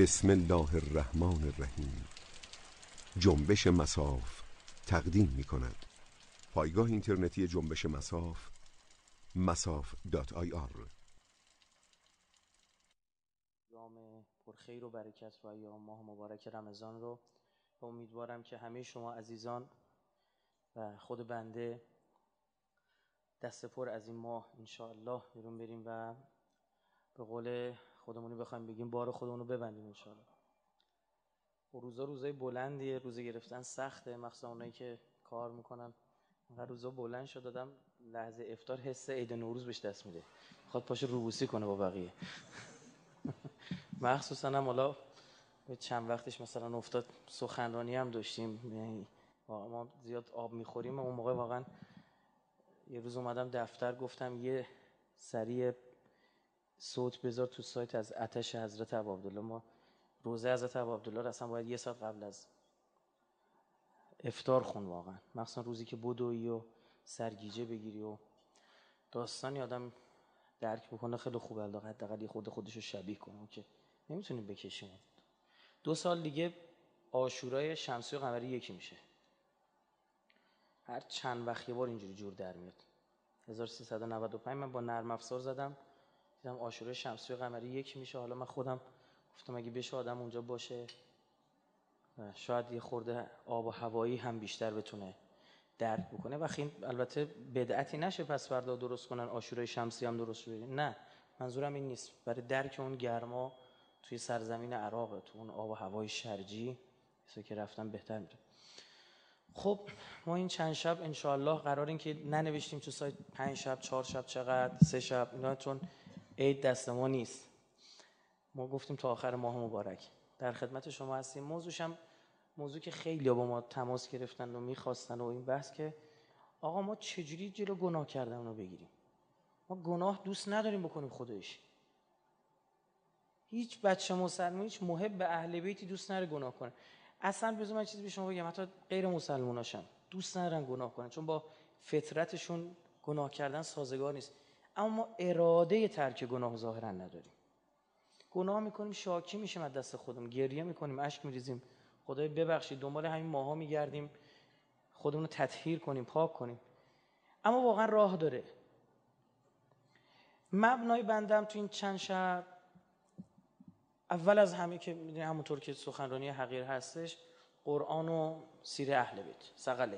بسم الله الرحمن الرحیم. جنبش مصاف تقدیم می کند. پایگاه اینترنتی جنبش مصاف masaf.ir. ایام پرخیر و برکت و ایام ماه مبارک رمضان رو امیدوارم که همه شما عزیزان و خود بنده دست پر از این ماه انشاءالله بیرون بریم و به قول خودمونی بخوایم بگیم بار خودمون رو ببندیم انشاءالله. روزا روزای بلندیه، روزه گرفتن سخته، مخصوصا اونایی که کار میکنن. انقدر روزا بلند شد دادم لحظه افطار حس عید نوروز بهش دست میده، خواهد پاشه روبوسی کنه با بقیه. مخصوصا هم حالا چند وقتش مثلا افتاد سخنرانی هم داشتیم، یعنی ما زیاد آب میخوریم. اون موقع واقعا یه روز اومدم دفتر گفتم یه سریع صوت بذار تو سایت از آتش حضرت ابوعبدالله. ما روزه حضرت ابوعبدالله رو اصلا باید یه ساعت قبل از افطار خون، واقعا مخصوصا روزی که بدوی و سرگیجه بگیری و داستانی آدم درک بکنه خیلی خوبه. حداقل یه خودشو شبیه کنه که نمیتونیم بکشیم. 2 سال دیگه عاشورای شمسی و قمری یکی میشه. هر چند وقت یه بار اینجوری جور در میاد. 1395 من با نرم افزار زدم دیدم عاشورای شمسی و قمری یکی میشه. حالا من خودم گفتم اگه بشه آدم اونجا باشه شاید یه خورده آب و هوایی هم بیشتر بتونه درک بکنه. و البته بدعتی نشه پس فردا درست کنن عاشورای شمسی هم درست بشه، نه منظورم این نیست. برای درک اون گرما توی سرزمین عراق، تو اون آب و هوای شرجی کسی که رفتن بهتر میره. خب ما این چند شب انشاءالله قرار این که ننوشتیم تو سایت 5 شب 4 شب چقدر 3 شب اینا، چون عید دست ما نیست. ما گفتیم تا آخر ماه مبارک در خدمت شما هستیم. موضوعش هم موضوع که خیلی با ما تماس گرفتن و میخواستن و این بحث که آقا ما چجوری جلو گناه کردن رو بگیریم. ما گناه دوست نداریم بکنیم خودش. هیچ بچه مسلمان، هیچ محب به اهل بیتی دوست نداره گناه کنه. اصلا بذار من چیزی به شما بگم، حتی غیر مسلماناشم دوست ندارن گناه کنن چون با فطرتشون گناه کردن سازگار نیست. اما ما اراده ترک گناه ظاهرا نداریم. گناه میکنیم شاکی میشیم از دست خودمون، گریه میکنیم، اشک میریزیم، خدای ببخشید، دنبال همین ماها میگردیم خودمون رو تطهیر کنیم، پاک کنیم. اما واقعا راه داره. مبنای بندم تو این چند شب اول از همه که میدونی همونطور که سخنرانی حقیر هستش، قرآن و سیر اهل بیت ثقله.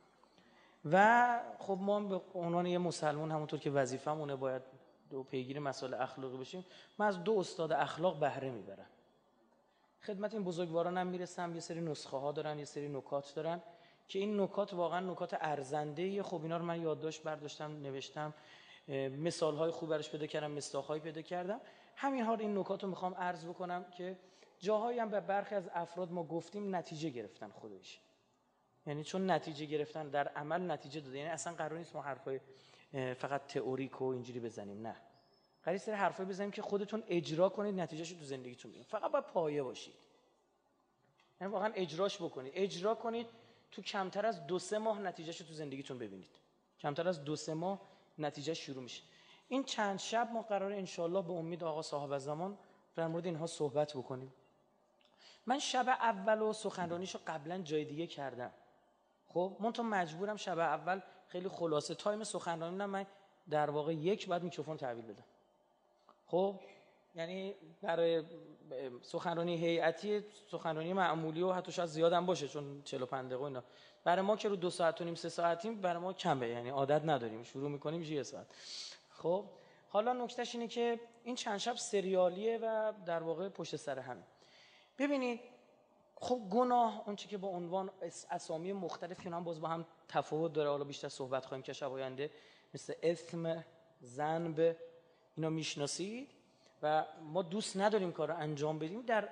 و خب ما به عنوان یه مسلمان همونطور که وظیفه‌مونه باید پیگیر مسائل اخلاقی بشیم. من از 2 استاد اخلاق بهره میبرم. خدمت این بزرگوارانم میرسم، یه سری نسخه ها دارن، یه سری نکات دارن که این نکات واقعا نکات ارزنده. خب اینا رو من یادداشت برداشتم، نوشتم، مثال های خوب براش پیدا کردم، مصداق های پیدا کردم. همین ها این نکات رو میخوام عرض بکنم که جاهایی هم به برخی از افراد ما گفتیم نتیجه گرفتن خودش. یعنی چون نتیجه گرفتن در عمل نتیجه داده. یعنی اصلا قرار نیست ما حرفای فقط تئوریک و اینجوری بزنیم، نه، قراره سری حرفای بزنیم که خودتون اجرا کنید، نتیجهشو تو زندگیتون ببینید. فقط باید پایه باشید، یعنی واقعا اجراش بکنید. اجرا کنید تو کمتر از 2-3 ماه نتیجهشو تو زندگیتون ببینید. کمتر از 2-3 ماه نتیجه شروع میشه. این چند شب ما قراره انشالله به امید آقا صاحب الزمان در مورد اینها صحبت بکنیم. من شب اول و سخنرانیشو قبلا جای دیگه کردم. خب من تو مجبورم شب اول خیلی خلاصه تایم سخنرانی من در واقع 1 بعد میکروفون تحویل بدم. خب یعنی برای سخنرانی هیئتی، سخنرانی معمولی و حتی شاید زیاد هم باشه چون 45 دقیقه اینا، برای ما که رو 2 ساعت و نیم 3 ساعتیم برای ما کمه، یعنی عادت نداریم، شروع میکنیم 1 ساعت. خب حالا نکتهش اینه که این چند شب سریالیه و در واقع پشت سر هم. ببینید خب گناه اون چی که با عنوان اسامی مختلف که هم باز با هم تفاوت داره، حالا بیشتر صحبت خواهیم که شب آینده، مثل اثم، ذنب، اینا میشناسید و ما دوست نداریم کار رو انجام بدیم. در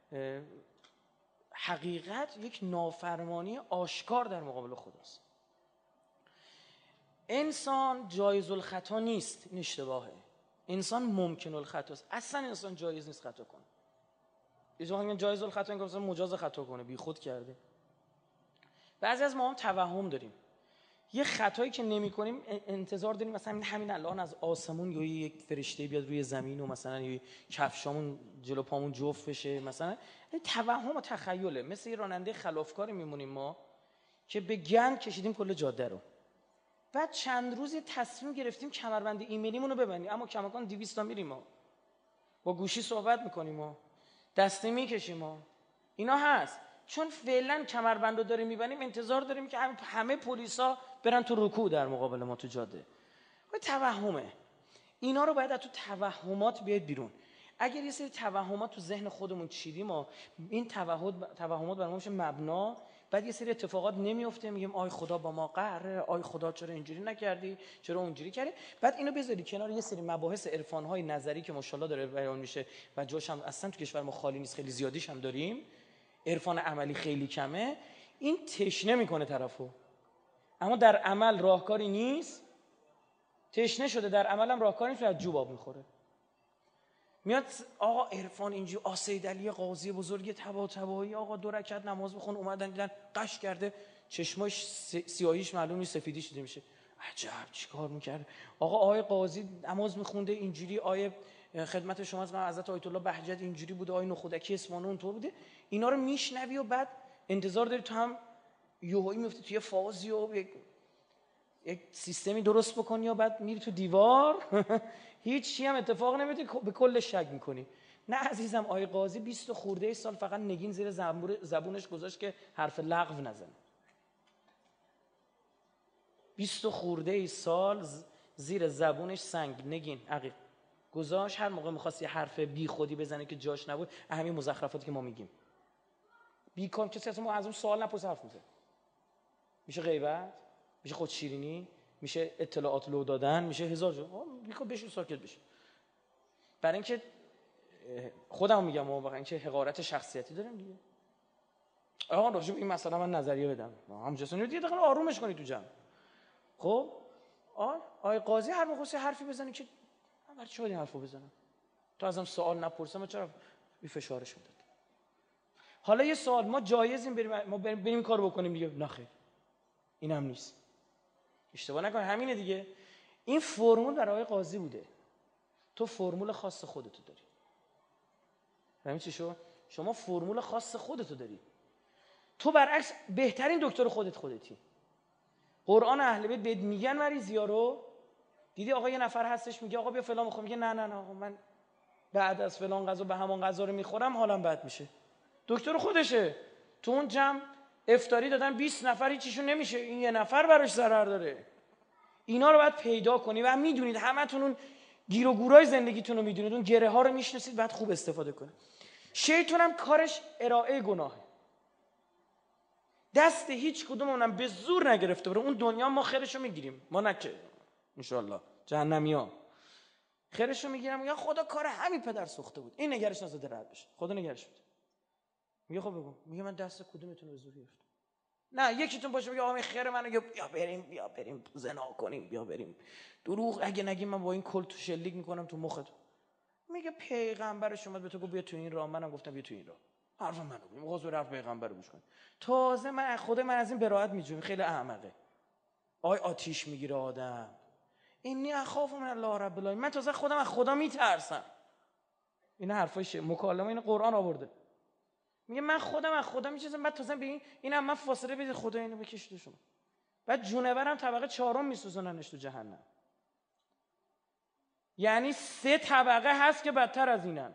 حقیقت یک نافرمانی آشکار در مقابل خداست. انسان جایز الخطا نیست، این اشتباهه. انسان ممکن الخطاست. اصلا انسان جایز نیست خطا کنه. یه جا میگن جایز الخطا، این مجاز خطا کنه، بی خود کرده. بعضی از ما هم توهم داریم یه خطایی که نمی‌کنیم انتظار داریم مثلا همین الان از آسمون یا یک فرشته بیاد روی زمین و مثلا یه کفشامون جلو پامون جفت بشه، مثلا این توهم و تخیله. مثل یه راننده خلافکاری میمونیم ما که به گند کشیدیم کل جاده رو، بعد چند روزی تصمیم گرفتیم کمربند ایمنیمون رو ببندیم، اما کماکان 200 تا میریم ما، با گوشی صحبت میکنیم ما، دستی میکشیم ما. اینا هست چون فعلا کمربند رو داریم میبندیم، انتظار داریم که همه پلیسا برن تو رکوع در مقابل ما تو جاده. و توهمه. اینا رو باید از تو توهمات بیاد بیرون. اگر یه سری توهمات تو ذهن خودمون چیدیم ما، این توهمات برامون میشه مبنا، بعد یه سری اتفاقات نمیفته، میگیم آی خدا با ما قهره، آی خدا چرا اینجوری نکردی، چرا اونجوری کردی. بعد اینو بذاری کنار یه سری مباحث عرفان‌های نظری که ماشاءالله داره بیان میشه و جاش هم اصلا تو کشور ما خالی نیست، خیلی زیادیش هم داریم، عرفان عملی خیلی کمه، این تشنه میکنه طرفو، اما در عمل راهکاری نیست. تشنه شده در عمل هم راهکاری نیست و از جوب آب میخوره. میاد آقا عرفان اینجوری، سید علی قاضی بزرگ تبایی آقا 2 رکعت نماز بخون، اومدن دیدن قش کرده، چشماش سیاهیش معلوم نیست، سفیدیش دیده میشه، عجب چیکار میکرد آقا. آقای قاضی نماز میخونده اینجوری، آیه خدمت شما از حضرت آیت الله بهجت اینجوری بوده، آیه نخودکی اسمانه اونطور بوده. اینا رو میشنوی و بعد انتظار داری تو هم یوهایی میفتی توی فازی و یک سیستمی درست بکنی و بعد میری تو دیوار هیچ چی هم اتفاق نمیفته، به کل شک میکنی. نه عزیزم، آقای قاضی 20 خورده سال فقط نگین زیر زبونش گذاشت که حرف لغو نزنه. 20 خورده سال زیر زبونش سنگ نگین عقیق گذاشت، هر موقع می‌خواست یه حرف بی خودی بزنه که جاش نبود، همین مزخرفاتی که ما میگیم بیکام، کسی اصلا ما از اون سوال نپرسه حرف میزنه. میشه غیبت، میشه خودشیرینی، میشه اطلاعات لو دادن، میشه هزار جور. بیکام بشین ساکت بشین. برای اینکه خودم میگم واقعا اینکه حقارت شخصیتی داریم دیگه. آقا راجع به این مسئله من نظریه بدم، همونجاست دیگه دقیقاً آرومش کنی تو جمع. خب آقای قاضی هر موقع حرفی بزنه که من چه باید این حرفو بزنم، تو ازم سوال نپرسم چرا بی فشارش میداد. حالا یه سوال، ما جایزیم بریم این کارو بکنیم دیگه؟ نه خیر، این هم نیست. اشتباه نکن، همینه دیگه. این فرمول برای آقای قاضی بوده، تو فرمول خاص خودتو داری. همین چی شو؟ شما فرمول خاص خودتو داری. تو برعکس بهترین دکتر خودتی. قرآن اهل بیت بهت میگن مریضیا رو دیدی، آقا یه نفر هستش میگه آقا بیا فلان بخور، میگه نه آقا من بعد از فلان غذا به همان غذا رو میخورم حالم بد میشه. دکتر خودشه. تو اون جمع افطاری دادن 20 نفر هیچیشون نمیشه، این یه نفر براش ضرر داره. اینا رو باید پیدا کنی و میدونید همتون اون گیر و گورای زندگیتون رو میدونید، اون گره ها رو میشناسید، بعد خوب استفاده کنید. شیطان هم کارش ارائه گناهه. دست هیچ کدومونم به زور نگرفته بره. اون دنیا ما خیرشو میگیریم، ما نکه ان شاء الله جهنمیا خیرشو میگیرم. یا خدا کار همین پدر سوخته بود، این نگرش نزده رد بشه، خدا نگرش بده. میگه خب بگو، میگه من دست کدومتون رو به زور گرفتم؟ نه یکیتون باشه میگه آقا این خیر منو، بیا بریم زنا کنیم، بیا بریم. دروغ اگه نگیم من با این کل تو شلیک میکنم تو مخت. میگه پیغمبر شما به تو گفت بیا تو این راه، منم گفتم بیا تو این راه. حرف منو بگو، موضوع حرف پیغمبر رو گوش کن. تازه من از این براءت میجوام، خیلی احمقه. آتیش میگیره آدم. اینی اخاف من الله رب العالمین، من تازه خودم از خدا میترسم. این حرفای مکالمه این قرآن آورده. میگه من خودم از خدا میچزم، بعد تازه به اینم من فاصله بدید خدا اینو بکشید شما. بعد جونورم طبقه 4 میسوزوننش تو جهنم. یعنی 3 طبقه هست که بدتر از اینن.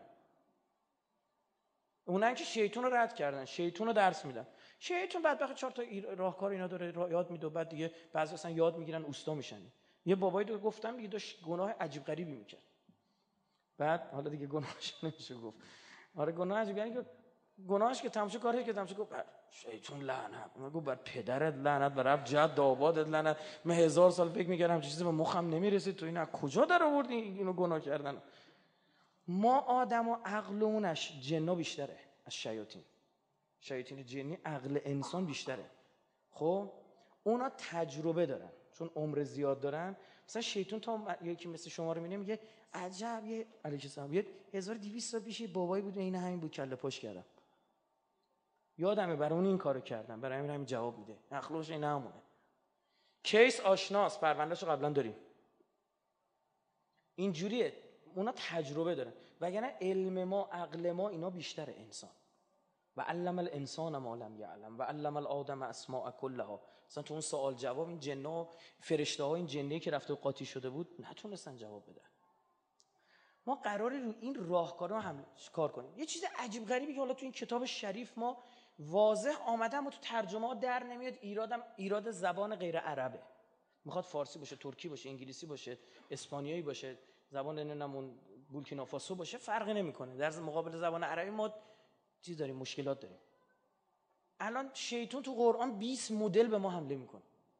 اونن که شیطان رو رد کردن، شیطان رو درس میدن. شیطان بدبخت 4 تا راهکار اینا داره یاد میده، بعد دیگه بعضی اصلا یاد میگیرن اوستا میشن. یه بابایی رو گفتم دیگه داشت گناه عجیب غریبی میکرد. بعد حالا دیگه گناهش نمیشه گفت. آره گناه عجیب غریبی که گناهش که تماشا کاری که تماشا گفت شیطان لعنت. من گفت بر پدرت لعنت، بر رب جد آبادت لعنت. من 1000 سال فکر میکردم چیزی به مخم نمیرسید، تو این از کجا در آوردی اینو گناه کردن؟ ما آدم و عقلونش جنا بیشتره از شیاطین جنی عقل انسان بیشتره. خب اونا تجربه دارن چون عمر زیاد دارن. مثلا شیطان تا یکی مثل شما رو میبینه میگه عجب، یه علیه السلام 1200 سال پیش بابایی بود این همین بود کله پاش کردم. یادمه برای اون این کارو کردم، برای همین جواب میده. اخلاقش این همونه. کیس آشناست، پروندهشو قبلا داریم. اینجوریه، اونا تجربه دارن، وگرنه علم ما، عقل ما، اینا بیشتر انسان. و علم الانسان ما لم یعلم و علم الآدم اسماء کلها. مثلا تو اون سوال جواب این جن‌ها و فرشته‌ها، این جنی که رفته قاطی شده بود نتونستن جواب بدن. ما قراره رو این راهکارا هم کار کنیم. یه چیز عجیب غریبی که حالا تو این کتاب شریف ما واضح آمده اما تو ترجمه ها در نمیاد، ایراد زبان غیر عربه. میخواد فارسی باشه، ترکی باشه، انگلیسی باشه، اسپانیایی باشه، زبان نمون بورکینافاسو باشه، فرقی نمیکنه. در مقابل زبان عربی ما چیز داریم، مشکلات داریم. الان شیطان تو قرآن 20 مدل به ما حمله میکنه.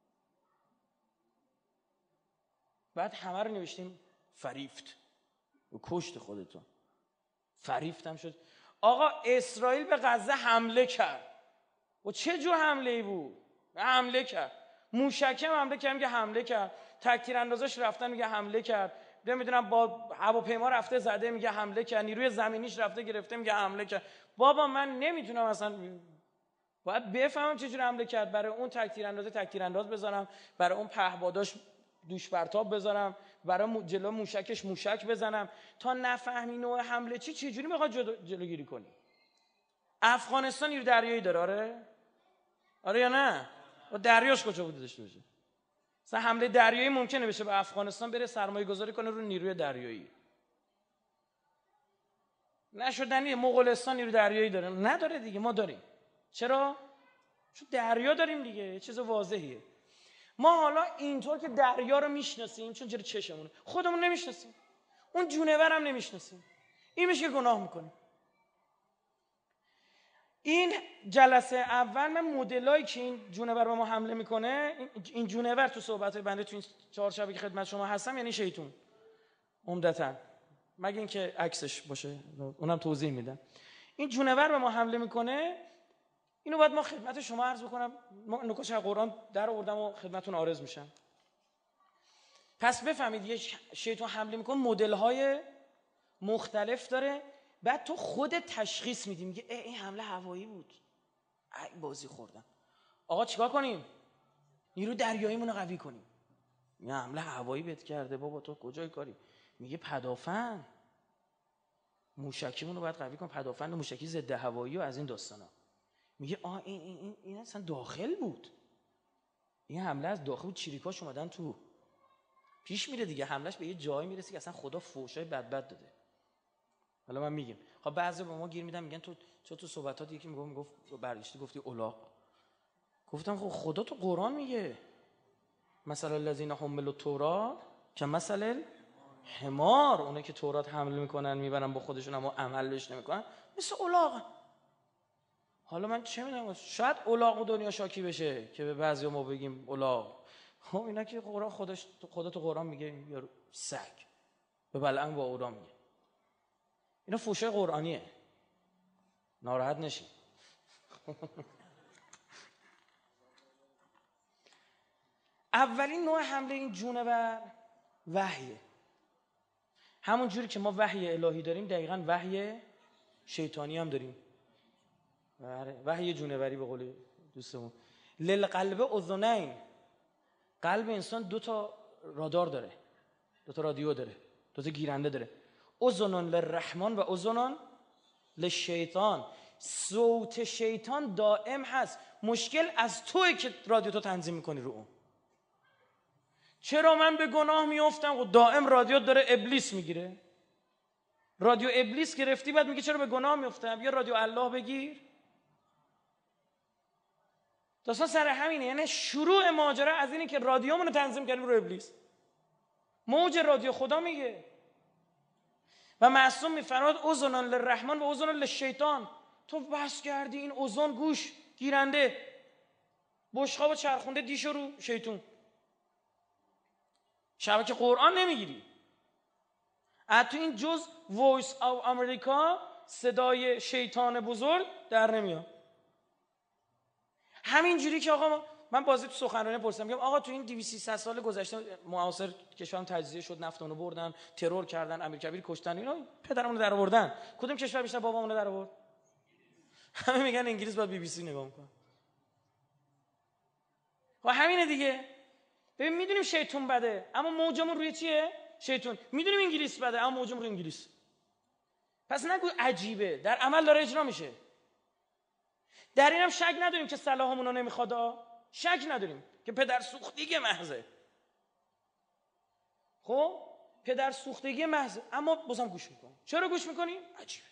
بعد همه رو نوشتیم فریفت و کشت خودتون. فریفت هم شد. آقا اسرائیل به غزه حمله کرد. و چه جور حمله ای بود؟ حمله کرد. موشکم حمله کرد، میگه حمله کرد. تک‌تیراندازاش رفتن، میگه حمله کرد. نمیدونم با هواپیما رفته زده، میگه حمله کرد. نیروی زمینیش رفته گرفته، میگه حمله کرد. بابا من نمیتونم اصلا، باید بفهمم چه جور حمله کرد. برای اون تک‌تیرانداز بذارم، برای اون پهپاداش دوش برتاب بذارم، برای جلو موشکش موشک بزنم، تا نفهمی نوع حمله چه جوری میخواد جلوگیری کنی. افغانستان نیرو دریایی داره؟ آره یا نه؟ و دریاش کجا بوده داشته باشه؟ مثلا حمله دریایی ممکنه بشه به افغانستان، بره سرمایه گذاری کنه رو نیروی دریایی. نشدنیه. مغولستان نیرو دریایی داره؟ نداره دیگه، ما داریم. چرا؟ چون دریا داریم دیگه، یه چیز واضحیه. ما حالا اینطور که دریا رو میشناسیم چون جلوی چشمونه، خودمون نمیشناسیم، اون جونور هم نمیشناسیم. این میشه گناه میکنیم. این جلسه اول من مدلایی که این جونور به ما حمله میکنه، این جونور تو صحبت‌های بنده تو این 4 شبی که خدمت شما هستم یعنی شیطون عمدتاً، مگه اینکه عکسش باشه اونم توضیح میدم. این جونور به ما حمله میکنه، اینو باید ما خدمت شما عرض بکنم. نکات از قرآن در آوردم و خدمتتون عرض میشم. پس بفهمید یه شیطان حمله میکنه، مدل‌های مختلف داره. بعد تو خودت تشخیص میدی، میگه این حمله هوایی بود، ای بازی خوردم. آقا چیکار کنیم؟ نیرو دریاییمون رو قوی کنیم. یه حمله هوایی بهت کرده، بابا تو کجای کاری؟ میگه پدافند موشکیمون رو باید قوی کنیم، پدافند موشکی ضد هوایی و از این داستانا. میگه این اصلا داخل بود، این حمله از داخل بود، چریکاش اومدن تو. پیش میره دیگه، حملهش به یه جایی میرسه که اصلا خدا فوشای بد داده. حالا من میگم، خب بعضی به ما گیر میدن میگن تو صحبتات یکی میگفت برداشتی گفتی الاغ. گفتم خب خدا تو قرآن میگه مثلا الذین حملوا التوراة کمثل الحمار، اونه که تورات حمل میکنن میبرن با خودشون اما عملش نمیکنن، مثل الاغ. حالا من چه میدونم، شاید الاغ دنیا شاکی بشه که به بعضی ما بگیم الاغ. خب اینا که قرآن خدا تو قرآن میگه یا سگ به بلعن با اورا میگه. اینا فوشه قرآنیه، ناراحت نشید. اولین نوع حمله این جونور وحیه. همون جوری که ما وحی الهی داریم دقیقاً وحی شیطانی هم داریم. وحی جونوری به قول دوستمون. للقلب اذنین، قلب انسان 2 تا رادار داره، 2 تا رادیو داره، 2 تا گیرنده داره. اذن للرحمن و اذن للشیطان. صوت شیطان دائم هست، مشکل از توئه که رادیو تو تنظیم میکنی رو اون. چرا من به گناه میافتم؟ و دائم رادیو داره ابلیس میگیره. رادیو ابلیس گرفتی بعد میگه چرا به گناه میافتم؟ یا رادیو الله بگیر. داستان سر همینه. یعنی شروع ماجرا از اینه که رادیومونو تنظیم کردیم رو ابلیس. موج رادیو خدا میگه و معصوم میفرماد اذن للرحمن و اذن للشیطان. تو بس کردی این اذن گوش گیرنده، بشقاب چرخونده دیشو رو شیطون. شبکه قرآن نمیگیری. تو این جز وایس آف امریکا صدای شیطان بزرگ در نمیاد. همین جوری که آقا من بازی تو سخنرانی پرسیدم، میگم آقا تو این 200 سال گذشته معاصر کشورم تجزیه شد، نفتونو بردن، ترور کردن، امیرکبیر کشتن، اینا پدرمونو در آوردن. کدوم کشور بیشتر بابامونو در آورد؟ همه میگن انگلیس، باید BBC نگاه میکنه. و همینه دیگه. ببین میدونیم شیطون بده، اما موجمون روی چیه؟ شیطون. میدونیم انگلیس بده، اما موجمون روی انگلیس. پس نگو عجیبه، در عمل داره اجرا میشه. در اینم شک نداریم که صلاحمون رو نمیخواد، شک نداریم که پدر سوختگی محضه. خب پدر سوختگی محض، اما بازم گوش میکنیم. چرا گوش میکنیم؟ عجیبه،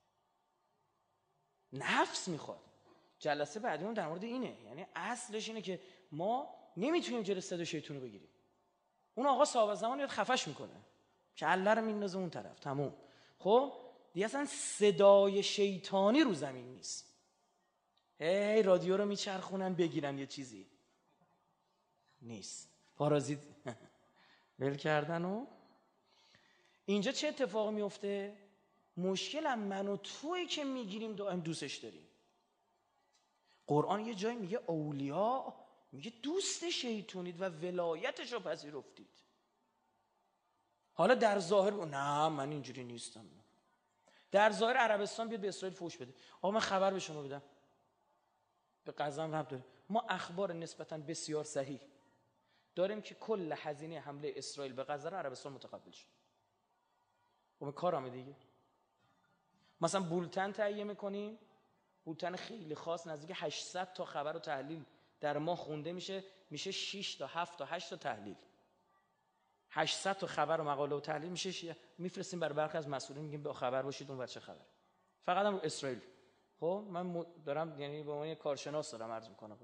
نفس میخواد. جلسه بعدیمون در مورد اینه، یعنی اصلش اینه که ما نمیتونیم جلوی صدای شیطون رو بگیریم. اون آقا صاحب زمان میاد خفش میکنه، کله رو میندازه اون طرف، تموم. خب دیگه اصلا صدای شیطانی رو زمین نیست. هی رادیو رو میچرخونن بگیرن یه چیزی نیست، پارازیت ول کردن. و اینجا چه اتفاقی میفته؟ مشکل هم من و تویی که میگیریم دائم دوستش داریم. قرآن یه جایی میگه اولیا، میگه دوست شیطونید و ولایتش رو پذیرفتید. حالا در ظاهر نه من اینجوری نیستم، در ظاهر عربستان بیاد به اسرائیل فوش بده. آقا من خبر به شما بدم، به غزم ربط داره، ما اخبار نسبتاً بسیار صحیح داریم که کل هزینه حمله اسرائیل به غزه رو عربستان متقبل شد. خب کارامه دیگه. مثلا بولتن تهیه میکنیم، بولتن خیلی خاص، نزدیک 800 تا خبر و تحلیل در ماه خونده میشه 6 تا 7 تا 8 تا تحلیل. 800 تا خبر و مقاله و تحلیل میشه، میفرستیم برای برخی از مسئولین، میگیم با خبر باشید اون چه خبر. فقط هم رو اسرائیل. خب من دارم یعنی به عنوان کارشناس دارم عرض میکنم.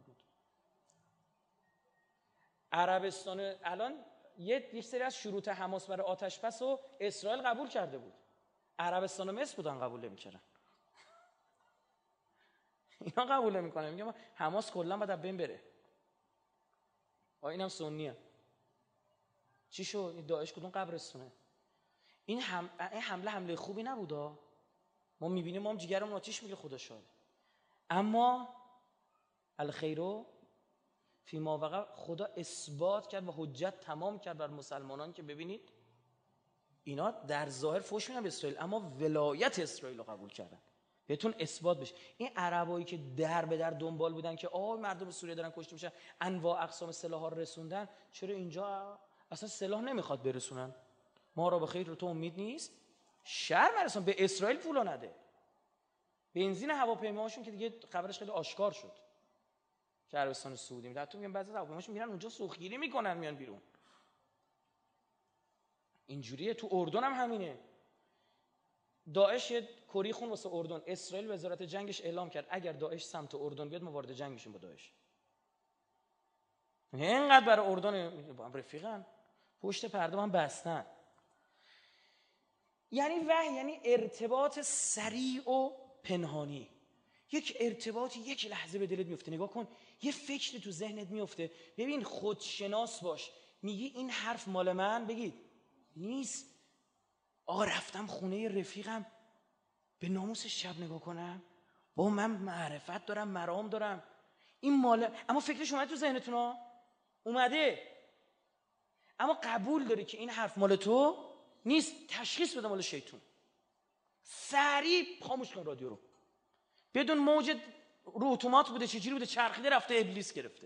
عربستان الان یه سری از شروط حماس برای آتش‌بس رو اسرائیل قبول کرده بود، عربستان و مصر بودن قبول نمی‌کردن. اینا قبول نمی‌کنن، میگم حماس کلا باید بین بره. اینم سنیه. چی شد؟ این داعش کدوم قبرستونه؟ این حمله خوبی نبودا. ما می‌بینیم، ما هم جیگرمون آتیش میگیره، خدا شاهد. اما الخیرو فی ما وقع، خدا اثبات کرد و حجت تمام کرد بر مسلمانان که ببینید اینا در ظاهر فحش میدن به اسرائیل، اما ولایت اسرائیل رو قبول کردن. بهتون اثبات بشه. این عربایی که در به در دنبال بودن که مردم سوریه دارن کشته میشن، انواع اقسام سلاح‌ها رو رسوندن، چرا اینجا اصلا سلاح نمیخواد برسونن؟ ما را به خیر رو تو امید نیست، شر برسون به اسرائیل پولو نده. بنزین هواپیماهاشون که دیگه خبرش خیلی آشکار شد که عربستان سعودی میده، حتی میگن بعضی از هواپیماشون میرن اونجا سوختگیری میکنن میان بیرون. اینجوریه. تو اردن هم همینه. داعش یه کری خون واسه اردن، اسرائیل وزارت جنگش اعلام کرد اگر داعش سمت اردن بیاد ما وارد جنگ میشیم با داعش. اینقدر برای اردن با هم رفیقن، پشت پرده هم بستن. یعنی وحی یعنی ارتباط سریع و پنهانی. یک ارتباطی یک لحظه به دلت میفته، نگاه کن، یه فکری تو ذهنت میفته. ببین خودشناس باش، میگی این حرف مال من، بگید نیست. آقا رفتم خونه رفیقم، به ناموسش شب نگاه کنم، با من معرفت دارم، مرام دارم، این مال، اما فکرش اومده تو ذهنتون ها، اومده، اما قبول داری که این حرف مال تو نیست، تشخیص بده مال شیطون. سریع خاموش کن رادیو رو. بدون موج رو اتومات بوده، چجوری بوده، چرخیده رفته، ابلیس گرفته.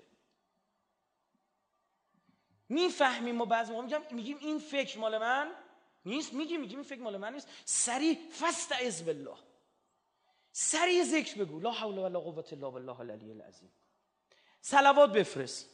میفهمیم ما بعضی موقع میگیم این فکر مال من نیست، میگیم این فکر مال من نیست، سریع فاستعذ بالله، سریع ذکر بگو، لا حول ولا قوة الا بالله العلی العظیم. صلوات بفرست.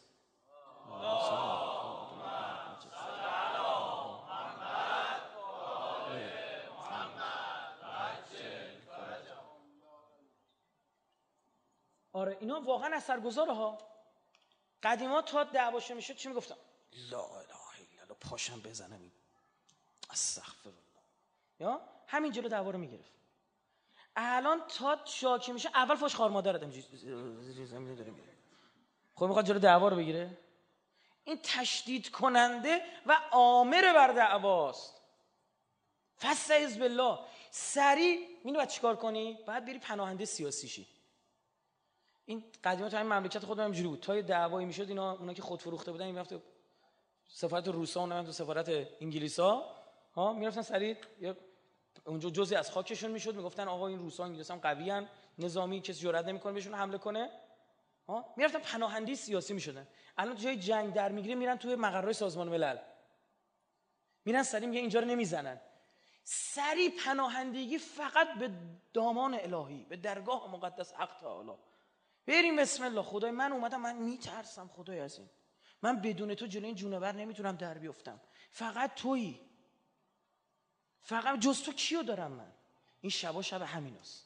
آره اینا واقعا اثرگذاره ها. قدیما تا دعواشه میشد چی میگفتم؟ لا اله الا الله، پاشم بزنم استغفر الله، یا همین جلو دعوا رو میگرفت. الان تا شاکی میشه اول فوش خار مادرت زمین داره میره، خب میخواد جلو دعوا رو بگیره. این تشدید کننده و آمر بر دعواست. فاستعذ بالله، سریع میدونی باید چیکار کنی؟ باید بری پناهنده سیاسی شی. این قدیما تو همین مملکت خودمون اینجوری بود، تا یه دعوایی میشد اونا که خود فروخته بودن میرفتن سفارت روسا، اونم تو سفارت انگلیسا ها، میرفتن سریع اونجا جزئی از خاکشون میشد، میگفتن آقا این روسا انگلیسا هم قوی ان، نظامی کسی جرئت نمیکنه بهشون حمله کنه میرفتن پناهنده سیاسی میشدن. الان تو جای جنگ در میگیره میرن توی مقرهای سازمان ملل، میرن سری میگه اینجا رو نمیزنن. سری پناهندگی فقط به دامان الهی، به درگاه مقدس حق تعالی. بریم بسم الله. خدای من اومدم، من میترسم خدای از این، من بدون تو جلوی این جونور نمیتونم در بیفتم، فقط تویی، فقط جز تو کیو دارم من. این شبا شب همیناست.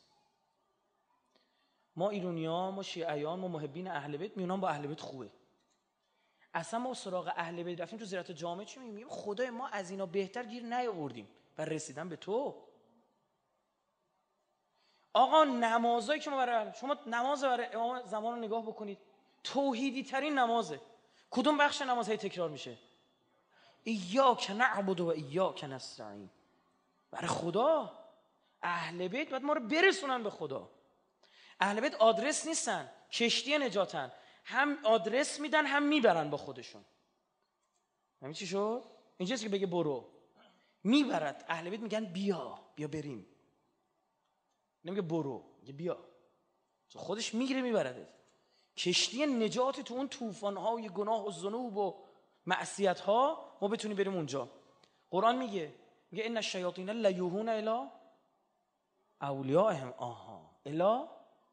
ما ایرانی‌ها، ما شیعیان، ما محبین اهل بیت میونم با اهل بیت خوبه. اصلا ما سراغ اهل بیت رفتیم تو زیارت جامع چی میگیم؟ خدای ما از اینا بهتر گیر نیاوردیم و رسیدن به تو. آقا نمازایی که ما برای شما نماز برای امام زمان رو نگاه بکنید، توحیدی ترین نمازه. کدوم بخش نماز هی تکرار میشه؟ ایاک نعبد و ایاک نستعین. برای خدا. اهل بیت باید ما رو برسونن به خدا. اهل بیت آدرس نیستن، کشتی نجاتن، هم آدرس میدن هم میبرن با خودشون. همین چی شد؟ اینجاست که بگه برو، میبرد. اهل بیت میگن بیا بریم، نمیگه برو، میگه بیا، تو خودش میگیره میبردت. کشتی نجات تو اون طوفان‌های گناه و ذنوب و معصیت‌ها ما بتونیم بریم اونجا. قرآن میگه ان الشیاطین لیوحون الی اولیائهم. الی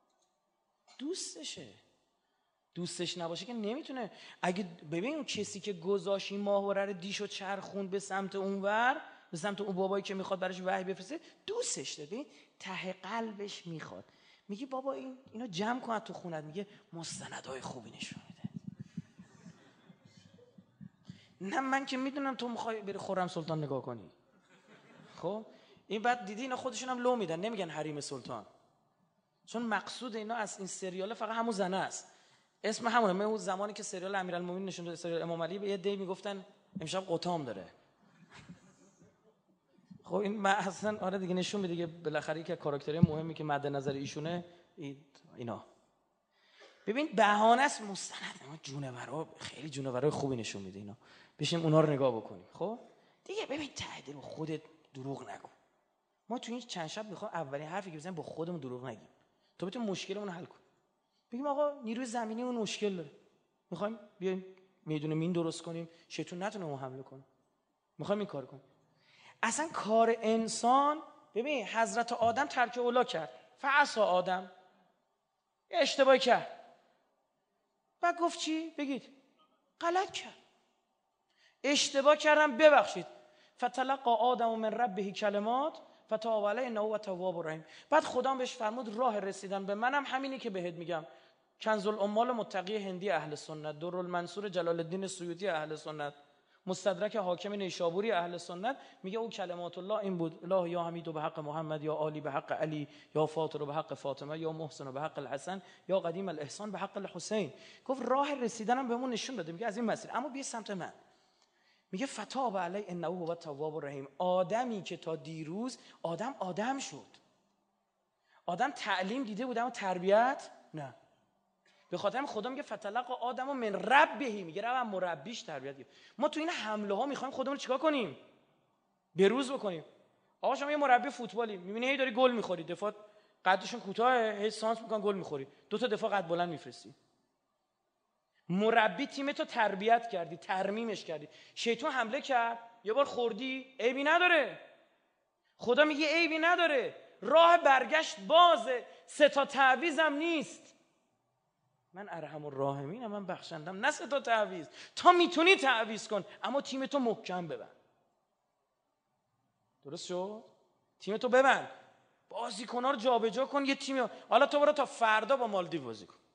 دوستش نباشه که نمیتونه. اگه ببین اون کسی که گذاشت این ماهواره رو دیشو چرخوند به سمت اونور، به سمت اون بابایی که میخواد براش وحی بفرسته، دوستش داره، ته قلبش میخواد. میگه بابا اینو جمع کن تو خونت. میگه مستندهای خوبی نشون میده. نه من که میدونم تو میخوای بری خرم سلطان نگاه کنی. خب این بعد دیدی اینا خودشون هم لو میدن، نمیگن حریم سلطان، چون مقصود اینا از این سریال فقط همون زنه است. اسم همونه. من اون زمانی که سریال امیرالمومنین نشون داد، سریال امام علی، به یه دی میگفتن امشب قطام داره. خب این من اصلا آره دیگه نشون میده دیگه بالاخره که کاراکتری مهمی که مد نظر ایشونه اینا. ببین بهانه است مستند. ما جونورا خیلی جونورای خوبی نشون میده اینا. بشیم اونا رو نگاه بکنیم. خب دیگه ببین ته دل خودت دروغ نگو. ما تو این چند شب میخوام اولین حرفی که بزنیم با خودمون دروغ نگیم تا بتونیم مشکلمون رو حل کنیم. بگیم آقا نیروی زمینی اون مشکل داره، میخوایم بیایم میدون مین درست کنیم شیطون نتونه اون حمله کنه، میخوایم این کار کنیم. اصلا کار انسان، ببین حضرت آدم ترک اولا کرد، فعصى آدم، اشتباه کرد، بعد گفت چی؟ بگید غلط کرد، اشتباه کردم ببخشید. فتلقى آدم من ربه کلمات فتاب علیه انه هو التواب الرحیم. بعد خدا بهش فرمود راه رسیدن به منم همینی که بهت میگم. کنز الاموال متقی هندی اهل سنت، درالمنصور جلال الدین سیوطی اهل سنت، مستدرک حاکم نیشابوری اهل سنت، میگه او کلمات الله این بود: الله یا حمید به حق محمد، یا عالی به حق علی، یا فاطر به حق فاطمه، یا محسن به حق الحسن، یا قدیم الاحسان به حق الحسین. گفت راه رسیدنم بهمون نشون بده، میگه از این مسیر، اما بیا سمت من. میگه فتاب علی انه هو التواب الرحیم. آدمی که تا دیروز آدم شد، آدم تعلیم دیده بود اما تربیت نه. به خاطر خدا میگه فتلقى آدم من ربه، میگه رب مربیش تربیت گرفت. ما تو این حمله ها میخوایم خودمون چیکار کنیم؟ بروز بکنیم. آقا شما یه مربی فوتبالی میبینی هی داری گل میخوری، دفاع قدشون کوتاه، هی سانس میکنن گل میخوری، دو تا دفاع قد بلند میفرستی. مربی تیم تو تربیت کردی، ترمیمش کردی، شیطان حمله کرد، یه بار خوردی، عیبی نداره. خدا میگه عیبی نداره، راه برگشت بازه، 3 تا تعویضم نیست. من ارحم الراحمینم، من بخشندم، نه 3 تا تعویض. تا میتونی تعویض کن، اما تیم تو محکم ببند. درست شد؟ تیم تو ببند، بازیکن‌ها رو جابجا کن. یه تیم حالا تو برو تا فردا با مالدیو بازی کن.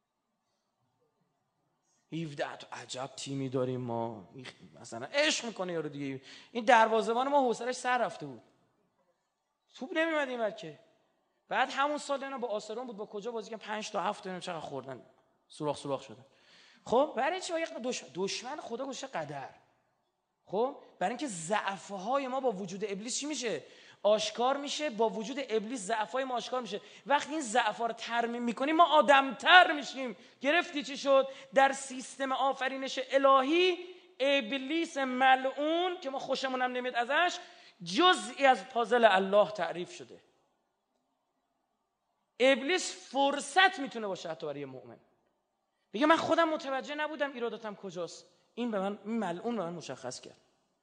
17 تا عجب تیمی داریم ما، مثلا عشق میکنه یارو دیگه. این دروازه‌بان ما حوصله‌اش سر رفته بود، توپ نمی‌اومد اینور که. بعد همون سال اینا با آسرون بود، با کجا بازی کردن، 5 تا 7 تا چقدر خوردن، سوراخ شدن. خب برای چی؟ دشمن خدا گوشه قدر. خب برای اینکه ضعف‌های ما با وجود ابلیس چی میشه؟ آشکار میشه. با وجود ابلیس ضعف‌های ما آشکار میشه. وقتی این ضعف‌ها رو ترمیم میکنیم ما آدم‌تر میشیم. گرفتی چی شد؟ در سیستم آفرینش الهی ابلیس ملعون که ما خوشمون هم نمیاد ازش، جزئی از پازل الله تعریف شده. ابلیس فرصت میتونه باشه حتی برای مؤمن. میگه من خودم متوجه نبودم ایراداتم کجاست، این ملعون به من مشخص کرد.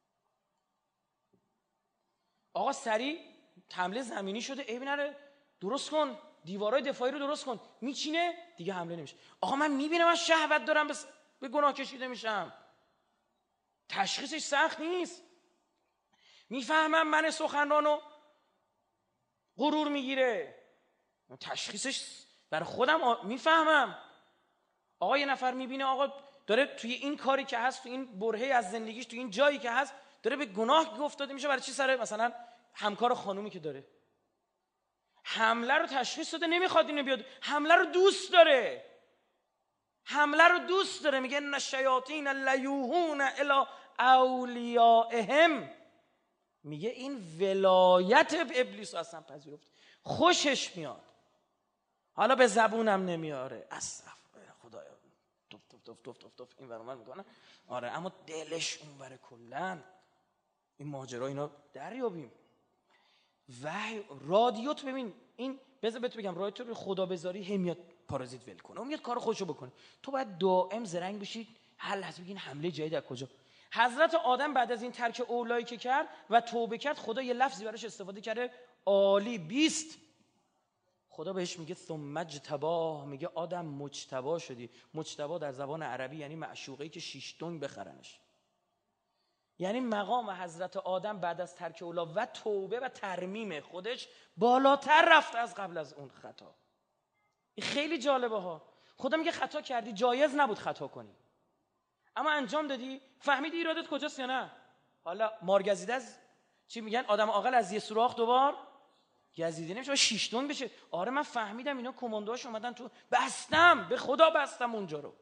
آقا سریع حمله زمینی شده، عیبی نره درست کن، دیوارای دفاعی رو درست کن، میچینه دیگه حمله نمیشه. آقا من میبینم من شهوت دارم به گناه کشیده میشم، تشخیصش سخت نیست. میفهمم من سخنرانو غرور میگیره، تشخیصش برای خودم میفهمم. آقا یه نفر میبینه آقا داره توی این کاری که هست، توی این برهه از زندگیش، توی این جایی که هست داره به گناه افتاده میشه، برای چی؟ سر مثلا همکار خانومی که داره حمله رو تشخیص داده، نمیخواد اینو بیاد، حمله رو دوست داره، حمله رو دوست داره. میگه ان الشیاطین لیوحون الی اولیائهم، میگه این ولایت ابلیس اصلا پذیرفت، خوشش میاد. حالا به زبونم نمیاره، خدایا توف این ور میکنه، آره، اما دلش اونوره. کلا این ماجرا اینا دریابیم. وحی رادیوت ببین، این بذار بهت بگم، رادیوت رو خدا بذاری هم میاد پارازیت ول کنه، اون میاد کار خودشو بکنه، تو باید دائم زرنگ بشی هر لحظه بگین حمله جدید از کجا. حضرت آدم بعد از این ترک اولایی که کرد و توبه کرد، خدا یه لفظی براش استفاده کرده عالی 20. خدا بهش میگه ثم اجتباه، میگه آدم مجتبا شدی. مجتبا در زبان عربی یعنی معشوقه‌ای که 6 دنگ بخرنش. یعنی مقام حضرت آدم بعد از ترک اولا و توبه و ترمیم خودش بالاتر رفت از قبل از اون خطا. این خیلی جالبه ها. خدا میگه خطا کردی، جایز نبود خطا کنی، اما انجام دادی، فهمیدی ایرادت کجاست یا نه؟ حالا مارگزیده از چی میگن، آدم عاقل از یه سوراخ دوبار گزیده نمیشه، 6 دنگ بشه. آره من فهمیدم اینا کماندوهاش اومدن تو، بستم، به خدا بستم اونجا رو.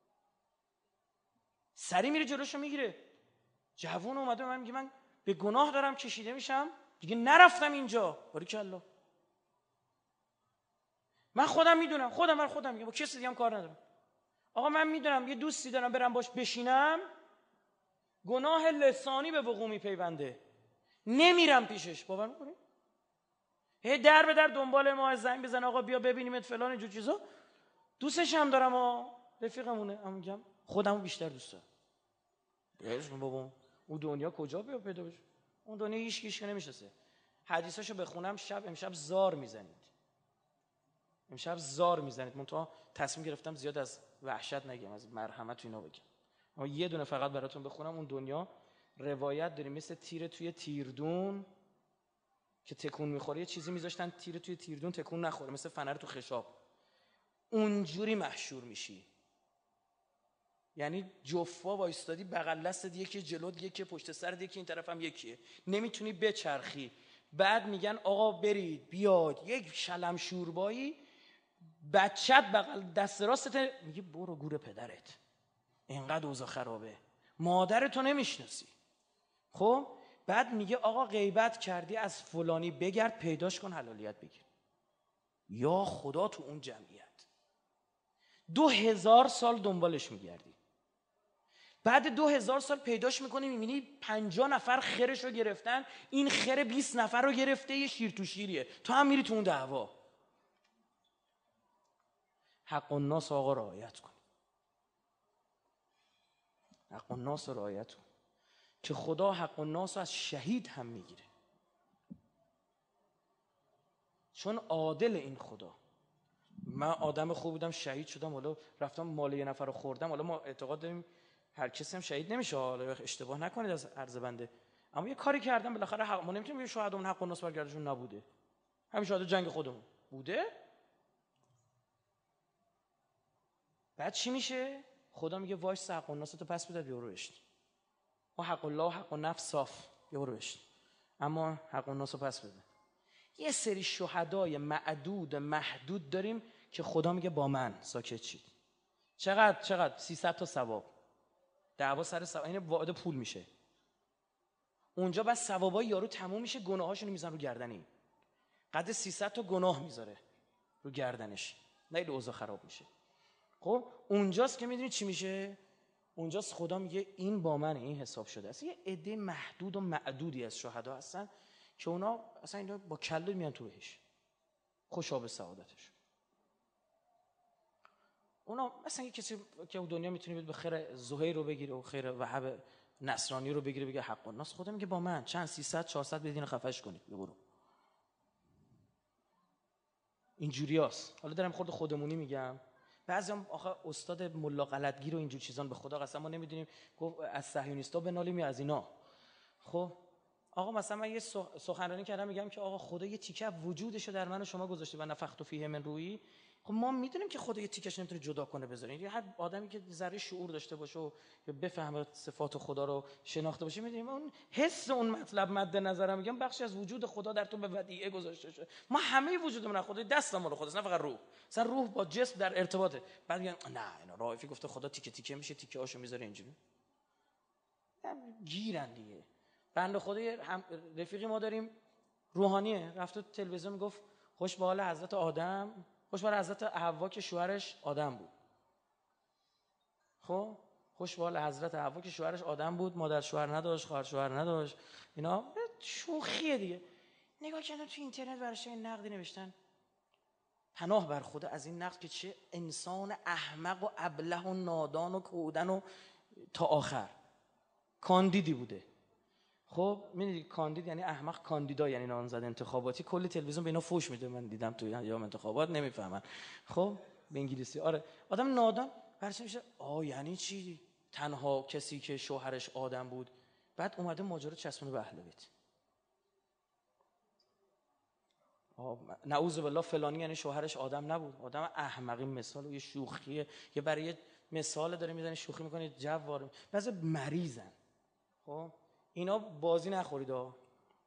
سری میره جلوشو میگیره. جوون اومده به من میگه من به گناه دارم کشیده میشم، دیگه نرفتم اینجا. باریکلا. من خودم میدونم، خودم میگم، با کسی دیگه هم کار ندارم. آقا من میدونم یه دوستی دارم برم باش بشینم، گناه لسانی به وقوع میپیونده، نمیرم پیشش. باور میکنی؟ هی در به در دنبال ما، زنگ بزن آقا بیا ببینیمت فلان اینجور چیزا. دوستش هم دارم و رفیقمونه، اما میگم خودمو بیشتر دوست دارم. بهشون بابا اون دنیا کجا بیا پیدا بشه؟ اون دنیا هیچ که نمیشناسه. حدیثاشو بخونم امشب زار میزنید. منتها تصمیم گرفتم زیاد از وحشت نگم، از مرحمت و اینا بگم. اما یه دونه فقط براتون بخونم. اون دنیا روایت داریم مثل تیر توی تیردون که تکون میخوره، یه چیزی میذاشتن تیر توی تیردون تکون نخوره، مثل فنر تو خشاب، اونجوری محشور میشی. یعنی جفا وایستادی بغل دستت، یکی جلوت، یکی پشت سرت، یکی این طرف هم یکیه، نمیتونی بچرخی. بعد میگن آقا برید بیاد یک شلم شوربایی، بچت بغل دست راستت، میگه برو گور پدرت، اینقدر اوضاع خرابه، مادرتو نمیشناسی. خب بعد میگه آقا غیبت کردی از فلانی، بگرد پیداش کن حلالیت بگیر. یا خدا تو اون جمعیت 2000 سال دنبالش میگردی، بعد 2000 سال پیداش میکنی، میبینی 50 نفر خرش رو گرفتن، این خر 20 نفر رو گرفته، یه شیر تو شیریه، تو هم میری تو اون دعوا. حق الناس آقا رعایت کن، حق الناس رو رعایت کن که خدا حق الناس رو از شهید هم میگیره، چون عادل این خدا. من آدم خوب بودم شهید شدم، حالا رفتم مال یه نفر رو خوردم، حالا ما اعتقاد داریم هر کسی هم شهید نمیشه، حالا اشتباه نکنید از عرض بنده، اما یه کاری کردم بالاخره حق، ما نمیتونیم یه شهادمون حق الناس برگردشون نبوده، همین شهادت جنگ خودمون بوده. بعد چی میشه؟ خدا میگه وایس حق الناس تو پس بده، بیا بهشت. ما حق الله و حق النفس صاف، بیا بهشت، اما حق الناس رو پس بده. یه سری شهدای معدود محدود داریم که خدا میگه با من ساکت شید. چقدر 300 تا ثواب، دعوا سر ثواب، این واعد پول میشه. اونجا بس ثوابای یارو تموم میشه، گناهاشونو میزنن رو گردن این، قد 300 تا گناه میذاره رو گردنش، نه اوضاع خراب میشه. خب اونجاست که میدونید چی میشه؟ اونجاست خدا میگه این با من، این حساب شده است. یه عده محدود و معدودی از شهدا هستن که اونا اصلا اینا با کله میان تو بهش، خوشا به سعادتش. اونا مثلا یه کسی که دنیا میتونه به خیر زهیر رو بگیره و خیر وهب نصرانی رو بگیره بگه حق الناس، خدا میگه با من چند 300 400 بدین خفش کنید برو. اینجوریاست. حالا دارم خودمونی میگم. بعضیام آخه استاد ملا غلطگیر و اینجور چیزان، به خدا قسم ما نمیدونیم گفت از صهیونیستا بنالیم یا از اینا. خب آقا مثلا من یه سخنرانی کردم میگم که آقا خدا یه تیکه وجودشو در من و شما گذاشته و نفخت فیه من روحی. خب ما میدونیم که خدا یه تیکش نمیتونه جدا کنه بذاره. یعنی هر آدمی که ذره شعور داشته باشه و بفهمه صفات خدا رو شناخته باشه، میدونیم اون حس اون مطلب مد نظرم میگم بخشی از وجود خدا در تو به ودیعه گذاشته شده. ما همه وجودمون خدا دست مال خداست، نه فقط روح. مثلا روح با جسم در ارتباطه. بعد میگن نه اینا رائفی گفته خدا تیکه تیکه میشه، تیکه هاشو میذاره اینجوری. گیرن دیگه. بنده خدا رفیقی ما داریم روحانیه، رفت تو تلویزیون میگفت خوش به حال حضرت آدم، خوش به حال حضرت حوا که شوهرش آدم بود. خب خوش به حال حضرت حوا که شوهرش آدم بود، مادر شوهر نداشت، خواهر شوهر نداشت. اینا شوخیه دیگه. نگاه کردم تو اینترنت براش نقدی نوشتن، پناه بر خدا از این نقد که چه انسان احمق و ابله و نادان و کودن و تا آخر کاندیدی بوده. خب میدونی کاندید یعنی احمق، کاندیدا یعنی نامزد انتخاباتی. کلی تلویزیون به اینا فوش میده، من دیدم تو ایام انتخابات، نمیفهمن. خب به انگلیسی. آره آدم نادان برش میشه. یعنی چی تنها کسی که شوهرش آدم بود؟ بعد اومده ماجرا چسبونه به اهل بیت. نعوذ بالله فلانی یعنی شوهرش آدم نبود، آدم احمقی. مثال یه شوخیه، یه برای یه مثال داره میزنه شوخی میکنه، جو وارد. بعضی مریضن. خب اینا بازی نخورید ها.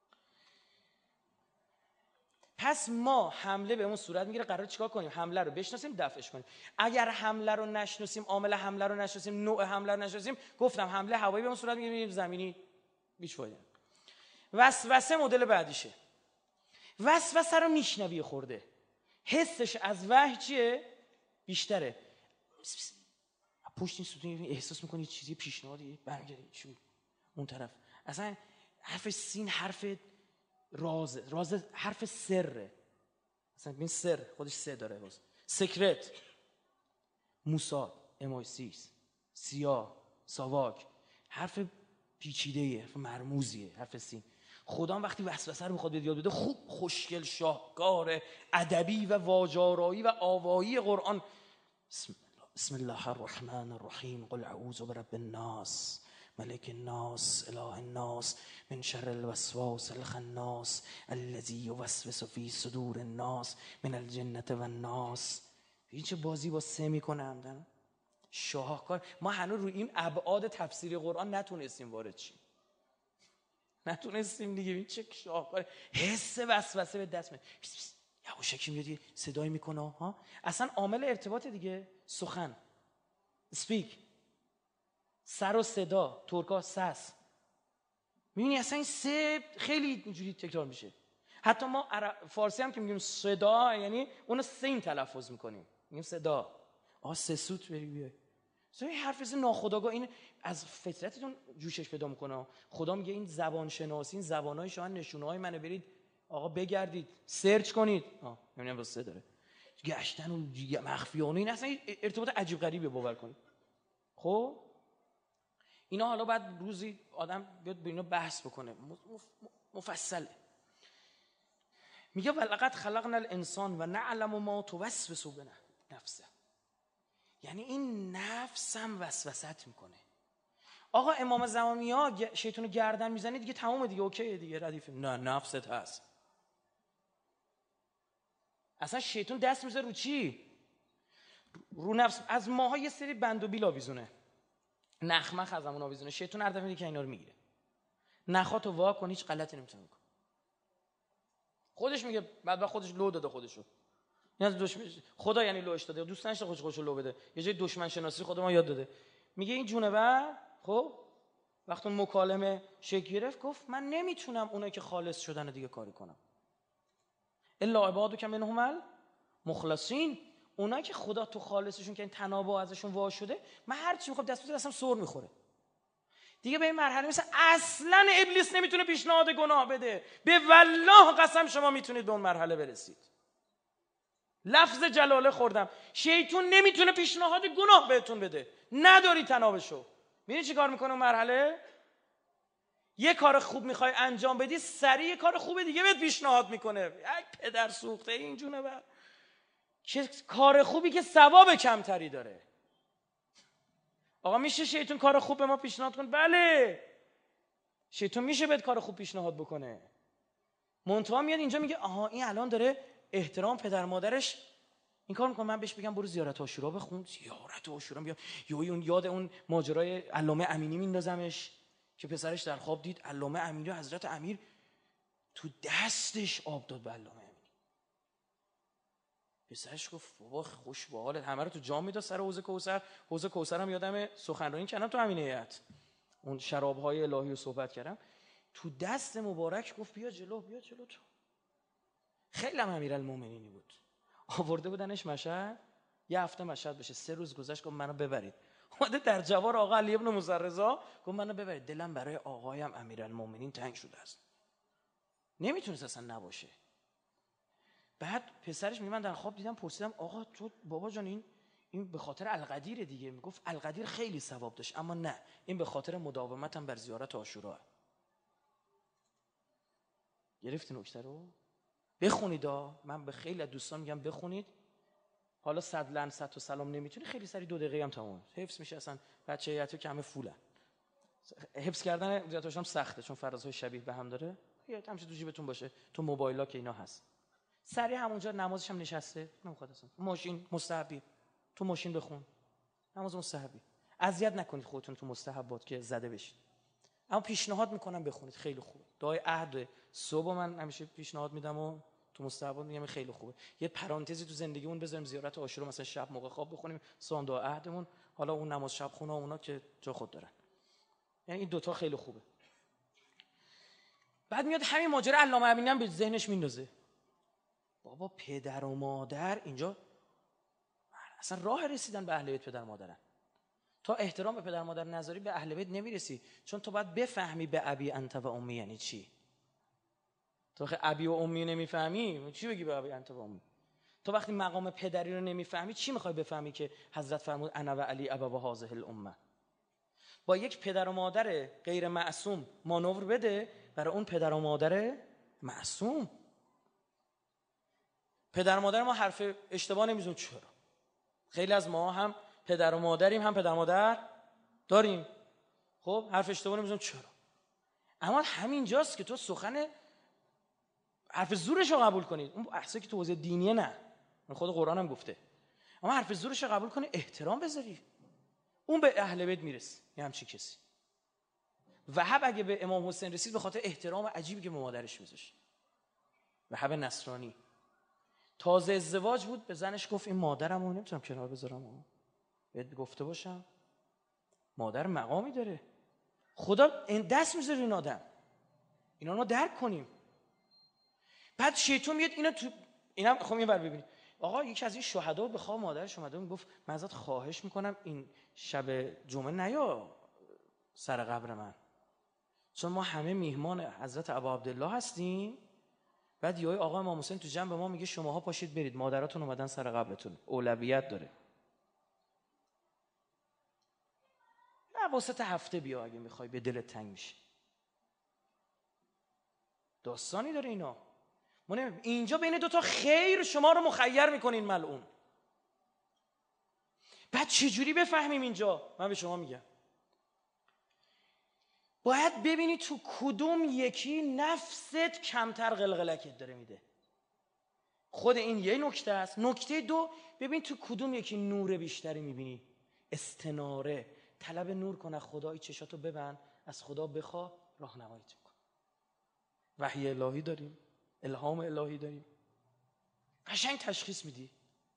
پس ما حمله به اون صورت میگیره، قراره چیکار کنیم؟ حمله رو بشناسیم، دفعش کنیم. اگر حمله رو نشناسیم، عامل حمله رو نشناسیم، نوع حمله رو نشناسیم، گفتم حمله هوایی به اون صورت میگیره، زمینی هیچ فایده نداره. وسوسه مدل بعدیشه. وسوسه رو میشنوی خورده، حسش از وحی چیه؟ بیشتره. پشت این ستون احساس میکنی چیزی پیشنهادی برمیگره چی اون طرف. اصلا حرف سین حرف راز حرف سره. مثلا این سر خودش سه داره، باز سکرت، موساد، امایسیس، سیاه، ساواک، حرف پیچیده‌ایه، حرف مرموزیه، حرف سین. خدا وقتی وسوسه رو میخواد یاد بده، خوب خوشگل شاهکار ادبی و واجارایی و آوایی قرآن. بسم الله الرحمن الرحیم، قل اعوذ برب الناس ملک الناس اله الناس من شر الوسواس الخناس الذی یوسوس فی صدور الناس من الجنة والناس. این چه بازی با سه میکنم شاهکار. ما هنوز روی این ابعاد تفسیری قرآن نتونستیم وارد شیم، نتونستیم دیگه. این چه شاهکار. حس وسوسه به دست میاد، یواشکی میاد صدایی میکنه ها. اصلا عامل ارتباط دیگه، سخن، اسپیک، سر و صدا، ترکا سس. میبینی اصلا این سه خیلی اینجوری تکرار میشه. حتی ما فارسی هم که میگیم صدا، یعنی اونو سین تلفظ میکنیم، میگیم صدا. سه سوت بری بیای. این حرف ناخودآگاه این از فطرتتون جوشش پیدا میکنه. خدا میگه این زبان شناسی، این زبانهای شما نشونه‌های منه، برید آقا بگردید، سرچ کنید. نمیدونم با سه داره گشتن و مخفیانه. این اصلا ارتباط عجیب غریبه، باور کنید. خب اینا حالا بعد روزی آدم بیاد به اینا بحث بکنه، مفصله. میگه ولقد خلقنا الانسان و نعلم ما توسوس نفسه. یعنی این نفس هم وسوسه میکنه. آقا امام زمانی ها شیطان رو گردن میزنه دیگه تمام دیگه، اوکی دیگه ردیفه. نه نفست هست. اصلا شیطان دست میزنه رو چی؟ رو نفس. از ماها یه سری بند و بیل آویزونه، نخمخ از همون آویزونه. شیطان هر دفعه میگه که اینا رو میگیره. نخاتو وا کن، هیچ غلطی نمیتونه بکنه. خودش میگه بعد خودش لو داده خودشو. یعنی خدا یعنی لوش داده، دوست نداشته خودشو لو بده. یه جای دشمن شناسی خود ما یاد داده. میگه این جونور خب وقتی مکالمه شکل گرفت گفت من نمیتونم اونایی که خالص شدن دیگه کاری کنم. الا عبادک منهم المخلصین. اونایی که خدا تو خالصشون که این تنابع ازشون وا شده، من هر چی میخوام دست بزنم اصلا سر میخوره. دیگه به این مرحله مثلا اصلا ابلیس نمیتونه پیشنهاد گناه بده. به والله قسم شما میتونید به اون مرحله برسید. لفظ جلاله خوردم. شیطون نمیتونه پیشنهاد گناه بهتون بده، نداری تنابشو. میدونی چی کار میکنه اون مرحله؟ یه کار خوب میخوای انجام بدی، سریع کار خوب دیگه بهت پیشنهاد میکنه. یک پدر سوخته این جونه بر که کار خوبی که ثواب کمتری داره. آقا میشه شیطون کار خوب به ما پیشنهاد کنه؟ بله، شیطون میشه بهت کار خوب پیشنهاد بکنه. منتها میاد اینجا میگه آها این الان داره احترام پدر مادرش این کار میکنه، من بهش بگم برو زیارت عاشورا بخون. زیارت عاشورا بیا اون یاد اون ماجرای علامه امینی میندازمش که پسرش در خواب دید علامه امینی و حضرت امیر تو دستش آب داد به علامه امینی. پسرش گفت بابا خوش به حالت، همه رو تو جام میداد سر حوض کوثر. حوض کوثر هم یادم سخنرانی کردم تو همین هیئت، اون شراب‌های الهی رو صحبت کردم. تو دست مبارک گفت بیا جلو، بیا جلو تو. خیلی هم امیرالمومنینی بود. آورده بودنش مشهد، یه هفته مشهد بشه، 3 روز گذشت گفت منو ببرید. اومده در جوار آقا علی ابن موسی رضا گفت منو ببرید، دلم برای آقایم امیرالمومنین تنگ شده است. نمیتونست اصلا نباشه. بعد پسرش میگه من در خواب دیدم، پرسیدم آقا تو بابا جان این به خاطر القدیر دیگه؟ میگفت القدیر خیلی ثواب داشت، اما نه، این به خاطر مداومتم بر زیارت عاشورا. گرفتی نکته رو؟ بخونید. من به خیلی از دوستان میگم بخونید. حالا 100 لعن 100 تا سلام نمیتونی، خیلی سری 2 دقیقه هم تمام حفظ میشه. اصلا بچه هیئتی که همه فولن، حفظ کردن زیادش هم سخته چون فرازهای شبیه به هم داره. یا همیشه تو جیبتون باشه، تو موبایلا که اینا هست. سری همونجا نمازش هم نشسته، نمیخواد اصلا ماشین مستحبی، تو ماشین بخون، نماز مستحبی. اذیت نکنید خودتون تو مستحبات که زده بشید. اما پیشنهاد میکنم بخونید، خیلی خوبه. دعای عهد صبح من همیشه پیشنهاد میدم و تو مستحبات میگم خیلی خوبه. یه پرانتزی تو زندگیمون بذاریم، زیارت عاشورا مثلا شب موقع خواب بخونیم، سوان دعای عهدمون، حالا اون نماز شب خونه اونا که جا خود دارن. یعنی این دوتا خیلی خوبه. بعد میاد همین ماجرا علامه امینی هم به ذهنش میندازه. بابا پدر و مادر اینجا اصلا راه رسیدن به اهل بیت پدر مادرن. تا احترام به پدر مادر نذاری به اهل بیت نمیرسی، چون تو باید بفهمی به ابی انت و امی یعنی چی. تو وقتی ابی و امی نمیفهمی چی بگی به ابی انت و امی؟ تو وقتی مقام پدری رو نمیفهمی چی میخوای بفهمی که حضرت فرمود انا و علی ابا و هذه الامه؟ با یک پدر و مادر غیر معصوم مانور بده برای اون پدر و مادر معصوم. پدر و مادر ما حرف اشتباه نمیزنن. چرا؟ خیلی از ما هم پدر و مادریم هم پدر و مادر داریم، خب حرف اشتباه نمیزنن. چرا؟ اما همینجاست که تو سخن حرف زورش رو قبول کنید. اون احساسی که تو حوزه دینیه نه، خود قرآن هم گفته. اما حرف زورش رو قبول کنی، احترام بذاری، اون به اهل بیت میرسه. یه همچی کسی وهب اگه به امام حسین رسید به خاطر احترام عجیبی که به مادرش میذاشت. وهب نصرانی تازه ازدواج بود، به زنش گفت این مادرمو نمیتونم کنار بذارم، بهت گفته باشم مادر مقامی داره، خدا این دست میذاره این آدم. اینا رو درک کنیم. بعد شیطان میاد اینا تو اینم خب اینور ببینید. آقا یکی از این شهدا به خواب مادرش اومده میگفت من ازت خواهش میکنم این شب جمعه نیا سر قبر من، چون ما همه میهمان حضرت ابا عبدالله هستیم. بعد یهو آقا امام حسین تو جنب ما میگه شماها پاشید برید، مادراتون اومدن سر قبرتون، اولویت داره. نه واسط هفته بیا اگه میخوای به دلت تنگ میشه. داستانی داره اینا. اینجا بین دوتا خیر شما رو مخیر میکنین ملعون. بعد چجوری بفهمیم اینجا؟ من به شما میگم باید ببینی تو کدوم یکی نفست کمتر قلقلکت داره میده. خود این یه نکته است. نکته دو، ببین تو کدوم یکی نور بیشتری میبینی. استناره، طلب نور کن، خدای چشاتو ببند، از خدا بخوا، راهنماییت میکنه. وحی الهی داریم، الهام الهی داریم، قشنگ تشخیص میدی.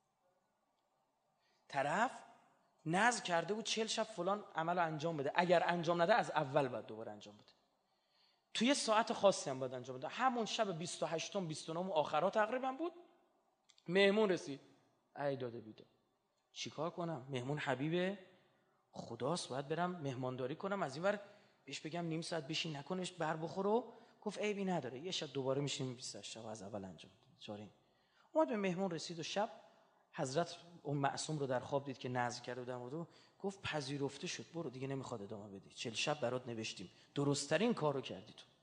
طرف نذر کرده بود 40 شب فلان عمل انجام بده، اگر انجام نده از اول باید دوباره انجام بده، توی یه ساعت خاصی هم باید انجام بده. همون شب 28م 29م آخرا تقریبا بود، مهمون رسید، ای داده بیده چیکار کنم؟ مهمون حبیب خداست، باید برم مهمانداری کنم، از این ور بهش بگم نیم ساعت بشین نکنش بر بخور. و گفت عیبی نداره، یه شب دوباره میشیم 28 شب از اول انجام بده. چارین اومد به مهمون رسید و شب حضرت اون معصوم رو در خواب دید که نذر کرده بودن و گفت پذیرفته شد، برو دیگه نمیخواد ادامه بدی، 40 شب برات نوشتیم، درست‌ترین کارو کردی تو.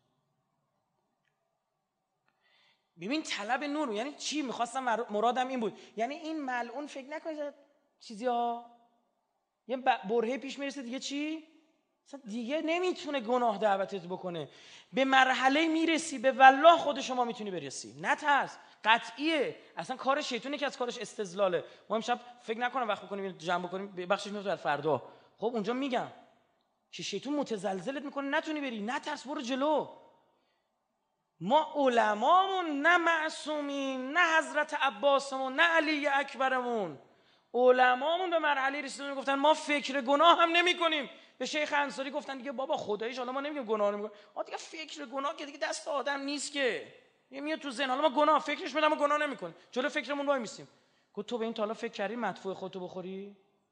ببین طلب نور یعنی چی؟ میخواستم مرادم این بود، یعنی این ملعون فکر نکنید چیزی ها یه برهه پیش میرسه دیگه چی؟ دیگه نمیتونه گناه دعوتت بکنه، به مرحله میرسی به والله خود شما میتونی برسی، نترس، قطعیه. اصلا کار شیطونه که از کارش استدلاله. ما امشب فکر نکنم وقت بکنیم جمع بکنیم بخشش میفته در فردا. خب اونجا میگم که شیطون متزلزلت میکنه نتونی بری، نترس، برو جلو. ما علمامون نه معصومین، نه حضرت عباسمون، نه علی اکبرمون. علمامون به مرحله رسیدن گفتن ما فکر گناه هم نمی کنیم. به شیخ انصاری گفتن دیگه بابا خداییش حالا ما نمیگیم گناه نمیکنیم، دیگه فکر گناه که دیگه دست آدم نیست که، میاد تو ذهن، حالا ما گناه فکرش میدم و گناه نمیکنیم، جلو فکرمون وای میسیم. گفت تو به این تا حالا فکر کردی مدفوع خودتو بخوری؟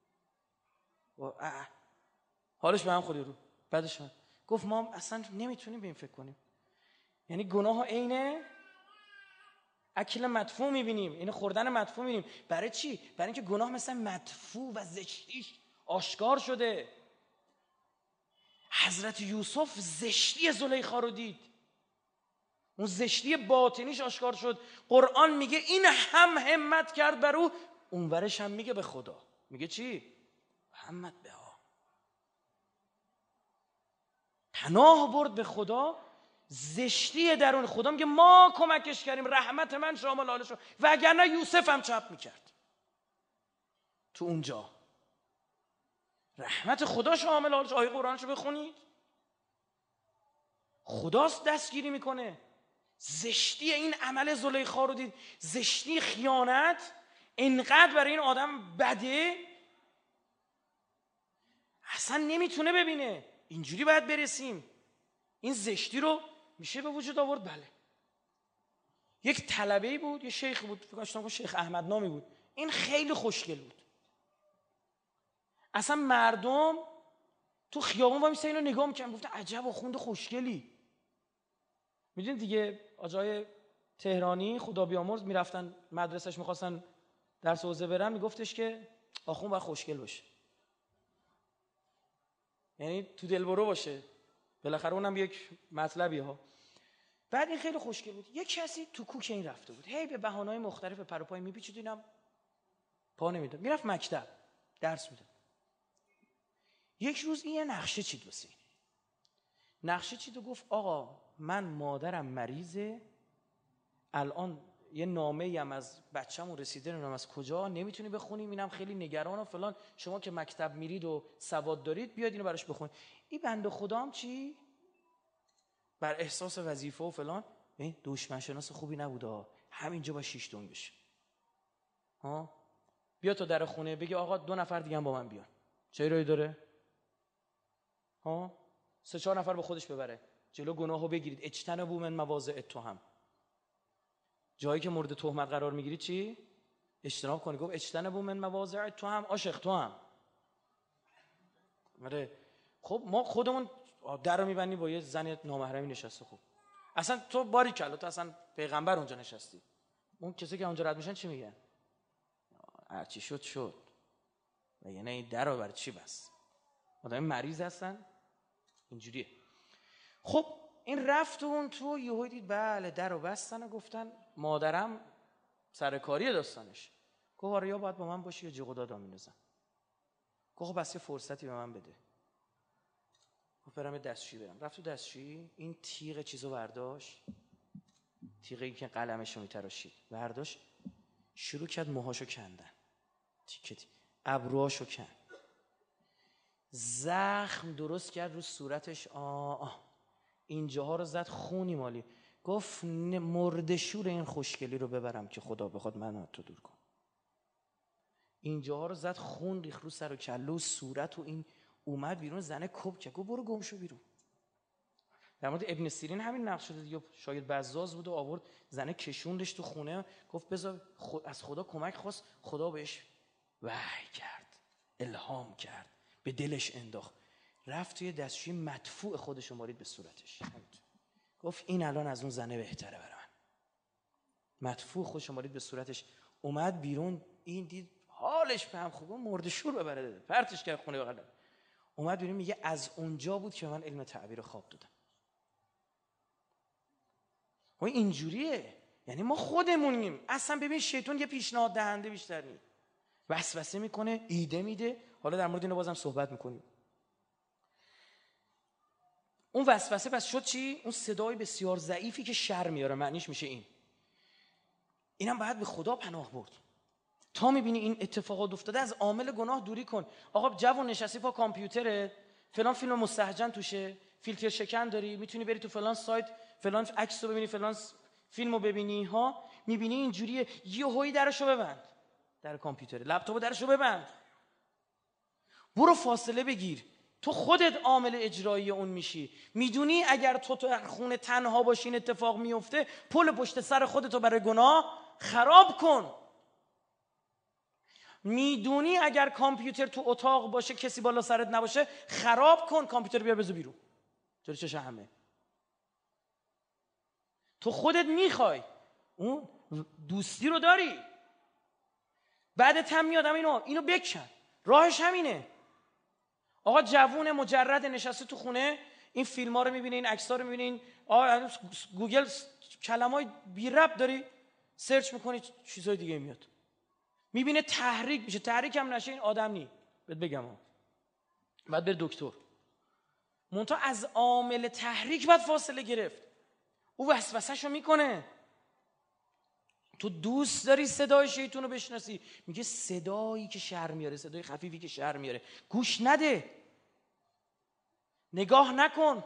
حالش به هم خوری رو بعدش من گفت ما اصلا نمیتونیم به این فکر کنیم. یعنی گناه عین اکل مدفوع میبینیم، این خوردن مدفوع میبینیم. برای چی؟ برای اینکه گناه مثلا مدفوع و زشتیش آشکار شده. حضرت یوسف زشتی زلیخا رو دید، اون زشتی باطنیش آشکار شد. قرآن میگه این هم همت کرد بر او، اونورش هم میگه به خدا، میگه چی؟ همت به ها، پناه برد به خدا. زشتی درون خدا میگه ما کمکش کردیم، رحمت من شامل حالش شد، وگرنه یوسف هم چپ میکرد. تو اونجا رحمت خدا شامل حالش. آیه قرآنشو بخونید، خداست دستگیری میکنه. زشتی این عمل زلیخا رو دید، زشتی خیانت انقدر برای این آدم بده اصلا نمیتونه ببینه. اینجوری باید برسیم، این زشتی رو میشه به وجود آورد. بله، یک طلبه‌ای بود، یه شیخ بود، فکر کنم شیخ احمد نامی بود، این خیلی خوشگل بود. اصلا مردم تو خیابون وای میسن اینو نگاه میکنن، گفتن عجب آخوند خوشگلی. میدونید دیگه آجای تهرانی خدا بیامرز میرفتن مدرسهش، میخواستن درس حوزه برن، میگفتش که آخوند باید خوشگل باشه، یعنی تو دلبرو باشه، بالاخره اونم یک مطلبی ها. بعد این خیلی خوشگل بود. یک کسی تو کوک این رفته بود، هی به بهانه‌های مختلف پر و پای میپیچید، اینم پا نمیداد، میرفت مکتب درس میداد. یک روز این یه نقشه چید واسه این، نقشه چید و گفت آقا من مادرم مریضه، الان یه نامه‌ای هم از بچه‌مون رسیده، نمیدونم از کجا، نمیتونی بخونیم، اینم خیلی نگران و فلان، شما که مکتب میرید و سواد دارید بیاد اینو براش بخونید. این بنده خدا هم چی بر احساس وظیفه و فلان، این دشمن شناس خوبی نبوده، همینجا با 6 دون بشه ها، بیا تا در خونه بگی آقا 2 نفر دیگه هم با من بیان، چه ایرادی داره ها، 3-4 نفر با خودش ببره، جلو گناهو بگیرید. اجتنبوا من مواضع التهم، جایی که مورد تهمت قرار میگیری چی؟ اجتناب کنی. گفت اجتنبوا من مواضع التهم، عاشق تو هم. خب ما خودمون در رو میبندیم با یه زن نامحرمی نشسته، خب اصلا تو باری کلا، تو اصلا پیغمبر اونجا نشستی، اون کسی که اونجا رد میشن چی میگن؟ هرچی شد و یعنی این در رو برای چی بس؟ آدم مریض هستن اینجوریه. خب این رفت اون تو، یهو دید بله در رو بستن و گفتن مادرم سرکاری داستانش. گفت آره یا باید با من باشی یا جیغ و داد میندازم. گفت خب بس یه فرصتی به من بده. گفت برم دستشویی برم. رفت تو دستشویی، این تیغ چیزو برداشت، تیغی که قلمشو میتراشید برداشت، شروع کرد موهاشو کندن، تیکه ابروهاشو کند، زخم درست کرد رو صورتش، اینجاها رو زد، خونی مالی. گفت مردشور این خوشگلی رو ببرم که خدا بخواد من تو دور کن. اینجاها رو زد، خون ریخت رو سر و کله و صورت و این اومد بیرون، زنه کپ کرد، گفت برو گم شو بیرون. در مورد ابن سیرین همین نقش شده دیگه، شاید بزاز بود و آورد زنه کشوندش تو خونه، گفت بذار از خدا کمک خواست، خدا بهش وحی کرد، الهام کرد، به دلش انداخت، رفت توی دستشویی مدفوع خودش رو مارید به صورتش، گفت این الان از اون زنه بهتره برای مدفوع خودش مالید به صورتش، اومد بیرون، این دید حالش به هم خوبه، مرد شور ببره داده، پرتش کرد خونه بغل. اومد بیرون میگه از اونجا بود که من علم تعبیر خواب دادم. و اینجوریه، یعنی ما خودمونیم. اصلا ببین شیطان یه پیشنهاد دهنده بیشتر نیست، وسوسه میکنه، ایده میده. حالا در مورد اینو بازم صحبت میکنیم. اون وسوسه پس شد چی؟ اون صدای بسیار ضعیفی که شر میاره، معنیش میشه اینم باید به خدا پناه برد. تا میبینی این اتفاقات افتاده، از عامل گناه دوری کن. آقا جوون نشستی پا کامپیوترت، فلان فیلم مستهجن توشه، فیلتر شکن داری، میتونی بری تو فلان سایت فلان عکس رو ببینی، فلان فیلمو ببینی ها، میبینی اینجوریه، یهویی درشو ببند، در کامپیوتر لپتاپو درشو ببند، برو فاصله بگیر. تو خودت عامل اجرایی اون میشی. میدونی اگر تو خونه تنها باشین اتفاق میفته، پل پشت سر خودتو برای گناه خراب کن. میدونی اگر کامپیوتر تو اتاق باشه، کسی بالا سرت نباشه، خراب کن، کامپیوتر بیار بذار بیرون. جلوی چش همه. تو خودت میخوای، اون دوستی رو داری، بعدت هم میادم اینو بکن. راهش همینه. آقا جوون مجرد نشسته تو خونه، این فیلم ها رو میبینه، این عکس ها رو میبینه، آقا گوگل کلمای بی ربط داری سرچ میکنی، چیزای دیگه میاد، میبینه تحریک میشه. تحریک هم نشه این آدم نی، بهت بگم بعد بره دکتر. منتها از عامل تحریک باید فاصله گرفت. او وسوسه‌شو میکنه. تو دوست داری صدای شیطون رو بشناسی، میگه صدایی که شر میاره، صدای خفیفی که شر میاره، گوش نده، نگاه نکن.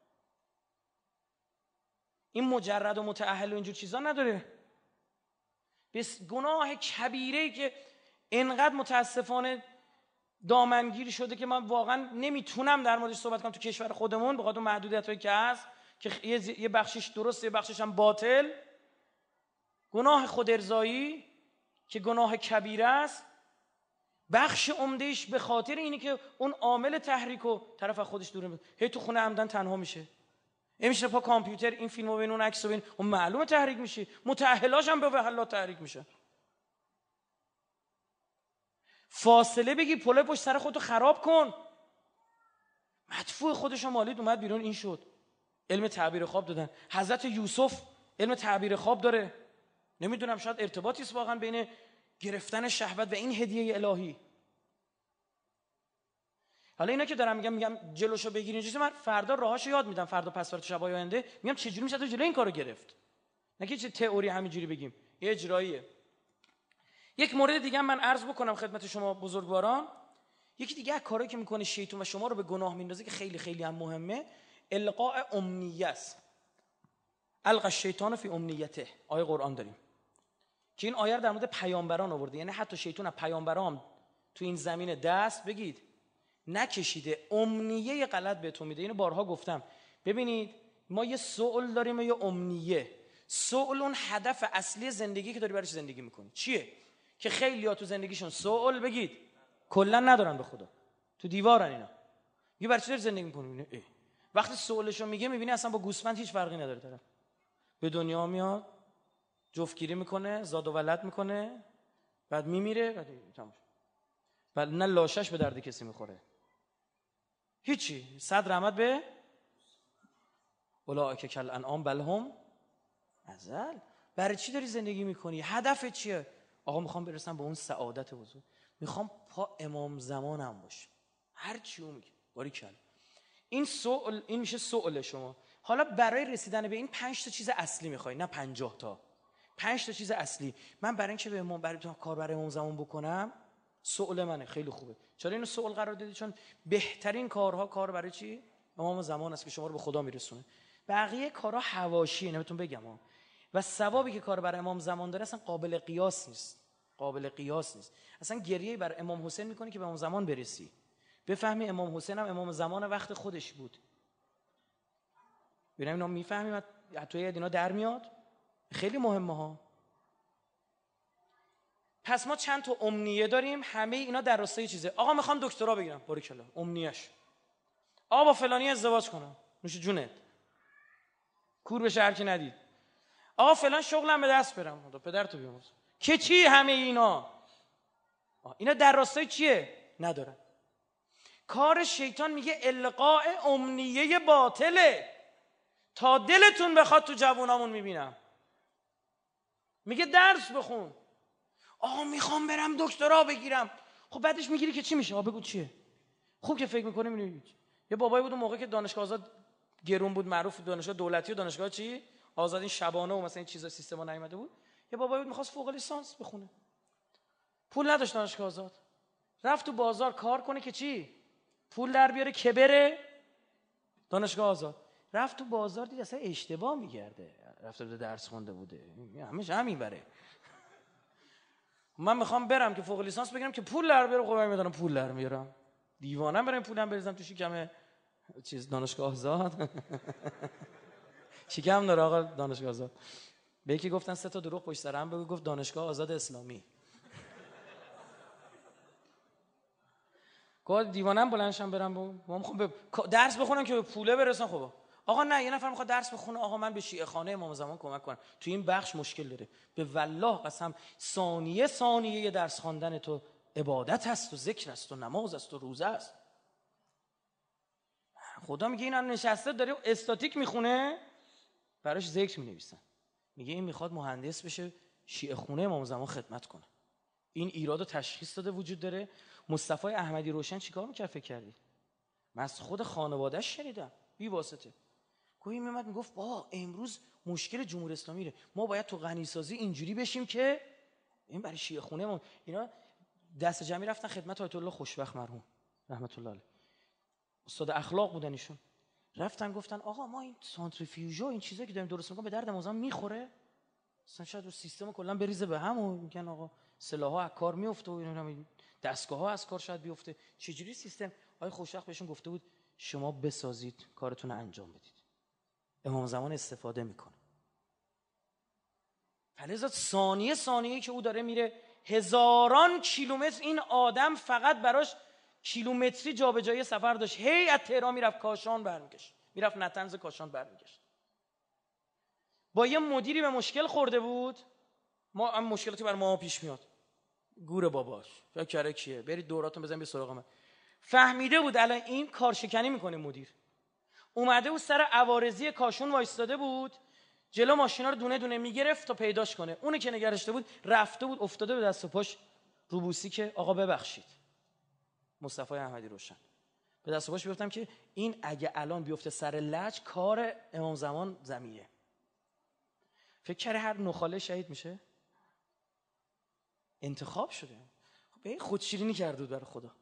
این مجرد و متأهل و اینجور چیزا نداره. بس گناه کبیره‌ای که انقدر متاسفانه دامنگیر شده که من واقعا نمیتونم در موردش صحبت کنم تو کشور خودمون، به خاطر محدودیتایی که هست، که یه بخشش درسته، یه بخشش هم باطل. گناه خودارضایی که گناه کبیره است، بخش عمدهش به خاطر اینه که اون عامل تحریک و طرف از خودش دور میشه، هی تو خونه عمدن تنها میشه، میشه پا کامپیوتر این فیلمو ببین، اون عکسو ببین، اون معلومه تحریک میشه، متأهلاش هم به وهلا تحریک میشه. فاصله بگی، پله پشت سر خودتو خراب کن. مدفوع خودشو مالید، اومد بیرون، این شد. علم تعبیر خواب دادن. حضرت یوسف علم تعبیر خواب داره. نمیدونم، شاید ارتباطی است واقعا بین گرفتن شهوت و این هدیه الهی. حالا اینا که دارم میگم جلوشو بگیرین چیزی، من فردا راهاشو یاد میدم، فردا پس فردا شبای آینده میگم چه جوری میشه تو جلوی این کارو گرفت. نه که چه تئوری همینجوری بگیم، یه اجراییه. یک مورد دیگه من عرض بکنم خدمت شما بزرگواران. یکی دیگه از کارهایی که میکنه شیطان و شما رو به گناه میندازه که خیلی خیلی هم مهمه، القاء امنیه است. القى الشیطان فی امنیته، آیه قرآن داریم که این آیه رو در مورد پیامبران آورده. یعنی حتی شیطان از پیامبران تو این زمینه دست بگید نکشیده، امنیه غلط بهتون میده. اینو بارها گفتم. ببینید ما یه سؤال داریم و یه امنیه. سؤال اون هدف اصلی زندگی که داری برای زندگی میکنی چیه، که خیلی‌ها تو زندگیشون سؤال بگید کلا ندارن به خدا، تو دیوارن اینا. میگه برای چی داری زندگی میکنی؟ وقتی سؤالشو میگه میبینی اصلا با گوسفند هیچ فرقی نداره. طرف به دنیا میاد، جفتگیری میکنه، زاد و ولد میکنه، بعد میمیره، بعد تموم. بعد نه لاشش به درد کسی میخوره، هیچی. صد رحمت به اولئک کالانعام بل هم اضل. برای چی داری زندگی میکنی؟ هدفت چیه؟ آقا میخوام برسم به اون سعادت بزرگ، میخوام پا امام زمانم باشه. هر چی اون میگه باریکلا. این سوال، این میشه سوال شما. حالا برای رسیدن به این 5 تا چیز اصلی میخوای، نه 50 تا. 5 تا چیز اصلی. من برای اینکه به امام، برای کار برای امام زمان بکنم، سوال منه خیلی خوبه. چرا اینو سوال قرار دادی؟ چون بهترین کارها کار برای چی؟ امام زمان است که شما رو به خدا میرسونه. بقیه کارها حواشیه، نمیتون بگم و ثوابی که کار برای امام زمان داره اصلا قابل قیاس نیست. قابل قیاس نیست. اصلا گریه بر امام حسین میکنی که به امام زمان برسی. بفهمی امام حسین هم امام زمان وقت خودش بود. ببینم اینا میفهمیم، حتی اینا در میاد. خیلی مهمه ها. پس ما چند تا امنیه داریم، همه اینا در راستای چیزه. آقا میخوام دکترا بگیرم، باریکلا، امنیه‌اش. آقا با فلانی ازدواج کنم، نوش جونت، کور بشه هر کی ندید. آقا فلان شغلم به دست برم، خدا پدرتو بیامرز. که چی همه اینا در راستای چیه؟ ندارن. کار شیطان میگه القاء امنیه باطله. تا دلتون بخواد تو جوونامون میبینم. میگه درس بخون. آقا میخوام برم دکترا بگیرم. خب بعدش میگیری که چی میشه؟ بگو چیه؟ خوب که فکر میکنه میبینی. یه بابایی بود اون موقع که دانشگاه آزاد گرون بود، معروف دانشگاه دولتی و دانشگاه چی؟ آزاد، این شبانه و مثلا این چیزا سیستما نیومده بود. یه بابایی بود میخواست فوق لیسانس بخونه. پول نداشت دانشگاه آزاد. رفت تو بازار کار کنه که چی؟ پول در بیاره که بره دانشگاه آزاد. رفت تو بازار دید اصلا اشتباه میگرده. رفته بوده درس خونده بوده. همین بره. من میخوام برم که فوق لیسانس بگیرم که پول در بیاره. خب من میدونم پول در میارم. دیوانم برم پولم بریزم تو شکم چیز دانشگاه آزاد. شکم داره آقا دانشگاه آزاد. به یکی گفتن 3 تا دروغ پشت سر هم بگو، گفت دانشگاه آزاد اسلامی. گفت دیوانم بلندشم برم میخوام درس بخونم که به پوله برسم. خب آقا نه، یه نفر میخواد درس بخونه، آقا من به شیعه خانه امام زمان کمک کنم، تو این بخش مشکل داره. به والله قسم ثانیه درس خواندن تو عبادت هست و ذکر است و نماز است و روزه است. خدا میگه این نشسته داره استاتیک میخونه، براش ذکر مینویسن. میگه این میخواد مهندس بشه، شیعه خونه امام زمان خدمت کنه. این ایرادو تشخیص داده وجود داره. مصطفی احمدی روشن چیکار میکرد فکر کردید؟ من از خود خانواده‌اش شنیدم بی واسطه. گویی میومد میگفت با امروز مشکل جمهوری اسلامی ره، ما باید تو غنیسازی اینجوری بشیم که این برای شیعه خونه ما. اینا دست جمعی رفتن خدمت آیت الله خوشبخت مرحوم رحمت الله علیه، استاد اخلاق بودن ایشون. رفتن گفتن آقا ما این سانتریفیوژا این چیزایی که داریم درست میکنیم به درد امام میخوره؟ اصلا شاید رو سیستم کلا بریزه به هم و میگن آقا سلاح‌ها از کار میفته و اینا، دستگاه‌ها از کار شاید بیفته. چجوری سیستم؟ آقای خوشبخت بهشون گفته بود شما بسازید کارتون رو انجام بدید، امام زمان استفاده میکنه. فلذا ثانیه که او داره میره هزاران کیلومتر، این آدم فقط براش کیلومتری جابجایی سفر داشت. هی از تهران میرفت کاشان برمیگشت، میرفت نطنز کاشان برمیگشت. با یه مدیری به مشکل خورده بود. ما هم مشکلاتی بر ما پیش میاد، گور باباش فکر کرده کیه، برید دوراتون بزنید به سراغ من. فهمیده بود الان این کارشکنی میکنه مدیر. اومده بود سر عوارضی کاشون وایستاده بود، جلو ماشینا رو دونه دونه میگرفت تا پیداش کنه. اونی که نگرشته بود رفته بود افتاده به دست و پاش روبوسی که آقا ببخشید. مصطفی احمدی روشن به دست و پاش بیفتم که این اگه الان بیفته سر لج کار امام زمان زمیه. فکر کرده هر نخاله شهید میشه؟ انتخاب شده. به خودشیرینی کرده بود برای خدا.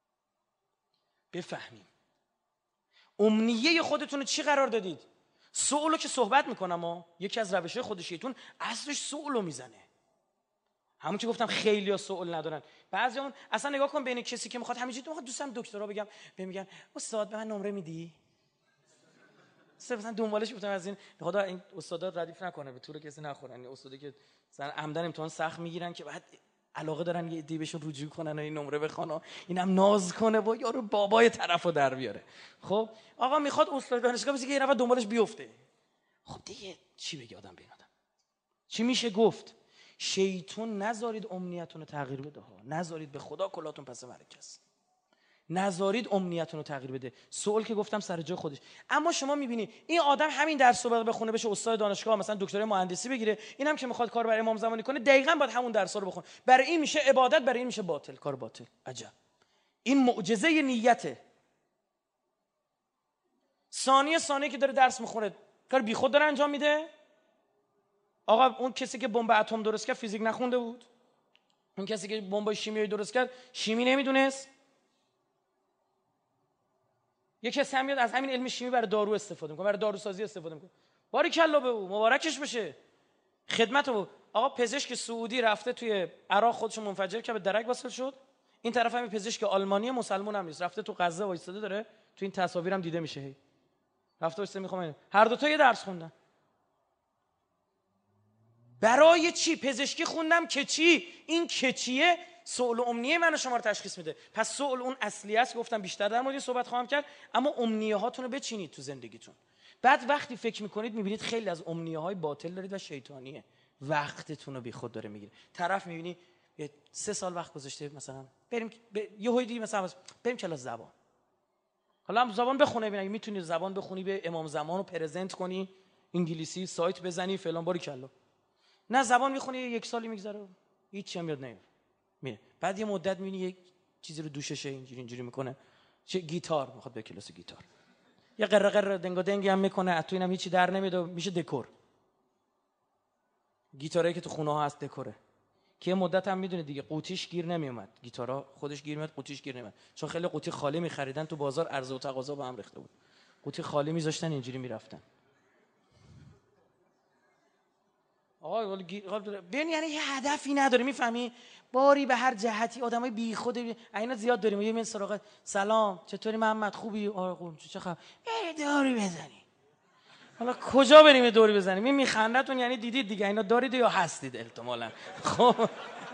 بفهمیم امنیه خودتون رو چی قرار دادید. سؤالو که صحبت میکنم یکی از روش‌های خود شیطان اصلش سؤالو میزنه. همون که گفتم خیلی‌ها سؤال ندارن. بعضیامون اصلا نگاه کن بین کسی که میخواد همینجوری میخواد دوستم دکترا بگم میگن استاد به من نمره میدی؟ مثلا دنبالش بودم از این خدا این استادا ردیف نکنه به طور کسی نخورن. این استادی که مثلا عمدن امتحان سخت میگیرن که بعد علاقه دارن یه عده بهشون رجوع کنن و این نمره بخوانه، اینم ناز کنه و یارو بابای طرفو در بیاره. خب آقا میخواد استاد دانشگاه بشه که یه نفر دنبالش بیفته. خب دیگه چی بگه آدم به این آدم؟ چی میشه گفت؟ شیطان نذارید امنیتونو تغییر بده ها. نذارید به خدا کلاتون پس مرکز. نذارید امنیتونو تغییر بده. سوال که گفتم سر جای خودش. اما شما میبینی این آدم همین درس رو بخونه بشه استاد دانشگاه، مثلا دکترای مهندسی بگیره، اینم که میخواد کار برای امام زمانی کنه دقیقاً باید همون درس‌ها رو بخونه. برای این میشه عبادت، برای این میشه باطل، کار باطل. عجب. این معجزه نیته. ثانیه که داره درس میخونه کار بیخود داره انجام میده. آقا اون کسی که بمب اتم درست کرد فیزیک نخونده بود؟ اون کسی که بمب شیمیایی درست کرد شیمی نمیدونست؟ یک کسی هم میاد از همین علم شیمی برای دارو استفاده میکنه، برای داروسازی استفاده میکنه. باریکلا به او، مبارکش بشه. خدمت او. آقا پزشک سعودی رفته توی عراق خودشو منفجر کرد، به درک وصل شد. این طرف هم پزشک آلمانی مسلمان هم نیست، رفته تو غزه وایساده داره، تو این تصاویرم دیده میشه. رفته وایساده میخوام هر دو تا یه درس خوندن. برای چی؟ پزشکی خوندم که چی؟ این که چیه سؤال و امنیه من و شما رو تشخیص میده. پس سؤال اون اصلی است، گفتم بیشتر در مورد صحبت خواهم کرد، اما امنیه هاتون رو بچینید تو زندگیتون. بعد وقتی فکر میکنید میبینید خیلی از امنیه های باطل دارید و شیطانیه، وقتتون رو بیخود داره میگیره. طرف میبینی 3 سال وقت گذاشته مثلا بریم یه هویدی مثلا بریم کلاس زبان، حالا هم زبان بخونه، ببین میتونی زبان بخونی به امام زمان رو پرزنت کنی، انگلیسی سایت بزنی فلان، باری کلا. نه زبان میخونی 1 سالی میگذره هیچی هم یاد نمیاد، میره بعد یه مدت میبینی یک چیزی رو دوششه اینجوری میکنه، چه گیتار میخواد به کلاس گیتار، یه قرقر دنگا دنگی هم میکنه، از تو اینم هیچی در نمیاد و میشه دکور. گیتاری که تو خونه ها هست دکوره، که مدت هم میدونه دیگه قوطیش گیر نمیومد، گیتارا خودش گیر میاد قوطیش گیر نمیاد، چون خیلی قوطی خالی میخریدن تو بازار، عرضه و تقاضا با هم ریخته بود، قوطی خالی میذاشتن اینجوری میرفتن. آقا ببین یعنی یه هدفی نداره، میفهمی؟ باری به هر جهتی آدمای بیخود اینا زیاد داریم. یه من سراغ سلام چطوری محمد خوبی؟ آره خوبم. چه خبر؟ داری بزنی. حالا کجا بریم دوری بزنیم؟ این میخندتون یعنی دیدید دیگه اینا دارید یا هستید احتمالاً. خب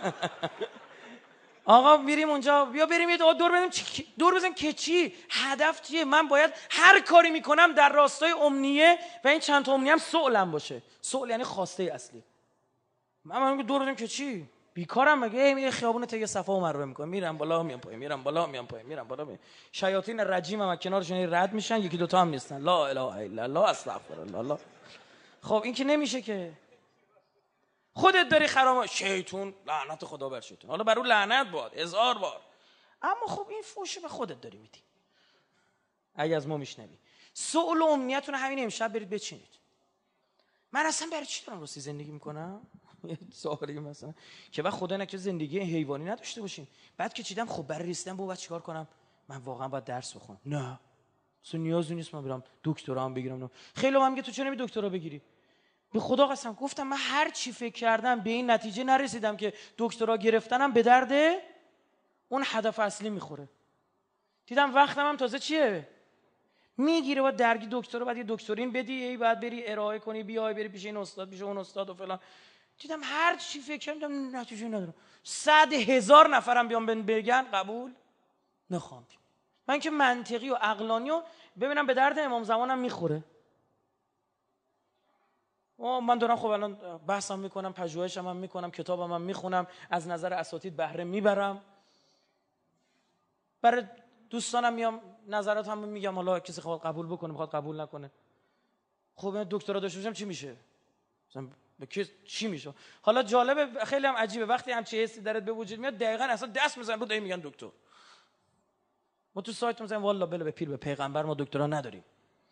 آقا میریم اونجا، بیا بریم یه دور بزنیم. دور بزنیم که چی؟ هدف چیه؟ من باید هر کاری میکنم در راستای امنیه و این چند تا امنیه هم سؤلم باشه. سؤل یعنی خواسته اصلی. من دور بزنیم که چی؟ بیکارم مگه؟ یه خیابون تگ صفا و مروه میکنم، میرم بالا میام پایین، میرم بالا میام پایین، میرم بالا میام. شیاطین رجیم هم کنارشون رد میشن، یکی دوتا هم نیستن. لا اله الا الله استغفر الله. خب این که نمیشه که. خودت داری خرام شیطون، لعنت خدا بر شیطون، حالا بر اون لعنت باد 1000 بار، اما خب این فوش به خودت داری میدی اگه از ما میشنوی. سؤال و امنیتون همین امشب برید بچینید. من اصلا برای چی دارم راستی زندگی میکنم؟ یه سوالی مثلا که بعد خدا نکنه زندگی حیوانی نداشته باشیم. بعد که چیدم خب برای رسیدن به بعد چیکار کنم؟ من واقعا باید درس بخونم؟ نه اصلا نیازی نیست من برم دکترام بگیرم. خیلی هم میگه تو چرا نمی دکترا بگیری؟ به خدا قسم گفتم من هر چی فکر کردم به این نتیجه نرسیدم که دکترا گرفتنم به درد اون هدف اصلی میخوره. دیدم وقتم هم تازه چیه میگیره، باید درگی دکترا، بعد یه دکترین بدی، بعد بری ارائه کنی، بیای بری پیش این استاد پیش اون استاد و فلان. دیدم هر چی فکر کردم نتیجه نداره. 100,000 نفرم بیان بگن قبول نخوام. من که منطقی و عقلانی و ببینم به درد امام زمانم میخوره. من دارم خب الان بحثم میکنم، پژوهشم هم میکنم، کتابم هم میخونم، از نظر اساتید بهره میبرم، برای دوستانم میام نظرات هم میگم، حالا کسی خواهد قبول بکنه میخواد قبول نکنه. خب من دکترا داشته باشم چی میشه؟ مثلا به چی میشه؟ حالا جالبه خیلی هم عجیبه وقتی همچین حسی درت به وجود میاد دقیقاً اصلا دست میزنن رو میگن دکتر. ما تو سایت میزنیم والله بله به پیر به پیغمبر ما دکترا نداریم.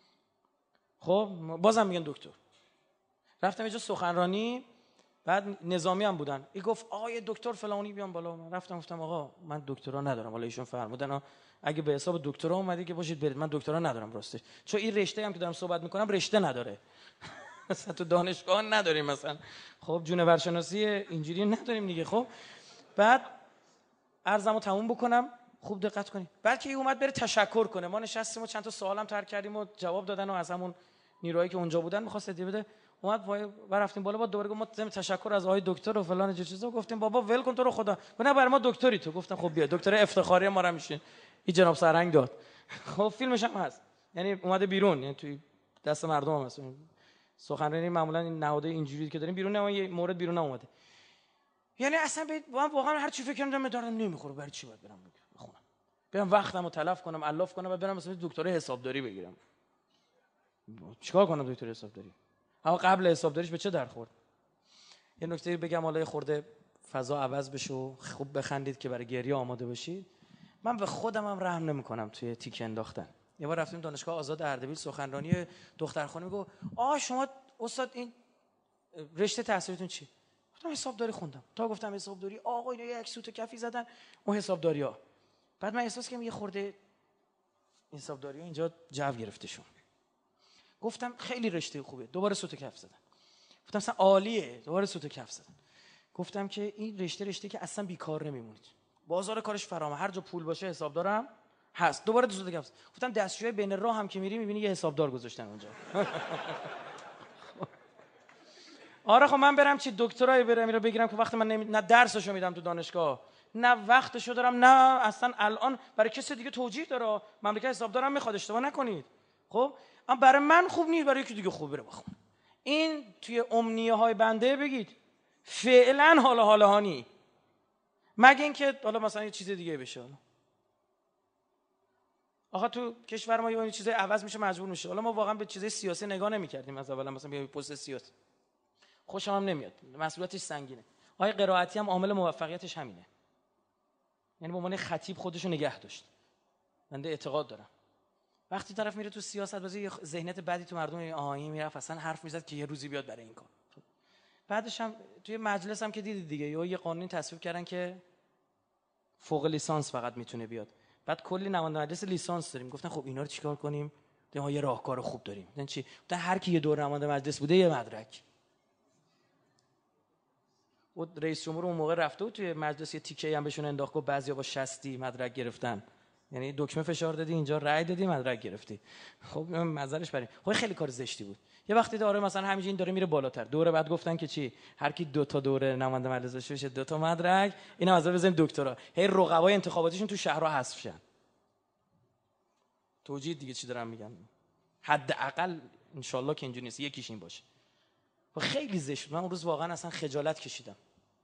خب بازم میگن دکتر. رفتم اینجا سخنرانی، بعد نظامی هم بودن، این گفت آقا یه دکتر فلانی بیان بالا. من رفتم گفتم آقا من دکترا ندارم. حالا ایشون فرمودن اگه به حساب دکترا اومدی که باشید برید، من دکترا ندارم راستش، چون این رشته هم که دارم صحبت میکنم رشته نداره. مثلا تو دانشگاه نداریم مثلا، خب جونور شناسی اینجوری نداریم دیگه. خب بعد عرضمو تموم بکنم، خوب دقت کنید. بعد که اومد بره تشکر کنه، ما نشستیم و چند تا سوالم طرح کردیم و جواب دادن و از همون نیروهایی که اونجا بودن می‌خواست هدیه بده، اومد و رفتیم بالا. با دوباره گفت ما ضمن تشکر از آقای دکتر و فلان چیزا. گفتیم بابا ول کن تو رو خدا. نه برای ما دکتری تو. گفتم خب بیا دکتر افتخاری ما رو میشین. این جناب سرهنگ داد. خب فیلمش هم هست، یعنی اومده بیرون، یعنی توی دست مردم هم هست. سخنرانی معمولا این نهاده اینجوری که داریم بیرون، نه یه مورد بیرون اومده. یعنی اصلا من واقعا هر چی فکر کنم دارم نمیخوره، برای چی باید برم بخونم؟ برم وقتمو تلف کنم، الاف کنم و برم مثلا دکترا حسابداری بگیرم. چیکار کنم دکتر حسابداری؟ اما قبل حسابداریش به چه در خورد؟ یه نکته بگم حالا خورده فضا عوض بشه و خوب بخندید که برای گریه آماده باشید. من به خودم هم رحم نمی‌کنم توی تیک انداختن. یه بار رفتیم دانشگاه آزاد اردبیل سخنرانی، دختر خانم میگه شما استاد این رشته تحصیلیتون چی؟ گفتم حسابداری خوندم. تا گفتم حسابداری، آقا اینا یک سوت کفی زدن اون حسابداری‌ها. بعد من احساس کردم یه خورده حسابداری‌ها اینجا جو گرفتشون. گفتم خیلی رشته خوبه، دوباره سوت کف زدن. گفتم اصلا عالیه، دوباره سوت کف زدن. گفتم که این رشته که اصلا بیکار نمیمونید، بازار کارش فرامه، هر جا پول باشه حسابدارم هست. دوباره سوت کف زدن. گفتم دستشوی بین راه هم که میری میبینی یه حسابدار گذاشتن اونجا. آره خب من برم چی دکترای برم اینو بگیرم که وقتی من نه درسشو میدم تو دانشگاه، نه وقتشو دارم، نه اصلا الان برای کسی دیگه توجیه داره. مملکت حسابدارم میخواد، اشتباه نکنید. خب اما برای من خوب نیست، برای یکی دیگه خوب بره بخونه. این توی امنیه های بنده بگید فعلا حالا هانی، مگه اینکه حالا مثلا یه چیز دیگه بشه. آخه تو کشور ما یه چیزای عوض میشه، مجبور میشه. حالا ما واقعا به چیزای سیاسی نگاه نمی‌کردیم از اول، مثلا بیا پست سیاسی خوشم هم نمیاد، مسئولیتش سنگینه. آقای قرائتی هم عامل موفقیتش همینه، یعنی به عنوان خطیب خودشو نگه داشت. بنده اعتقاد دارم وقتی طرف میره تو سیاست بازی یه ذهنیت بدی تو مردم این میرفت اصلا حرف میزد که یه روزی بیاد برای این کار. بعدش هم توی مجلس هم که دیدید دیگه یه قانونی تصویب کردن که فوق لیسانس فقط میتونه بیاد. بعد کلی نماینده مجلس لیسانس داریم، گفتن خب اینا رو چیکار کنیم؟ ما یه راهکار خوب داریم. یعنی چی؟ گفتن هر کی یه دور نماینده مجلس بوده یه مدرک. و رئیس جمهور اون موقع رفته بود توی مجلس یه تیکه هم بهشون انداخت، گفت بعضیا با 60 مدرک گرفتن. یعنی دکمه فشار دادی اینجا رأی دادی مدرک گرفتی. خب نظرش برای خب خیلی کار زشتی بود. یه وقتی داره مثلا همینجوری این داره میره بالاتر دوره، بعد گفتن که چی هر کی 2 تا دوره نماینده مجلس بشه 2 تا مدرک، اینا از بزنیم دکترا. هی رقبای انتخاباتیشون تو شهرها حذف شن. توجیه دیگه چی دارم میگم؟ حداقل ان شاءالله که اینجوری نیست، یکیش این باشه. خیلی زشت. من اون روز واقعا اصلا خجالت کشیدم،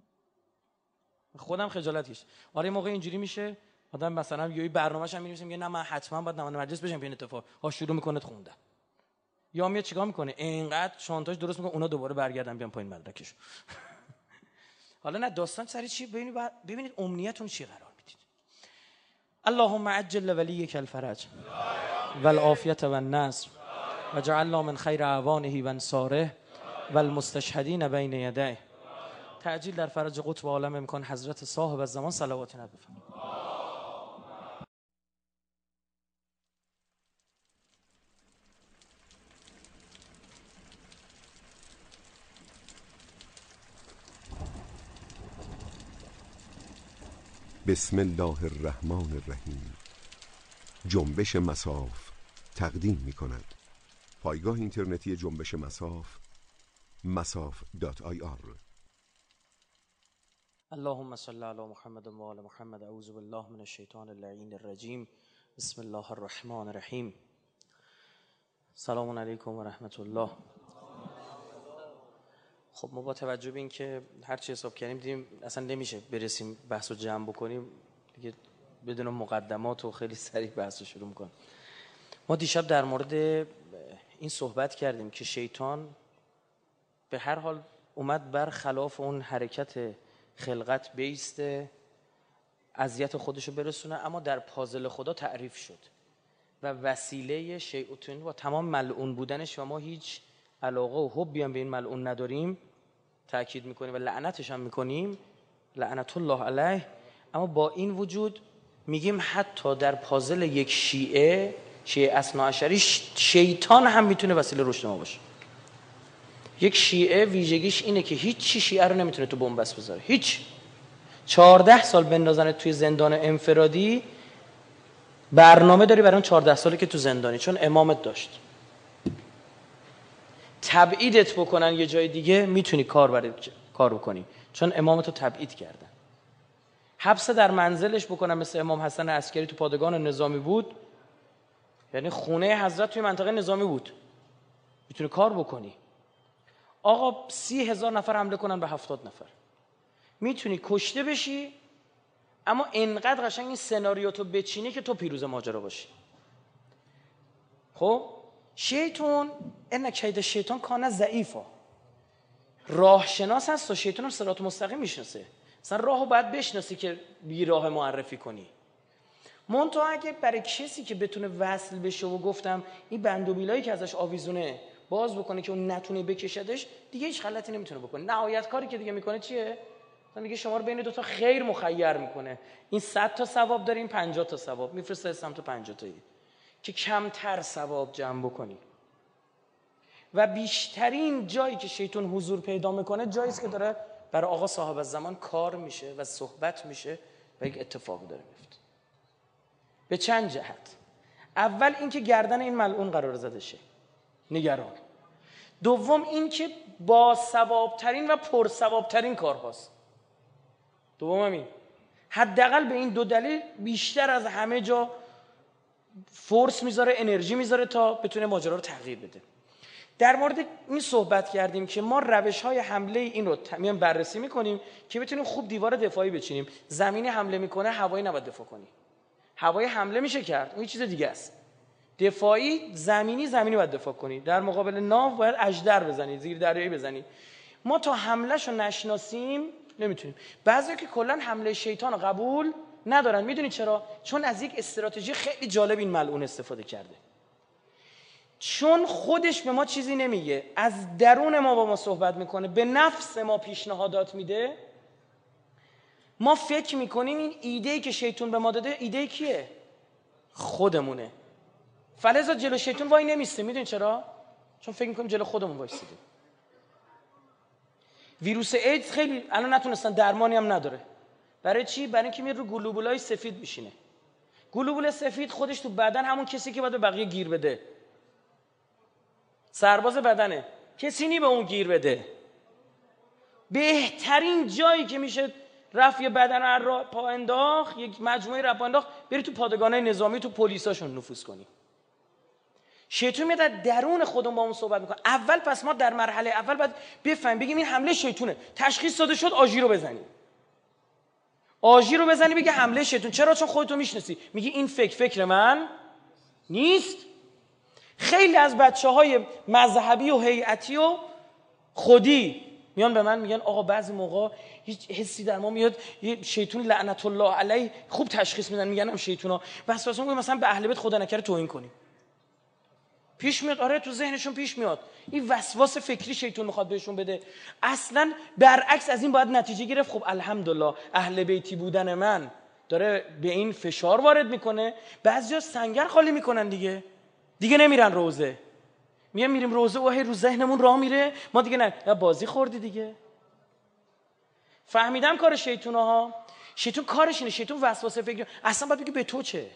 خودم خجالت کشیدم. آره موقع اینجوری میشه آدم مثلا یه برنامه‌اش هم می‌نویسه میگه نه من حتما باید نماینده مجلس بشم، این اتفاق ها شروع میکنه خوندن. یا میاد چیکار میکنه اینقدر شانتاژ درست میکنه اونا دوباره برگردن بیان پایین مدرکش. حالا نه داستان سری چی ببینید امنیتون چی قرار میدید. اللهم عجل لولیک الفرج والعافیة والنصر وجعلنا من خیر اعوانه و انصاره والمستشهدین بین یدیه. تعجیل در فرج قطب عالم امکان حضرت صاحب الزمان صلوات نبی بفرمایید. بسم الله الرحمن الرحیم. جنبش مساف تقدیم می کند. پایگاه اینترنتی جنبش مساف masaf.ir. اللهم صل علی محمد و آل محمد. اعوذ بالله من الشیطان اللعین الرجیم. بسم الله الرحمن الرحیم. سلام علیکم و رحمت الله. خب ما با توجه به این که هر چی حساب کردیم دیدیم اصلا نمیشه برسیم بحث رو جمع بکنیم دیگه، بدون مقدمات و خیلی سریع بحث رو شروع میکنم. ما دیشب در مورد این صحبت کردیم که شیطان به هر حال اومد بر خلاف اون حرکت خلقت بیسته، اذیت خودشو برسونه، اما در پازل خدا تعریف شد و وسیله شیطان و تمام ملعون بودنش و ما هیچ علاقه و حبی هم به این ملعون نداریم تأکید میکنیم و لعنتش هم میکنیم، لعنت الله علیه. اما با این وجود میگیم حتی در پازل یک شیعه اثناعشری شیطان هم میتونه وسیله رشد ما باشه. یک شیعه ویژگیش اینه که هیچ چی شیعه رو نمیتونه تو بنبست بذاره، هیچ. 14 سال بندازنت توی زندان انفرادی، برنامه داری برای اون 14 سالی که تو زندانی، چون امامت داشت. تبعیدت بکنن یه جای دیگه میتونی کار بکنی، چون امامتو تبعید کردن. حبس در منزلش بکنن مثل امام حسن عسکری تو پادگان نظامی بود، یعنی خونه حضرت توی منطقه نظامی بود، میتونی کار بکنی. آقا 30,000 نفر حمله کنن به 70 نفر، میتونی کشته بشی، اما انقدر قشنگ این سناریو تو بچینی که تو پیروز ماجرا باشی. خب شیطان ان کید شیطان کان ضعیفا، راه شناس هست و شیطان هم صراط مستقیم میشناسه. مثلا راهو باید بشناسی که بی راه معرفی کنی. منتها اگه برای کسی که بتونه وصل بشه و گفتم این بند و بیلایی که ازش آویزونه باز بکنه که اون نتونه بکشدش، دیگه هیچ غلطی نمیتونه بکنه. نهایت کاری که دیگه میکنه چیه؟ مثلا دیگه شما رو بین دو تا خیر مخیر میکنه. این 100 تا ثواب داره، این 50 تا ثواب، میفرسته سمت 50 تایی که کمتر ثواب جمع بکنی. و بیشترین جایی که شیطان حضور پیدا میکنه جایی است که داره برای آقا صاحب الزمان کار میشه و صحبت میشه و یک اتفاقی داره میفته. به چند جهت. اول اینکه گردن این ملعون قرار زده شه، نگران. دوم اینکه با ثوابترین و پر ثوابترین کار هاست. دوم همین حداقل به این 2 دلیل بیشتر از همه جا فورس میذاره، انرژی میذاره تا بتونه ماجرا رو تغییر بده. در مورد این صحبت کردیم که ما روش‌های حمله این رو میان بررسی میکنیم که بتونیم خوب دیوار دفاعی بچینیم. زمینی حمله میکنه، هوایی نباید دفاع کنی. هوایی حمله میشه کرد، اون چیز دیگه است. دفاعی زمینی باید دفاع کنی. در مقابل ناو باید اژدر بزنی، زیر دریایی بزنی. ما تا حملهشو نشناسیم نمیتونیم. بعضیا که کلا حمله شیطان رو قبول ندارن. میدونی چرا؟ چون از یک استراتژی خیلی جالب این ملعون استفاده کرده. چون خودش به ما چیزی نمیگه، از درون ما با ما صحبت میکنه، به نفس ما پیشنهادات میده. ما فکر میکنیم این ایده‌ای که شیطان به ما داده ایده کیه؟ خودمونه. فلذا جلو شیطان وای نمیسته. میدونی چرا؟ چون فکر میکنیم جلو خودمون وایسیده. ویروس ایدز خیلی الان نتونستن، درمانی هم نداره. برای چی؟ برای اینکه میاد رو گلوبولای سفید میشینه. گلوبول سفید خودش تو بدن همون کسی که باید به بقیه گیر بده، سرباز بدنه، کسی نی به اون گیر بده. بهترین جایی که میشه رفع یه بدن رو پا انداخت، یک مجموعه رو پا انداخت، بری تو پادگانای نظامی، تو پلیساشون نفوذ کنی. شیطان میاد از درون خودمون با اون صحبت میکنه. اول پس ما در مرحله اول باید بفهمیم، بگیم این حمله شیطونه. تشخیص داده شد، آژیر رو بزنیم. آژیر رو بزنی بگه حمله شیطان. چرا؟ چون خودتو میشناسی. میگی این فکر من نیست. خیلی از بچه‌های مذهبی و هیئتی و خودی میان به من میگن آقا بعضی موقع هیچ حسی در ما میاد، یه شیطون لعنت الله علیه خوب تشخیص میدن، میگن هم شیطونا. وسوسه میگن مثلا به اهل بیت خدا نکره توهین کنیم. پیش میاد، آره تو ذهنشون پیش میاد این وسواس فکری شیطان میخواد بهشون بده. اصلا برعکس از این باید نتیجه گرفت. خب الحمدلله اهل بیتی بودن من داره به این فشار وارد میکنه. بعضیا سنگر خالی میکنن دیگه نمیرن روزه. میریم روزه و هی رو ذهنمون راه میره، ما دیگه نه بازی خوردی دیگه. فهمیدم کار شیطونه ها. شیطان کارش اینه، شیطان وسواس فکری. اصلا باید بگه به تو چه.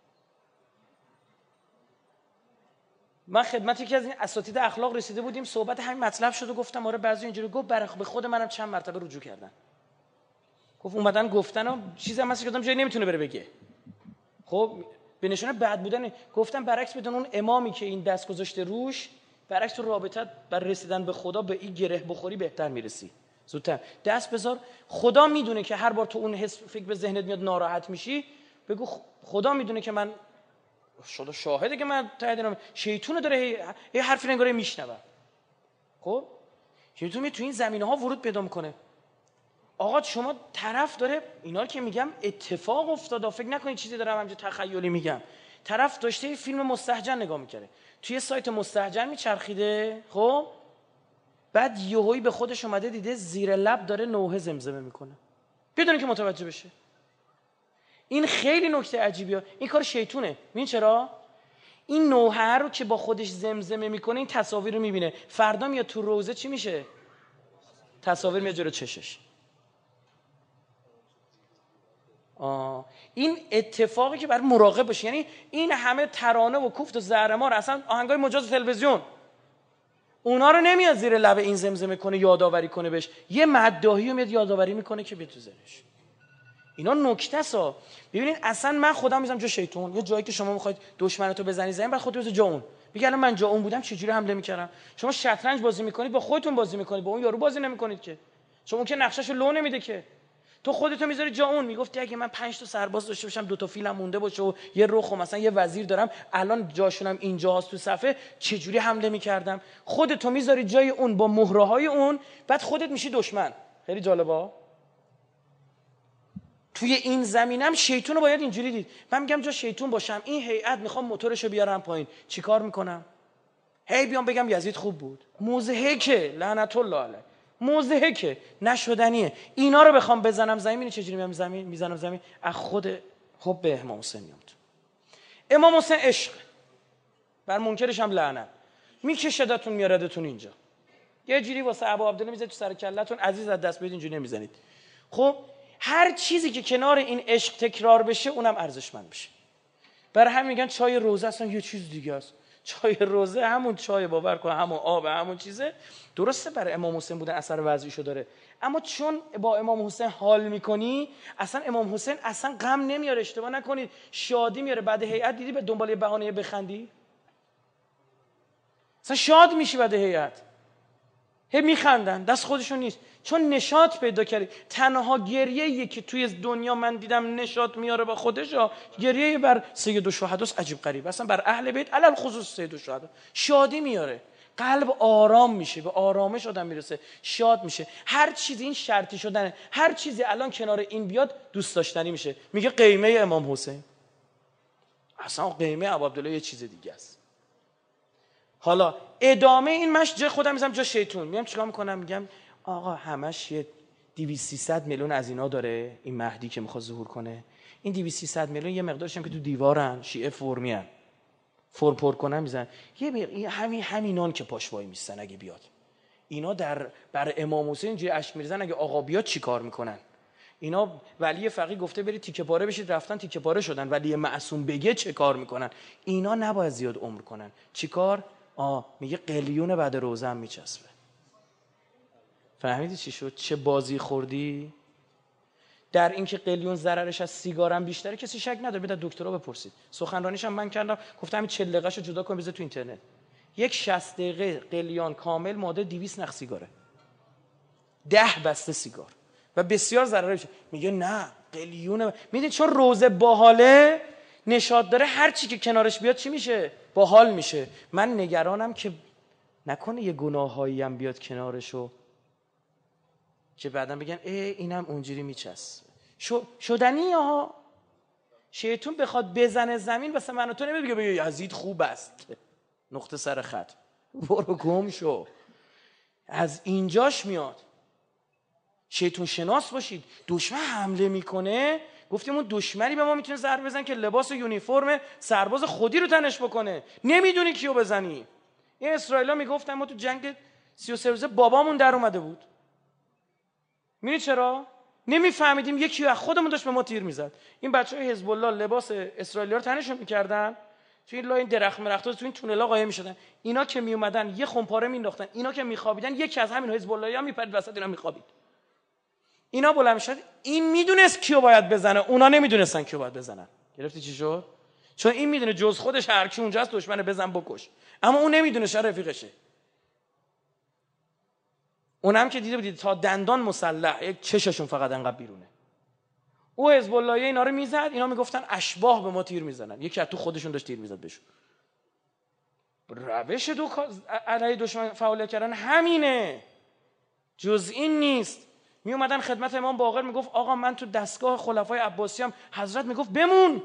من خدمت یکی از این اساتید اخلاق رسیده بودیم، صحبت همین مطلب شد و گفتم آره بعضی اینجوری. گفت به خود منم چند مرتبه رجوع کردن. گفت اومدن گفتن و چیزی هم هست که آدم جایی نمیتونه بره بگه. خب به نشانه بد بودن. گفتم برعکس بدون اون امامی که این دست گذاشته روش، برعکس تو رابطت بر رسیدن به خدا به این گره بخوری بهتر میرسی. زودتر دست بذار. خدا میدونه که هر بار تو اون حس فکر به ذهنت میاد ناراحت میشی، بگو خدا میدونه که من شاهده که من تاییدم. شیطون داره یه حرفی انگاره میشنوه. خب شیطون میاد تو این زمینه‌ها ورود پیدا میکنه. آقا شما طرف داره اینا که میگم اتفاق افتاده، فکر نکنید چیزی دارم همینجوری تخیلی میگم. طرف داشته یه فیلم مستهجن نگاه میکرده، توی سایت مستهجن میچرخیده. خب بعد یهویی به خودش اومده دیده زیر لب داره نوحه زمزمه میکنه بدون که متوجه بشه. این خیلی نکته عجیبیه. این کار شیطونه. ببین چرا؟ این نوحه رو که با خودش زمزمه میکنه، این تصاویر رو میبینه. فردا میاد تو روزه چی میشه؟ تصاویر میاد جلو چشش. این اتفاقی که برای مراقب باشه. یعنی این همه ترانه و کوفت و زهرمار، اصلا آهنگای مجاز تلویزیون، اونا رو نمیاد زیر لب این زمزمه کنه، یادآوری کنه بهش. یه مداحی رو میاد یادآوری میکنه که به تو ذهنش. اینا نکته سا. ببینید اصلا من خودم میذارم جا شیطان. یه جایی که شما میخواید دشمنتو بزنی زمین، بعد خودت بذار جا اون. میگه الان من جا اون بودم چجوری حمله میکردم. شما شطرنج بازی میکنید، با خودتون بازی میکنید، با اون یارو بازی نمیکنید که. شما اون که نقشه‌شو لو نمیده که. تو خودتو میذاری جا اون. میگفتی اگه من 5 تا سرباز داشته باشم، 2 تا فیلم مونده باشه و یه رخ و مثلا یه وزیر دارم، الان جاشونم اینجاست تو صفحه، چجوری حمله میکردم. خودتو میذاری جای اون با مهره‌های اون، بعد خودت میشی دشمن. خیلی جالبه. توی این زمینم شیطون رو باید اینجوری دید. من میگم جا شیطون باشم، این هیئت میخوام موتورشو بیارم پایین، چیکار میکنم؟ هی بیام بگم یزید خوب بود. مضحکه، لعنت الله علیه. مضحکه، نشدنیه. اینا رو بخوام بزنم زمین، چجوری میام زمین؟ میزنم زمین از خود حب امام حسین میاد. امام حسین عشق، بر منکرش هم لعنت. میکشدتون میاردتون اینجا. یه جوری واسه ابو عبدالله میذارید تو سر کلهتون، عزیز از دست بدید، اینجوری نمیزنید. خب هر چیزی که کنار این عشق تکرار بشه اونم ارزشمند بشه. برای همین میگن چای روزه اصلا یه چیز دیگه است. چای روزه همون چای، باور کن همون آب، همون چیزه. درسته برای امام حسین بودن اثر وضعیشو داره، اما چون با امام حسین حال میکنی، اصلا امام حسین اصلا غم نمیاره. اشتباه نکنید، شادی میاره. بعد هیئت دیدی به دنبال یه بهانه بخندی؟ اصلا شاد میشی بعد هیئت، هی میخندن، دست خودشون نیست، چون نشاط پیدا کردی. تنها گریه‌ای که توی دنیا من دیدم نشاط میاره با خودش، گریه بر سید الشهدا است. عجیب غریب، اصلا بر اهل بیت علل خصوص سید الشهدا شادی میاره. قلب آرام میشه، به آرامش آدم میرسه، شاد میشه. هر چیزی این شرطی شدنه، هر چیزی الان کنار این بیاد دوست داشتنی میشه. میگه قیمه امام حسین، اصلا قیمه ابوعبدالله یه چیز دیگه است. حالا ادامه این مش خودم میذارم جا شیطون، میام چیکار میکنم؟ میگم آقا همش یه 200-300 میلیون از اینا داره این مهدی که میخواد ظهور کنه. این 200-300 میلیون یه مقدارش هم که تو دیوارن، شیعه فرمیان، پر کنن میزنن. یه همینان که پاش وای میستن اگه بیاد. اینا بر امام حسین اینجوری اشک میریزن، اگه آقا بیاد چیکار میکنن؟ اینا ولی فقیه گفته برید تیکه پاره بشید، رفتن تیکه پاره شدن. ولی معصوم بگه چه کار میکنن؟ اینا نباید زیاد عمر کنن. چیکار؟ میگه قلیون بعد روزه هم میچسبه. فهمیدی چی شد؟ چه بازی خوردی؟ در این که قلیون ضررش از سیگارم بیشتره کسی شک نداره، برید دکترا بپرسید. سخنرانیش هم من کردم، گفتم همین 40 دقیقه‌شو جدا کن بذار تو اینترنت. یک 60 دقیقه قلیان کامل ماده 200 نخ سیگاره، 10 بسته سیگار و بسیار ضرر میشه. میگه نه قلیون میدونی چون روزه باحاله، نشاط داره، هر چی که کنارش بیاد چی میشه؟ باحال میشه. من نگرانم که نکنه یه گناهایی هم بیاد کنارشو که بعداً بگن اینم اونجوری میچسبه. شدنی ها. شیطون بخواد بزنه زمین واسه من و تو نمیگه بگه یزید خوب است نقطه سر خط، برو گم شو. از اینجاش میاد. شیطون شناس باشید. دشمن حمله میکنه، گفتیم اون دشمنی به ما میتونه ضربه بزنه که لباس یونیفرم سرباز خودی رو تنش بکنه، نمیدونی کیو بزنی. این اسرائیلا میگفتن ما تو جنگ 33 روزه بابامون در اومده بود. میدونی چرا؟ نمیفهمیدیم یکی از خودمون داشت به ما تیر میزد. این بچهای حزب الله لباس اسرائیلی‌ها رو تنشون میکردن، تو این لای درخت مرختا تو این تونلا قایم میشدن. اینا که میومدن یه خمپاره مینداختن، اینا که میخوابیدن یکی از همین حزب الله‌ها میپرید وسط اینا میخوابید. اینا بلند میشد، این میدونست کیو باید بزنه، اونا نمیدونستن کیو باید بزنن. گرفتی چی شد؟ چون این میدونه جز خودش هر کی اونجاست دشمن بزن بکش، اما اون نمیدونه شر رفیقشه. اونم که دیده بودید تا دندان مسلح، یک چششون فقط انقدر بیرونه. او حزب الله اینا رو میزد، اینا میگفتن اشباح به ما تیر میزنن. یکی از تو خودشون داشت تیر میزد بهشون. روش علیه دشمن فعالیت کردن همینه، جز این نیست. می اومدن خدمت امام باقر، میگفت آقا من تو دستگاه خلفای عباسیام، حضرت میگفت بمون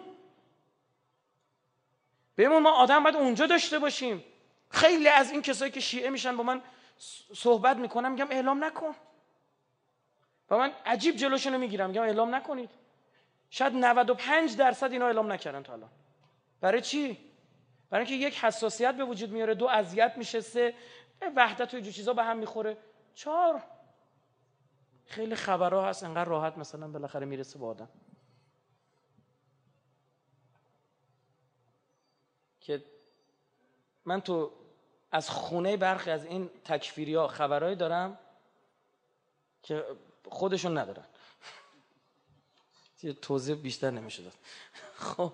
ما آدم باید اونجا داشته باشیم. خیلی از این کسایی که شیعه میشن با من صحبت میکنم، میگم اعلام نکن. و من عجیب جلوشونو میگیرم، میگم اعلام نکنید. شاید 95% اینا اعلام نکردن تا الان. برای چی؟ برای اینکه یک حساسیت به وجود میاره، 2 اذیت میشه، 3 وحدت و اینجور چیزا به هم میخوره، 4 خیلی خبرها هست انقدر راحت مثلا بالاخره میرسه به آدم که من تو از خونه برخی از این تکفیریا خبرهایی دارم که خودشون ندارن. توضیح بیشتر نمیشه داد. خب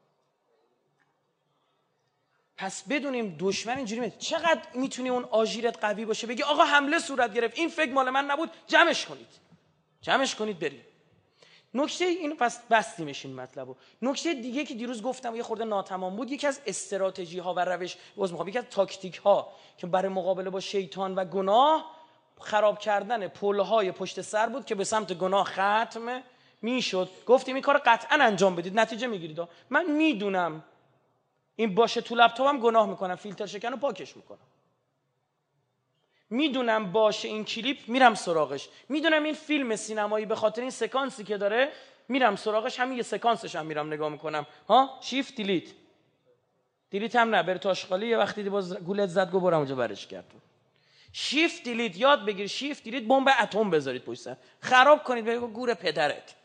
پس بدونیم دشمن اینجوری میاد. چقدر میتونی اون آژیرت قوی باشه بگی آقا حمله صورت گرفت، این فکر مال من نبود، جمعش کنید بریم. نکته اینو پس بستیمش این مطلبو. نکته دیگه که دیروز گفتم یه خورده ناتمام بود، یکی از استراتژی ها و روش یکی از تاکتیک ها که برای مقابله با شیطان و گناه خراب کردن پل‌های پشت سر بود که به سمت گناه ختم میشد. گفتیم این کارو قطعا انجام بدید نتیجه میگیرید. من میدونم این باشه تو لپتاپم گناه میکنم، فیلتر شکن رو پاکش میکنم. میدونم باشه این کلیپ میرم سراغش، میدونم این فیلم سینمایی به خاطر این سکانسی که داره میرم سراغش، همین یه سکانسش هم میرم نگاه میکنم. شیفت دیلیت هم نه، بره تو آشغالی، یه وقتی باز گولت زد گو برم اونجا برش کرد. شیفت دیلیت یاد بگیر، شیفت دیلیت بمب اتم بذارید پشت سر، خراب کنید، بگو گور پدرت.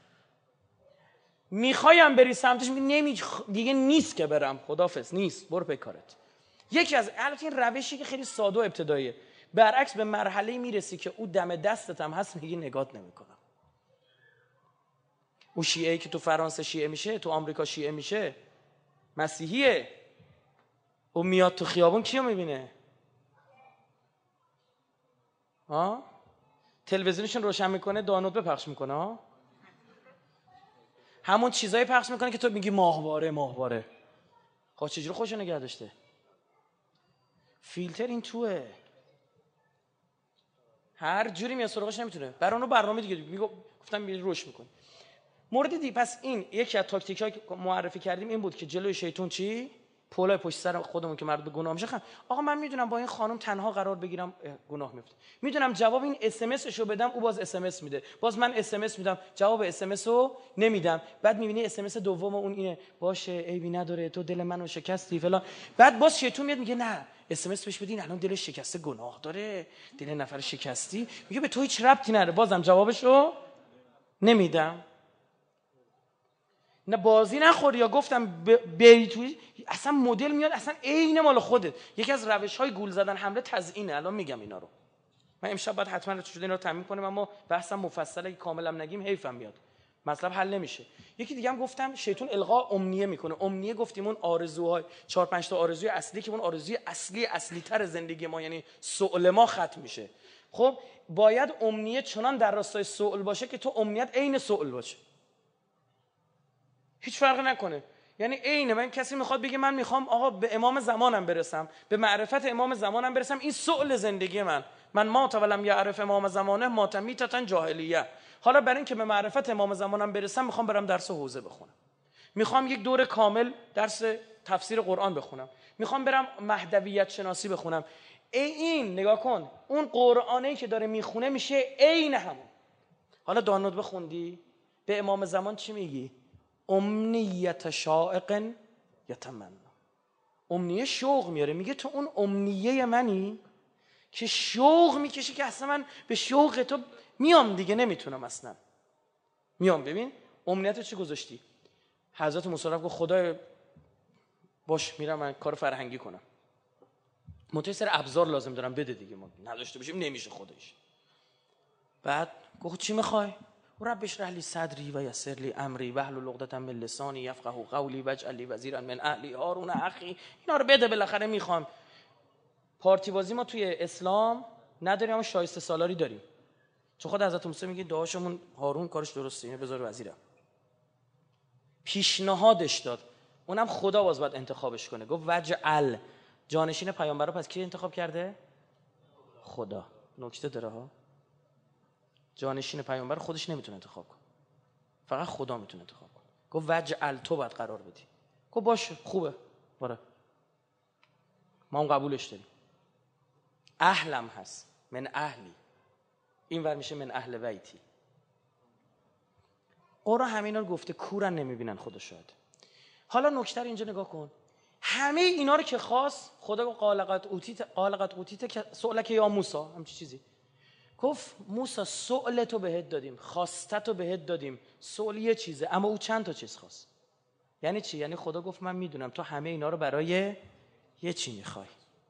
میخوایم بری سمتش، میگی دیگه نیست که برم، خدافظ، نیست، برو پی کارت. یکی از البته این روشی که خیلی ساده و ابتداییه، برعکس به مرحله میرسی که او دم دستت هم هست میگی نگات نمیکنم. او شیعه‌ای که تو فرانسه شیعه میشه، تو آمریکا شیعه میشه، مسیحیه، او میاد تو خیابون کیو میبینه؟ تلویزیونشون روشن میکنه، دانلود بپخش میکنه، همون چیزایی پخش میکنه که تو میگی ماهواره. خب چجوری خوشو نگه داشته؟ فیلتر این توه، هر جوری میاد سراغش نمیتونه. برای اونو برنامه دیگه گفتم میری روش میکنه. مورد دی پس این یکی از تاکتیکایی که معرفی کردیم این بود که جلوی شیطان چی؟ پولای پشت سر خودمون که مربوط به گناه میشه. آقا من میدونم با این خانم تنها قرار بگیرم گناه میفته، میدونم جواب این اس ام اسشو بدم او باز اس ام اس میده، باز من اس ام اس میدم جواب اس ام اس رو نمیدم، بعد میبینی اس ام اس دوم اون اینه باشه عیبی نداره تو دل منو شکستی فلان، بعد باز شیطان میاد میگه نه اس ام اس بهش بدین الان دلش شکسته گناه داره، دل نفر شکستی، میگه به تو هیچ ربطی نداره، بازم جوابشو نمیدم. نه بازی نخوری یا گفتم بری توی اصلا مدل میاد اصلا عین مال خودت. یکی از روش‌های گول زدن حمله تزیینه. الان میگم اینا رو، من امشب باید حتما شده اینا رو تمرین کنیم، اما بحثم مفصله که کاملا نگیم حیفم میاد، مطلب حل نمیشه. یکی دیگه هم گفتم شیطان القا امنیه میکنه. امنیه گفتیم اون آرزوهای 4-5 تا آرزوی اصلی که اون آرزوی اصلی تر زندگی ما یعنی سؤال ما ختم میشه. خب باید امنیه چنان در راستای سؤال باشه که تو امنیت عین سؤال باشه، هیچ فرقی نکنه. یعنی عین من کسی میخواد بگه من میخوام آقا به امام زمانم برسم، به معرفت امام زمانم برسم، این سؤال زندگی من ما ولم یعرف امام زمانه ماتمیتتن جاهلیه. حالا برای اینکه به معرفت امام زمانم برسم میخوام برم درس حوزه بخونم، میخوام یک دور کامل درس تفسیر قرآن بخونم، میخوام برم مهدویت شناسی بخونم. این نگاه کن اون قرآنی که داره میخونه میشه عین همون. حالا دانلود بخوندی به امام زمان چی میگی؟ امنیت شائق یتمنا، امنیه شوق میاره، میگه تو اون امنیه منی که شوق میکشی که اصلا من به شوق تو میام دیگه نمیتونم اصلا میام. ببین امنیت چی گذاشتی؟ حضرت موسی گفت خدای باش میرم من کار فرهنگی کنم، منتهی سر ابزار لازم دارم بده دیگه، ما نداشته باشیم نمیشه خودش. بعد گفت چی میخوای؟ رب اشرح لی صدری و یسر لی امری واحلل عقدة من لسانی یفقهوا قولی واجعل لی وزیرا من اهلی هارون اخی. اینا رو بده بالاخره میخوام. پارتی بازی ما توی اسلام نداریم اما شایسته سالاری داریم، چون خود حضرت موسی میگه دعاشمون هارون کارش درسته اینو بذار وزیرم. پیشنهادش داد، اونم خدا باز باید انتخابش کنه. گفت وجعل، جانشین پیامبر رو پس کی انتخاب کرده؟ خدا. نکته داره ها، جانشین پیامبر خودش نمیتونه انتخاب کنه، فقط خدا میتونه انتخاب کنه. گفت وجعل، تو باید قرار بدی. گفت باشه خوبه باره، ما هم قبولش داریم. اهلم هست من اهلی، این ور میشه من اهل بیتی. قرآن همینا رو گفته، کورن نمیبینن خدا شاید. حالا نکته اینجا نگاه کن، همه اینا رو که خواست خدا گفت قال قد اوتیت سؤلک یا موسی، همچی چیزی. گفت موسی سؤل تو بهت دادیم، خواسته تو بهت دادیم. سؤل یه چیزه اما او چند تا چیز خواست. یعنی چی؟ یعنی خدا گفت من میدونم تو همه اینا رو برای یه چی میخوای.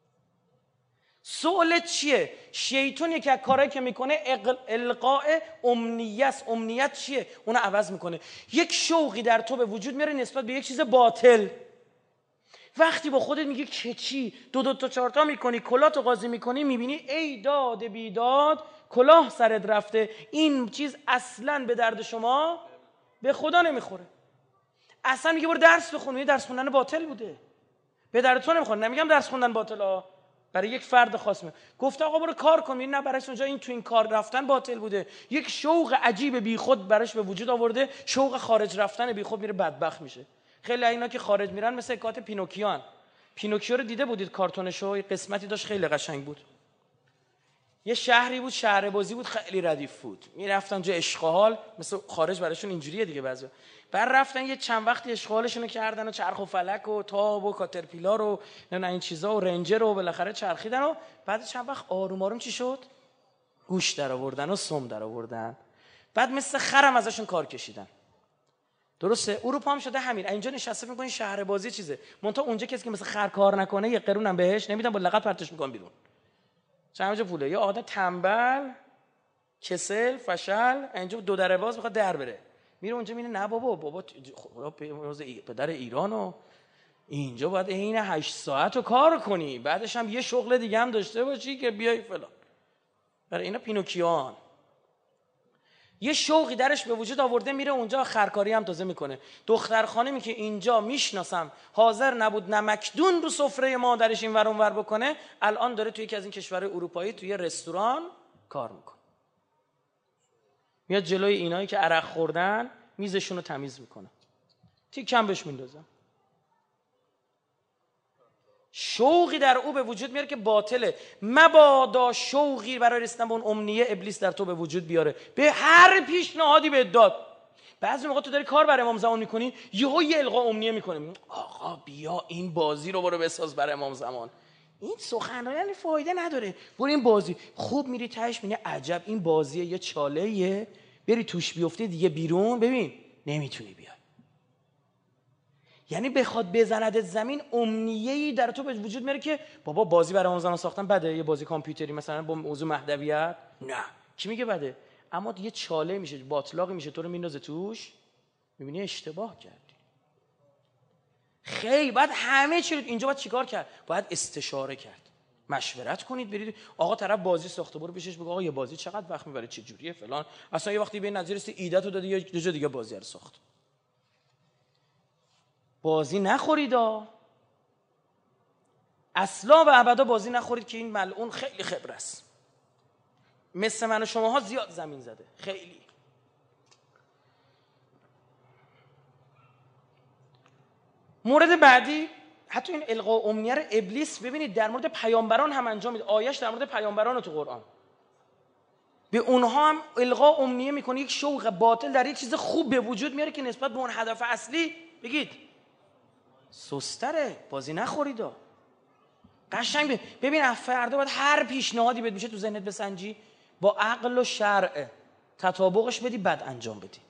سؤلت چیه؟ شیطان یک از کارهایی که میکنه القاء امنیه است. امنیت چیه؟ اونو عوض میکنه. یک شوقی در تو به وجود میاره نسبت به یک چیز باطل. وقتی با خودت میگی که چی 2 تا 4 تا میکنی، کلاتو قاضی میکنی، میبینی ای داد بیداد کلاه سرت رفته، این چیز اصلا به درد شما به خدا نمیخوره. اصلا میگه برو درس بخون، میگه درس خوندن باطل بوده، به درد تو نمیخوره. نمیگم درس خوندن باطله، برای یک فرد خاص میگم. گفته آقا برو کار کن، نه براش اونجا این تو این کار رفتن باطل بوده، یک شوق عجیب بیخود براش به وجود آورده، شوق خارج رفتن بیخود، میره بدبخت میشه. خیلی اینا که خارج میرن مثل حکایت پینوکیوان. پینوکیو رو دیده بودید کارتونشو؟ یه قسمتی داشت خیلی قشنگ بود. یه شهری بود، شهر بازی بود، خیلی ردیف بود، میرفتن جای اشغال، مثل خارج براشون اینجوریه دیگه. بعضیا بعد رفتن یه چند وقتی اشغالشون کردن و چرخ و فلک و تاب و کاترپیلار و نه این چیزا و رنجر و بالاخره چرخیدن و بعد چند وقت آروم آروم چی شد؟ گوش در آوردن و سم در آوردن. بعد مثل خرم ازشون کار کشیدن. درسته؟ اروپا هم شده همین. اینجا نشسته فکر می‌کنین شهر بازی چیزه، منتها اونجا کسی که مثل خر کار نکنه یه قرون هم بهش نمیدن، با لغت پرتش می‌کنن بیرون. چند وجه پوله. یه آدم تنبل، کسل، فشل، اینجا دو دره باز می‌خواد در بره. میره اونجا میره نه بابا پدر ایرانو اینجا باید عین 8 ساعت رو کار کنی، بعدش هم یه شغل دیگه هم داشته باشی که بیای فلان. برای اینا پینوکیوان. یه شوقی درش به وجود آورده، میره اونجا خرکاری هم تازه میکنه. دختر خانمی که اینجا میشناسم حاضر نبود نمکدون رو سفره مادرش این ور اون ور بکنه، الان داره توی یکی از این کشورهای اروپایی توی رستوران کار میکنه. میاد جلوی اینایی که عرق خوردن میزشون رو تمیز میکنه، تیکم بهش میندازن. شوقی در او به وجود میاره که باطله. مبادا شوقی برای رسیدن به اون امنیه ابلیس در تو به وجود بیاره، به هر پیشنهادی بهت داد. بعضی موقع تو داری کار برای امام زمان میکنی، یهو یه القا امنیه میکنه، آقا بیا این بازی رو برو بساز برای امام زمان. این سخنرانی فایده نداره، برو این بازی. خوب میری تهش میگه عجب این بازیه، یه چاله‌ایه، بری توش بیفتی دیگه بیرون ببین نمیتونی بیای. یعنی بخواد بزندت زمین، امنیه‌ای در تو به وجود میاره که بابا بازی برای اون زمان ساختن بده، یه بازی کامپیوتری مثلا با موضوع مهدویت، نه کی میگه بده، اما یه چاله میشه، باطلاقی میشه، تو رو میندازه توش، میبینی اشتباه کردی. خیلی بعد همه چی رو اینجا باید چیکار کرد؟ باید استشاره کرد، مشورت کنید، برید آقا طرف بازی ساخته، برو پیشش بگو آقا یه بازی چقدر وقت میبره، چه جوریه فلان، اصلا یه وقتی به نظر رسید ایده تو دادی، یه جا دیگه بازی رو ساخت. بازی نخوریدا، اصلا و ابدا بازی نخورید که این ملعون خیلی خبره است. مثل من و شماها زیاد زمین زده، خیلی. مورد بعدی، حتی این القاء امنیه رو ابلیس ببینید در مورد پیامبران هم انجام میده. آیش در مورد پیامبران تو قرآن، به اونها هم القاء امنیه میکنه، یک شوق باطل در یک چیز خوب به وجود میاره که نسبت به اون هدف اصلی بگید سستره، بازی نخوریدا. قشنگ ببین فردا باید هر پیشنهادی بهت میشه تو ذهنت بسنجی، با عقل و شرع تطابقش بدی، بعد انجام بدی.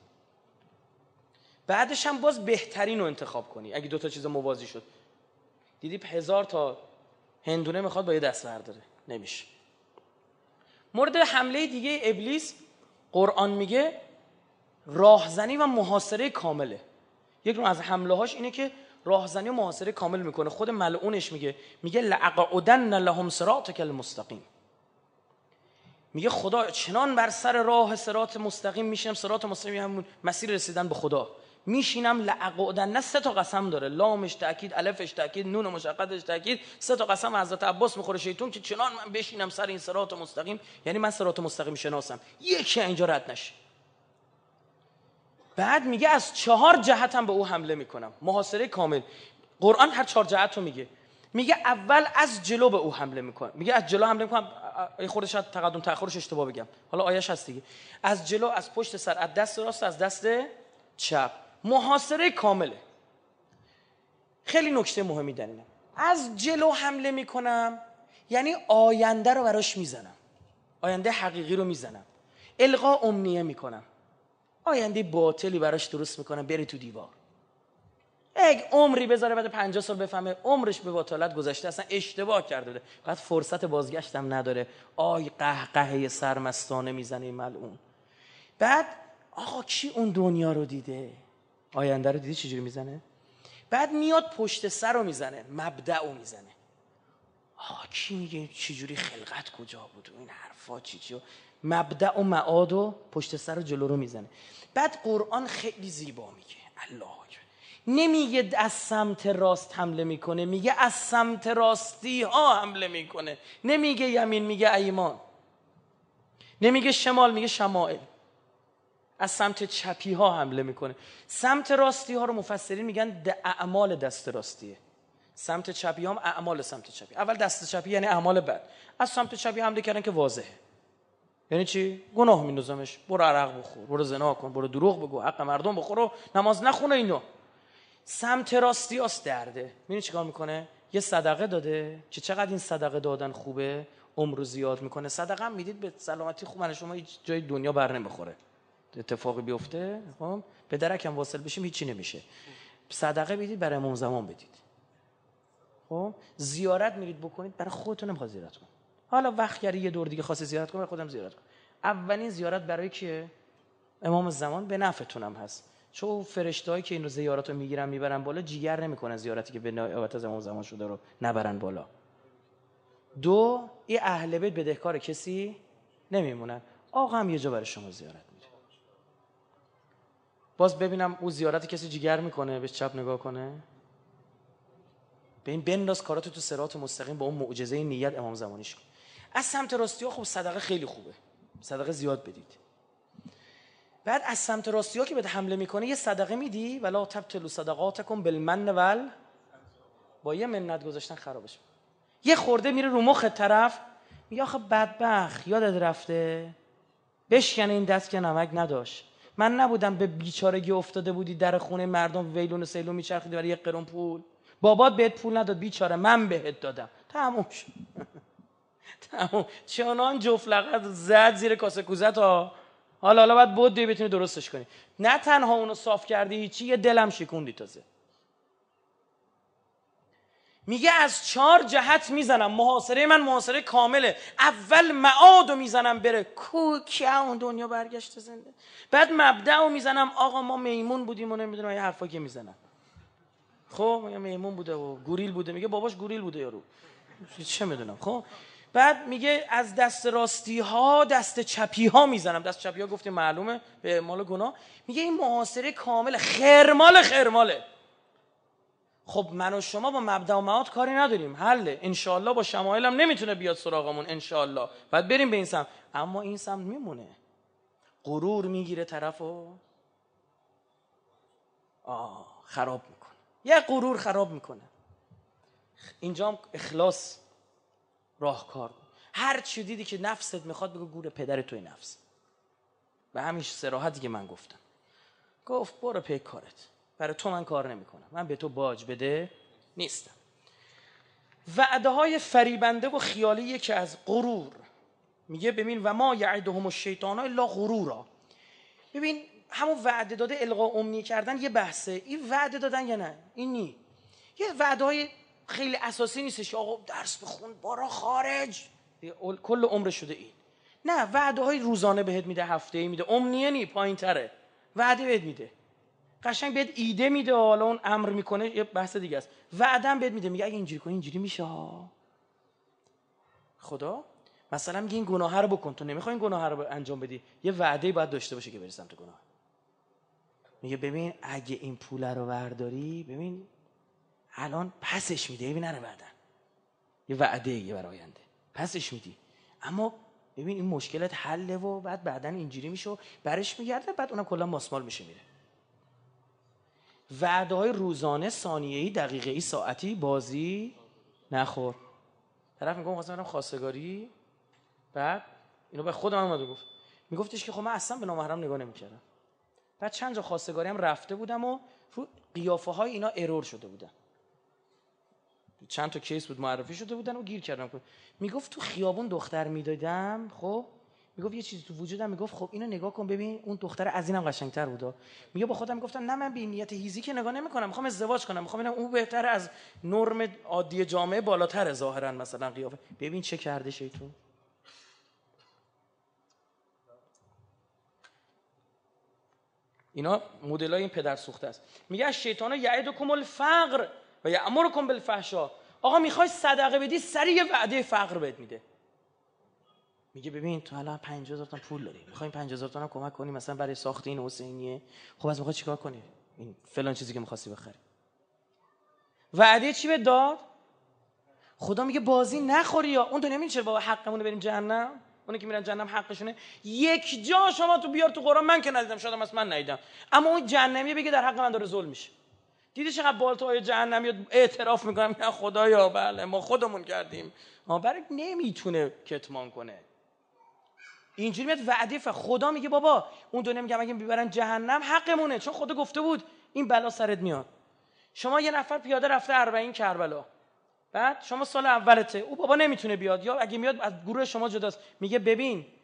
بعدش هم باز بهترین رو انتخاب کنی. اگه 2 تا چیز موازی شد، دیدی 1000 تا هندونه میخواد با یه دست برداره، نمیشه. مورد حمله دیگه ابلیس، قرآن میگه راهزنی و محاصره کامله. یک نوع از حمله هاش اینه که راهزنی و محاصره کامل میکنه. خود ملعونش میگه لأقعدن لهم صراطک المستقیم. میگه خدا چنان بر سر راه صراط مستقیم میشینم، صراط مستقیم همون مسیر رسیدن به خدا، میشینم لأقعدن، نه 3 تا قسم داره، لامش تاکید، الفش تاکید، نون مشققش تاکید، 3 تا قسم حضرت عباس میخوره شیطون که چنان من بشینم سر این صراط مستقیم، یعنی من صراط مستقیم شناسم، یکی اینجا رد نشه. بعد میگه از 4 جهت هم به او حمله میکنم، محاصره کامل. قرآن هر 4 جهت رو میگه اول از جلو به او حمله میکنم، میگه از جلو حمله میکنم، خودش شاید تقدم تأخرش اشتباه بگم، حالا آیش هست دیگه، از جلو، از پشت سر، از دست راست، از دست چپ، محاصره کامله. خیلی نکته مهمی در اینه، از جلو حمله میکنم یعنی آینده رو براش میزنم، آینده حقیقی رو میزنم، القا امنیه میکنم، آینده باطلی براش درست میکنم، بری تو دیوار. یک عمری بذاره بعد 50 سال بفهمه عمرش به باطالت گذشته، اصلا اشتباه کرده، بعد فرصت بازگشتم نداره، آی قهقهه سرمستانه میزنه این ملعون. بعد آقا کی اون دنیا رو دیده، آینده رو دیده چجوری میزنه؟ بعد میاد پشت سر رو میزنه، مبدأ رو میزنه. آقا کی میگه چجوری خلقت کجا بود و این حرفا چی، مبدأ و معاد و پشت سر و جلو رو میزنه. بعد قرآن خیلی زیبا میگه، الله اکبر، نمیگه از سمت راست حمله میکنه، میگه از سمت راستی ها حمله میکنه، نمیگه یمین، میگه ایمان، نمیگه شمال، میگه شمائل، از سمت چپی ها حمله میکنه. سمت راستی ها رو مفسرین میگن اعمال دست راستیه، سمت چپی هم اعمال سمت چپی. اول دست چپی یعنی اعمال بد، از سمت چپی حمله کردن که واضحه، یعنی چی؟ گناه میندازمش، برو عرق بخور، برو زنا کن، برو دروغ بگو، حق مردم بخور و نماز نخونه. اینو سمت راستی است درده. میبینی چیکار میکنه؟ یه صدقه داده که چقدر این صدقه دادن خوبه، عمر رو زیاد میکنه. صدقه هم میدید به سلامتی خوب، من شما هیچ جای دنیا بر نمیخوره، اتفاقی بیفته، خب به درکم واصل بشیم هیچی نمیشه. صدقه بدید برای امام زمان بدید. خب زیارت میرید بکنید برای خودتون، نمیخواد زیارت کنید. حالا وقت گری یه دور دیگه خاص زیارت کنم، برای خودم زیارت کنم. اولین زیارت برای کیه؟ امام زمان. به نفعتونم هست، چون فرشتهایی که این رو زیارت رو میگیرن میبرن بالا جیگر نمیکنن زیارتی که به نیابت از امام زمان شده رو نبرن بالا. دو، این اهل بیت بدهکار کسی نمیمونن. آقا هم یه جا برای شما زیارت میره. باز ببینم اون زیارت کسی جیگر میکنه به چپ نگاه کنه. به این بنداز کاراتو تو صراط مستقیم با اون معجزه نیت امام زمانیش کن. از سمت راستی ها خب صدقه خیلی خوبه، صدقه زیاد بدید. بعد از سمت راستی ها که بهت حمله میکنه یه صدقه میدی، ولا تبطلوا صدقاتکم بالمن ول، با یه منت گذاشتن خرابش. یه خورده میره رو مخ طرف، میگه آخه بدبخت یادت رفته بشکنه این دست که نمک نداشت، من نبودم به بیچارگی افتاده بودی در خونه مردم ویلون و سیلون میچرخیدی برای 1 قرون پول، بابات بهت پول نداد بیچاره، من بهت دادم. تموم شد. تموم. چنان جفت لغت زد زیر کاسه کوزت ها. حالا بعد بودی بتونی درستش کنی. نه تنها اونو صاف کردی هیچی، یه دلم شکوندی تازه. میگه از 4 جهت میزنم، محاصره من محاصره کامله. اول معادو میزنم بره که اون دنیا برگشته زنده. بعد مبدأو میزنم، آقا ما میمون بودیم و نمیدونم یه حرفا که میزنن. خب میگه میمون بوده و گوریل بوده، میگه باباش گوریل بوده یارو، چه میدونم. خب بعد میگه از دست راستی ها دست چپی ها میزنم. دست چپی ها گفتیم معلومه به اعمال گناه. میگه این محاصره کامل خرماله. خب من و شما با مبدأ و معاد کاری نداریم، حله انشالله، با شمایل هم نمیتونه بیاد سراغمون انشالله، بعد بریم به این سمت. اما این سمت میمونه، غرور میگیره طرفو خراب میکنه، یه غرور خراب میکنه. اینجا هم اخلاص راهکار. هر چی دیدی که نفست میخواد بگو گور پدر توی نفس. به همین صراحتی که من گفتم، گفت برو پی کارت، برای تو من کار نمیکنم، من به تو باج بده نیستم. وعده های فریبنده و خیالی که از غرور میگه ببین و ما یعدهم الشیطان الا غرورا. ببین همون وعده داده القا امنی کردن یه بحثه، این وعده دادن یا نه این نی. یه وعده های خیلی اساسی نیستش آقا درس بخون برو خارج کل عمر شده این. نه، وعده های روزانه بهت میده، هفته‌ای میده، امنیه نی پایین تره، وعده بهت میده، قشنگ بهت ایده میده، حالا اون امر میکنه یه بحث دیگه است. وعده هم بهت میده، میگه اگه اینجوری کنی اینجوری میشه ها. خدا مثلا میگه این گناه رو بکن، تو نمیخوای این گناه رو انجام بدی، یه وعده باید داشته باشه که بری سمت گناه. میگه ببین اگه این پول رو برداری ببین الان پسش میده، ببین نره بعدن یه وعده یه برای آینده پسش میدی، اما ببین این مشکلت حله و بعدن اینجوری میشه و برش میگرده، بعد اونم کلا ماسمال میشه میره. وعده های روزانه، ثانیه‌ای، دقیقه‌ای، ساعتی بازی نخور. طرف میگم واسه منم خواستگاری، بعد اینو به خودم اومد گفت، میگفتش که خب من اصلا به نامحرم نگاه نمی‌کردم. بعد چند جا خواستگاری هم رفته بودم و رو قیافه های اینا ارور شده بودن، چند تا کیس بود معرفی شده بودن و گیر کردم. میگفت تو خیابون دختر میدادم، خب میگفت یه چیزی تو وجودم میگفت خب اینو نگاه کن ببین اون دختر از اینم قشنگتر بودا. میگه با خودم میگفتم نه من به نیت هیزی که نگاه نمیکنم، میخوام ازدواج کنم، میخوام ببینم اون بهتره از نرم عادی جامعه بالاتره ظاهرا مثلا قیافه. ببین چه کرده شیطون. اینا مدلای این پدر سوخته است. میگه شیطان یعدکم الفقر و یأمرکم بالفحشاء. آقا میخوای صدقه بدی سریع یه وعده فقر بهت میده. میگه ببین تو الان 50000 تومان پول داری، میخوایم 50000 تومان کمک کنی مثلا برای ساخت این حسینیه، خب از میخوای چیکار کنی؟ این فلان چیزی که می‌خواستی بخری. وعده چی بهت داد؟ خدا میگه بازی نخوری، یا اون تو نمی‌دونی چرا بابا حقمون بریم جهنم؟ اونی که میرن جهنم حقشونه. یک جا شما تو بیار تو قرآن، من که ندیدم، شاید هم من ندیدم، اما اون جهنمیه بگه در حق من داره ظلم میشه. دیدی چقدر بالاتوهای جهنمی اعتراف میکنم یا خدایا بله ما خودمون کردیم، برای نمیتونه کتمان کنه. اینجوری میاد وعده خدا میگه بابا اون دنیا میگم اگه ببرن جهنم حقمونه، چون خدا گفته بود این بلا سرت میاد. شما یه نفر پیاده رفته 40 کربلا، بعد شما سال اولته، او بابا نمیتونه بیاد یا اگه میاد از گروه شما جداست، میگه ببین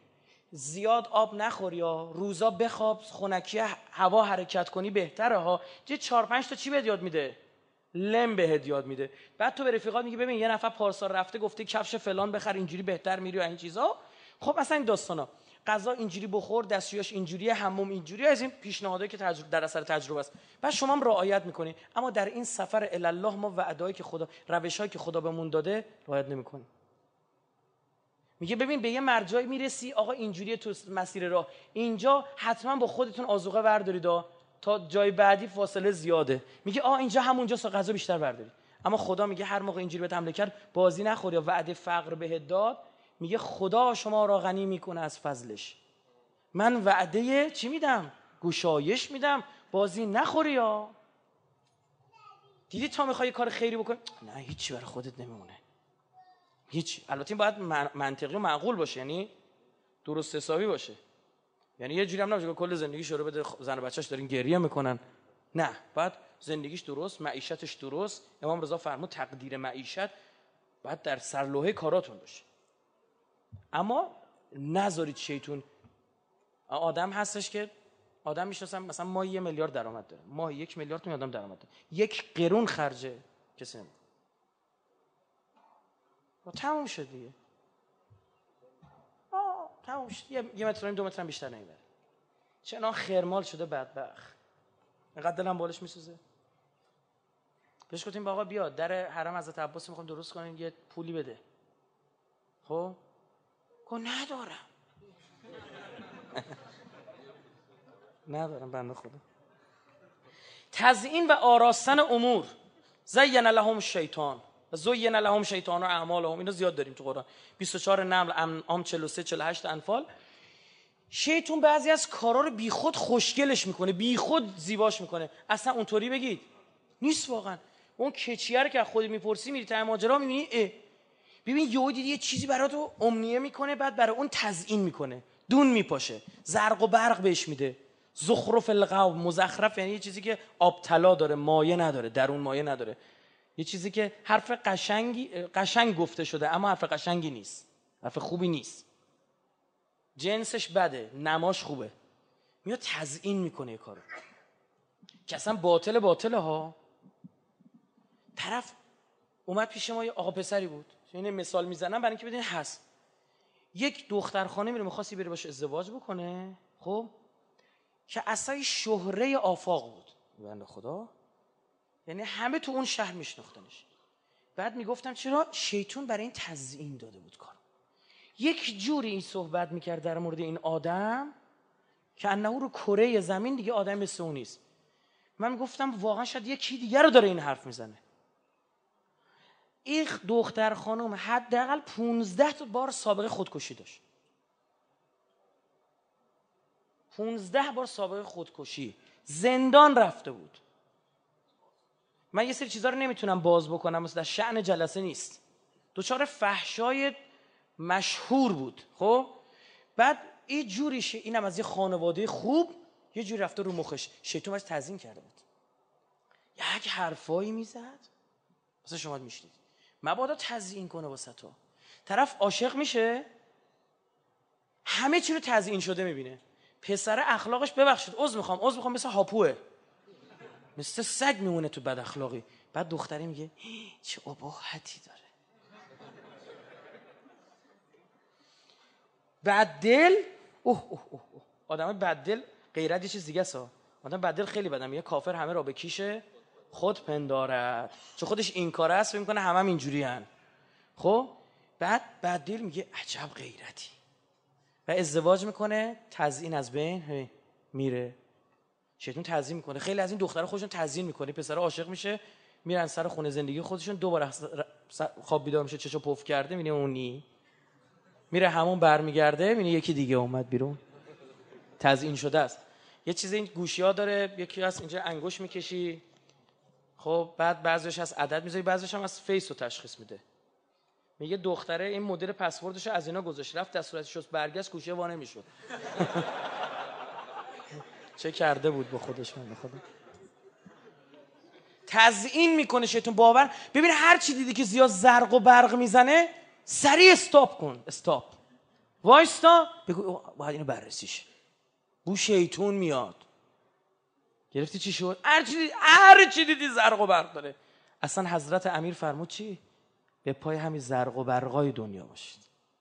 زیاد آب نخور یا روزا بخواب، خنکی هوا حرکت کنی بهتره ها. یه 4-5 تا چی بهت یاد میده؟ لم بهت یاد میده. بعد تو به رفیقات میگی ببین یه نفر پارسال رفته گفته کفش فلان بخر اینجوری بهتر میری و این چیزا. خب مثلا این داستانا، غذا اینجوری بخور، دستشویش اینجوریه، حموم اینجوریه، از این پیشنهادایی که در اثر تجربه است. بعد شما هم رعایت میکنی، اما در این سفر الی الله ما وعدهایی که خدا، روشایی که خدا بهمون داده رعایت نمیکنیم. میگه ببین به یه مرجعی میرسی آقا اینجوریه تو مسیر راه، اینجا حتما با خودتون آذوقه بردارید تا جای بعدی فاصله زیاده. میگه اینجا همونجا غذا بیشتر بردارید. اما خدا میگه هر موقع اینجوری بهت حمله کرد بازی نخور یا وعده فقر بهت داد، میگه خدا شما را غنی میکنه از فضلش. من وعده چی میدم؟ گشایش میدم، بازی نخوری یا دیدی تا میخوای کار خیری بکنی نه هیچی برای خودت نمیمونه. هیچ. البته این باید منطقی و معقول باشه، یعنی درست حسابی باشه. یعنی یه جوری هم نباشه که کل زندگیش رو بده زن و بچه‌اش دارین گریه میکنن. نه، باید زندگیش درست، معیشتش درست. امام رضا فرمود تقدیر معیشت باید در سرلوحه کاراتون باشه. اما نذارید شیطون. آدم هستش که آدم میشناسم مثلا ماهی 1 میلیارد درآمد داره، ماهی 1 میلیارد تومان آدم درآمد داره، 1 قرون خرجه کسی نمیکنه. تموم شد دیگه. تموم شد. 1 متر و 2 متر هم بیشتر نمیبره. چنان خرمال شده بدبخت. اینقدر دلم بالش میسوزه. بهش گفتیم آقا بیا در حرم حضرت عباس میخوام درست کنیم، یه پولی بده. خب گفت ندارم. ندارم بنده خدا. تزیین و آراستن امور. زین لهم شیطان و زین لهم شیطان و اعمالهم. اینو زیاد داریم تو قرآن. 24 نمل، انعام 43، 48 انفال. شیطان بعضی از کارا رو بیخود خوشگلش میکنه، بیخود زیباش میکنه. اصلا اونطوری بگید نیست واقعا. اون کچیه رو که از خودت میپرسی میری تا ماجرا میبینی ببین یهو دیدی یه چیزی براتو امنیه میکنه، بعد برای اون تزیین میکنه، دون میپاشه، زرق و برق بهش میده. زخرف القول، مزخرف یعنی یه چیزی که آب طلا داره، مایه نداره، درون مایه نداره. یه چیزی که حرف قشنگ گفته شده اما حرف قشنگی نیست، حرف خوبی نیست، جنسش بده، نماش خوبه، میاد تزیین میکنه یه کارو که اصلا باطله ها. طرف اومد پیش ما، یه آقا پسری بود، این مثال میزنم برای اینکه بدین هست. یک دخترخانه میره می‌خواستی بره باشه ازدواج بکنه، خب که اصلا شهره آفاق بود بنده خدا، یعنی همه تو اون شهر میشناختنش. بعد میگفتم چرا؟ شیطان برای این تزیین داده بود کارو. یک جوری این صحبت میکرد در مورد این آدم که انه رو کره زمین دیگه آدم مثل اون نیست. من میگفتم واقعا شاید یکی دیگه رو داره این حرف میزنه. این دختر خانم حداقل 15 بار سابقه خودکشی داشت. 15 بار سابقه خودکشی، زندان رفته بود. من یه سری چیزا رو نمیتونم باز بکنم، مثلا در شأن جلسه نیست. دوچار فحشای مشهور بود. خب بعد این جوری اینم از یه خانواده خوب یه جوری رفته رو مخش، شیطان ازش تزیین کرده بود. یک حرفایی میزد مثلا شما میشنید، مبادا تزیین کنه واسه تو. طرف عاشق میشه، همه چی رو تزیین شده میبینه. پسر اخلاقش ببخشید عذر میخوام مثل هاپوه، مثل سگ میمونه تو بد اخلاقی. بعد دختری میگه چه اباحتی داره. بعد دل آدم بد دل غیرت یه چیز دیگه است. آدم بد دل خیلی بدم میگه کافر همه را به کیش خود پندارد، چون خودش این کاره است فکر میکنه همه اینجوریان. خب بعد بد دل میگه عجب غیرتی و ازدواج میکنه، تزیین از بین میره. شیطان تزیین میکنه. خیلی از این دخترها خودشون تزیین میکنه، پسرها عاشق میشه میرن سر خونه زندگی خودشون، دوباره خواب بیدار میشه چشو پف کرده میبینه اونی، میره همون برمیگرده میبینه یکی دیگه اومد بیرون، تزیین شده است. یه چیز این گوشی‌ها داره، یکی از اینجا انگوش میکشی، خب بعد بعضیش از عدد میذاری، بعضیش هم از فیس رو تشخیص میده. میگه دختره این مدل پسوردش از اینا گذاشت، رفت دستوراتش شست برگشت گوشی وا نمیشد. چه کرده بود با خودش من خدا. تزیین میکنه شیطان. باور ببین هر چی دیدی که زیاد زرق و برق میزنه سریع استاپ کن، استاپ. وایستا بگو باید اینو بررسیش، بو شیطون میاد. گرفتی چی شد؟ هر چی دیدی زرق و برق داره. اصلا حضرت امیر فرمود چی؟ به پای همین زرق و برقای دنیا باشید،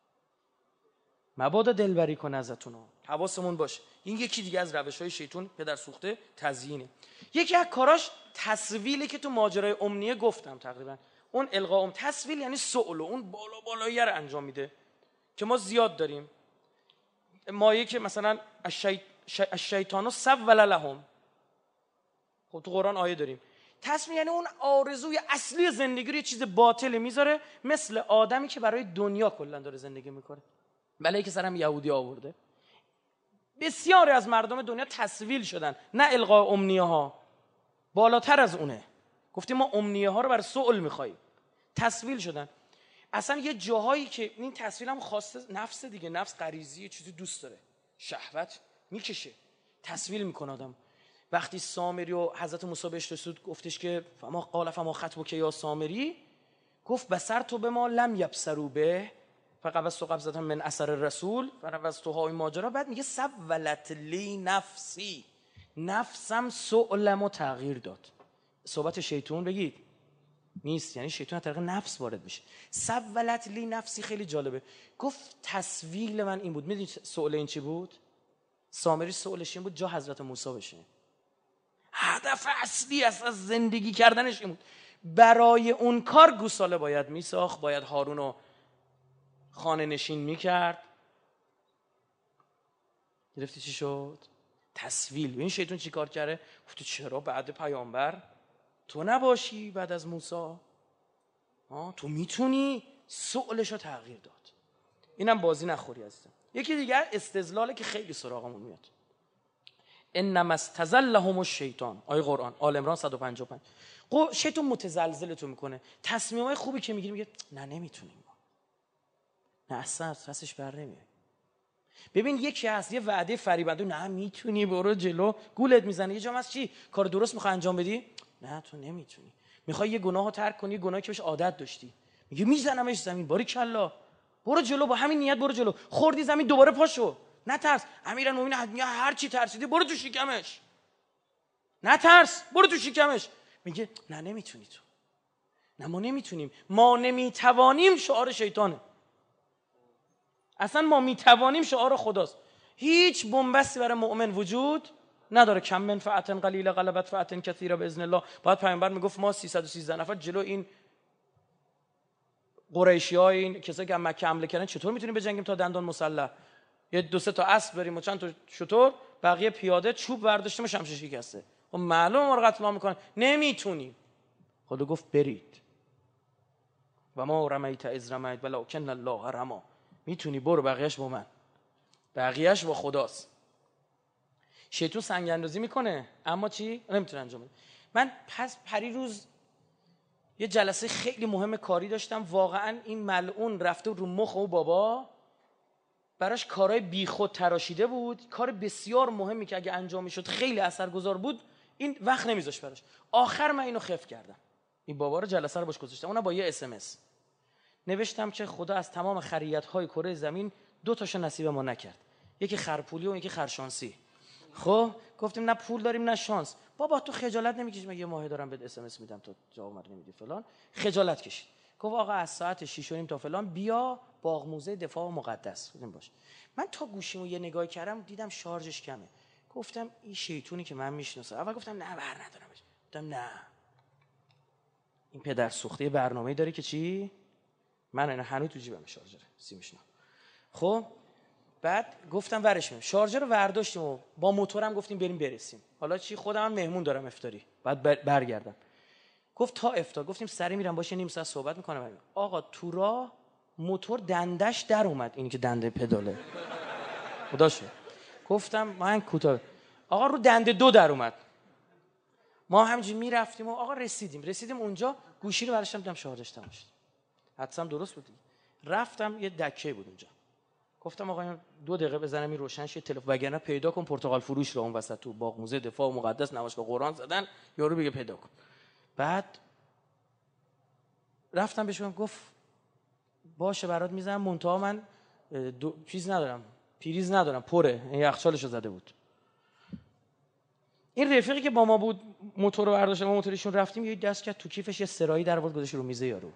مبادا دلبری کنه ازتون. حواسمون باشه. این یکی دیگه از روش‌های شیطان پدر سوخته تزیینه. یکی از کاراش تصویلی که تو ماجرای امنیه گفتم تقریبا، اون القاء تصویل یعنی سؤال، اون بالا بالایی رو انجام میده که ما زیاد داریم. مایه که مثلا الشیطان سول لهم، خب تو قرآن آیه داریم. تصویر یعنی اون آرزوی اصلی زندگی رو یه چیز باطل میذاره، مثل آدمی که برای دنیا کلا داره زندگی میکنه. بلایی که سرم یهودی آورده. بسیاری از مردم دنیا تسویل شدن، نه القاء امنیه ها، بالاتر از اونه. گفتیم ما امنیه ها رو برای سؤال میخواییم، تسویل شدن. اصلا یه جاهایی که این تسویل هم خواسته نفس دیگه، نفس غریزی چیزی دوست داره، شهوت میکشه، تسویل میکنه آدم. وقتی سامری و حضرت موسی بهش رسید گفتش که فما خطبک یا سامری، گفت بصرت بما لم یبصروا به فقبضت قبضة من اثر الرسول فنبذتها. این ماجرا بعد میگه سولت لی نفسی، نفسم سؤلمو تغییر داد. صحبت شیطان بگید نیست، یعنی شیطان از طریق نفس وارد میشه. سولت لی نفسی خیلی جالبه. گفت تسویل من این بود. میدونید سؤال این چی بود؟ سامری سؤالش این بود جا حضرت موسی بشه. هدف اصلی از زندگی کردنش این بود. برای اون کار گوساله باید میساخت، باید هارون رو خانه نشین میکرد. گرفتی چی شد؟ تسویل. این شیطان چی کار کرده؟ گفت چرا بعد پیامبر تو نباشی بعد از موسی؟ تو میتونی. سؤالش رو تغییر داد. اینم بازی نخوری هستم. یکی دیگر استدلاله که خیلی سراغمون میاد. انما استزلهم الشیطان، آیه قرآن آل عمران 155. شیطان متزلزلتون میکنه. تصمیمای خوبی که میگیری میگه نه نمیتونیم، نه اصلا راستش بر نمیاد. ببین یکی هست یه وعده فریبنده، نه میتونی برو جلو، گولت میزنه. یه جام از چی کار درست میخوای انجام بدی، نه تو نمیتونی. میخوای یه گناهو ترک کنی، گناهی که بهش عادت داشتی، میگه میزنمش زمین، باری کلا برو جلو، با همین نیت برو جلو. خوردی زمین دوباره پاشو، نترس. امیرالمومنین میگه هر چی ترسیدی برو تو شکمش، نترس برو تو شکمش. میگه نه نمیتونی تو، نه ما نمیتونیم، ما نمیتوانیم. شعار شیطانه. اصلا ما میتوانیم شعار خداست. هیچ بنبستی برای مؤمن وجود نداره. کم من فئة قلیله غلبت فئة کثیره باذن الله. بعد پیامبر میگفت ما 313 نفر جلو این قریشی‌ها، این کسایی که مکه حمله کردن، چطور میتونیم بجنگیم تا دندان مسلح؟ یه دو سه تا اسب بریم و چند تا شتر، بقیه پیاده، چوب برداشتیم و شمشیر شکسته. خب معلومه ما رو قتل عام میکنن. نمیتونیم. خدا گفت برید. و ما رمیت اذ رمیت ولکن الله رمی. میتونی برو، بقیه‌اش با من، بقیه‌اش با خداست. شیطان سنگ اندازی میکنه اما چی نمیتونه انجام بده. من پری روز یه جلسه خیلی مهم کاری داشتم. واقعا این ملعون رفته رو مخ و بابا، براش کارهای بیخود تراشیده بود، کار بسیار مهمی که اگه انجام میشد خیلی اثرگذار بود، این وقت نمیذاشت براش. آخر من اینو خف کردم. این بابا رو جلسه رو باش گذاشتم، اونم با یه SMS نوشتم که خدا از تمام خریت‌های کره زمین 2 تاشو نصیب ما نکرد، یکی خرپولی و یکی خرشانسی. خب گفتیم نه پول داریم نه شانس. بابا تو خجالت نمیکشی؟ من یه ماه دارم بهت SMS میدم تو جواب نمیدی فلان. خجالت کشید. گفت آقا از ساعت 6 و نیم تا فلان بیا باغ موزه دفاع مقدس بودیم باش. من تا گوشیمو یه نگاه کردم دیدم شارژش کمه. گفتم این شیطونی که من میشناسم. اول گفتم نه بر ندارمش. گفتم نه این پدر سوخته برنامه‌ای داره که چی؟ من اینا هنوز تو جیبم شارژر سیمش نه. خب بعد گفتم ورش میام. شارژر رو برداشتیم و با موتورم گفتیم بریم برسیم. حالا چی خودم مهمون دارم افطاری بعد برگردم. گفت تا افطار. گفتیم سری میرم باشه نیم ساعت صحبت میکنم. آقا تو راه موتور دندش در اومد، اینی که دنده پداله خداشه. گفتم من کوتاه. آقا رو دنده 2 در اومد. ما همینجوری میرفتیم و آقا رسیدیم اونجا گوشی رو برداشتم دیدم شارژش تموم شد. حدسم درست بود. رفتم یه دکه بود اونجا. گفتم آقا 2 دقیقه بزنم این روشن شه تلفن، وگرنه پیدا کن پرتقال فروش رو اون وسط تو باغ موزه دفاع مقدس نمایشگاه قرآن زدن، یارو بگه پیدا کن. بعد رفتم بهش گفتم، گفت باشه برات میزنم، منتها من چیز ندارم، پریز ندارم، پره، یخچالشو زده بود. این رفیقی که با ما بود موتور رو برداشت، ما موتورشون رفتیم، یه دست کرد تو کیفش، یه سرایی در آورد گذاشت رو میز یارو.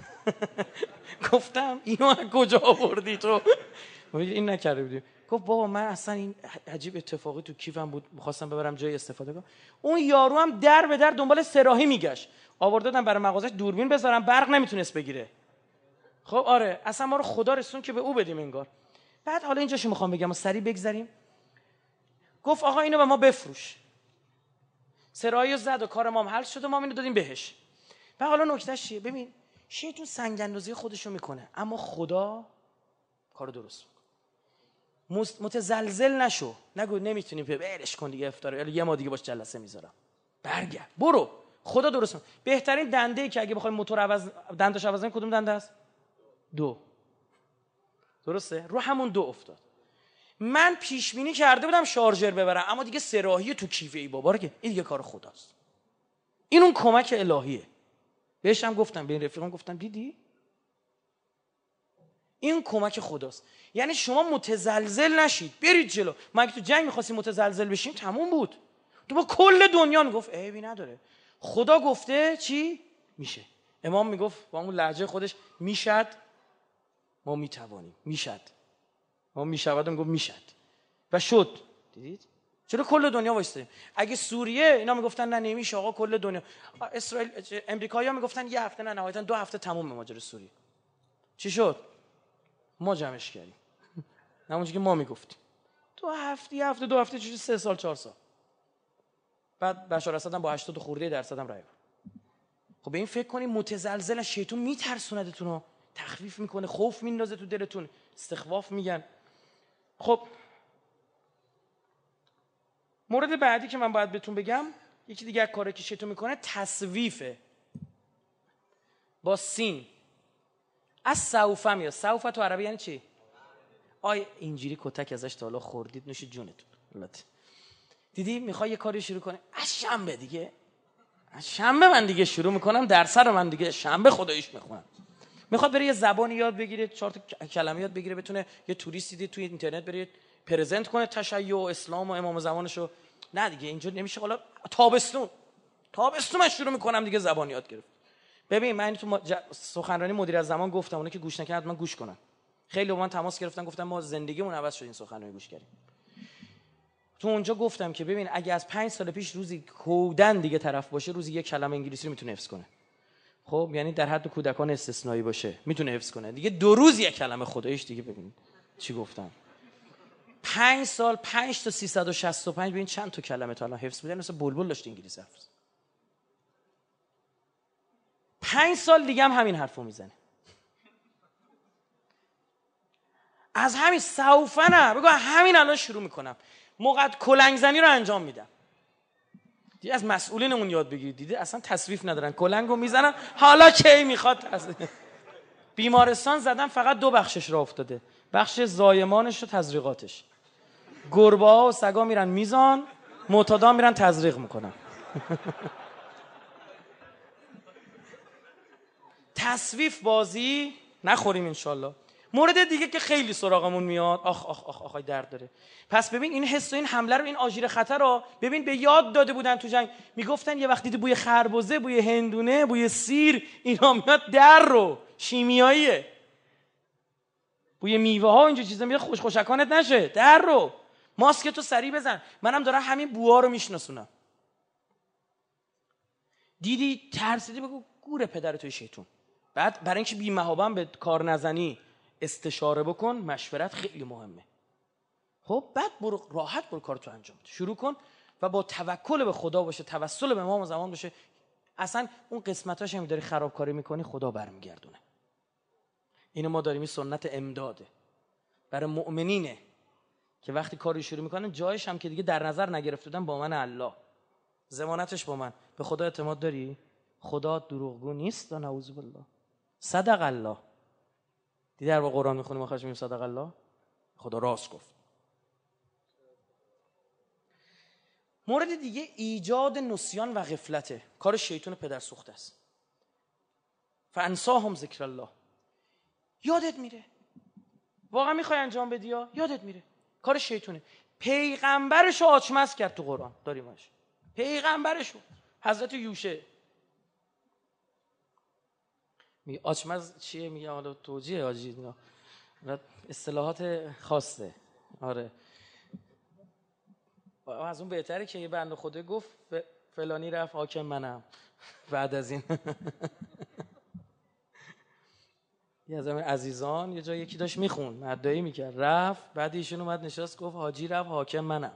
گفتم اینو از کجا آوردی تو؟ این نکرده بودیم. گفت بابا من اصلا این عجیب اتفاقی تو کیفم بود، می‌خواستم ببرم جای استفاده کنم. اون یارو هم در به در دنبال سراحی میگشت. آوردادم برای مغازش دوربین بذارم، برق نمیتونست بگیره. خب آره، اصلا ما رو خدا رسون که به او بدیم انگار. بعد حالا اینجاشو میخوام بگم و سریع بگذریم. گفت آقا اینو به ما بفروش. سراحیو زد و کار ما هم حل شد و ما اینو دادیم بهش. بعد حالا نکتهش چیه؟ ببین شیطون سنگ اندازی خودشو میکنه، اما خدا کارو درست میکنه. متزلزل نشو، نگو نمیتونی ولش کن دیگه افطار، یه ما دیگه باش جلسه میذارم. برگرد، برو، خدا درست میکنه. بهترین دنده‌ای که اگه بخوای موتور دندش عوض کنی کدوم دنده است؟ 2. درسته؟ رو همون 2 افتاد. من پیش بینی کرده بودم شارژر ببرم، اما دیگه سراحی تو کیفه ای بابا رو که این دیگه کار خداست. این اون کمک الهیه. بهش هم گفتم، به این رفیقم گفتم دیدی؟ این کمک خداست. یعنی شما متزلزل نشید، برید جلو. ما اگه تو جنگ می‌خواستیم متزلزل بشیم تموم بود. تو با کل دنیا میگفت عیبی نداره. خدا گفته چی؟ میشه. امام میگفت با اون لهجه خودش میشد، ما میتوانیم. میشد. ما میشود میگفت میشد. و شد. دیدید؟ چرا کل دنیا وایسادیم؟ اگه سوریه اینا میگفتن نه نمیشه آقا کل دنیا. اسرائیل امریکایی‌ها میگفتن یه هفته، نه نهایتا 2 هفته تموم ماجرا سوریه. چی شد؟ ما جمعش کردیم. همونجوری که ما میگفتیم. 2 هفته 2 هفته چه 3 سال 4 سال. بعد بشار اسد هم با 80 خورده درصد هم رای برد. خب به این فکر کنیم متزلزل شیطان میترسوندتون رو، تخفیف میکنه، خوف میندازه تو دلتون، استخفاف میگن. خب مورد بعدی که من باید بهتون بگم، یکی دیگه کاری که شیطان میکنه تصویفه. با سین از سوفه میاد. سوفه تو عربی یعنی چی؟ آی اینجوری کتک ازش تا حالا خوردید نوش جونتون. البته دیدی میخوای یه کاری شروع کنه، از شنبه دیگه، از شنبه من دیگه شروع میکنم درس رو من دیگه شنبه خداییش میخونم. میخواد بره یه زبانی یاد بگیره، 4 تا کلمه یاد بگیره، بتونه یه توریستی دید توی اینترنت بره پرزنت کنه تشیع و اسلام و امام زمانشو. نه دیگه اینجوری نمیشه. حالا تابستون من شروع میکنم دیگه زبان یاد گرفت. ببین من تو سخنرانی مدیر از زمان گفتم، اونا که گوش نکردن من گوش کنن. خیلی با من تماس گرفتن گفتن ما زندگیمون عوض شد این سخنرانی گوش کردیم. تو اونجا گفتم که ببین اگه از 5 سال پیش روزی کودن دیگه طرف باشه، روزی یک کلمه انگلیسی رو میتونه حفظ کنه. خب یعنی در حد کودکان استثنایی باشه میتونه حفظ کنه. دیگه 2 روز یک کلمه خداییش دیگه. ببین چی گفتم. 5 سال 5 تا 365 ببین چند تا کلمه تا الان حفظ بودن، مثل بلبل داشت انگلیسی حفظ. 5 سال دیگه هم همین حرفو میزنه. از همین سوفه نه بگو همین الان شروع میکنم، موقع کلنگ زنی رو انجام میدم. دیگه از مسئولینمون یاد بگیرید. دیدی اصلا تصویف ندارن، کلنگو میزنن حالا کی میخواد. بیمارستان زدن فقط 2 بخشش را افتاده، بخش زایمانش و تزریقاتش. گربه ها و سگا میرن میزان، معتادا میرن تزریق میکنن. تصویف بازی نخوریم انشالله. مورد دیگه که خیلی سراغمون میاد، آخ درد داره. پس ببین این حس و این حمله رو، این آژیر خطر رو ببین به یاد داده بودن تو جنگ. میگفتن یه وقتی بوی خربزه، بوی هندونه، بوی سیر اینا میاد در رو شیمیاییه. بوی میوه ها اینجور چیزا میاد خوشکانت نشه، در رو ماسک تو سریع بزن. منم دارم همین بوها رو میشناسونم. دیدی ترسیدی بگو گور پدر توی شیطون. بعد برای اینکه بی محابا به کار نزنی استشاره بکن، مشورت خیلی مهمه. خب بعد برو راحت برو کارتو انجام بده، شروع کن و با توکل به خدا باشه، توسل به امام زمان باشه. اصلا اون قسمتاش هم داری خرابکاری میکنی خدا برمیگردونه. اینو ما داریم، این سنت امداده برای مؤمنینه که وقتی کاری شروع میکنن جایش هم که دیگه در نظر نگرفته بودن با من الله، ضمانتش با من. به خدا اعتماد داری؟ خدا دروغگو نیست و نعوذ بالله. صدق الله. دیدی در قرآن میخونیم ما خواهش میگیم صدق الله، خدا راست گفت. مورد دیگه ایجاد نسیان و غفلته، کار شیطان پدر سوخته است. فانساهم ذکر الله، یادت میره واقعا میخوای انجام بدی یا یادت میره. کار شیطونه. پیغمبرشو آچمز کرد تو قرآن داریمش. پیغمبرشو حضرت یوشع. می آچمز چیه میگه؟ حالا توجیه حاجی اینا اصطلاحات خاصه. آره از اون بهتره که یه بنده خدا گفت فلانی رفت حاکم منم بعد از این. یه از عزیزان یه جایی یکی داشت میخون مدعی میکرد رفت بعد ایشون اومد نشست گفت حاجی رفت حاکم منم.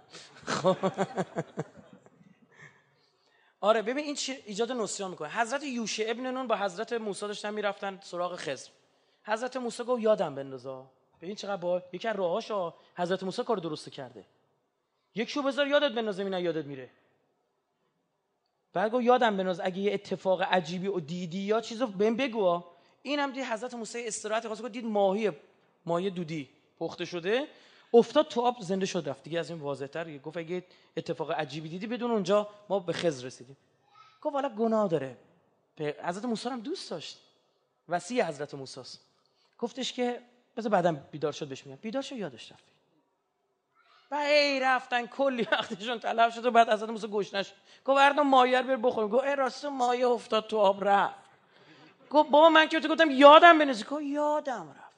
آره ببین این چی ایجاد نسیان میکنه. حضرت یوشع ابن نون با حضرت موسی داشتن میرفتن سراغ خضر. حضرت موسی گفت یادم بندازا. ببین چقدر با یکی از راهاشو حضرت موسی کار درست کرده. یکیو بذار یادت بندازه اینا یادت میره. بعد گفت یادم بنداز اگه یه اتفاق عجیبی و دیدی یا چیزو بهم بگو. اینم دید حضرت موسی استراحت خواست دید ماهی دودی پخته شده افتاد تو آب زنده شد رفت. دیگه از این واضح‌تر گفت اگه اتفاق عجیبی دیدی بدون اونجا ما به خضر رسیدیم. گفت والا گناه داره. حضرت موسی هم دوست داشت. وصی حضرت موسی است. گفتش که بذار بعداً بیدار شد بهش میگم. بیدار شد یادش رفت. و ای رفتن کلی وقتشون تلف شد و بعد حضرت موسی گشنش گفت بردار ماهی رو بر بخور. گفت ای راست ماهی افتاد تو آب رفت. گفت بابا من که گفتم یادم بنویسی. گفت یادم رفت.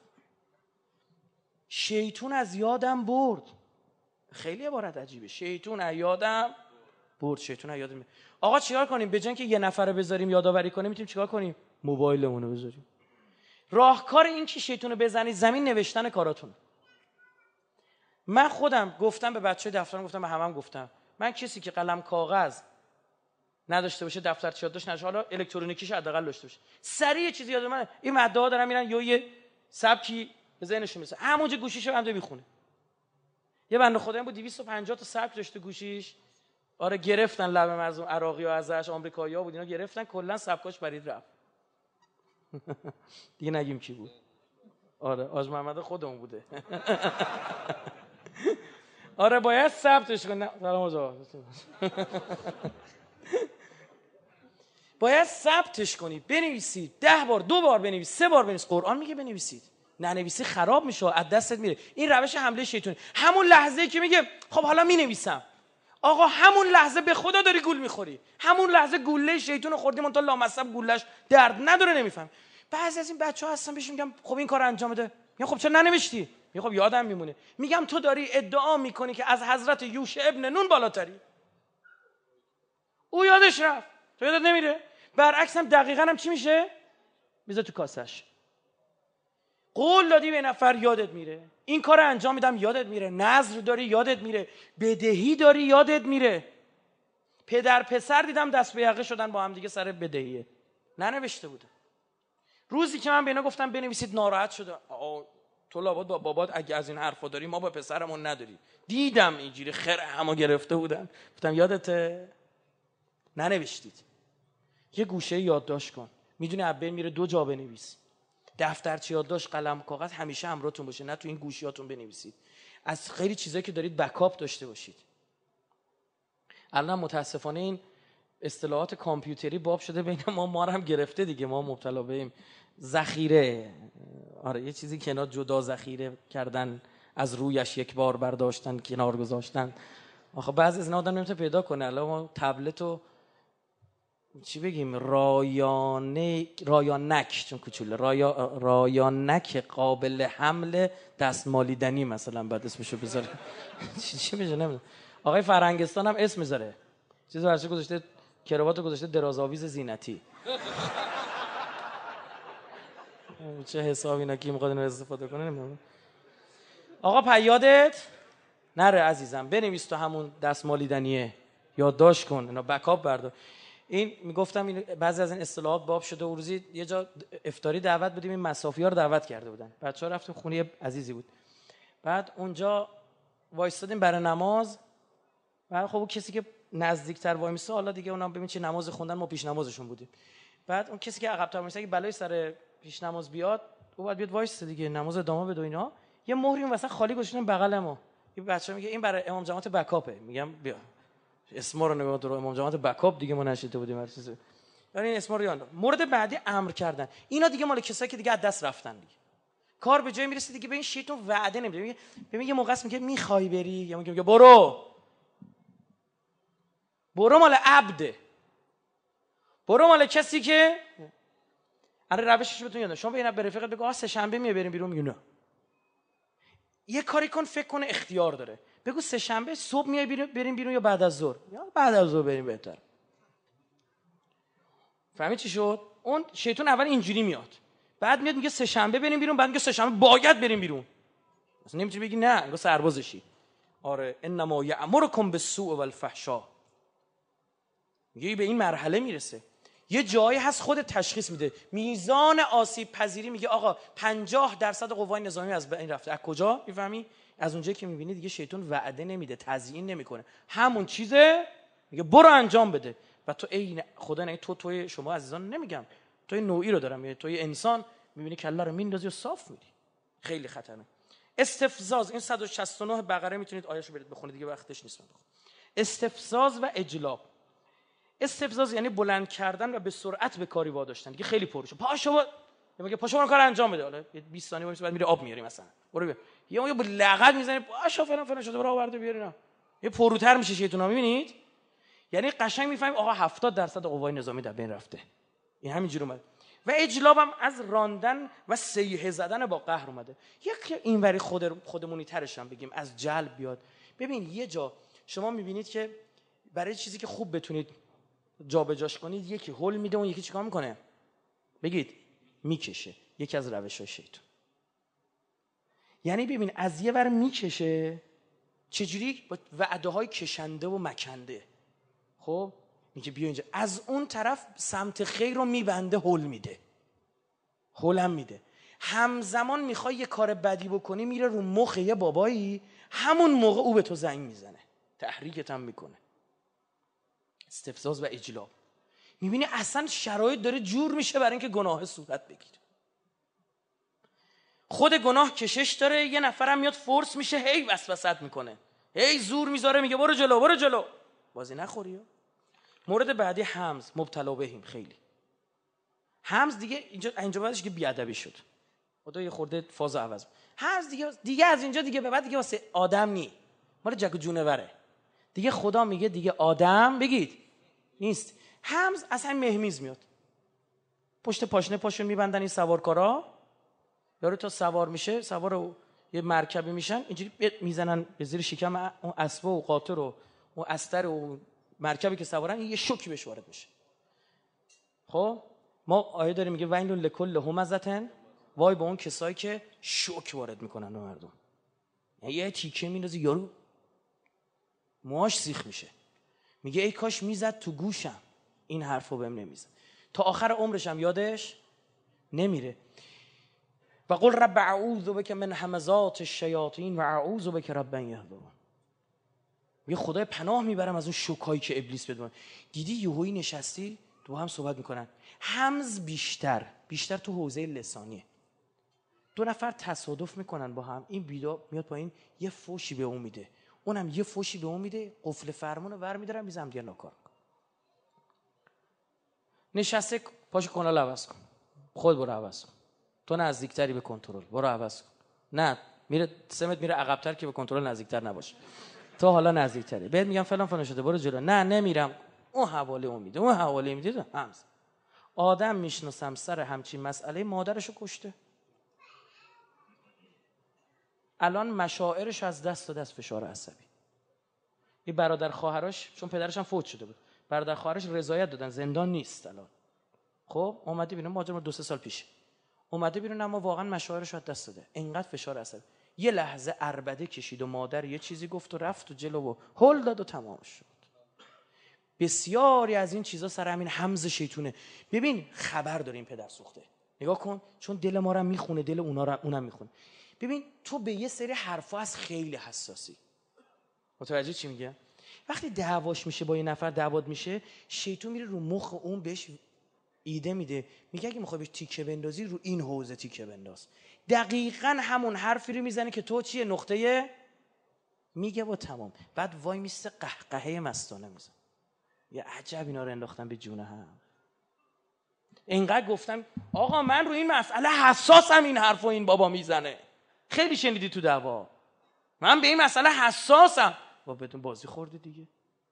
شیطون از یادم برد. خیلی عبارت عجیبه. شیطون از یادم برد. شیطون از یادم. آقا چیکار کنیم؟ به جای اینکه یه نفر رو بذاریم یادآوری کنیم میتونیم چیکار کنیم؟ موبایلمون رو بذاریم. راهکار این که شیطون رو بزنید زمین نوشتن کاراتون. من خودم گفتم به بچه‌های دفترم گفتم به همم گفتم من کسی که قلم کاغذ نداشته باشه دفترچه یادداشت نداشته حالا الکترونیکیش حداقل داشته باشه سریع چیزی یاد من این مدعا دارن میرن یه سبکی به ذهنشون میرسه همونجا گوشیشو هم میخونه. یه بنده خدایی بود 250 تا سبک داشته گوشیش. آره گرفتن لب مظلوم عراقی‌ها ازش آمریکایی‌ها بود اینا گرفتن کلا سبکاش برید رفت. دیگه نگیم کی بود. آره آج محمد خودمون بوده. آره باید ثبتش کنی. سلام آقا. باید ثبتش کنی بنویسید 10 بار 2 بار بنویس 3 بار بنویس. قرآن میگه بنویسید. ننویسی خراب میشه از دستت میره. این روش حمله شیطان. همون لحظه‌ای که میگه خب حالا مینویسم آقا همون لحظه به خدا داری گول میخوری. همون لحظه گوله شیطان خوردیم اون تا لامصب گولش درد نداره نمیفهم. بعضی از این بچه‌ها هستن بهش میگم خب این کارو انجام بده. میگم خب چرا ننوشتی؟ میگم خب یادم میمونه. میگم تو داری ادعا میکنی که از حضرت یوشع ابن نون بالاتری. او یادش رفت. تو یادت نمیره؟ برعکس هم دقیقاً هم چی میشه؟ میذاره تو کاسش. قول دادی به نفر یادت میره. این کار انجام میدم یادت میره. نذر داری یادت میره. بدهی داری یادت میره. پدر پسر دیدم دست به یقه شدن با هم دیگه سر بدهیه. ننوشته بوده. روزی که من به اینا گفتم بنویسید ناراحت شده. تو لابد با بابات اگه از این حرفا داری ما با پسرمون نداری. دیدم اینجوری خره همو گرفته بودن. گفتم یادته؟ ننوشتید. یه گوشه یادداشت کن. میدونی ابل میره 2 جا بنویس. دفترچه یادداشت قلم کاغذ همیشه همراهتون باشه نه تو این گوشیاتون بنویسید. از خیلی چیزایی که دارید بکاپ داشته باشید. الان متاسفانه این اصطلاحات کامپیوتری باب شده بین ما رو هم گرفته دیگه. ما مبتلا به این ذخیره. آره یه چیزی کنار جدا ذخیره کردن از رویش یک بار برداشتن کنار گذاشتن. آخه بعضی از اینا آدم نمیتونه پیدا کنه. الان ما تبلت و چی بگیم رایانک چون کوچوله رایانک قابل حمل دستمالیدنی مثلا بعد اسمشو بذاره. چی میشه نمیدونم. آقای فرنگستان هم اسم میذاره. چیز ورشه گذاشته کراواتو گذاشته درازآویز زینتی. چه حساب اینا کی میخواد اینو استفاده کنه نمیدونم. آقا پیادت نره عزیزم بنویس تو همون دستمالیدنیه یادداشت کن اینا بکاپ بردار. این میگفتم این بعضی از این اصطلاحات باب شده و روزی یه جا افطاری دعوت بودیم این مسافی‌ها رو دعوت کرده بودن. بچه‌ها رفتیم خونه عزیزی بود. بعد اونجا وایستادیم برای نماز. بعد خب اون کسی که نزدیکتر وای میسه حالا دیگه اونم ببین چه نماز خوندن ما پیش نمازشون بودیم. بعد اون کسی که عقب‌تر وایسه اگه بلای سر پیش نماز بیاد او باید بیاد وایسه دیگه نماز ادامه بده و اینا. یه مهری اون وسط خالی گذاشتن بغل ما. یه بچه میگه این برای امام جماعت بکاپه. میگم بیا اسما رو نگاه تو امام جماعت بکاپ دیگه ما نشیده بودیم هر چیزی. یعنی این اسما رو یاد. مورد بعدی امر کردن. اینا دیگه مال کسایی که دیگه از دست رفتن دیگه. کار به جای میرسه دیگه به این شیطان وعده نمیده. میگه ببین یه موقع است میگه میخوای بری، یا میگه برو مال عبده، برو مال کسی که آره روشش بهتون یادم. شما به رفیقت بگو سه شنبه میای بریم بیرون، میگه نه. یه کاری کن فکر کنه اختیار داره، بگو سه شنبه صبح میای بریم بیرون یا بعد از ظهر، یا بعد از ظهر بریم بهتر. فهمید چی شد؟ اون شیطان اول اینجوری میاد، بعد میاد میگه سه شنبه بریم بیرون، بعد میگه سه شنبه باید بریم بیرون. اصلا نمیتونی بگی نه، انگار سربازشی. آره انما یأمرکم بالسوء والفحشاء. میگه به این مرحله میرسه. یه جایی هست خود تشخیص میده میزان آسیب پذیری، میگه آقا 50% قوای نظامی از بین رفته. از کجا میفهمی؟ از اونجایی که میبینی دیگه شیطان وعده نمیده، تزیین نمیکنه، همون چیزه میگه برو انجام بده. و تو عین خدا، نه توی شما عزیزان نمیگم، توی نوعی رو دارم، یعنی توی انسان میبینی کله رو میندازی و صاف میری. خیلی خطرناک. استفزاز، این 169 بقره میتونید آیه‌شو برید بخونید دیگه وقتش نیست. استفزاز و اجلاب. استفزاز یعنی بلند کردن و به سرعت به کاری واداشتن. دیگه خیلی پرشو پاشو، میگه پاشو برو کار انجام بده. حالا 20 ثانیه وایس بعد میره آب میاری مثلا، برو بیا. یا با لغت میزنه پاشو فلان شده، برو آورده بیاری. نه یه پروتر میشه شیطونا. میبینید یعنی قشنگ میفهمیم آقا 70% قوای نظامی در بین رفته. این همینجوری اومد. و اجلابم از راندن و سیحه زدن با قهر اومده. یک اینوری خودمونی ترش هم بگیم، از جلب بیاد. ببین یه جا شما میبینید که برای چیزی که خوب بتونید جابجاش کنید، یکی هول میده، اون یکی چیکار میکنه؟ بگید میکشه. یکی از روش‌های شیطان. یعنی ببین از یه ور میکشه، چجوری؟ با وعده‌های کشنده و مکنده. خب میگه بیا اینجا. از اون طرف سمت خیر رو میبنده، هول میده، هولم میده. همزمان میخوای یه کار بدی بکنی، میره رو مخ یه بابایی، همون موقع او به تو زنگ میزنه، تحریکت هم میکنه. استفزاز و اجلاب. میبینی اصلا شرایط داره جور میشه برای اینکه گناه صورت بگیره. خود گناه کشش داره، یه نفرم میاد فورس میشه، هی وسوسه میکنه، هی زور میذاره، میگه برو جلو برو جلو، بازی نخوری. مورد بعدی حمز، مبتلا بهیم. خیلی حمز دیگه اینجا بعدش که بیادبی شد، خدا یه خورده فاز عوض. حمز دیگه از اینجا دیگه به بعد دیگه واسه آدم نی، مال جک و جونوره دیگه. خدا میگه دیگه آدم بگید نیست. حمز اصلا مهمیز میاد، پشت پاشنه پاشون میبندن این سوارکارا، یارو تا سوار میشه، سوار یه مرکبی میشن، اینجوری میزنن به زیر شکم اون اسبه و قاطر و اون استر و مرکبی که سوارن، یه شوکی بهش وارد میشه. خب ما آیه داریم میگه ویل لکل همزه، وای به اون کسایی که شوک وارد میکنن به مردم. یعنی یه تیکه میندازی یارو موهاش سیخ میشه، میگه ای کاش میزد تو گوشم، این حرفو بهم نمیزد، تا آخر عمرش هم یادش نمیره. و قل رب اعوذ بک من همزات الشیاطین و اعوذ بک رب ان یحضرون. میگه خدای پناه میبرم از اون شوکایی که ابلیس بده. دیدی یهویی نشستی تو هم صحبت میکنن. حمز بیشتر تو حوزه لسانیه. دو نفر تصادف میکنن با هم، این بیدا میاد پایین یه فوشی به اون میده، اونم یه فوشی به اون میده، قفل فرمونو ور میدارن میزم دیگه ناکار. نشسته پاشو کانال عوض کن، خود برو عوض کن، تو نزدیکتری به کنترل، برو عوض کن. نه میره سمت میره عقب‌تر که به کنترل نزدیکتر نباشه، تو حالا نزدیکتری. بهت میگم فلان شده برو جلو، نه نمیرم، اون حواله اون میده، اون حواله میده. همز آدم میشناسم سر همچین مسئله مادرشو کشته، الان مشاعرش از دست تا دست فشار عصبی. این برادر خواهرش چون پدرش هم فوت شده بود، برادر خواهرش رضایت دادن زندان نیست الان. خب اومده بیرون، ماجرا 2-3 سال پیش اومده بیرون، اما واقعا مشاعرش از دست داده، انقدر فشار عصبی. یه لحظه عربده کشید و مادر یه چیزی گفت و رفت و جلو و هل داد و تمام شد. بسیاری از این چیزا سر همین حمز شیطونه. ببین خبر داره این پدر سوخته، نگاه کن، چون دل ما رو میخونه، دل اونا رو اونم میخونه. ببین تو به یه سری حرفا از خیلی حساسی. متوجه چی میگه؟ وقتی دعواش میشه با یه نفر، دعوات میشه، شیطون میره رو مخ اون، بهش ایده میده، میگه اگه میخوای بهش تیکه بندازی رو این حوزه تیکه بنداز. دقیقاً همون حرفی رو میزنه که تو چیه نقطه میگه و تمام. بعد وای میسته قهقهه مستانه میزنه. یه عجب اینا رو انداختن به جون هم. اینقدر گفتم آقا من روی این مسئله حساسم، این حرفو این بابا میزنه. خیلی شنیدی تو دعوا من به این مسئله حساسم. با بهتون بازی خورده دیگه.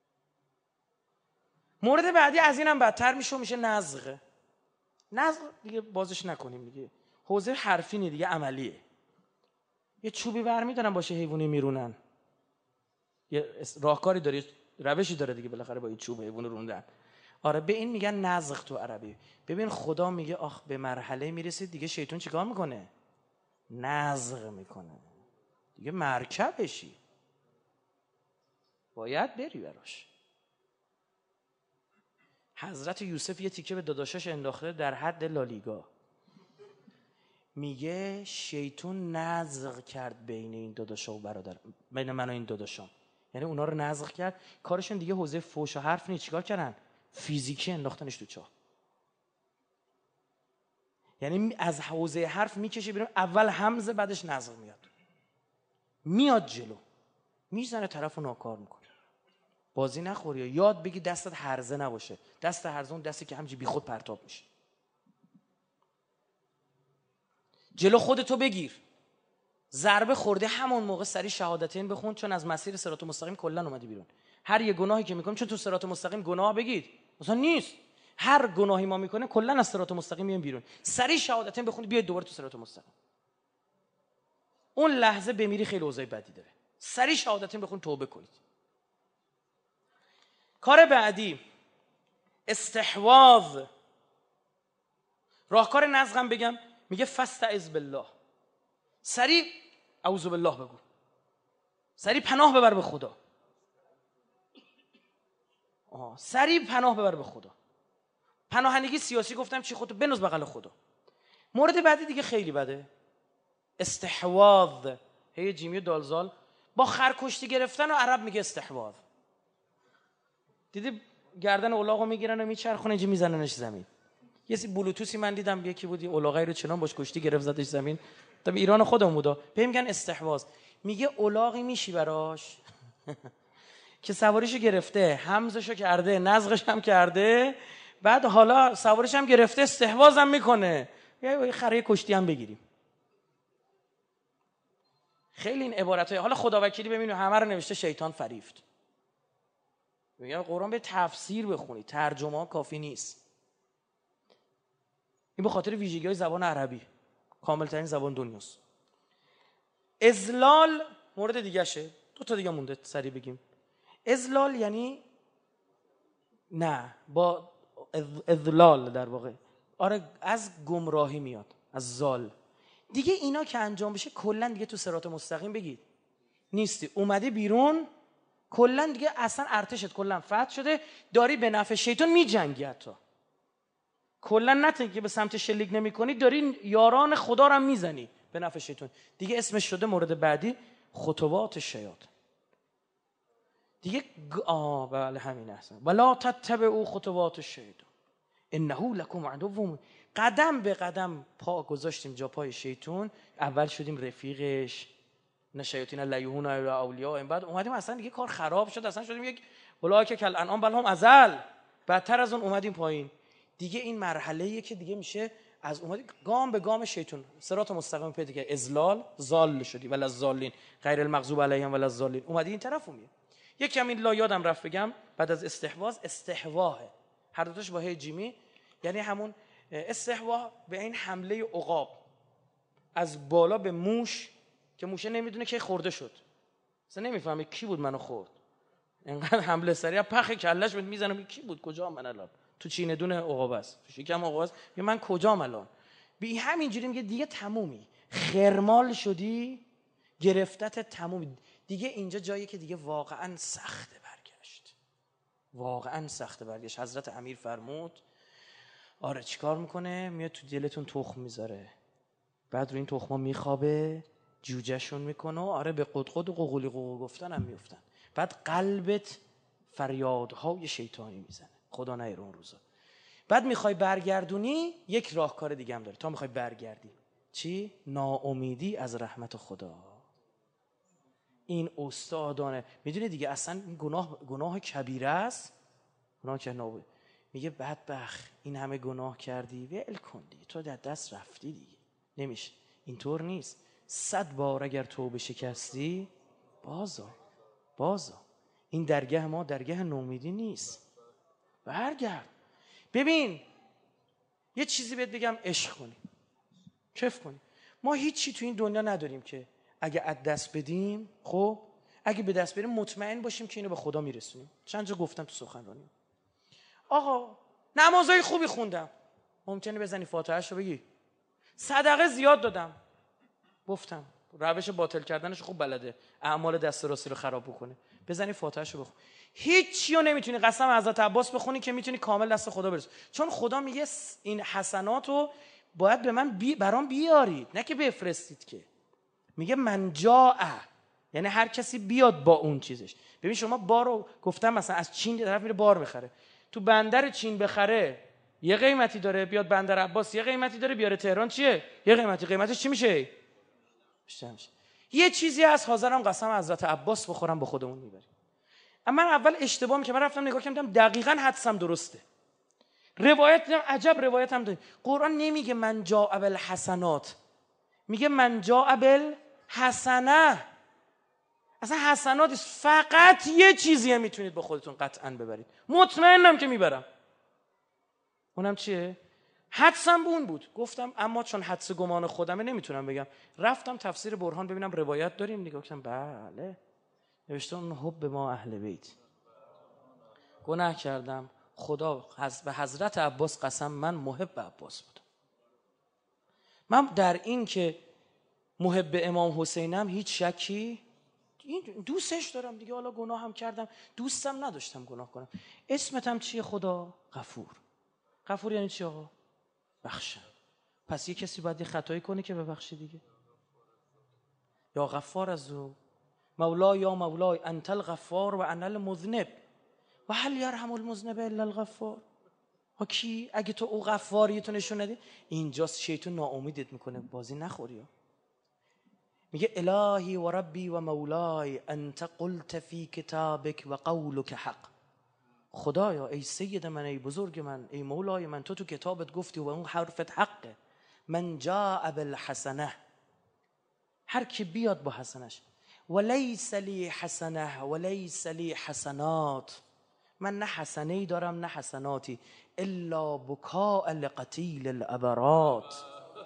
مورد بعدی از اینم بدتر میشه نزغه. نزغ دیگه بازش نکنیم دیگه، حوزه حرفی نی دیگه، عملیه. یه چوبی برمیدارن باشه حیوانی میرونن، یه راهکاری داره، روشی داره دیگه، بالاخره با این چوب حیوان روندن. آره به این میگن نزغ تو عربی. ببین خدا میگه آخ به مرحله میرسید دیگه شیطان چیکار میکنه؟ نزغ میکنه دیگه، مرکبشی باید بری براش. حضرت یوسف یه تیکه به داداشش انداخته در حد لالیگا، میگه شیطان نزغ کرد بین این داداشا و برادر، بین من و این داداشام، یعنی اونا رو نزغ کرد. کارشون دیگه حوزه فوش و حرف نیست، چیکار کردن؟ فیزیکی انداختنش تو چاه. یعنی از حوزه حرف میکشه بیرون، اول همزه بعدش نزغ میاد جلو، میزنه طرفو ناکار میکنه. بازی نخوری، یاد بگی دستت هرزه نباشه. دست هرزه اون دستی که همینجوری بی خود پرتاب میشه. جلو خودتو بگیر. ضربه خورده همون موقع سری شهادتین بخون، چون از مسیر صراط مستقیم کلا اومدی بیرون. هر یه گناهی که میکنیم، چون تو صراط مستقیم گناه بگید مثلا نیست، هر گناهی ما میکنه کلا از صراط مستقیم میایم بیرون. سری شهادتین بخونید بیاید دوباره تو صراط مستقیم. اون لحظه بمیری خیلی اوضاع بدی داره. سری شهادتین بخون توبه کنید. کار بعدی استحواذ. راهکار نزغم بگم، میگه فاستعذ بالله. سری اعوذ بالله بگو، سری پناه ببر به خدا. سری پناه ببر به خدا. پناهندگی سیاسی گفتم چی، خودتو بنوز بغل خدا. مورد بعدی دیگه خیلی بده، استحواذ. هی جیمی دالزال با خرکشتی گرفتن و عرب میگه استحواذ. دیدی گردن الاغو میگیرن و میچرخونه اینجا میزننش زمین. یه سی بلوتوسی من دیدم یکی بود الاغی رو چنان باش کشتی گرفت زدش زمین. تا ایران خودمون بودا. به میگن استحواذ. میگه الاغی میشی براش که سواریشو گرفته، همزشو کرده، نزغش هم کرده، بعد حالا سواریش هم گرفته، استحواذ هم میکنه. یه خره کشتی هم بگیریم. خیلی این عبارتای حالا خداوکیلی ببینید همه رو نوشته شیطان فریفت. میگم قرآن به تفسیر بخونید، ترجمه ها کافی نیست. این به خاطر ویژگی‌های زبان عربی، کامل‌ترین زبان دنیاست. اذلال مورد دیگه شه. دو تا دیگه مونده سریع بگیم. اذلال یعنی نه، با اذلال در واقع، آره از گمراهی میاد، از زال. دیگه اینا که انجام بشه کلا دیگه تو صراط مستقیم بگید نیستی، اومدی بیرون، کلا دیگه اصلا ارتشت کلا فتح شده، داری به نفع شیطان میجنگی. حتی کلا نه که به سمت شلیک نمی‌کنی، داری یاران خدا رو هم میزنی به نفع شیطان. دیگه اسمش شده مورد بعدی خطوات شیاطین. دیگه بله همین احسن. ولا تتبعوا خطوات الشیطان انه لکم عدو. قدم به قدم پا گذاشتیم جا پای شیطان. اول شدیم رفیقش، نه شیاطین لیهون الا اولیاء، این بعد اومدیم اصلا دیگه کار خراب شد، اصلا شدیم یک اولئک کالانعام بل هم اضل، بدتر از اون اومدیم پایین. دیگه این مرحله‌ایه که دیگه میشه از اومدی گام به گام شیطان صراط مستقیم پیدا که اذلال زال شدی، ولا الضالین غیر المغضوب علیهم ولا الضالین، اومدی این طرفو میه. یکم این لا یادم رفت بگم، بعد از استحواذ استحواه، هر دو تاش با هی جیمی، یعنی همون استحواه به این حمله عقاب از بالا به موش که موشه نمیدونه که خورده شد، اصلا نمیفهمه کی بود منو خورد، اینقدر حمله سریع پخ کلهش میزنه کی بود کجا من الان، تو چینه دونه عقاب است، تو شکم عقاب است، من کجام الان. بی همینجوری میگه دیگه تمومی، خرمال شدی، گرفتت تمومی. دیگه اینجا جایی که دیگه واقعا سخته برگشت، واقعا سخته برگشت. حضرت امیر فرمود آره چیکار میکنه؟ میاد تو دلتون تخم میذاره، بعد رو این تخما میخوابه، جوجهشون میکنه، آره به قدقد و قوقلی قوق گفتن هم میفتن، بعد قلبت فریادهای شیطانی میزنه، خدا نگیره اون روزا. بعد میخوای برگردونی، یک راهکار دیگه هم داره تا میخوای برگردی. چی؟ ناامیدی از رحمت خدا. این استادانه، میدونی دیگه اصلا این گناه کبیره است، گناه که میگه بدبخت این همه گناه کردی، ول کن دیگه، تو در دست رفتی دیگه، نمیشه. اینطور نیست. 100 بار اگر توبه شکستی بازا. این درگاه ما درگاه نومیدی نیست. برگرد. ببین یه چیزی بهت بگم، عشق کنی، کیف کنی. ما هیچی تو این دنیا نداریم که اگه از دست بدیم، خب اگه به دست بریم مطمئن باشیم که اینو به خدا میرسونیم. چند جا گفتم تو سخنرانی، آقا نمازهای خوبی خوندم، ممکنه بزنی فاتحه‌شو بگی، صدقه زیاد دادم، گفتم روش باطل کردنش خوب بلده، اعمال دست راستی رو خراب بکنه، بزنی فاتحه‌شو بخون. هیچیو نمیتونی قسم حضرت عباس بخونی که میتونی کامل دست خدا برسی، چون خدا میگه این حسناتو باید به من برام بیارید، نه که بفرستید. که میگه من جاء، یعنی هر کسی بیاد با اون چیزش. ببین شما بارو گفتم مثلا از چین طرف میره بار بخره، تو بندر چین بخره یه قیمتی داره، بیاد بندر عباس یه قیمتی داره، بیاره تهران چیه یه قیمتی، قیمتش چی میشه؟ بیشتر میشه. یه چیزی از حاضرم قسم حضرت عباس بخورم با خودمون میبریم. اما من اول اشتباه میکنم، من رفتم نگاه کردم دقیقاً حدسم درسته. روایت عجب روایت هم داریم. قرآن نمیگه من جاء بالحسنات، میگه من جاء بالحسنه. اصلا حسنات فقط یه چیزیه میتونید با خودتون قطعاً ببرید، مطمئنم که میبرم. اونم چیه؟ حدسم اون بود. گفتم اما چون حدس گمان خودمه نمیتونم بگم. رفتم تفسیر برهان ببینم روایت داریم، نگاه کردم بله نوشته اون حب ما اهل بیت. گناه کردم، خدا به حضرت عباس قسم من محب عباس بودم. من در این که محب امام حسینم هیچ شکی، دوستش دارم دیگه، حالا گناه هم کردم، دوستم نداشتم گناه کنم. اسمتم چیه خدا؟ غفور. غفور یعنی چی آقا؟ بخشن. پس یه کسی باید یه خطایی کنه که ببخشی دیگه. یا غفار از او مولای یا مولای انت الغفار و انا المذنب و هل یرحم المذنب الا الغفار. ها کی؟ اگه تو او غفاری تو نشون ندی، اینجاست شیطان ناامیدت میکنه بازی نخوری. میگه الهی و ربی و مولای انت قلت فی کتابک و قولک حق. خدایا ای سید من، ای بزرگ من، ای مولای من، تو کتابت گفتی و اون حرفت حقه. من جاء بالحسنه، هر کی بیاد با حسنش. ولیس لی حسنه ولیس لی حسنات، من نه حسنه‌ای دارم نه حسناتی، الا بکاء لقتیل الابرات،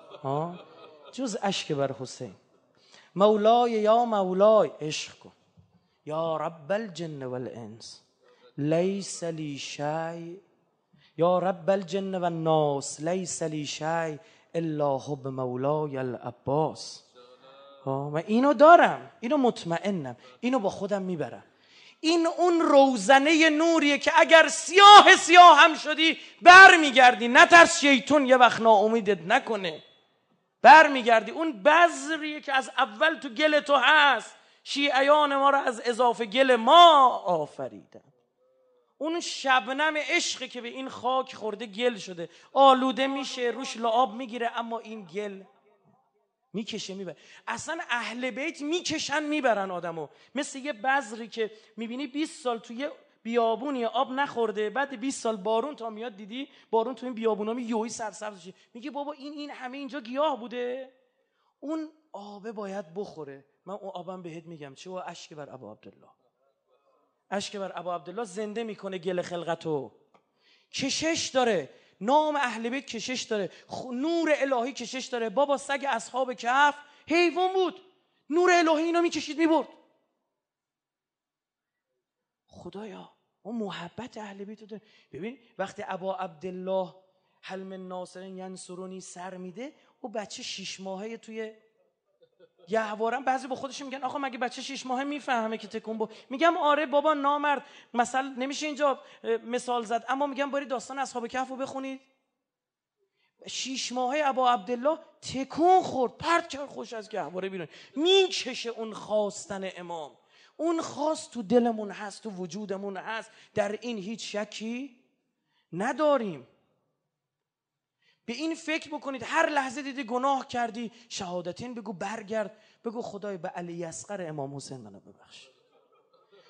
جز اشک بر حسین. مولای یا مولای، عشق کن. یا رب الجن والانس لیس لی شیء، یا رب الجن والناس لیس لی شیء الا حب مولای العباس. من اینو دارم، اینو مطمئنم، اینو با خودم میبرم. این اون روزنه نوریه که اگر سیاه هم شدی برمیگردی، نترس شیطان یه وقت ناامیدت نکنه، برمیگردی. اون بذریه که از اول تو گل تو هست، شیعیان ما رو از اضافه گل ما آفریدن. اون شبنم عشقی که به این خاک خورده گل شده، آلوده میشه، روش لعاب میگیره، اما این گل میکشه میبره. اصلا اهل بیت میکشن میبرن آدمو، مثل یه بذری که میبینی 20 سال توی بیابونی آب نخورده، بعد 20 سال بارون تا میاد، دیدی بارون تو این بیابونا یوهی سرسبز میشه، میگه بابا این همه اینجا گیاه بوده، اون آبه باید بخوره. من اون آبم بهت میگم چه؟ و اشک بر ابا عبدالله، اشک بر ابا عبدالله زنده میکنه گل خلقتو. کشش داره، نام اهل بیت کشش داره، نور الهی کشش داره. بابا سگ اصحاب کهف حیوان بود، نور الهی اینو میکشید میبرد. خدایا ما محبت اهل بیت داره. ببین وقتی ابا عبدالله هل من ناصر ینصرونی سر میده، او بچه 6 ماهه توی گهوارم، بعضی با خودش میگن آقا مگه بچه 6 ماهه میفهمه که تکون با؟ میگم آره بابا نامرد، مثلا نمیشه اینجا مثال زد، اما میگم برید داستان اصحاب کهف رو بخونید. 6 ماهه ابا عبدالله تکون خورد، پرت کرد خوش از گهواره بیرون، میکشه اون خواستن امام. اون خواست تو دلمون هست، تو وجودمون هست، در این هیچ شکی نداریم. به این فکر بکنید، هر لحظه دیدی گناه کردی شهادتین بگو، برگرد بگو خدای به علی اصغر امام حسین منو ببخش.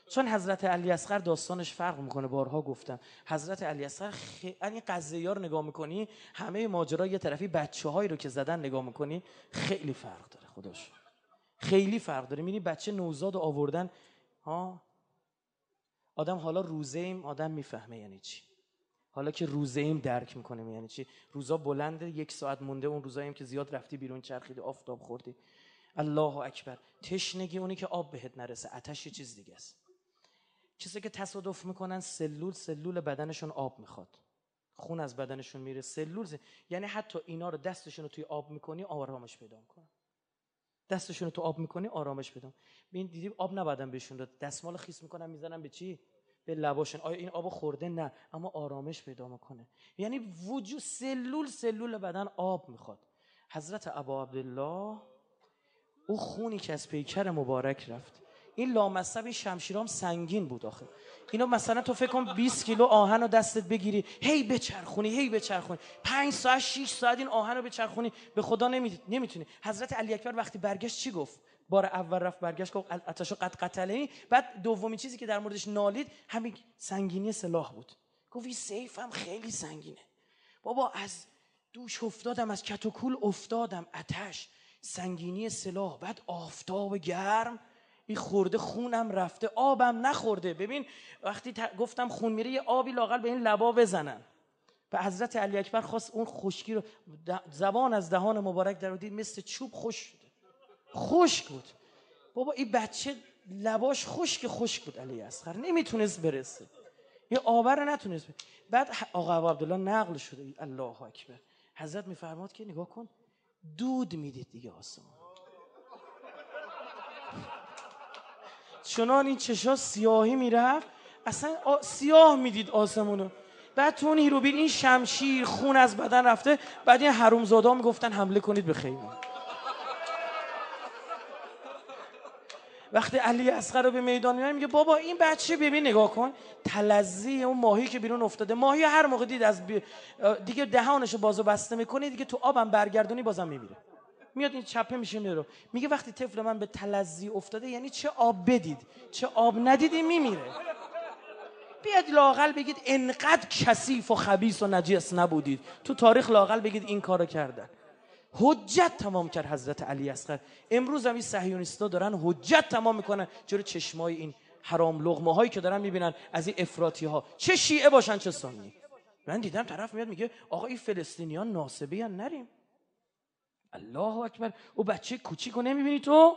چون حضرت علی اصغر داستانش فرق میکنه. بارها گفتم حضرت علی اصغر این قضیه ها رو نگاه میکنی، همه ماجرا یه طرفی بچه‌هایی رو که زدن نگاه میکنی، خیلی فرق داره. خداش خیلی فرق داره. میبینی بچه نوزاد آوردن ها، آدم حالا روزه ایم آدم میفهمه یعنی چی. حالا که روزه ایم درک میکنه یعنی چی. روزا بلنده، 1 ساعت مونده، اون روزاییم که زیاد رفتی بیرون چرخیدی آفتاب خوردی. الله اکبر. تشنگی اونی که آب بهت نرسه، آتش یه چیز دیگه است. کسی که تصادف میکنن سلول بدنشون آب میخواد، خون از بدنشون میره، یعنی حتی اینا رو دستشون رو توی آب میکنی آرامش پیدا میکنن. دستشون رو تو آب میکنی آرامش پیدا. ببین دیدی آب نبادن بهشون داد، دستمال خیس میکنن میزنن به چی؟ به لباشون. آیا این آب خورده؟ نه، اما آرامش پیدا میکنه. یعنی وجود سلول بدن آب میخواد. حضرت ابا عبدالله او خونی که از پیکر مبارک رفت، این لامصب شمشیرام سنگین بود آخه. اینو مثلا تو فکر کن 20 کیلو آهن رو دستت بگیری هی بچرخونی 5 ساعت 6 ساعت این آهن رو بچرخونی، به خدا نمیتونی. حضرت علی اکبر وقتی برگشت چی گفت؟ بار اول رفت برگشت گفت آتشو قد قتلنی. بعد دومین چیزی که در موردش نالید همین سنگینی سلاح بود. گفت این سیفم خیلی سنگینه بابا، از دوش افتادم، از کت و کول افتادم، آتش، سنگینی سلاح، بعد آفتاب گرم، این خورده خونم رفته، آبم نخورده. ببین وقتی گفتم خون میره یه آبی لااقل به این لبا بزنن. و حضرت علی اکبر خواست اون خشکی رو، زبان از دهان مبارک در دید مثل چوب خشک بود. بابا این بچه لباش خشک بود. علی اصغر نمیتونست برسه، یه آبر رو نتونست بعد آقا عبدالله نقل شده، الله اکبر، حضرت میفرماد که نگاه کن دود میدید دیگه آسمان، چنان این چشا سیاهی میرفت، اصلا سیاه میدید آسمونو. بعد تو اون هیروبین این شمشیر خون از بدن رفته، بعد این حرومزادا میگفتن حمله کنید به خیمه. وقتی علی اصغر رو به میدان میاره میگه بابا این بچه ببین نگاه کن، تلذی اون ماهی که بیرون افتاده، ماهی هر موقع دید از دیگه دهانشو بازو بسته میکنه دیگه، تو آبم برگردونی بازم میمیره، میاد این چپه میشه میره. میگه وقتی طفل من به تلذی افتاده یعنی چه آب بدید چه آب ندیدی میمیره. بیاد لااقل بگید انقدر کثیف و خبیث و نجس نبودید تو تاریخ، لااقل بگید این کارو کردن. حجت تمام کرد حضرت علی اصغر. امروز هم این صهیونیستا دارن حجت تمام میکنن جلوی چشمای این حرام لقمه هایی که دارن میبینن از این افراطی ها، چه شیعه باشن چه سنی. من دیدم طرف میاد میگه آقا این فلسطینیان ناصبی ان نریم. الله اکبر. او بچه کوچیکو نمیبینی تو؟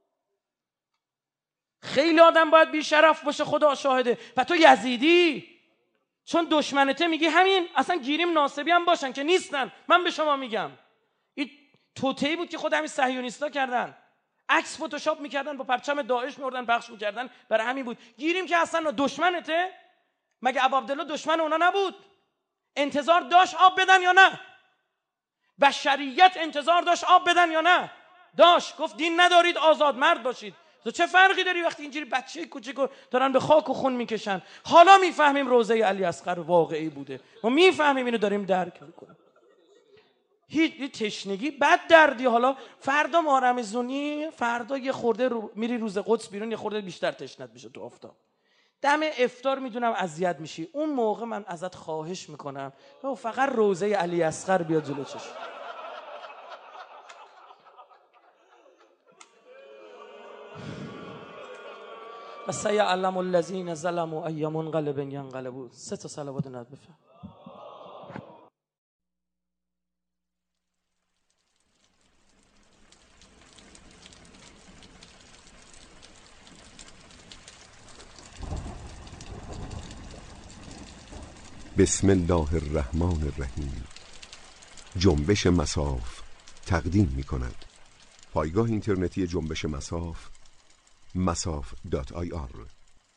خیلی آدم باید بی شرف باشه، خدا شاهده. و تو یزیدی چون دشمنته میگی همین اصلا گیریم ناصبی هم باشن که نیستن. من به شما میگم این توطئه‌ای بود که خود همین صهیونیستا کردن، عکس فتوشاپ میکردن با پرچم داعش میوردن پخش میکردن، برای همین بود. گیریم که اصلا دشمنته. مگه ابو عبدالله دشمن اونا نبود؟ انتظار داشت آب بدن یا نه؟ بشریت انتظار داشت آب بدن یا نه؟ داشت. گفت دین ندارید آزاد مرد باشید. تو چه فرقی داری وقتی اینجوری بچه کوچیکو دارن به خاک و خون میکشن؟ حالا میفهمیم روزه علی اصغر واقعی بوده، ما میفهمیم، اینو داریم درک میکنیم. هیچ تشنگی بد دردی. حالا فردا مارمزونی، فردا یه خورده میری روز قدس بیرون، یه خورده بیشتر تشنت میشه تو آفتاب. دم افطار میدونم اذیت میشی، اون موقع من ازت خواهش میکنم فقط روزه علی اصغر بیاد جلو چشم. و سیعلم الذین ظلموا ای منقلب ینقلبون. 3 تا صلوات نبی بفرم. بسم الله الرحمن الرحیم. جنبش مساف تقدیم می کند پایگاه اینترنتی جنبش مساف masaf.ir.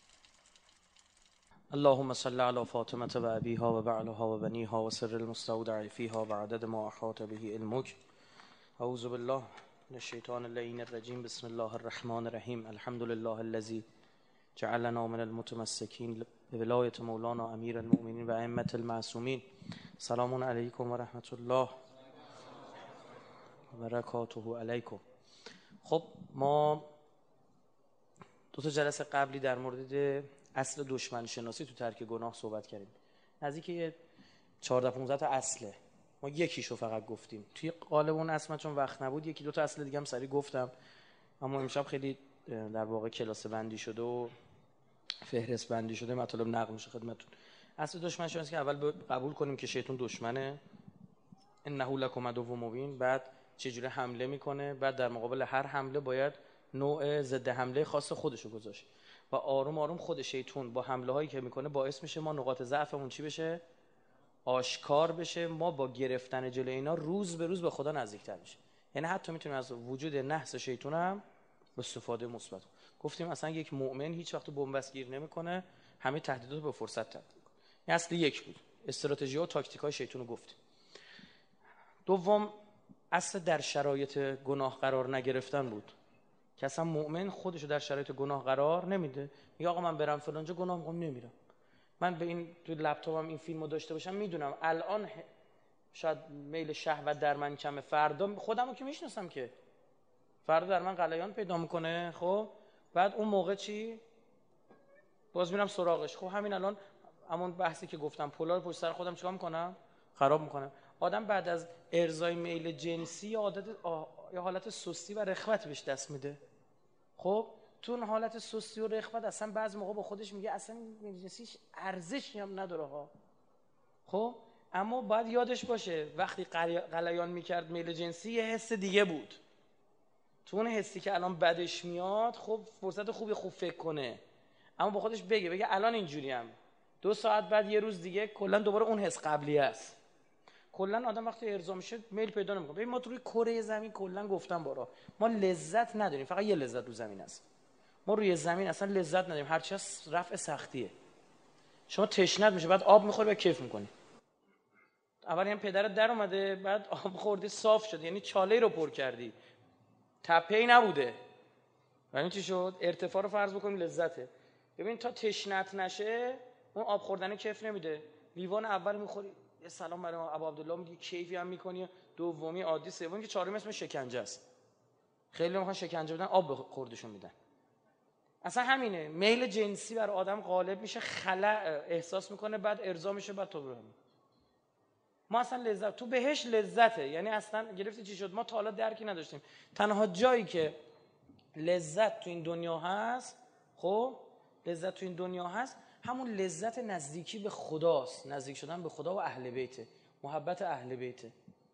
اللهم صل على فاطمة و ابیها و بعلها و بنیها و سر المستودع فیها و عدد ما احاط به علمک. اعوذ بالله من الشیطان اللعین الرجیم. بسم الله الرحمن الرحیم. الحمد لله الذی جعلنا من المتمسکین بولایت مولانا امیر المؤمنین و ائمة المعصومین. سلام علیکم و رحمت الله و برکاته علیکم. خب ما دو تا جلسه قبلی در مورد اصل دشمن شناسی تو ترک گناه صحبت کردیم. نزدیک 14 15 تا اصله. ما یکیشو فقط گفتیم. توی قالب اون اصلا چون وقت نبود یکی دو تا اصل دیگه هم سریع گفتم. اما امشب خیلی در واقع کلاس بندی شده و فهرست بندی شده، مطالب نقل میشه خدمتتون. اصل دشمن شناسی که اول قبول کنیم که شیطان دشمنه، انه لکم عدو مبین، بعد چجوری حمله میکنه، بعد در مقابل هر حمله باید نوع ضد حمله خاص خودشو گذاشت و آروم آروم خود شیطان با حمله هایی که میکنه باعث میشه ما نقاط ضعفمون چی بشه؟ آشکار بشه. ما با گرفتن جلوی اینا روز به روز به خدا نزدیکتر میشه. یعنی حتی میتونیم از وجود نحس شیطان هم استفاده مثبت. گفتیم اصلا یک مؤمن هیچ وقت بن‌بست گیر نمیکنه، همه تهدیدات به فرصت تبدیل میکنه. این اصل یک بود. استراتژی و تاکتیک های شیطان رو گفتیم. دوم اصل در شرایط گناه قرار نگرفتن بود که اصلا مؤمن خودشو در شرایط گناه قرار نمیده. میگه آقا من برم فلانجا گناه میکنم نمیرم. من به این تو لپتاپم این فیلمو داشته باشم میدونم الان شاید میل شهوت در من کمه، فردا خودمو که میشناسم که فردا در من غلیان پیدا میکنه. خب بعد اون موقع چی؟ باز میرم سراغش. خب همین الان همون بحثی که گفتم پولار پشت سر خودم چیکار میکنم؟ خراب میکنم. آدم بعد از ارضای میل جنسی یا حالت سستی و رخوت بهش دست میده. خب تو اون حالت سستی و رخوت اصلا بعضی موقع با خودش میگه اصلا میل جنسیش ارزشی هم نداره ها. خب اما باید یادش باشه وقتی غلیان میکرد میل جنسی یه حس دیگه بود. تو اون حسی که الان بدش میاد خب فرصت خوب فکر کنه، اما با خودش بگه الان اینجوریم، 2 ساعت بعد یه روز دیگه کلا دوباره اون حس قبلی است. کلا آدم وقتی ارضا میشه میل پیدا نمیکنه. ببین ما تو روی کره زمین کلا گفتم بارا ما لذت نداریم، فقط یه لذت رو زمین است. ما روی زمین اصلا لذت نداریم، هرچی از رفع سختیه. شما تشنت میشه بعد آب میخوری و کیف میکنی. اولی هم پدرت در اومده بعد آب خوردی صاف شد، یعنی چاله رو پر کردی، تپه‌ای نبوده. یعنی چی شد؟ ارتفاع رو فرض بکنیم لذته. ببین تا تشنت نشه اون آب خوردن کیف نمیده. لیوان اول میخوری یه سلام برای ابو عبدالله میگی کیفی هم میکنی، دومی عادی، سومی که چهارمی اسم شکنجه است. خیلی میخوان شکنجه بدن آب خوردشون میدن. اصلا همینه، میل جنسی بر آدم غالب میشه، خلأ احساس میکنه، بعد ارضا میشه، بعد تو برمی. ما اصلا لذت تو بهش لذته، یعنی اصلا گرفتی چی شد؟ ما تا حالا درکی نداشتیم. تنها جایی که لذت تو این دنیا هست، خب لذت تو این دنیا هست همون لذت نزدیکی به خداست، نزدیک شدن به خدا و اهل بیته، محبت اهل بیته،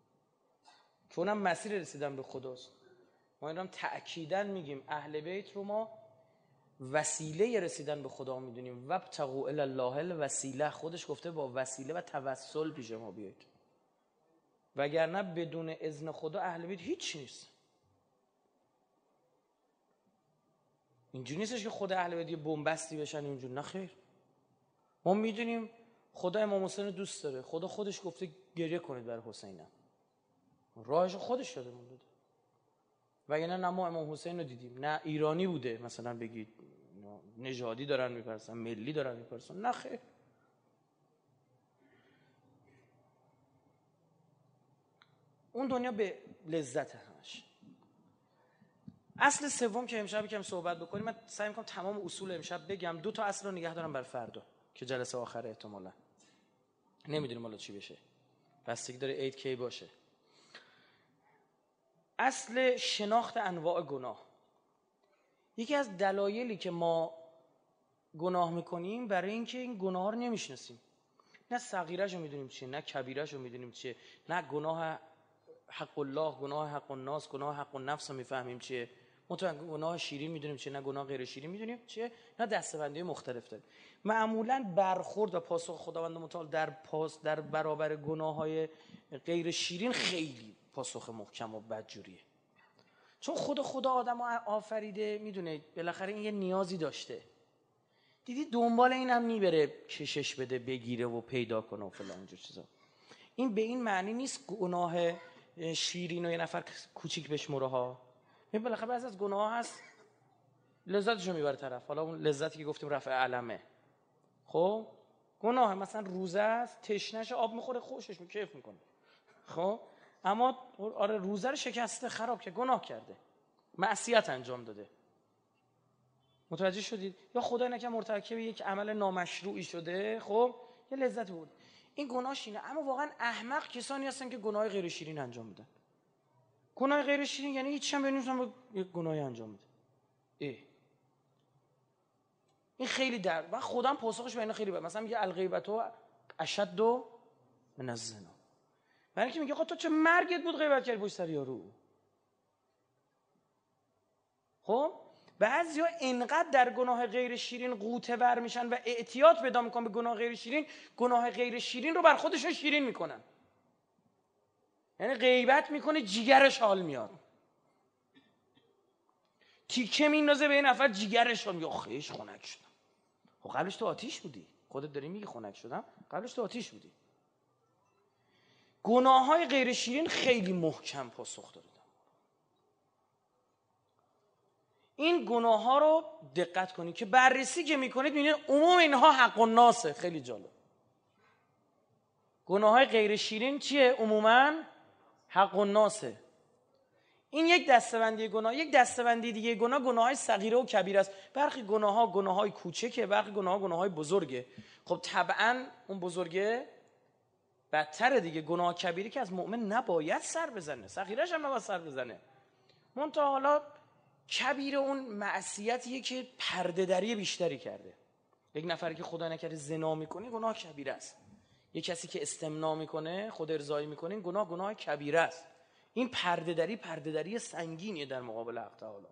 که اونم مسیر رسیدن به خداست. ما اینم تأکیداً میگیم اهل بیت رو ما وسیله رسیدن به خدا میدونیم. وابتغوا الی الله الوسیله، خودش گفته با وسیله و توسل پیش ما بیایید، وگرنه بدون اذن خدا اهل بیت هیچ نیست. اینجوری نیستش که خود اهل بیت یه بن‌بستی بشن اینجور، نه خیر. ما میدونیم خدا امام حسین دوست داره، خدا خودش گفته گریه کنید برای حسینم، راهش خودش داده داده. وگرنه نه ما امام حسین رو دیدیم، نه ایرانی بوده مثلا بگید نژادی دارن میپرسن، ملی دارن میپرسن، نه خیر. اون دنیا به لذت همش. اصل سوم که امشب یکم صحبت بکنیم، من سعی می‌کنم تمام اصول امشب بگم، 2 تا اصل رو نگه دارم برای فردا که جلسه آخره احتمالاً نمیدونیم حالا چی بشه، بستگی داره عید کی باشه. اصل شناخت انواع گناه. یکی از دلایلی که ما گناه میکنیم برای اینکه این گناه رو نمیشناسیم. نه صغیره‌شو میدونیم چیه، نه کبیره‌شو میدونیم چیه، نه گناه حق الله، گناه حق الناس، گناه حق النفس رو میفهمیم چیه، مطمئن گناه شیرین میدونیم چیه، نه گناه غیر شیرین میدونیم چیه، نه دسته‌بندی مختلف داریم. معمولاً برخورد و پاسخ خداوند متعال در برابر گناه‌های غیر شیرین خیلی پاسخ محکم و بدجوریه. چون خدا آدمو آفریده، میدونه بالاخره این یه نیازی داشته، دیدی دنبال اینم میبره کشش بده بگیره و پیدا کنه و فلان اینجور چیزا. این به این معنی نیست گناه شیرین و یه نفر کوچیک بشموره ها. این بالاخره بعضی از گناه هست لذتشو میبره طرف، حالا اون لذتی که گفتیم رفع علمه. خب گناه مثلا روزه است، تشنش آب میخوره خوشش کیف میکنه. خب اما آره روزه رو شکسته خراب که گناه کرده، معصیت انجام داده. متوجه شدید؟ یا خدای نکنه مرتکب یک عمل نامشروعی شده، خب یه لذت بود، این گناهش اینه. اما واقعا احمق کسانی هستن که گناه غیر شیرین انجام میدن. گناه غیر شیرین یعنی هیچ هم بنویسن یک گناهی انجام میده. این خیلی من خودم پاسخش به اینا خیلی مثلا میگه الغیبت اشد من الزنا. برای اینکه میگه تو چه مرگت بود غیبت کردی پشت سر یارو. خب بعضیا اینقدر در گناه غیر شیرین غوطه ور میشن و اعتیاد پیدا میکنن به گناه غیر شیرین، گناه غیر شیرین رو بر خودشون شیرین میکنن. یعنی غیبت میکنه جیگرش حال میاد، تیکه میندازه به این نفر جیگرش حال میاد. خیش خنک شدم. خب قبلش تو آتیش بودی، خودت داری میگی خنک شدم، قبلش تو آتیش بودی. گناههای غیر شیرین خیلی محکم پاسخ داره. این گناه ها رو دقت کنید که بررسی که میکنید میبینید عموم اینها حق الناسه. خیلی جالب. گناه های غیر شیرین چیه؟ عموما حق الناسه. این یک دسته‌بندی گناه. یک دسته‌بندی دیگه گناه های صغیره و کبیره است. برخی گناه های کوچکه، برخی گناه های بزرگه. خب طبعا اون بزرگه بدتره دیگه. گناه کبیره که از مؤمن نباید سر بزنه، صغیره‌اش هم نباید سر بزنه. منتها حالا کبیره اون معصیتیه که پرده دری بیشتری کرده. یک نفری که خدا نکرده زنا میکنه گناه کبیره است. یک کسی که استمنا میکنه، خود ارضایی میکنه، این گناه کبیره است. این پرده دری سنگینیه در مقابل حق تعالی.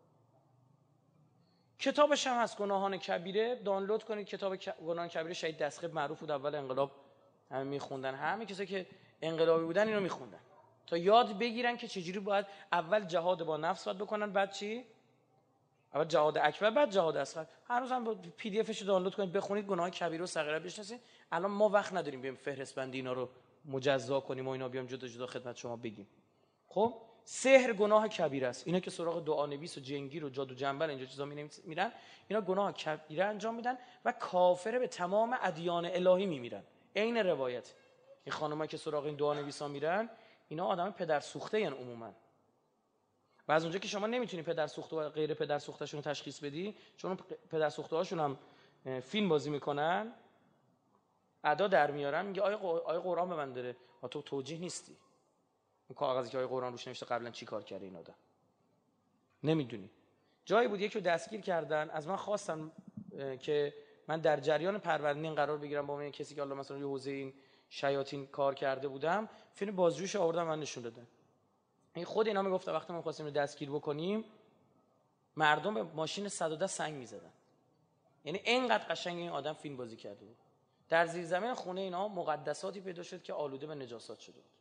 کتابش هم هست گناهان کبیره، دانلود کنید. کتاب گناهان کبیره شهید دستخیل معروف بود، اول انقلاب همه میخوندن، همه کسایی که انقلابی بودن اینو میخوندن تا یاد بگیرن که چجوری باید اول جهاد با نفس باید بکنن، بعد چی؟ اول جهاد اکبر بعد جهاد اصغر. هنوز هم پی دی افش رو دانلود کنید بخونید، گناه کبیره و صغیره بشناسید. الان ما وقت نداریم بریم فهرست بندی اینا رو مجزا کنیم و اینا بیام جدا جدا خدمت شما بگیم. خب سحر گناه کبیره است. اینا که سراغ دعانویس و جنگیر و جادو جنبل اینجا چیزا میرن، اینا گناه کبیره انجام میدن و کافر به تمام ادیان الهی میمیرن. عین روایت. این خانمایی که سراغ این دعانویسا میرن، اینا آدم پدر سوخته ان عموما. و از اونجا که شما نمیتونی پدر سوخته و غیر پدر سوخته‌شون رو تشخیص بدی، چون پدر سوخته هاشون هم فیلم بازی میکنن، ادا در میارن، میگه آیه قرآن به من داره، تو توجیه نیستی. اون کاغذی که آیه قرآن روش نوشته قبلا چی کار کرده این آدم نمیدونی. جایی بود یکی رو دستگیر کردن، از من خواستن که من در جریان پروردین قرار بگیرم با من کسی که الله مثلا یه حوزه این شیاطین کار کرده بودم. فیلم بازجوییش آوردم من نشون دادن. این خود اینا میگفتن وقتی ما خواستیم دستگیر بکنیم مردم به ماشین 110 سنگ میزدن. یعنی اینقدر قشنگ این آدم فیلم بازی کرده بود. در زیر زمین خونه اینا مقدساتی پیدا شد که آلوده به نجاسات شده بود،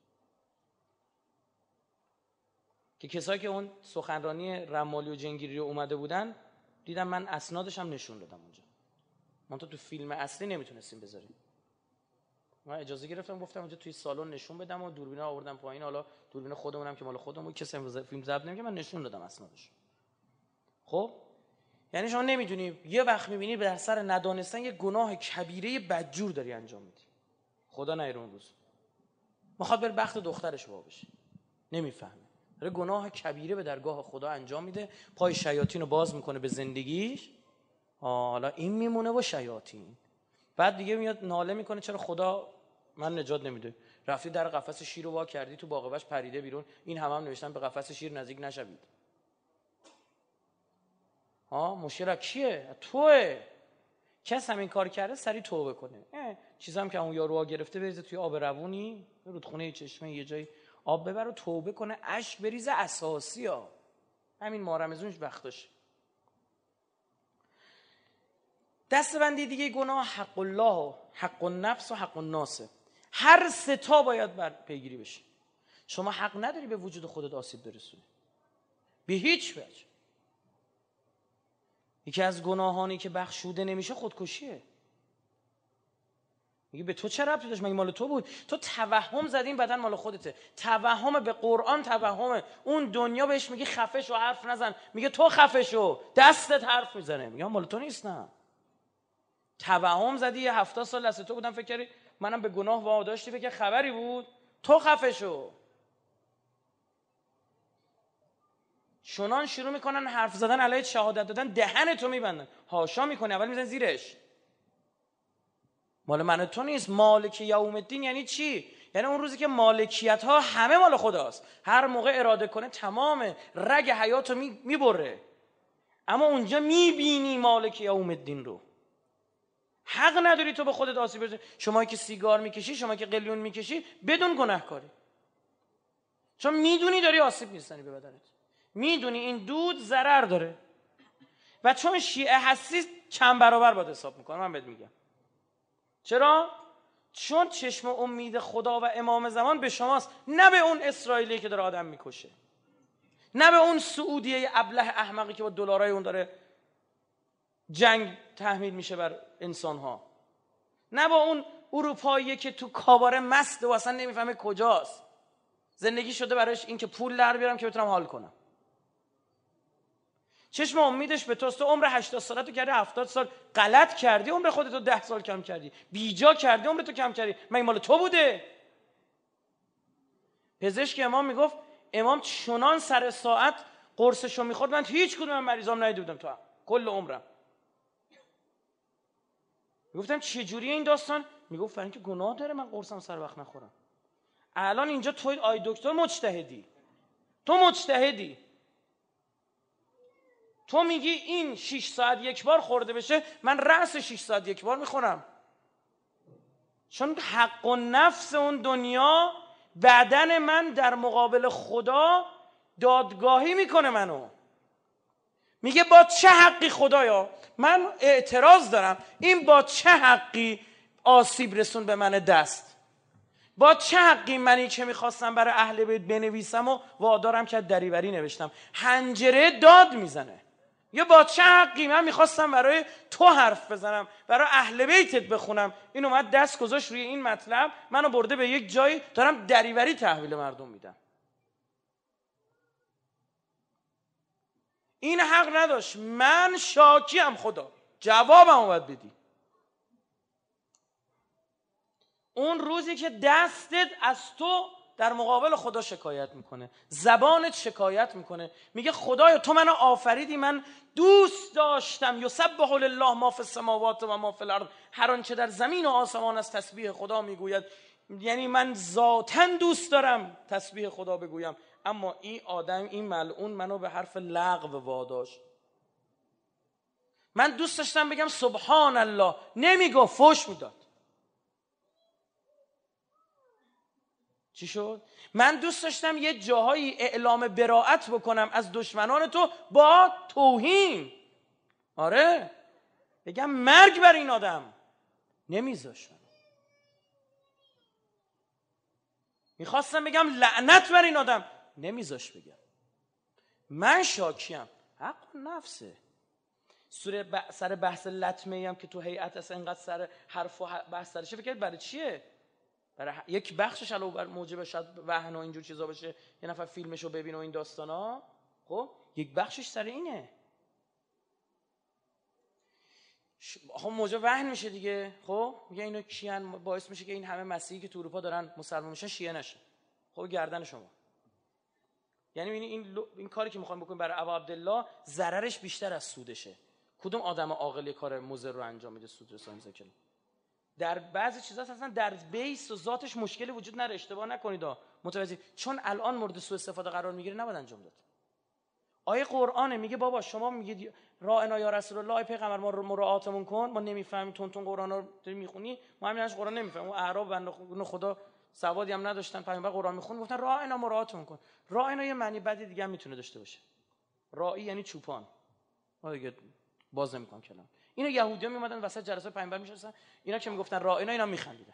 که کسایی که اون سخنرانی رمالی و جنگیری رو اومده بودن دیدم، من اسنادش هم نشون دادم اونجا. ما تو فیلم اصلی نمیتونستیم بذاریم. من اجازه گرفتم گفتم اونجا توی سالن نشون بدم و دوربینا آوردم پایین. حالا دوربین خودمونم که مال خودمون کسی فیلم ضبط نمی‌کنه، من نشون دادم اسنادش. خب یعنی شما نمیدونی، یه وقت می‌بینی به سر ندانستن یه گناه کبیره بدجور داری انجام میدی. خدا نگیره اون روز میخواد بر بخت دخترش وا بشه، نمیفهمه، داره گناه کبیره به درگاه خدا انجام میده، پای شیاطین رو باز میکنه به زندگیش. حالا این میمونه و شیاطین. بعد دیگه میاد ناله میکنه چرا خدا من نجات نمیده. رفتی در قفس شیر رو وا کردی، تو باغ وحش پریده بیرون. این هم نوشتن به قفس شیر نزدیک نشوید. مشکل کیه؟ توئه. کس همین کار کرده سری توبه کنه. چیزام که اون یارو گرفته بریزه توی آب روونی، رودخونه چشمه یه جای آب ببر و توبه کنه، اشک بریزه. اساسی همین مارمزونش وقتش. دستبندی دیگه گناه حق الله و حق النفس و حق الناس. هر سه تا باید بر پیگیری بشه. شما حق نداری به وجود خودت آسیب برسونی به هیچ وجه. یکی از گناهانی که بخشوده نمیشه خودکشیه. میگه به تو چه ربطی داشت؟ مگه مال تو بود؟ تو توهم زدی این بدن مال خودته. توهم به قرآن توهمه. اون دنیا بهش میگه خفه شو، حرف نزن، میگه تو خفه شو، دستت حرف میزنه، میگه مال تو نیست. نه، توهم زدی. یه 70 سال دست تو بودم، فکر کردی منم به گناه واداشتی، فکر خبری بود؟ تو خفه شو. چنان شروع میکنن حرف زدن علیه شهادت دادن، دهن تو میبندن، هاشا میکنه، اول میزن زیرش. مال من تو نیست. مالک یوم الدین یعنی چی؟ یعنی اون روزی که مالکیت ها همه مال خداست، هر موقع اراده کنه تمام رگ حیاتو میبره. اما اونجا میبینی مالک یوم الدین رو. حق نداری تو به خودت آسیب برسونی. شما که سیگار میکشی، شما که قلیون میکشی، بدون گناهکاری، چون میدونی داری آسیب میزنی به بدنت، میدونی این دود ضرر داره. و چون شیعه هستی چند برابر باید حساب میکنه. من بهت میگم چرا؟ چون چشم امید خدا و امام زمان به شماست، نه به اون اسرائیلی که داره آدم میکشه، نه به اون سعودیه ابله احمقی که با دلارای اون داره جنگ تحمیل میشه بر انسانها، نه با اون اروپاییه که تو کاباره مسته و اصلا نمیفهمه کجاست، زندگی شده برایش این که پول در بیارم که بتونم حال کنم. چشم امیدش به توست. تو عمر 80 سالتو کردی 70 سال، غلط کردی، عمر خودتو 10 سال کم کردی، بیجا کردی، عمرتو کم کردی. من مال تو بوده؟ پزشک امام میگفت امام چنان سر ساعت قرصشو میخورد من هیچ کدوم من مریضام ندیده بودم تو کل عمرم. میگفتم چه جوریه این داستان؟ میگفت فرین که گناه داره من قرصم سر وقت نخورم. الان اینجا توی آی دکتر مجتهدی، تو مجتهدی، تو میگی این 6 ساعت یک بار خورده بشه، من رأس 6 ساعت یک بار میخورم. چون حق و نفس اون دنیا، بدن من در مقابل خدا دادگاهی میکنه منو. میگه با چه حقی خدایا من اعتراض دارم، این با چه حقی آسیب رسون به من دست؟ با چه حقی منی که میخواستم برای اهل بیت بنویسم و وادارم که دریوری نوشتم؟ حنجره داد میزنه. یا با چه حقی من میخواستم برای تو حرف بزنم، برای اهل بیتت بخونم، این اومد دست گذاشت روی این مطلب، منو برده به یک جایی دارم دریوری تحویل مردم میدم. این حق نداشت. من شاکیم خدا، جوابمو باید بدی. اون روزی که دستت از تو در مقابل خدا شکایت میکنه، زبانت شکایت میکنه، میگه خدایا تو منو آفریدی، من دوست داشتم، یسبح لله ما فی السماوات و ما فی الارض، هر آنچه در زمین و آسمان از تسبیح خدا میگوید، یعنی من ذاتاً دوست دارم تسبیح خدا بگویم، اما این آدم، این ملعون منو به حرف لغو واداشت. من دوست داشتم بگم سبحان الله، نمیگفت، فحش میداد. چی شد؟ من دوست داشتم یه جاهایی اعلام براءت بکنم از دشمنان تو با توهین، آره، بگم مرگ بر این آدم، نمیذاشتم. میخواستم بگم لعنت بر این آدم، نمیذاش بگم. من شاکیم. حق نفسه. سوره سر بحث لطمه هم که تو هیئت اصلا اینقدر سر حرف و بحث سرشه، فکر برای چیه؟ برای یک بخشش علاوه بر موجب شاید وهن و اینجور چیزا بشه، یه نفر فیلمشو ببینه و این داستانا، خب یک بخشش سر اینه. خب موجب وهن میشه دیگه. خب میگه اینا کیان؟ باعث میشه که این همه مسیحی که تو اروپا دارن مسلمان میشن شیعه نشن. خب گردن شما. یعنی این کاری که میخوایم بکنیم برای ابا عبدالله ضررش بیشتر از سودشه. کدوم آدم عاقل کار مضر رو انجام میده؟ سود رسانی ذکر. در بعضی چیزا اصلا در بیس و ذاتش مشکلی وجود نداره، اشتباه نکنید متوجه، چون الان مورد سوء استفاده قرار میگیره نباید انجام داد. آیه قرآنه میگه بابا شما میگید راعنا یا رسول الله، ای پیغمبر ما مراعاتمون کن، ما نمیفهمیم، تون قرآن رو داری میخونی، ما همین از قرآن نمیفهمیم. اون اعراب بنده خدا سوادی هم نداشتن، پیغمبر قرآن میخون، گفتن راعنا مراعاتمون کن. راعنا یه معنی بدی دیگه هم میتونه داشته باشه. راعی یعنی چوپان. ما دیگه باز نمیکنم کلام. اینا یهودی‌ها میومدن وسط جلسه پیغمبر میشستن، اینا که میگفتن راعنا، اینا میخندیدن.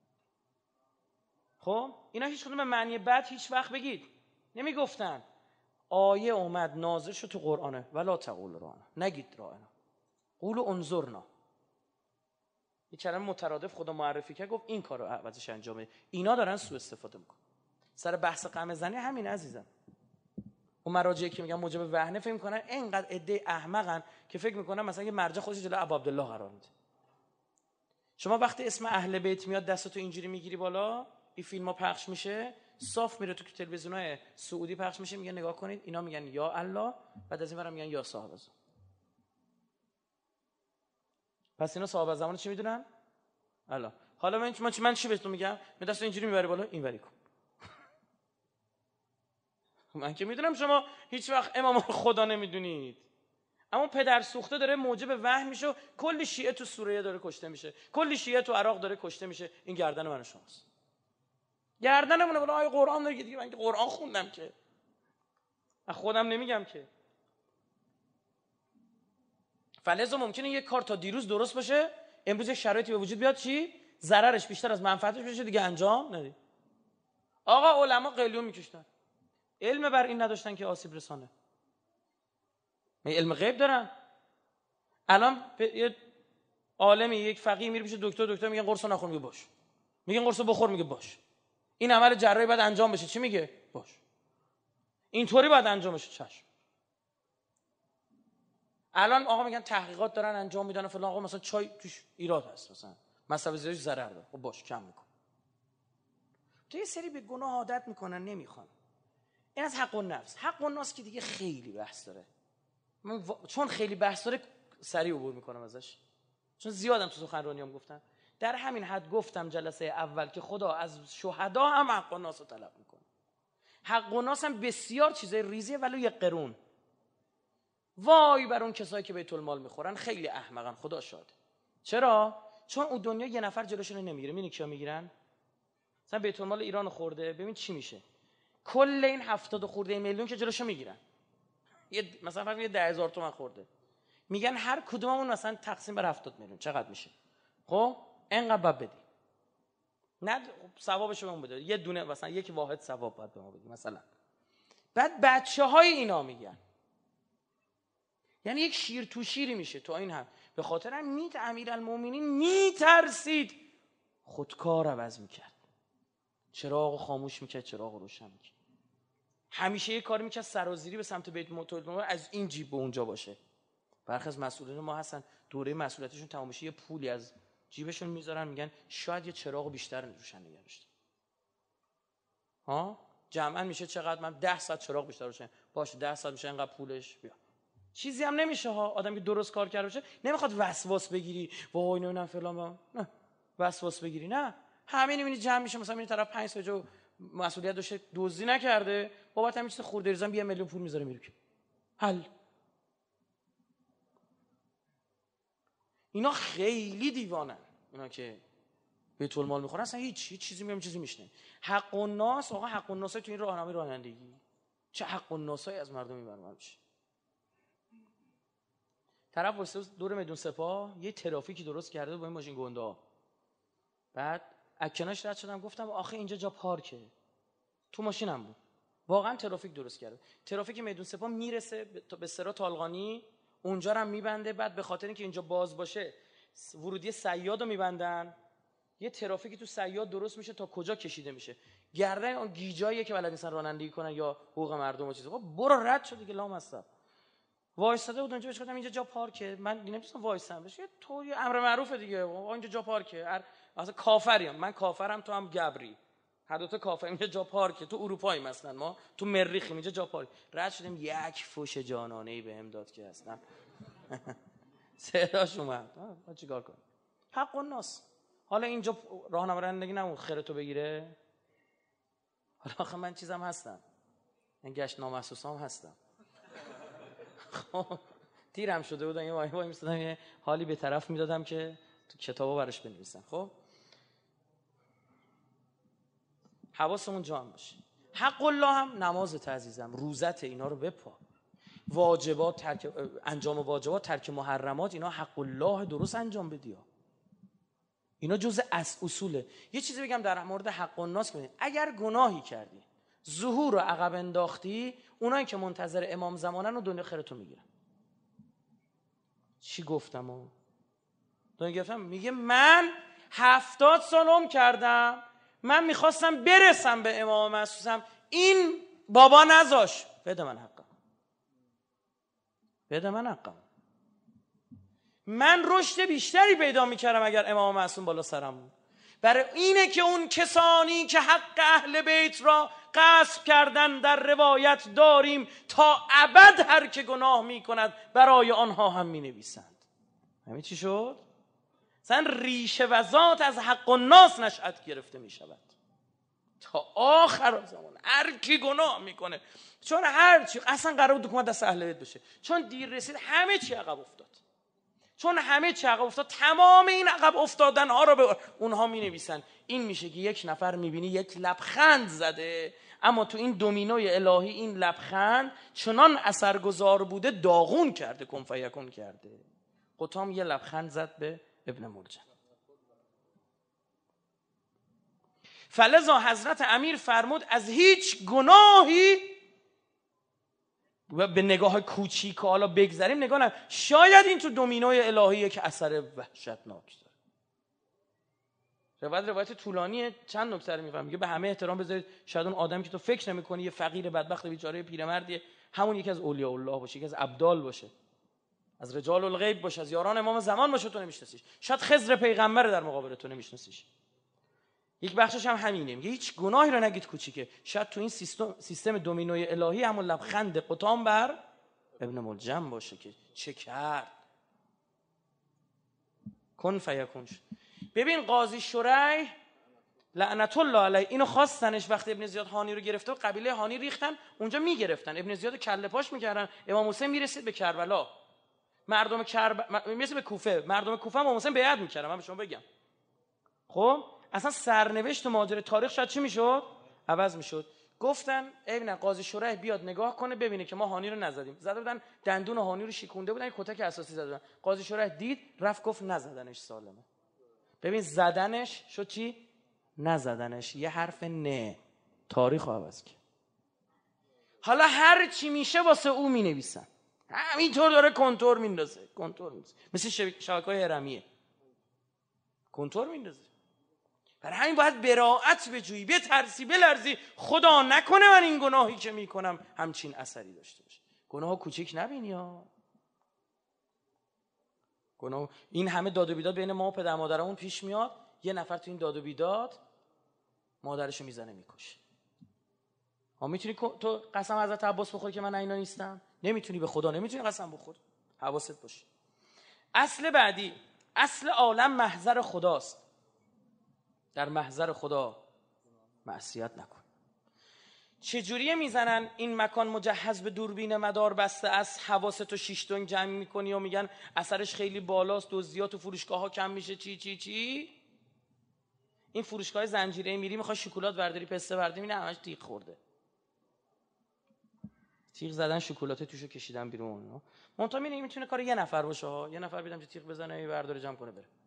خب اینا هیچ کدوم به معنی بد هیچ وقت بگید نمیگفتن. آیه اومد نازل شد تو قرآنه، ولا تقول راعنا، نگید راعنا، قولوا انظرنا. این کلمه مترادف خدا معرفی کرد، گفت این کارو عوضش انجام بده. اینا دارن سوء استفاده میکنن. سر بحث قمه زنی همین عزیزم. اون مراجعی که میگن موجب وهنه فکر میکنن اینقدر عده احمقن که فکر میکنن مثلا یه مرجع خودش جلوی ابا عبدالله قرار میده. شما وقتی اسم اهل بیت میاد دستتو اینجوری میگیری بالا، این فیلم‌ها پخش میشه، صاف میره تو تلویزیونای سعودی پخش میشه، میگه نگاه کنید اینا میگن یا الله، بعد از این برم میگن یا صاحب زمان. پس اینا صاحب زمان چی میدونن؟ الله. حالا من چی بهتون میگم؟ من دستو اینجوری میبری بالا، اینوری کن. من که میدونم شما هیچ وقت امام خدا نمیدونید، اما پدر سوخته داره موجب وهم میشه، کلی شیعه تو سوریه داره کشته میشه، کلی شیعه تو عراق داره کشته میشه. این گردن من و شماست. گردنمونه بالا. آیه قرآن داره دیگه. من که قرآن خوندم که، من خودم نمیگم که. فلذا ممکنه یک کار تا دیروز درست باشه، امروز شرایطی به وجود بیاد چی؟ ضررش بیشتر از منفعتش بشه، دیگه انجام ندید. آقا علما قلیون میکشتن، علم بر این نداشتن که آسیب رسانه. علم غیب دارن. الان یه عالمی، یک فقیه میره پیش دکتر میگه قرص نخور، میگه باش. میگه قرص بخور، میگه باش. این عمل جراحی باید انجام بشه، چی میگه؟ باش. اینطوری باید انجام بشه، چشم. الان آقا میگن تحقیقات دارن انجام میدن فلان، آقا مثلا چای توش ایراد هست، مثلا مصرف زیادش ضرر داره، خب باش کم میکن. تو یه سری به گناه عادت میکنن، نمیخوان. این از حق النفس. حق الناس که دیگه خیلی بحث داره. من چون خیلی بحث داره سریع عبور میکنم ازش، چون زیادم تو سخنرانیام گفتم. در همین حد گفتم جلسه اول که خدا از شهدا هم حق الناس رو طلب میکنه. حق الناس هم بسیار چیزای ریزیه، ولو یک قرون. وای بر اون کسایی که بیت المال میخورن، خیلی احمقن، خدا شاده. چرا؟ چون اون دنیا یه نفر جلوشون نمیگیره. میدونی کیا میگیرن؟ مثلا بیت المال ایران خورده، ببین چی میشه. کل این 70 خورده میلیون که جلوشو میگیرن، مثلا فرض کنید 10,000 تومان خورده، میگن هر کدوممون مثلا تقسیم بر 70 میلیون چقدر میشه؟ خب اینقدر باید بدی. نه ثوابش رو بهمون بده، یه دونه مثلا یک واحد ثواب باید به ما بدی مثلا. بعد بچه‌های اینا میگن، یعنی یک شیر تو شیری میشه تو این هم. به خاطر هم امیرالمومنین میترسید، خودکار عوض میکرد، چراغ خاموش میکرد، چراغ روشن میکرد. همیشه یه کاری میکرد سرازیری به سمت بیت المال، از این جیب به اونجا باشه. برخی از مسئولین ما هستن دوره مسئولیتشون تمام بشه یه پولی از جیبشون میذارن، میگن شاید یه چراغ بیشتر روشن نگه داشته. ها جمعا میشه چقدر؟ من 10 ساعت چراغ بیشتر روشن باشه، 10 ساعت میشه اینقدر پولش. بیا چیزی هم نمیشه ها. آدم که درست کار کرده باشه نمیخواد وسواس بگیری، وای نه فلان، نه وسواس بگیری، نه همین میبینی جمع میشه، مثلا این طرف 5 سال مسئولیت داشته دزدی نکرده، بابت همین چیز خورده ریزم 1 میلیون پول میذاره میره، حل. اینا خیلی دیوانن، اینا که بیت المال میخورن، اصلا هیچ چیزی میگم چیزی میشنه. حق الناس، آقا حق الناس تو این راهنمای رانندگی چه حق الناسایی از مردم میبرن میشه. طرف واسه دور میدون سپاه یه ترافیکی درست کرده با این ماشین گندا، بعد اکناش رد شدم گفتم آخه اینجا جا پارکه، تو ماشینم بود، واقعا ترافیک درست کرده. ترافیک میدون سپاه میرسه به سرا طالقانی، اونجا رو هم میبنده، بعد به خاطر اینکه اینجا باز باشه ورودی صیاد رو میبندن، یه ترافیکی تو صیاد درست میشه تا کجا کشیده میشه. گردن اون گیجاییه که بلد نیستن رانندگی کنن یا حقوق مردم و چیزا. خب برو رد شد دیگه، لامصب. وایساده بود اونجا، بهش گفتم اینجا جا پارکه، من نمی‌تونم وایسم، بهش یه طوری امر معروفه دیگه، اینجا جا پارکه. اصلا کافریم، من کافرم، تو هم گبری، هر دو تا کافر. اینجا جا پارکه، تو اروپایی مثلا، ما تو مریخیم، اینجا جا پارک. رد شدیم، یک فوش جانانه‌ای بهم داد که اصلا صداش اومد. ما چیکار کنیم؟ حق الناس. حالا اینجا راهنما رانندگی نمون خیرتو بگیره. حالا آخه من چیزام هستم، این گشت نامحسوسام هستم. خب تیرم شده بودم، یه وای میستادم یه حالی به طرف میدادم که تو کتابو براش بنویسم. خب حواسمون جمع باشه. حق الله هم نمازت عزیزم، روزت، اینا رو بپا. واجبات، ترک انجام واجبات، ترک محرمات، اینا حق الله درست انجام بدی. اینا جزء از اصوله. یه چیزی بگم در مورد حق الناس کنید. اگر گناهی کردی، ظهور رو عقب انداختی، اونایی که منتظر امام زمانن و دنیا خیرتو میگیرن. چی گفتم؟ دنیا گفتم میگه من 70 سال عمر کردم، من میخواستم برسم به امام معصوم، این بابا نذاش، بده من حقم، بده من حقم. من رشد بیشتری پیدا میکردم اگر امام معصوم بالا سرم بود. برای اینه که اون کسانی که حق اهل بیت را غصب کردن در روایت داریم تا ابد هر که گناه می کند برای آنها هم می نویسند. همین چی شد؟ مثلا ریشه و ذات از حق الناس نشأت گرفته می شود تا آخر زمان. هر کی گناه میکنه، چون هر چی اصلا قرار بود حکومت دست اهل بیت بشه، چون دیر رسید همه چی عقب افتاد. چون همه چی عقب افتاد، تمام این عقب افتادن ها رو به اونها می نویسن. این میشه که یک نفر میبینی یک لبخند زده، اما تو این دومینوی الهی این لبخند چنان اثرگذار بوده داغون کرده، کن فیکون کرده. قطام یه لبخند زد به ابن ملجم. فلذا حضرت امیر فرمود از هیچ گناهی به نگاه کوچیک حالا بگذاریم نگاه نکنیم، شاید این تو دومینوی الهیه که اثر وحشتناک داره. روایت طولانیه، چند نکته رو میفهمم. میگه به همه احترام بذارید، شاید اون آدمی که تو فکر نمی‌کنی یه فقیر بدبخت بیچاره پیرمردیه، همون یکی از اولیاء الله باشه، یکی از ابدال باشه، از رجال الغیب باشه، از یاران امام زمان باشه، تو نمیشناسیش. شاید خضر پیغمبر در مقابل تو نمیشناسیش. یک بخشش هم همینه، میگه هیچ گناهی رو نگید کوچیکه. شاید تو این سیستم دومینوی الهی همون لبخند قطام بر ابن ملجم باشه که چه کرد، کن فیکون. ببین قاضی شریح لعنت الله علیه اینو خواستنش وقتی ابن زیاد هانی رو گرفته و قبیله هانی ریختن اونجا میگرفتن، ابن زیاد کله پاش میکردن. امام حسین میرسید به کربلا، مردم میرسید به کوفه، مردم کوفه امام حسین بیعت میکردن. من به شما بگم خب اصلا سرنوشت و ماجرای تاریخ شاید چی میشد؟ عوض میشد. گفتن ابن قاضی شریح بیاد نگاه کنه ببینه که ما هانی رو نزدیم. زده بودن دندون هانی رو شکونده بودن، کتک اساسی زده بودن. قاضی شریح دید رفت گفت نزدنش سالمه. ببین زدنش شد چی؟ نزدنش. یه حرف نه تاریخ رو عوض کرد. حالا هر چی میشه واسه او مینویسن، همینطور داره کنتور میندازه، مثل شبکه‌های هرمیه کنتور میندازه. برای همین باید براءت بجویی، بترسی، بلرزی، خدا نکنه من این گناهی که میکنم همچین اثری داشته باشه. گناه کوچیک نبینی ها. گناه این همه داد و بیداد بین ما و پدر مادرمون پیش میاد، یه نفر تو این داد و بیداد مادرشو میزنه میکشه. ها میتونی تو قسم حضرت عباس بخوری که من اینا نیستم؟ نمیتونی، به خدا نمیتونی قسم بخوری. حواست باشه. اصل بعدی، اصل عالم محضر خداست. در محضر خدا معصیت نکن. چجوریه میزنن این مکان مجهز به دوربین مدار بسته است، حواستو 6 تن جمع میکنی و میگن اثرش خیلی بالاست، دزدیات تو فروشگاه ها کم میشه، چی این فروشگاه زنجیره میری میخوای شکلات برداری، پسته برداری، میبینی همش تیغ خورده، تیغ زدن شکلات توشو کشیدن بیرون. منتها میتونه کار یه نفر باشه ها، یه نفر بیدم تیغ بزنه یه برداره جمع کنه بره.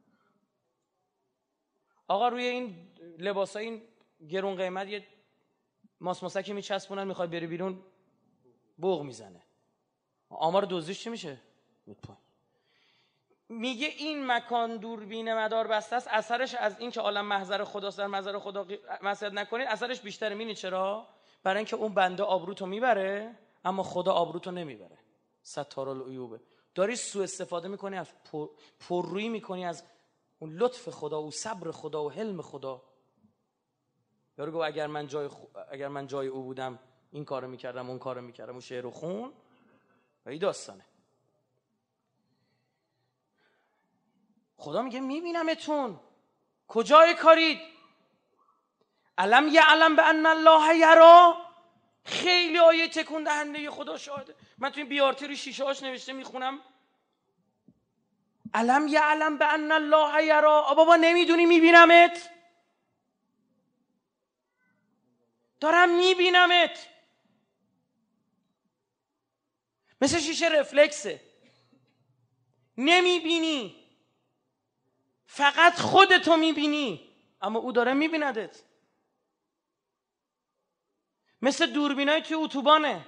آقا روی این لباسای این گرون قیمت یه ماسماسکی میچسبونن، میخوای بری بیرون بوق میزنه، آمار دزدیش چی میشه؟ میگه این مکان دوربین مدار بسته است، اثرش از این که عالم محضر خداست، در محضر خدا معصیت نکنید، اثرش بیشتره. میبینید چرا؟ برای اینکه اون بنده آبروتو میبره اما خدا آبروتو نمیبره. ستار العیوبه. داری سوء استفاده میکنی، از پررویی میکنی از اون لطف خدا و صبر خدا و حلم خدا. یارو گفت اگر من جای او بودم این کارو میکردم اون کارو میکردم، اون شعر و خون و این داستانه. خدا میگه میبینمتون، کجای کارید؟ علم یعلم بان الله یرا. خیلی آیه تکون دهنده خدا شاهده. من تو این بیارتی روی شیشه هاش نوشته میخونم علم یعلم بان الله یرا. بابا نمیدونی میبینمت؟ دارم میبینمت. مثل شیشه رفلکسه، نمیبینی، فقط خودتو میبینی اما او داره میبیندت. مثل دوربینای توی اتوبانه،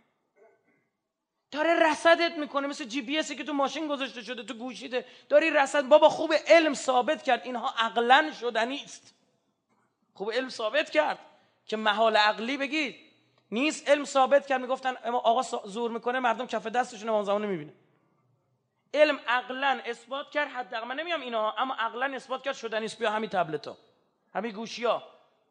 داره رصدت میکنه، مثل جی پی اسی که تو ماشین گذاشته شده تو گوشیته، داری رصد. بابا خوب علم ثابت کرد اینها عقلاً شدنی است. خوب علم ثابت کرد که محال عقلی بگید نیست. علم ثابت کرد، میگفتن آقا زور میکنه مردم کف دستشون امام زمان نمیبینه. علم عقلاً اثبات کرد، حداقل من نمیام اینا، اما عقلاً اثبات کرد شدنی است. بیا همین تبلتا همین گوشی‌ها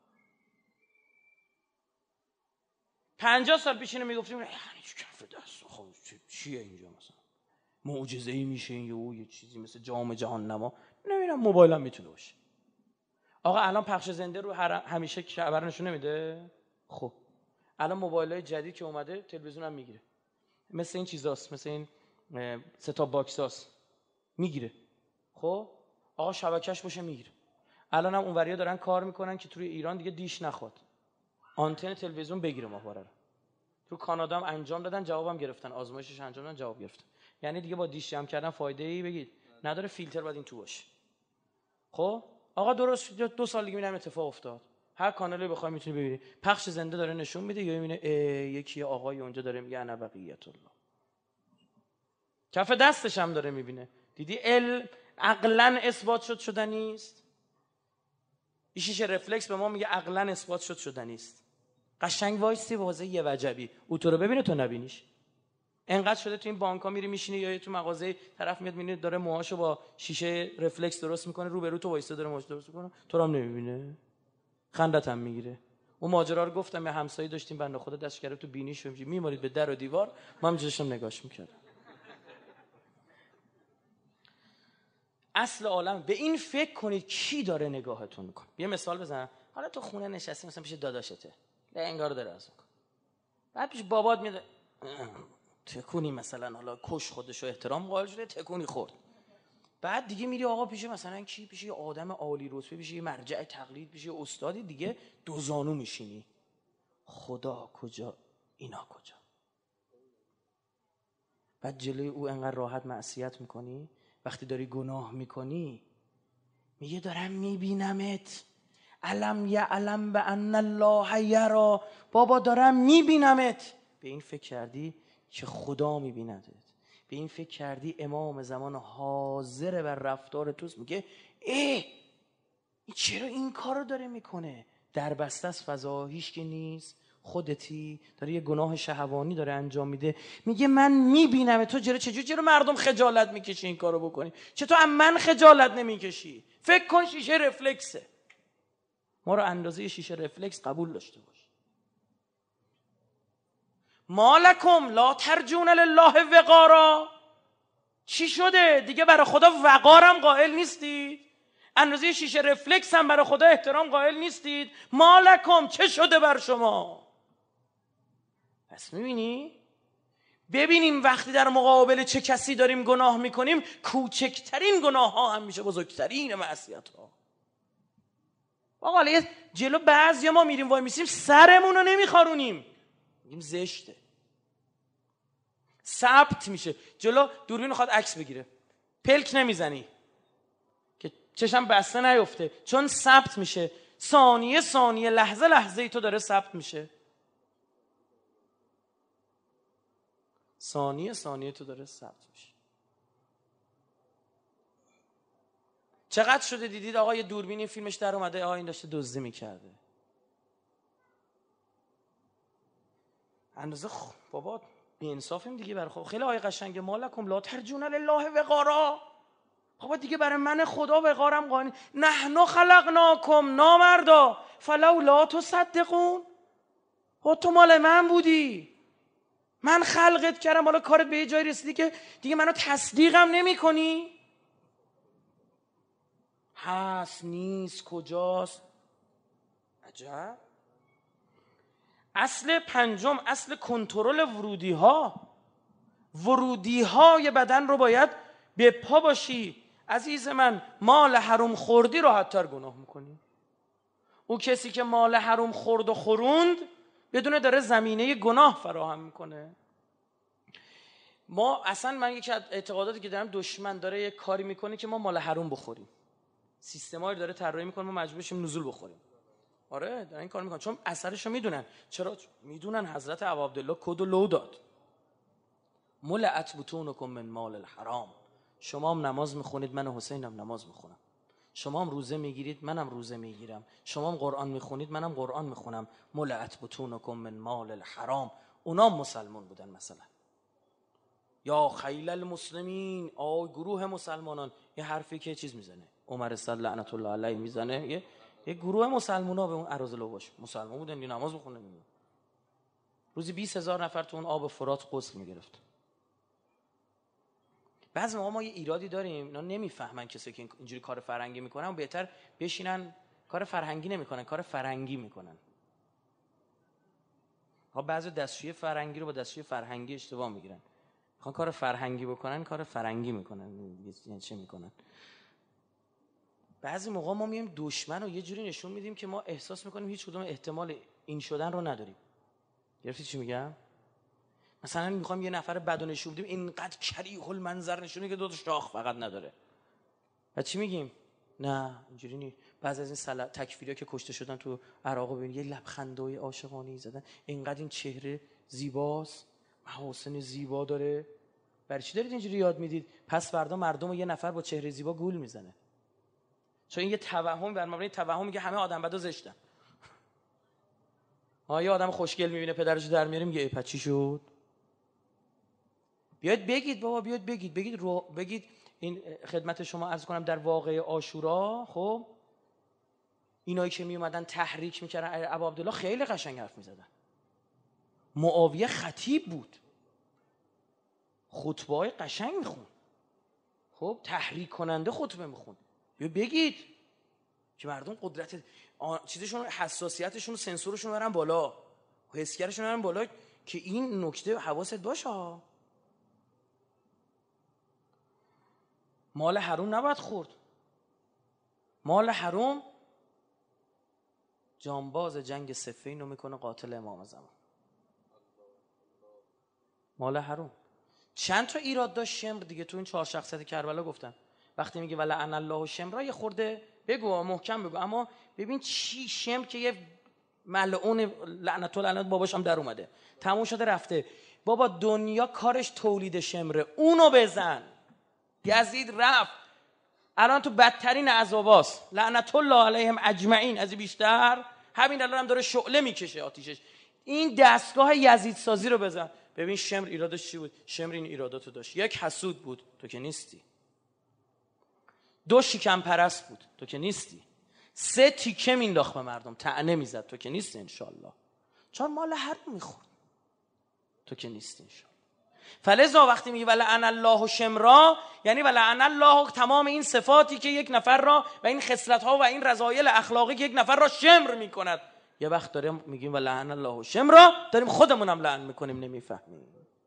50 سال پیش اینو میگفتیم یعنی کف دست خب چیه اینجا مثلا معجزه‌ای میشه این یه چیزی مثل جام جهان نما. نمیدونم موبایلم میتونه باشه. آقا الان پخش زنده رو همیشه خبر نشون نمیده. خب الان موبایل‌های جدید که اومده تلویزیون هم میگیره، مثل این چیزاست، مثل این ستاپ باکساست میگیره. خب آقا شبکه‌اش باشه میگیره. الان هم اونوریا دارن کار میکنن که توی ایران دیگه دیش نخواد، آنتن تلویزیون بگیره ماهواره رو. تو کانادا هم انجام دادن، جوابم گرفتن، آزمایشش انجام دادن، جواب گرفتن. یعنی دیگه با دیش جمع کردن فایده ای بگید نداره، فیلتر باید این تو باشه. خب آقا درست 2 سال دیگه میرم اتفاق افتاد، هر کانالی بخوای میتونی ببینی، پخش زنده داره نشون میده یا میبینه یکی آقای اونجا داره میگه انا بقیت الله، کف دستش هم داره میبینه. دیدی عقلاً اثبات شدنی است. این شیشه رفلکس به ما میگه عقلاً اثبات شدنی است. قشنگ وایسی واژه یه وجبی او تو رو ببینه تو نبینیش. انقدر شده تو این بانک‌ها میری میشینی یا تو مغازه طرف میاد میبینی داره موهاشو با شیشه رفلکس درست میکنه، رو به رو تو وایسته داره موهاش درست میکنه، تو رو هم نمیبینه، خندت هم میگیره. اون ماجرا رو گفتم، یه همسایه داشتیم بنده خدا دستش کرده تو بینیش میمارید به در و دیوار، ما هم داشتیم نگاش میکردیم. اصل عالم به این فکر کنید کی داره نگاهتون میکنه. یه مثال بزنم، حالا تو خونه نشستی مثلا پیش داداشته، انگار داره از میکنه، بعد پیش بابات میاد تکونی مثلا، حالا کش خودشو احترام قائل شده تکونی خورد، بعد دیگه میری آقا پیش مثلا کی، پیش یه آدم عالی رتبه، پیش یه مرجع تقلید، پیش یه استادی دیگه، دو زانو میشینی، خدا کجا اینا کجا؟ بعد جلوی او انقدر راحت معصیت میکنی، وقتی داری گناه میکنی میگه دارم میبینمت، علم یعلم بان الله یری، بابا دارم میبینمت. به این فکر کردی که خدا میبیندت؟ به این فکر کردی امام زمان حاضر بر رفتار توست، میگه این چرا این کارو داره میکنه؟ در بسته از فضا، هیچ کی نیست، خودتی، داره یه گناه شهوانی داره انجام میده، میگه من میبینم تو. چرا مردم خجالت میکشی این کارو بکنی؟ چطور من خجالت نمیکشی؟ فکر کن شیشه رفلکسه، ما رو اندازه شیشه رفلکس قبول داشته باش. مالکم لا ترجون لله وقارا، چی شده دیگه برای خدا وقارم قائل نیستید؟ اندازه شیشه رفلکس هم برای خدا احترام قائل نیستید؟ مالکم چه شده بر شما؟ پس ببینیم وقتی در مقابل چه کسی داریم گناه میکنیم، کوچکترین گناه ها هم میشه بزرگترین معصیت ها. آقا جلو بعضی ما میریم وای میسیم سرمون رو نمیخارونیم، میگیم زشته، ثبت میشه. جلو دوربین خواهد عکس بگیره، پلک نمیزنی که چشم بسته نیفته، چون ثبت میشه، ثانیه لحظه ای تو داره ثبت میشه، ثانیه تو داره ثبت میشه. چقدر شده دیدید آقا یه دوربینی فیلمش در اومده، این داشته دزدی میکرده، اندازه بابا بی انصافیم دیگه. برای خب خیلی آیه قشنگ، مالکم لا ترجون لله وقارا، بابا دیگه برای من خدا وقارم قائل، نحن خلقناکم نامردا فلولا تصدقون، تو مال من بودی، من خلقت کردم، حالا کارت به یه جایی رسیدی که دیگه منو تصدیقم نمی کنی؟ هست نیست کجاست؟ عجب. اصل پنجم، اصل کنترل ورودی های بدن رو باید به پا باشی. عزیز من مال حروم خوردی راحت تر گناه میکنی. او کسی که مال حروم خورد و خوروند بدونه داره زمینه گناه فراهم میکنه. ما اصلا، من یکی از اعتقاداتی که دارم، دشمن داره یک کاری میکنه که ما مال حروم بخوریم، سیستمایی داره طراحی میکنه ما مجبور شیم نزول بخوریم. آره دارن این کار میکنن چون اثرشو میدونن. چرا؟ میدونن حضرت ابوعبدالله کد و لو داد، ملأت بطونکم من مال الحرام. شما هم نماز میخونید، من حسینم نماز میخونم، شما هم روزه میگیرید، منم روزه میگیرم، شما هم قرآن میخونید، منم قرآن میخونم، ملأت بطونکم من مال الحرام. اونا مسلمان بودن مثلا. یا خیل المسلمین، گروه مسلمانان. یه حرفی که چیز میزنه عمر صد لعنت الله علیه میزنه، یک گروه مسلمونا به اون اراذل باش مسلمان بودن، نماز بخونن، روزی 20,000 نفر تو اون آب فرات غسل میگرفت. بعضی موقع ما یه ایرادی داریم، اینا نمیفهمن کسی که اینجوری کار فرهنگی میکنن، بهتر بشینن کار فرهنگی نمیکنن، کار فرنگی میکنن. ها بعضی دستشویی فرنگی رو با دستشویی فرهنگی اشتباه میگیرن. میخوان کار فرهنگی بکنن، کار فرنگی میکنن. یعنی چه میکنن؟ بعضی موقع ما میایم دشمن رو یه جوری نشون میدیم که ما احساس میکنیم هیچ کدوم احتمال این شدن رو نداریم. گرفتی چی میگم؟ مثلا میخوام یه نفر بدو نشون بدیم، اینقدر کریه المنظر نشونه که دو تا شاخ فقط نداره. بعد چی میگیم؟ نه اینجوری نیست. بعضی از این تکفیریا که کشته شدن تو عراق ببین یه لبخندای عاشقانه زدن، اینقدر این چهره زیباست، محاسن زیبا داره. برای چی دارید اینجوری یاد میدید؟ پس فردا مردم رو یه نفر با چهره زیبا گول میزنه. چون این یه توهم، بر مبنای توهم میگه همه آدم بدا زشتن. یه آدم خوشگل میبینه پدرش در میاره میگه ای پس چی شد؟ بیاید بگید بابا، بیاید بگید این خدمت شما عرض کنم در واقعه عاشورا، خب اینایی که می اومدن تحریک میکردن ابا عبدالله خیلی قشنگ حرف میزدن. معاویه خطیب بود، خطبه‌های قشنگ میخون، خب تحریک کننده خطبه میخون. بگید که مردم قدرت چیزشون، حساسیتشون، سنسورشون برن بالا، حسگرشون برن بالا، که این نکته حواست باشه. مال حرام نباید خورد. مال حرام جانباز جنگ صفین رو میکنه قاتل امام زمان. مال حرام. چند تا ایراد داشت شمر دیگه تو این 4 شخصیت کربلا گفتن. وقتی میگه ولعن الله شمر یه خورده بگو، محکم بگو، اما ببین چی شمر که یه ملعون لعنت الله باباش هم در اومده، تموم شده رفته. بابا دنیا کارش تولید شمره، اونو بزن. یزید رفت الان تو بدترین عذاباست، لعنت الله علیهم اجمعین. از بیشتر همین الان هم داره شعله میکشه آتیشش. این دستگاه یزید سازی رو بزن ببین شمر ایرادش چی بود. شمر این ایراداتو داشت. 1 حسود بود، تو که نیستی. 2 شکم پرست بود، تو که نیستی. 3 تیکه مینداخت به مردم، طعنه میزد، تو که نیستی انشالله. 4 مال حرام میخورد، تو که نیستی انشالله. فلذا وقتی میگه ولعن الله شمرا، یعنی ولعن الله تمام این صفاتی که یک نفر را و این خصلت‌ها و این رذایل اخلاقی که یک نفر را شمر میکند. یه وقت داریم میگیم ولعن الله شمرا، داریم خودمونم لعن میکنیم، نمیفهمیم.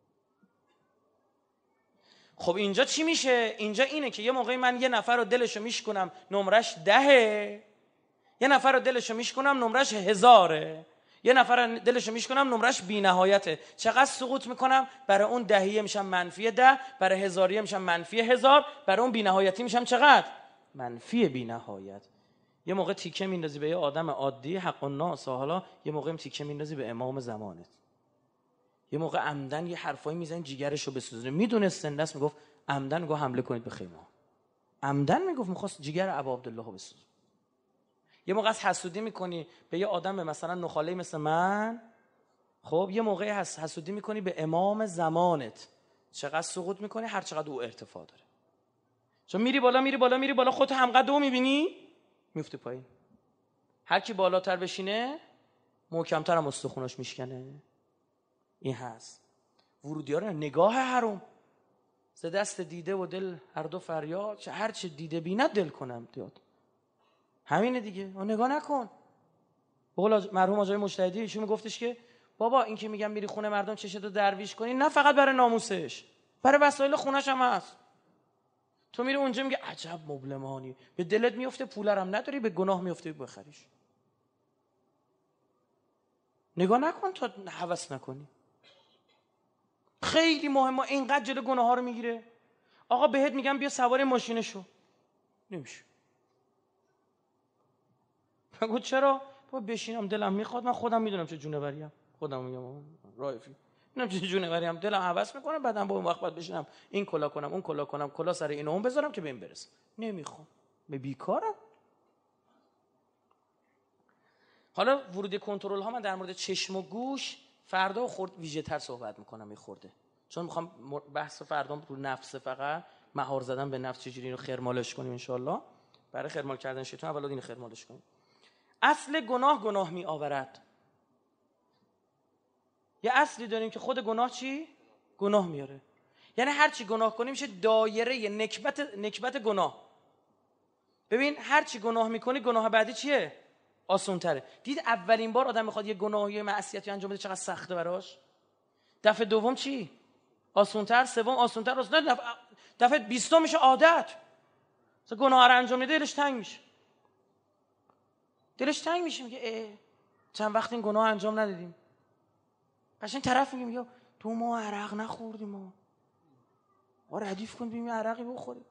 خب اینجا چی میشه؟ اینجا اینه که یه موقعی من یه نفر رو دلشو میشکنم نمرش 10، یه نفر رو دلشو میشکنم نمرش 1000، یه نفر دلشو میشکنم نمرش بی نهایته. چقدر سقوط میکنم؟ برای اون 10 میشم -10، برای 1000 میشم -1000، برای اون بی نهایتی میشم چقدر؟ منفی بی نهایت. یه موقع تیکه میندازی به یه آدم عادی حق الناس، حالا یه موقع تیکه میندازی به امام زمانت. یه موقع عمدن یه حرفایی میزنی جیگرشو بسوزونه. میدونست سندس میگفت عمدن میگفت حمله کنید به خیمه، عمدن میگفت میخواست جیگر ابا عبدالله رو بسوزونه. یه موقع از حسودی میکنی به یه آدم مثلا نخاله مثل من، خب یه موقع حسودی میکنی به امام زمانت، چقدر سقوط میکنی؟ هر چقدر او ارتفاع داره. چون میری بالا خودت هم قد او میبینی میفته پایین. هر کی بالاتر بشینه محکمتر هم استخوناش میشکنه. این هست. ورودیار نگاه حرام، ز دست دیده و دل هر دو فریاد، هر چه دیده بیند دل کنم دیاد. همینه دیگه. نگاه نکن. بقول مرحوم آقای مجتهدی ایشون میگفتش که بابا این که میگم میری خونه مردم چشتو درویش کنی، نه فقط برای ناموسش، برای وسایل خونش هم هست. تو میری اونجا میگه عجب مبلمانی، به دلت میفته پولرم نداری، به گناه میفته بخریش. نگاه نکن تا هوس نکنی. خیلی مهمه. اینقدر جلو گناه ها رو میگیره. آقا بهت میگم بیا سوار ماشین شو، نمیشه. بگو چرا؟ بابا بشینم دلم میخواد، من خودم میدونم چه جونوریم، خودم میگم رایفی میدونم چه جونوریم، دلم هوس میکنه بعدم با اون وقت بعد بشینم این کلا کنم اون کلا کنم، کلا سر این اون بذارم که بهم برسه. نمیخوام، به بیکارم. حالا ورودی کنترل ها من در مورد چشم و گوش فردا خورد ویژه تر صحبت میکنم میخورده، چون میخوام بحث فردا رو نفس، فقط مهار زدن به نفس، چجوری اینو خرمالش کنیم ان شاء الله. برای خرمال کردن شیطان اول اینو خرمالش کنیم. اصل گناه می آورد. یه اصلی داریم که خود گناه چی؟ گناه میاره. یعنی هر چی گناه کنی میشه دایره نکبت گناه. ببین هر چی گناه میکنی گناه بعدی چیه؟ آسان تره. دید اولین بار آدم میخواد یه گناهی معصیتی انجام بده چقدر سخته براش؟ دفعه دوم چی؟ آسان تر، سوم آسان تر، دفعه 20 میشه عادت. مثلا گناه رو انجام میده دلش تنگ میشه میگه چند وقت این گناه انجام ندادیم. قشنگ طرف میگه تو ما عرق نخوردیم، ما ردیف کن ببین عرقی بخوریم.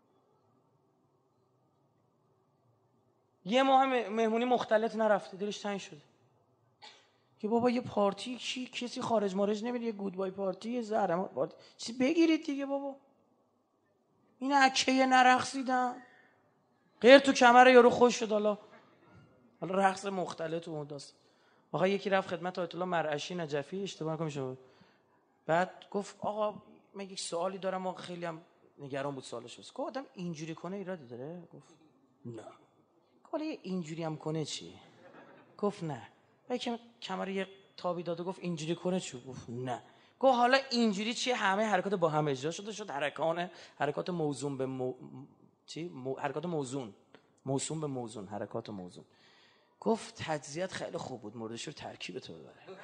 یه ماه مهمونی مختلط نرفته دلش تنگ شده که بابا یه پارتی کسی خارج مارج نمیره، یه گودبای پارتی، یه زهرمار پارتی چیزی بگیرید دیگه بابا. این عکه نرقصیدن غیر تو کمر یارو خوش شد. حالا رقص مختلط اون داست. آقا یکی رفت خدمت آیت الله مرعشی نجفی، اشتباه نکنم شما، بعد گفت آقا من یک سوالی دارم و خیلی هم نگران بود سوالش. گفت آدم اینجوری کنه ایرادی داره؟ گفت نه. حالا اینجوری هم کنه چی؟ گفت نه. یکی کمر یه تابی داد و گفت اینجوری کنه چی؟ گفت نه. گفت حالا اینجوری چیه؟ همه حرکات با هم اجرا شد حرکات موزون به حرکات موزون به موزون، حرکات موزون. گفت تجزیه‌ات خیلی خوب بود، موردش رو ترکیب تو ببره.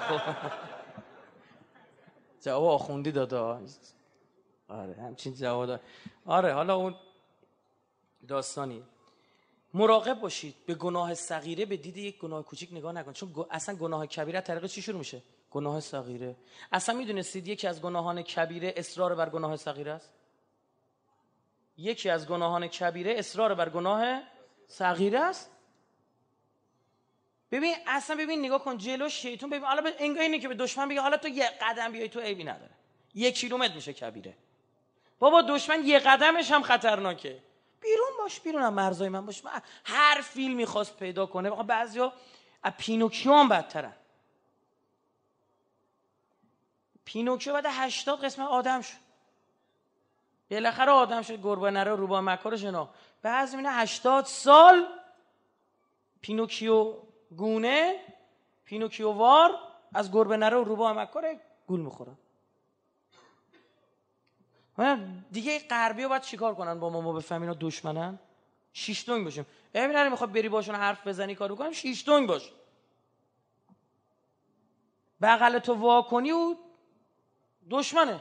جواب آخوندی دادا. آره همچین جواب داد. آره حالا اون داستانی. مراقب باشید به گناه صغیره به دید یک گناه کوچیک نگاه نکنید، چون اصلا گناه کبیره طریق چی شروع میشه؟ گناه صغیره. اصلا میدونستید یکی از گناهان کبیره اصرار بر گناه صغیره است؟ یکی از گناهان کبیره اصرار بر گناه صغیره است. ببین نگاه کن جلو شیطان. ببین حالا انگار اینه که به دشمن بگه حالا تو یه قدم بیای تو عیبی نداره، 1 کیلومتر میشه کبیره. بابا دشمن یه قدمش هم خطرناکه. بیرونم مرزای من باش. هر فیلمی خواست پیدا کنه. بعضیا از پینوکیو هم بدترن. پینوکیو بعد 80 قسمت آدم شد، بالاخره آدم شد، گربه نره روباه مکار شنا. بعضی میونه 80 سال پینوکیو گونه، پینوکیو وار از گربه نره و روباه مکار گول میخورن. دیگه غربی‌ها باید چیکار کنن با ما بفهمیم اینا دشمنن؟ 6 دنگ باشیم. نری میخواد بری باشون حرف بزنی کارو کنیم، 6 دنگ باش. بغل تو وا کنی و دشمنه.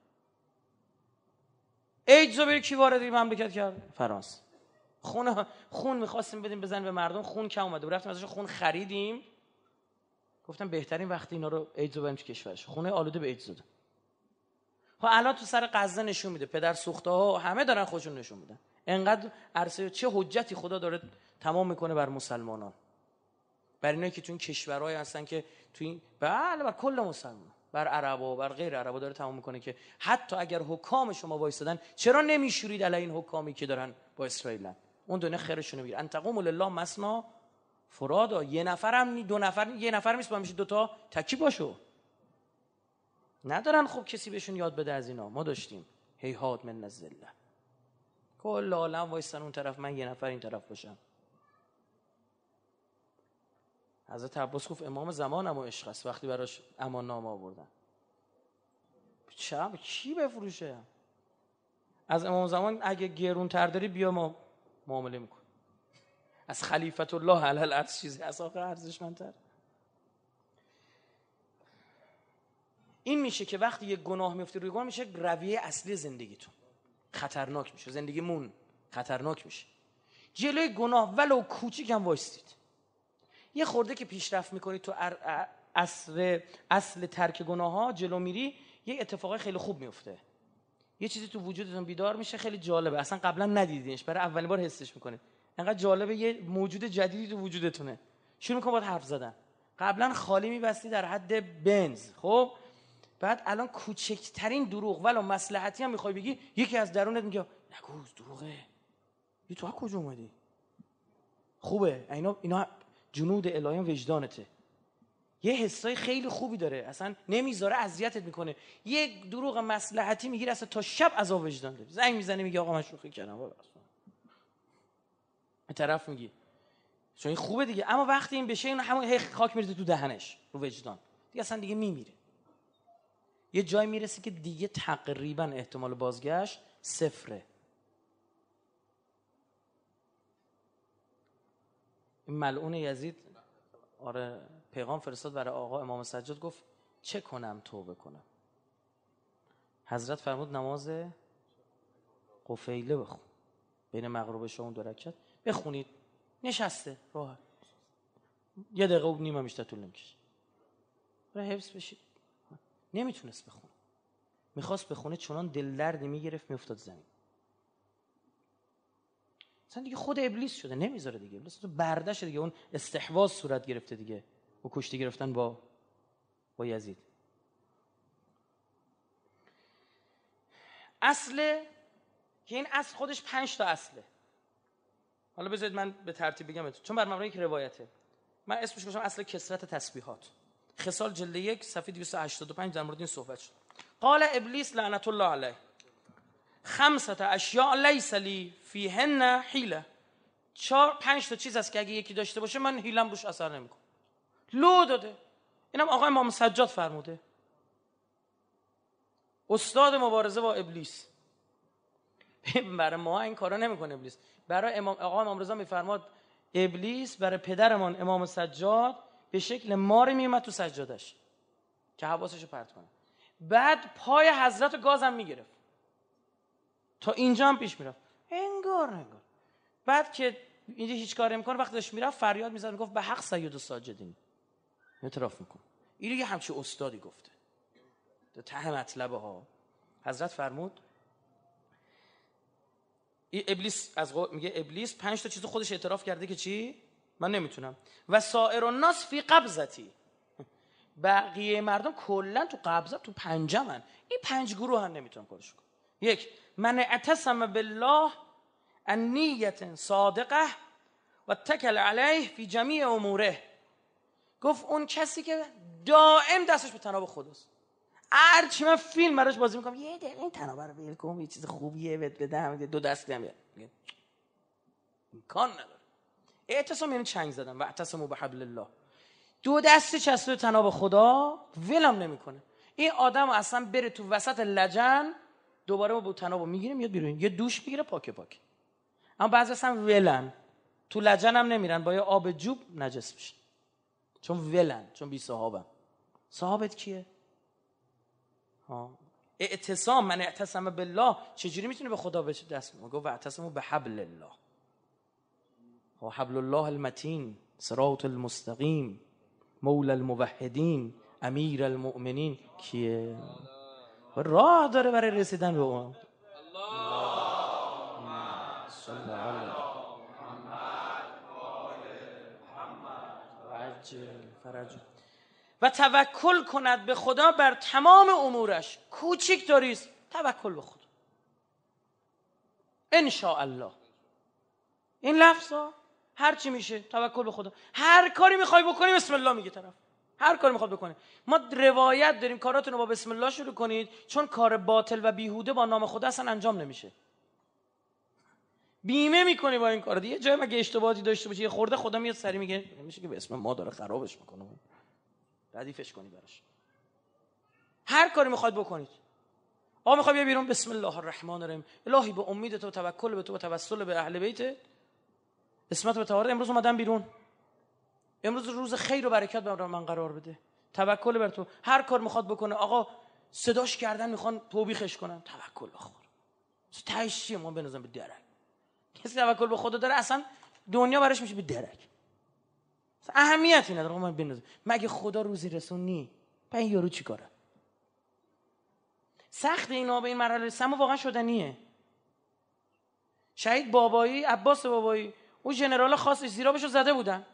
ایدزو بری کی وارد این مملکت کرد؟ فرانسه. خون می‌خواستیم بدیم بزنیم به مردم، خون کم اومده. رفتیم ازش خون خریدیم. گفتم بهترین وقت اینا رو ایدزو بریم تو کشورش. خونه آلوده به ایدز دادن. الان تو سر غزه نشون میده پدر سوخته‌ها همه دارن خودشون نشون میدن. انقدر عرصه چه حجتی خدا داره تمام میکنه بر مسلمانان، بر اینایی که تو این کشورهای هستن که تو این بر کل مسلمان، بر عربا بر غیر عربا داره تمام میکنه که حتی اگر حکام شما وایسادن چرا نمیشورید علی این حکامی که دارن با اسرائیلن؟ اون دونه خیرشون رو میگیره. ان تقوموا لله مثنا فرادا. یه نفرم دو نفر، یه نفر میشه با میشه دو تا تکی باشو. ندارن خب کسی بهشون یاد بده از اینا. ما داشتیم هیهات من الذله، کل عالم وایسن اون طرف، من یه نفر این طرف باشم. حضرت عباس گفت امام زمانم و عشق است وقتی براش امان نامه آوردن. کی بفروشه؟ از امام زمان اگه گرون تر داری بیا ما معامله میکن. از خلیفت الله علی الارض چیزی از آخر ارزشمندتر. این میشه که وقتی یک گناه میفتی روی گناه میشه رویه اصلی زندگیتون، خطرناک میشه، زندگیمون خطرناک میشه. جلوی گناه ولو کوچیک هم وایستید. یه خورده که پیشرفت میکنی تو اصل ترک گناه ها جلو میری، یه اتفاقای خیلی خوب میفته. یه چیزی تو وجودتون بیدار میشه خیلی جالبه، اصلا قبلا ندیدینش، برای اولین بار حسش میکنید. انقدر جالبه، یه موجود جدیدی تو وجودتونه. شروع میکنه باهات حرف زدن. قبلا خالی میبستی در حد بنز، خب بعد الان کوچکترین دروغ ولو مصلحتی هم میخوای بگی، یکی از درونت میگه نگو دروغه. تو از کجا اومدی؟ خوبه. اینا جنود الهی وجدانته. یه حسای خیلی خوبی داره، اصلا نمیذاره اذیتت میکنه. یه دروغ مصلحتی میگیره اصلا تا شب عذاب وجدان داره. زنگ میزنه میگه آقا من شوخی کردم، بابا این طرف میگی چون این خوبه دیگه، اما وقتی این بشه این همون خاک میره تو دهنش، رو وجدان دیگه، اصلا دیگه میمیره. یه جای میرسی که دیگه تقریبا احتمال بازگشت صفره. این ملعون یزید پیغام فرستاد برای آقا امام سجاد، گفت چه کنم توبه کنم؟ حضرت فرمود نماز قفیله بخون، بین مغرب و عشا 2 رکعت بخونید. نشسته راحت، 1 دقیقه و نیم هم بیشتر طول نمیکشه، برای حفظ بشید. نمیتونست بخونه، میخواست بخونه چنان دل دردی میگرفت میافتاد زمین. مثلا دیگه خود ابلیس شده، نمیذاره دیگه، ابلیس تو بردش دیگه، اون استحواذ صورت گرفته دیگه، و کشتی گرفتن با یزید. اصله که این اصل خودش 5 تا اصله. حالا بذارید من به ترتیب بگم چون بر مبنای یک روایته. من اسمش گذاشتم اصل کثرت تسبیحات. خصال جلد 1 صفحه 285 در مورد این صحبت شد. قال ابلیس لعنت الله علیه 5 اشیاء لیس لی فیهن حیله. 5 تا چیز هست که اگه یکی داشته باشه من حیلم روش اثر نمیکنه. لو داده. اینم آقای امام سجاد فرموده، استاد مبارزه با ابلیس. برای ما این کارا نمیکنه ابلیس. برای آقا امام رضا میفرماد ابلیس برای پدرمان امام سجاد به شکل ماری میومد تو سجادش که حواسشو پرت کنه. بعد پای حضرت گازم میگرفت تا اینجا هم پیش میرفت، انگار. بعد که اینجا هیچ کاری نمیکنه، وقتی داشت میرفت فریاد میزد، میگفت به حق سید الساجدین، اعتراف میکنه. این یه همچین استادی گفته ته مطلبه ها. حضرت فرمود ابلیس میگه ابلیس 5 تا چیزو خودش اعتراف کرده که چی؟ من نمیتونم. و سایر الناس فی قبضتی، بقیه مردم کلا تو قبضت، تو پنجمن. این 5 گروه هم نمیتونم کارش کنم. 1 من اعتصم بالله النیة صادقه و اتکل علیه فی جمیع اموره. گفت اون کسی که دائم دستش به تناب خداست، هرچی من فیلم براش بازی میکنم، یه دقیقه این تنابه رو ول کنم، یه چیز خوبیه بدم، 2 دست هم امکان نداره. اعتصام یعنی چنگ زدن. و اعتصموا بحبل الله، 2 دستی چسبه تناب خدا، ولم نمیکنه. این آدم اصلا بره تو وسط لجن، دوباره با تنابو میگیره میاد بیرون، یه دوش میگیره پاکه. اما بعضی اصلا ولن، تو لجن هم نمیرن، با یه آب جوب نجس میشن، چون ولن، چون بی صحابن. صحابت کیه؟ اعتصام، من اعتصم بالله، چجوری میتونه به خدا بشه دست؟ میگه و اعتصموا بحبل الله، و حبل الله المتین، صراط المستقیم، مولا الموحدین، امیر المؤمنین. کیه؟ راه داره برای رسیدن به اون. فرج. و توکل کند به خدا بر تمام امورش، کوچیک داریست توکل به خدا ان شاء الله. این لفظا هر چی میشه توکل به خدا. هر کاری میخوای بکنی بسم الله میگه طرف، هر کاری میخواد بکنه. ما روایت داریم کاراتونو با بسم الله شروع کنید، چون کار باطل و بیهوده با نام خدا اصلا انجام نمیشه. بیمه میکنی با این کار دیگه. جای مگه اشتباهی داشته باشه یه خورده خدا میاد سری میگه نمیشه که به اسم ما داره خرابش میکنه، ردیفش کنی براش. هر کاری میخواید بکنید. آقا میخوای بیا بیرون، بسم الله الرحمن الرحیم، الهی به امید تو، توکل به تو و توسل به اهل بیت اسمت و طهارت امروز اومدم بیرون، امروز روز خیر و برکت برای من قرار بده، توکل بر تو. هر کار میخواد بکنه، آقا صداش کردن میخوان توبیخش کنن، توکل بخور. تهش چیه؟ ما بنازم به درک. کسی توکل به خدا داره اصلا دنیا براش میشه به درک، اهمیتی نداره. ما بنازم مگه خدا روزی رسونی؟ با این یارو چیکاره؟ سخت اینا به این مرحله رسیدن واقعا شدنیه. شهید بابایی، عباس بابایی، اون ژنرال خاصش زیرابشو زده بودن.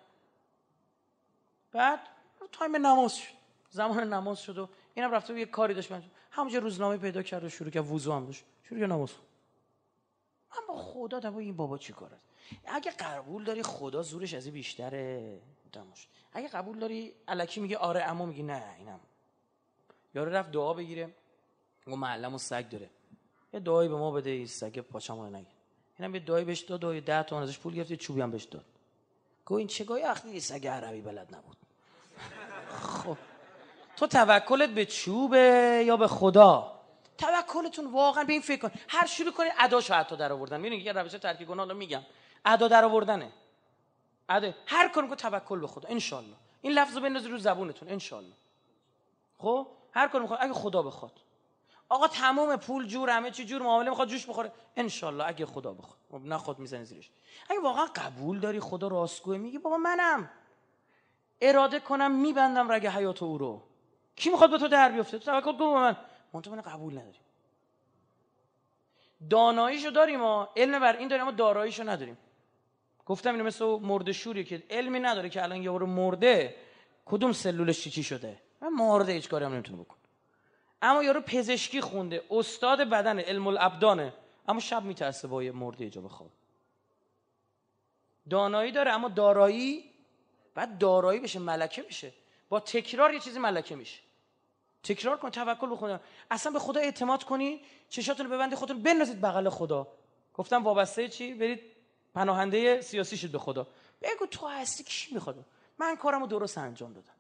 بعد تایم نماز شد، زمان نماز شد و اینم رفته بود یه کاری داشت، همونجا روزنامه پیدا کرد و شروع کرد، وضو هم داشت، شروع کرد نماز. اما خدا دبا این بابا چی کاره؟ اگه قبول داری خدا زورش از این بیشتره دمش. اگه قبول داری الکی میگه آره اما میگه نه اینم. یارو رفت دعا بگیره، اون معلمو سگ داره، یه دعایی به ما بده این سگ پاچمون نگه. اینم یه دعایی بهش داد، دعای 10 تومن ازش پول گرفت، چوبی هم بهش داد. گو این چه گوی اخی سگ عربی بلد نبود. خب تو توکلت به چوبه یا به خدا؟ توکلتون واقعا به این فکر کن. هر شروع کنید اداشو حتی در آوردن. میبینید که روش ترک گناه رو میگم، ادا در آوردنه. ادا هر کاری میکنید توکل به خدا ان شاء الله. این لفظو بندازید رو زبونتون ان شاء الله. خب هر کاری میکنید اگه خدا بخواد. آقا تمام پول جور، همه چی جور، معامله میخواد جوش بخوره ان شاء الله اگه خدا بخواد. نخواد میزنی زیرش. اگه واقعا قبول داری خدا راستگوئه، میگی بابا منم اراده کنم میبندم رگ حیات او رو، کی میخواد به تو در بیفته؟ تو توکل کن به من. من قبول نداریم. داناییشو داریم ما، علم بر این داریم اما داراییشو نداریم. گفتم اینو مثل مرده شوریه که علمی نداره که الان یه بار مرده کدوم سلولش چی شده. من مرده هیچ کاری هم نمیتونه بکنه. اما یارو پزشکی خونده، استاد بدن، علم الابدانه، اما شب میترسه با یه مرده اینجا بخوابه. دانایی داره اما دارایی، بعد دارایی بشه ملکه بشه. با تکرار یه چیزی ملکه میشه. تکرار کن، توکل به خدا. اصلا به خدا اعتماد کنی، چشاتون رو ببندید، خودتون بندازید بغل خدا. گفتم وابسته چی؟ برید پناهنده سیاسی شید به خدا. بگو تو هستی، کی میخواد؟ من کارمو درست انجام دادم.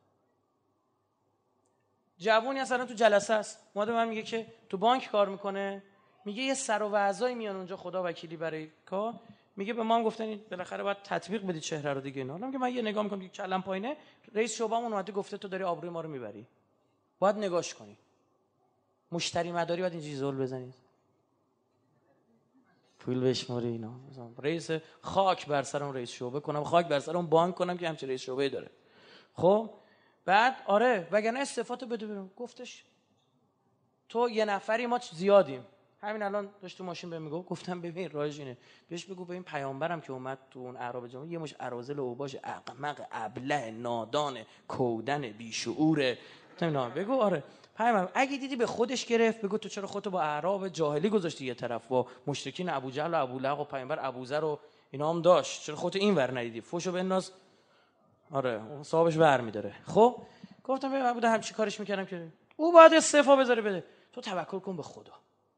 جوونی اصلا تو جلسه است، اومده من میگه که تو بانک کار میکنه، میگه یه سر و وضعی میان اونجا، خدا وکیلی برای کار، میگه به ما هم گفتن بالاخره باید تطبیق بدید چهره رو دیگه. اینا میگه من یه نگاه میکنم که کلم پایینه، رئیس شعبهمون اومده گفته تو داری آبروی ما رو میبری، باید نگاش کنی. مشتری مداری باید اینجوری زل بزنید، پول بشماری اینا. رئیس خاک بر سرم رئیس شعبه کنم، خاک بر سرم بانک کنم که همچین رئیس شعبه داره. خب بعد آره وگرنه استعفاتو بده برام. گفتش تو یه نفری، ما زیادیم. همین الان داشت تو ماشین بهم میگفت، گفتم ببین راهش اینه، بهش بگو ببین پیامبرم که اومد تو اون اعراب جمعه یه مش اراذل اوباش احمق ابله نادان کودن بیشعور نمیدونم، بگو آره پیامبر اگه دیدی به خودش گرفت، بگو تو چرا خودتو با اعراب جاهلی گذاشتی یه طرف، با مشرکین ابوجهل و ابولهب و پیامبر ابوذر و اینا هم داشت، چرا خودت اینور ندیدی؟ فوشو بنداز. آره صاحبش برمی‌داره. خب گفتم ببین بودم همچی کارش میکردم که او باید استعفا بذاره بده. تو توکل کن به خدا.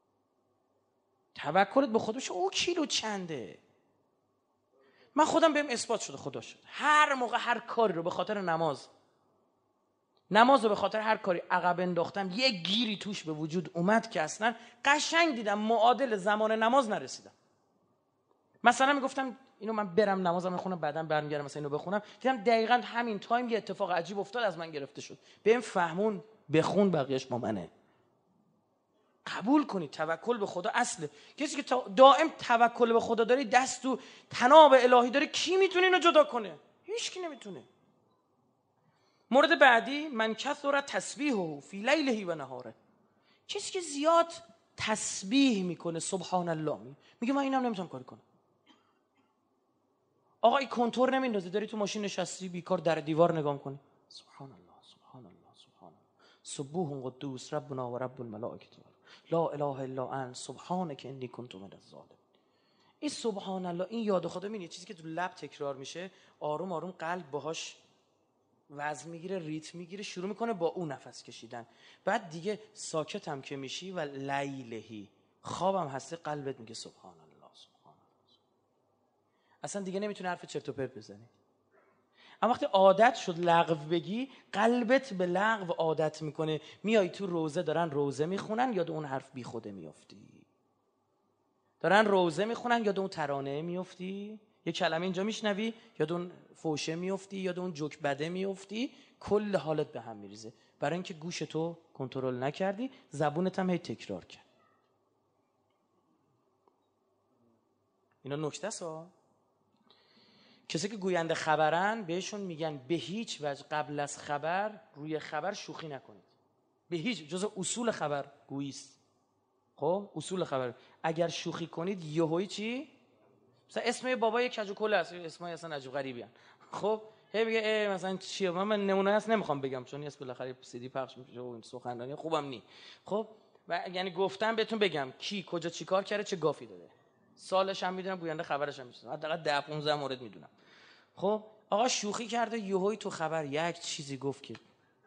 توکلت به خدا شه. او کیلو چنده؟ من خودم بهم اثبات شده خدا شد. هر موقع هر کاری رو به خاطر نماز رو به خاطر هر کاری عقب انداختم، یه گیری توش به وجود اومد که اصلا قشنگ دیدم معادل زمان نماز نرسیدم. مثلا میگفتم اینو من برم نمازم بخونم بعداً برمیگردم مثلا اینو بخونم، دیدم دقیقاً همین تایم یه اتفاق عجیب افتاد، از من گرفته شد. بهم فهمون بخون بقیه‌اش با منه. قبول کنید توکل به خدا اصله. کسی که دائم توکل به خدا داره، دست تو طناب الهی داره، کی میتونه اینو جدا کنه؟ هیچ کی نمیتونه. مورد بعدی، من کثر تسبیحه فی لیله و نهاره. کسی که زیاد تسبیح میکنه سبحان الله، میگه من اینم نمیتونم کار کنم. آقا این کنتور نمیندازه، داری تو ماشین نشستی بیکار در دیوار نگاه کنی، سبحان الله سبحان الله سبحان الله سبوح قدوس ربنا و رب الملائکه لا اله الا انت سبحانك انی کنت من الظالمین. این سبحان الله، این یاد خدا، میبینی چیزی که تو لب تکرار میشه، آروم آروم قلب باهاش وزن میگیره، ریتم میگیره، شروع میکنه با اون نفس کشیدن. بعد دیگه ساکت هم که میشی و لیلهی خوابم هستی، قلبت میگه سبحان الله سبحان الله. اصلا دیگه نمیتونه حرف چرت و پرت بزنی. اما وقتی عادت شد لغو بگی، قلبت به لغو عادت میکنه. میای تو روزه، دارن روزه میخونن، یاد اون حرف بی خوده میافتی. دارن روزه میخونن، یاد اون ترانه میافتی. یه کلمه اینجا میشنوی، یاد اون فوشه میافتی، یاد اون جوک بده میافتی. کل حالت به هم میریزه، برای اینکه گوش تو کنترل نکردی، زبونت هم هی تکرار کرد. اینا نکته است ها. کسی که گوینده خبرن بهشون میگن به هیچ وجه قبل از خبر روی خبر شوخی نکنید. به هیچ، جز اصول خبر گویی است. خب اصول خبر، اگر شوخی کنید یهویی چی؟ مثلا اسم بابای کج و کله است، اسمای اصلا عجیب غریبی ان. خب هی بگه مثلا چیه، من نمونه هست نمیخوام بگم چون اسم بالاخره سی دی پخش میشه و این سخنرانی خوبم نی. خب و یعنی گفتم بهتون بگم کی کجا چیکار کرده، چه گافی داده، سالش هم میدونم، گوینده خبرش هم میدونم، حداقل 10 15 مورد میدونم. خب آقا شوخی کرده، یهویی تو خبر یک چیزی گفت که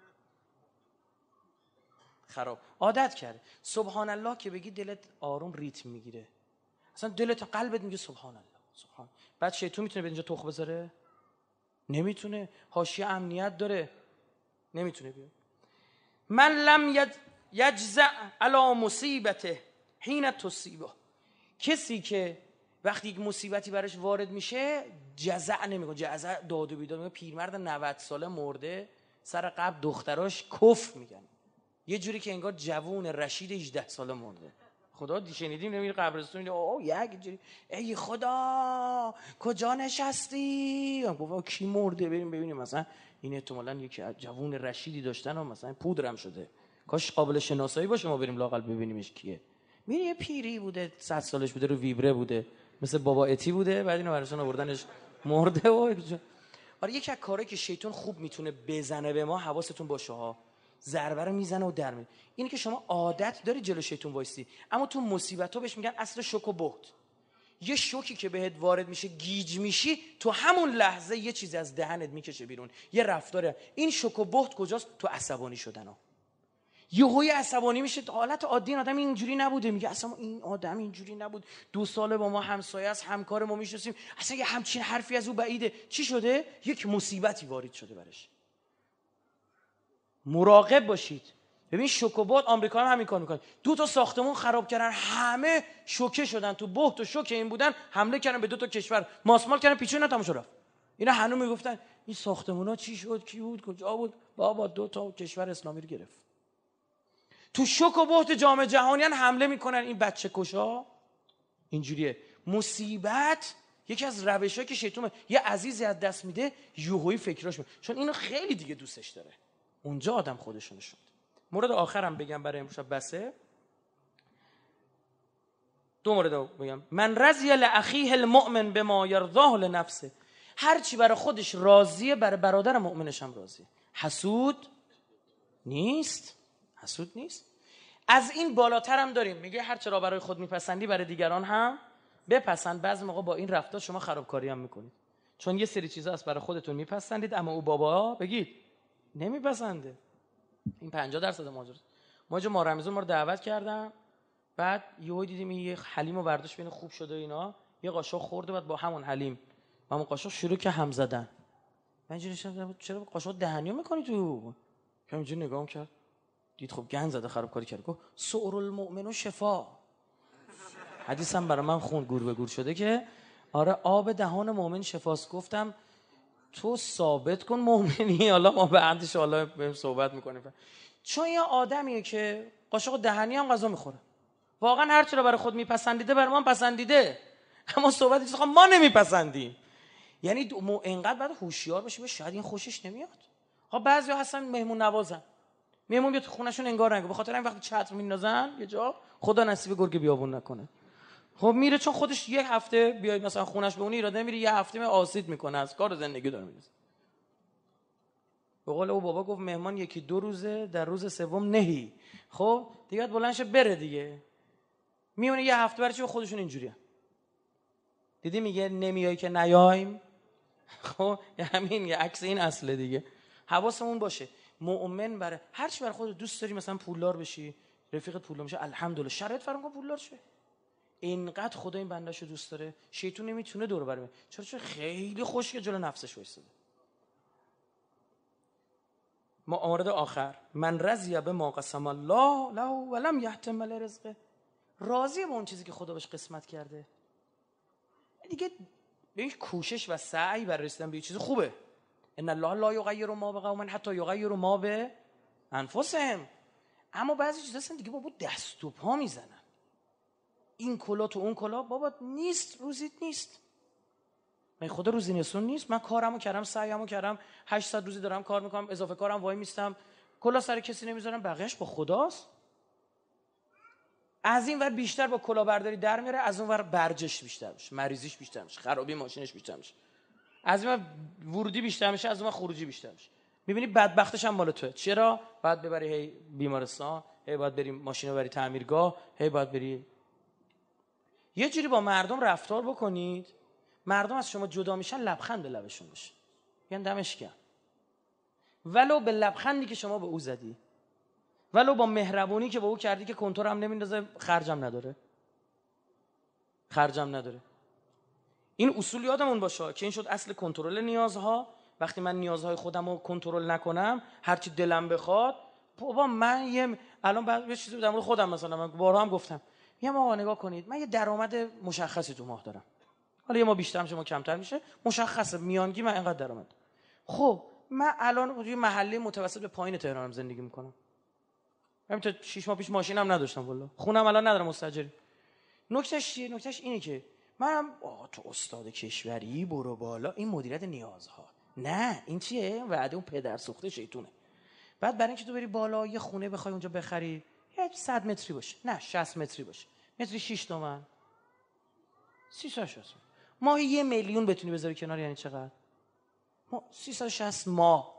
خراب، عادت کرده. سبحان الله که بگی دلت آروم ریتم میگیره، اصلا دلت قلبت میگه سبحان الله سبحان. بعد شیطان میتونه به اینجا تخم بذاره، نمیتونه. حاشیه امنیت داره، نمیتونه بیاد. من لم یجزع علی مصیبته حین تصیبه، کسی که وقتی یک مصیبتی براش وارد میشه جزع نمیکنه. جزع داد و بیداد. پیرمرد 90 ساله مرده، سر قبر دختراش کف میگن، یه جوری که انگار جوون رشید 18 ساله مرده. خدا شنیدیم نمیره قبرستون میگه اوه یک جوری ای خدا کجا نشستی؟ گفت کی مرده؟ بریم ببینیم. مثلا این احتمالاً یکی جوون رشیدی داشتن و مثلا پودرم شده، کاش قابل شناسایی باشه ما بریم لااقل ببینیمش کیه. میره یه پیری بوده 100 سالش بوده، رو ویبره بوده، مثل بابا اتی بوده، بعد اینو براشون آوردنش مرده. و آره یکی از کارهایی که شیطان خوب میتونه بزنه به ما، حواستون باشه ها، ضربه رو میزنه و در میاره. اینه که شما عادت داری جلو شیطان وایسی، اما تو مصیبت‌ها بهش میگن اصل شوک و بهت. یه شوکی که بهت وارد میشه گیج میشی، تو همون لحظه یه چیزی از دهنت میکشه بیرون، یه رفتاره. این شوک و بهت کجاست؟ تو عصبانی شدنه. یهویی عصبانی میشه. حالت عادی این آدم اینجوری نبوده، میگه اصلا این آدم اینجوری نبود، 2 ساله با ما همسایه است، همکار ما میشناسیم، اصلا یه همچین حرفی از او بعیده. چی شده؟ یک مصیبتی وارد شده برش. مراقب باشید. ببین شوکوبات آمریکا هم همین کار میکنه. 2 تا ساختمون خراب کردن، همه شوکه شدن، تو بحت و شوکه این بودن، حمله کردن به 2 تا کشور، ماسمال کردن، پیچون تموم شد. اینا هنوز میگفتن این ساختمونا چی شد، کی بود، کجا بود؟ بابا 2 تا کشور اسلامی رو گرفت. تو شوک و بحت جام جهانی حمله میکنن این بچه کشا. اینجوریه مصیبت. یکی از روشایی که شیطان یه عزیزی از دست میده، یوهویی فکراش میاد، چون اینو خیلی دیگه دوستش داره. اونجا آدم خودشونو شد. مورد آخرم بگم برای امروز بسه. 2 مورد بگم. من رضی لاخیه المؤمن بما یرضاه لنفسه، هر چی برای خودش راضیه برای برادر مؤمنش هم راضیه. حسود نیست. حسود نیست. از این بالاتر هم داریم، میگه هر چرا برای خود میپسندی برای دیگران هم بپسند. بعضی موقع با این رفتار شما خرابکاری هم میکنید، چون یه سری چیزا از برای خودتون میپسندید اما او بابا بگید نمیپسنده. این 50% ماجراست. ما جو ماه رمضان ما رو دعوت کردم، بعد یهو دیدیم یه حلیمو برداشت ببین خوب شده اینا، یه قاشق خورده، بعد با همون حلیم همون قاشق شروع که هم زدن. من اینجوری شدم چرا قاشق دهنیو میکنی تو؟ که اینجوری نگام کرد، دید خب گند زده خرابکاری کرد. گفت سعر المؤمن شفا. حدیث هم برای من خوند گور به گور شده که آره آب دهان مؤمن شفاست. گفتم تو ثابت کن مؤمنی، حالا ما بعدش حالا بریم صحبت میکنیم. چون یه آدمیه که قاشق دهنی هم غذا میخوره، واقعا هر چی رو برای خود میپسندیده برای ما پسندیده، اما صحبت چیزا خب ما نمیپسندیم. یعنی اینقدر باید هوشیار باشیم شاید این خوشش نمیاد. ها بعضیا هستن مهمون نوازن، میمون بیاد خونهشون انگار نگه، به خاطر این وقتی چتر میندازن یه جا خدا نصیب گرگ بیابون نکنه. خب میره چون خودش یک هفته بیای مثلا خونش به اون ایراده میره، یه هفته آسید میکنه، از کار زندگی داره میرسه. به قول او بابا گفت مهمان 1-2 روزه، در روز سوم نهی. خب دیگه بلند شه بره دیگه. میونه یه هفته برای چی خودشون اینجوریه. دیدی میگه نمیای که نیایم. خب همین یه عکس این اصله دیگه. حواسمون باشه مؤمن برای هر چی برای خودت دوست داری، مثلا پولدار بشی، رفیقت پولدار میشه الحمدلله، شرایط فرام کن پولدار شه. اینقدر خدا این بندهشو دوست داره، شیطون نمیتونه دور برمه. چرا خیلی خوشگل جلو نفسش وایساده. مورد آخر، من رضی بما قسم الله له ولم یحتمل رزقه، راضیه با اون چیزی که خدا بهش قسمت کرده. دیگه به کوشش و سعی برای رسیدن به یه چیز خوبه. ان الله لا یغیر ما بقوم حتی یغیروا ما بانفسهم. اما بعضی چیزا هستن دیگه بابا دست و پا میزنن. این کلا تو اون کلا بابا نیست، روزیت نیست. من خدا روزی نسون نیست. من کارمو کردم، سعیمو کردم، 800 روزی دارم کار میکنم، اضافه کارم وای میستم، کلا سر کسی نمیذارم، بقیه‌اش با خداست. از این ور بیشتر با کلاهبرداری در میاره، از اون ور برجش بیشتر میشه، مریضیش بیشتر میشه، خرابی ماشینش بیشتر میشه، از این ور ورودی بیشتر میشه، از اون ور خروجی بیشتر میشه. میبینی بدبختش هم مال توئه. چرا؟ بعد ببری هی بیمارستان، هی باید بری ماشینو بری تعمیرگاه، هی باید بری. یه جوری با مردم رفتار بکنید مردم از شما جدا میشن، لبخند به لبشون بشه، یعنی دمش گرم. ولو به لبخندی که شما به او زدی، ولو با مهربونی که با او کردی که کنتور هم نمیندازه، خرجم نداره. این اصول یادمون باشه که این شد اصل کنترل نیازها. وقتی من نیازهای خودم رو کنترل نکنم، هر چی دلم بخواد، بابا من الان بعد یه چیزی در مورد خودم مثلا من بارها هم گفتم، میگم آقا نگاه کنید، من یه درآمد مشخصی تو ماه دارم، حالا یه ما بیشتر میشه ما کمتر میشه، مشخصه میانگی من اینقدر درآمد. خب من الان یه محله متوسط به پایین تهرانم زندگی میکنم. همین تا 6 ماه پیش ماشینم نداشتم والله. خونم الان ندارم مستاجری. نکتهش چیه؟ نکتهش اینه که منم تو استاد کشوری برو بالا، این مدیریت نیازها. نه این چیه؟ وعده اون پدر سوخته شیطونه. بعد برای اینکه تو بری بالا یه خونه بخوای اونجا بخری، یه 100 متری باشه، نه 60 متری باشه، متری 6 تومن، 360. ماهی 1 میلیون بتونی بذاری کنار، یعنی چقدر؟ 360 ماه.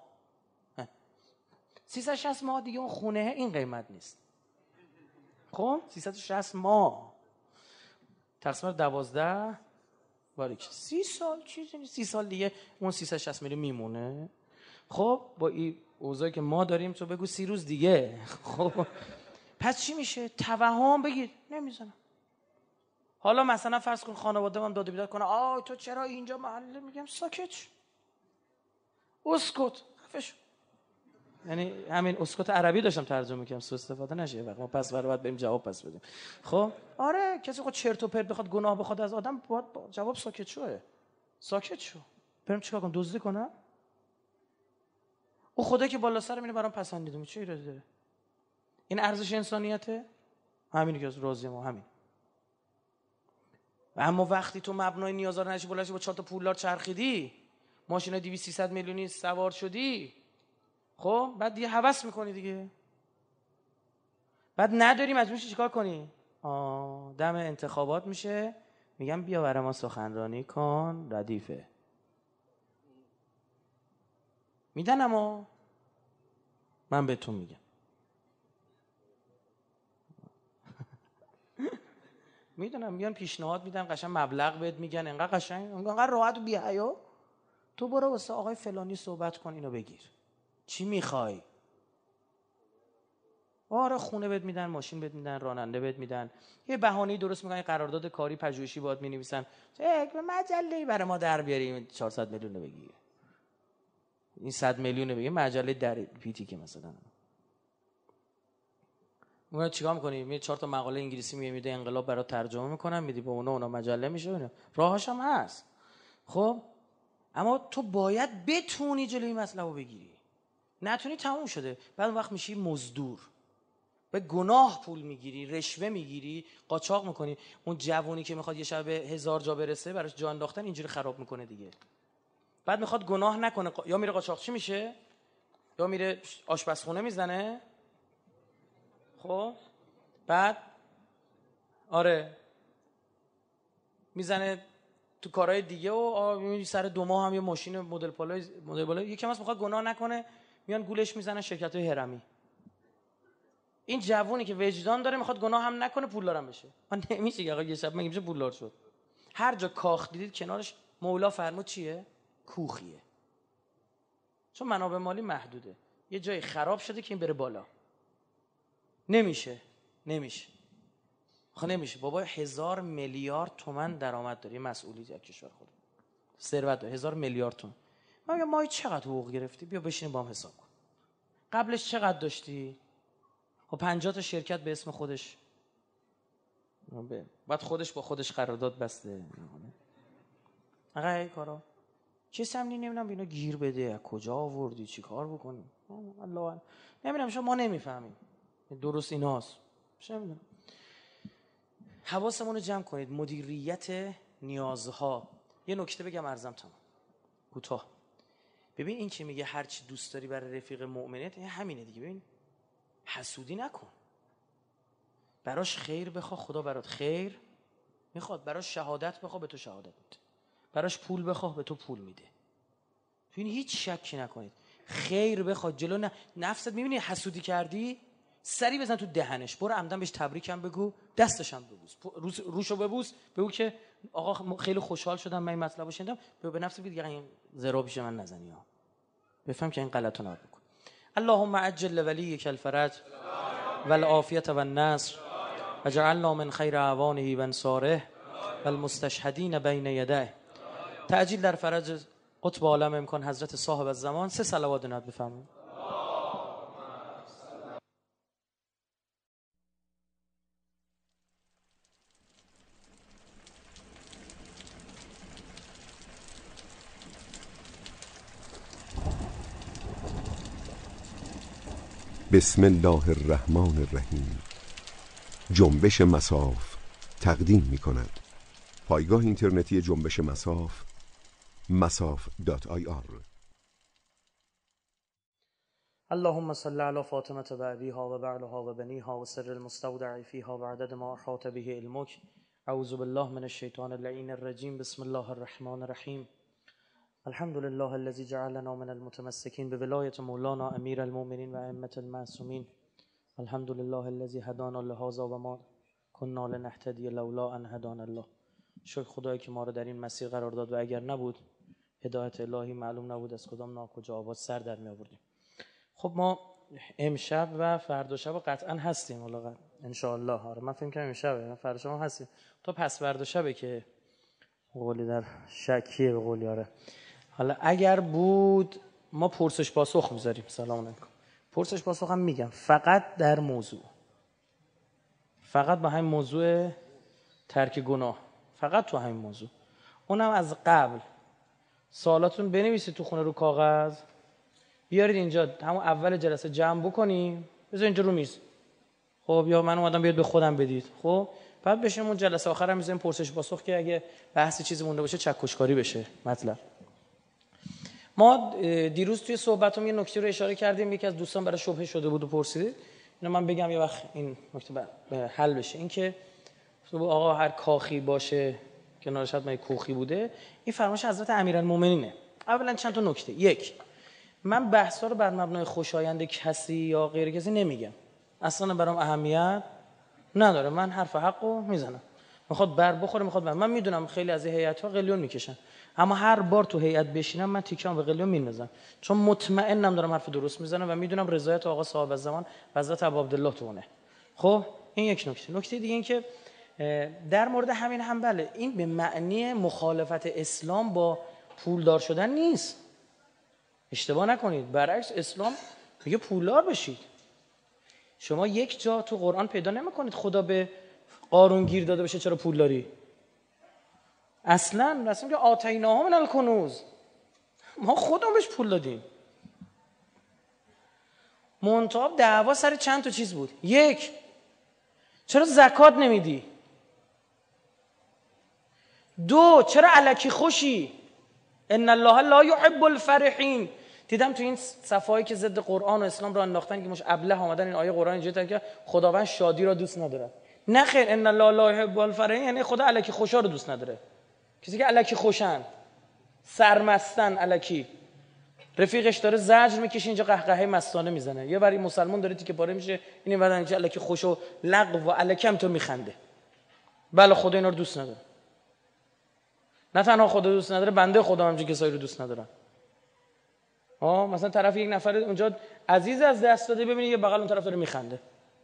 360 ماه دیگه اون خونه این قیمت نیست. خب 360 ماه تقسیم بر 12 باریک 30 سال چیزی نیست. 30 سال دیگه اون 360 میلیون میمونه. خب با این اوضاعی که ما داریم تو بگو 30 روز دیگه. خب پس چی میشه؟ توهم بگیر نمیزنم. حالا مثلا فرض کن خانواده من داد و بیداد کنه، تو چرا اینجا محله؟ میگم ساکت شو، اسکت، خفش. یعنی همین اسکت عربی داشتم ترجمه می‌کردم، سوء استفاده نشه. وقت ما پس بعد بریم جواب پس بدیم. خب آره کسی خود چرت و پرت بخواد گناه بخواد از آدم، باید جواب ساکت شوه. ساکت شو. بریم چیکار کنم؟ دزدی کنم؟ او خدایی که بالا سرم اینو برام پسندیدم، چه ایرادی داره؟ این ارزش انسانیته؟ همینی که از راضی ما همین. و اما وقتی تو مبنای نیازا رو نشی بلاشی با 4 تا پولدار چرخیدی، ماشینا 200 300 میلیونی سوار شدی، خب بعد دیگه هوس میکنی دیگه. بعد نداری مجبور میشی چیکار کنی؟ دم انتخابات میشه، میگم بیا برای ما سخنرانی کن، ردیفه میدن. اما من بهتون میگم میدونم میان پیشنهاد میدن، قشنگ مبلغ بهت میگن، انقدر قشنگ، انقدر راحت و بی حیا. تو برو واسه آقای فلانی صحبت کن، اینو بگیر، چی میخوای؟ آره خونه بهت میدن، ماشین بهت میدن، راننده بهت میدن، یه بهانه‌ای درست میکنن، قرارداد کاری پژوهشی باهات مینویسن، مجله برای ما در بیاریم 400 میلیون بگیر، این 100 میلیون بگیر، مجله در پیتی که مثلا ما چیکار می‌کنی؟ می 4 تا مقاله انگلیسی میده انقلاب برات ترجمه میکنم، میدی به اونا مجله میشه، اینا راهاش هم هست. خب اما تو باید بتونی جلوی مطلبو بگیری، نتونی تموم شده. بعد اون وقت میشی مزدور، به گناه پول میگیری، رشوه میگیری، قاچاق میکنی. اون جوونی که میخواد یه شب 1000 جا برسه، براش جا انداختن اینجوری خراب میکنه دیگه. بعد میخواد گناه نکنه، یا میره قاچاقچی میشه، یا میره آشپزخونه میزنه. خب بعد آره میزنه تو کارهای دیگه و سر 2 ماه هم یه ماشین مدل بالا یکم از میخواد گناه نکنه، میان گولش میزنن شرکت‌های هرمی. این جوونی که وجدان داره میخواد گناه هم نکنه، پولدارم بشه. من نمیشه آقا یه شب مگه میشه پولدار شد؟ هر جا کاخ دیدید کنارش مولا فرمود چیه؟ کوخیه. چون منابع مالی محدوده، یه جایی خراب شده که این بره بالا. نمیشه آخه نمیشه. بابا 1000 میلیارد تومان درآمد داره، مسئولی از کشور خود، ثروت داره 1000 میلیارد تومان. من میگم ماهی چقدر حقوق گرفتی؟ بیا بشین با هم حساب کن. قبلش چقدر داشتی؟ خب 50 تا شرکت به اسم خودش، بعد خودش با خودش قرارداد بسته. آقا این کارا کسی هم نمیدونم اینا گیر بده، از کجا آوردی، چی کار بکنیم؟ الله نمیدونم، شما نمیفهمیم درست ایناست. چه میدونم. حواسمون رو جمع کنید. مدیریت نیازها. یه نکته بگم ارزم تمام کوتاه. ببین این که میگه هر چی دوست داری برای رفیق مؤمنت، همینه دیگه. ببین حسودی نکن، براش خیر بخوا، خدا برات خیر میخواد. براش شهادت بخوا، به تو شهادت میده. براش پول بخوا، به تو پول میده. ببین هیچ شکی نکنید. خیر بخواد جلو نفست. میبینی حسودی کردی، سری بزن تو دهنش، برو عمدن بهش تبریکم بگو، دستش هم ببوس، روشو ببوس، بگو که آقا خیلی خوشحال شدم من این مطلبو شنیدم. به نفست بگو دیگه این زرا پیش من نزنی ها. بفهم که این غلطو نباید بکن. اللهم عجل ولیک الفرج والعافیة والنصر وجعلنا من خیر اعوانه و انصاره والمستشهدین بین یدیه. تعجیل در فرج قطب عالم امکان حضرت صاحب الزمان 3 صلوات نعت بفرمایید. بسم الله الرحمن الرحیم. جنبش مصاف تقدیم می کند. پایگاه اینترنتی جنبش مصاف masaf.ir. اللهم صل على فاطمة و ابیها و بعلها و بنیها و سر المستودع فیها و عدد ما احاط به علمک. اعوذ بالله من الشیطان اللعین الرجیم. بسم الله الرحمن الرحیم. الحمد لله الذي جعلنا من المتمسكين بولایت مولانا امیر المؤمنین و ائمة المعصومین. الحمد لله الذي هدانا لهذا و ما كنا لنهتدي لولا ان هدانا الله. شکر خدایی که ما رو در این مسیر قرار داد و اگر نبود هدایت الهی معلوم نبود از کدام ناکجا آباد سر در می آوردیم. خب ما امشب و فردا شب قطعا هستیم والا ان شاء الله. آره من فکر کنم امشب فردا شب هستیم. تو پس فردا شبه که قولی در شکیه به قولی. آره حالا اگر بود ما پرسش پاسخ میذاریم. سلام علیکم. پرسش پاسخ هم میگم فقط در موضوع، فقط با همین موضوع ترک گناه، فقط تو همین موضوع. اونم از قبل سوالاتون بنویسید تو خونه رو کاغذ، بیارید اینجا همون اول جلسه جمع بکنیم بذار اینجا رو میز. خب یا من اومدم بیاد به خودم بدید. خب بعد بشیم اون جلسه آخر هم میذاریم پرسش پاسخ که اگه بحث چیزی مونده باشه چکشکاری بشه مطلب. ما دیروز توی صحبتام یه نکته رو اشاره کردیم، یکی از دوستان برای شبهه شده بود و پرسید. اینو من بگم یه وقت این نکته حل بشه. این که آقا هر کاخی باشه که نارشاد مای کوخی بوده، این فرمایش حضرت امیرالمومنینه. اولا چند تا نکته. یک، من بحثا رو بر مبنای خوشایند کسی یا غیر کسی نمیگم، اصلا برام اهمیت نداره. من حرف حقو میزنم، میخواد بر بخوره میخواد بر. من میدونم خیلی از هیئت‌ها قلیون میکشن، اما هر بار تو هیئت بشینم من تیکام به قلیون میندازم، چون مطمئنم دارم حرف درست میزنم و میدونم رضایت آقا صاحب الزمان حضرت ابو عبدالله تو اونه. خب این یک نکته. نکته دیگه این که در مورد همین هم بله، این به معنی مخالفت اسلام با پولدار شدن نیست. اشتباه نکنید، برعکس اسلام میگه پولدار بشید. شما یک جا تو قرآن پیدا نمیکنید خدا به قارون گیر داده بشه چرا پول داری. اصلا رسیم که آتیناها من الکنوز، ما خودمون بهش پول دادیم. منتها دعوا سر چند تا چیز بود. یک، چرا زکات نمیدی؟ دو، چرا الکی خوشی؟ ان الله لا يحب الفرحین. دیدم تو این صفایی که ضد قرآن و اسلام را انداختن که مش ابله آمدن این آیه قرآن اینجوری که خداوند شادی را دوست نداره. نه خیر، ان الله لا يحب الفرحین یعنی خدا الکی خوشا رو دوست نداره. کسی که الکی خوشن، سرمستن، الکی رفیقش داره زجر میکشه اینجا قهقهه مستانه میزنه، یه بری مسلمان داره که پاره میشه این بعد اینجا الکی خوش و لغو و الکی هم تو میخنده. بله خدا اینا رو دوست نداره. نه تنها خدا دوست نداره، بنده خدا هم کسایی رو دوست ندارن. مثلا طرف یک نفر اونجا عزیز از دست داده، ببینید یه بغل اون طرف داره میخنده.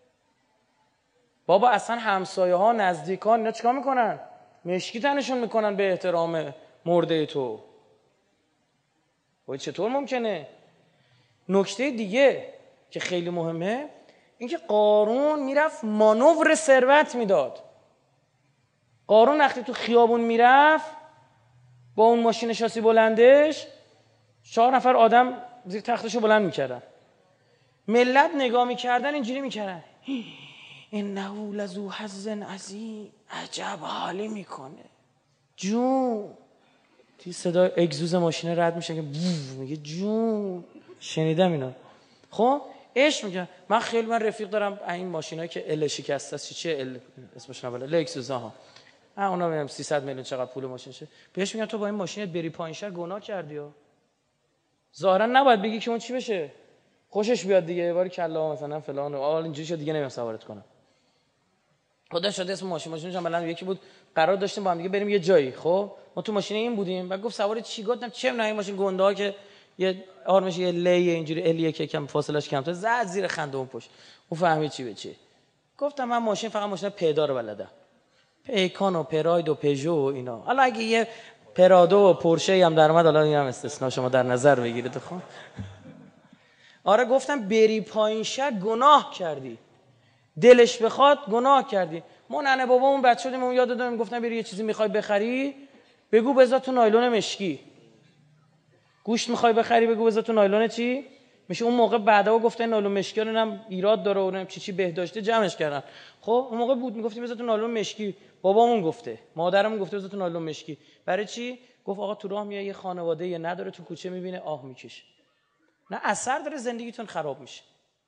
بابا اصلا همسایه ها نزدیکان اینا چیکار میکنن؟ مشکی تنشون میکنن به احترام مرده تو. وای چطور ممکنه؟ نکته دیگه که خیلی مهمه این که قارون میرفت مانور ثروت میداد. قارون وقتی تو خیابون میرفت با اون ماشین شاسی بلندش 4 نفر آدم زیر تختشو بلند میکردن، ملت نگاه میکردن اینجوری میکردن انه لذو حظ عظیم، عجب حالی میکنه جون. تی صدای اگزوز ماشین رد میشه که میگه جون. شنیدم اینا. خب عشق میگه. من رفیق دارم این ماشینایی که ال شکسته است، چیه ال اسمش نه، لکسوس ها اونا میگم 300 میلیون چقدر پول ماشینشه. بهش میگم تو با این ماشینت بری پایین شهر گناه کردی ها. ظاهرا نباید بگی که اون چی بشه، خوشش بیاد دیگه، یه بار کلا مثلا فلان و اینجوری شد دیگه نمیام سوارت کنم. خدا شده اسم ماشینش هم بلند یکی بود، قرار داشتیم با هم دیگه بریم یه جایی. خب ما تو ماشین این بودیم، بعد گفت سوار چی؟ گفتم چه نه این ماشین گنده ها که یه آرمش یه لی اینجوری الیه که کم فاصلهش کمتره، زد زیر خنده اون پشت. اون فهمید چی به چی. گفتم من ماشین فقط ماشین پیدار بلدم، پیکان و پراید و پژو و اینا. حالا اگه یه پرادو و پورشه هم در اومد، حالا این هم استثنا شما در نظر بگیرید. خب آره گفتم بری پایین شهر گناه کردی، دلش بخواد گناه کردی. ما ننه بابامون بچه بودیم اون یاد دادم گفتم بری یه چیزی میخوای بخری بگو بذار تو نایلون مشکی، گوشت میخوای بخری بگو بذار تو نایلون چی میشه. اون موقع بعدا گفتن نایلون مشکی رو هم ایراد داره و چی بهداشته جمعش کردن. خب اون موقع بود میگفتیم بذار تو نایلون مشکی، بابامون گفته، مادرمون گفته بذار تو نایلون مشکی. برای چی؟ گفت آقا تو راه میای یه خانواده یه نداره تو کوچه میبینه آه میکشه، نه اثر داره زندگیتون خراب میشه.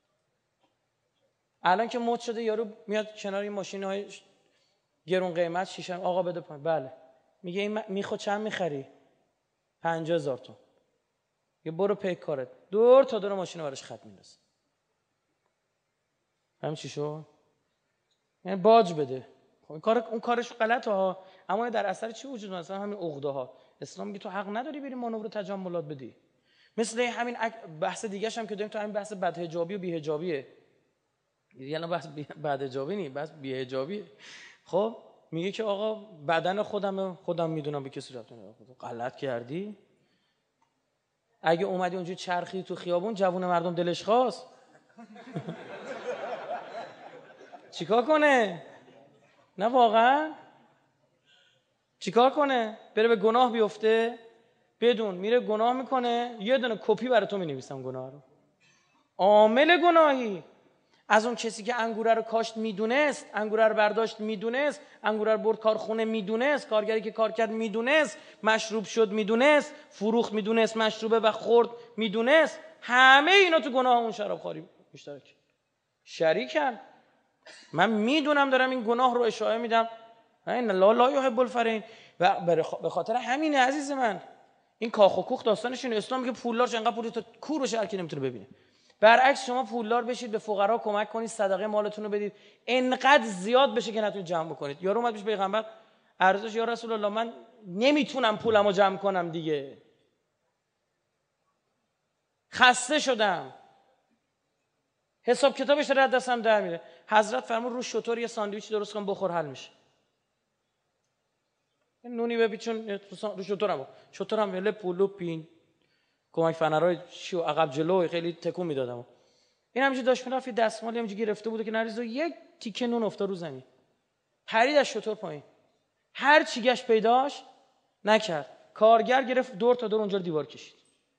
الان که مد شده یارو میاد کنار این ماشین‌های گرون قیمت شیشه آقا بده پایین، بله میگه این میخو چند میخری؟ 50,000 تومان. یه برو پی کارت، دور تا دور ماشین براش خط میندازه. همین چی شو؟ یعنی باج بده. خب اون کارش غلطه ها، اما در اثر چی وجود داره؟ مثلا همین عقده ها. اسلام میگه تو حق نداری بری مانور تجملات بدی. مثل همین بحث دیگه هم که داریم تو همین بحث بدحجابی و بی‌حجابیه. یعنی بحث بدحجابی نیست، بحث بی‌حجابیه. خب میگه که آقا بدن خودم میدونم به کسی ربطی نداره. غلط کردی. اگه اومدی اونجوری چرخی تو خیابون جوون مردم دلش خواست چیکار کنه؟ نه واقعا چیکار کنه؟ بره به گناه بیفته؟ بدون میره گناه میکنه، یه دونه کپی برای تو مینویسم گناه رو. عامل گناهی از اون کسی که انگوره رو کاشت میدونست، انگوره رو برداشت میدونست، انگوره رو برد کارخونه میدونست، کارگری که کار کرد میدونست، مشروب شد میدونست، فروخت میدونست مشروبه و خورد میدونست، همه اینا تو گناه اون شرابخواری مشترک شریکن. من میدونم دارم این گناه رو اشاعه میدم، این لا یحب الفرین. و به خاطر همینه عزیز من این کاخ و کوخ داستانش اینه. اسلام میگه پولدارش انقدر پول تا کور بشه هر کی نمیتونه ببینه. برعکس شما پولدار بشید، به فقرا کمک کنید، صدقه مالتون رو بدید، انقدر زیاد بشه که نتونید جمع بکنید. یارو اومد پیش پیغمبر عرضش یا رسول الله من نمیتونم پولمو جمع کنم دیگه، خسته شدم، حساب کتابش داره از دستم در میره. حضرت فرمود رو شطور یه ساندویچ درست کن بخور حل میشه. نونی بپیچون رو شطورم ولی پولو پین کمک فنرای شو عقب جلو خیلی تکون میدادم. این همینجوری داشت میرفت دستمالی همینجوری گرفته بود که نریز و یک تیکه نون افتاد رو زمین، پرید از شطور پایین، هر چی گشت پیداش نکرد. کارگر گرفت دور تا دور اونجا رو دیوار کشید.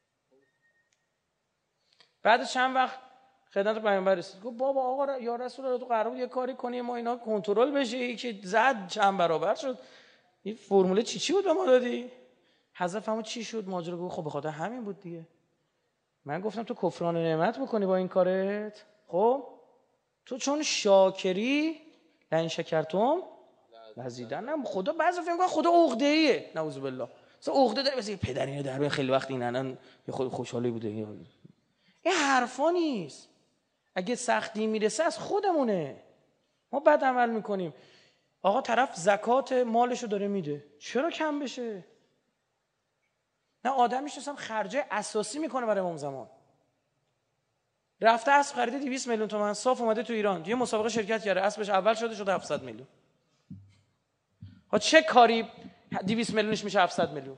بعد چند وقت خدمت پیامبر رسید، گفت بابا آقا یا رسول الله تو قرار بود یه کاری کنی ما اینا کنترل بشه، یکی زد چند برابر شد، این فرموله چی بود به ما دادی؟ حضرت فرمود چی شد ماجرا؟ گفت خب به خاطر همین بود دیگه. من گفتم تو کفران نعمت بکنی با این کارت، خب تو چون شاکری لئن شکرتم لازیدنکم. خدا بعضی فکر می‌کنه خدا عقده‌ایه، نعوذ بالله، مثلا عقده داره، مثلا پدر اینو در خیلی وقت این الان یه خود خوشحالی بوده. این حرفا نیست. اگه سختی میرسه از خودمونه، ما بد عمل میکنیم. آقا طرف زکات مالشو داره میده، چرا کم بشه؟ نه آدم میشناسم خرجه اساسی میکنه برای امام زمان، رفته اسب خریده 200 میلیون تومان صاف اومده تو ایران یه مسابقه شرکت کرده، اسبش اول شده 700 میلیون. ها چه کاری 200 میلیونش میشه 700 میلیون؟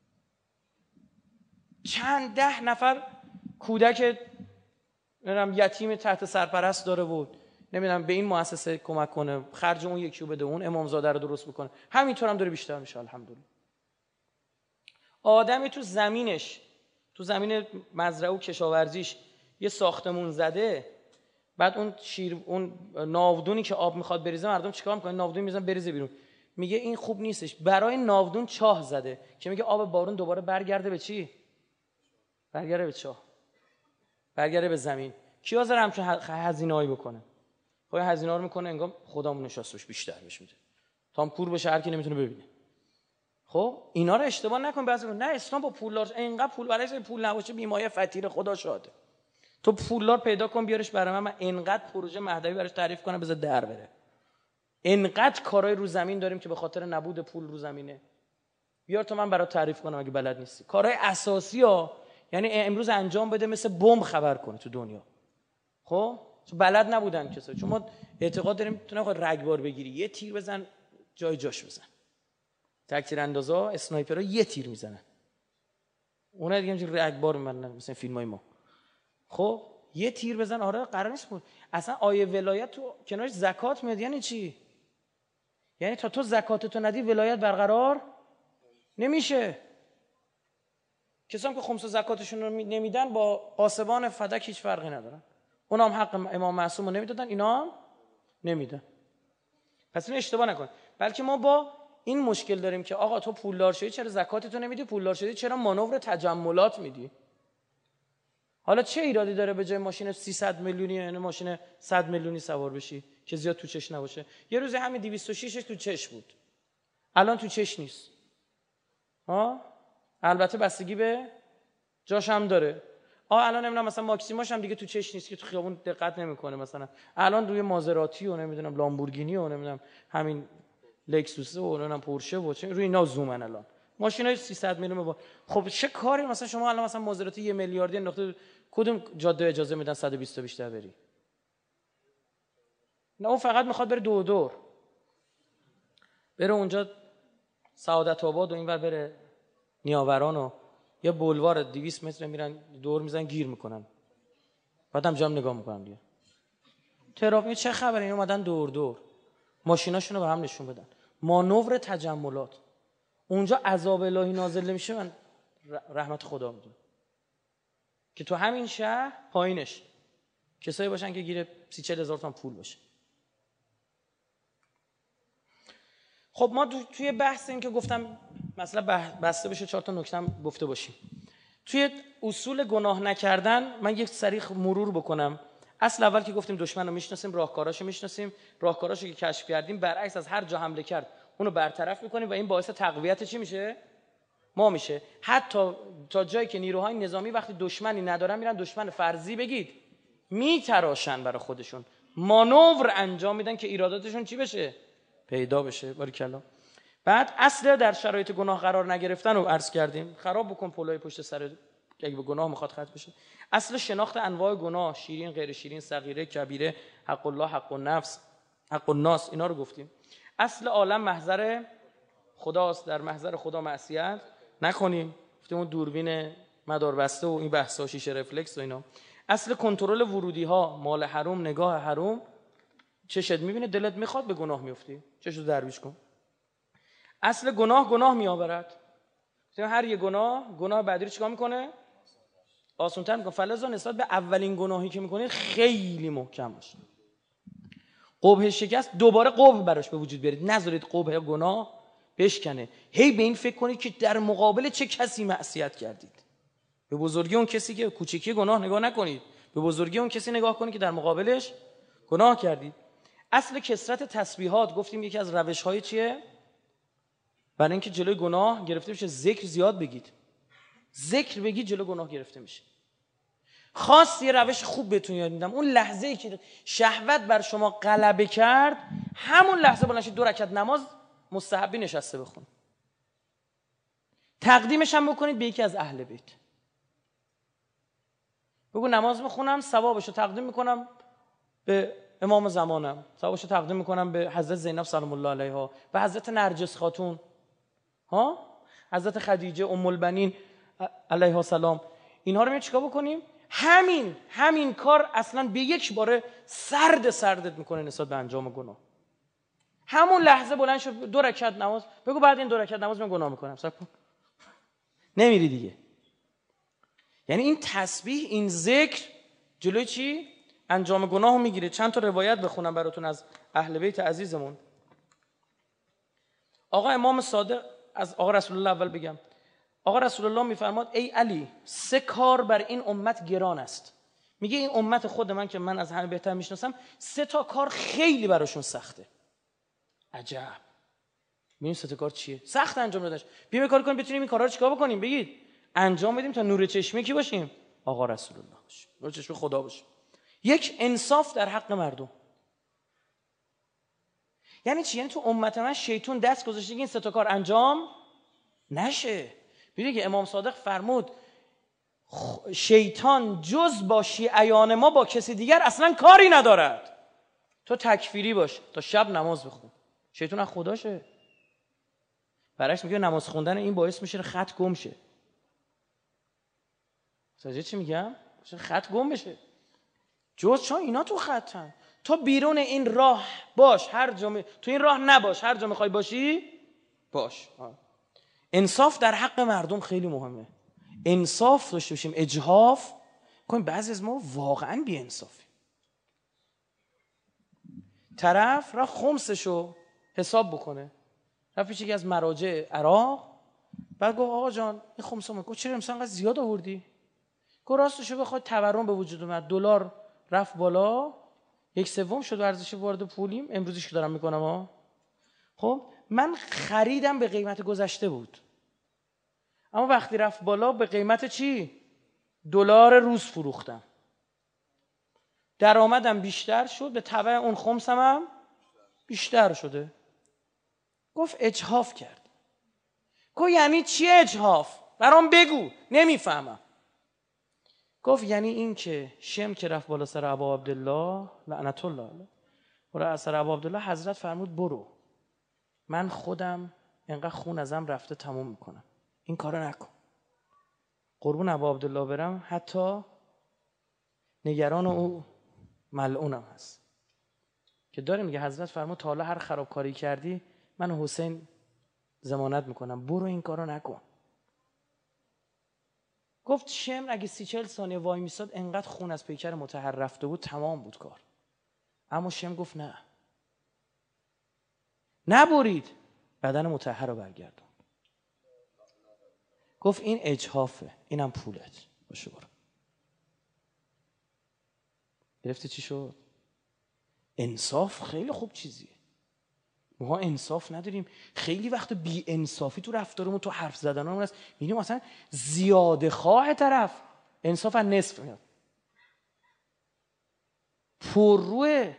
چند ده نفر کودک یتیم تحت سرپرست داره بود، نمیدونم به این مؤسسه کمک کنه، خرج اون یکی رو بده، اون امامزاده رو درست بکنه، همینطور هم داره بیشتر میشه الحمدلله. آدمی تو زمینش، تو زمین مزرعه و کشاورزیش یه ساختمون زده، بعد اون ناودونی که آب میخواد بریزه مردم چیکار میکنن؟ ناودون میزنن بریزه بیرون. میگه این خوب نیستش، برای ناودون چاه زده که میگه آب بارون دوباره برگرده به چی؟ برگرده به چاه، برگرده به زمین. کی حاضر همچون هزینه‌ای بکنه؟ خب هزینه‌ها رو میکنه انگار خدامون نشاستش بیشتر بهش میده تا هم کور بشه هر کی نمیتونه ببینه. خب اینا رو اشتباه نکن. بعضی نه اسلام با پولدار اینقدر پول برایش پول نباشه بیمایه فطیر خدا شاده. تو پولدار پیدا کن بیارش برای من اینقدر پروژه مهدوی براش تعریف کنم بذار در بره. اینقدر کارهای رو زمین داریم که به خاطر نبود پول رو زمینه. بیار تو من برات تعریف کنم اگه بلد نیستی. کارهای اساسی ها، یعنی امروز انجام بده مثل بمب خبر کنه تو دنیا. خب چون بلد نبودن کسا، چون ما اعتقاد داریم تو نخواد رگبار بگیری یه تیر بزن جای جاش بزن. تکتیر اندازا اسنایپرها یه تیر میزنن، اونها دیگه همینجوری رگبار میبندن مثلا فیلمای ما. خب یه تیر بزن، آره قرار نیست بود. اصلا آیه ولایت تو کنارش زکات میاد. یعنی چی؟ یعنی تا تو زکاتتو ندی ولایت برقرار نمیشه. کسایی که خمس زکاتشون رو نمیدن با قاسبان فدک هیچ فرقی ندارن. اونا هم حق امام معصوم رو نمیدادن، اینا هم نمیدن. پس این اشتباه نکن. بلکه ما با این مشکل داریم که آقا تو پولدار شدی چرا زکاتتو نمیدی؟ پولدار شدی چرا مانور تجملات میدی؟ حالا چه ایرادی داره به جای ماشین 300 میلیونی یعنی ماشین 100 میلیونی سوار بشی که زیاد تو چش نباشه؟ یه روز همین 206 تو چش بود، الان تو چش نیست. البته بستگی به جاش هم داره. الان نمیدونم مثلا ماکسیماش هم دیگه تو چش نیست که تو خیابون دقت نمیکنه، مثلا الان روی مازراتی و نمیدونم لامبورگینی و نمیدونم همین لکسوس و نمیدونم پورشه و چه روی اینا زومن. الان ماشینای 300 میلیون با خب چه کاری مثلا شما الان مثلا مازراتی 1 میلیاردی انداخته، کدوم جاده اجازه میدن 120 تا بیشتر بری؟ نه اون فقط میخواد بره دور بره اونجا سعادت آباد و اینور بره نیاوران و یه بولوار 200 متر میرن دور میزنن گیر میکنن، بعدم جام نگاه میکنن دیگه. ترافیک چه خبره؟ این اومدن دور ماشیناشونو به هم نشون بدن. مانور تجملات. اونجا عذاب الهی نازل نمیشه، من رحمت خدا میدونم که تو همین شهر پایینش کسایی باشن که گیر 30-40 هزار تومان پول باشه. خب ما توی بحث این که گفتم مثلا بسته بشه 4 تا نکته هم گفته باشیم. توی اصول گناه نکردن من یک سریع مرور بکنم. اصل اول که گفتیم دشمن رو میشناسیم، راهکاراشو میشناسیم، راهکاراشو که کشف کردیم برعکس از هر جا حمله کرد اونو برطرف میکنیم و این باعث تقویت چی میشه؟ ما میشه. حتی تا جایی که نیروهای نظامی وقتی دشمنی ندارن میرن دشمن فرضی بگید میتراشن برای خودشون، مانور انجام میدن که ایراداتشون چی بشه؟ پیدا بشه. باریکلا. بعد اصل در شرایط گناه قرار نگرفتن رو عرض کردیم. خراب بکن پلوی پشت سر اگه به گناه میخواد ختم بشه. اصل شناخت انواع گناه، شیرین، غیر شیرین، صغیره، کبیره، حق الله، حق النفس، حق الناس، اینا رو گفتیم. اصل عالم محضر خداست، در محضر خدا معصیت نکنیم. گفتیم اون دوربین مداربسته و این بحثا، شیشه رفلکس و اینا. اصل کنترل ورودی ها، مال حرام، نگاه حرام، چشت میبینه دلت میخواد به گناه میفتی، چشو درویش کن. اصل گناه میآورد. هر یه گناه بعدی رو چیکار میکنه؟ آسان‌تر میکنه. فلذا نسبت به اولین گناهی که میکنید خیلی محکم باشید. قبح شکست دوباره قبح براش به وجود بیارید، نذارید قبح گناه بشکنه. هی به این فکر کنید که در مقابل چه کسی معصیت کردید. به بزرگی اون کسی که کوچیکی گناه نگاه نکنید، به بزرگی اون کسی نگاه کنید که در مقابلش گناه کردید. اصل کثرت تسبیحات گفتیم یکی از روش‌های چیه؟ برای اینکه جلوی گناه گرفته بشه ذکر زیاد بگید. ذکر بگید جلوی گناه گرفته میشه. خاص یه روش خوب بهتون یاد میدم. اون لحظه‌ای که شهوت بر شما غلبه کرد، همون لحظه بلند شید 2 رکعت نماز مستحبی نشسته بخون. تقدیمش هم بکنید به یکی از اهل بیت. بگو نماز میخونم ثوابشو تقدیم میکنم به امام زمانم، ثوابشو تقدیم میکنم به حضرت زینب سلام الله علیها، به حضرت نرجس خاتون، حضرت خدیجه ام البنین علیها السلام. اینها رو می چیکار بکنیم؟ همین کار اصلا به یک باره سردت میکنه نسبت به انجام گناه. همون لحظه بلند شد 2 رکعت نماز، بگو بعد این 2 رکعت نماز من گناه میکنم، صبر کن، نمیری دیگه. یعنی این تسبیح، این ذکر جلوی چی؟ انجام گناهو میگیره. چند تا روایت بخونم براتون از اهل بیت عزیزمون. آقا امام صادق، از آقا رسول الله اول بگم. آقا رسول الله میفرماد ای علی 3 کار بر این امت گران است. میگه این امت خود من که من از همه بهتر میشناسم 3 تا کار خیلی براشون سخته. عجب. ببین 3 تا کار چیه؟ سخت انجام دادنش. بیایم کار کنیم بتونیم این کارا رو چیکار بکنیم؟ بگید انجام بدیم تا نور چشمی کی باشیم؟ آقا رسول الله باشیم، نور چشم خدا باشیم. 1 انصاف در حق مردم. یعنی چی؟ یعنی تو امت من شیطان دست گذاشته که این 3 تا کار انجام نشه. ببینید که امام صادق فرمود شیطان جز با شیعیان ما با کسی دیگر اصلا کاری ندارد. تو تکفیری باش تا شب نماز بخون، شیطان از خداشه. برعکس میگه نماز خوندن این باعث میشه خط گم شه. متوجه چی میگم؟ خط گم بشه. جز چون اینا تو خطن. تو بیرون این راه باش، تو این راه نباش، هر جا میخوای باشی باش. انصاف در حق مردم خیلی مهمه. انصاف داشته باشیم، اجحاف کنیم. بعضی از ما واقعا بی انصافی. طرف رفت خمسشو حساب بکنه، رفت پیش یکی از مراجع عراق، بعد گفت آقا جان این خمسه گفت چرا امسال انقدر زیاد آوردی؟ گفت راستشو بخواد تورم به وجود اومد، دلار رفت بالا، 1/3 شد ارزش وارد پولیم، امروزیش که دارم میکنم خب من خریدم به قیمت گذشته بود، اما وقتی رفت بالا به قیمت چی؟ دلار روز فروختم، درآمدم بیشتر شد، به تبع اون خمسم هم بیشتر شده. گفت اجحاف کرد. گفت یعنی چی اجحاف؟ برام بگو، نمیفهمم. گفت یعنی این که شم که رفت بالا سر ابا عبدالله لعنت الله علیه، برای سر ابا عبدالله حضرت فرمود برو، من خودم انقدر خون ازم رفته تموم میکنم، این کارو نکن. قربون ابا عبدالله برم، حتی نگران او ملعونم هست که داره میگه حضرت فرمود تا حالا هر خرابکاری کردی من و حسین ضمانت میکنم، برو این کارو نکن. گفت شمر اگه 30-40 ثانیه وای میساد انقدر خون از پیکر مطهر رفته بود تمام بود کار. اما شمر گفت نه، نبرید، بدن مطهر رو برگردون. گفت این اجحافه، اینم پولت باشه، برو. گرفتی چی شد؟ انصاف خیلی خوب چیزیه. ما انصاف نداریم، خیلی وقت بی انصافی تو رفتارمون، تو حرف زدنمون هست. میبینیم مثلا زیاده خواه طرف، انصاف از نصف میاد، پرروه.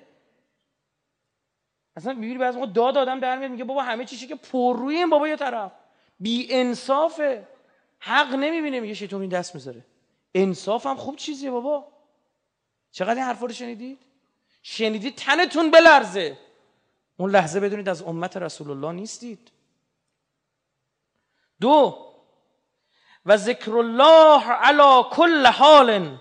اصلا میبینی بعضی موقع داد آدم در میاد میگه بابا همه چیزی که پررویه این بابا، یه طرف بی انصافه، حق نمیبینه، میگه شیطون این دست میذاره. انصاف هم خوب چیزیه بابا. چقدر این حرفا رو شنیدید تنتون بلرزه، اون لحظه بدونید از امت رسول الله نیستید. 2 و ذکر الله علی کل حال،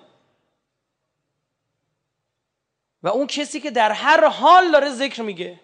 و اون کسی که در هر حال داره ذکر میگه،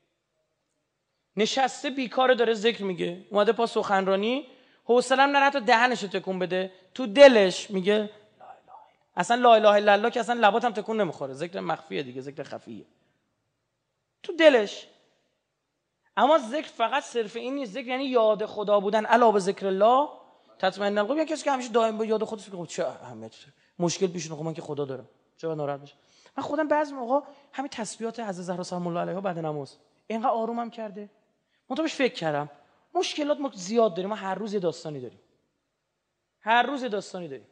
نشسته بیکاره داره ذکر میگه، اومده پا سخنرانی، حوصله‌ام نره حتی دهنش رو تکون بده، تو دلش میگه لا اله الا، اصلا لا اله الا الله که اصلا لبات هم تکون نمیخوره، ذکر مخفیه دیگه، ذکر خفیه تو دلش. اما ذکر فقط صرف این نیست، ذکر یعنی یاد خدا بودن. الا به ذکر الله تطمئن القلوب. یعنی کسی که همیشه دائم به یاد خدا فکر کنه چه اهمیت مشکل پیش میاد، من که خدا دارم چرا ناراحت بشم. من خودم بعضی موقع همین تسبیحات حضرت زهرا سلام الله علیها بعد نماز اینقدر آرومم کرده، من بهش فکر کردم مشکلات ما زیاد داریم، ما هر روز یه داستانی داریم، هر روز یه داستانی داریم.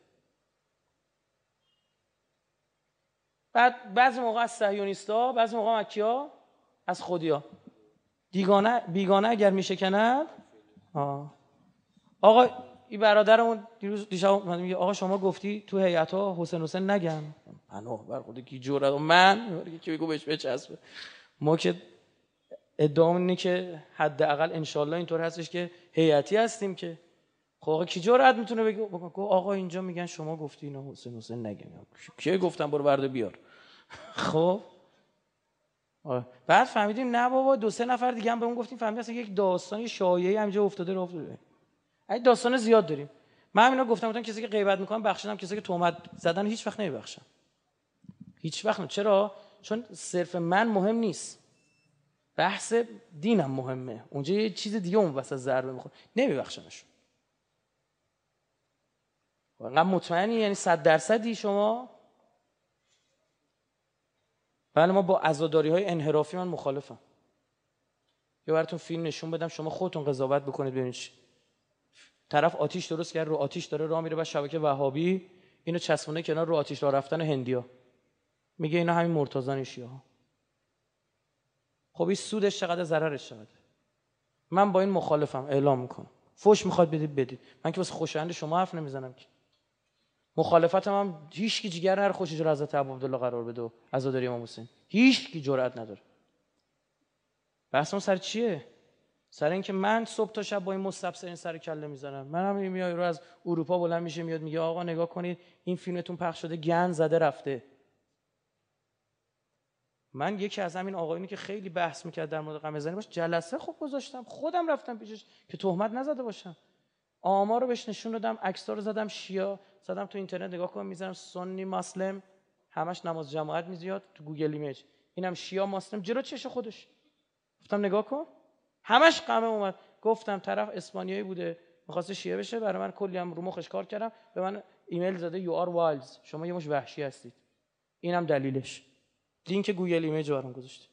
بعد بعضی موقع از صهیونیستا، بعضی موقع مکی‌ها از خودیا، بیگانه اگر میشکند. آقا این برادرمون دیشب میگه آقا شما گفتی تو هیئت‌ها حسین نگن، پناه بر خود کی جرأت، من کی بگو بهش بچسبه. ما که ادعامون اینه که حداقل ان شاء الله اینطور هستش که هیئتی هستیم که خب آقا کی جرأت میتونه بگه آقا اینجا میگن شما گفتی اینا حسین نگن، کی گفتم برو برده بیار. خب بعد فهمیدیم نه بابا 2-3 نفر دیگه هم بهمون گفتیم، فهمیدیم اصلا یک داستانی شایعی همینجا افتاده. این داستان زیاد داریم. من همینا گفتم کسی که غیبت میکنه بخشیدم، کسی که تهمت زدن هیچ وقت نمیبخشم، هیچ وقت. چرا؟ چون صرف من مهم نیست، بحث دینم مهمه، اونجا یه چیز دیگه اون وسط ضربه میخوره، نمیبخشمشون. واقعا مطمئنی؟ یعنی 100% شما؟ بله ما با عزاداری‌های انحرافی من مخالفم. یا براتون فیلم نشون بدم شما خودتون قضاوت بکنید ببینید چی. طرف آتیش درست کرد، رو آتیش داره راه میره، بعد شبکه وهابی اینو چسبونه کنار رو آتیش راه رفتن هندیا، میگه اینا همین مرتضی شیعه‌ها. خب این سودش چقدر، ضررش چقدر؟ من با این مخالفم، اعلام میکنم. فوش میخواد بدید، من که واسه خوشایند شما حرف نمیزنم که. مخالفتم هم هیچ کی جگر نره خوش اجازه حضرت ابو عبدالله قرار بده، عزاداری امام حسین، هیچ کی جرئت نداره. بحثمون سر چیه؟ سر اینکه من صبح تا شب با این مستبصرین سر کله میزنم. منم میاد رو از اروپا بلند میشه میاد میگه آقا نگاه کنید این فیلمتون پخش شده گند زده رفته. من یکی از همین آقایونی که خیلی بحث میکرد در مورد قمه زنی باش جلسه خوب گذاشتم، خودم رفتم پیشش که تهمت نزده باشم، آمار رو بهش نشون دادم، عکس‌ها رو زدم، شیعه زدم تو اینترنت نگاه کن میذارم سنی مسلم همش نماز جماعت میزیاد تو گوگل ایمیج، اینم شیعه مسلم جلو چش خودش. گفتم نگاه کن همش قمه اومد. گفتم طرف اسپانیایی بوده می‌خواسته شیعه بشه، برای من کلی هم رو مخش کار کردم، به من ایمیل زده یو آر وایلز، شما یه مش وحشی هستید. اینم دلیلش. لینک گوگل ایمیج برام گذاشته.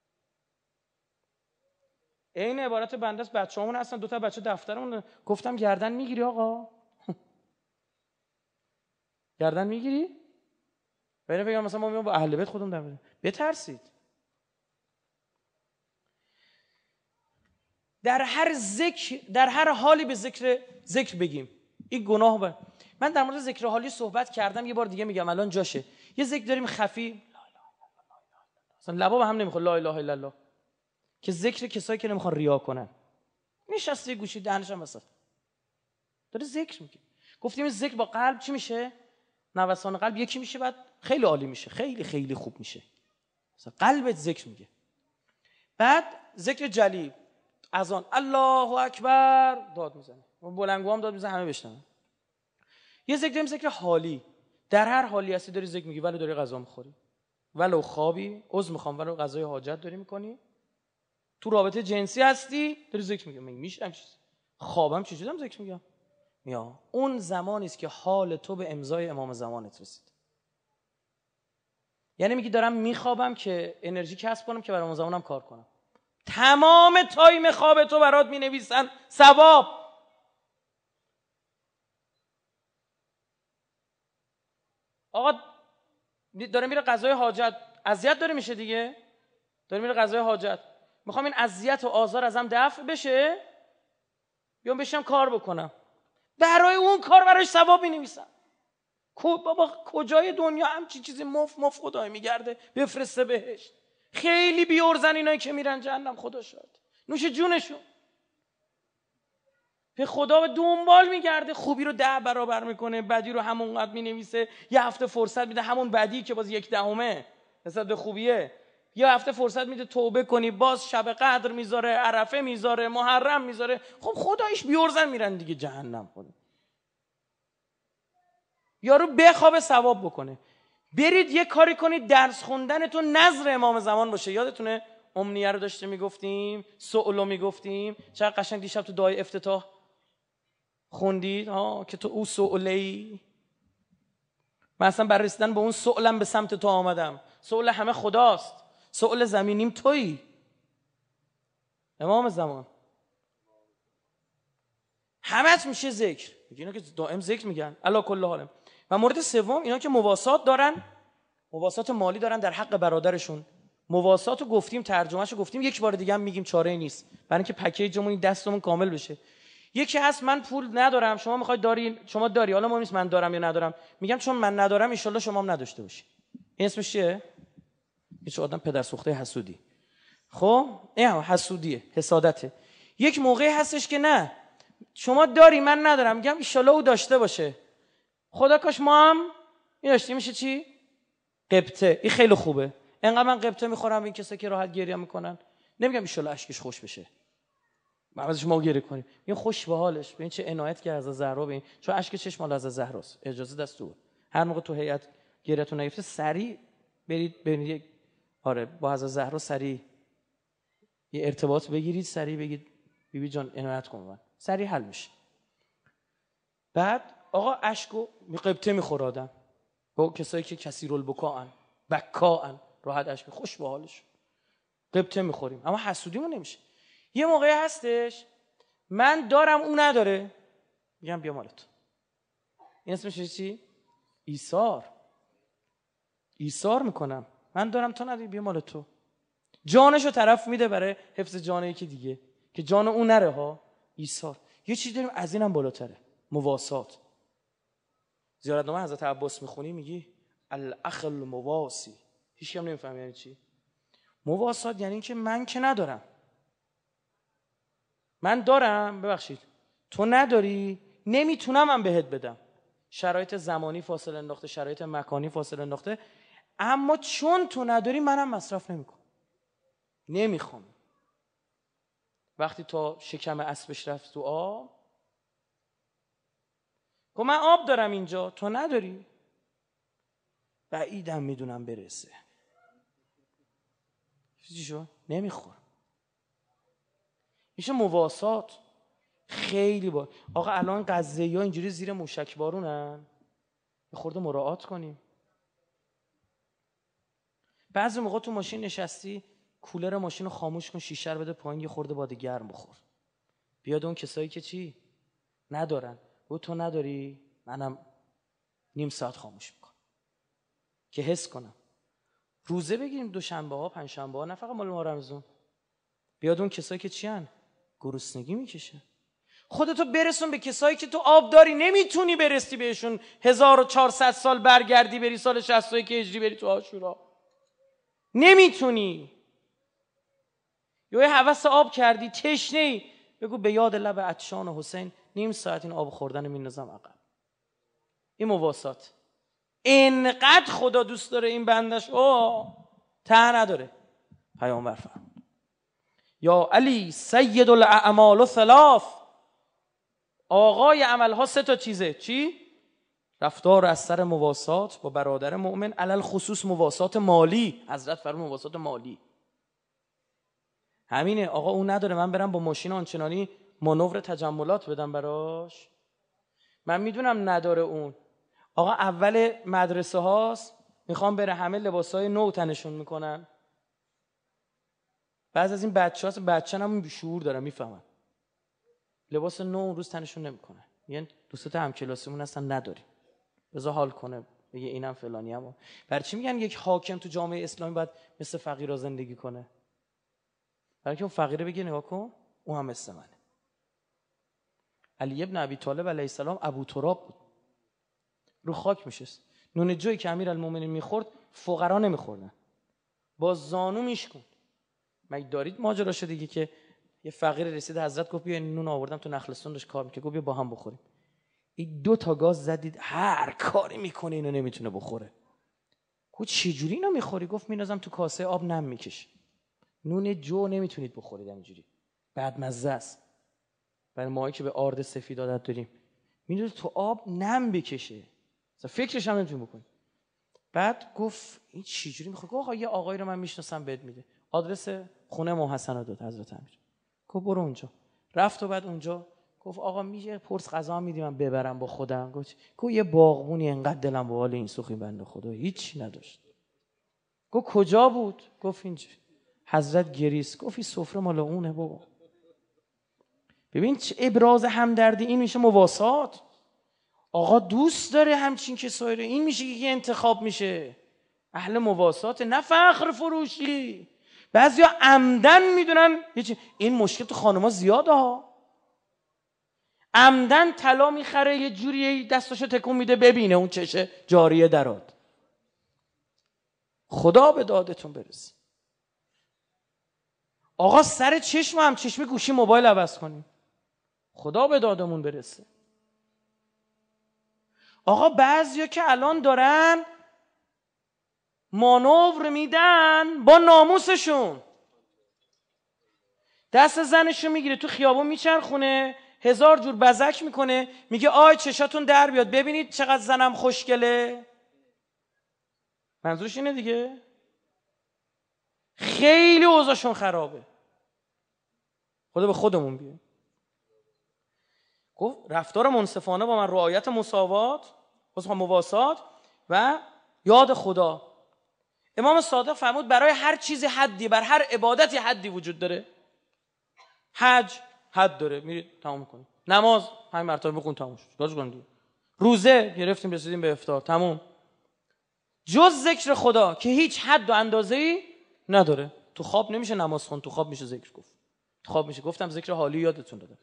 این عبارت بنده است. بچه‌هامون هستن، دو تا بچه دفترمون. گفتم گردن میگیری آقا؟ گردن میگیری؟ برای بگم مثلا ما میام با اهل بیت خودمون در میاریم. بترسید. در هر حالی به ذکر بگیم. این گناه به. من در مورد ذکر حالی صحبت کردم، یه بار دیگه میگم الان جاشه. یه ذکر داریم خفی، اصلا لبا به هم نمیخوره لا اله الا الله، که ذکر کسایی که نمیخوان ریا کنن. نشسته گوشی دهنش هم وسط داره ذکر میگه. گفتیم این ذکر با قلب چی میشه؟ نوسان قلب یکی میشه، بعد خیلی عالی میشه، خیلی خیلی خوب میشه. مثلا قلبت ذکر میگه. بعد ذکر جلی، اذان الله اکبر داد میزنه، بلندگو هم داد میزنه همه بشنون. یه ذکر حالی، در هر حالی هستی داری ذکر میگی، ولو داری غذا میخوری، ولو خوابی، عذر میخوام، ولو غذای حاجت داری میکنی، تو رابطه جنسی هستی داری ذکر میگی. من میشه همین چیز. خوابم چجوری دارم ذکر میگم؟ یا اون زمانی است که حال تو به امضای امام زمانت رسید. یعنی میگی دارم میخوابم که انرژی کسب کنم که برای امام زمانم کار کنم. تمام تایم خواب تو برات مینویسن ثواب. آقا داره میره قضای حاجت، اذیت داره میشه دیگه، داره میره قضای حاجت، میخوام این اذیت و آزار ازم دفع بشه، بیام بشم کار بکنم، برای اون کار براش ثواب مینویسن. بابا کجای دنیا همچی چیزی مف خدای میگرده بفرسته بهشت؟ خیلی بیورزن اینایی که میرن جهنم، خدا شاید، نوش جونشون. به خدا به دنبال میگرده، خوبی رو 10 برابر میکنه، بدی رو همونقدر مینویسه، یه هفته فرصت میده همون بدی که باز 1/10 نسبت به خوبیه، یه هفته فرصت میده توبه کنی، باز شب قدر میذاره، عرفه میذاره، محرم میذاره. خب خداییش بیورزن میرن دیگه جهنم. خدا یارو بخوابه ثواب بکنه. برید یه کاری کنید درس خوندنتون نظر امام زمان باشه. یادتونه امنیه رو داشته میگفتیم، سؤلو میگفتیم، چقدر قشنگ دیشب تو دعای افتتاح خوندید که تو او سؤلی. من اصلا برای رسیدن به اون سؤلم به سمت تو آمدم. سؤل همه خداست، سؤل زمینیم تویی امام زمان. همت میشه ذکر. اینا که دائم ذکر میگن الا کل حال. و مورد سوم اینا که مواسات دارن، مواسات مالی دارن در حق برادرشون. مواسات رو گفتیم، ترجمهش رو گفتیم، یک بار دیگه هم میگیم، چاره‌ای نیست برای اینکه پکیجمون دستمون کامل بشه. یکی هست من پول ندارم، شما میخواید داری، شما داری، حالا مهم نیست من دارم یا ندارم، میگم چون من ندارم ان شاءالله شما هم نداشته باشی. این اسمش چیه؟ هیچ آدم پدر سوخته حسودی. خب این حسودیه، حسادته. یک موقعی هستش که نه شما داری من ندارم، میگم ان شاءالله او داشته باشه، خدا کاش ما هم این داشتیم. میشه چی؟ قبطه. این خیلی خوبه. انقدر من قبطه میخورم این کسایی که راحت گریه میکنن، نمیگم ان شاءالله اشکش خوش بشه، بعد شما گریه کنید، این خوش به حالش، ببین چه عنایت کرد از زهرا، ببین چون اشک چشم مال از زهراست، اجازه دستور. هر موقع تو هیئت گریهتون نگرفته سریع برید ببینید، آره با از زهرا سریع یه ارتباط بگیرید، سریع بگید بیبی جان عنایت کن من، سریع حل میشه. بعد آقا اشکو قبطه میخوره آدم، با کسایی که کثیرالبکاءن، بکاءن، راحت اشک خوش به حالش قبطه میخوریم، اما حسودیمون نمیشه. یه موقعی هستش من دارم اون نداره، میگم بیا مالت. این اسمش چی؟ ایثار میکنم. من دارم تو نداری، بیا مال تو. جانشو طرف میده برای حفظ جان یکی دیگه که جان اون نره ها. ایثار. یه چیز داریم از اینم بالاتره، مواسات. زیارتنامه حضرت عباس میخونی میگی الاخ المواسی، هیچ کم نمیفهم یعنی چی. مواسات یعنی که من که ندارم، من دارم، ببخشید تو نداری، نمیتونم من بهت بدم. شرایط زمانی فاصله انداخته، شرایط مکانی فاصله انداخته، اما چون تو نداری منم مصرف نمیکنم، نمیخوام. وقتی تا شکم اسبش رفت تو آب، گفت من آب دارم اینجا تو نداری، بعیدم میدونم برسه. چی شو؟ نمیخورم. میشه مواسات. خیلی با آقا الان قضیه ها اینجوری زیر موشک بارونن، یه خورده مراعات کنیم. بعضی موقع تو ماشین نشستی، کولر ماشین رو خاموش کن، شیشه رو بده پایین، یه خورده باد گرم بخور. بیاد اون کسایی که چی ندارن، و تو نداری، منم نیم ساعت خاموش میکنم که حس کنم. روزه بگیریم، دوشنبه ها، پنجشنبه ها، نه فقط مال ما رمضان. بیاد اون کسایی که چی ان، گرسنگی میکشه. خودتو برسون به کسایی که تو آب داری نمیتونی برسی بهشون. 1400 سال برگردی بری سال 61 هجری بری تو عاشورا، نمیتونی. یه هوس آب کردی، تشنه‌ای، بگو به یاد لب عطشان حسین نیم ساعت این آب خوردن میندازم عقب. این مواسات. اینقدر خدا دوست داره این بندش، ته نداره. پیامبر فرمود یا علی سید الاعمال ثلاث، آقای عملها 3 تا چیزه. چی؟ رفتار از سر مواسات با برادر مؤمن، علل خصوص مواسات مالی. حضرت فرمود مواسات مالی همینه. آقا اون نداره، من برم با ماشین آنچنانی مانور تجملات بدم براش؟ من میدونم نداره اون. آقا اول مدرسه هاست، میخوام بره، همه لباسای نو تنشون میکنن. بعضی از این بچه هم شعور دارن، میفهمن لباس نو اون روز تنشون نمیکنن. یعنی دوستا همکلاسیمون هستن نداریم، بذار حال کنه، بگه اینم فلانی. هم برای چی میگن یک حاکم تو جامعه اسلامی باید مثل فقیرا زندگی کنه؟ برای که اون فقیره بگه نگاه کن اون هم مثل منه. علی ابن ابی طالب علیه السلام ابو تراب بود، رو خاک میشست. نون جوی که امیرالمومنین میخورد فقرا نمیخوردن، با زانو میشکن. مگه دارید ماجراشو دیگه که یه فقیر رسید حضرت گفت بیا نون آوردم تو نخلستون داشت کار میکنه، گفت بیا با هم بخوریم. این 2 تا گاز زدید، هر کاری میکنه اینو نمیتونه بخوره. گفت چه جوری اینو میخوری؟ گفت میندازم تو کاسه آب نم میکشه. نون جو نمیتونید بخورید اینجوری، بعد مزه است. برای ماهایی که به آرد سفید عادت داریم، میندازه تو آب نم بکشه، مثلا فکرش هم نمیتونی بکنی. بعد گفت این چه جوری میخوره؟ گفت آقا یه آقایی رو من میشناسم بهت میده. آدرس خونه محسن رو داد حضرت امیر. گفت برو اونجا. رفت و بعد اونجا گفت آقا میشه پرس غذا میدی من ببرم با خودم؟ گفت یه باغبونی انقدر دلم به حال این سوخی بنده خدا هیچ نداشت. گفت کجا بود؟ گفت اینجا. حضرت گریست، گفت این سفره مال اونه بابا. ببین چه ابراز همدردی، این میشه مواسات. آقا دوست داره همچین کسایی رو، این میشه که انتخاب میشه. اهل مواسات، نه فخر فروشی. بعضیا عمدن میدونن این مشکل تو خانما زیاده ها، عمدن طلا میخره یه جوری دستاشو تکون میده ببینه اون چشه جاریه دراد. خدا به دادتون برسه. آقا سر چشم هم چشم گوشی موبایل عوض کنیم، خدا به دادمون برسه. آقا بعضیا که الان دارن مانور میدن با ناموسشون، دست زنشو میگیره تو خیابون میچرخونه، 1000 جور بزک میکنه، میگه آی چشاتون در بیاد ببینید چقدر زنم خوشگله. منظورش اینه دیگه. خیلی اوضاعشون خرابه. خدا به خودمون بیه. گفت رفتار منصفانه با من، رعایت مساوات، مواسات و یاد خدا. امام صادق فرمود برای هر چیزی حدی، بر هر عبادتی حدی وجود داره. حج حد داره، میرید تمام کنید. نماز 5 مرتبه بخون تموم شد. راز کنید. روزه گرفتیم رسیدیم به افطار تموم. جز ذکر خدا که هیچ حد و اندازه‌ای نداره. تو خواب نمیشه نماز خون، تو خواب میشه ذکر گفت. تو خواب میشه. گفتم ذکر حالی یادتون دادم.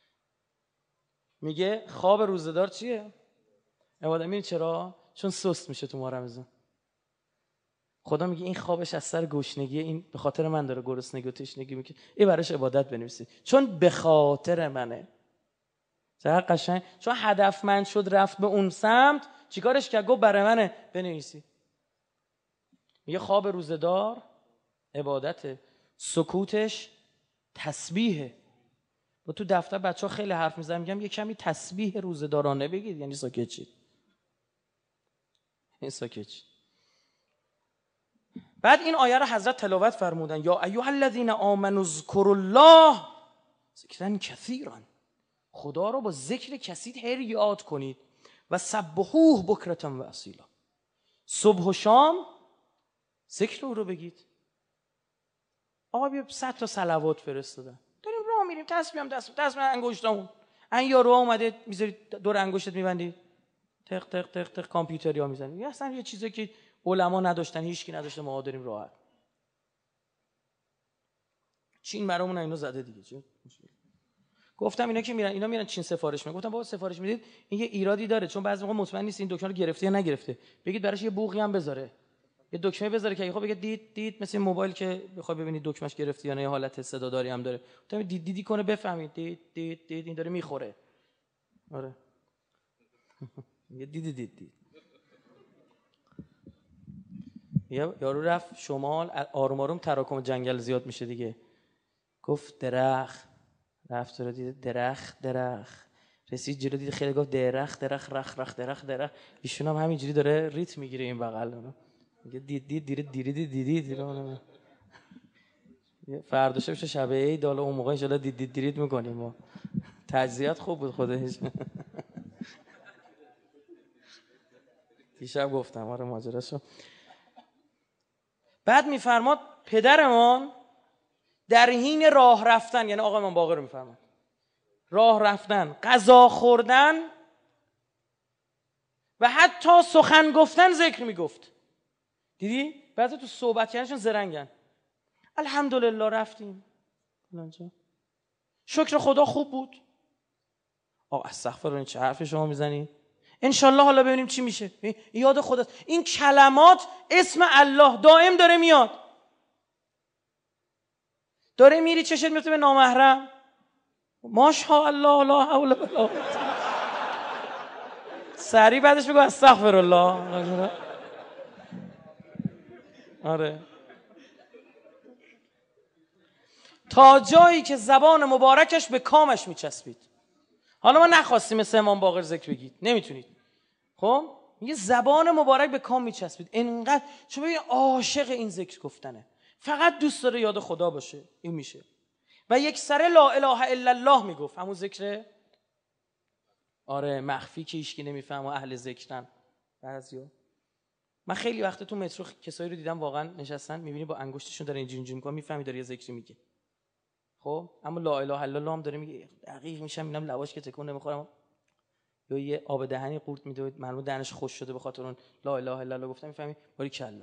میگه خواب روزه‌دار چیه؟ عبادت. چرا؟ چون سست میشه تو ماه رمضان. خدا میگه این خوابش از سر گشنگی، این به خاطر من داره گرسنگی و تشنگی میگه، این براش عبادت بنویسید چون به خاطر منه. چقدر قشنگ، چون هدفمند شد رفت به اون سمت، چیکارش کرد؟ گفت برای منه بنویسی. میگه خواب روزدار عبادته، سکوتش تسبیحه. و تو دفتر بچه‌ها خیلی حرف میزنن، میگم یه کمی تسبیح روزدارانه بگید، یعنی ساکت شید. این ساکت شید. بعد این آیه رو حضرت تلاوت فرمودن، یا ایها الذین آمنوا اذکروا الله ذکرا کثیرا، خدا رو با ذکر کثیر هر یاد کنید، و سبحوه بکرة و اصیلا، صبح و شام ذکر او رو بگید. آقا بیا 100 تا صلوات فرستادن، داریم راه میریم، تسبیح هم دست انگشتامون، این یارو اومده میذاری دور انگشتت میبندی، تق تق تق تق کامپیوتری ها میزنی. اصلا یه چیزی که علما نداشتن، هیچکی نداشته، ما داریم راحت. چین برامون اینو زده دیگه. چه گفتم اینا که میرن چین سفارش میدن. گفتم بابا سفارش میدید این یه ایرادی داره، چون بعضی موقع مطمئن نیست این دکمه رو گرفته یا نگرفته، بگید براش یه بوقی هم بذاره، یه دکمه بذاره که خب بگه دید مثل موبایل که بخوای ببینید دکمهش گرفته یا نه، یه حالت صداداری هم داره، گفتم دیدی کنه بفهمید دید این داره میخوره. آره یه دید یارو رفت شمال، آروم آروم تراکم جنگل زیاد میشه دیگه، گفت درخت، رفت رو دید درخت، رسید جلو دید خیلی، گفت درخت درخت. ایشون هم همینجوری داره ریتم میگیره این بغل، میگه دید فردا شب شب عید، حالا اون موقع ان شاء الله دید میکنیم ما. تجزیهات خوب بود خودش. دیشب گفتم آره ماجراشو. بعد میفرماد پدرمان در حین راه رفتن، یعنی آقا امام باقر رو میفرماد، راه رفتن، غذا خوردن و حتی سخن گفتن ذکر میگفت. دیدی؟ بعضی تو صحبت کردنشون زرنگن. الحمدلله رفتیم فلانجا، شکر خدا خوب بود. آقا استغفرالله، چه حرف شما میزنی؟ انشالله حالا ببینیم چی میشه. یاد خداست. این کلمات اسم الله دائم داره میاد. داره میری چشت میفته به نامحرم، ماشاءالله لا حول ولا قوة، سریع بعدش بگو استغفرالله. آره، تا جایی که زبان مبارکش به کامش میچسبید. حالا ما نخواستیم مثل امام باقر ذکر بگید، نمیتونید. خب میگه زبان مبارک به کام میچسبید انقدر، چون ببین عاشق این ذکر گفتنه، فقط دوست داره یاد خدا باشه، این میشه. و یک سره لا اله الا الله میگفت، همون ذکر آره مخفی که هیچکی نمیفهمه، اهل ذکرن بعضیا. من خیلی وقت تو مترو کسایی رو دیدم واقعا نشستن، میبینی با انگشتشون داره اینجوری میکنه، میفهمی داره یه ذکری میگه. خب اما لا اله الا الله هم داره میگه، دقیق میشم اینم لواش که تکون نمیخورم، یا یه آب دهنی قورت میده، معلومه دهنش خوش شده به خاطر اون لا اله الا الله گفتم، میفهمی باری کلا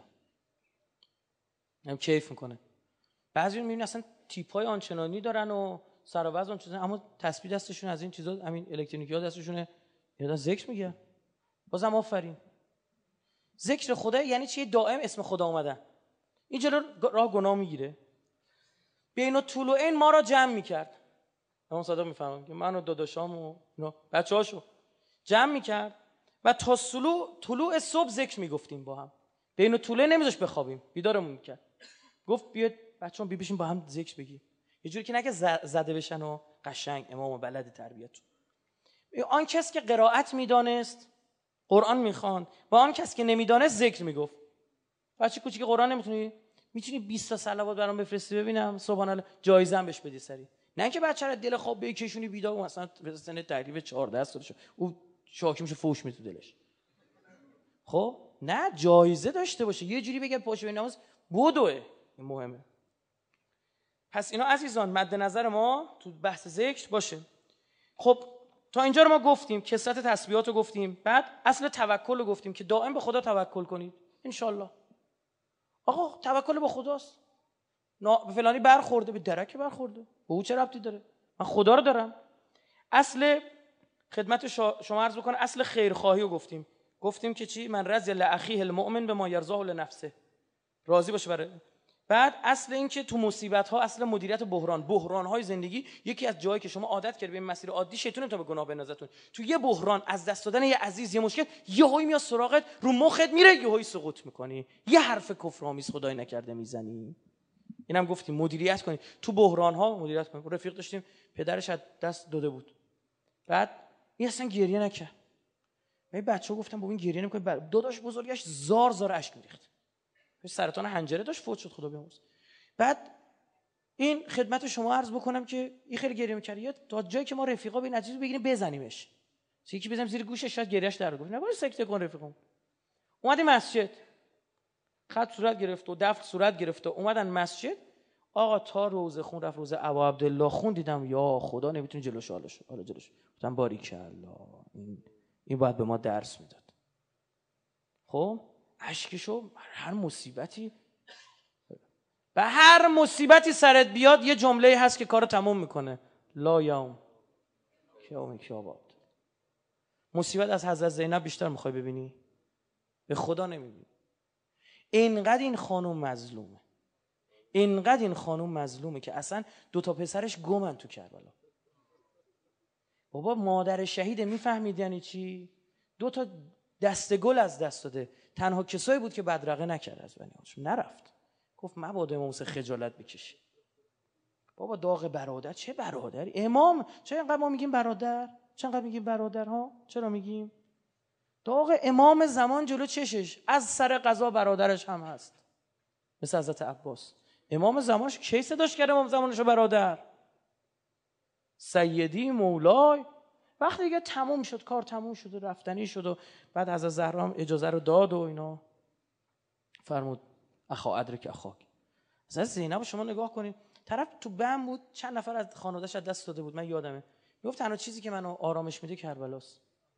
هم کیف میکنه. بعضی میبینی اصلا تیپای آنچنانی دارن و سر و وضع اون چیزا، اما تسبیح دستشون از این چیزا، همین الکترونیکی ها دستشونه، یا ذکر میگه. بازم آفرین. ذکر خدا یعنی چی؟ دائم اسم خدا اومدن. این جلو راه گناه میگیره. بین الطلوعین ما را جمع میکرد. امام صادق میفهمن که من و داداشام و اینا بچه‌هاشو جمع میکرد و تا طلوع صبح ذکر میگفتیم با هم. بین الطلوعین نمیذاش بخوابیم، بیدارمون میکرد. گفت بیاد بچه‌ها بی بشین با هم ذکر بگیم. یه جوری که نگه زده بشن و قشنگ، امام بلد تربیت. آن کس که قرائت میدانست قرآن میخواند و آن کس که نمیدانست ذکر میگفت. بچه کوچیک قرآن میتونی 20 تا صلوات برام بفرستی ببینم سبحان الله، جایزه هم بهش بدی سری. نه اینکه بچه رو دل خواب بکشونی بیدار، مثلا به سن تقریبا 14 سالشه او شاکی میشه فوش میده تو دلش. خب نه، جایزه داشته باشه، یه جوری بگه پاشه به نماز بدوه، این مهمه. پس اینا عزیزان مد نظر ما تو بحث ذکر باشه. خب تا اینجا رو ما گفتیم، کثرت تسبیحات رو گفتیم، بعد اصل توکل رو گفتیم که دائم به خدا توکل کنید ان شاءالله. آقا توکل به خداست. به فلانی برخورده، به درک برخورده، به او چه ربطی داره؟ من خدا رو دارم. اصل خدمت شما عرض بکنم، اصل خیرخواهی رو گفتیم که چی؟ من رضی لاخیه المؤمن بما یرضاه لنفسه. راضی باشه برای. بعد اصل این که تو مصیبت ها، اصل مدیریت بحران های زندگی، یکی از جایی که شما عادت کردید به این مسیر عادی، شیطان تو به گناه بندازتون. تو یه بحران، از دست دادن یه عزیز، یه مشکل، یهویی میاد سراغت، رو مخت میره، یهویی سقوط میکنی، یه حرف کفرآمیز خدای نکرده میزنی. اینم گفتیم مدیریت کنید تو بحران ها، مدیریت کنید. رفیق داشتیم پدرش از دست داده بود، بعد این اصلا گریه نکرد. من بچه‌ها گفتم بابا این گریه نمی‌کنه. داداش بزرگش زار اشک می‌ریخت، سرطان حنجره داشت، فوت شد خدا بیامرز. بعد این خدمت شما عرض بکنم که این خیلی گریه می‌کرد. یا تا جایی که ما رفیقا به این نتیجه بگیریم بزنیمش، یکی بزنیم زیر گوشش، شاید گریهش در گفت نباید سکته کن. رفیقم اومدیم مسجد، خط صورت گرفت و دفع صورت گرفت و اومدن مسجد. آقا تا روزه خون رفت، روزه ابا عبدالله خون، دیدم یا خدا نمیتونی جلوش حالا جلوش. گفتم باریکالله، این باید به ما درس میداد. خب اشکشو هر مصیبتی، به هر مصیبتی سرت بیاد یه جمله هست که کارو تموم میکنه، لا یوم کیاباد. مصیبت از حضرت زینب بیشتر میخوای ببینی؟ به خدا نمیبینی. اینقدر این خانوم مظلومه، اینقدر این خانوم مظلومه که اصلا 2 تا پسرش گمن تو کربلا. بابا مادر شهید میفهمید یعنی چی؟ 2 تا دسته گل از دست داده. تنها کسایی بود که بدرقه نکرد از بنی هاشم، نرفت گفت مبادا امام حسین خجالت بکشی. بابا داغ برادر، چه برادری؟ امام چه اینقدر ما میگیم برادر؟ چه اینقدر میگیم برادر ها؟ چرا میگیم؟ داغ امام زمان جلو چشش، از سر قضا برادرش هم هست، مثل حضرت عباس. امام زمانش کی صداش کرده امام زمانشو برادر؟ سیدی مولای. وقتی دیگه تموم شد، کار تموم شد و رفتنی شد و بعد از زهرا هم اجازه رو داد و اینا، فرمود اخا ادرک اخاک. از زینب شما نگاه کنید، طرف تو بم بود، چند نفر از خانواده‌اش از دست داده بود، من یادمه میگفت تنها چیزی که منو آرامش میده کربلاست.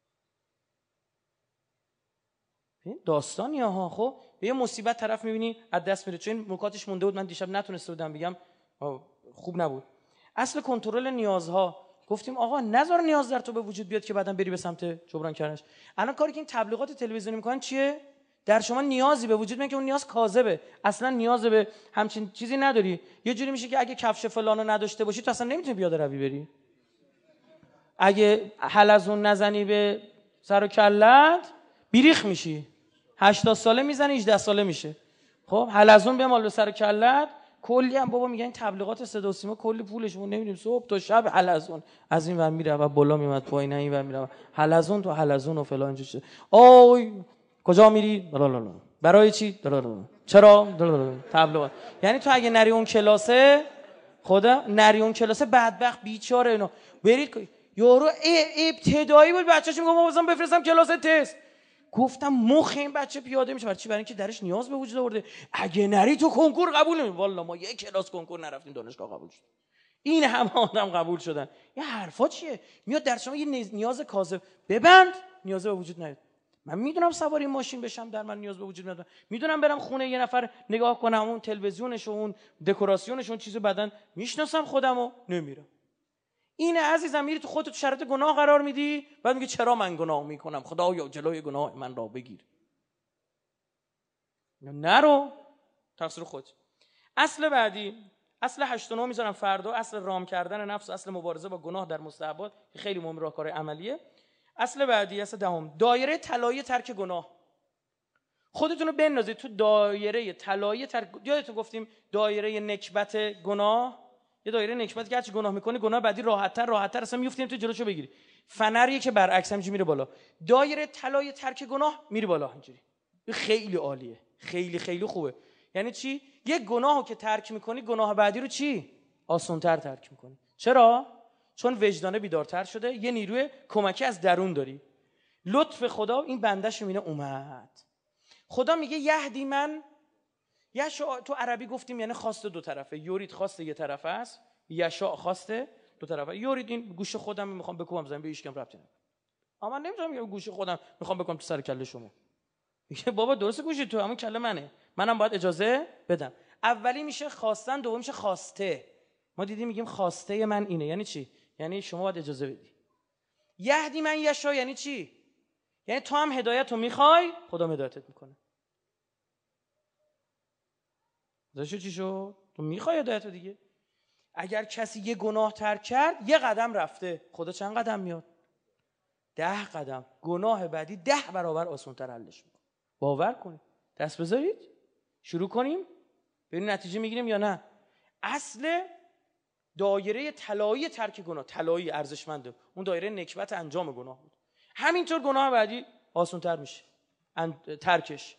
این داستانی ها. خب به یه مصیبت طرف میبینی از دست میره. چون نکاتش مونده بود، من دیشب نتونسته بودم بگم، خوب نبود. اصل کنترل نیازها، گفتیم آقا نذار نیاز در تو به وجود بیاد که بعداً بری به سمت جبران کردنش. الان کاری که این تبلیغات تلویزیونی میکنن چیه؟ در شما نیازی به وجود میاد که اون نیاز کاذبه، اصلا نیاز به همچین چیزی نداری. یه جوری میشه که اگه کفش فلانو نداشته باشی تو اصلا نمیتونی پیاده روی بری. اگه حلزون نزنی به سر و کلت بیریخ میشی. 80 ساله میزنه 18 ساله میشه. خب حلزون بمال به سر و کلت. کلی هم بابا میگن این تبلیغات صدا و سیما کلی پولشون نمیدونیم، صبح تا شب حلزون از این ور میره و بالا میاد پایین، این ور میره حلزون تو حلزون و فلان چیز. اوی کجا میری؟ لالا. برای چی؟ لالا. چرا؟ لالا. تبلیغات. یعنی تو اگه نری اون کلاسه، خدا نری اون کلاسه، بدبخت بیچاره اینا برید. یارو ابتدایی بود بچه‌ش میگم ما بزنم بفرستم کلاس تست. گفتم مخ این بچه پیاده میشه. برای چی؟ برای اینکه درش نیاز به وجود آورده. اگه نری تو کنکور قبول نمی. والله ما یک کلاس کنکور نرفتیم دانشگاه قبول شد. این همه آدم قبول شدن. این حرفا چیه؟ میاد در شما یه نیاز کاذب ببند، نیاز به وجود نیاد. من میدونم سواری ماشین بشم در من نیاز به وجود میاد. میدونم برم خونه یه نفر نگاه کنم اون تلویزیونش و اون دکوراسیونش و اون چیزو بدن میشناسم خودمو، نمیرم. اینه عزیزم، میری تو خودت تو شرایط گناه قرار میدی، بعد میگی چرا من گناه میکنم، خدایا جلوی گناه من را بگیر. نرو، تقصیر خود. اصل بعدی، اصل 8 و 9 میذارم فردا، اصل رام کردن نفس، اصل مبارزه با گناه در مستحبات که خیلی مهم، راهکار عملیه. اصل بعدی، اصل 10، دایره طلایی ترک گناه. خودتون رو بندازید تو دایره طلایی ترک. یادتون گفتیم دایره نکبت گناه، یه دایره نکبت که هرچی گناه میکنی گناه بعدی راحت‌تر اصلا میافتیم تو جلوشو بگیری. فنریه که برعکس همینجوری میره بالا. دایره طلای ترک گناه میری بالا اینجوری. خیلی عالیه، خیلی خوبه. یعنی چی؟ یه گناهو که ترک میکنی گناه بعدی رو چی؟ آسان‌تر ترک میکنی. چرا؟ چون وجدانه بیدارتر شده، یه نیروی کمکی از درون داری. لطف خدا این بندش میبینه اومد. خدا میگه یهدی من یشاء. تو عربی گفتیم یعنی خواست 2 طرفه. یورید خواست یه طرفه است، یشاء خواست 2 طرفه. یورید این گوش خودم میخوام بکوبم زمین، به هیچ کم ربطی نداره. اما من نمیتونم بگم گوش خودم میخوام بکنم تو سر کله شما. میگه بابا درست گوشی تو، همون کله منه، منم باید اجازه بدم. اولی میشه خواستن، دوم میشه خواسته. ما دیدیم میگیم خواسته من اینه، یعنی چی؟ یعنی شما باید اجازه بدی. یهدی من یشاء یعنی چی؟ یعنی تو هم هدایت رو میخوای، خدا هدایتت میکنه. داشت چی شد؟ تو میخوای هدایت دیگه. اگر کسی یه گناه ترک کرد، یه قدم رفته، خدا چند قدم میاد؟ 10 قدم. گناه بعدی 10 برابر آسان‌تر حلش میکنه. باور کنید. دست بذارید شروع کنیم ببین نتیجه میگیریم یا نه. اصل دایره طلایی ترک گناه، طلایی ارزشمنده، اون دایره نکبت انجام گناه بود. همینطور گناه بعدی آسان‌تر میشه ترکش.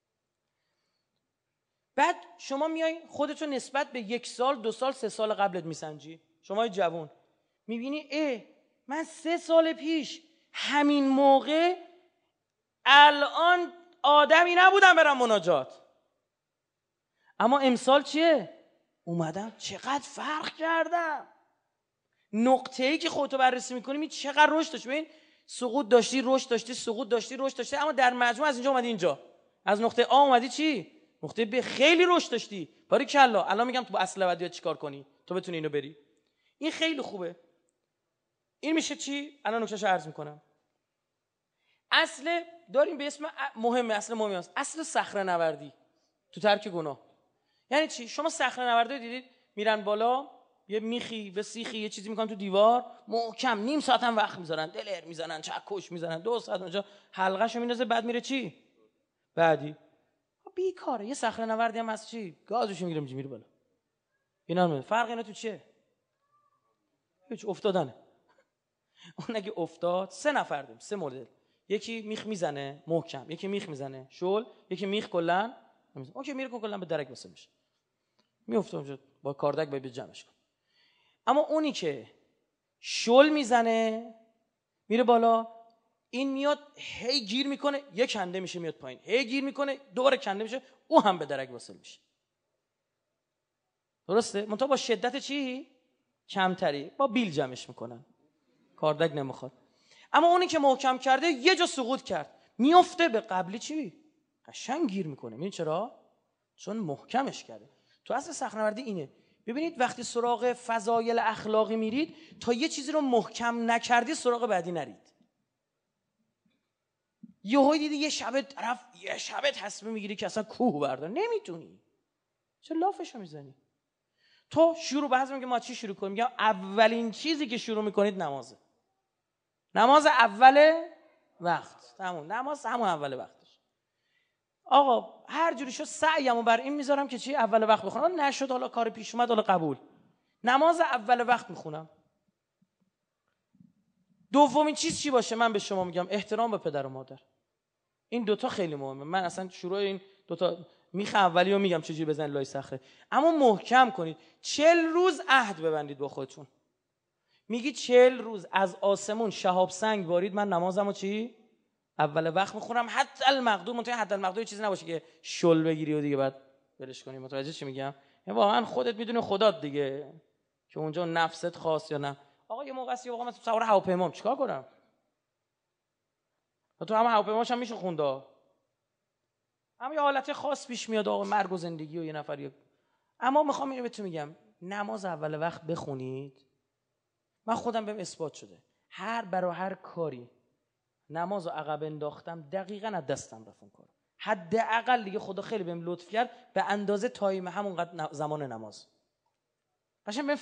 بعد شما میای خودتو نسبت به 1 سال 2 سال 3 سال قبلت میسنجی. شما جوون میبینی من 3 سال پیش همین موقع الان آدمی نبودم برم مناجات، اما امسال چیه؟ اومدم چقدر فرق کردم. نقطه‌ای که خودتو بررسی میکنی چقدر رشد داشتی. ببین سقوط داشتی، رشد داشتی، سقوط داشتی، رشد داشتی، اما در مجموع از اینجا اومدی اینجا، از نقطه آ اومدی چی؟ نقطه ب. خیلی رشد داشتی. باریکلا. الان میگم تو با اصل ابدیات چیکار کنی تو بتونی اینو بری. این خیلی خوبه. این میشه چی؟ الان نکتهشو عرض میکنم. اصل داریم به اسم مهمه، اصل مهمی است، اصل صخره‌نوردی تو ترک گناه. یعنی چی؟ شما صخره‌نوردی دیدید میرن بالا، یه میخی به سیخی یه چیزی میکنن تو دیوار، محکم نیم ساعت هم وقت میذارن، دلر میزنن، چکش میزنن، 2 ساعت اونجا حلقه‌شو میندازه، بعد میره چی؟ بعدی. بیکاره. یه صخره‌نوردی هم هست چی؟ گازشو میگیره میره بالا. اینا فرق اینا تو چیه؟ هیچ، افتادنه. اون اگه افتاد 3 نفر داریم، 3 مدل. یکی میخ میزنه محکم، یکی میخ میزنه شل، یکی میخ کلا نمیزنه. اوکی میره کلا به درک واسه میشه. میفته اونجا با کاردک باید جمعش کن. اما اونی که شل میزنه میره بالا، این میاد هی گیر میکنه، یک کنده میشه میاد پایین، هی گیر میکنه دوباره کنده میشه، او هم به درک واسه میشه. درسته؟ منتها با شدت چی؟ کمتری. با بیل جمعش میکنن، کاردک نمیخواد. اما اونی که محکم کرده یه جا سقوط کرد، میفته به قبلی چی؟ قشنگ گیر میکنه. میدونی چرا؟ چون محکمش کرده. تو اصل صخره‌نوردی اینه. ببینید وقتی سراغ فضایل اخلاقی میرید، تا یه چیزی رو محکم نکردی سراغ بعدی نرید. یهو دیدی یه شب تصمیم میگیری که اصلا کوه بردار، نمیتونی. چه لافشو میزنی؟ تو شروع بعضی میگه ما چی شروع کنیم؟ میگم اولین چیزی که شروع میکنید نمازه. نماز اول وقت. تموم. نماز همون اول وقتش. آقا هر جوری شد سعیمو بر این میذارم که چی؟ اول وقت بخونم. نشد حالا کار پیش اومد، حالا قبول. نماز اول وقت میخونم. دومین چیز چی باشه؟ من به شما میگم احترام به پدر و مادر. این دوتا خیلی مهمه. من اصلا شروع این دوتا میخ اولی رو میگم چجوری بزنید لای صخره، اما محکم کنید. 40 روز عهد ببندید با خودتون. میگی 40 روز از آسمون شهاب سنگ بارید، من نمازمو چی؟ اول وقت میخونم. حتی المقدور. منتها حتی المقدور چیزی نباشه که شل بگیری و دیگه بعد برش کنی. متوجه چی میگم؟ واقعا خودت میدونی خدات دیگه که اونجا نفست خاص یا نه. آقا یه موقع واقعا مثلا سوار هواپیمام چیکار کنم؟ تو هم هواپیماش هم میشه خوندا. اما یه حالت خاص پیش میاد آقا، مرگ و زندگی و یه نفر. اما میخوام اینو بهتون میگم، نماز اول وقت بخونید. من خودم بهم اثبات شده برای هر کاری نماز رو عقب انداختم دقیقاً از دستم رفت اون کار. حداقل دیگه خدا خیلی بهم لطف کرد به اندازه تایم همونقدر زمان نماز. قشنگ بهم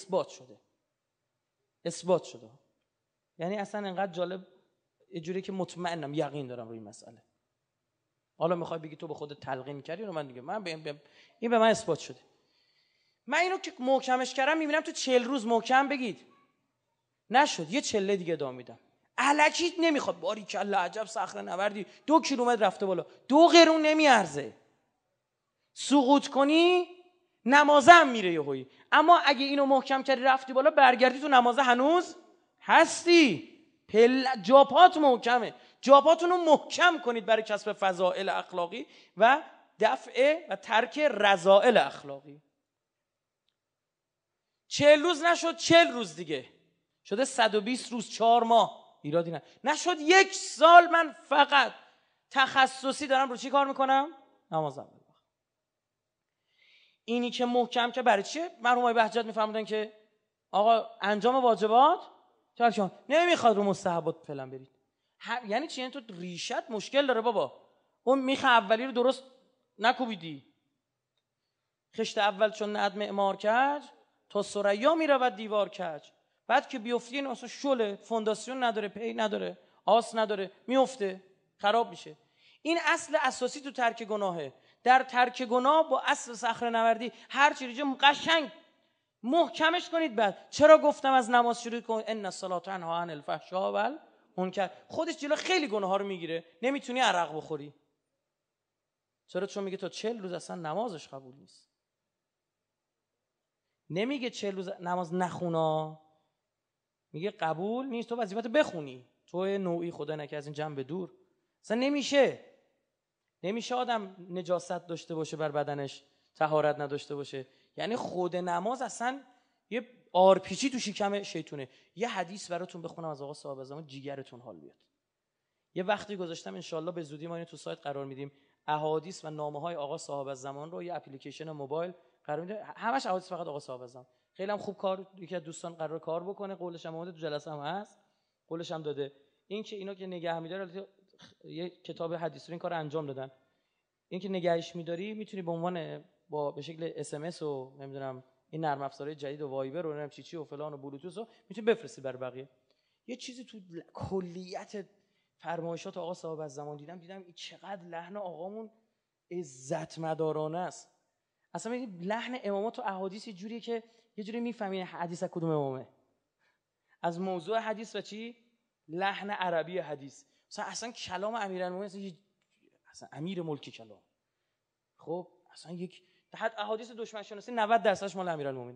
اثبات شده. یعنی اصلا انقدر جالب، یه جوری که مطمئنم یقین دارم روی این مسئله. حالا میخوای بگی تو به خودت تلقین کردی، رو من دیگه این به من اثبات شده. من اینو که محکمش کردم میبینم تو 40 روز محکم بگید نشد، یه چله دیگه ادامه میدم. الکیت نمیخواد. باریکلا عجب صخره‌نوردی، 2 کیلومتر رفته بالا، 2 قرون نمیارزه. سقوط کنی نمازم میره یهویی. اما اگه اینو محکم کردی رفتی بالا، برگردی تو نمازه هنوز هستی. جاپات محکمه. جاپاتون رو محکم کنید برای کسب فضائل اخلاقی و دفع و ترک رذائل اخلاقی. 40 روز نشد، 40 روز دیگه شده 120 روز، 4 ماه. ایرادی نه. نشد 1 سال. من فقط تخصصی دارم رو چی کار میکنم؟ نماز اول وقت. اینی که محکم که برای چیه؟ مرحوم بهجت میفرمودن که آقا انجام واجبات چون نمیخواد رو مستحبات فعلا برید. یعنی چی؟ یعنی تو ریشت مشکل داره بابا. اون میخ اولی رو درست نکوبیدی. خشت اول چون ند معمار کج، تا ثریا میرود دیوار کج. بعد که بیفتی این اصلا شله، فونداسیون نداره، پی نداره، آس نداره، میفته، خراب میشه. این اصل اساسی تو ترک گناهه. در ترک گناه با اصل صخره‌نوردی هر چیزی قشنگ محکمش کنید. بعد چرا گفتم از نماز شروع کن؟ ان الصلاه تنهی عن الفحشاء والمنکر. خودش جلو خیلی گناه ها رو میگیره. نمیتونی عرق بخوری. چرا؟ چون میگه تا 40 روز اصلا نمازش قبول نیست. نمیگه 40 روز نماز نخونا، میگه قبول نیست، تو وظیفت بخونی، تو نوعی خدا نکنه از این جنب دور. اصلا نمیشه آدم نجاست داشته باشه بر بدنش، طهارت نداشته باشه. یعنی خود نماز اصلا یه آرپیچی تو شکم شیطونه. یه حدیث براتون بخونم از آقا صاحب زمان، جیگرتون حال بیاد. یه وقتی گذاشتم، انشالله به زودی ما اینو تو سایت قرار میدیم، احادیث و نامه‌های آقا صاحب زمان رو یه اپلیکیشن موبایل قرار میده، همش احادیث فقط آقا صاحب زمان. خیلی هم خوب کار، یکی از دوستان قرار کار بکنه، قولش هم اومده، تو جلسه هم هست، قولش هم داده. این که اینا که نگه می‌داره، یه کتاب حدیث رو این کارو انجام دادن. این که نگهش می‌داری میتونی به عنوان به شکل اس ام اس و نمیدونم این نرم افزارهای جدید و وایبر و نمیدونم چی و فلان و بلوتوث رو میتونی بفرستی برای بقیه. یه چیزی تو کلیت فرمایشات آقا صاحب از زمان دیدم این چقدر لحن آقامون عزت مدارانه است. اصلا لحن امامات و احادیث یه جوریه که یه جوری میفهمی حدیث از کدوم امامه، از موضوع حدیث و چی لحن عربی حدیث. اصلا کلام امیرالمومنین اصلا امیر ملک کلام، خب اصلا یک حد احادیث دشمن شناسی 90% مال امیرالمومنین.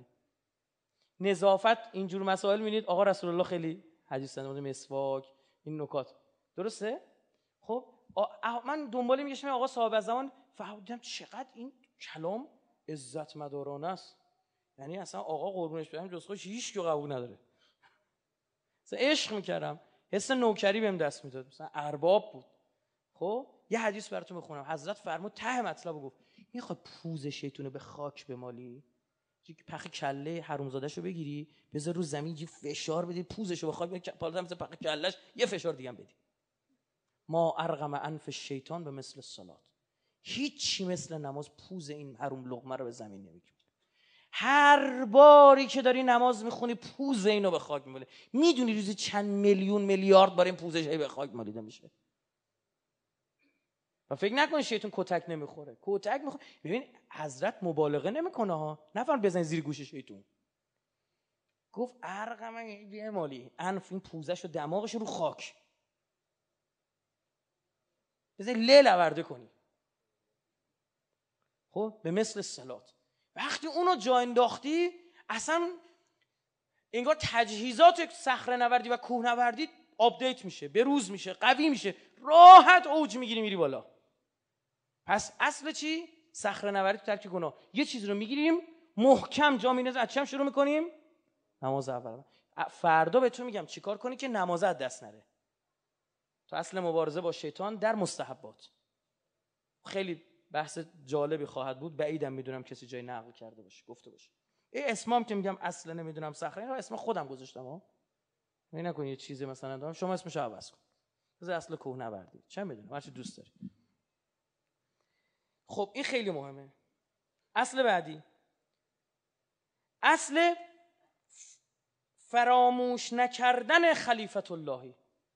نظافت اینجور مسائل می‌بینید آقا رسول الله خیلی حدیث دادن، مسواک، این نکات درسته. خب من دنبال میگشتم آقا صاحب از زمان، فهمیدم چقدر این کلام عزت مدارانه است. یعنی اصلا آقا قربونش برم جز خودش هیچ کی قبول نداره. مثلا عشق میکردم، حس نوکری بهم دست میداد، مثلا ارباب بود. خب یه حدیث براتون بخونم، حضرت فرمود ته مطلبو گفت، میخواد پوز شیطونه به خاک بمالی، پخ کله حرومزاده‌شو بگیری بذار رو زمین، یه فشار بدی پوزشو به خاک، پالت مثل پخ کلهش یه فشار دیگه هم بدی. ما ارغم انف الشیطان به مثل الصلاه. هیچی مثل نماز پوز این حروم لقمه رو به زمین نمیگیره. هر باری که داری نماز میخونی پوز اینو به خاک میماله. میدونی روزی چند میلیون میلیارد بار این پوزش به خاک مالیده میشه. و فکر نکن شیطان کتک نمیخوره، کتک میخوره. ببین حضرت مبالغه نمیکنه ها، نفر بزن زیر گوش شیطان. گفت ارغم یه مالی انف این پوزش و دماغش رو خاک بذاری لورده کنی. خب به مثل الصلات. وقتی اونو جا انداختی اصلا انگار تجهیزات صخره‌نوردی و کوهنوردی آپدیت میشه، به روز میشه، قوی میشه، راحت اوج میگیری میری بالا. پس اصل چی؟ صخره‌نوردی تو ترک گناه. یه چیز رو میگیریم محکم جا میندازیم، از چم شروع میکنیم؟ نماز اول. فردا بهتون میگم چیکار کنی که نماز از دست نره. تو اصل مبارزه با شیطان در مستحبات. خیلی بحث جالبی خواهد بود، بعیدم میدونم کسی جای نقل کرده باشه گفته باشه. این اسمام که میگم اصلا نمیدونم صخره، اینا اسم خودم گذاشتم ها. این نکن یه چیزی مثلا دارم شما اسمش عوض کن. بذار اصل کوهنوردی چه میدونم هر چی دوست داری. خب این خیلی مهمه. اصل بعدی، اصل فراموش نکردن خلیفت اللهی.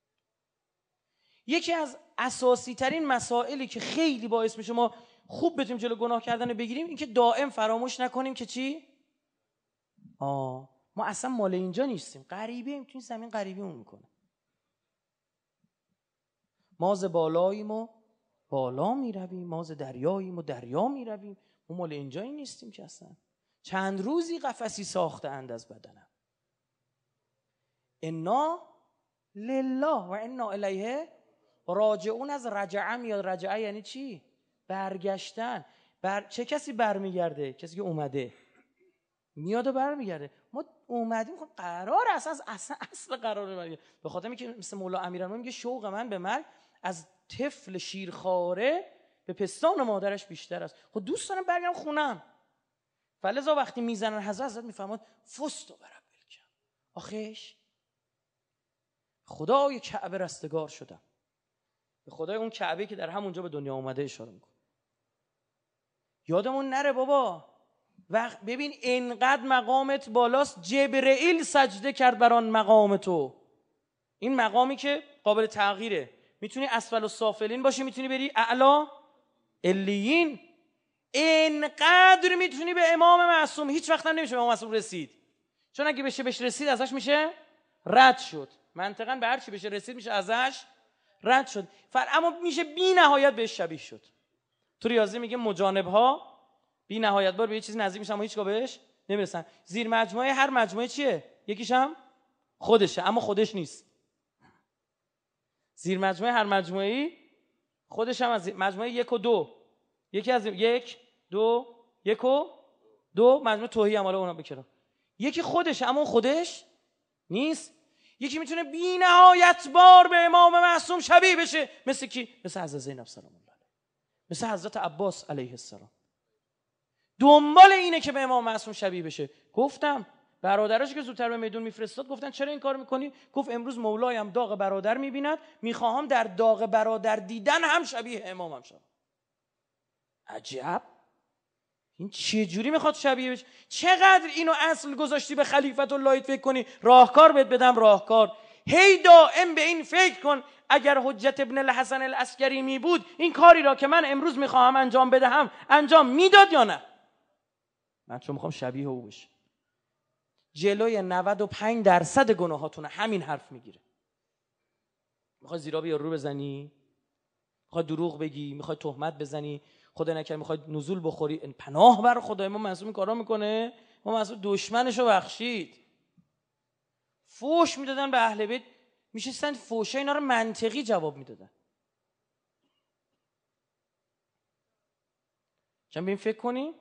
یکی از اساسی ترین مسائلی که خیلی باعث میشه ما خوب بتونیم جلو گناه کردن بگیریم، این که دائم فراموش نکنیم که چی؟ ما اصلا مال اینجا نیستیم، غریبیم، تو این زمین غریبیمون میکنه. ما ز بالاییم و بالا میرویم، ما ز دریاییم و دریا میرویم، ما مال اینجایی نیستیم که اصلا. چند روزی قفسی ساخته اند از بدنم. انا لله و انا الیه راجعون. از رجعه میاد. رجعه یعنی چی؟ برگشتن. چه کسی برمیگرده؟ کسی که اومده میاد و برمیگرده. ما اومدیم، خب قرار اصل قرار برگرده. به خاطر اینکه مثل مولا امیرالمومنین میگه شوق من به مرگ از طفل شیرخواره به پستان مادرش بیشتر است. خب دوست دارم برگردم خونم. فلذا وقتی میزنن حضرت میفهمد فست و برب الکم، آخیش خدای کعبه رستگار شدم. به خدای اون کعبه که در همونجا به دنیا اومده اشاره میکنه. یادمون نره بابا و ببین اینقدر مقامت بالاست، جبرئیل سجده کرد بر آن مقام تو. این مقامی که قابل تغییره، میتونی اسفل السافلین باشی، میتونی بری اعلا علیین. اینقدر میتونی به امام معصوم، هیچ وقت هم نمیشه به امام معصوم رسید، چون اگه بهش رسید ازش میشه رد شد. منطقاً به هر چی بشه رسید میشه ازش رد شد، اما میشه بی نهایت بهش شبیه شد. تو ریاضی میگه مجانب ها بی نهایت بار به یه چیزی نزدیک میشن اما هیچگاه بهش نمیرسن. زیر مجموعه هر مجموعه چیه؟ یکیش هم خودشه اما خودش نیست. زیر مجموعه هر مجموعه‌ای خودش هم از مجموعه 1 و 2، یکی از 1 2 1 و 2 مجموعه توهی هم، حالا اونا بکنم، یکی خودشه اما اون خودش نیست. یکی میتونه بی نهایت بار به امام معصوم شبیه بشه، مثل کی؟ مثل حضرت زینب سلام الله علیها، مثل حضرت عباس علیه السلام. دنبال اینه که به امام معصوم شبیه بشه. گفتم برادرش که زودتر به میدون میفرستاد گفتن چرا این کار میکنی؟ گفت امروز مولایم داغ برادر میبیند، میخواهم در داغ برادر دیدن هم شبیه امامم شم. عجب، این چه جوری میخواد شبیه بشه؟ چقدر اینو اصل گذاشتی به خلیفت الله فکر کنی راهکار بهت بدم راهکار. هی دائم به این فکر کن اگر حجت ابن الحسن العسکری می بود این کاری را که من امروز میخواهم انجام بدهم انجام میداد یا نه؟ من چون میخوام شبیه او بشه. جلوی 95% گناهاتون همین حرف میگیره. میخوای زیرا یارو بزنی، میخوای دروغ بگی، میخوای تهمت بزنی، خدا نکنه میخوای نزول بخوری، پناه بر خدا. امام معصوم این کارا میکنه؟ امام معصوم دشمنشو بخشید. فوش میدادن به اهل بیت، میشستن فوشه اینا رو منطقی جواب میدادن. چون ببین فکر کنی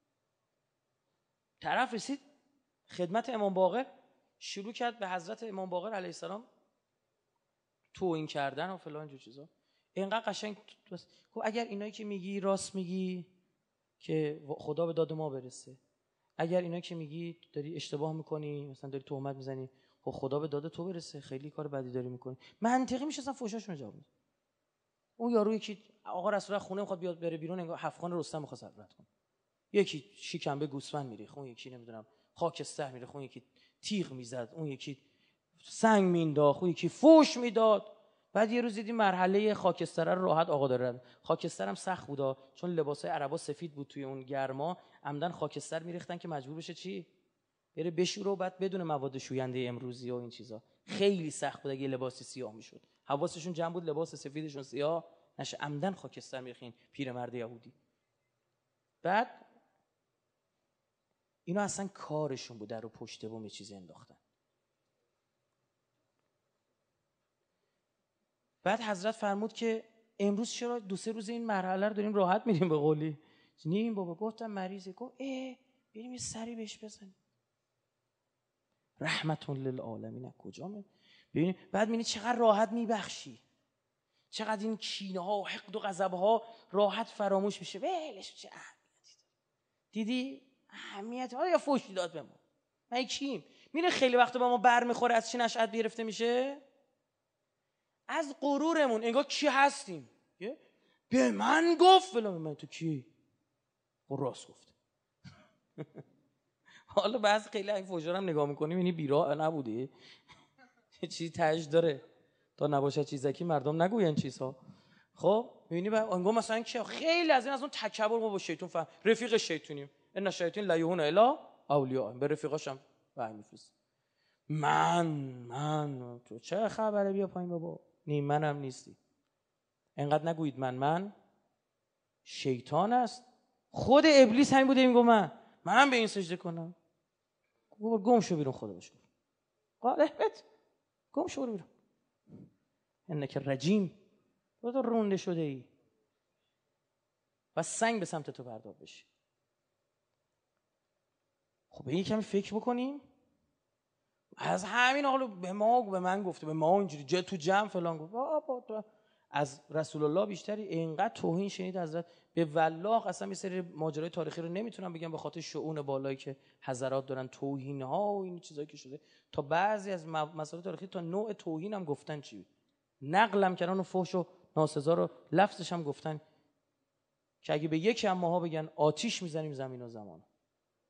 طرف رسید خدمت امام باقر، شروع کرد به حضرت امام باقر علیه السلام توهین کردن و فلان جور چیزا. اینقدر قشنگ گفت اگر اینایی که میگی راست میگی که خدا به داد ما برسه، اگر اینایی که میگی داری اشتباه میکنی، مثلا داری تهمت میزنی، خب خدا به داد تو برسه، خیلی کار بدی داری میکنی. منطقی میشه اصلا فوشاشون جواب میده. اون یارو یکی آقا رسول الله خونه میخواد بیاد بره بیرون، انگار هفت‌خوان رستم میخواد رد کنه، یکی شکم به گوسفند میریخت، اون یکی نمیدونم خاکستر میریخت، اون یکی تیغ میزد، اون یکی سنگ مینداخت، اون یکی فوش میداد. بعد یه روز دیدیم مرحله خاکستر رو راحت آقا داره. خاکستر هم سخت بودا، چون لباسای عربا سفید بود توی اون گرما، عمدن خاکستر میریختن که مجبور بشه چی؟ بره بشوره و بعد بدون مواد شوینده امروزی و این چیزا. خیلی سخت بود اگه لباسی سیاه میشد. حواسشون جمع بود لباس سفیدشون سیاه نشه، عمدن خاکستر میریختین پیرمرد یهودی. بعد اینا اصلا کارشون بود در رو پشت بوم یه چیزی انداختن. بعد حضرت فرمود که امروز چرا 2-3 روز این مرحله رو داریم راحت میریم به قولی؟ نیم بابا. گفتم مریضه. گفت بریم یه سری بهش بزنیم. رحمت للعالمین کجا می ببینید؟ بعد میبینی چقدر راحت میبخشی، چقدر این کینه ها و حقد و غضب ها راحت فراموش میشه. ولش چه اهمیتی داره؟ دیدی اهمیت یا فوش داد به ما؟ من کیم؟ میره خیلی وقت با ما برمیخوره. از چی نشأت گرفته میشه؟ از غرورمون. انگار کی هستیم؟ به من گفت فلان. من تو کی؟ راست گفت. حالا بعضی خیلی این فوشا رو هم نگاه میکنی میبینی بیراه نبودی، چیزی تاج داره تا نباشه چیزکی مردم نگوین چیزها. خب میبینی انگار مثلا کی؟ خیلی از این از اون تکبر ما با شیطان فهم. رفیق شیطونیم. ان الشیاطین لا یهون الا اولیاء. به رفیقاشم وحی میفرست. من تو چه خبره؟ بیا پایین بابا. نیم منم نیستی. انقدر نگویید من شیطان است. خود ابلیس همین بوده میگه من به این سجده کنم. گم شو بیرون. خدا بهش گفت قالبت گم شو بیرون. انک رجیم. تو رونده شده ای و سنگ به سمت تو بردار بشه. خب این کمی فکر بکنیم. از همین حالا به من گفته، به ما اینجوری تو جمع فلان گفت. بابا از رسول الله بیشتری اینقدر توهین شنید حضرت. به والله اصلا یه سری ماجرای تاریخی رو نمیتونم بگم به خاطر شؤون بالایی که حضرات دارن، توهین ها و این چیزایی که شده. تا بعضی از مسائل تاریخی تا نوع توهین هم گفتن چی نقلم کردن و فحش و ناسزا رو لفظش هم گفتن که اگه به یکی از ماها بگن آتیش میزنیم زمین و زمان.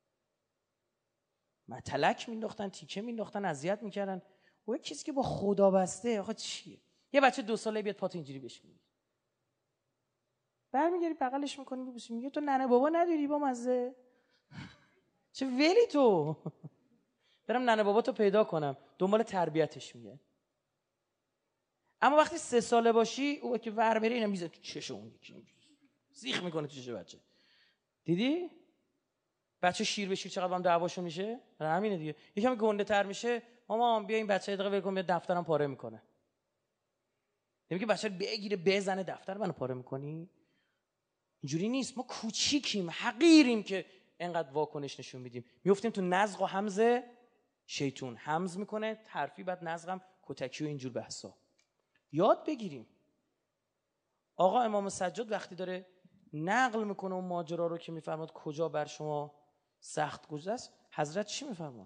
متلک مینداختن، تیکه مینداختن، اذیت میکردن. و یک کسی که با خدا بسته آخه چیه؟ یه بچه 2 ساله بیاد پات اینجوری بشکنی، برمیگردی بغلش میکنی میبوسی، میگه تو ننه بابا نداری با مزه؟ چه ولی تو برم ننه بابا تو پیدا کنم، دنبال تربیتش میگه. اما وقتی 3 ساله باشی او که ور بره اینا میزنه تو چش اون، زیخ میکنه تو چش بچه. دیدی بچه شیر به شیر چقدر با هم دعواشون میشه؟ همینه دیگه. یکم گنده تر میشه، مامان بیا این بچه دقیقه ول کن، بیا دفترم پاره میکنه. نمیگه بچه رو بگیره بزنه دفتر منو پاره میکنی؟ اینجوری نیست. ما کوچیکیم، حقیریم که انقدر واکنش نشون میدیم، میافتیم تو نزغ و همز شیطون. همز میکنه حرفی، بعد نزغم کتکی و اینجور بحثا. یاد بگیریم. آقا امام سجاد وقتی داره نقل میکنه اون ماجرا رو که میفرماد کجا بر شما سخت گذشت، حضرت چی میفرماد؟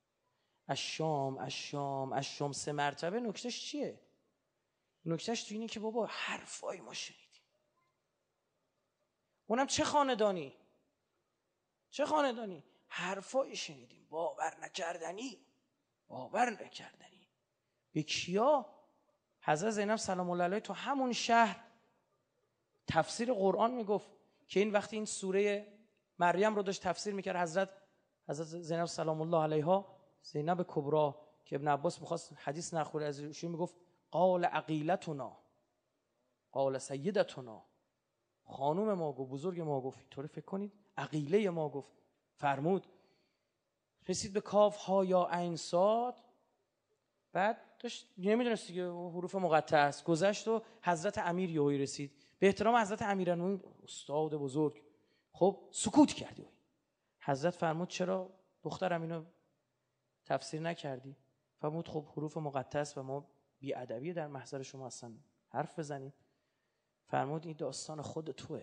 الشام 3 مرتبه. نکتهش چیه؟ نکتهش تو اینه که بابا حرفای ما شنیدیم، اونم چه خاندانی حرفای شنیدیم، باور نکردنی. به کیا؟ حضرت زینب سلام الله علیها تو همون شهر تفسیر قرآن میگفت که این وقتی این سوره مریم رو داشت تفسیر میکرد، حضرت زینب سلام الله علیها، زینب کبری که ابن عباس میخواست حدیث نخوره از ایشون، میگفت قال عقیلتنا قال سیدتنا، خانوم ما گفت، بزرگ ما گفت. اینطوری فکر کنید عقیله ما گفت. فرمود رسید به کاف ها یا عین صاد، بعد داشت نمیدونست دیگه حروف مقطع است، گذشت و حضرت امیر یهویی رسید. به احترام حضرت امیرالمومنین استاد بزرگ، خب سکوت کردی. حضرت فرمود چرا دخترم اینو تفسیر نکردی؟ فرمود خب حروف مقطع است و ما بی‌ادبی در محضر شما اصلا حرف بزنیم. فرمود این داستان خود توئه.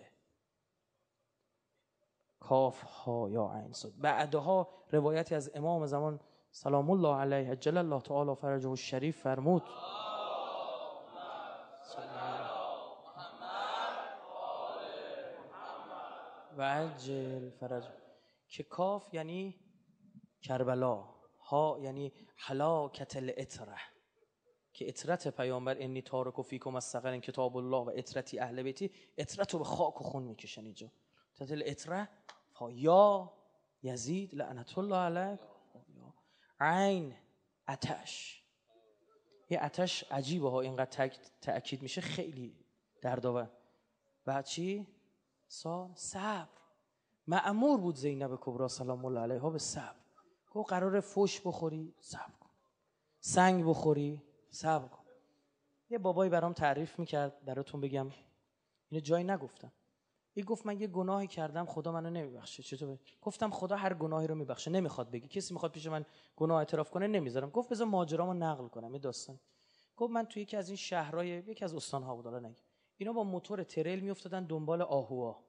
کاف ها یا عین صاد. بعدها روایتی از امام زمان سلام الله علیه عجل الله تعالی فرجه الشریف فرمود و عجل فرج، که کاف یعنی کربلا، ها یعنی هلاکت العطره، که عطرت پیامبر انی تارک فیکم الثقلین کتاب الله و عطرتی اهل بیتی، عطرت رو به خاک و خون میکشن اینجا. تتل عطره یا یزید لعنت الله علیک، عین آتش. یه آتش عجیبه ها، اینقدر تأکید میشه خیلی دردآور. بعد چی؟ صبر. مأمور بود زینب کبری سلام الله علیها به صبر. گفت قراره فوش بخوری صبر کن، سنگ بخوری صبر کن. یه بابایی برام تعریف میکرد، براتون بگم، اینو جایی نگفتم. این گفت من یه گناهی کردم خدا منو نمیبخشه. چطور؟ گفتم خدا هر گناهی رو میبخشه، نمیخواد بگی. کسی میخواد پیش من گناه اعتراف کنه نمیذارم. گفت بذار ماجرامو نقل کنم، یه داستان. گفت من توی یکی از این شهرهای یکی از استان‌ها بود، حالا نگم، اینا با موتور تریل میافتادن دنبال آهوها.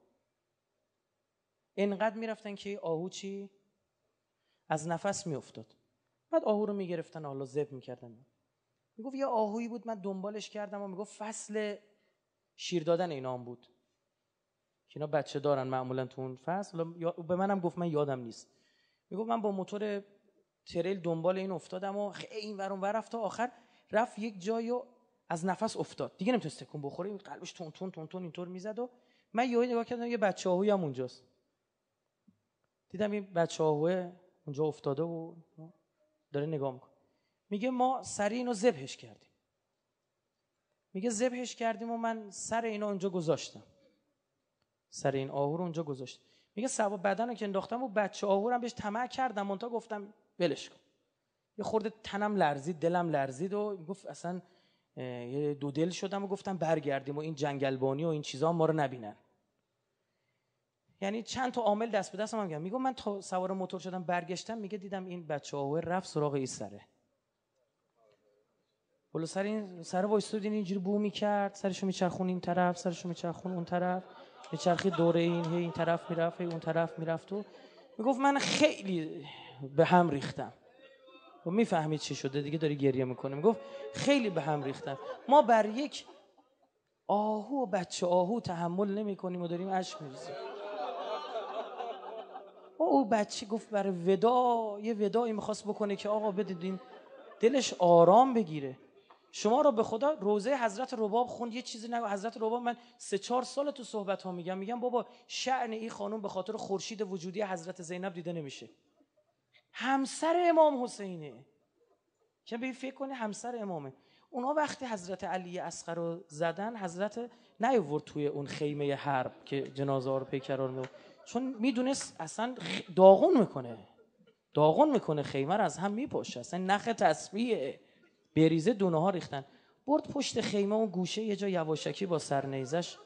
اینقدر میرفتن که آهو چی از نفس میافتاد. بعد آهو رو میگرفتن، حالا ذبح میکردن. میگفت یه آهویی بود من دنبالش کردم و میگفت فصل شیر دادن اینا هم بود که اینا بچه دارن معمولا تو اون فصل. به منم گفت، من یادم نیست. میگفت من با موتور تریل دنبال این افتادم و خیلی این ور اون ور رفت تا آخر رفت یک جایو از نفس افتاد دیگه، نمیتونست تکون بخوره، این قلبش تون تون تون تون اینطور میزد و من یهو نگاه کردم یه بچه آهویی هم اونجاست. دیدم این بچه آهوه اونجا افتاده و داره نگاه میکنه. میگه ما سر اینو ذبحش کردیم. میگه ذبحش کردیم و من سر اینو اونجا گذاشتم، سر این آهو رو اونجا گذاشتم. میگه سوا بدنو که انداختم و بچه آهو رو هم بهش طمع کردم، اونتا گفتم ولش کن. یه خورده تنم لرزید، دلم لرزید و گفت اصلا یه دو دل شدم و گفتم برگردیم و این جنگلبانی و این چیزا ما رو نبینن. یعنی چند تا عامل دست به دستم میگم. میگم من تا سوار موتور شدم برگشتم، میگه دیدم این بچه آهو رفت سراغ این سره. بالا سر این سر وایساد اینجوری بو میکرد، سرشو میچرخون این طرف، سرشو میچرخون اون طرف، میچرخید دوره این، هی این طرف میرفت هی اون طرف میرفت و میگفت من خیلی به هم ریختم. و میفهمید چی شده دیگه، داری گریه میکنه. میگفت خیلی به هم ریختم. ما بر یک آهو و بچه آهو تحمل نمیکنیم و داریم اشک میریزیم. او بچه گفت برای ودا یه ودایی میخواست بکنه که آقا بدید دلش آرام بگیره. شما رو به خدا روضه حضرت رباب خوند، یه چیزی نگو. حضرت رباب من 3-4 سال تو صحبت ها میگم بابا شأن این خانم به خاطر خورشید وجودی حضرت زینب دیده نمیشه. همسر امام حسینه، که به فکر کنی همسر امامه. اونا وقتی حضرت علی اصغر رو زدن، حضرت نیاورد توی اون خیمه حرب که جنازه ها رو پیکرار می‌برد، چون میدونست اصلا داغون میکنه خیمه رو از هم میپاشه، اصلا نخ تسبیحه، بریزه دونه ها ریختن. برد پشت خیمه اون گوشه یه جا یواشکی با سرنیزش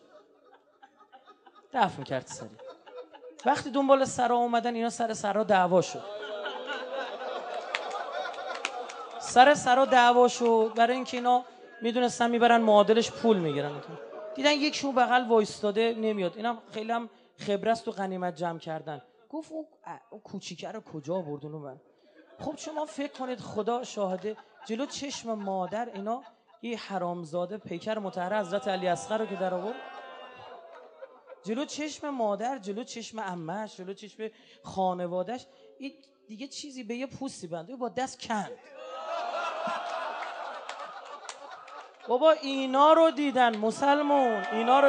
دفن کرد سری. وقتی دنبال سرا اومدن، اینا سرا دعوا شد. سرا دعوا شد برای اینکه اینا میدونستن میبرن معادلش پول میگیرن. دیدن یکشون بغل وایستاده نمیاد، اینا خیلی هم خبره است تو غنیمت جمع کردن. گفت اون کوچیکه رو کجا بردون من؟ خب شما فکر کنید، خدا شاهده، جلو چشم مادر اینا یه حرامزاده پیکر مطهر حضرت علی اصغر رو که در آورد جلو چشم مادر، جلو چشم عمه‌اش، جلو چشم خانواده‌اش، این دیگه چیزی به یه پوستی بنده با دست کند. بابا اینا رو دیدن مسلمون، اینا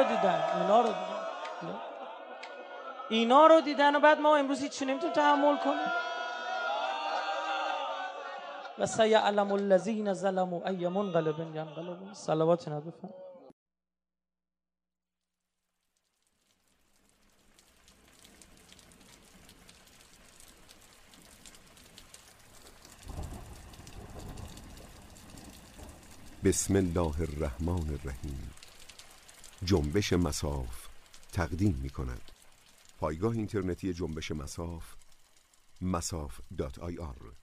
رو دیدن و بعد ما امروز هیچ چی نمیتونیم تحمل کنیم. و سیعلم الذین ظلموا ای منقلب ینقلبون. صلوات نبی. بسم الله الرحمن الرحیم. جنبش مساف تقدیم می کند. پایگاه اینترنتی جنبش مساف masaf.ir.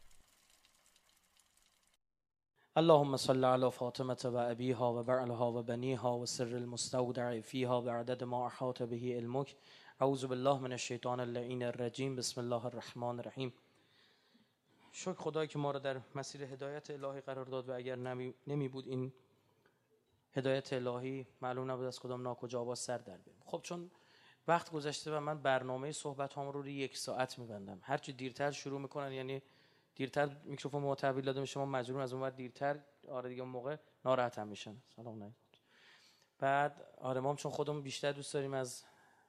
اللهم صل على فاطمة و ابیها و بعلها و بنیها و سر المستودع فیها و عدد ما احاط به علمک. اعوذ بالله من الشیطان اللعین الرجیم. بسم الله الرحمن الرحیم. شکر خدایی که ما را در مسیر هدایت الهی قرار داد و اگر نمی بود این هدایت الهی معلوم نبود از کدام ناکجا باز سر در بریم. خب چون وقت گذشته و من برنامه صحبت هام رو 1 ساعت میبندم، هرچی دیرتر شروع میکنن، یعنی دیرتر میکروفون ما تحویل داده میشه، ما مجبوریم از اون ور دیرتر، آره دیگه اون موقع ناراحت هم میشن. سلام علیکم. بعد آره ما چون خودمون بیشتر دوست داریم از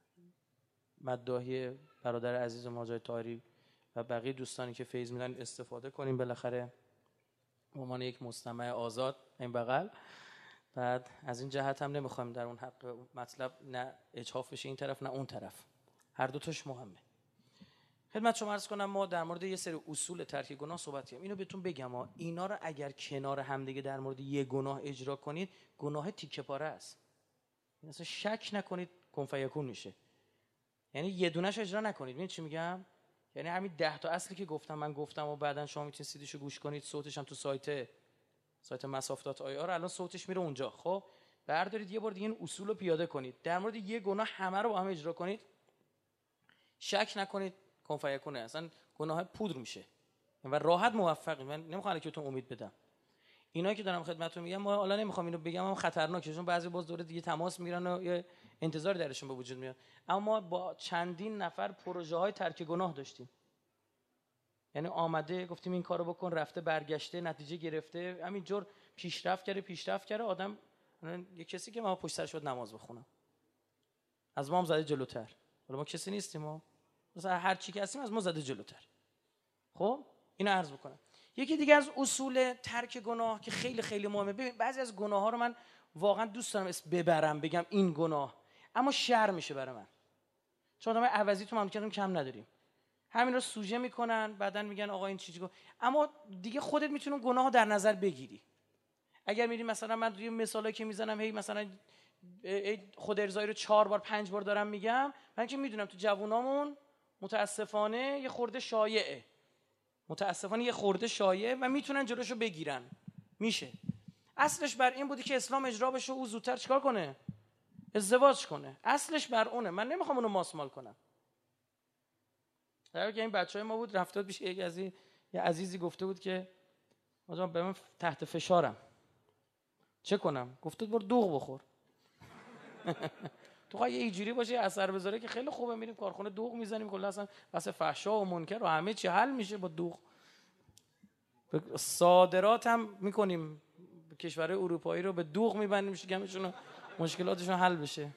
مداحی برادر عزیز ماجد طاهری و بقیه دوستانی که فیض میدن استفاده کنیم، بالاخره به عنوان یک مستمع آزاد این بغل. بعد از این جهت هم نمیخوایم در اون حق مطلب نه اجحاف بشه این طرف نه اون طرف، هر دو تاش مهمه. خدمت شما عرض کنم ما در مورد یه سری اصول ترک گناه صحبت کردیم. اینو بهتون بگم اینا رو اگر کنار هم دیگه در مورد یه گناه اجرا کنید، گناه تیکه پاره است. این اصلا شک نکنید کن فیکون میشه. یعنی یه دونهش اجرا نکنید. ببین چی میگم؟ یعنی همین 10 تا اصلی که من گفتم و بعدن شما میتونید سیدیشو گوش کنید، صوتش هم تو سایت masaf.ir الان صوتش میره اونجا. خب بردارید یه بار دیگه این اصول رو پیاده کنید، در مورد یه گناه همه رو با هم اجرا کنید، شک نکنید کن فیکونه، اصلا گناه پودر میشه و راحت موفقی. من نمیخوام که بهتون امید بدم. اینایی که دارم خدمتتون میگم، ما حالا نمیخوام اینو بگم، هم خطرناکه، چون بعضی باز دوره دیگه تماس میگیرن و یه انتظار درشون به وجود میاد. اما ما با چندین نفر پروژه های ترک گناه داشتیم، یعنی آمده گفتیم این کارو بکن، رفته برگشته نتیجه گرفته، همینجور پیشرفت کرده آدم. یه کسی که ما پشت سرش بود نماز بخونم از ما هم زده جلوتر، حالا ما کسی نیستیم، ما مثلا هر چی که هستیم از ما زده جلوتر. خب اینو عرض بکنم. یکی دیگه از اصول ترک گناه که خیلی خیلی مهمه، ببین بعضی از گناه ها رو من واقعا دوست دارم اسم ببرم بگم این گناه، اما شر میشه برای من، چون آدم عوضی تو مملکتمون کم نداریم، همین رو سوژه میکنن بعدن میگن آقا این چیزی گفت، اما دیگه خودت میتونی گناهو در نظر بگیری. اگر میری مثلا من یه مثالی که میزنم هی مثلا خود ارضایی رو 4 بار 5 بار دارم میگم، من که میدونم تو جوونامون متاسفانه یه خورده شایعه، و میتونن جلوشو بگیرن. میشه اصلش بر این بودی که اسلام اجرا بشه، او زودتر چیکار کنه؟ ازدواج کنه. اصلش بر اونه، من نمیخوام اونو ماسمال کنم. در واقع این بچهای ما بود رفتاد پیش یه عزیزی گفته بود که آقا به من تحت فشارم چه کنم؟ گفته برو دوغ بخور. تو یه اینجوری باشه اثر بذاره که خیلی خوبه، میریم کارخونه دوغ میزنیم، کلا اصلا بس فحشا و منکر و همه چی حل میشه با دوغ. صادرات هم میکنیم، کشورهای اروپایی رو به دوغ میبندیم شکمشون، مشکلاتشون حل بشه.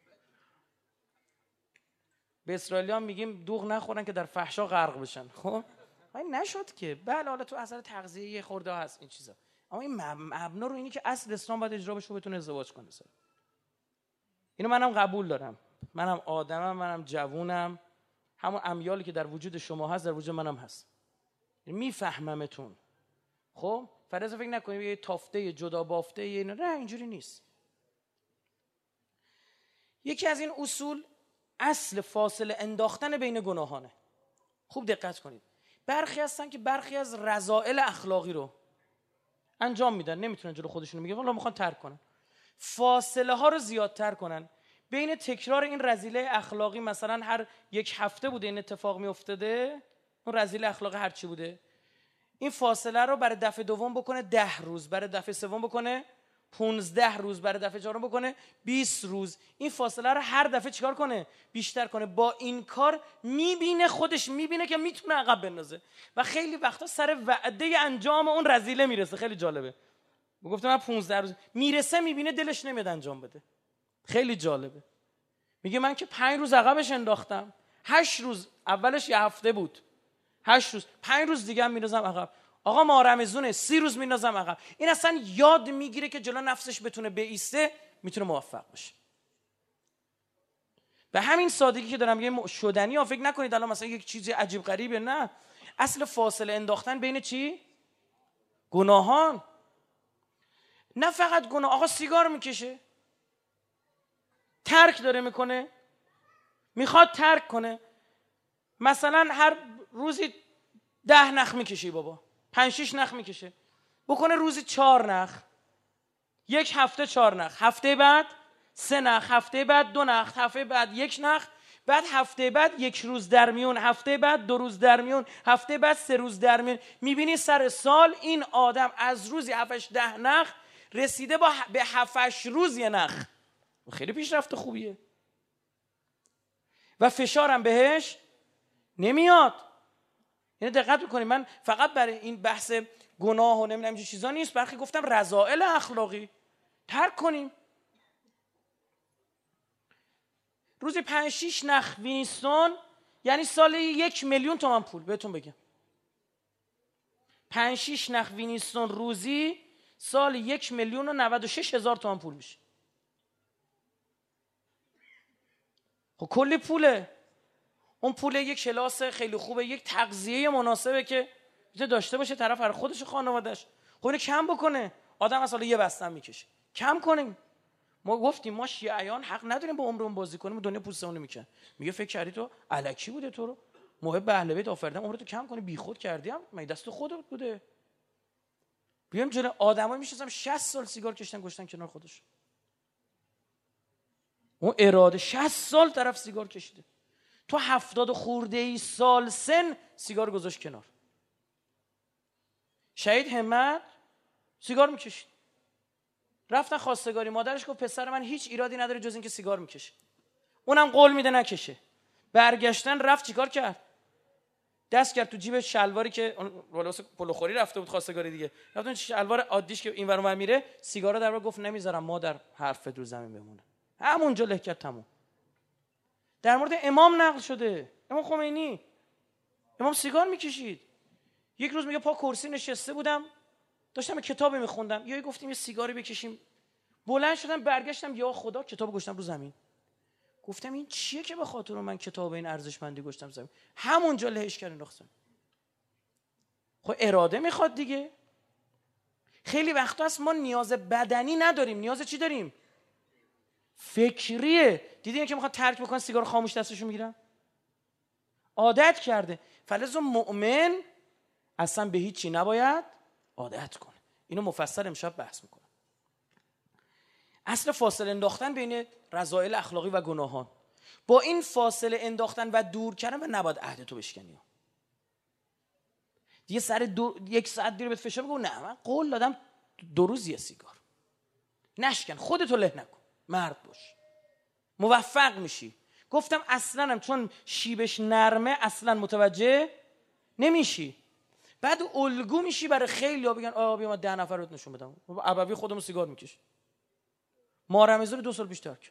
به اسرائیلیان میگیم دوغ نخورن که در فحشا غرق بشن. خب این نشد که. بله حالا تو اثر تغذیه یه خورده هست این چیزا، اما این مبنا رو اینی که اصل اسلام باید اجرا بشه و بتونه ازدواج کنه. اینو منم قبول دارم، منم آدمم، منم جوونم، همون امیالی که در وجود شما هست در وجود منم هست، میفهممتون. خب فرض فکر نکنید یه تافته جدا بافته اینا، نه اینجوری نیست. یکی از این اصول اصل فاصله انداختن بین گناهانه. خوب دقت کنید، برخی هستن که برخی از رذائل اخلاقی رو انجام میدن، نمیتونن جلو خودشونو میگن، والا میخوان ترک کنن، فاصله ها رو زیادتر کنن بین تکرار این رذیله اخلاقی. مثلا هر یک هفته بوده این اتفاق میافتاده، اون رذیله اخلاقی هر چی بوده، این فاصله رو برای دفعه دوم بکنه 10 روز، برای دفعه سوم بکنه 15 روز، برای دفعه چهارم بکنه 20 روز. این فاصله رو هر دفعه چیکار کنه؟ بیشتر کنه. با این کار میبینه، خودش میبینه که میتونه عقب بندازه و خیلی وقتا سر وعده انجام اون رذیله میرسه. خیلی جالبه، گفتم من 15 روز میرسه، میبینه دلش نمیاد انجام بده. خیلی جالبه، میگه من که 5 روز عقبش انداختم، 8 روز، اولش یه هفته بود، 8 روز، 5 روز دیگه هم میندازم عقب. آقا ما رمضونه 30 روز میندازم عقب. این اصلا یاد میگیره که جلو نفسش بتونه بایسته، میتونه موفق باشه. به همین سادگی که دارم میگم شدنی ها، فکر نکنید الان مثلا یک چیزی عجیب غریبه، نه. اصل فاصله انداختن بین چی؟ گناهان. نه فقط گناه. آقا سیگار میکشه، ترک داره میکنه، میخواد ترک کنه، مثلا هر روزی 10 نخ میکشی بابا، 5-6 نخ میکشه، بکنه روزی 4 نخ، یک هفته 4 نخ، هفته بعد 3 نخ، هفته بعد 2 نخ، هفته بعد 1 نخ، بعد هفته بعد 1 روز در میون، هفته بعد 2 روز در میون، هفته بعد 3 روز در میون. میبینی سر سال این آدم از روزی 7-10 نخ رسیده به 7-8 روز یه نخ. خیلی پیشرفت خوبیه و فشارم بهش نمیاد. یعنی دقت بکنید، من فقط برای این بحث گناه و نمیدونم چه چیزا نیست، برخی گفتم رذائل اخلاقی ترک کنیم. روزی 5-6 نخ وینستون یعنی سالی 1 میلیون تومان پول. بهتون بگم 5-6 نخ وینستون روزی سالی 1,096,000 تومان پول میشه. خب کلی پوله. اون پول یک کلاس خیلی خوبه، یک تغذیه مناسبه که میتونه داشته باشه طرف برای خودش و خانواده‌اش. خب اینو کم بکنه. آدم اصلا یه بستن میکشه، کم کنیم. ما گفتیم ما شیعیان حق نداریم با عمرمون بازی کنیم، دنیا پوستمون میکنه. میگه فکر کردی تو الکی بوده تو رو محب اهل بیت آفریدم عمرتو کم کنی، بیخود کردیم، مگه دست خودت بوده؟ بیام جلوی آدمایی میشستم 60 سال سیگار کشتن گشتن کنار خودش. اون اراده 60 سال طرف سیگار کشیده، تو 70 خورده ای سال سن سیگار گذاشت کنار. شهید همت سیگار میکشید، رفتن خواستگاری، مادرش گفت پسر من هیچ ایرادی نداره جز اینکه سیگار میکشه، اونم قول میده نکشه. برگشتن رفت چیکار کرد؟ دست کرد تو جیب شلواری که واسه پلوخوری رفته بود خواستگاری دیگه، رفت شلوار عادیش که این ور اونور میره، سیگارو در گفت نمیذارم مادر حرفت رو زمین بمونه. همونجا له کرد تموم. در مورد امام نقل شده، امام خمینی، امام سیگار میکشید. یک روز میگه پا کرسی نشسته بودم داشتم کتابی میخوندم، یا گفتیم یه سیگاری بکشیم، بلند شدم برگشتم، یا خدا کتابو گذاشتم رو زمین. گفتم این چیه که به خاطر من کتاب این ارزشمندی گذاشتم زمین؟ همونجا لهش کردن انداختم. خب اراده میخواد دیگه. خیلی وقتا هست ما نیاز بدنی نداریم، نیاز چی داریم؟ فکریه. دیدین که میخواد ترک بکنه سیگار خاموش دستشو میگیرن، عادت کرده. فلذ مؤمن اصلا به هیچی نباید عادت کنه. اینو مفصل امشب بحث میکنم. اصل فاصله انداختن بین رذائل اخلاقی و گناهان، با این فاصله انداختن و دور کردن و نباید عهدتو بشکنی. دیگه سر 1 ساعت دیر بهت فشار بگو نه من قول دادم 2 روز یه سیگار، نشکن، خودتو له نکن، مرد باش. موفق میشی. گفتم اصلا هم چون شیبش نرمه اصلا متوجه نمیشی. بعد الگو میشی برای خیلی ها بگن آقا بیا ما 10 نفر رو نشون بدم. ابوی خودمون سیگار میکش. ما رمضان 2 سال پیش ترک.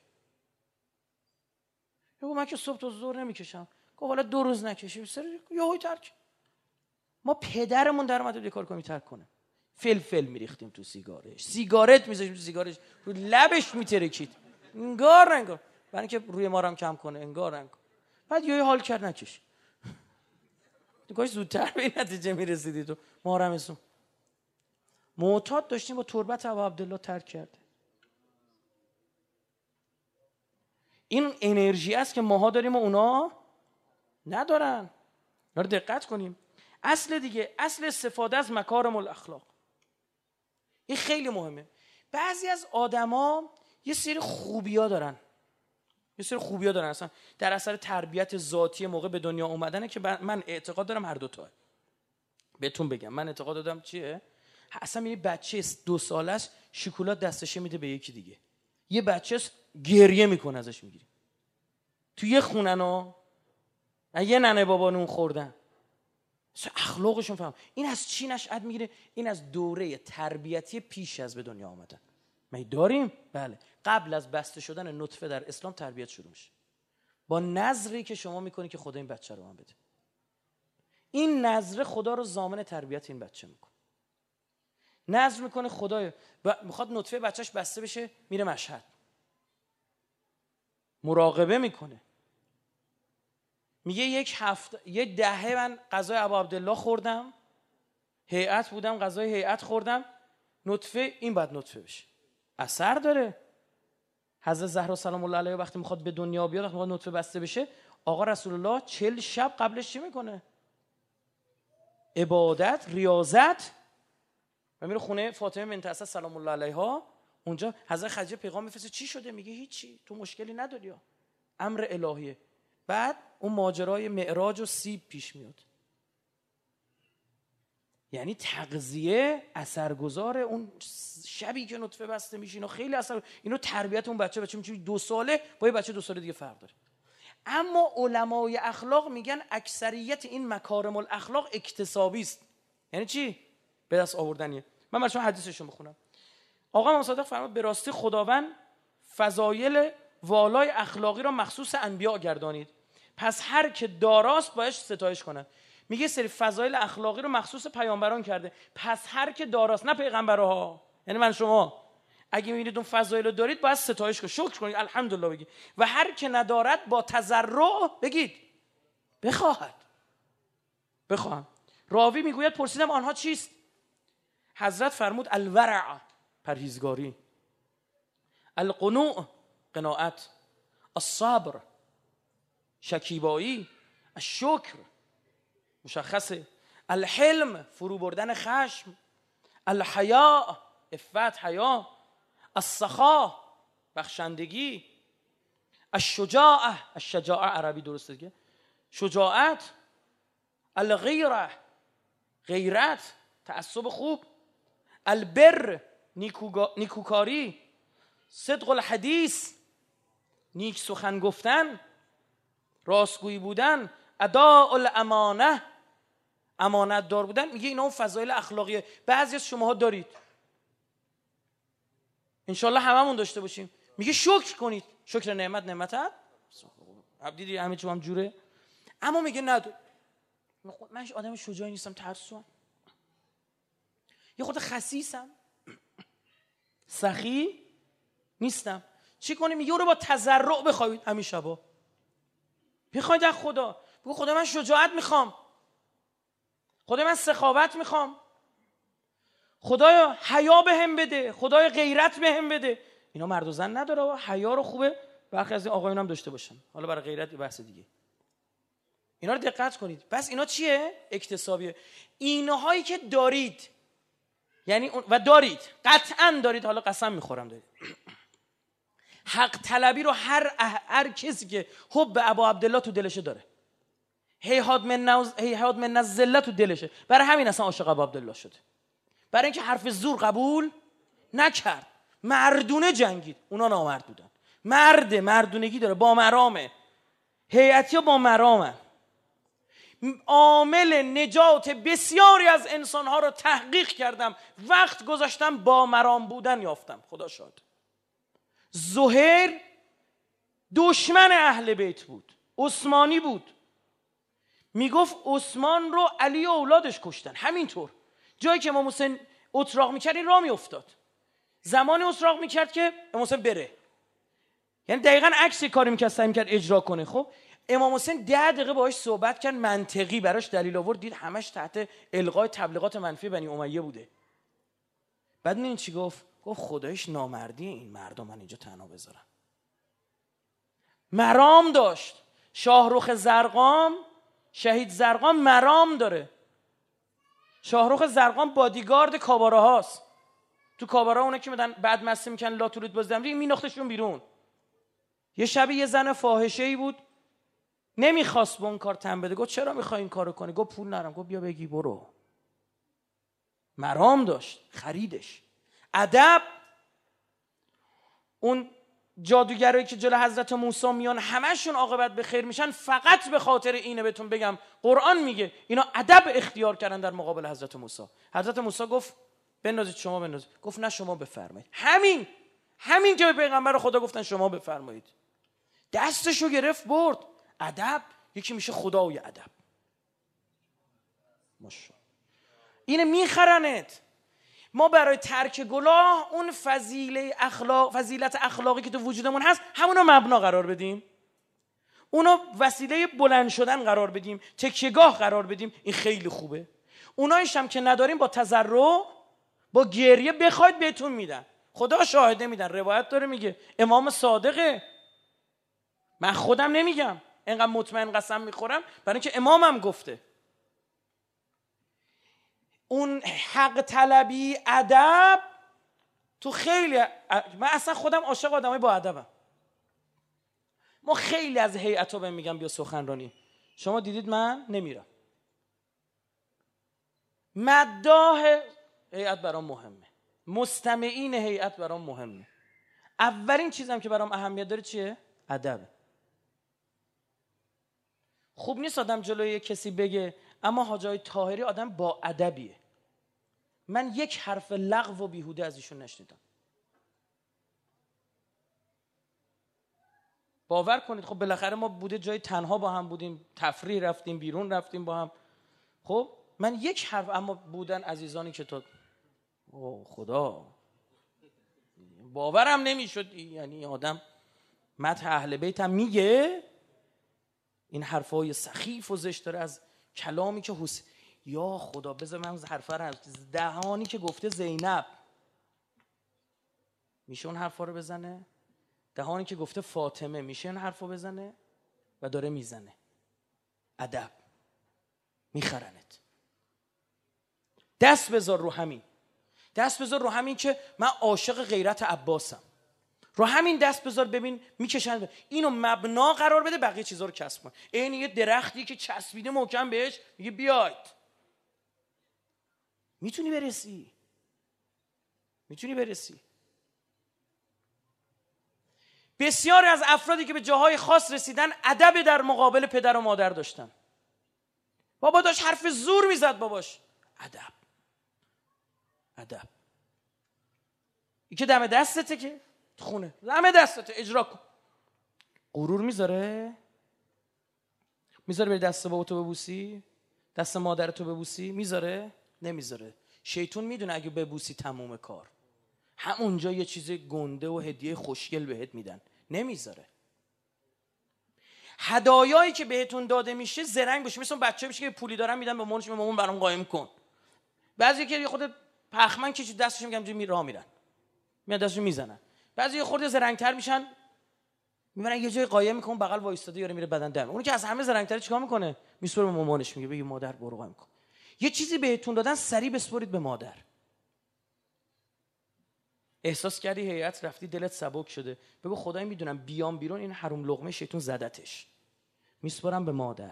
من که صبح تا ظهر نمیکشم. گفت حالا 2 روز نکشی یهو ترک. ما پدرمون در اومد کار کنیم ترک کنه. فلفل میریختیم تو سیگارش، سیگارت میذاشتیم تو سیگارش، رو لبش میترکید انگار برای اینکه روی ما رو هم کم کنه انگار. بعد یه حال کرد نکش. تو کاش زودتر به این نتیجه میرسیدی. تو ما رمضان معتاد داشتیم با تربت ابا عبدالله ترک کرده. این انرژی است که ماها داریم و اونا ندارن. داره دقت کنیم. اصل دیگه، اصل استفاده از مکارم الاخلاق، این خیلی مهمه. بعضی از آدما یه سری خوبیا دارن، اصلا در اثر تربیت ذاتی موقع به دنیا اومدنه که من اعتقاد دارم هر دو تا. بهتون بگم من اعتقاد دادم چیه؟ اصلا یه بچه 2 ساله است شکلات دستشه میده به یکی دیگه، یه بچه گریه میکنه ازش میگیری تو یه خونن یه ننه بابا نون خوردن، اخلاقشون فهم. این از چی نشأت میگیره؟ این از دوره تربیتی پیش از به دنیا آمدن. ما داریم بله. قبل از بسته شدن نطفه در اسلام تربیت شروع میشه با نظری که شما میکنی که خدا این بچه رو من بده. این نظر خدا رو ضامن تربیت این بچه میکنه. نظر میکنه خدایا میخواد نطفه بچهش بسته بشه، میره مشهد مراقبه میکنه، میگه یه دهه من غذای ابا عبدالله خوردم، هیئت بودم غذای هیئت خوردم، نطفه این بعد نطفه بشه. اثر داره. حضرت زهرا سلام الله علیها وقتی میخواد به دنیا بیاد، وقتی میخواد نطفه بسته بشه، آقا رسول الله 40 شب قبلش چی میکنه؟ عبادت، ریاضت. و میره خونه فاطمه بنت اسد سلام الله علیها، اونجا حضرت خدیجه پیغام میفرسته چی شده؟ میگه هیچی، تو مشکلی نداری، امر الهیه. بعد اون ماجرای معراج و سیب پیش میاد. یعنی تغذیه اثرگذار اون شبی که نطفه بسته میشه. اینا خیلی اثر، اینو تربیت اون بچه میشه 2 ساله با یه بچه 2 ساله دیگه فرق داره. اما علمای اخلاق میگن اکثریت این مکارم الاخلاق اکتسابی است. یعنی چی؟ به دست آوردنیه. من براتون حدیثشو میخونم. آقا مصادق فرمود به راستی خداوند فضایل والای اخلاقی را مخصوص انبیاء گردانید، پس هر که داراست باید ستایش کنه. میگه سری فضایل اخلاقی رو مخصوص پیامبران کرده، پس هر که داراست، نه پیغمبرها. یعنی من شما اگه میبینید اون فضایل رو دارید باید ستایش کنید، شکر کنید، الحمدلله بگید. و هر که ندارد با تضرع بگید بخواهد. راوی میگوید پرسیدم آنها چیست؟ حضرت فرمود الورع پرهیزگاری، القنوع قناعت، الصبر شکیبایی، الشکر مشخصه، الحلم فرو بردن خشم، الحیا عفت حیا، السخا بخشندگی، الشجاعه عربی درسته دیگه شجاعت، الغیره غیرت تعصب خوب، البر نیکوکاری، صدق الحدیث نیک سخن گفتن، راستگویی بودن، اداء الامانه امانت دار بودن. میگه اینا اون فضایل اخلاقیه. بعضی از شماها دارید، انشالله هممون داشته باشیم. میگه شکر کنید، شکر نعمت عبدی همه چی هم جوره. اما میگه ندار، من آدم شجاعی نیستم، ترسوام، یه خود خسیسم، سخی نیستم. چی کنیم؟ میگه او رو با تضرع بخواید همین شبا، بخواید از خدا، بگو خدا من شجاعت میخوام، خدا من سخاوت میخوام، خدایا حیا بهم بده، خدایا غیرت بهم بده. اینا مرد و زن نداره، حیا رو خوبه برخی از این آقایون هم داشته باشن، حالا برای غیرت یه بحث دیگه. اینا رو دقت کنید. پس اینا چیه؟ اکتسابیه. اینهایی که دارید، یعنی و دارید، قطعا دارید، حالا قسم میخورم دارید. حق طلبی رو هر کسی که حب ابا عبدالله تو دلشه داره، هیهاد من الذله تو دلشه. برای همین اصلا عاشق ابا عبدالله شده، برای اینکه حرف زور قبول نکرد، مردونه جنگید. اونا نامرد بودن، مردونگی داره، با مرامه. هیئتی ها با مرامن. عامل نجات بسیاری از انسانها رو تحقیق کردم، وقت گذاشتم، با مرام بودن یافتم. خدا شاد. زهیر دشمن اهل بیت بود، عثمانی بود. میگفت عثمان رو علی و اولادش کشتن. همینطور جایی که امام حسین اتراق میکرد این راه میافتاد. زمانی اتراق میکرد که امام حسین بره، یعنی دقیقاً عکس کاری میکرد، سعی میکرد اجرا کنه. خب امام حسین 10 دقیقه باهاش صحبت کرد، منطقی براش دلیل آورد، دید همش تحت القای تبلیغات منفی بنی امیه بوده. بعد این چی گفت؟ گفت خدایش نامردی این مردم من اینجا تنها بذارم. مرام داشت. شاهرخ زرقام، شهید زرقام مرام داره. شاهرخ زرقام بادیگارد کاباره هاست. تو کاباره اونا که میدن بعد مستی میکنن لا تولید بازدم دیگه میناختشون بیرون. یه شب یه زن فاحشه‌ای بود، نمیخواست به اون کار تن بده. گفت چرا میخوای این کارو کنی؟ گفت پول ندارم. گفت بیا بگی برو. مرام داشت، خریدش. ادب. اون جادوگرایی که جلو حضرت موسی میان همشون عاقبت به خیر میشن، فقط به خاطر اینه بهتون بگم قرآن میگه اینا ادب اختیار کردن در مقابل حضرت موسی. حضرت موسی گفت بندازید، شما بندازید. گفت نه شما بفرمایید. همین که به پیغمبر خدا گفتن شما بفرمایید، دستشو گرفت برد. ادب. یکی میشه خدای ادب. ماشاءالله. اینه میخرنت. ما برای ترک گناه اون فضیلت اخلاقی که تو وجودمون هست همونو مبنا قرار بدیم، اونو وسیله بلند شدن قرار بدیم، تکیهگاه قرار بدیم. این خیلی خوبه. اونایش هم که نداریم با تضرع، با گریه بخواید بهتون میدن. خدا شاهده میدن. روایت داره میگه امام صادقه. من خودم نمیگم، اینقدر مطمئن قسم میخورم برای اینکه امامم گفته. اون حق طلبی، ادب تو خیلی، من اصلا خودم عاشق آدمای با ادبم. ما خیلی از هیئت‌ها بهم میگم بیا سخنرانی، شما دیدید من نمیرم. مداح هیئت برام مهمه، مستمعین هیئت برام مهمه. اولین چیزم که برام اهمیت داره چیه؟ ادب. خوب نیست آدم جلوی کسی بگه اما حاج آقای طاهری آدم با ادبیه. من یک حرف لغو و بیهوده از ایشون نشنیدم. باور کنید. خب بالاخره ما بوده جای تنها با هم بودیم، تفریح رفتیم، بیرون رفتیم با هم. خب من یک حرف، اما بودن عزیزانی که تو خدا باورم نمیشد، یعنی آدم مدح اهل بیت هم میگه این حرفای سخیف و زشت داره از کلامی که یا خدا بذار من حرفا رو، دهانی که گفته زینب میشه اون حرفا رو بزنه؟ دهانی که گفته فاطمه میشه اون حرفا بزنه؟ و داره میزنه. ادب. میخرنت. دست بذار رو همین. دست بذار رو همین که من عاشق غیرت عباسم. رو همین دست بذار ببین میکشن. اینو مبنا قرار بده، بقیه چیزا رو کسب کن. این یه درختی که چسبیده محکم بهش، میگه بیاید. میتونی برسی. بسیاری از افرادی که به جاهای خاص رسیدن ادب در مقابل پدر و مادر داشتن. بابا داشت حرف زور میزد باباش. ادب. این که دم دستته که خونه، دم دستته اجرا کن. غرور میذاره بری دست باباتو ببوسی، دست مادرتو ببوسی؟ میذاره؟ نمیذاره. شیطون میدونه اگه ببوسی تموم کار، همونجا یه چیز گنده و هدیه خوشگل بهت میدن. نمیذاره. هدایایی که بهتون داده میشه زرنگ باشه. مثلا بچه میشه که پولی دارن میدن به مامانش، مامان برام قایم کن. بعضی که خود پخمن کشید دستش میگم راه میرن، میاد دستش میزنن. بعضی خورده زرنگتر میشن، میبرن یه جای قایم میکنن، بغل وایستاده یاره میره بدن دم. اون که از همه زرنگتره چیکار میکنه؟ میسپره به مامانش، میگه بگی مادر برو قایم کن. یه چیزی بهتون دادن سریع بسپرید به مادر. احساس کردی هیئت رفتی دلت سبک شده، بگو خدای میدونم بیام بیرون این حروم لقمه شیطون زدتش، میسپرم به مادر.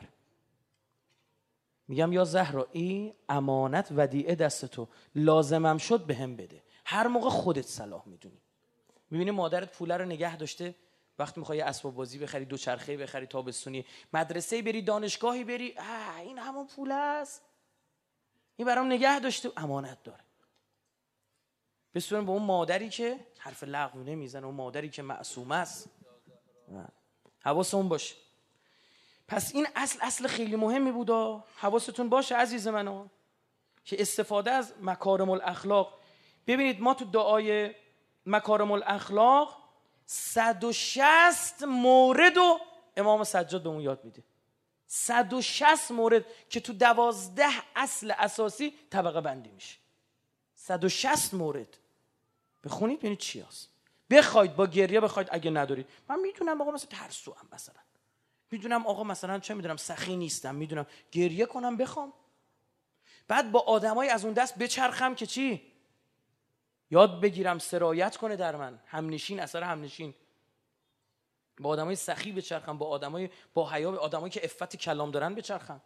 میگم یا زهرا این امانت ودیعه دست تو، لازمم شد بهم بده. هر موقع خودت صلاح میدونی. میبینی مادرت پوله رو نگه داشته، وقتی میخوای اسباب بازی بخری، دوچرخه بخری تابستونی، مدرسه بری، دانشگاهی بری، این همون پول است، این برام نگه داشته، امانت داره. بسیارم به اون مادری که حرف لغو نمیزنه، اون مادری که معصومه است. حواسمون باشه. پس این اصل خیلی مهمی بود. حواستون باشه عزیز منو که استفاده از مکارم الاخلاق. ببینید ما تو دعای مکارم الاخلاق 160 مورد و امام سجاد به اون یاد میده. 160 مورد که تو 12 اصل اساسی طبقه بندی میشه. 160 مورد بخونید ببینید چی هست. بخواید با گریه بخواید، اگه ندارید. من میدونم آقا مثلا ترسوام، مثلا میدونم آقا مثلا چه میدونم سخی نیستم، میدونم گریه کنم بخوام، بعد با آدمای از اون دست بچرخم که چی؟ یاد بگیرم سرایت کنه در من، همنشین، اثر همنشین. با آدمای سخی بچرخم، با آدمای با حیا، آدمایی که عفت کلام دارن بچرخم.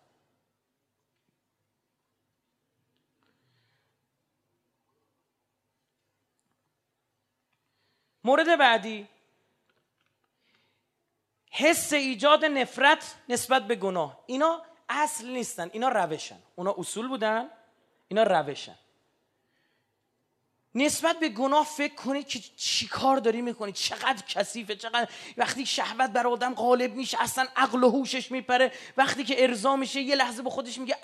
مورد بعدی، حس ایجاد نفرت نسبت به گناه. اینا اصل نیستن، اینا روشن. اونا اصول بودن، اینا روشن. نسبت به گناه فکر کنید که چی کار داری میکنید، چقدر کثیفه، چقدر وقتی شهوت بر آدم غالب میشه اصلا عقل و هوشش میپره، وقتی که ارضا میشه یه لحظه با خودش میگه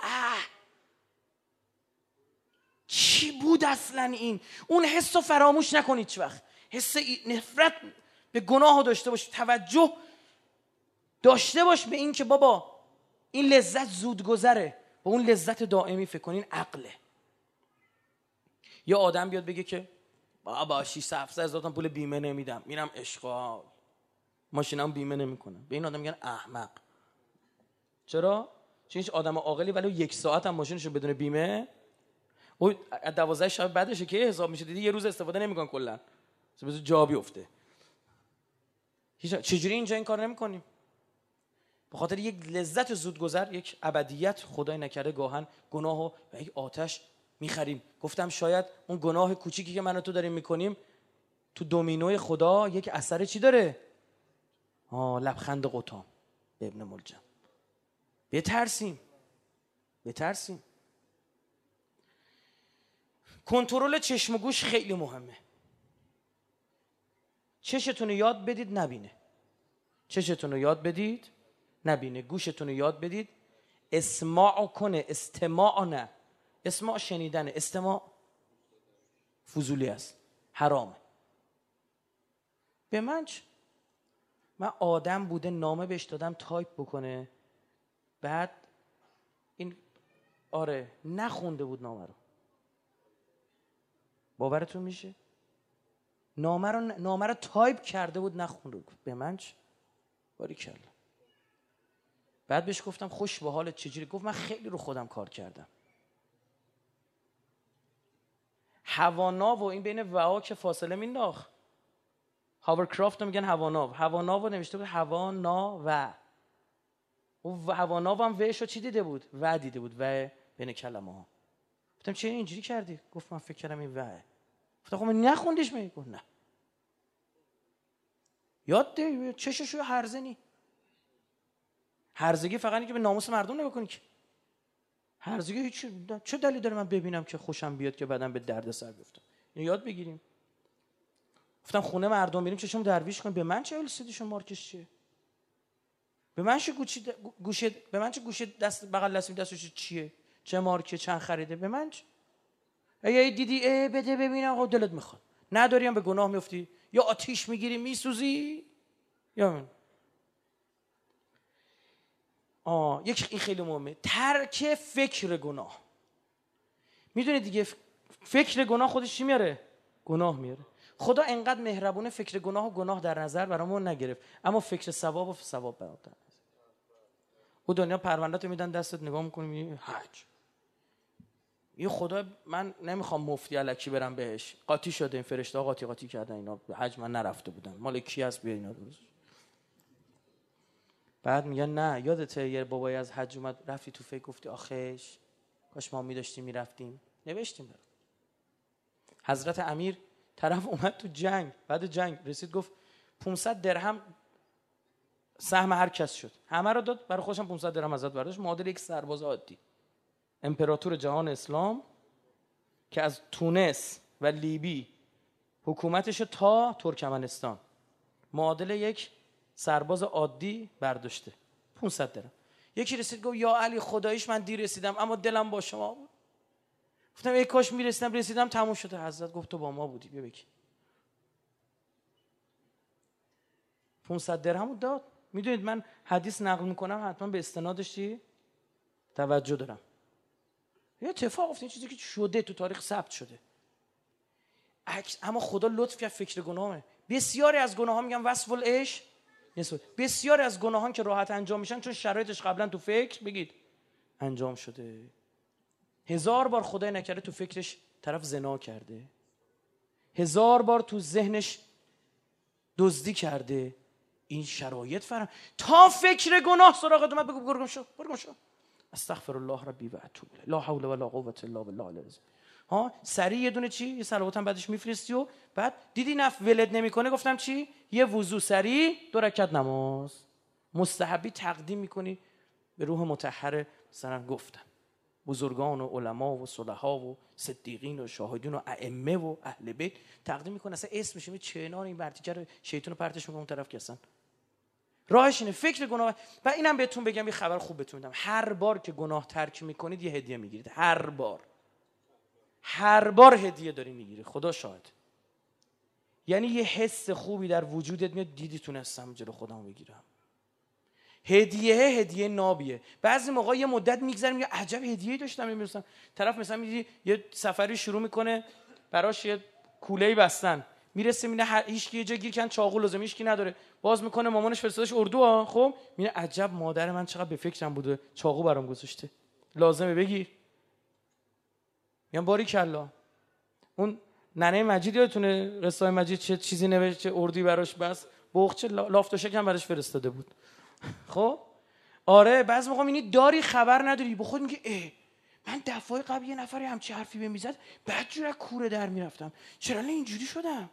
چی بود اصلا این. اون حس رو فراموش نکنید هیچ وقت. حس نفرت به گناه رو داشته باش، توجه داشته باش به این که بابا این لذت زود گذره، با اون لذت دائمی فکر کنین عقله. یا آدم بیاد بگه که بابا 600-700 هزار تا پول بیمه نمیدم، میرم اشغال، ماشینم بیمه نمیکنم. به این آدم میگن احمق. چرا؟ چون هیچ آدم عاقلی ولی 1 ساعت هم ماشینشو بدون بیمه، او 12 شب بعدش که حساب میشه، دیدی یه روز استفاده نمیکنن کلا، بذار جا بیفته. چجوری اینجا این کار نمیکنیم؟ به خاطر یک لذت زودگذر، یک ابدیت خدای نکرده گاهن گناهو و یک آتش میخریم. گفتم شاید اون گناه کوچیکی که من و تو داریم میکنیم تو دومینوی خدا یک اثر چی داره؟ لبخند قطام به ابن ملجم. بترسیم. کنترل چشم و گوش خیلی مهمه. چشتون رو یاد بدید نبینه، چشتون رو یاد بدید نبینه، گوشتون رو یاد بدید اسماع کنه، استماع نه. اسماع شنیدنه، استماع فضولی است، حرامه. به من آدم بوده نامه بهش دادم تایپ بکنه، بعد این نخونده بود نامه رو. باورتون میشه؟ نامه رو تایپ کرده بود نخونده بود. به من باریکلا. بعد بهش گفتم خوش به حالت چجوری؟ گفت من خیلی رو خودم کار کردم. هواناو و این بین وها که فاصله مینداخت. هاورکرافت رو میگن هواناو نوشته بود هوانا و هواناو هم وش رو چی دیده بود؟ و دیده بود، و بین کلمه ها. گفتم چه اینجوری کردی؟ گفت من فکر کردم این وه. گفتم خب من نخوندیش می؟ گفت نه. یاد ده چششو هرزنی. هرزگی فقط اینه که به ناموس مردم نگاه کنی که. هرزگی هیچ چه دلیلی داره من ببینم که خوشم بیاد که بعدم به درد سر بیفتم؟ اینو یاد بگیریم. گفتم خونه مردم میریم چشم درویش کنیم. به من چه LCDشون مارکش چیه؟ به من چه گوشه به من چه گوشه دست بغل دستش چیه؟ چه مارکه چند خریده؟ به من چه؟ ای دیدی بده ببینم آقا دلت میخواد. نداری هم به گناه میفتی، یا آتیش میگیری میسوزی یا من. یک این خیلی مهمه، ترک فکر گناه. میدونید دیگه فکر گناه خودش چی میاره؟ گناه میاره. خدا انقدر مهربونه فکر گناه و گناه در نظر برامون نگرفت، اما فکر ثواب و ثواب برات در نظر. او دنیا پرونده‌تو میدن دستت، نگاه میکنی حج. یه خدا من نمیخوام مفتی الکی برم بهش، قاطی شده این فرشته ها قاطی کردن اینا، حج من نرفته بودم، مال کی هست بیا اینا درست. بعد میگن نه یادته یه بابایی از حج اومد، رفتی تو فکر گفتی آخش کاش ما می‌داشتیم میرفتیم، نوشتیم برام. حضرت امیر طرف اومد تو جنگ، بعد جنگ رسید گفت 500 درهم سهم هر کس شد، همه رو داد، برای خودشم 500 درهم ازت برداشت، معادل یک سرباز عادی. امپراتور جهان اسلام که از تونس و لیبی حکومتش تا ترکمنستان، معادل یک سرباز عادی برداشته، 500 درهم. یکی رسید گفت یا علی خداییش من دیر رسیدم اما دلم با شما بود. گفتم ای کاش رسیدم تموم شده. حضرت گفت تو با ما بودی، بیا بگی. 500 درهم داد. میدونید من حدیث نقل میکنم حتما به استنادش چی توجه دارم. یه اتفاق افتاد، این چیزی که شده تو تاریخ ثبت شده. اما خدا لطف کرد، فکر گناهه. بسیاری از گناه‌ها میگم وصف العیش، بسیاری از گناهان که راحت انجام میشن چون شرایطش قبلا تو فکر بگید انجام شده. 1000 بار خدای نکرده تو فکرش طرف زنا کرده، 1000 بار تو ذهنش دزدی کرده. این شرایط تا فکر گناه سراغت اومد بگو برگم شو استغفر الله ربی و اتوب الیه، لا حول ولا قوة الا بالله العلی العظیم. ها سریع یه دونه چی، یه صلوات هم بعدش میفرستی و بعد دیدی ولد نمیکنه، گفتم چی، یه وضو سریع 2 رکعت نماز مستحبی تقدیم میکنی به روح مطهر. مثلا گفتن بزرگان و علما و صلحا و صدیقین و شاهدین و ائمه و اهل بیت تقدیم میکنه. اصلا اسمش می چنان این برتیجه رو شیطان پرتش میکنه اون طرف که اصلا راهش اینه فکر گناه. و اینم بهتون بگم، یه خبر خوب بهتون میدم، هر بار که گناه ترک میکنید یه هدیه میگیرید. هر بار هدیه داری میگیری، خدا شاهد. یعنی یه حس خوبی در وجودت میاد، دیدی تونستم جلو خودم بگیرم. هدیه نابیه. بعضی موقع یه مدت میگذره میگه عجب هدیه‌ای داشتم نمی‌رسم. طرف مثلا میگه یه سفری شروع میکنه، براش یه کوله‌ای بستن، میرسه میبینه هیچ کی یه جا گیر کن چاقو لازم هیچ کی نداره، باز میکنه مامانش فرستادش اردو خب میبینه عجب مادر من چقدر به فکرم بوده چاقو برام گذاشته، لازمه بگیر. میگم باریکلا. اون ننه مجید یادتونه قصه مجید چه چیزی نوشت، چه اردویی براش بس بوقچه لافت و شکم براش فرستاده بود. خب آره بعضی موقع میبینی داری خبر نداری، با خود میگه من دفعه قبل یه نفری همچی حرفی بهم میزد بدجور از کوره در میرفتم، چرا اینجوری شدم؟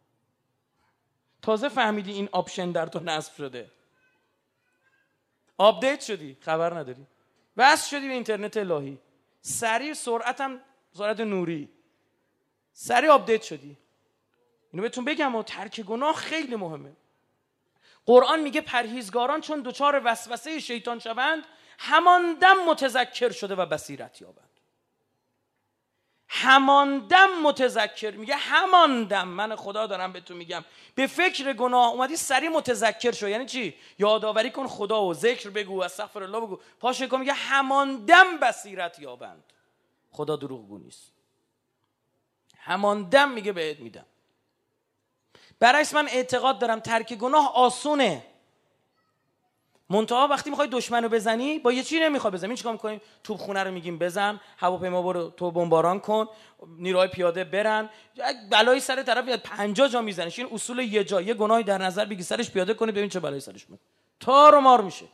تازه فهمیدی این آپشن در تو نصب شده، آپدیت شدی خبر نداری، وصل شدی به اینترنت الهی، سریع سرعت نوری، سریع آپدیت شدی. اینو بهتون بگم و ترک گناه خیلی مهمه. قرآن میگه پرهیزگاران چون دچار وسوسه شیطان شوند همان دم متذکر شده و بصیرت یابند. همان دم متذکر، میگه همان دم من خدا دارم بهتون میگم، به فکر گناه اومدی سریع متذکر شو. یعنی چی؟ یادآوری کن خدا و ذکر بگو، استغفر الله بگو، پاش کن، میگه همان دم بصیرت یابند. خدا دروغگو نیست، همان دم میگه بهت میدم. برعکس من اعتقاد دارم ترک گناه آسونه، منتها وقتی میخوای دشمنو بزنی با یه چی نمیخوای بزنی، چیکار میکنیم؟ توپخونه رو میگیم بزن، هواپیما برو تو بمباران کن، نیروهای پیاده برن، بلایی سر طرف 50 جا میزنش. این اصول یه جا یه گناهی در نظر بگی سرش پیاده کنی ببین چه بلایی سرش میاد، تار و مار میشه.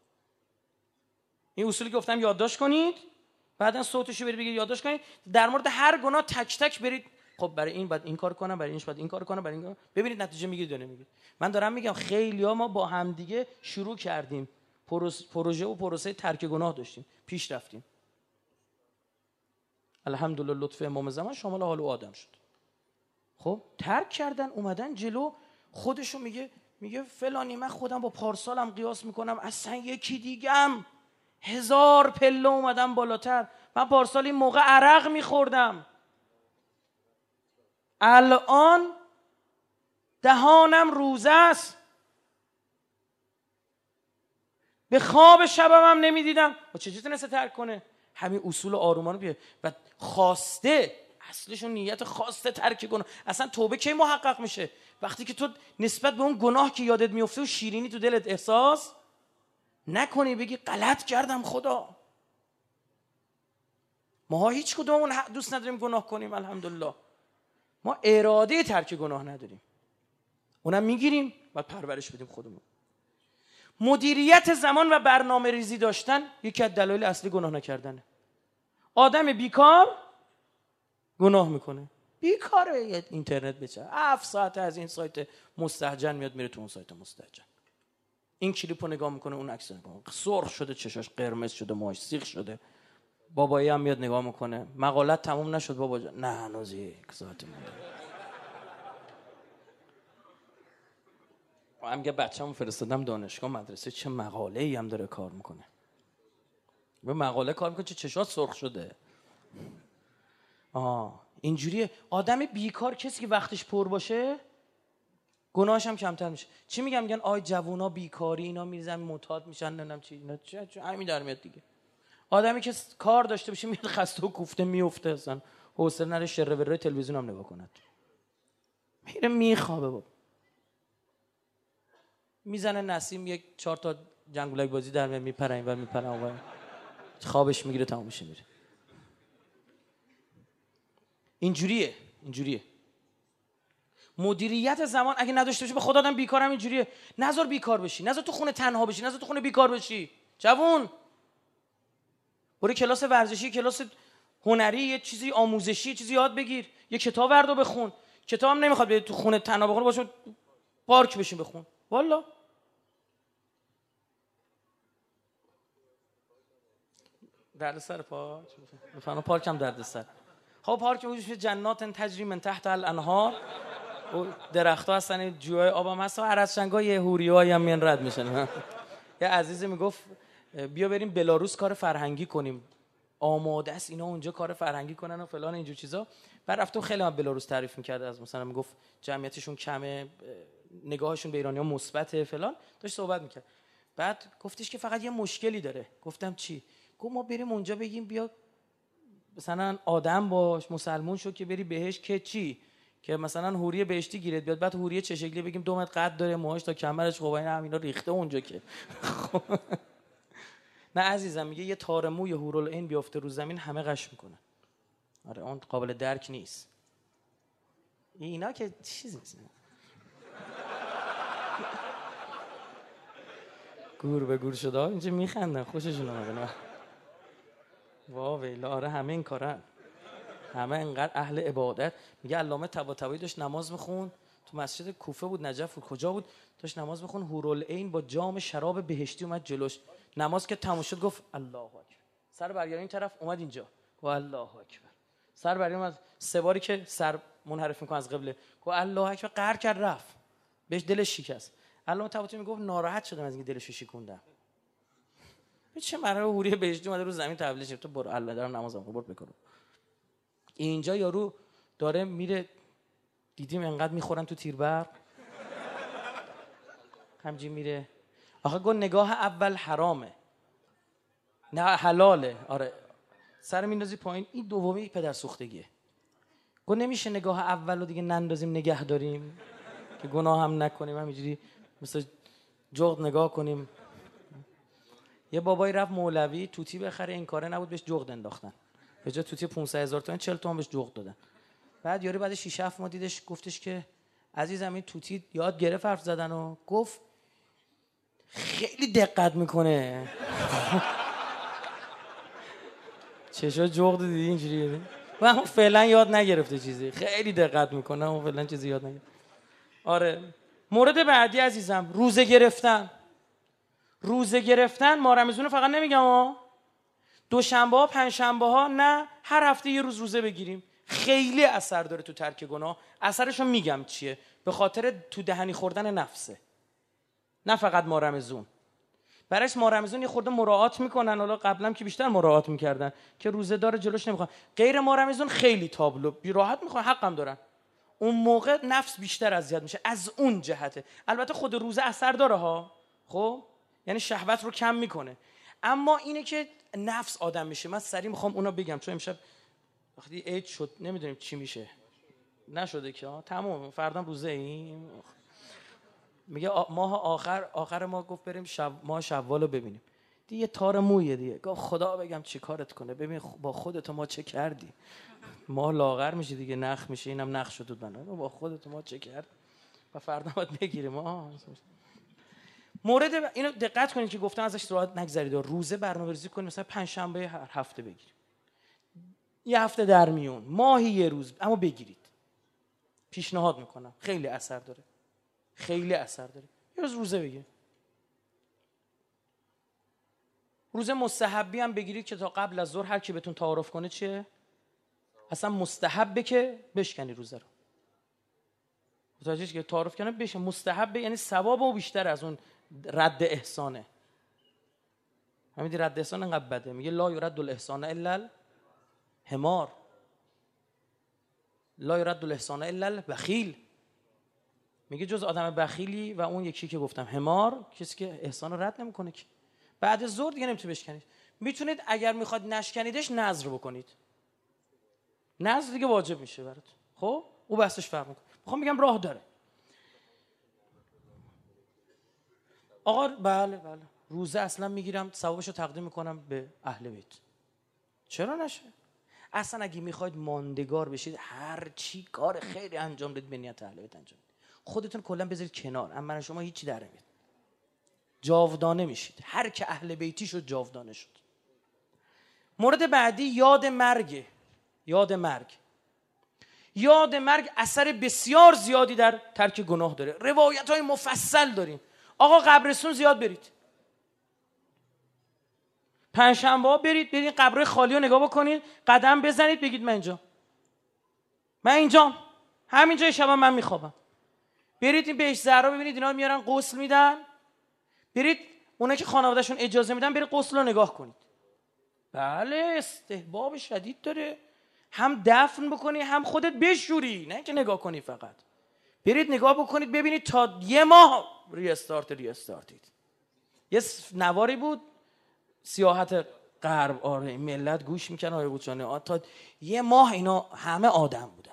این اصولی که گفتم یادداشت کنید، بعدن صوتشو برید بگید یادداشت کنید، در مورد هر گناه تک تک برید خب برای این باید این کار کنم، برای اینش باید این کار کنم، برای این کار. ببینید نتیجه میگیرید یا نمیگیرید. من دارم میگم خیلی‌ها ما با همدیگه شروع کردیم پروژه و پروسه ترک گناه داشتیم، پیش رفتیم. الحمدلله لطف امام زمان شامل حال و آدم شد. خب ترک کردن، اومدن جلو، خودشو میگه فلانی من خودم با پارسالم قیاس میکنم اصلا یکی دیگم 1000 پله اومدم بالاتر. من پارسال این موقع عرق میخوردم، الان دهانم روزه است، به خواب شبم هم نمیدیدم. و چجوری تونسته ترک کنه؟ همین اصول آرومانه بیه و خواسته، اصلشون نیت خواسته ترک گناه. اصلا توبه کی محقق میشه؟ وقتی که تو نسبت به اون گناه که یادت میفته و شیرینی تو دلت احساس نکنی، بگی غلط کردم خدا. ما هیچ کدوممون دوست نداریم گناه کنیم، الحمدلله ما اراده ترک گناه نداریم، اونم میگیریم و پرورش بدیم خودمون. مدیریت زمان و برنامه ریزی داشتن یکی از دلایل اصلی گناه نکردنه. آدم بیکار گناه میکنه، بیکاره اینترنت، بچه 7 ساعت از این سایت مستهجن میاد میره تو اون سایت مستهجن. این کلیپو نگاه میکنه، اون عکس نگاه، سرخ شده، چشاش قرمز شده، موهاش سیخ شده. بابایی هم میاد نگاه میکنه، مقالت تموم نشد بابا جان؟ نه هنوز 1 ساعت مونده. من میگه بچه‌مو فرستادم دانشگاه مدرسه، چه مقاله‌ای هم داره کار میکنه. به مقاله کار میکنه، چه چشات سرخ شده. اینجوریه آدم بیکار، کسی که وقتش پر باشه گناهش هم کمتر میشه. چی میگن آی جوونا بیکاری اینا میرزن معتاد میشن، نمیدونم چی اینا، چه همین در میاد دیگه. آدمی که کار داشته باشه میاد خسته و کوفته میفته، اصلا حوصله نره شره وره تلویزیون هم نگاه کنه، میره میخوابه بابا. میزنه نسیم 4 تا جنگولک بازی در میپره اینور میپره اونور، خوابش میگیره، تموم میشه میره. اینجوریه. مدیریت زمان اگه نداشته باشی، به خدا آدم بیکارم اینجوریه. نذار بیکار بشی، نذار تو خونه تنها بشی، نذار تو خونه بیکار بشی. جوون برو کلاس ورزشی، کلاس هنری، یه چیزی آموزشی، چیزی یاد بگیر، یه کتاب ورد و بخون. کتاب هم نمیخواد بری تو خونه تنها بخون، باشه پارک بشین بخون. والا دردسر پارک هم دردسر. خب پارک وجود جنات تجری من تحت الانهار، و درخت‌ها هستن، جوهای آب هم هست و عرضشنگای هوریایی هم میان رد میشن. یه عزیزی میگفت بیا بریم بلاروس کار فرهنگی کنیم، آماده است اینا اونجا کار فرهنگی کنن و فلان اینجور چیزا. بعد رفتم خیلی من بلاروس تعریف می‌کرد، از مثلا میگفت جمعیتشون کمه، نگاهشون به ایرانی‌ها مثبته فلان، داشت صحبت می‌کرد. بعد گفتش که فقط یه مشکلی داره. گفتم چی؟ گفت ما بریم اونجا بگیم بیا مثلا آدم باش، مسلمون شو که بری بهش، که چی؟ که مثلا حوری بهشتی گیرت بیاد. بعد حوری چه شکلی بگیم 2 متر قد داره، موهاش تا کمرش، خب اینا ریخته اونجا که. نه عزیزم، میگه یه تار موی حورالعین بیافته رو زمین همه قش میکنه. آره اون قابل درک نیست. اینا که چیزی نیست. گور به گور شده اینجا میخندن، خوششون اومده. وا ویلا، آره همه این کارن، همه انقدر اهل عبادت. میگه علامه طباطبایی داشت نماز میخوند تو مسجد کوفه بود، نجف بود، کجا بود، داشت نماز میخوند، حورالعین با جام شراب بهشتی اومد جلوش. نماز که تموم شد گفت الله اکبر، سر برگردون این طرف، اومد اینجا گفت الله اکبر، سر برگردون، از 3 باری که سر منحرف میکنه از قبله گفت الله اکبر، قهر کرد رفت، بهش دلش شکست. علامه طباطبایی میگفت ناراحت شدم از اینکه دلش شکوندم. چه مرحله حوری بهشتی اومده رو زمین تبلیغ شد، تو برو الله دارم نمازم برو بکن. اینجا یارو داره میره، دیدیم انقدر میخورن تو تیربر، همجی میره. آخه گفت نگاه اول حرامه، نه حلاله. آره سر میندازی پایین، این دومی پدر سوختگیه. گفت نمیشه نگاه اول رو دیگه نندازیم نگه داریم که گناه هم نکنیم، همینجوری مثل جغد نگاه کنیم. یه بابایی رفت مولوی توتی بخره، این کاره نبود، بهش جغد انداختن. به جای توتی 500,000 تومان 40 تومان بهش جغد دادن. بعد یاری بعد 6 7 ماه دیدش، گفتش که عزیزم این توتی یاد گرفت حرف زدن و گفت خیلی دقت میکنه. چشا جغد دیدی اینجوریه، و اما فعلا یاد نگرفته چیزی، خیلی دقت میکنه اما فعلا چیزی یاد نگرفته. آره مورد بعدی عزیزم، روزه گرفتن. روزه گرفتن ما رمضان فقط نمیگم دوشنبه ها پنجشنبه ها، نه هر هفته یه روز روزه بگیریم، خیلی اثر داره تو ترک گناه. اثرشو میگم چیه، به خاطر تو دهنی خوردن نفسه، نه فقط ما رمضان. برایش ما رمضان یه خورده مراعات میکنن، حالا قبلا که بیشتر مراعات میکردن که روزه دار جلوش نمیخوان. غیر ما رمضان خیلی تابلو بی راحت میخوان، حقم دارن. اون موقع نفس بیشتر اذیت میشه، از اون جهته. البته خود روزه اثر داره ها، خب یعنی شهوت رو کم میکنه، اما اینه که نفس آدم میشه. من سریع میخوام اونا بگم چون امشب وقتی عید شد نمیدونیم چی میشه، نشده که تمام، فردا روزه ایم. میگه ماه آخر ما گفت بریم ماه شوال رو ببینیم، دیگه تار مویه دیگه. گفت خدا بگم چی کارت کنه، ببین با خودت ما چه کردی. ما لاغر میشه دیگه، نخ میشه، اینم نخ شد بنا، با خودت ما چه کرد و فردا باید بگیریم. مورد اینو دقت کنید که گفتم ازش راحت نگذرید. روزه برنامه‌ریزی کنید، مثلا 5 شنبه هر هفته بگیرید، یه هفته در میون، ماهی یه روز، اما بگیرید. پیشنهاد میکنم، خیلی اثر داره، خیلی اثر داره. یه روز روزه بگیر. روز مستحبی هم بگیرید که تا قبل از ظهر هر کی بهتون تعارف کنه چیه؟ اصلا مستحبه که بشکنی روزه رو. متوجهش که تعارف کنه بشه مستحبه، یعنی ثواب و بیشتر از اون رد احسانه. همین رد احسان انقدر بده، میگه لا یرد الاحسان الا الحمار، لا یرد الاحسان الا البخیل. میگه جز آدم بخیلی و اون یکی که گفتم حمار، کسی که احسان رو رد نمیکنه که بعد از ظهر دیگه نمیتونه بشکنید. میتونید اگر میخواد نشکنیدش نذر بکنید، نذر دیگه واجب میشه برات. خب او بحثش فرق میکنه. میخوام بگم راه داره آقا. بله روزه اصلا میگیرم ثوابشو تقدیم میکنم به اهل بیت. چرا نشه؟ اصلا اگه میخواید ماندگار بشید هر چی کار خیری انجام بدید به نیت اهل بیت انجام بدید. خودتون کلا بذارید کنار، اما شما هیچی در نمیاد، جاودانه میشید. هر که اهل بیتی شد جاودانه شد. مورد بعدی یاد مرگ. یاد مرگ اثر بسیار زیادی در ترک گناه داره. روایت‌های مفصل داریم. آقا قبرستون زیاد برید، پنجشنبه‌ها برید قبرهای خالی رو نگاه بکنید، قدم بزنید بگید من اینجام، همینجا شب من میخوابم. برید این بهش زهرا ببینید اینا میارن غسل میدن، برید اونا که خانوادهشون اجازه میدن برید غسل رو نگاه کنید. بله استحباب شدید داره، هم دفن بکنی هم خودت بشوری، نه که نگاه کنی فقط. برید نگاه بکنید ببینید تا یه ماه ریستارتید. یه نواری بود سیاحت غرب، آره ملت گوش میکنن آره بوچانه، تا یه ماه اینا همه آدم بودن،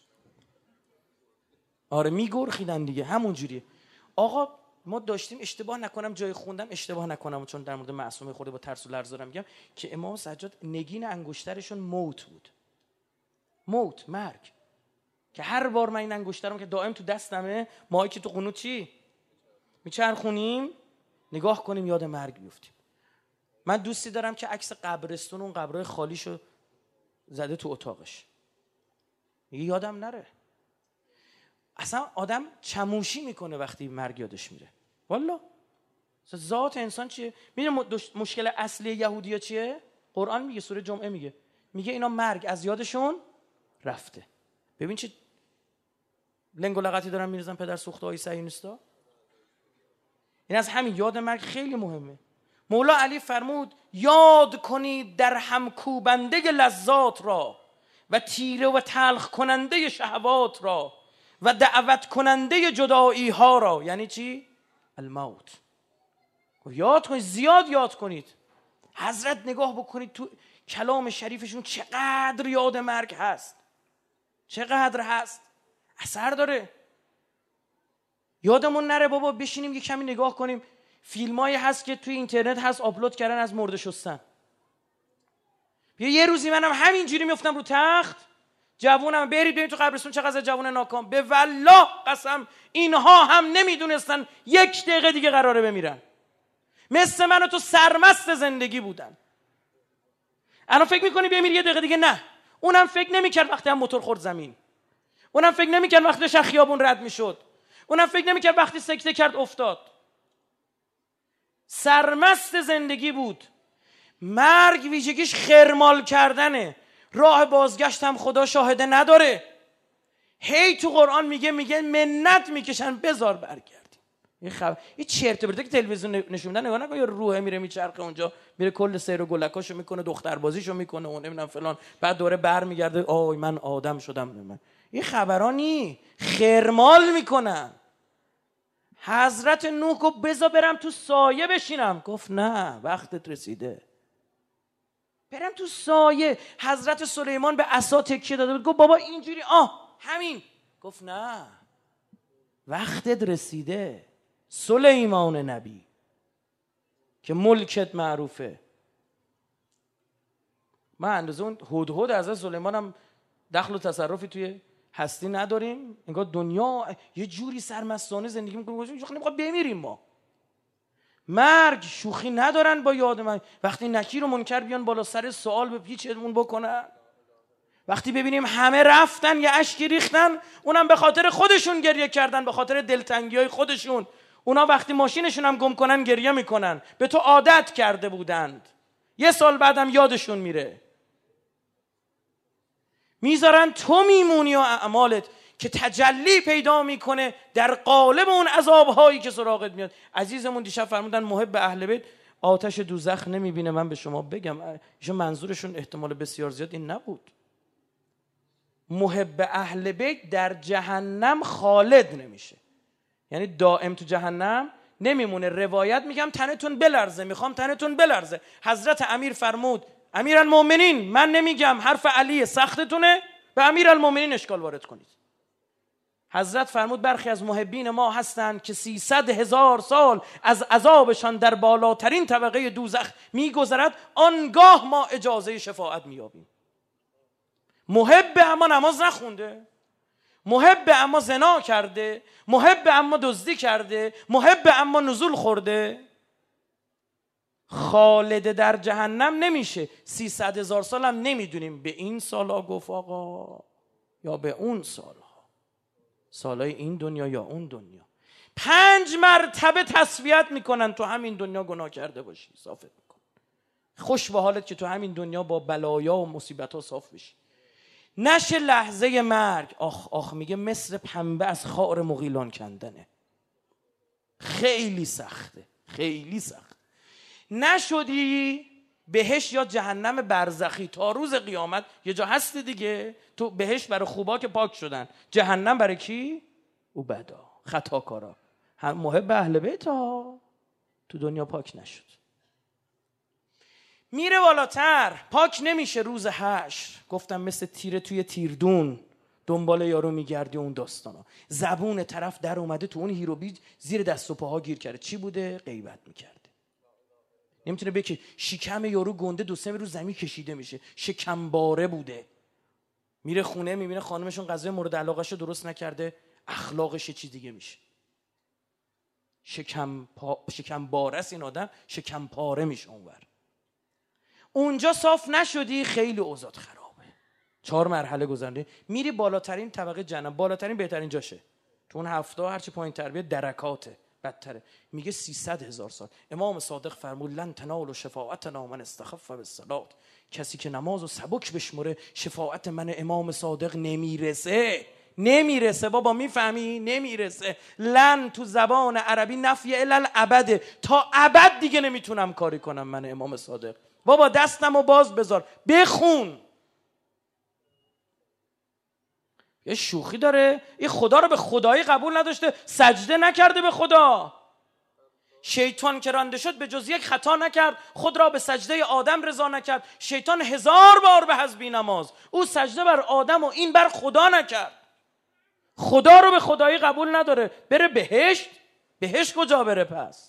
آره میگرخیدن دیگه، همون جوریه. آقا ما داشتیم، اشتباه نکنم جای خوندم، اشتباه نکنم چون در مورد معصومه خورده با ترس و لرز دارم میگم، که امام سجاد نگین انگشترشون موت بود. موت، مرگ. که هر بار من این انگشترم که دائم تو دستمه، ماهی که تو قنوت چی میچرخونیم نگاه کنیم یاد مرگ بیفتیم. من دوستی دارم که عکس قبرستون اون قبرهای خالیشو زده تو اتاقش، میگه یادم نره. اصلا آدم چموشی میکنه وقتی مرگ یادش میره. والله ذات انسان چیه؟ میدونی مشکل اصلی یهودی‌ها چیه؟ قرآن میگه، سوره جمعه میگه اینا مرگ از یادشون رفته. ببین چه لنگ و لغتی دارن میریزن پدر سوخته های صهیونیستا. این از همین یاد مرگ خیلی مهمه. مولا علی فرمود یاد کنید در هم کوبنده لذات را و تیره و تلخ کننده شهوات را و دعوت کننده جدایی ها را. یعنی چی؟ الموت. یاد کنید، زیاد یاد کنید. حضرت نگاه بکنید تو کلام شریفشون چقدر یاد مرگ هست، چقدر هست، اثر داره. یادمون نره بابا بشینیم یه کمی نگاه کنیم. فیلمایی هست که توی اینترنت هست آپلود کردن از مرده شستن. یه روزی منم همینجوری میافتم رو تخت، جوونم برید ببین تو قبرستون چقدر جوون ناکام، به والله قسم اینها هم نمیدونستن یک دقیقه دیگه قراره بمیرن. مثل من و تو سرمست زندگی بودن. الان فکر میکنی بمیر یه دقیقه دیگه؟ نه. اونم فکر نمیکرد وقتی هم موتور خورد زمین، اونم فکر نمیکرد وقتی داشت خیابون رد میشد، اونم فکر نمیکرد وقتی سکته کرد افتاد. سرمست زندگی بود. مرگ ویژگیش خرمال کردنه، راه بازگشت هم خدا شاهده نداره. هی تو قرآن میگه منت میکشن بذار برگردیم. این چرت و پرته که تلویزیون نشون میدن، نگاه نکن یا روحه میره میچرخه اونجا، میره کل سیر و گلکاشو میکنه، دختر بازیشو میکنه و نمیدونم فلان، بعد دوره برمیگرده آی من آدم شدم. من این خبرانی خرمال میکنن. حضرت نوح گفت بذار برم تو سایه بشینم، گفت نه وقتت رسیده برم تو سایه. حضرت سلیمان به عصا تکیه داده بود، گفت بابا اینجوری همین، گفت نه وقتت رسیده. سلیمان نبی که ملکت معروفه. من اندازه اون هدهد از سلیمان هم دخل و تصرفی توی هستی نداریم. انگار دنیا یه جوری سرمستانه زندگی میکنه نمیخواد بمیریم. ما مرگ شوخی ندارن با یاد من. وقتی نکیر و منکر بیان بالا سر سوال به پیچمون بکنن، وقتی ببینیم همه رفتن یه اشکی ریختن، اونم به خاطر خودشون گریه کردن، به خاطر دلتنگی های خودشون، اونا وقتی ماشینشون هم گم کنن گریه میکنن، به تو عادت کرده بودند، یه سال بعدم یادشون میره. میذارن تو میمونی و اعمالت که تجلی پیدا میکنه در قالب اون عذابهایی که سراغت میاد. عزیزمون دیشب فرمودن محب اهل بیت آتش دوزخ نمیبینه. من به شما بگم ایشون منظورشون احتمال بسیار زیاد این نبود. محب اهل بیت در جهنم خالد نمیشه، یعنی دائم تو جهنم نمیمونه. روایت میگم تنتون بلرزه، میخوام تنتون بلرزه. حضرت امیر فرمود امیرالمومنین، من نمیگم حرف علی سختتونه، به امیرالمومنین اشکال وارد کنید. حضرت فرمود برخی از محبین ما هستند که 300,000 سال از عذابشان در بالاترین طبقه دوزخ میگذرد، آنگاه ما اجازه شفاعت مییابیم. محب اما نماز نخونده، محب اما زنا کرده، محب اما دزدی کرده، محب اما نزول خورده، خالد در جهنم نمیشه. 300,000 سال هم نمیدونیم به این سالا گفت آقا یا به اون سالها، سالای این دنیا یا اون دنیا. 5 مرتبه تسویت میکنن تو همین دنیا گناه کرده باشی، صافت میکن. خوش به حالت که تو همین دنیا با بلایا و مصیبت ها صاف بشی. نشه لحظه مرگ آخ میگه مثل پنبه از خار مغیلان کندنه. خیلی سخته، خیلی سخت. نشدی بهش یا جهنم برزخی تا روز قیامت یه جا هست دیگه. تو بهش برای خوبا که پاک شدن، جهنم برای کی؟ او بدا خطاکارا. هم محب اهل بیت ها تو دنیا پاک نشد، میره بالاتر، پاک نمیشه. روز حشر گفتم مثل تیره توی تیردون دنبال یارو میگردی. اون داستانا زبون طرف در اومده تو اون هیروبیج زیر دست و پاها گیر کرده. چی بوده؟ غیبت میکرده. نمیتونه بگه شکم یارو گنده 2-3 روز زمین کشیده میشه، شکمباره بوده. میره خونه میبینه خانمشون غذای مورد علاقهشو درست نکرده، اخلاقش چیز دیگه میشه. شکمباره است این آدم، شکمپاره میشه اونور. اونجا صاف نشدی خیلی اوضاعت خرابه. 4 مرحله گذرنده، میری بالاترین طبقه جهنم. بالاترین بهترین جاشه، تو اون 7 هرچی پایین تر بیاد درکاته، بدتره. میگه 300,000 سال. امام صادق فرمود لن تنالوا شفاعتنا من استخف بالصلاه. کسی که نمازو سبک بشمره شفاعت من امام صادق نمیرسه. نمیرسه بابا، میفهمی؟ نمیرسه. لن تو زبان عربی نفی الالابد، تا ابد دیگه نمیتونم کاری کنم من امام صادق. بابا دستمو باز بذار بخون. یه شوخی داره، این خدا رو به خدایی قبول نداشته، سجده نکرده به خدا. شیطان که رانده شد به جز یک خطا نکرد، خود را به سجده آدم رضا نکرد. شیطان 1000 بار به حسبی نماز، او سجده بر آدم و این بر خدا نکرد. خدا رو به خدایی قبول نداره، بره بهشت. بهشت کجا بره پس؟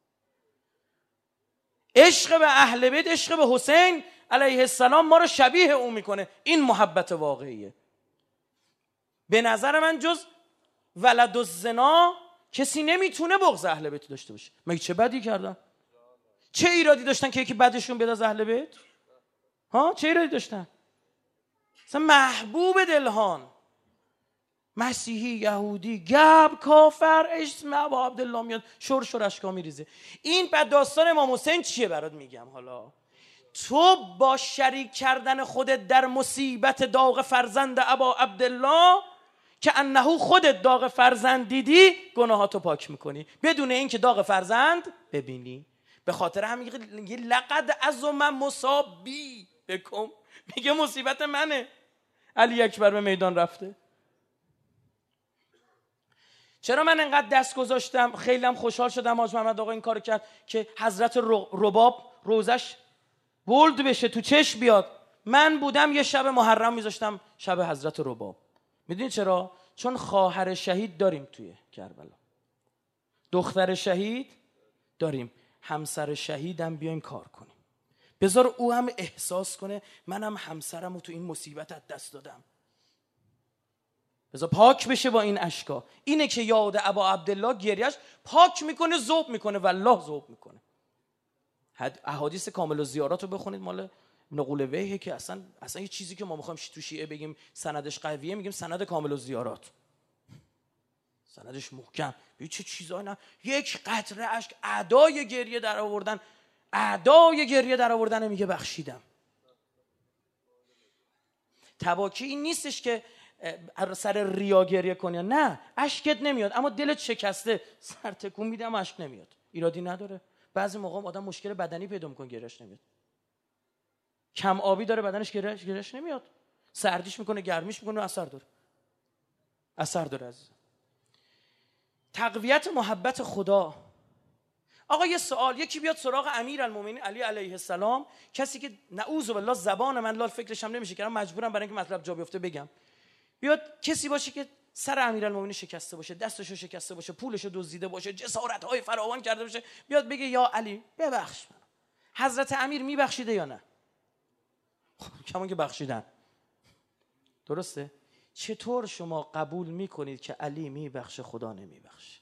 عشق به اهل بیت، عشق به حسین علیه السلام ما رو شبیه او میکنه. این محبت واقعیه. به نظر من جز ولد الزنا کسی نمیتونه بغض اهل بیت داشته باشه. مگه چه بدی کردن؟ چه ایرادی داشتن که یکی بدشون بیاد از اهل بیت؟ ها چه ایرادی داشتن؟ مثلا محبوب دلهان، مسیحی، یهودی، گب، کافر، اسم ابا عبدالله میاد شور اشکا میریزه. این بعد داستان امام حسین چیه برات میگم. حالا تو با شریک کردن خودت در مصیبت داغ فرزند ابا عبدالله که انه خودت داغ فرزند دیدی، گناهاتو پاک میکنی بدون اینکه داغ فرزند ببینی. به خاطر همین میگه لقد عظم مصابی بکم، میگه مصیبت منه. علی اکبر به میدان رفته. چرا من انقدر دست گذاشتم؟ خیلی هم خوشحال شدم حاج محمد آقا این کارو کرد که حضرت رباب روزش بولد بشه، تو چشم بیاد. من بودم یه شب محرم میذاشتم شب حضرت رباب. میدونید چرا؟ چون خواهر شهید داریم توی کربلا، دختر شهید داریم، همسر شهیدم بیایم کار کنیم. بذار او هم احساس کنه منم همسرم رو تو این مصیبت از دست دادم. بذار پاک بشه با این اشکا. اینه که یاد ابا عبدالله گریش پاک میکنه، ذوب میکنه، والله ذوب میکنه. احادیث کامل الزیارات رو بخونید، مال ابن قولویه که اصلا یه چیزی که ما میخوایم تو شیعه بگیم سندش قویه، میگیم سند کامل الزیارات. سندش محکم. ببین چه چیزایی، نه یک قطره اشک اعدای گریه در آوردن، اعدای گریه در آوردن، میگه بخشیدم. تباکی این نیستش که سر ریا گریه کنی، نه اشکت نمیاد اما دلت شکسته، سر تکون میده اما اشک نمیاد، ایرادی نداره. بعضی موقع آدم مشکل بدنی پیدا میکنه گریهش نمیاد، کم آبی داره بدنش گریهش نمیاد، سردیش میکنه گرمیش میکنه، اثر داره عزیزم. تقویت محبت خدا. آقا یه سوال، یکی بیاد سراغ امیرالمومنین علی علیه السلام، کسی که نعوذ بالله زبان من لال فکرش هم نمیشه که مجبورم برای اینکه مطلب جا بیفته بگم، بیاد کسی باشه که سر امیرالمومنین شکسته باشه، دستشو شکسته باشه، پولشو دزدیده باشه، جسارت‌های فراوان کرده باشه، بیاد بگه یا علی ببخش من، حضرت امیر میبخشیده یا نه؟ کمان که بخشیدن. درسته؟ چطور شما قبول میکنید که علی میبخشه خدا نمیبخشه؟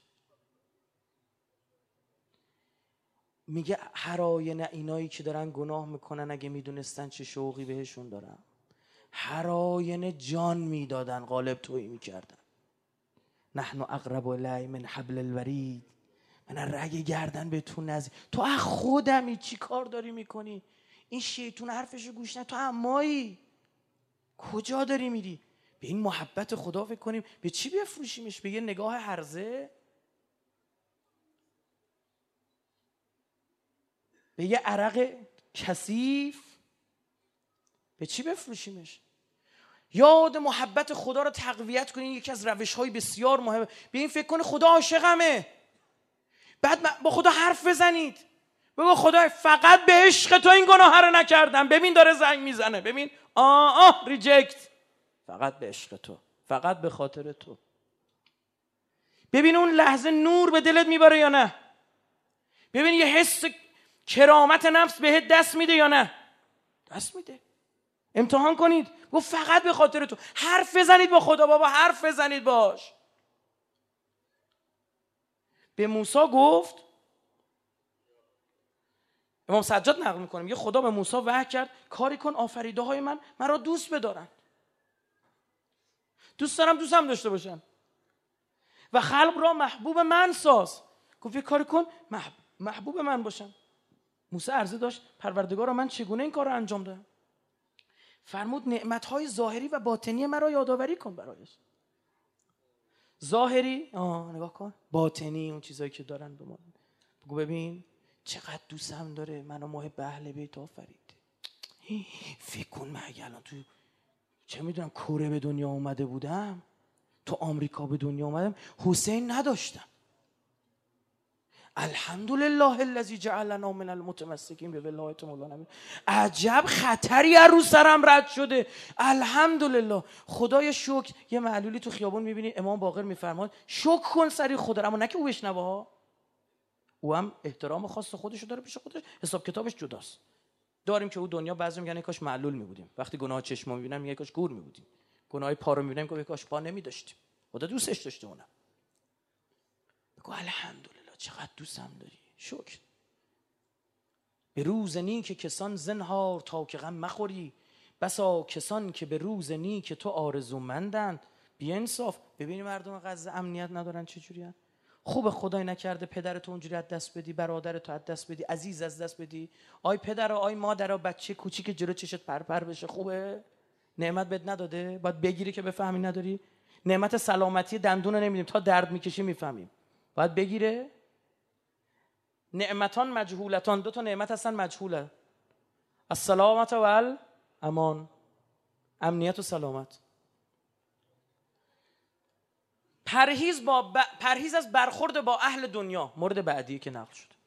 میگه هر آینه اینایی که دارن گناه میکنن اگه میدونستن چه شوقی بهشون دارم، هر آینه جان میدادن، غالب تویی میکردن. نحن اقرب الی من حبل الورید، من رگ گردن به تو نزدیک. تو از خودمی، چی کار داری میکنی؟ این شیطون حرفشو گوش نه، تو امایی کجا داری میری؟ به این محبت خدا فکر کنیم، به چی بفروشیمش؟ به یه نگاه هرزه؟ به یه عرق کثیف؟ به چی بفروشیمش؟ یاد محبت خدا رو تقویت کنین، یکی از روش‌های بسیار مهمه. به این فکر کنه خدا عاشقمه، بعد با خدا حرف بزنید، بگو خدا فقط به عشق تو این گناه رو نکردم، ببین داره زنگ میزنه، ببین ریجکت، فقط به عشق تو، فقط به خاطر تو. ببین اون لحظه نور به دلت میبره یا نه؟ ببین یه حس کرامت نفس بهت دست میده یا نه؟ دست میده. امتحان کنید، گفت فقط به خاطر تو. حرف بزنید با خدا، بابا حرف بزنید باش. به موسی گفت، امام سجاد نقل میکنیم، یه خدا به موسی وحی کرد کاری کن آفریده های من مرا دوست بدارن، دوست دارم دوستم داشته باشن، و خلق را محبوب من ساز. گفت یه کاری کن محبوب من باشن. موسی عرضه داشت پروردگارا من چگونه این کار رو انجام دهم؟ فرمود نعمتهای ظاهری و باطنی مرا یادآوری کن برایش. ظاهری نگاه کن، باطنی اون چیزایی که دارن به ما بگو ببین چقدر دوستم داره، منو محب اهل بیت آفریده. فکر کن من اگه الان تو چه میدونم کره به دنیا اومده بودم، تو آمریکا به دنیا اومدم، حسین نداشتم. الحمدلله الذی جعلنا من المتمسکین بولایت مولانا. عجب خطری از رو سرم رد شده، الحمدلله. خدای شکر. یه معلولی تو خیابون میبینی، امام باقر میفرماد شکر کن سری خدا، اما نه که او بشنوه ها، او هم احترام خاص خودشو داره، پیش خودش حساب کتابش جداست. داریم که او دنیا بعضی میگن کاش معلول میبودیم، وقتی گناه چشم میبینن میگن کاش گور میبودیم، گناه پا رو میبینن میگن کاش پا نمیداشتیم، خدا دوستش داشته اونم. بگو الحمدلله چقدر دوستم داری، شکر. به روز نیک کسان زنهار تا که غم مخوری، بسا کسان که به روز نیک تو آرزومندند. بی انصاف. ببینی مردم غزه امنیت ندارن چجوریان؟ خوبه خدای نکرده پدرتو اونجوری از دست بدی، برادرتو از دست بدی، عزیز از دست بدی، آی پدر آی مادر بچه کوچیک جلو چشت پرپر بشه. خوبه؟ نعمت بهت نداده؟ باید بگیری که بفهمی نداری. نعمت سلامتی دندون رو نمیدیم، تا درد میکشی میفهمیم، باید بگیره. نعمتان مجهولتان، دو تا نعمت هستن مجهوله، السلامت و الامان، امنیت و سلامت. پرهیز از برخورد با اهل دنیا، مورد بعدی که نقل شد.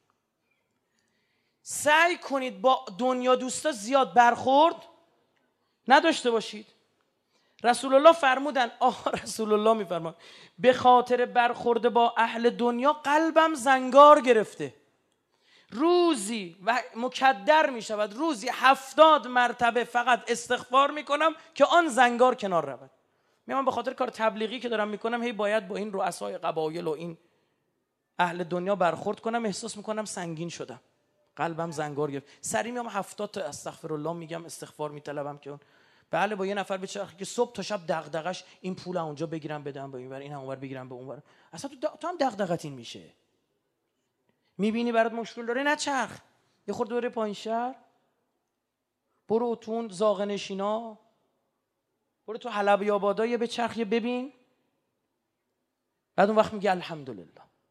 سعی کنید با دنیا دوستا زیاد برخورد نداشته باشید. رسول الله فرمودن، رسول الله میفرمان به خاطر برخورد با اهل دنیا قلبم زنگار گرفته، روزی و مکدر می شود، روزی 70 مرتبه فقط استغفار می کنم که آن زنگار کنار رود. من به خاطر کار تبلیغی که دارم میکنم هی باید با این رؤسای قبایل و این اهل دنیا برخورد کنم، احساس میکنم سنگین شدم، قلبم زنگار گرفت. سری میام 70 تا استغفرالله میگم، استغفار میطلبم که اون بله با یه نفر بچرخی که صبح تا شب دغدغش این پول اونجا بگیرم بدم به اینور، این اونور بگیرم به اونور. اصلا تو هم دغدغت این میشه. میبینی برات مشکل داره، نچرخ، یه خورده بره پایین شهر، برو اتون زاغنشینا، برو تو حلب یا آبادا یه بچرخ یه ببین، بعد اون وقت میگه الحمدلله.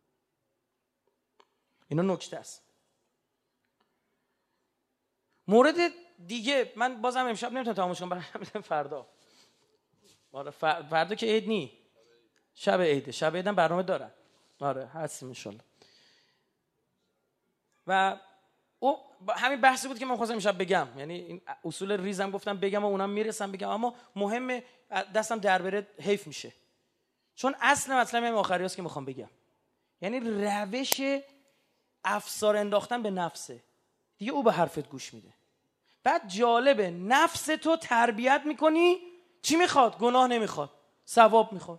اینا نکته است. مورد دیگه من بازم امشب نمیتونم تمامش کنم، برای فردا. فردا که عید نی، شب عیده، شب عیدم برنامه دارن. آره هستیم ان شاءالله. و همین بحثی بود که من خواستم امشب بگم، یعنی این اصول ریزم گفتم بگم و اونم میرسم بگم، اما مهمه دستم در بره حیف میشه، چون اصل مطلب این آخریاست که میخوام بگم. یعنی روش افسار انداختن به نفسه دیگه، او به حرفت گوش میده. بعد جالبه نفس تو تربیت میکنی، چی میخواد؟ گناه نمیخواد، ثواب میخواد.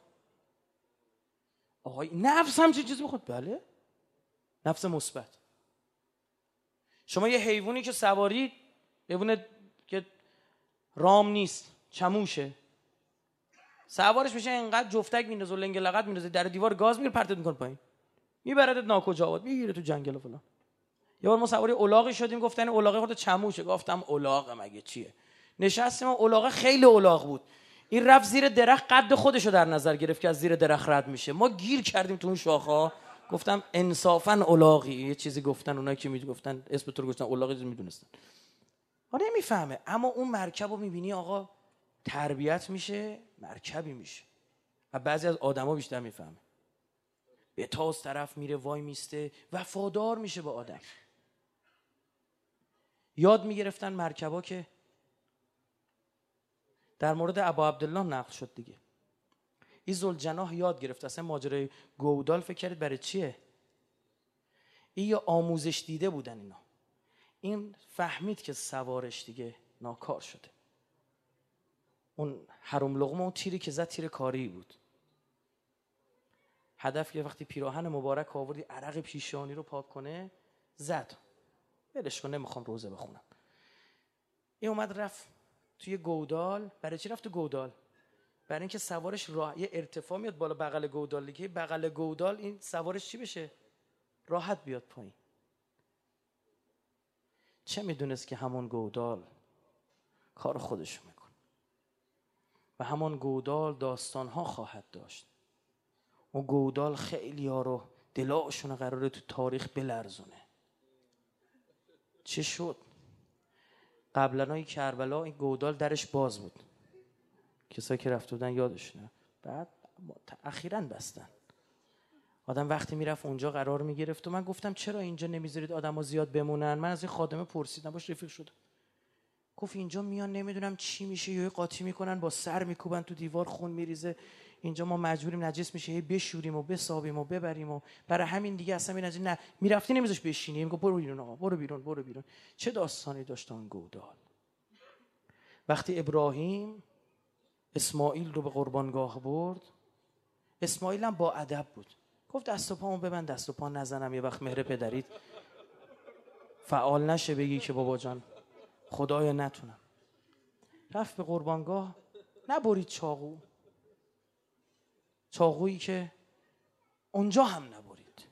آقای نفس هم چه چیزی میخواد؟ بله، نفس مثبت. شما یه حیوانی که سواری، حیوان که رام نیست، چموشه، سوارش بشه اینقدر جفتک میندازه و لنگ لغت میندازه، در دیوار گاز میگیره پرتت میکنه پایین، میبردت ناکجا آباد، میگیره تو جنگل و فلان. یه بار ما سواری الاغی شدیم، گفتن الاغه خود چموشه، گفتم الاغه مگه چیه؟ نشستیم و الاغه خیلی الاغ بود، این رفت زیر درخت قد خودشو در نظر گرفت که از زیر درخت رد میشه، ما گیر کردیم تو اون شاخه‌ها. گفتم انصافا الاغی، یه چیزی گفتن اونایی که میگفتن اسم تو رو گفتن الاغی میدونستن. آره نمیفهمه، اما اون مرکبو میبینی آقا تربیت میشه، مرکبی میشه. و بعضی از آدما بیشتر میفهمه، به تاز طرف میره وای میسته، وفادار میشه به آدم. یاد میگرفتن مرکبا که در مورد ابا عبدالله نقل شد دیگه، این ذوالجناح یاد گرفت. اصلا ماجرای گودال فکر کردید برای چیه؟ این یا آموزش دیده بودن اینا، این فهمید که سوارش دیگه ناکار شده. اون حرام لقمه، اون تیری که زد تیر کاری بود. هدف که وقتی پیراهن مبارک آوردی عرق پیشانی رو پاک کنه، زد. ولش کن نمیخوام روزه بخونم. این اومد رفت توی گودال. برای چی رفت تو گودال؟ برای اینکه سوارش راه یه ارتفاع میاد بالا بغل گودال دیگه، بغل گودال این سوارش چی بشه؟ راحت بیاد پایین. چه میدونست که همون گودال کار خودشو میکنه و همون گودال داستانها خواهد داشت. اون گودال خیلی ها رو دلاشون قراره تو تاریخ بلرزونه. چه شد؟ قبلنای کربلا این گودال درش باز بود، کسایی که رفته بودن یادشونه، بعد اخیراً بستن. آدم وقتی میرفت اونجا قرار میگرفت و من گفتم چرا اینجا نمیذارید آدم‌ها زیاد بمونن؟ من از این خادمه پرسیدم، باش رفیق شدم، گفت اینجا میان نمیدونم چی میشه، یا قاطی میکنن با سر میکوبن تو دیوار خون میریزه، اینجا ما مجبوریم نجس میشه بشوریم و بسابیم و ببریم و برای همین دیگه اصلا نه میرفتی نمیذاش بشینیم، میگه برو بیرون آقا، برو بیرون برو بیرون. چه داستانی داشت اون گودال. وقتی ابراهیم اسماعیل رو به قربانگاه برد، اسماعیل هم با ادب بود، گفت دست و پامو ببند، دست و پا نزنم، یه وقت مهر پدریت فعال نشه بگی که بابا جان خدایا نتونم. رفت به قربانگاه، نبرید چاقویی که اونجا هم نبرید.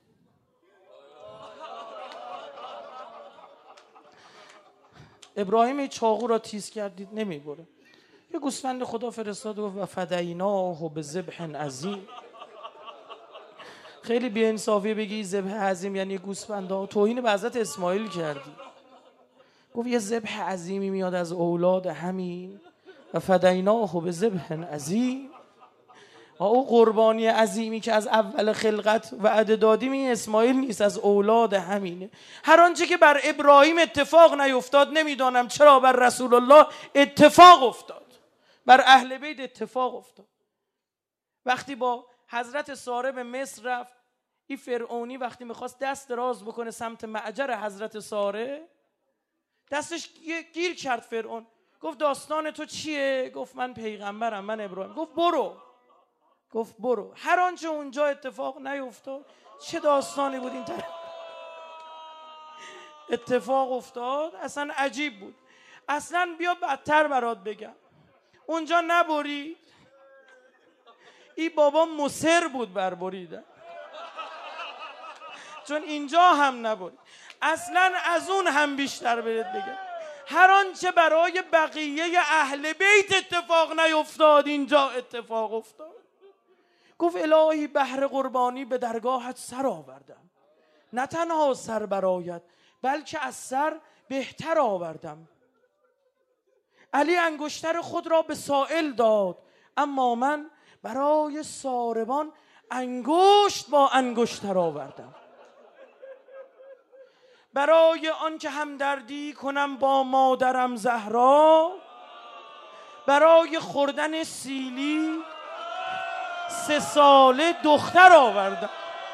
ابراهیم چاقو را تیز کردید نمیبره. یه گوسفند خدا فرستاد و گفت فدیناه بذبح عظیم. خیلی بی‌انصافی بگی ذبح عظیم یعنی گوسفند، توهین به حضرت اسماعیل کردی. گفت یه ذبح عظیمی میاد از اولاد همین و فدیناه بذبح عظیم. او قربانی عظیمی که از اول خلقت وعده دادیم این اسماعیل نیست، از اولاد همینه. هر آنچه که بر ابراهیم اتفاق نیفتاد نمیدانم چرا بر رسول الله اتفاق افتاد، بر اهل بیت اتفاق افتاد. وقتی با حضرت ساره به مصر رفت، این فرعونی وقتی میخواست دست دراز بکنه سمت معجر حضرت ساره، دستش گیر کرد فرعون. گفت داستان تو چیه؟ گفت من پیغمبرم، من ابراهیم. گفت برو. هر آنچه اونجا اتفاق نیفتاد، چه داستانی بود این طرف اتفاق افتاد، اصلا عجیب بود. اصلا بیا بدتر برات بگم، اونجا نبرید. این بابا مصر بود بر بریدن، چون اینجا هم نبرید. اصلا از اون هم بیشتر برید بگم هر آنچه برای بقیه اهل بیت اتفاق نیفتاد اینجا اتفاق افتاد. گفت الهی بهر قربانی به درگاهت سر آوردم، نه تنها سر برآید بلکه از سر بهتر آوردم. علی انگشتر خود را به سائل داد، اما من برای ساربان انگشت با انگشتر آوردم. برای آنکه همدردی کنم با مادرم زهرا، برای خوردن سیلی 3 ساله دختر آوردم.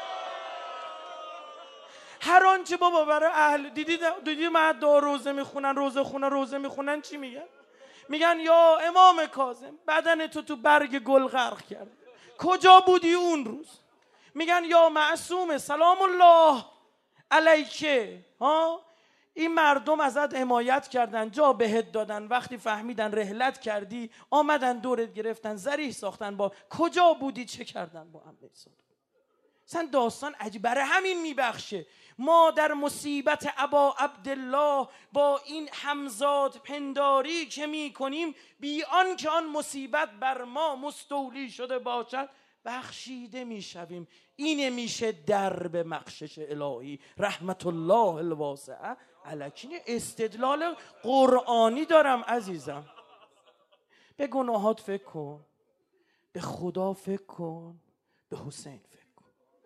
هر آنچه بابا برای اهل دیدی مدعا روزه میخونن چی میگن؟ میگن یا امام کاظم بدن تو برگ گل غرق کرد، کجا بودی اون روز؟ میگن یا معصوم سلام الله علیکه، این مردم ازت حمایت کردن، جا بهت دادن، وقتی فهمیدن رحلت کردی آمدن دورت گرفتن، ذریح ساختن، با کجا بودی چه کردن با عمه صادق؟ اصلا داستان عجیب. برای همین میبخشه ما در مصیبت ابا عبدالله با این همزاد پنداری که میکنیم بی آنکه آن مصیبت بر ما مستولی شده باشد بخشیده میشویم. اینه میشه درب بخشش الهی رحمت الله الواسعه علیک. استدلال قرآنی دارم عزیزم. به گناهات فکر کن، به خدا فکر کن، به حسین فکر کن.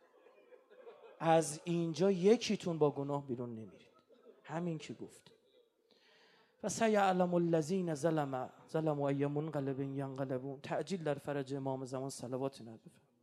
از اینجا یکیتون با گناه بیرون نمیرید. همین که گفت و سیعلم الذین ظلموا ای منقلب ینقلبون. تعجیل در فرج امام زمان صلوات نبی.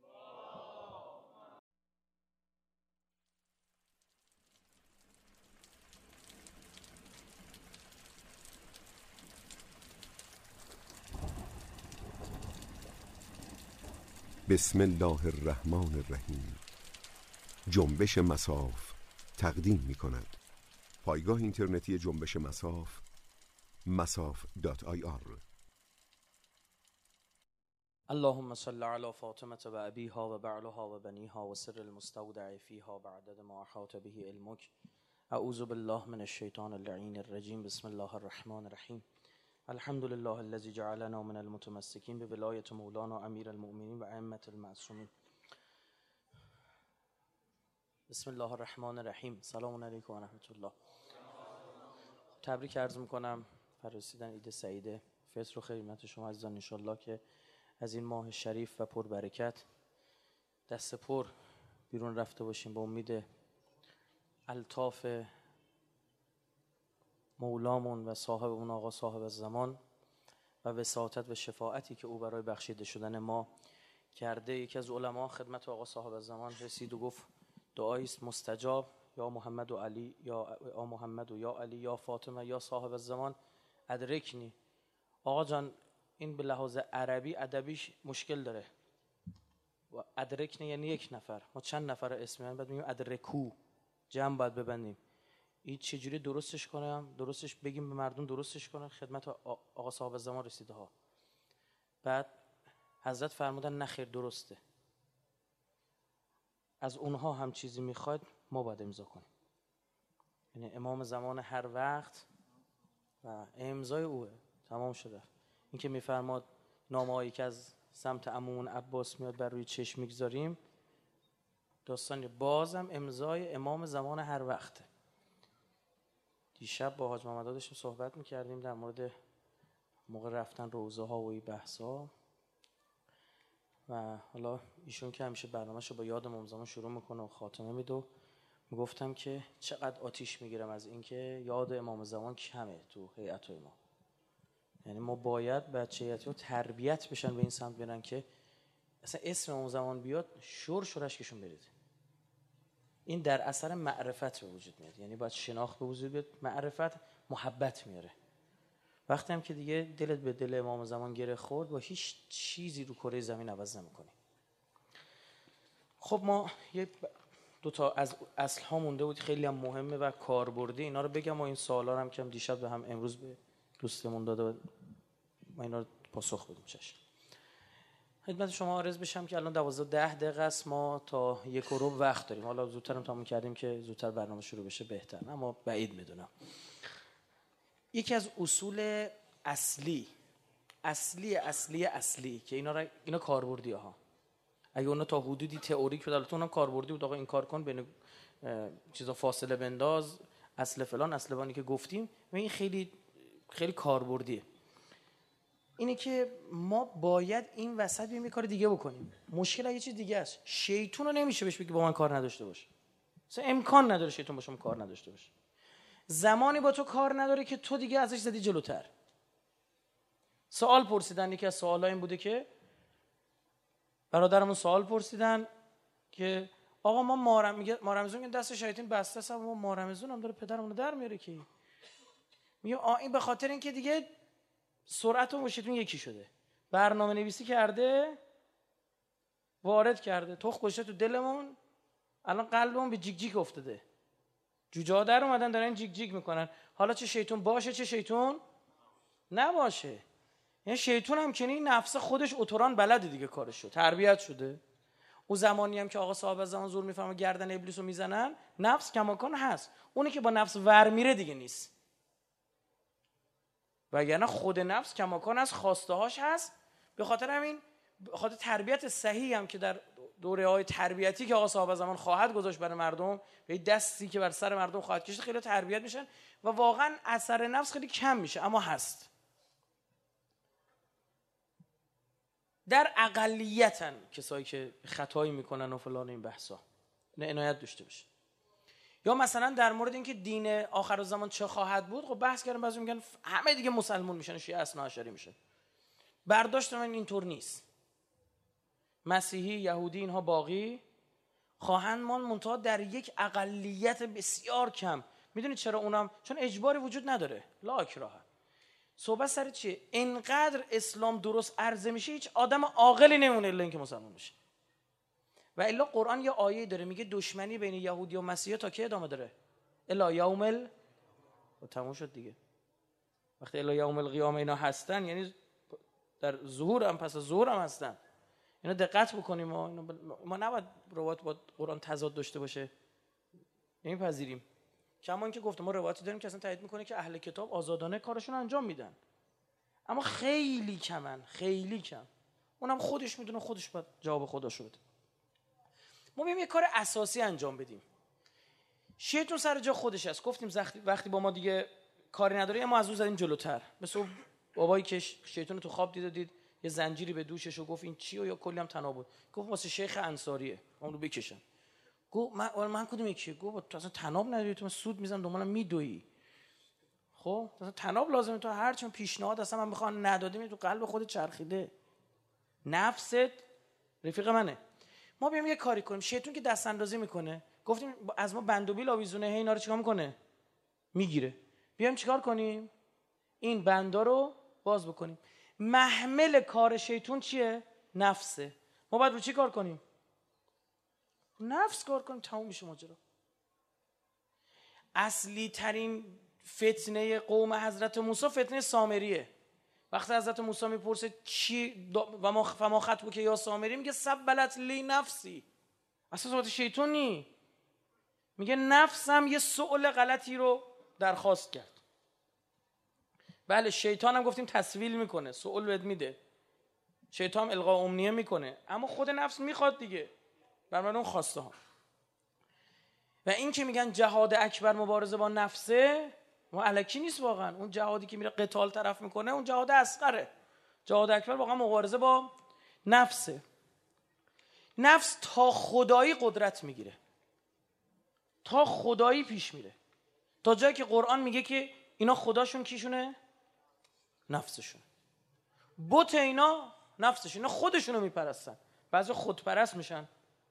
بسم الله الرحمن الرحیم. جنبش مصاف تقدیم می کند. پایگاه اینترنتی جنبش مصاف masaf.ir. اللهم صل علی فاطمه و ابیها و بعلها و بنیها و سر المستودع فیها بعدد ما احاط به علمک. اعوذ بالله من الشیطان اللعین الرجیم. بسم الله الرحمن الرحیم. الحمد لله الذي جعلنا من المتمسكين بولایت مولانا امیر المؤمنین و ائمة المعصومین. بسم الله الرحمن الرحیم. سلام علیکم و رحمت الله. تبریک عرض میکنم بر رسیدن عید سعید فطر و خدمت شما عزیزان. ان شاءالله که از این ماه شریف و پربرکت دست پر بیرون رفته باشیم با امید الطاف مولامون و صاحب اون آقا صاحب الزمان و وساطت و شفاعتی که او برای بخشیده شدن ما کرده. یکی از علما خدمت آقا صاحب الزمان رسید و گفت دعایی است مستجاب، یا محمد و علی یا محمد و یا علی یا فاطمه یا صاحب الزمان ادرکنی. آقا جان این به لحاظ عربی ادبیش مشکل داره و ادرکنی یعنی یک نفر، ما چند نفر اسم میاریم بعد میگیم ادرکو، جمع باید ببندیم. این چجوری درستش کنم؟ درستش بگیم به مردم درستش کنن. خدمت آقا صاحب الزمان رسیده ها. بعد حضرت فرمودن نخیر درسته، از اونها هم چیزی میخواد ما باید امضا کنیم. یعنی امام زمان هر وقت و امضای اوه تمام شده. این که میفرماد نامه‌ای که از سمت عمومون عباس میاد بر روی چشم میگذاریم، داستان بازم امضای امام زمان هر وقته. دیشب با حاج محمد داشتیم صحبت میکردیم در مورد موقع رفتن روضه ها و این بحثا و حالا ایشون که همیشه برنامه‌شو با یاد امام زمان شروع میکنه و خاتمه میده و میگفتم که چقدر آتیش میگیرم از اینکه یاد امام زمان کمه تو هیئت ما. یعنی ما باید بچه هیئتی تربیت بشن به این سمت برن که اصلا اسم امام زمان بیاد شور اشکشون برید. این در اثر معرفت به وجود میاد. یعنی باید شناخت به وجود بیاد، معرفت محبت میاره. وقتی هم که دیگه دلت به دل امام زمان گره خورد با هیچ چیزی رو کره زمین عوض نمی‌کنی. خب ما یه 2 تا از اصل ها مونده بود خیلی هم مهمه و کاربردی. اینا رو بگم و این سوالا رو هم که دیشب به هم امروز به دوستمون داده ما اینا رو پاسخ بدیم. چشم. خدمت شما عرض بشم که الان 12:10 است، ما تا 1:15 وقت داریم. حالا زودترم تموم کردیم که زودتر برنامه شروع بشه بهتر، اما بعید میدونم. یکی از اصول اصلی که اینا کاربردی ها، اگه اونا تا حدودی تئوریک بود، البته اونم کاربردی بود، آقا این کار کن، بین چیزا فاصله بنداز، اصل فلان اصل فلانی که گفتیم، و این خیلی خیلی کاربردیه. اینه که ما باید این وسط بیایم یه کار دیگه بکنیم. مشکل یه چیز دیگه است. شیطون رو نمیشه بهش بگی با من کار نداشته باشه. مثلا امکان نداره شیطون با شما کار نداشته باشه. زمانی با تو کار نداره که تو دیگه ازش زدی جلوتر. سوال پرسیدن، یکی از سوالا این بوده که برادرمون سوال پرسیدن که آقا ما مارمزون دست شیاطین بسته است، اما مارمزون هم داره پدرمون رو در میاره که میگه این به خاطر اینکه دیگه سرعت و شیطون یکی شده، برنامه نویسی کرده، وارد کرده، تخم گذاشته تو دلمون، الان قلبمون به جیک جیک افتاده، جوجه ها در اومدن دارن جیک جیک میکنن. حالا چه شیطون باشه چه شیطون نباشه، یعنی شیطون هم که این نفس خودش اتوران بلده دیگه، کارشو تربیت شده. اون زمانی هم که آقا صاحب زمان زور میفهمه گردن ابلیسو میزنن، نفس کماکان هست، اونی که با نفس ور میره دیگه نیست، وگرنه خود نفس کماکان از خواسته هاش هست. به خاطر همین، به خاطر تربیت صحیح هم که در دوره‌های تربیتی که آقا صاحب زمان خواهد گذاشت برای مردم، به دستی که بر سر مردم خواهد کشید، خیلی تربیت میشن و واقعا اثر نفس خیلی کم میشه، اما هست. در اقلیتن کسایی که خطایی میکنن و فلان این بحثا، نه عنایت داشته باشه. یا مثلا در مورد اینکه دین آخرالزمان چه خواهد بود، خب بحث کردن، بعضی میگن همه دیگه مسلمان میشن، شیعه اثناعشری میشن. برداشت من اینطور نیست. مسیحی، یهودی اینها باقی خواهند ماند، منتها در یک اقلیت بسیار کم. میدونید چرا اونم؟ چون اجباری وجود نداره، لا اکراه. صحبت سر چیه؟ اینقدر اسلام درست عرضه میشه هیچ آدم عاقلی نمونه الا اینکه مسلمان بشه. و الا قرآن یه آیه داره میگه دشمنی بین یهودی و مسیحی تا کی ادامه داره؟ الا یوم و تموم شد دیگه. وقتی الا یوم القیامه اینا هستن، یعنی در ظهور هم پس از ظهور هم هستن. اینا دقت بکنیم، ما نباید روایت با قرآن تضاد داشته باشه، نمیپذیریم. کما اینکه گفتم ما روایتی داریم که اصلا تایید میکنه که اهل کتاب آزادانه کارشون انجام میدن، اما خیلی کمن، خیلی کم. اونم خودش میدونه، خودش باید جواب خودش بده. ما بیایم یه کار اساسی انجام بدیم. شیطون سر جا خودش است. گفتیم وقتی با ما دیگه کاری نداره، ما از اون زدیم جلوتر. مثل بابایی که شیطون رو تو خواب دید یه زنجیری به دوشش و گفت این چیه، یا کلی هم تنابود، گفت واسه شیخ انصاریه، اون رو بکشن. گفت من کدوم یکیه؟ گفت تو اصلا تناب نداری، تو من سود میزنم دنبالم میدوئی. خب اصلا تناب لازمه، تو هر چون پیشنهاد اصلا من میخوام ندادیم تو قلب خودت چرخیده، نفست رفیق منه. ما بیایم یه کاری کنیم. شیطون که دست اندازی میکنه، گفتیم از ما بندوبیل آویزونه، هی اینا رو چیکار میکنه؟ میگیره. بیایم چیکار کنیم؟ این بندا رو باز بکنیم. محمل کار شیطون چیه؟ نفسه. ما باید رو چی کار کنیم؟ نفس کار کنیم، تموم میشه ماجرا. اصلی ترین فتنه قوم حضرت موسی فتنه سامریه. وقتی حضرت موسی میپرسه چی و ما خطبه که یا سامری، میگه سبلت لی نفسی. اصلا صحبت شیطون نی، میگه نفسم یه سؤال غلطی رو درخواست کرد. بله شیطان هم گفتیم تسویل میکنه، سؤال بهت میده، شیطان هم القا امنیه میکنه، اما خود نفس میخواد دیگه، برای اون خواسته ها. و این که میگن جهاد اکبر مبارزه با نفسه، ما الکی نیست واقعا. اون جهادی که میره قتال طرف میکنه اون جهاد اصغره. جهاد اکبر واقعا مبارزه با نفسه. نفس تا خدایی قدرت میگیره، تا خدایی پیش میره، تا جایی که قرآن میگه که اینا خداشون کیشونه؟ نفسشون. بت اینا نفسشون، اینا خودشونو میپرستن. بعضی خودپرست میشن،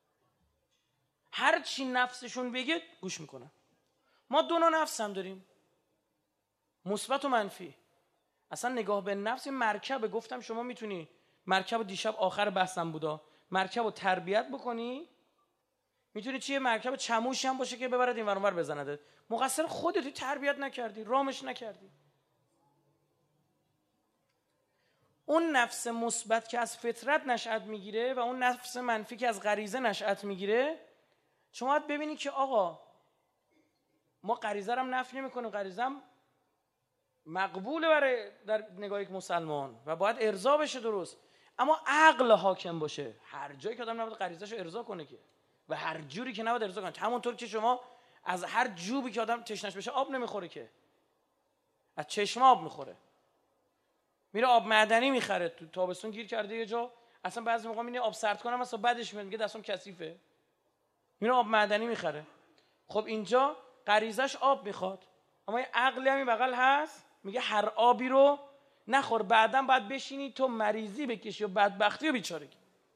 هر چی نفسشون بگه گوش میکنن. ما دو نوع نفس هم داریم، مثبت و منفی. اصلا نگاه به نفس این مرکبه. گفتم شما میتونی مرکب دیشب آخر بحثم بودا، مرکب رو تربیت بکنی، میتونی چیه؟ مرکب چموشی هم باشه که ببرد این ور اون ور بزنده. مقصر خودتی، تربیت نکردی، رامش نکردی. اون نفس مثبت که از فطرت نشأت میگیره و اون نفس منفی که از غریزه نشأت میگیره، شما باید ببینید که آقا ما غریزه رو هم نفی نمی‌کنیم، غریزه هم مقبوله برای در نگاه یک مسلمان و باید ارضا بشه درست، اما عقل حاکم باشه. هر جایی که آدم نباید غریزه‌شو ارضا کنه که و هر جوری که نباید ارضا کنه. همونطور که شما از هر جوبی که آدم تشنش بشه آب نمیخوره که، از چشمه آب میخوره، میره آب معدنی میخره. تو تابستون گیر کرده یه جا، اصلا بعضی موقع میبینی آب سرد کنم اصلا بعدش میاد میگه دستم کثیفه، میره آب معدنی میخره. خب اینجا غریزش آب میخواد، اما یه عقلی همین بغل هست میگه هر آبی رو نخور، بعداً باید بشینی تو مریضی بکشی و بدبختی و بیچارگی.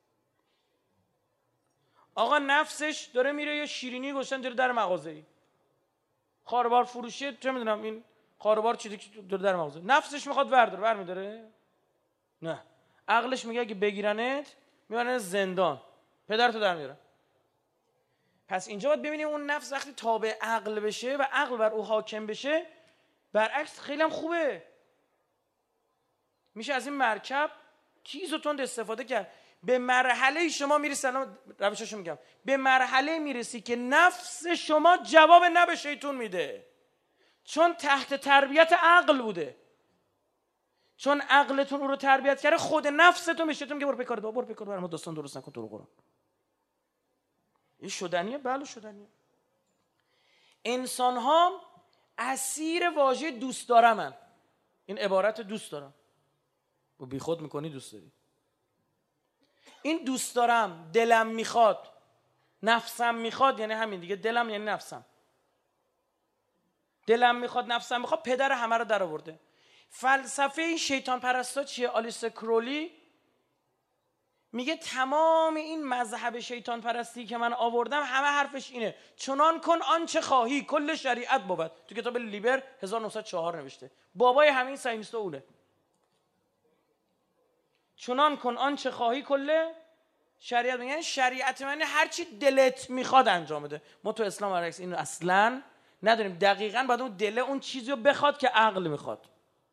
آقا نفسش داره میره یه شیرینی گشتن داره در مغازه‌ای، خاربار فروشی، چه میدونم این خاربار چیزی که داره در مغازه، نفسش میخواد ور میداره؟ نه، عقلش میگه اگه بگیرنت میبرن زندان، پدرتو در میارن. پس اینجا باید ببینیم اون نفس وقتی تابع عقل بشه و عقل بر او حاکم بشه، برعکس خیلی هم خوبه، میشه از این مرکب تیز و تند استفاده کرد. به مرحله شما میرسی، الان روششو میگم، به مرحله میرسی که نفس شما جواب نه به شیطون میده، چون تحت تربیت عقل بوده، چون عقلتون او رو تربیت کرده، خود نفستون به شیطون میگه برو بکار برو بکار برام داستان درست نکن تو رو قرآن. این شدنیه؟ بله شدنیه. انسان ها اسیر واژه دوست دارمن. این عبارت دوست دارم و بی خود میکنی دوست داری. این دوست دارم، دلم میخواد، نفسم میخواد، یعنی همین دیگه، دلم یعنی نفسم. دلم میخواد نفسم میخواد پدر همه رو در آورده. فلسفه این شیطان پرستا چیه؟ آلیس کرولی میگه تمام این مذهب شیطان پرستی که من آوردم همه حرفش اینه: چنان کن آنچه خواهی کل شریعت بود. تو کتاب لیبر 1904 نوشته، بابای همین ساینستا اونه. چنان کن آنچه خواهی کل شریعت، یعنی شریعت من هر چی دلت میخواد انجام بده. ما تو اسلام برعکس اینو اصلا نداریم، دقیقاً باید اون دل اون چیزی رو بخواد که عقل میخواد،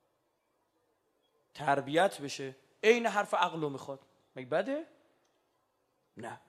تربیت بشه عین حرف عقل رو میخواد. مگه بده؟ نه.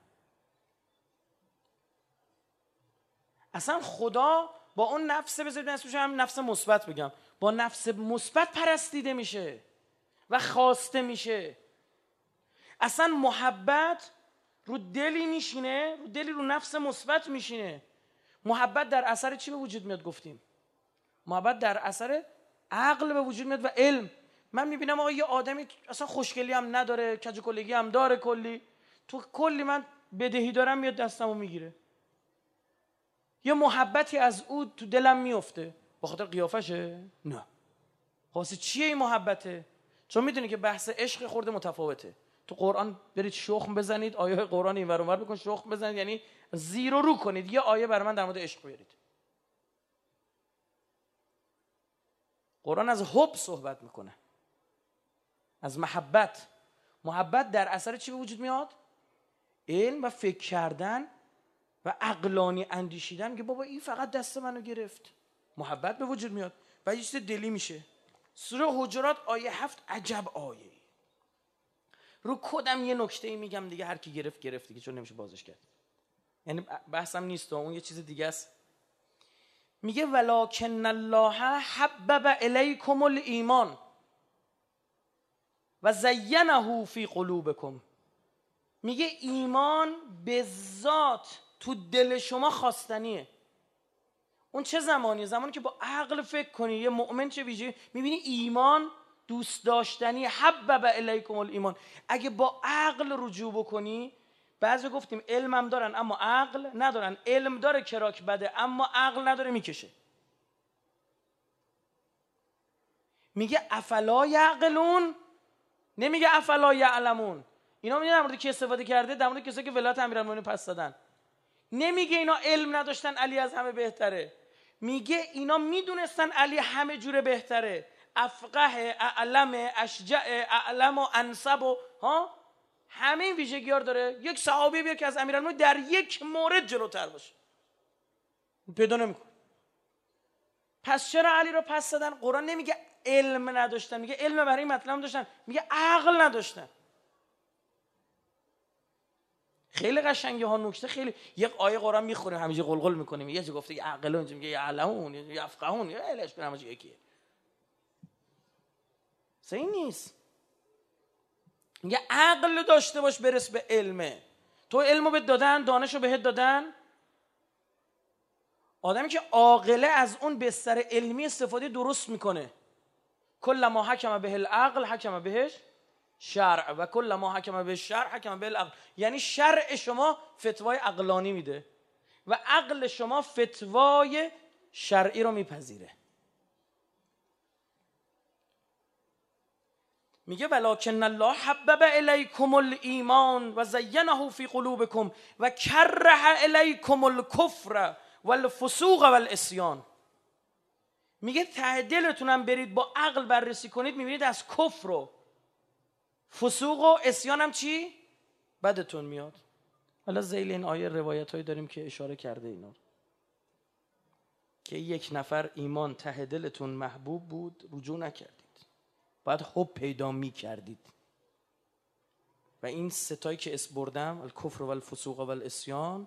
اصلا خدا با اون نفس، بذارید نفسش هم نفس مثبت بگم، با نفس مثبت پرستیده میشه و خواسته میشه. اصلا محبت رو دلی میشینه، رو دلی رو نفس مثبت میشینه. محبت در اثر چی به وجود میاد؟ گفتیم محبت در اثر عقل به وجود میاد و علم. من میبینم آقا یه آدمی اصلا خوشگلی هم نداره، کج و کلگی هم داره، تو کلی من بدهی دارم، میاد دستمو میگیره، یه محبتی از او تو دلم میفته. به خاطر قیافشه؟ نه. واسه چیه این محبته؟ چون میدونی که بحث عشق خورده متفاوته. تو قرآن برید شخم بزنید، آیه قرآن این ور اون ور بکن شخم بزنید، یعنی زیر و رو کنید، یه آیه برای من در مورد عشق بیارید. قرآن از حب صحبت میکنه، از محبت. محبت در اثر چی به وجود میاد؟ علم و فکر کردن و عقلانی اندیشیدن که بابا این فقط دست منو گرفت. محبت به وجود میاد و یه چیز دلی میشه. سوره حجرات آیه 7 عجب آیه. رو کدم یه نکته میگم دیگه، هر کی گرفت دیگه، چون نمیشه بازش کرد. یعنی بحثم نیست، اون یه چیز دیگه است. میگه ولکن الله حبب الیکم الایمان و زینه فی قلوبکم. میگه ایمان به ذات تو دل شما خواستنیه. اون چه زمانیه؟ زمانی که با عقل فکر کنی. یه مؤمن چه ویژه میبینی؟ ایمان دوست داشتنی. حبب الیکم الایمان. اگه با عقل رجوع بکنی، بعضی گفتیم علم هم دارن اما عقل ندارن، علم داره کراک بده اما عقل نداره میکشه. میگه افلا یعقلون، نمیگه افلا یعلمون. اینا میگه در مورد کی استفاده کرده؟ در مورد کسایی که ولایت امیرالمومنین پس دادن. نمیگه اینا علم نداشتن علی از همه بهتره، میگه اینا میدونستن علی همه جوره بهتره، افقه، اعلم، اشجع، اعلم و انسب و همه این ویژگی‌ها داره. یک صحابی بیاد که از امیرالمومنین در یک مورد جلوتر باشه، پیدا نمیکنه. پس چرا علی رو پس دادن؟ قرآن نمیگه علم نداشتن، میگه علم برای این مطلب داشتن، میگه عقل نداشتن. خیلی قشنگه ها، نکته خیلی. یک آیه قرآن میخوریم همینجوری قلقل میکنیم، یه جا گفته عقل، اونجا میگه یعلمون یفقهون، یا الهش به همش یکیه. صحیح نیست. میگه عقل داشته باش برس به علمه. تو علمو بهت دادن، دانشو بهت دادن. آدمی که عاقله از اون بستر علمی استفاده درست میکنه. کل ما حکم به العقل حکم بهش شرع و کل ما حکم به شرع حکم به العقل. یعنی شرع شما فتوای عقلانی میده و عقل شما فتوای شرعی رو میپذیره. میگه ولکن الله حبب الیکم الایمان و زینه فی قلوبکم و کره الیکم الکفر والفسوق والعصیان. میگه ته دلتونم برید با عقل بررسی کنید، میبینید از کفر و فسوق و عصیان هم چی؟ بدتون میاد. حالا ذیل این آیه روایت هایی داریم که اشاره کرده اینا که یک نفر ایمان ته دلتون محبوب بود، رجوع نکردید، باید حب پیدا میکردید. و این ستایی که اسم بردم، الکفر و الفسوق و العصیان،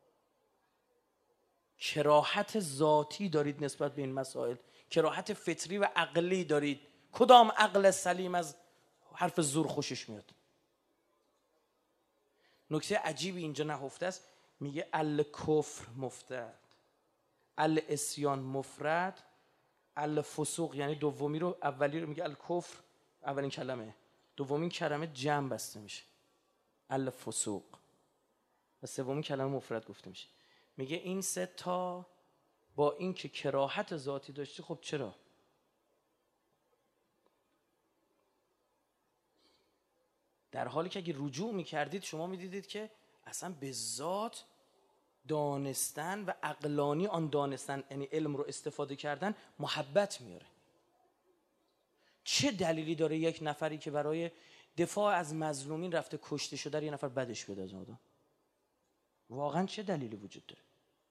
کراهت ذاتی دارید نسبت به این مسائل، کراهت فطری و عقلی دارید. کدام عقل سلیم از حرف زور خوشش میاد؟ نکته عجیبی اینجا نهفته است. میگه الکفر مفرد، العصیان مفرد، الفسوق یعنی دومی رو، اولی رو میگه الکفر اولین کلمه، دومین کلمه جمع بسته میشه الفسوق و سومین کلمه مفرد گفته میشه. میگه این سه تا با این که کراهت ذاتی داشتی، خب چرا؟ در حالی که اگه رجوع میکردید شما میدیدید که اصلا به ذات دانستن و عقلانی آن دانستن، یعنی علم رو استفاده کردن، محبت میاره. چه دلیلی داره یک نفری که برای دفاع از مظلومین رفته کشته شده یه نفر بدش بده از آدم؟ واقعا چه دلیلی وجود داره؟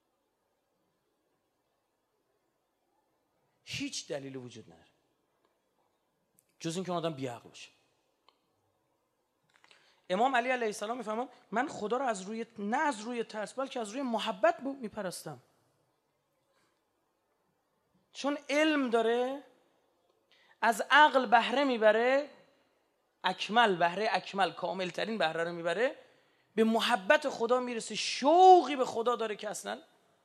هیچ دلیلی وجود نداره جز اینکه اون آدم بی‌عقل باشه. امام علی علیه السلام میفهمد من خدا رو از روی، نه از روی ترس بلکه از روی محبت میپرستم. چون علم داره، از عقل بهره میبره، اکمل بهره، اکمل کامل ترین بهره رو میبره، به محبت خدا میرسه، شوقی به خدا داره که اصلا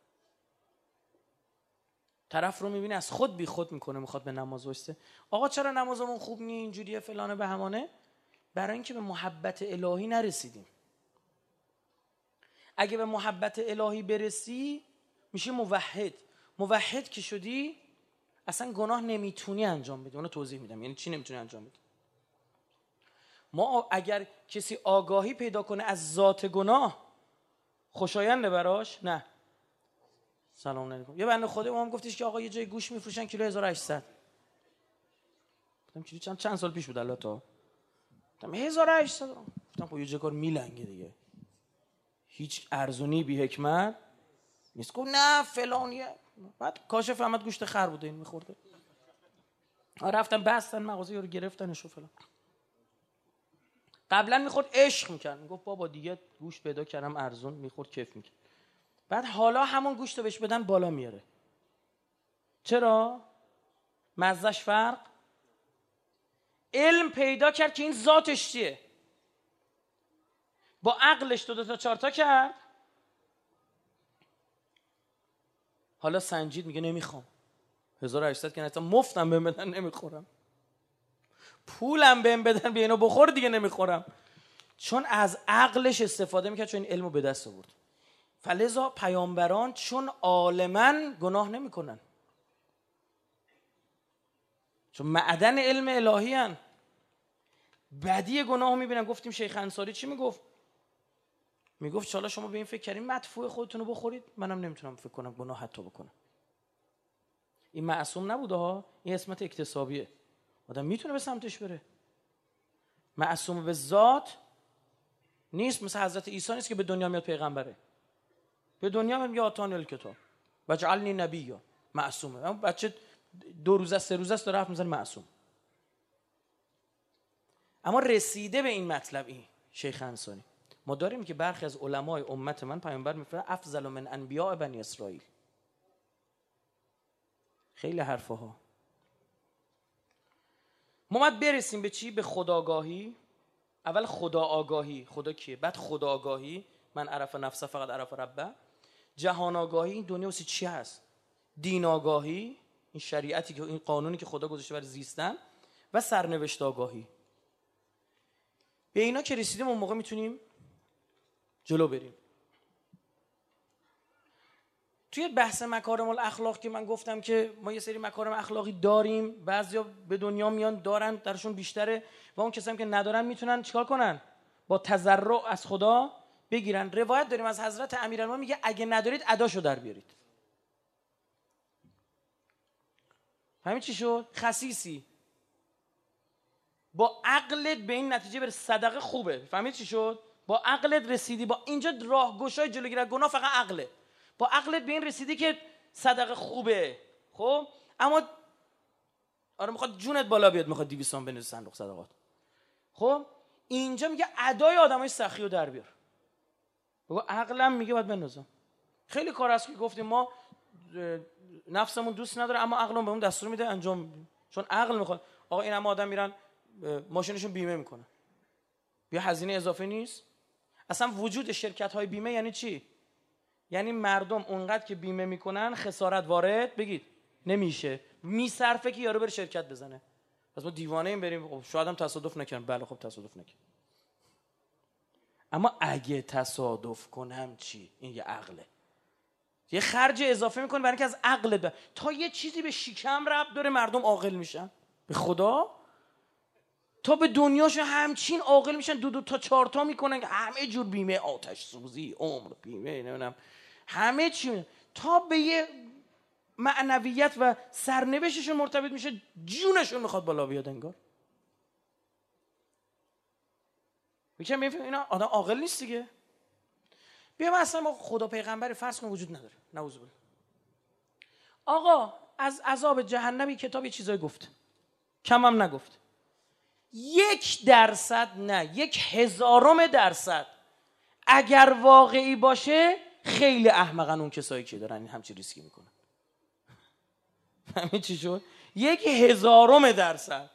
طرف رو میبینه از خود بی خود میکنه، میخواد به نماز وایسه. آقا چرا نمازمون خوب نی، اینجوریه فلانه بهمانه؟ برای اینکه به محبت الهی نرسیدیم. اگه به محبت الهی برسی میشه موحد. موحد که شدی اصلا گناه نمیتونی انجام بدی. اونو توضیح میدم یعنی چی نمیتونی انجام بدی. ما اگر کسی آگاهی پیدا کنه از ذات گناه، خوشاینده براش؟ نه. سلام علیکم. یه بنده خدا ما هم گفتیش که آقا یه جای گوش میفروشن کیلو 1800. گفتم کیلو چند سال پیش بود الله تا. گفتم 1800. گفتم خب یه جای کار میلنگه دیگه، هیچ ارزونی بی حکمت نیست. گفت نه فلانیه. بعد کاشف احمد گوشت خر بوده این میخورده. رفتن بستن مغازه رو گرفتنش و فلان. قبلا میخورد عشق میکرد، میگفت بابا دیگه گوشت پیدا کردم ارزون، میخورد کیف میکرد. بعد حالا همون گوشت رو بهش بدن بالا میاره. چرا؟ مزهش فرق. علم پیدا کرد که این ذاتش چیه، با عقلش 2 تا 4 تا کرد، حالا سنجید میگه نمیخوام. 1800 که نتا مفتم بهم بدن نمیخورم، پولم بهم بدن بیا اینو بخور دیگه نمیخورم. چون از عقلش استفاده میکرد، چون این علمو به دست آورد. فلذا پیامبران چون عالمن گناه نمیکنن، چون معدن علم الهی هن. بدی گناه میبینن. گفتیم شیخ انصاری چی میگفت؟ میگفت چالا شما به این فکر کردین مدفوع خودتون رو بخورید، منم نمیتونم فکر کنم گناه حتی بکنم. این معصوم نبوده ها، این اسمت اکتسابیه، آدم میتونه به سمتش بره. معصوم به ذات نیست. مثل حضرت عیسی نیست که به دنیا میاد پیغمبره، به دنیا میاد آتانی الکتاب و جعلنی نبیا. معصومه. اما بچه 2 روزه 3 روزه است داره حرف میزنه معصوم. اما رسیده به این مطلب این شیخ انصاری. ما داریم که برخی از علمای امت من پیامبر میفرماید افضل من انبیاء بنی اسرائیل. خیلی حرفها. ما باید برسیم به چی؟ به خداگاهی. اول خدا آگاهی، خدا کیه؟ بعد خدا آگاهی، من عرف نفسه فقط عرف ربه. جهان آگاهی، این دنیا واسه چی هست؟ دین آگاهی، این شریعتی که این قانونی که خدا گذاشته برای زیستن. و سرنوشت آگاهی. به اینا که رسیدیم اون موقع میتونیم جلو بریم. توی بحث مکارم الاخلاق که من گفتم که ما یه سری مکارم اخلاقی داریم، بعضیا به دنیا میان دارن، درشون بیشتره، و اون کسایی که ندارن میتونن چیکار کنن؟ با تضرع از خدا بگیرن. روایت داریم از حضرت امیرالمومنین میگه اگه ندارید اداشو در بیارید. همین چی شد؟ خسیسی با عقلت به این نتیجه بر صدقه خوبه. فهمید چی شد؟ با عقلت رسیدی، با اینجا راهگشای جلوگیری از گناه فقط عقله. با عقلت به این رسیدی که صدقه خوبه. خب اما آره میخواد جونت بالا بیاد، میخواد 200 تومن بنویسی صندوق صدقات. خب اینجا میگه ادای آدمای سخی رو در بیار. بگو عقلم میگه باید بنوزم. خیلی کار هست که گفتیم ما نفسمون دوست نداره اما عقلمون بهمون دستور میده انجام میدیم، چون عقل میخواد. آقا این هم آدم میرن ماشینشون بیمه میکنن، بیا هزینه اضافه نیست. اصلا وجود شرکت های بیمه یعنی چی؟ یعنی مردم اونقدر که بیمه میکنن خسارت وارد بگید نمیشه، میصرفه که یارو بره شرکت بزنه. پس ما دیوانه ایم بریم شاید هم تصادف نکنم. بله خب تصادف نکنم، اما اگه تصادف کنم چی؟ این یه عقله، یه خرج اضافه میکنه برای اینکه از عقل تا یه چیزی به شکم ربط داره مردم عاقل میشن. به خدا تا به دنیاشون همچین عاقل میشن، 2 تا 4 تا میکنن همه جور بیمه، آتش سوزی، عمر بیمه، نمیدونم همه چی، تا به یه معنویت و سرنوشتشون مرتبط میشه جونشون میخواد بالا بیاد انگار. میگم اینا آدم عاقل نیست دیگه. بیا مثلا ما خدا پیغمبر فرض کن وجود نداره، نعوذ بالله. آقا از عذاب جهنمی کتاب یه چیزایی گفت، کم هم نگفت. 1% نه 1/1000% اگر واقعی باشه خیلی احمقن اون کسایی که دارن این همچین ریسکی میکنن. همین چی شد؟ 1/1000%.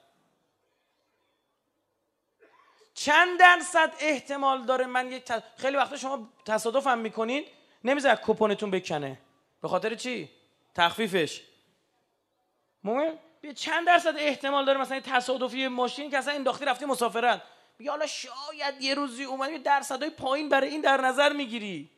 چند درصد احتمال داره من خیلی وقتا شما تصادف هم میکنین نمیذاره کوپونتون بکنه، به خاطر چی؟ تخفیفش. چند درصد احتمال داره مثلا تصادفی ماشین که اصلا انداختی رفتی مسافرت، میگه حالا شاید یه روزی اومدی درصدای پایین برای این در نظر میگیری.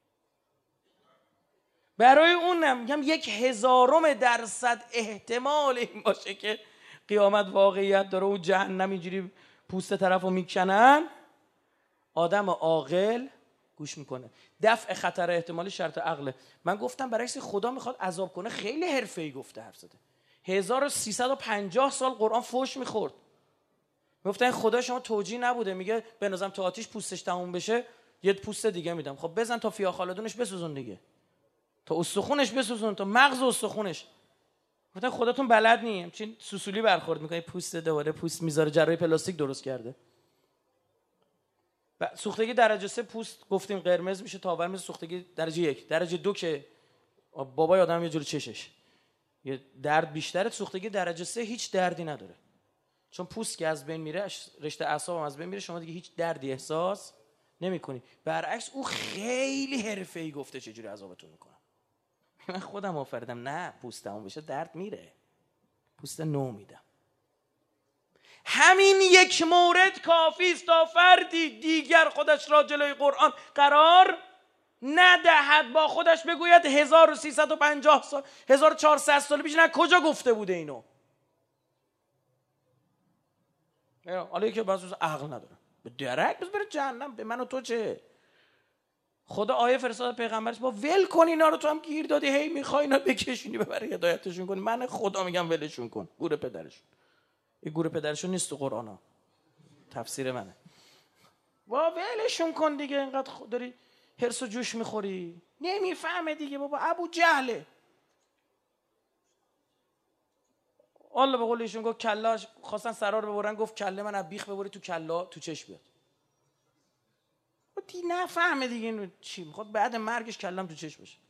برای اونم میگم 1/1000% احتمال این باشه که قیامت واقعیت داره و جهنم اینجوری پوست طرفو میکنن. آدم عاقل گوش میکنه. دفع خطر احتمالی شرط عقله. من گفتم برعکس خدا میخواد عذاب کنه خیلی حرفه‌ای گفته حرف زده. 1350 سال قرآن فحش میخورد. میگفتن خدا شما توجیه نبوده، میگه به نظرم تا آتیش پوستش تموم بشه یه پوست دیگه میدم. خب بزن تا فیا خالدونش بسوزون دیگه، تا استخونش بسوزون، تا مغز استخونش. گفتن خداتون بلد نی همچین سوسولی برخورد میکنه، پوست دوباره پوست میذاره، جراحی پلاستیک درست کرده. سوختگی درجه 3 پوست گفتیم قرمز میشه، تاور میشه. سوختگی درجه 1، درجه 2 که بابای آدم یه جوری چشش یه درد بیشتره. سوختگی درجه 3 هیچ دردی نداره، چون پوست که از بین میره رشته اعصاب هم از بین میره، شما دیگه هیچ دردی احساس نمیکنی. برعکس او خیلی حرفه‌ای گفته چجوری عذابتون میکنه. من خودم آفریدم نه پوستمون بشه درد میره، پوست نو میدم. همین یک مورد کافی است تا فردی دیگر خودش را جلوی قرآن قرار ندهد، با خودش بگوید 1350 سال 1400 سال پیش نه کجا گفته بوده اینو. حالا یکی بعضی عقل نداره به درک بس بره جهنم، به من و تو چه؟ خدا آیه فرستاد پیغمبرش با ول کن اینا رو، تو هم گیر دادی هی میخوای اینا بکشونی ببری هدایتشون کنی. من خدا میگم ولشون کن، گور پدرشون. این گور پدرشون نیست تو قرآن ها، تفسیر منه. با ولشون کن دیگه، اینقدر داری هرس و جوش میخوری. نمیفهمه دیگه بابا، ابو جهله. الله به قول ایشون گفت کلاش خواستن سرا رو ببرن، گفت کله من از بیخ ببری تو کلا تو چش بیاد. دی نفهمه دیگه اینو چی میخواد، بعد مرگش کلم تو چش بشه.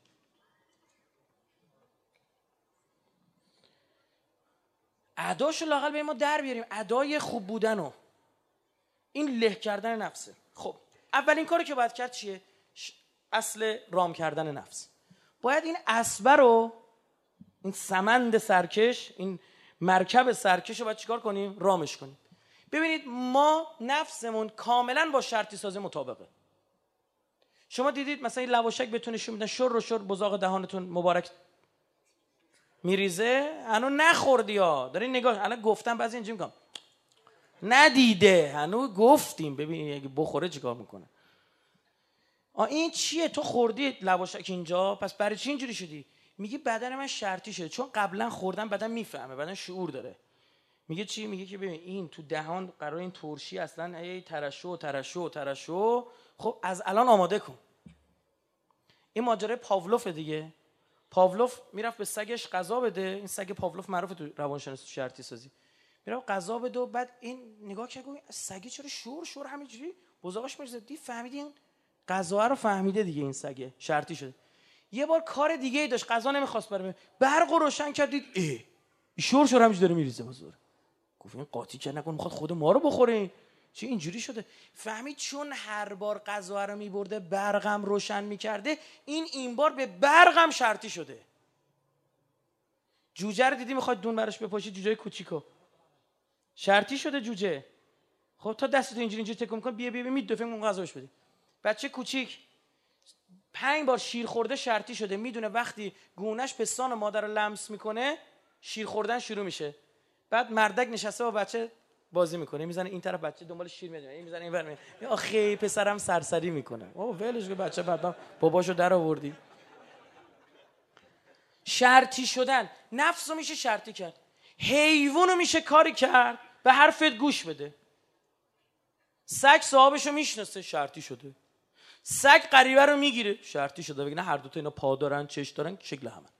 اداشو لااقل به ما در بیاریم، ادای خوب بودنو. این له کردن نفسه. خب اولین کاری که باید کرد چیه؟ اصل رام کردن نفس. باید این اسبه رو، این سمند سرکش، این مرکب سرکش رو باید چیکار کنیم؟ رامش کنیم. ببینید ما نفسمون کاملا با شرطی سازی مطابقه. شما دیدید مثلا این لواشک بتونه نشون میدن شر و شر بزاق دهانتون مبارک میریزه، هنو نخوردی ها، داری نگاه، الان گفتم بعضی اینجوری میگم ندیده، هنو گفتیم ببین اگه بخوره چیکار میکنه. این چیه؟ تو خوردی لواشک اینجا، پس برای چی اینجوری شدی؟ میگه بدن من شرطی شده، چون قبلا خوردم بدن میفهمه، بدن شعور داره. میگه چی؟ میگه که ببین این تو دهان قرار این ترشی اصلا ای ترشو خب از الان آماده کن. این ماجرای پاولوف دیگه. پاولوف میرفت به سگش غذا بده، این سگ پاولوف معروفه تو روانشناسی شرطی سازی، میرفت غذا بده و بعد این نگاه کرد گفت سگی چرا شور همینجوری بزاقش میریزه. دی فهمیدی این غذا رو فهمیده دیگه، این سگه شرطی شده. یه بار کار دیگه ای داشت، غذا نمیخواست بره، برق رو روشن کردید ای شور همینجوری داره میریزه بزرگ. گفت این قاطی که نکن میخواد خود ما رو بخوره، چی اینجوری شده؟ فهمید چون هر بار غذا رو میبرده برقم روشن میکرده، این بار به برقم شرطی شده. جوجه رو دیدی میخواد دون براش بپاشی، جوجه کوچیکو شرطی شده جوجه. خب تا دستتو اینجوری تکون میکنه بیا میدوفه اون غذاش بده. بچه کوچیک 5 بار شیر خورده شرطی شده، میدونه وقتی گونهش پستان مادر رو لمس میکنه شیر خوردن شروع میشه. بعد مردک نشسته با بچه بازی میکنه، میزنه این طرف بچه دنبال شیر میاد، این میزنه این ور میاد. آخه پسرم سرسری میکنه. ولش کن بچه بعد باباشو در آوردی. شرطی شدن نفسو میشه شرطی کرد، حیوانو میشه کاری کرد به حرفت گوش بده. سگ صاحبشو میشناسه شرطی شده، سگ غریبه رو میگیره شرطی شده، بگه نه هر دو تا اینا پا دارن چش دارن شکل همن،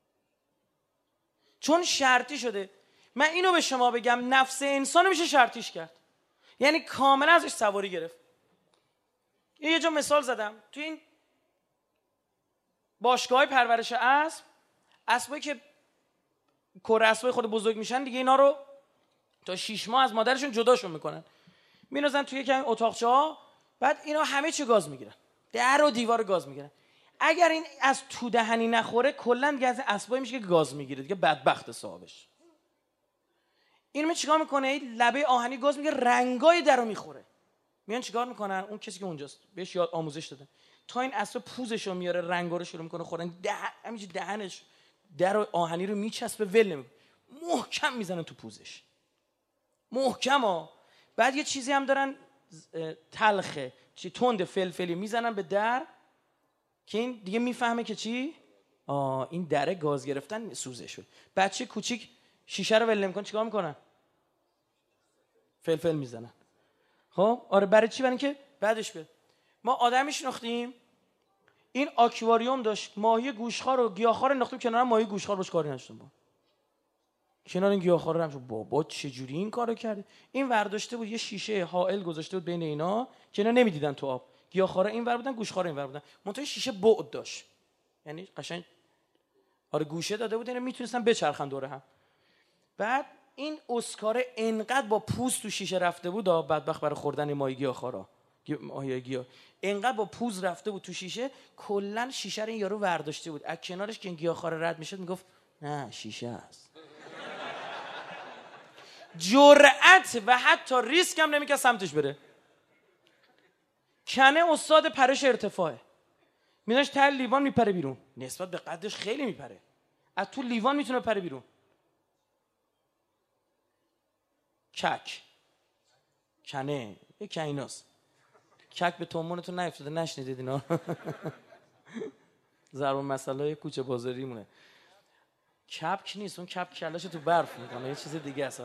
چون شرطی شده. من اینو به شما بگم نفس انسانو میشه شرطیش کرد، یعنی کاملا ازش سواری گرفت. یه جا مثال زدم تو این باشگاه‌های پرورش اسبایی که کره اسبای خود بزرگ میشن دیگه، اینا رو تا 6 ماه از مادرشون جداشون میکنن، مینازن توی یک اتاقچه‌ها، بعد اینا همه چی گاز میگیرن، در و دیوار گاز میگیرن. اگر این از تو دهنی نخوره کلا دیگه از اسبایی میشه که گاز میگیره دیگه، بدبخت صاحبش. اینو چیکار میکنه؟ این لبه آهنی گاز میگیره، رنگای درو میخوره. میان چیکار میکنن؟ اون کسی که اونجاست بهش یاد آموزش دادن تا این اسب پوزشو میاره رنگا رو شروع میکنه خوردن، همینجوری دهنش در آهنی رو میچسبه ول نمیکنه، محکم میزنن تو پوزش، محکما. بعد یه چیزی هم دارن تلخه چی تند فلفلی میزنن به در که این دیگه میفهمه که چی این دره گاز گرفتن سوزش شد. بچه کوچیک شیشه رو ول نمیکنه، چیکار میکنن؟ فلفل میزنن. خب آره برای چی؟ برای اینکه بعدش بیاد. ما آدمی شناختیم این آکواریوم داشت، ماهی گوشخوار و گیاهخوار انداختیم کنار، ماهی گوشخوار باش کاری نداشتم، با کنار این گیاهخوار هم شد. بابا چجوری این کارو کرده؟ این ورداشته بود یه شیشه حائل گذاشته بود بین اینا که اینا نمیدیدن تو آب، گیاهخوارا این ور بودن گوشخوارا این ور بودن، منتها شیشه بعد داشت، یعنی قشنگ آره گوشه داده بود اینا میتونستن بچرخن دوره هم. بعد این اسکار انقدر با پوست تو شیشه رفته بود، بدبخت برای خوردن ماهی گیاهخوارا، ماهی گیاه انقدر با پوز رفته بود تو شیشه، کلا شیشه رو این یارو ورداشته بود، از کنارش که این گیاهخوار رد میشد میگفت نه شیشه است. جرأت و حتی ریسک هم نمیکنه سمتش بره. کنه استاد پرش ارتفاعه، میذاش ته لیوان میپره بیرون، نسبت به قدش خیلی میپره، از تو لیوان میتونه پره بیرون. کک کنه یه کیناست، کک به تومونتون نیفتاده نشنیدید اینا؟ ضرب مسئله کوچه بازاری مونه. کپک نیست، اون کپک کلاشو تو برف میکنه، یه چیز دیگه است.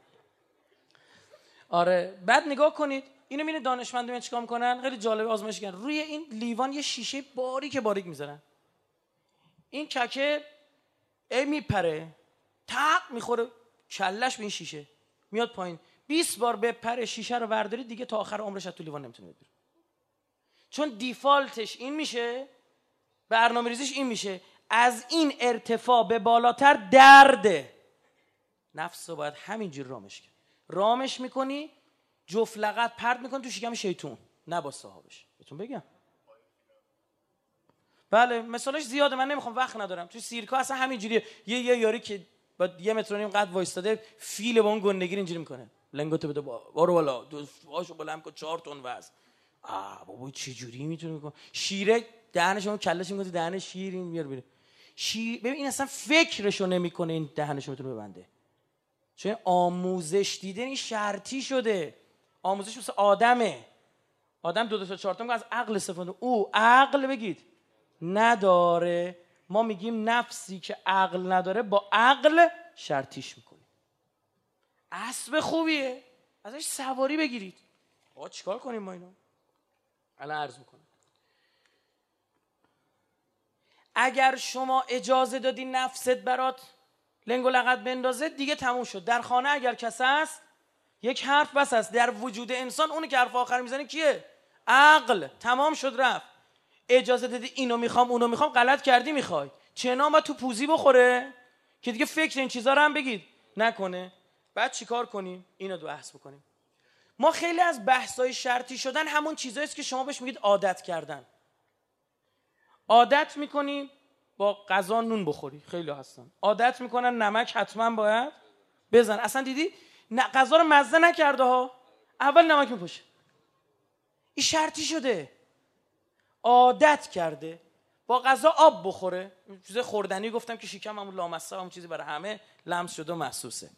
آره بعد نگاه کنید اینو میبینید دانشمندان چیکار میکنن، خیلی جالب آزمایش کردن، روی این لیوان یه شیشه باریک میذارن، این ککه میپره تق میخوره کلش به این شیشه میاد پایین. 20 بار به پر شیشه رو برداری دیگه تا آخر عمرش از تو لیوان نمیتونه بره، چون دیفالتش این میشه، برنامه‌ریزیش این میشه. از این ارتفاع به بالاتر درده. نفس رو باید همینجور رامش کرد. رامش میکنی جفت لغت پرت میکنی تو شکم شیطون، نه با صاحبش. بهتون بگم بله مثالش زیاده، من نمیخوام وقت ندارم. تو سیرکا اصلا همینجوریه، یه یاری که با 1 متر و نیم قد وایستاده، فیل با اون گندگیر اینجوری میکنه، لنگوتو بده بارو بالا، دواشو بلند کن 4 تن وزن. بابا چه جوری میتونه میکنه؟ شیره دهنش اون کلهش میگه دهن شیر این میاره بیره. ببین این اصلا فکرشو نمیکنه این دهنشو میتونه ببنده، چون آموزش دیده این شرطی شده. آموزش مثل آدمه. آدم 2 تا 4 تا از عقل استفاده، او عقل بگید نداره. ما میگیم نفسی که عقل نداره با عقل شرطیش میکنیم. اسب خوبیه ازش سواری بگیرید. آقا چیکار کنیم ما اینو؟ الان عرض میکنم. اگر شما اجازه دادی نفست برات لنگ و لغت بندازه دیگه تموم شد. در خانه اگر کس هست یک حرف بس هست. در وجود انسان اونی که حرف آخر میزنه کیه؟ عقل. تمام شد رفت. اجازه دادی اینو میخوام اونو میخوام، غلط کردی. میخوای چنا ما تو پوزی بخوره که دیگه فکر این چیزا رو هم بگید نکنه. بعد چیکار کنیم؟ اینو بحث بکنیم. ما خیلی از بحث‌های شرطی شدن همون چیزاییست که شما بهش میگید عادت کردن. عادت میکنیم با غذا نون بخوری، خیلی هستن عادت میکنن نمک حتما باید بزن. اصلا دیدی غذا رو مزه نکرده ها، اول نمک میپاشه. این شرطی شده، عادت کرده با غذا آب بخوره. چیز خوردنی گفتم که شکم همون لامصب همون چیزی برای همه لمس شده و محسوسه.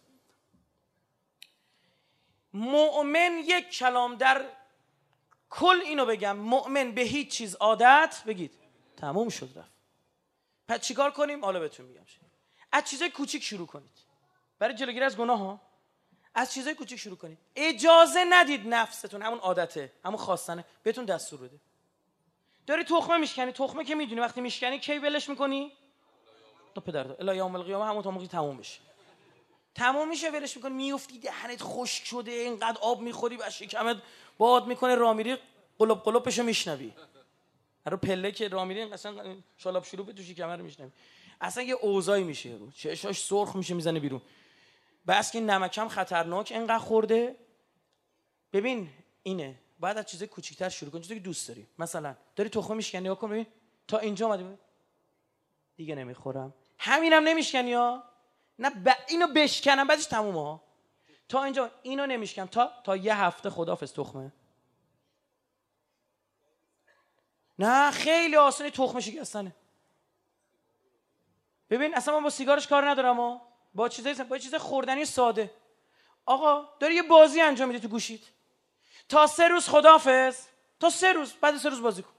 مؤمن یک کلام در کل اینو بگم، مؤمن به هیچ چیز عادت بگید تموم شد رفت. پس چیکار کنیم؟ حالا بهتون میگم. از چیزای کوچیک شروع کنید برای جلوگیری از گناه ها. از چیزای کوچیک شروع کنید. اجازه ندید نفستون همون عادته همون خواستنه بهتون دستور بده. داری تخمه میشکنی، تخمه که میدونی وقتی میشکنی کی ولش میکنی؟ تو پدر الا یوم القیامه همون تا موقعی تموم بشه. تموم میشه ولش میکنی، میافتی دهنت خشک شده، اینقدر آب میخوری و شکمت باد میکنه، راه میری قلوب قلوبشو میشنوی. رو پله که راه میری اصلا شالاب شلوغ تو شکم رو میشنوی. اصلا یه اوضاعی میشه، رو چشاش سرخ میشه میزنه بیرون. بس که نمکم خطرناک اینقدر خورده. ببین اینه، بعد از چیزای کوچیک‌تر شروع کن، چیزی که دوست داری. مثلا داری تخم میشکنی، نگاه کن ببین تا اینجا اومدی دیگه نمیخورم. همینم نمیشکنی ها، نه اینو بشکنم بعدش تمومه ها. تا اینجا اینو نمیشکنم تا یه هفته خداحافظ تخمه. نه خیلی آسونه تخم شکستنه. ببین اصلا من با سیگارش کار ندارم ها، با چیز خوردنی ساده. آقا داری یه بازی انجام میدی تو گوشیت، تا 3 روز خداحافظ، تا 3 روز، بعد 3 روز بازی کن.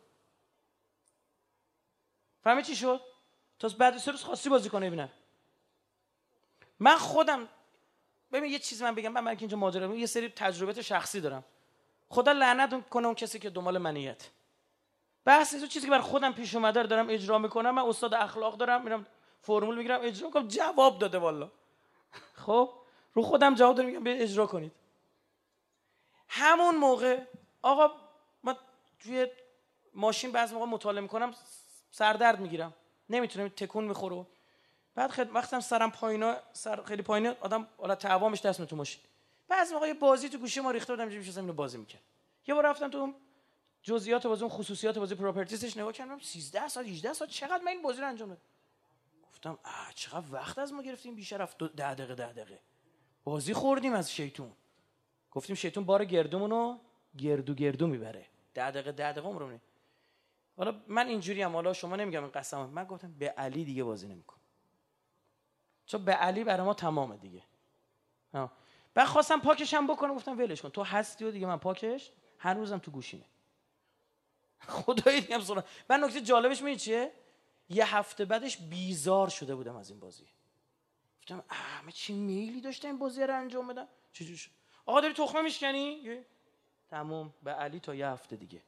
فهمی چی شد؟ تا بعد 3 روز خاصی بازی کنه. ببینم من خودم، ببین یه چیز من بگم، من که اینجا ماجرا یه سری تجربیات شخصی دارم. خدا لعنت کنه اون کسی که دنبال منیت. بس این چیزی که بر خودم پیش اومده دارم اجرا میکنم. من استاد اخلاق دارم، میرم فرمول میگیرم اجرا میکنم، جواب داده والا. خب رو خودم جواب دادم، میگم به اجرا کنید. همون موقع آقا من توی ماشین بعضی موقع مطالعه میکنم سردرد میگیرم، نمیتونم، تکون میخوره. بعد وقتم سرم پایینا، سر خیلی پایینه، آدم حالا تعوامش دست میاد تو ماشین. بعضی موقع یه بازی تو گوشی ما ریخته بودم اینجوری میشستم اینو بازی میکرد. یه بار رفتم تو جزئیات بازی، اون خصوصیات بازی، پراپرتیزش نگاه کردم، 13 ساعت 18 ساعت چقدر من این بازی رو انجام دادم. گفتم چقدر وقت از ما گرفتیم، بیشتر رفت 10 دقیقه بازی خوردیم از شیطون. گفتیم شیطون بار گردومونو گردو میبره. 10 دقیقه عمرمونه. حالا من اینجوری ام، حالا شما نمیگم این قسم، من گفتم به علی دیگه بازی نمیکنم، چون به علی برای ما تمامه دیگه. بعد خواستم پاکش هم بکنم، گفتم ولش کن تو هستی و دیگه من پاکش هنوزم تو گوشیمه. خدایی دیگه هم من نکته جالبش میگه چیه؟ یه هفته بعدش بیزار شده بودم از این بازی. گفتم من چی میلی داشتم این بازی رو انجام بدم. چجوری شد؟ آقا داری تخمه میشکنی؟ تموم، به علی تا یه هفته دیگه.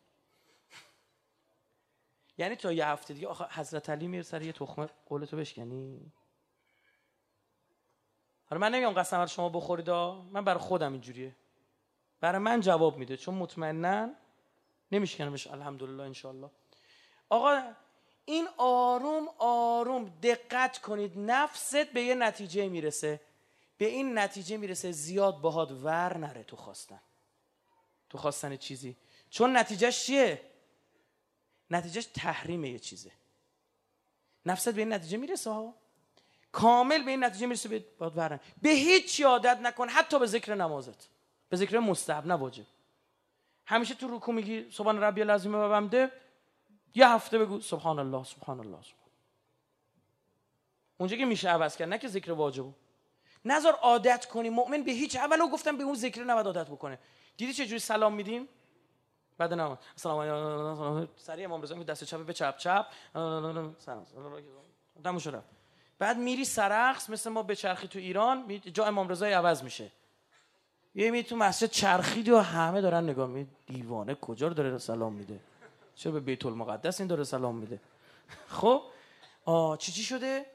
یعنی تا یه هفته دیگه آخه حضرت علی میره سر یه تخمه قولتو بشکنی. حالا من نمیگم قسم رو شما بخورید، من برای خودم اینجوریه، برای من جواب میده، چون مطمئناً نمیشکنمش الحمدلله انشالله. آقا این آروم آروم دقت کنید، نفست به یه نتیجه میرسه، به این نتیجه میرسه زیاد باهات ور نره تو خواستن چیزی، چون نتیجهش چیه؟ نتیجهش تحریم یه چیزه. نفست به این نتیجه میرسه ها، کامل به این نتیجه میرسه باهات ور نره. به هیچ عادت نکن، حتی به ذکر نمازت، به ذکر مستحب نه واجب. همیشه تو رکوع میگی سبحان ربی العظیم و بحمده، یه هفته بگو سبحان الله سبحان الله سبحان. اونجا که میشه عوض کرد، نه که ذکر واجبو. نذار عادت کنی. مؤمن به هیچ، اولو گفتم به اون ذکر نباید عادت بکنه. دیدی چه جوری سلام میدیم؟ بعد نماز سلام علیکم، سریع امام رضا دست چپ به چپ چپ سلام تموم شد. بعد میری سرخس، مثل ما به چرخی تو ایران، جا امام رضا عوض میشه. یه می تو مسجد چرخید و همه دارن نگاه می، دیوانه کجا رو داره سلام میده؟ چرا به بیت المقدس این داره سلام میده؟ خب چی شده؟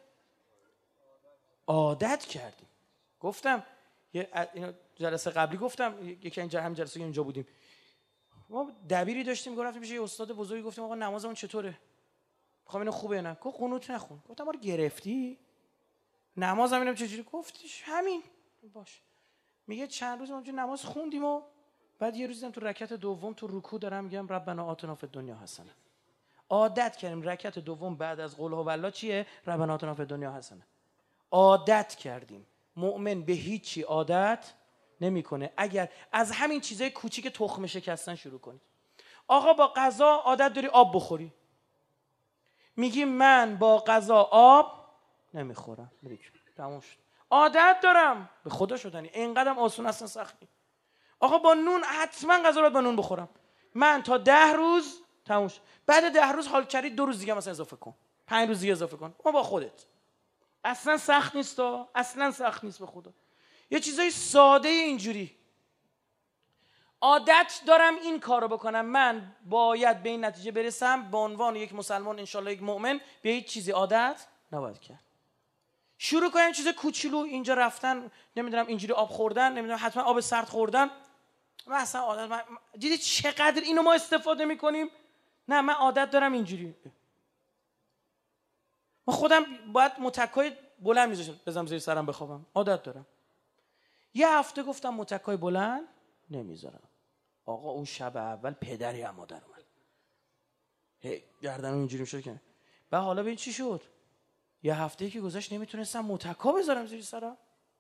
عادت کردیم. گفتم اینو جلسه قبلی گفتم، یکی این هم جلسه اینجا بودیم، ما دبیری داشتیم، گفتم پیش یه استاد بزرگی، گفتیم آقا نمازمون چطوره؟ میخوام اینو خوبه نه؟ گفت قنوت نخون. گفتم ما رو گرفتی؟ نمازم اینم چجوری؟ گفتیش همین باش. میگه چند روز ما اونجا نماز خوندیم و بعد یه روزی تو رکعت دوم تو رکوع دارم میگم ربنا آتنا فی الدنیا حسنه. عادت کردیم رکعت دوم بعد از قل هو الله چیه؟ ربنا آتنا فی الدنیا حسنه. عادت کردیم. مؤمن به هیچی عادت نمیکنه اگر از همین چیزای کوچیک تخم شکستن شروع کنید. آقا با غذا عادت داری آب بخوری، میگی من با غذا آب نمیخورم، تموم شد. عادت دارم، به خدا شدنی اینقدرم آسون اصلا سختی. آقا با نون حتما غذا رو با نون بخورم، من تا 10 روز تموم شد. بعد 10 روز حال کردی 2 روز دیگه مثلا اضافه کن، 5 روز دیگه اضافه کن، اون با خودت. اصلا سخت نیست، اصلا سخت نیست به خدا. یه چیزای ساده اینجوری عادت دارم این کارو بکنم، من باید به این نتیجه برسم. به عنوان یک مسلمان انشالله یک مؤمن به هیچ چیزی عادت نباید کرد. شروع کنیم چیز کوچولو، اینجا رفتن نمیدونم اینجوری آب خوردن، نمیدونم حتما آب سرد خوردن. من اصلا عادت دیدی چقدر اینو ما استفاده میکنیم؟ نه من عادت دارم اینجوری. من خودم باید متکای بلند میذاشم بزنم زیر سرم بخوابم، عادت دارم. یه هفته گفتم متکای بلند نمیذارم. آقا اون شب اول پدری هم مادر اومد، گردنم اینجوری میشد که بعد حالا ببین چی شد. یه هفته‌ای که گذشت نمیتونستم متکا بذارم زیر سرم.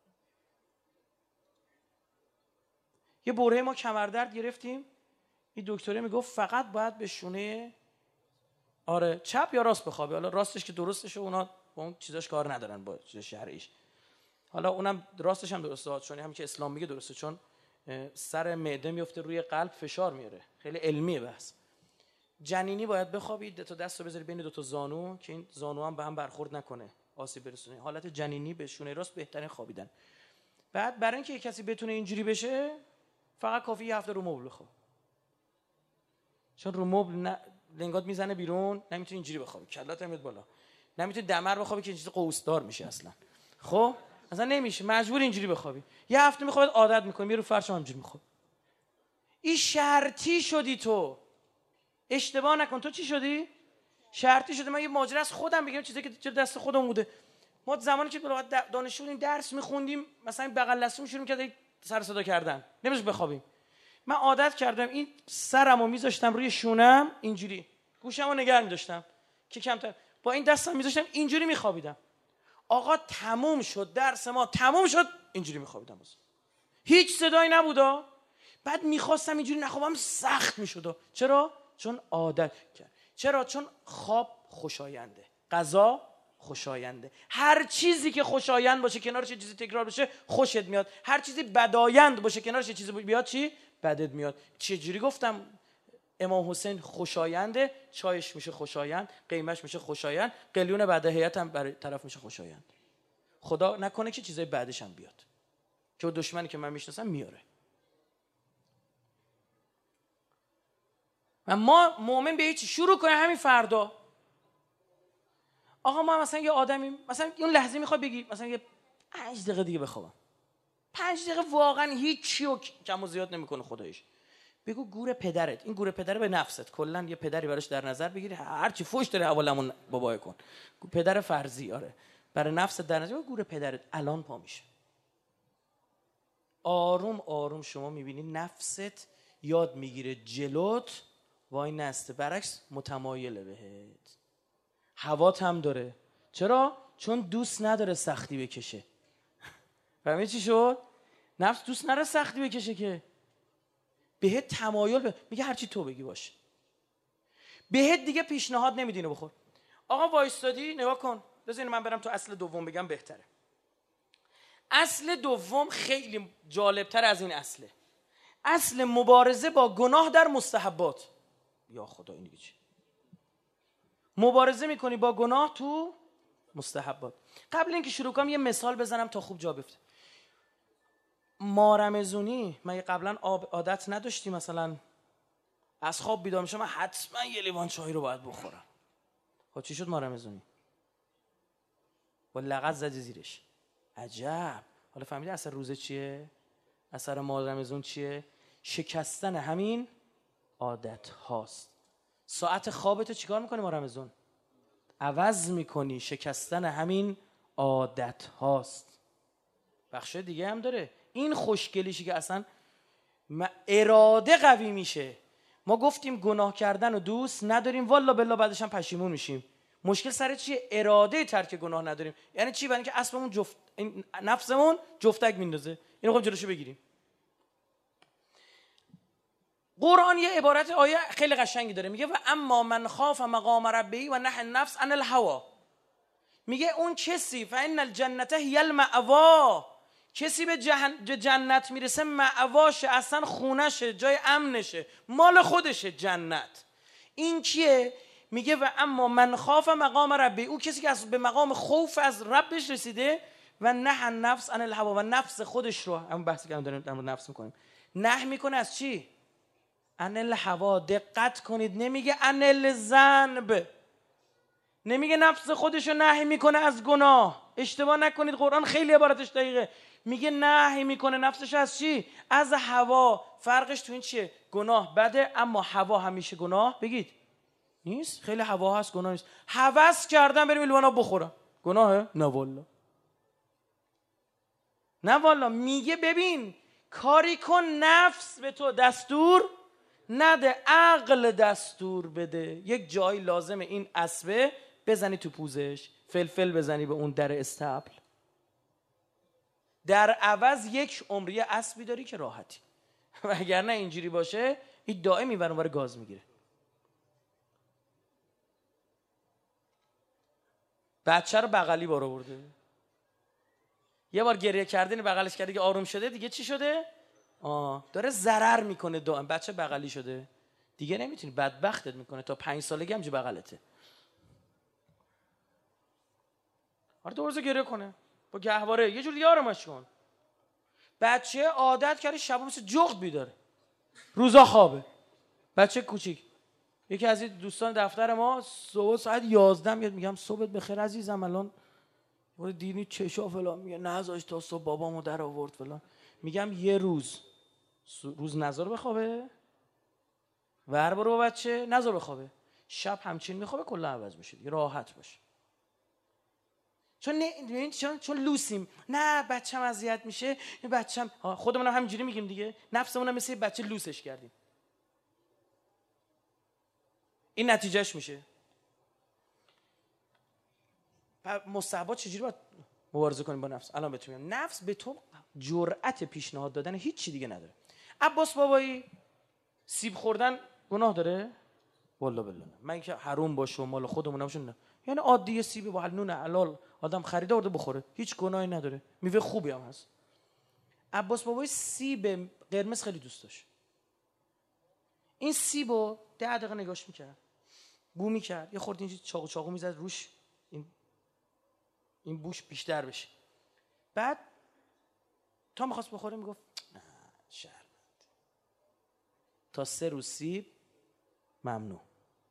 یه برهه ما کمردرد گرفتیم، این دکتره میگفت فقط باید به شونه چپ یا راست بخوابی. حالا راستش که درستشه، اونا با اون چیزاش کار ندارن با چیز شرعیش. حالا اونم راستش هم درسته، چون همین که اسلام میگه درسته، چون سر معده میفته روی قلب فشار میاره. خیلی علمیه بحث. جنینی باید بخوابید، دو تا دستو بذاری بین دو تا زانو که این زانو هم به هم برخورد نکنه، آسیب برسونه. حالت جنینی به شونه راست بهترین خوابیدن. بعد برای اینکه کسی بتونه اینجوری بشه فقط کافی یه هفته رو مبل بخواب، چون رو مبل لنگات میزنه بیرون، نمیتونی اینجوری بخوابی، کلات میاد بالا، نمیتونی دمر بخوابی که این چیز قوسدار میشه اصلا. خب اصلا نمیشه، مجبور اینجوری بخوابی. یه هفته میخواد عادت میکنی، رو فرش هم اینجوری میخواب. این شرطی شدی تو. اشتباه نکن. تو چی شدی؟ شرطی شدی. من یه ماجرا از خودم بگم، چیزی که چه دست خودم بوده. ما زمانی که دانشجو بودیم درس میخوندیم، مثلا بغل دستم شروع می‌کرد سر صدا کردن، نمیشه بخوابیم. من عادت کردم این سرمو میذاشتم روی شونم اینجوری، گوشمو نگه می‌داشتم که کمتر، با این دستم میذاشتم اینجوری میخوابیدم. آقا تموم شد درس ما، تموم شد اینجوری میخوابیدم، هیچ صدایی نبودا. بعد میخواستم اینجوری نخوابم، سخت میشد. چرا؟ چون عادت کرد. چرا؟ چون خواب خوشاینده، غذا خوشاینده. هر چیزی که خوشایند باشه کنارش چیزی تکرار بشه خوشت میاد. هر چیزی بدایند باشه کنارش چیزی بیاد چی؟ بدت میاد. چجوری گفتم امام حسین خوشاینده، چایش میشه خوشایند، قیمش میشه خوشایند، قلیون بعد هیئت هم برای طرف میشه خوشایند. خدا نکنه که چیزای بعدش هم بیاد که دشمنی که من میشناسم میاره. و ما مؤمن به هیچ شروع کنه همین فردا. آقا ما مثلا یه آدمی، مثلا اون لحظه میخواد بگی مثلا یه 5 دقیقه دیگه بخوابم. 5 دقیقه واقعا هیچی رو کم و زیاد نمیکنه خداییش. بگو گور پدرت، این گور پدر به نفست، کلا یه پدری براش در نظر بگیری، هر چی فوش داره حوالمون بابای کن، پدر فرضی. آره برای نفست در نظر گور پدرت الان پا میشه. آروم آروم شما میبینی نفست یاد میگیره جلوت وای نسته، برعکس متمایله بهت. هوات هم داره. چرا؟ چون دوست نداره سختی بکشه. فهمی چی شد؟ نفس دوست نداره سختی بکشه که بهت تمایل میگه هرچی تو بگی باشه. بهت دیگه پیشنهاد نمیدینه بخور. آقا وایستادی نگاه کن، بذارین من برم تو اصل دوم بگم بهتره. اصل دوم خیلی جالبتر از این اصله. اصل مبارزه با گناه در مستحبات. یا خدا این دیگه چی؟ مبارزه میکنی با گناه تو مستحبات. قبل اینکه شروع کنم یه مثال بزنم تا خوب جا بیفته. ما رمضونی مگه قبلا عادت نداشتی مثلا از خواب بیدار میشم من حتما یه لیوان چای رو باید بخورم؟ خب چی شد ما رمضونی؟ با لغت زدی زیرش. عجب. حالا فهمیدی اثر روزه چیه؟ اثر ما رمضون چیه؟ شکستن همین عادت هاست. ساعت خوابتو چیکار میکنی ما رمضون؟ عوض میکنی. شکستن همین عادت هاست. بخش دیگه هم داره. این خوشگلیشی که اصلا اراده قوی میشه. ما گفتیم گناه کردن و دوست نداریم، والا بالله بعدش هم پشیمون میشیم. مشکل سر چیه؟ اراده ترک گناه نداریم. یعنی چی؟ برای اینکه اسبمون نفسمون جفتک میندازه. اینو خب جلوشو بگیریم. قرآن یه عبارت آیه خیلی قشنگی داره، میگه و اما من خاف مقام ربی و نهى النفس عن الهوى. میگه اون کسی فإن الجنة هی المأوا، کسی به جنت میرسه مأواشه، اصلا خونشه، جای امنشه، مال خودشه جنت. این کیه؟ میگه و اما من خاف مقام ربی، او کسی که به مقام خوف از ربش رسیده و نهى النفس عن الهوى، و نفس خودش رو، همون بحثی که داریم در مورد نفس میکنیم، نهی میکنه از چی؟ عن الهوى. دقت کنید، نمیگه عن الذنب، نمیگه نفس خودشو نهی میکنه از گناه. اشتباه نکنید، قرآن خیلی عبارتش دقیقه. میگه نهی میکنه نفسش از چی؟ از هوا. فرقش تو این چیه؟ گناه بده اما هوا همیشه گناه بگید نیست. خیلی هوا هست گناه نیست. هوس کردن بریم لیوان آب بخورم گناهه؟ نه والله، نه والله. میگه ببین کاری کن نفس به تو دستور نده، عقل دستور بده. یک جایی لازمه این اسبه بزنی تو پوزش، فلفل بزنی به اون در استبل، در عوض یک عمری اسبی داری که راحتی. و اگر نه اینجوری باشه این دائم این ور گاز میگیره. بچه رو بغلی بار آورده، یه بار گریه کردین بغلش کردی که آروم شده، دیگه چی شده؟ داره ضرر میکنه دائم. بچه بغلی شده دیگه نمیتونی، بدبختت میکنه تا 5 سالگی همچه بغلته. آره دوباره گریه کنه با گهواره یه جور دیگه آرامش کن. بچه عادت کرده شبا مثل جغد بیداره، روزا خوابه. بچه کوچیک، یکی از این دوستان دفتر ما صبح ساعت 11 میاد، میگم صبحت بخیر عزیزم، الان دینی چشا فلان، میگه نذاش تا صبح بابامو در آورد فلان. میگم یه روز نذار بخوابه، ور برو با بچه نذار بخوابه، شب همچین میخوابه، کلا عوض میشه دیگه، راحت باشه. چون لوسیم، نه بچه‌م اذیت میشه، بچه‌م. خودمون هم همینجوری میگیم دیگه، نفسمون هم مثل بچه لوسش کردیم. این نتیجهش میشه. مستحبات چجوری باید مبارزه کنیم با نفس؟ الان بهتون میگم. نفس به تو جرأت پیشنهاد دادن هیچ چی دیگه نداره. عباس بابایی سیب خوردن گناه داره؟ والله بالله نه. من که حرام باشه و مال خودمون نباشه نه. یعنی عادیه سیب با نون حلال آدم خریده آورده بخوره، هیچ گناهی نداره، میوه خوبی هم هست. عباس بابایی سیب قرمز خیلی دوست داشت. این سیبو 10 دقیقه نگاش میکرد، بو میکرد، یه خورده اینجوری چاقو میزد روش، این بوش بیشتر بشه. بعد تا میخواست بخوره میگفت نه شرمند، تا 3 روز سیب ممنوع.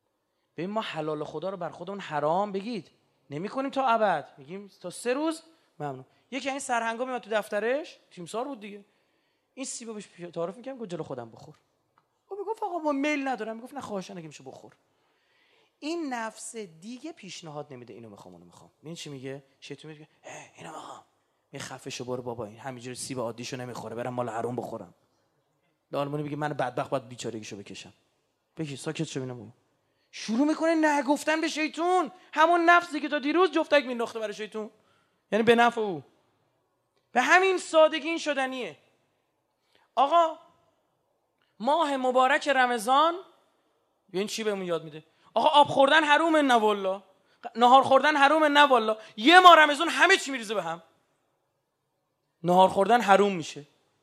ببین ما حلال خدا رو بر خودمون حرام بگید نمی کنیم تا ابد، میگیم تا 3 روز ممنون. یکی این سرهنگا میاد تو دفترش، تیمسار بود دیگه، این سیبو بهش تعارف می‌کردم، گفت جلو خودم بخور. او میگفت آقا ما میل ندارم، میگفت نه خواهشاً اگه میشه بخور. این نفس دیگه پیشنهاد نمیده اینو میخوام اونو میخوام. ببین چی میگه؟ شیطون میگه اینو میخوام. می خفه شو برو بابا، این همینجوری سیب عادیشو نمیخوره، برم مال حروم بخورم. آلمانی میگه من بدبخت باید بیچارگیشو بکشم. بگی ساکت شو ببینم. شروع میکنه نگفتن به شیطون، همون نفسی که تا دیروز جفتک مینداخته برای شیطون، یعنی به نفع او. به همین سادگی این شدنیه. آقا ماه مبارک رمضان ببین چی بهمون یاد میده. آقا آب خوردن حرومه نه والله، نهار خوردن حرومه نه والله. یه ماه رمضان همه چی میریزه به هم. نهار خوردن حروم میشه،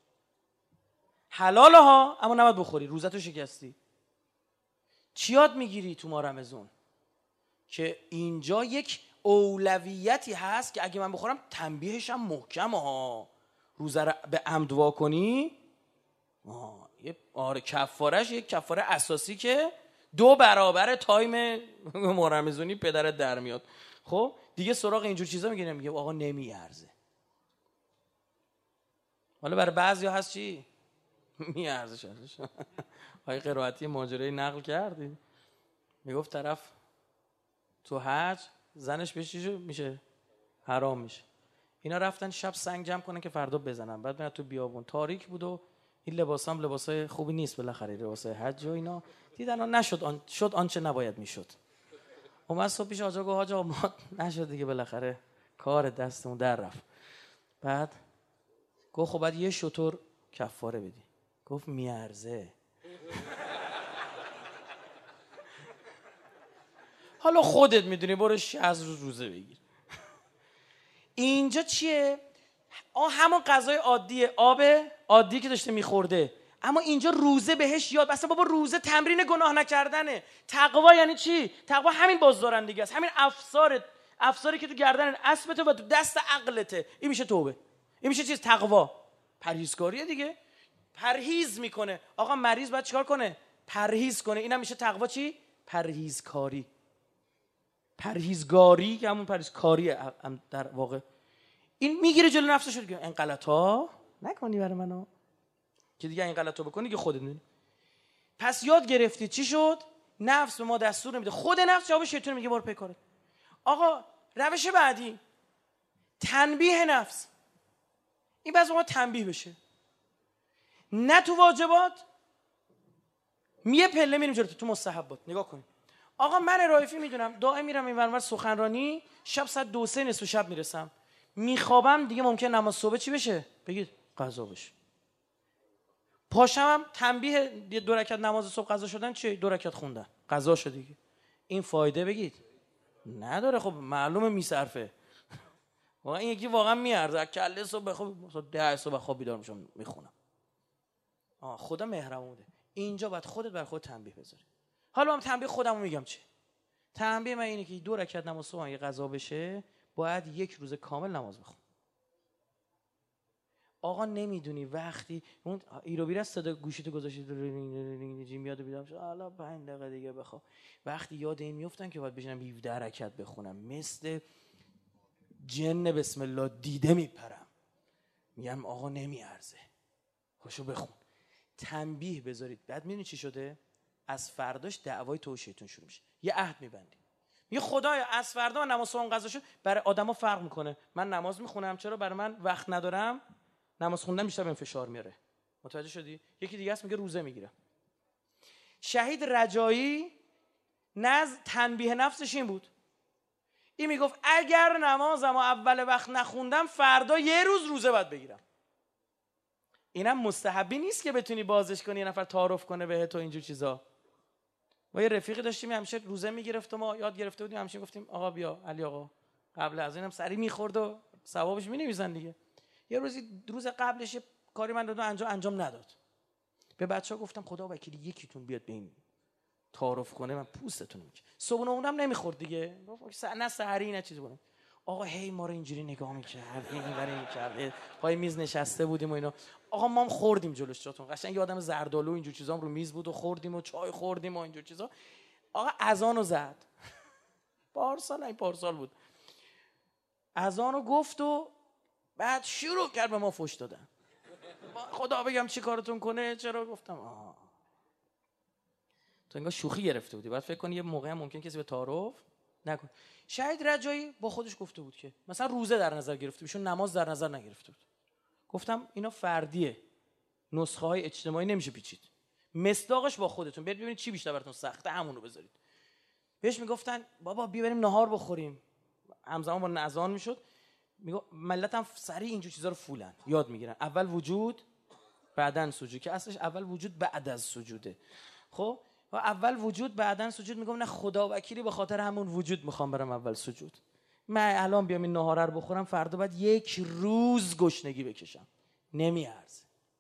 حلاله ها، اما نباید بخوری، روزتو شکستی. چی یاد میگیری تو ماه رمضان؟ که اینجا یک اولویتی هست که اگه من بخورم تنبیهش هم محکمه ها. روزه رو به عمد وا کنی آره کفارش یک کفاره اساسی که 2 برابر تایم ماه رمضانی پدرت در میاد. خب دیگه سراغ اینجور چیزا میگیرم، میگه آقا نمیارزه. حالا برای بعضیا هست چی؟ میارزه. آقای قرائتی ماجرای نقل کردی، میگفت طرف تو حج زنش بهش چی میشه؟ حرام میشه. اینا رفتن شب سنگ جمع کنن که فردا بزنن. بعد میاد تو بیابون تاریک بود و این لباسام لباسای خوبی نیست، بالاخره لباسای حج و اینا دیدن شد آنچه نباید میشد. اومد صبح پیش آقا گفت حاج ما نشد دیگه، بالاخره کار دستمون در رفت. بعد گفت خب بعد یه شتر کفاره بدی. گفت میارزه. حالا خودت میدونی، برو 60 روز روزه بگیر. اینجا چیه؟ همون غذای عادیه، آب عادی که داشته میخورده، اما اینجا روزه بهش یاد. اصلا بابا روزه تمرین گناه نکردنه. تقوا یعنی چی؟ تقوا همین بازدارندگی است، همین افساری که تو گردن اسبته و تو دست عقلته. این میشه توبه، این میشه چیز تقوا. پرهیزکاریه دیگه، پرهیز میکنه. آقا مریض باید چیکار کنه؟ پرهیز کنه. اینم میشه تقوا چی؟ پرهیزکاری. پرهیزگاری که همون پرهیزکاریه در واقع. این میگیره جلو نفسش دیگه، این غلطا نکنی برای منو، که دیگه این غلطا بکنی که خودت میدونی. پس یاد گرفتی چی شد؟ نفس به ما دستور نمیده، خود نفس جواب شیطان میگه برو پی کارت. آقا روش بعدی تنبیه نفس. این بعضی وقتا تنبیه بشه، نه تو واجبات، میه پله میریم جلو، تو مستحبات. نگاه کنید آقا من رایفی میدونم دائم میرم این ور سخنرانی، شب ساعت 2-3 نصف شب میرسم، میخوابم دیگه، ممکن نماز صبح چی بشه؟ بگید قضا بشه. پاشم تنبیه 2 رکعت نماز صبح قضا شدن چیه؟ 2 رکعت خوندن قضا شد دیگه. این فایده بگید نداره. خب معلومه میصرفه. واقعا این یکی واقعا میارزه. کله صبح بخواب 10 صبح خواب بیدار میشم میخونم. خدا مهربونه. اینجا باید خودت بر خودت تنبیه بذاری. حالا من تنبیه خودمو میگم چی؟ تنبیه من اینه که 2 رکعت نماز صبح اگه قضا بشه باید 1 روز کامل نماز بخون. آقا نمیدونی وقتی اون ایرو بیره صدا گوشیتو گذاشتی جیم میاد و بیدار شد حالا 5 دقیقه دیگه بخوام، وقتی یاد این میافتم که باید بشینم 17 رکعت بخونم، مثل جن بسم الله دیده میپرم. میگم آقا نمیارزه، خوشو بخون. تنبیه بذارید. بعد میدونی چی شده؟ از فرداش دعوای تو و شیطان شروع میشه. یه عهد میبندی، میگه خدایا از فردا من نماز صبح قضا شد. برای آدما فرق میکنه. من نماز میخونم، چرا؟ برای من وقت ندارم، نماز خوندن بیشتر بهم فشار میاره. متوجه شدی؟ یکی دیگه است میگه روزه میگیرم. شهید رجایی تنبیه نفسش این بود. این میگفت اگر نمازمو اول وقت نخوندم فردا 1 روز روزه باید بگیرم. اینم مستحبی نیست که بتونی بازش کنی، یه نفر تعارف کنه بهت و اینجور چیزا. ما یه رفیقی داشتیم همیشه روزه میگرفت و ما یاد گرفته بودیم، همیشه گفتیم آقا بیا علی آقا، قبل از اینم سری میخورد و ثوابش مینویسن دیگه. یه روز قبلش یه کاری من دادم انجام نداد. به بچه‌ها گفتم خدا وکیلی یکیتون بیاد به این تعارف کنه، من پوستتون میکنم. صبح اونم نمیخورد دیگه، نه سحری نه چیزی بود. آقا هی ما رو اینجوری نگاه میکرد، اینوری میکرد، پای میز نشسته بودیم و اینا. آقا ما هم خوردیم جلوش جاتون، قشنگ یادم زردالو اینجور چیزام رو میز بود و خوردیم و چای خوردیم و اینجور چیزا. آقا اذانو زد. پارسال بود. اذانو گفت و بعد شروع کرد به ما فحش دادن. خدا بگم چی کارتون کنه. چرا؟ گفتم تو انگار شوخی گرفته بودی. بعد فکر کنی یه موقع هم ممکن کسی به تعارف نکنه. شهید رجایی با خودش گفته بود که مثلا روزه در نظر گرفته بود، ایشون نماز در نظر نگرفته بود. گفتم اینا فردیه، نسخه های اجتماعی نمیشه پیچید. مصداقش با خودتون، برید ببینید چی بیشتر براتون سخته، همون رو بذارید. بهش میگفتن بابا بیا بریم نهار بخوریم، همزمان با اذان میشد. میگه ملت هم سریع اینجور چیزا رو فولن، یاد میگیرن. اول وجود بعدن سجود، که اصلش اول وجود بعد از سجوده. خب و اول وجود بعدن سجود. میگم نه خدا وکیلی به خاطر همون وجود میخوام برم اول سجود. من الان بیام این نهار رو بخورم، فردا بعد یک روز گشنگی بکشم، نمیارزه.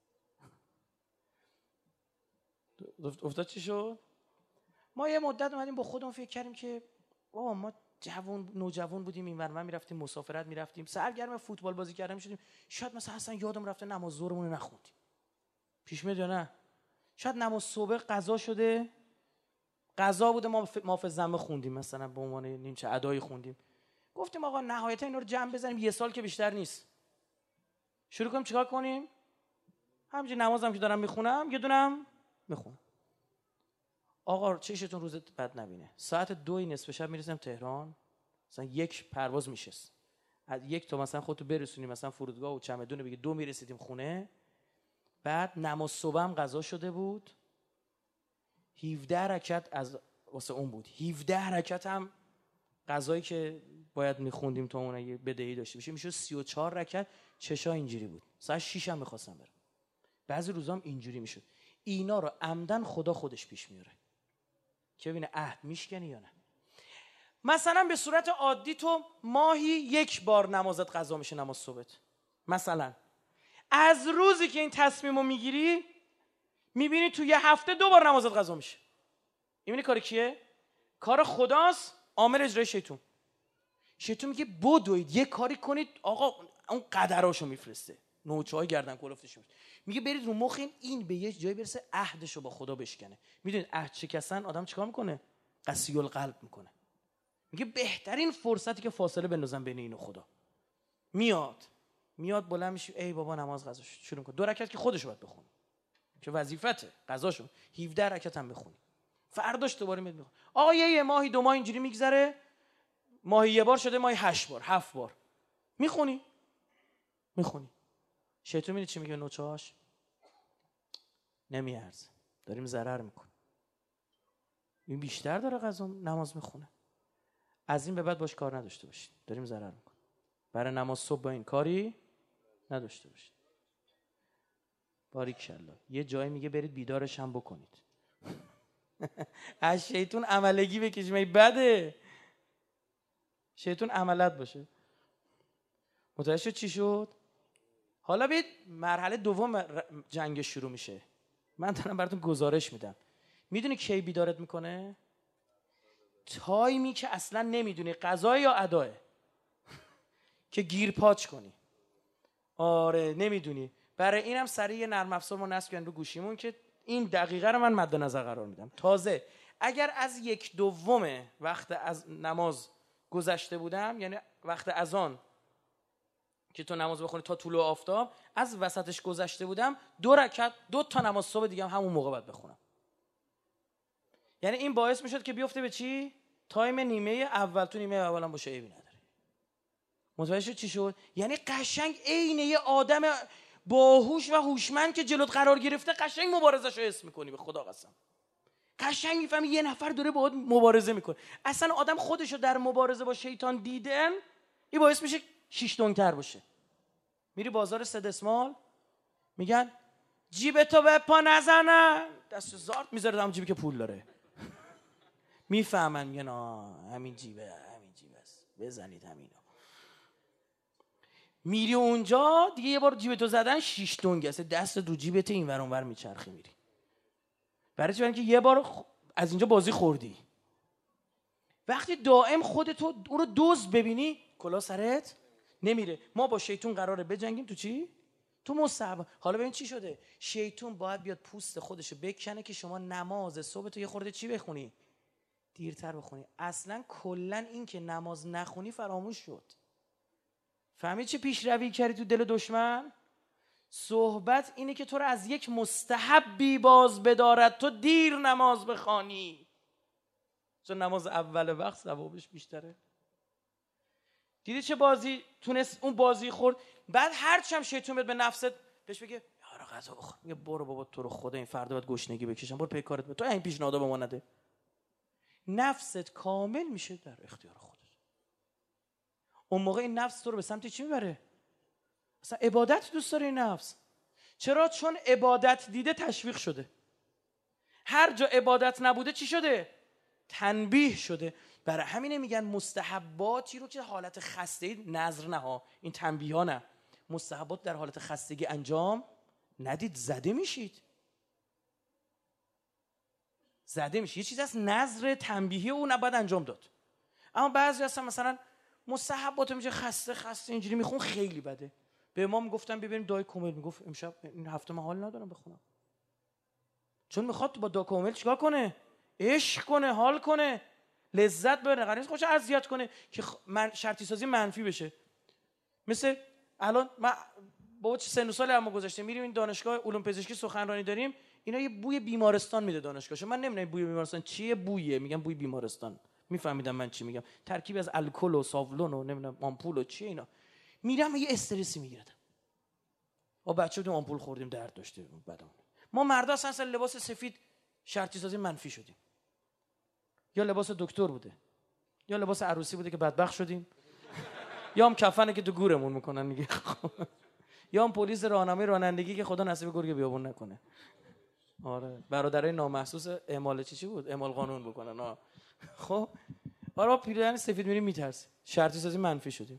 افتاد چی شد؟ ما یه مدت اومدیم با خودمون فکر کردیم که بابا ما نوجوان بودیم، این ور میرفتیم مسافرت، میرفتیم سرگرم فوتبال بازی کردن میشدیم، شاید مثلا اصلا یادم رفته نماز ظهرمون رو نخوندیم. پیش میاد یا نه؟ شاید نماز صبح قضا شده، قضا بوده، ما فی ذمه خوندیم، مثلا به عنوان نیمچه ادایی خوندیم. گفتیم آقا نهایتا اینا رو جمع بزنیم، یه سال که بیشتر نیست. شروع کنیم چیکار کنیم؟ همینجوری نمازم که دارم میخونم یه دونم میخونم. آقا چشتون روزت بد نبینه، ساعت 2 نصف شب میرسیم تهران، مثلا یک پرواز میشست، از یک تا مثلا خودتو برسونیم مثلا فرودگاه و چمدون بگی 2 میرسیدیم خونه. بعد نماز صبح هم قضا شده بود، 17 رکعت از واسه اون بود، 17 رکعت هم قضایی که باید میخوندیم تا اون اگه بدهی داشته باشیم میشه 34 رکعت. چشا اینجوری بود، ساعت 6 هم میخواستم برم. بعضی روزا هم اینجوری میشد. اینا رو عمدن خدا خودش پیش میاره که ببینه عهد میشکنی یا نه. مثلا به صورت عادی تو ماهی 1 بار نمازت قضا میشه، نماز صبحت. مثلا از روزی که این تصمیمو میگیری میبینی تو یه هفته 2 بار نمازت قضا میشه. میبینی کار کیه؟ کار خداست، عامل اجرای شیطون. شیطون میگه بدوید یه کاری کنید، آقا اون قدراشو میفرسته، نوچه‌های گردن کلفتش میگه برید رو مخ این به یه جایی برسه عهدشو با خدا بشکنه. میدونید عهد شکستن آدم چیکار میکنه؟ قسی القلب میکنه. میگه بهترین فرصتی که فاصله بندازن بین این و خدا. میاد بلند میشه، ای بابا نماز قضا شد، شروع کن 2 رکعت که خودشو باید بخونی که وظیفته، قضاشو 17 رکعت هم بخونی، فرداش دوباره میاد میخونی. آقا یه ماهی 2 ماه اینجوری میگذره، ماهی 1 بار شده ماهی 8 بار 7 بار میخونی. شیطان میگه چی میگه؟ نوچه‌هاش نمیارزه، داریم ضرر میکنیم. این بیشتر داره قضا نماز میخونه، از این به بعد باش کار نداشته باشید، داریم ضرر میکنیم. برای نماز صبح با این کاری نداشته باشید. باریکالله. یه جایی میگه برید بیدارش هم بکنید. از شیطان عملگی بکشیم، ای بده شیطان عملت باشه. متوجه شد چی شد؟ حالا بید مرحله دوم جنگ شروع میشه. من دارم براتون گزارش میدم. میدونی کی بیدارت میکنه؟ تایمی که اصلا نمیدونی قضا یا اداه که گیر پاچ کنی. آره نمیدونی. برای اینم سریع نرم افزار ما نصب کردن رو گوشیمون که این دقیقه رو من مد نظر قرار میدم. تازه اگر از 1/2 وقت از نماز گذشته بودم، یعنی وقت اذان که تو نماز بخونی تا طلوع آفتاب، از وسطش گذشته بودم 2 رکعت 2 تا نماز صبح دیگه همون موقع باید بخونم. یعنی این باعث میشد که بیفته به چی؟ تایم نیمه اول. تو نیمه اولم باشه عیبی نداره. متوجه چی شد؟ یعنی قشنگ عین یه آدم باهوش و هوشمند که جلوت قرار گرفته قشنگ مبارزه‌شو حس می‌کنی. به خدا قسم قشنگ میفهمی یه نفر داره باهات مبارزه میکنه. اصلا آدم خودشو در مبارزه با شیطان دیدن، این باعث میشه 6 دنگ‌تر باشه. میری بازار سدسمال میگن جیبتو به پا نزنن، دست زارت میذاره هم جیبی که پول داره. میفهمن میگن همین جیبه است، بزنید همینو. میری اونجا دیگه یه بار جیبتو زدن 6 دنگ است، دست رو جیبت این ور اون ور میچرخی میری. برای چی؟ که یه بار از اینجا بازی خوردی. وقتی دائم خودتو اون رو دزد ببینی کلا سرت نمیره. ما با شیطان قراره بجنگیم تو چی؟ تو مصعب. حالا ببین چی شده. شیطان باید بیاد پوست خودشو بکنه که شما نماز صبح تو یه خورده چی بخونی؟ دیرتر بخونی. اصلا کلا این که نماز نخونی فراموش شد. فهمی چه پیشروی کردی تو دل دشمن؟ صحبت اینه که تو رو از یک مستحبی باز بدارد تو دیر نماز بخوانی، چون نماز اول وقت ثوابش بیشتره. دیدی چه بازی تونست اون بازی خورد؟ بعد هرچی هم شیطون بیاد به نفست بهش بگه یارو غذا بخور، میگه برو بابا تو رو خدا این فردا باید گشنگی بکشم، برو پی کارت، تو این پیشنهادا به ما نده. نفست کامل میشه در اختیار خودت. اون موقع این نفس تو رو به سمت چی میبره؟ اصلا عبادت دوست داره این نفس. چرا؟ چون عبادت دیده تشویق شده. هر جا عبادت نبوده چی شده؟ تنبیه شده. برای همینه میگن مستحباتی رو که حالت خستگی، نظر نه ها، این تنبیه ها نه، مستحبات در حالت خستگی انجام ندید، زده میشید. زده میشه. یه چیز از نظر تنبیهی اون نباید انجام داد. اما بعضی هستن مثلا مستحبات میشه خسته اینجوری میخون، خیلی بده. به امام گفتم ببینیم دعای کمیل، میگفت امشب این هفته من حال ندارم بخونم، چون میخواد با دعای کمیل چیکار کنه؟ عشق کنه، حال کنه، لذت ببره، قرار نیست خودش اذیت کنه که شرطی سازی منفی بشه. مثل الان ما با چه سن و سال ما گذشته میریم این دانشگاه علوم پزشکی سخنرانی داریم، اینا یه بوی بیمارستان میده دانشگاهش. من نمیدونم بوی بیمارستان چیه، بویه، میگم بوی بیمارستان. میفهمیدم من چی میگم، ترکیب از الکل و ساولون و نمیدونم آمپول و چیه اینا. میرم یه استرسی میگیرم. با بچه بودیم آمپول خوردیم درد داشته بعدم. ما مردا اصلا لباس سفید شرطی سازی منفی شدیم. یا لباس دکتر بوده، یا لباس عروسی بوده که بدبخت شدیم، یا هم کفنه که تو گورمون میکنن دیگه، یا هم پلیس راهنمای رانندگی که خدا نصیب گرگ بیابون نکنه. آره برادرای نامحسوس اعمال چی بود؟ اعمال قانون بکنن. خب آره پیرهن سفید میریم میترسیم. شرطی سازی منفی شدیم.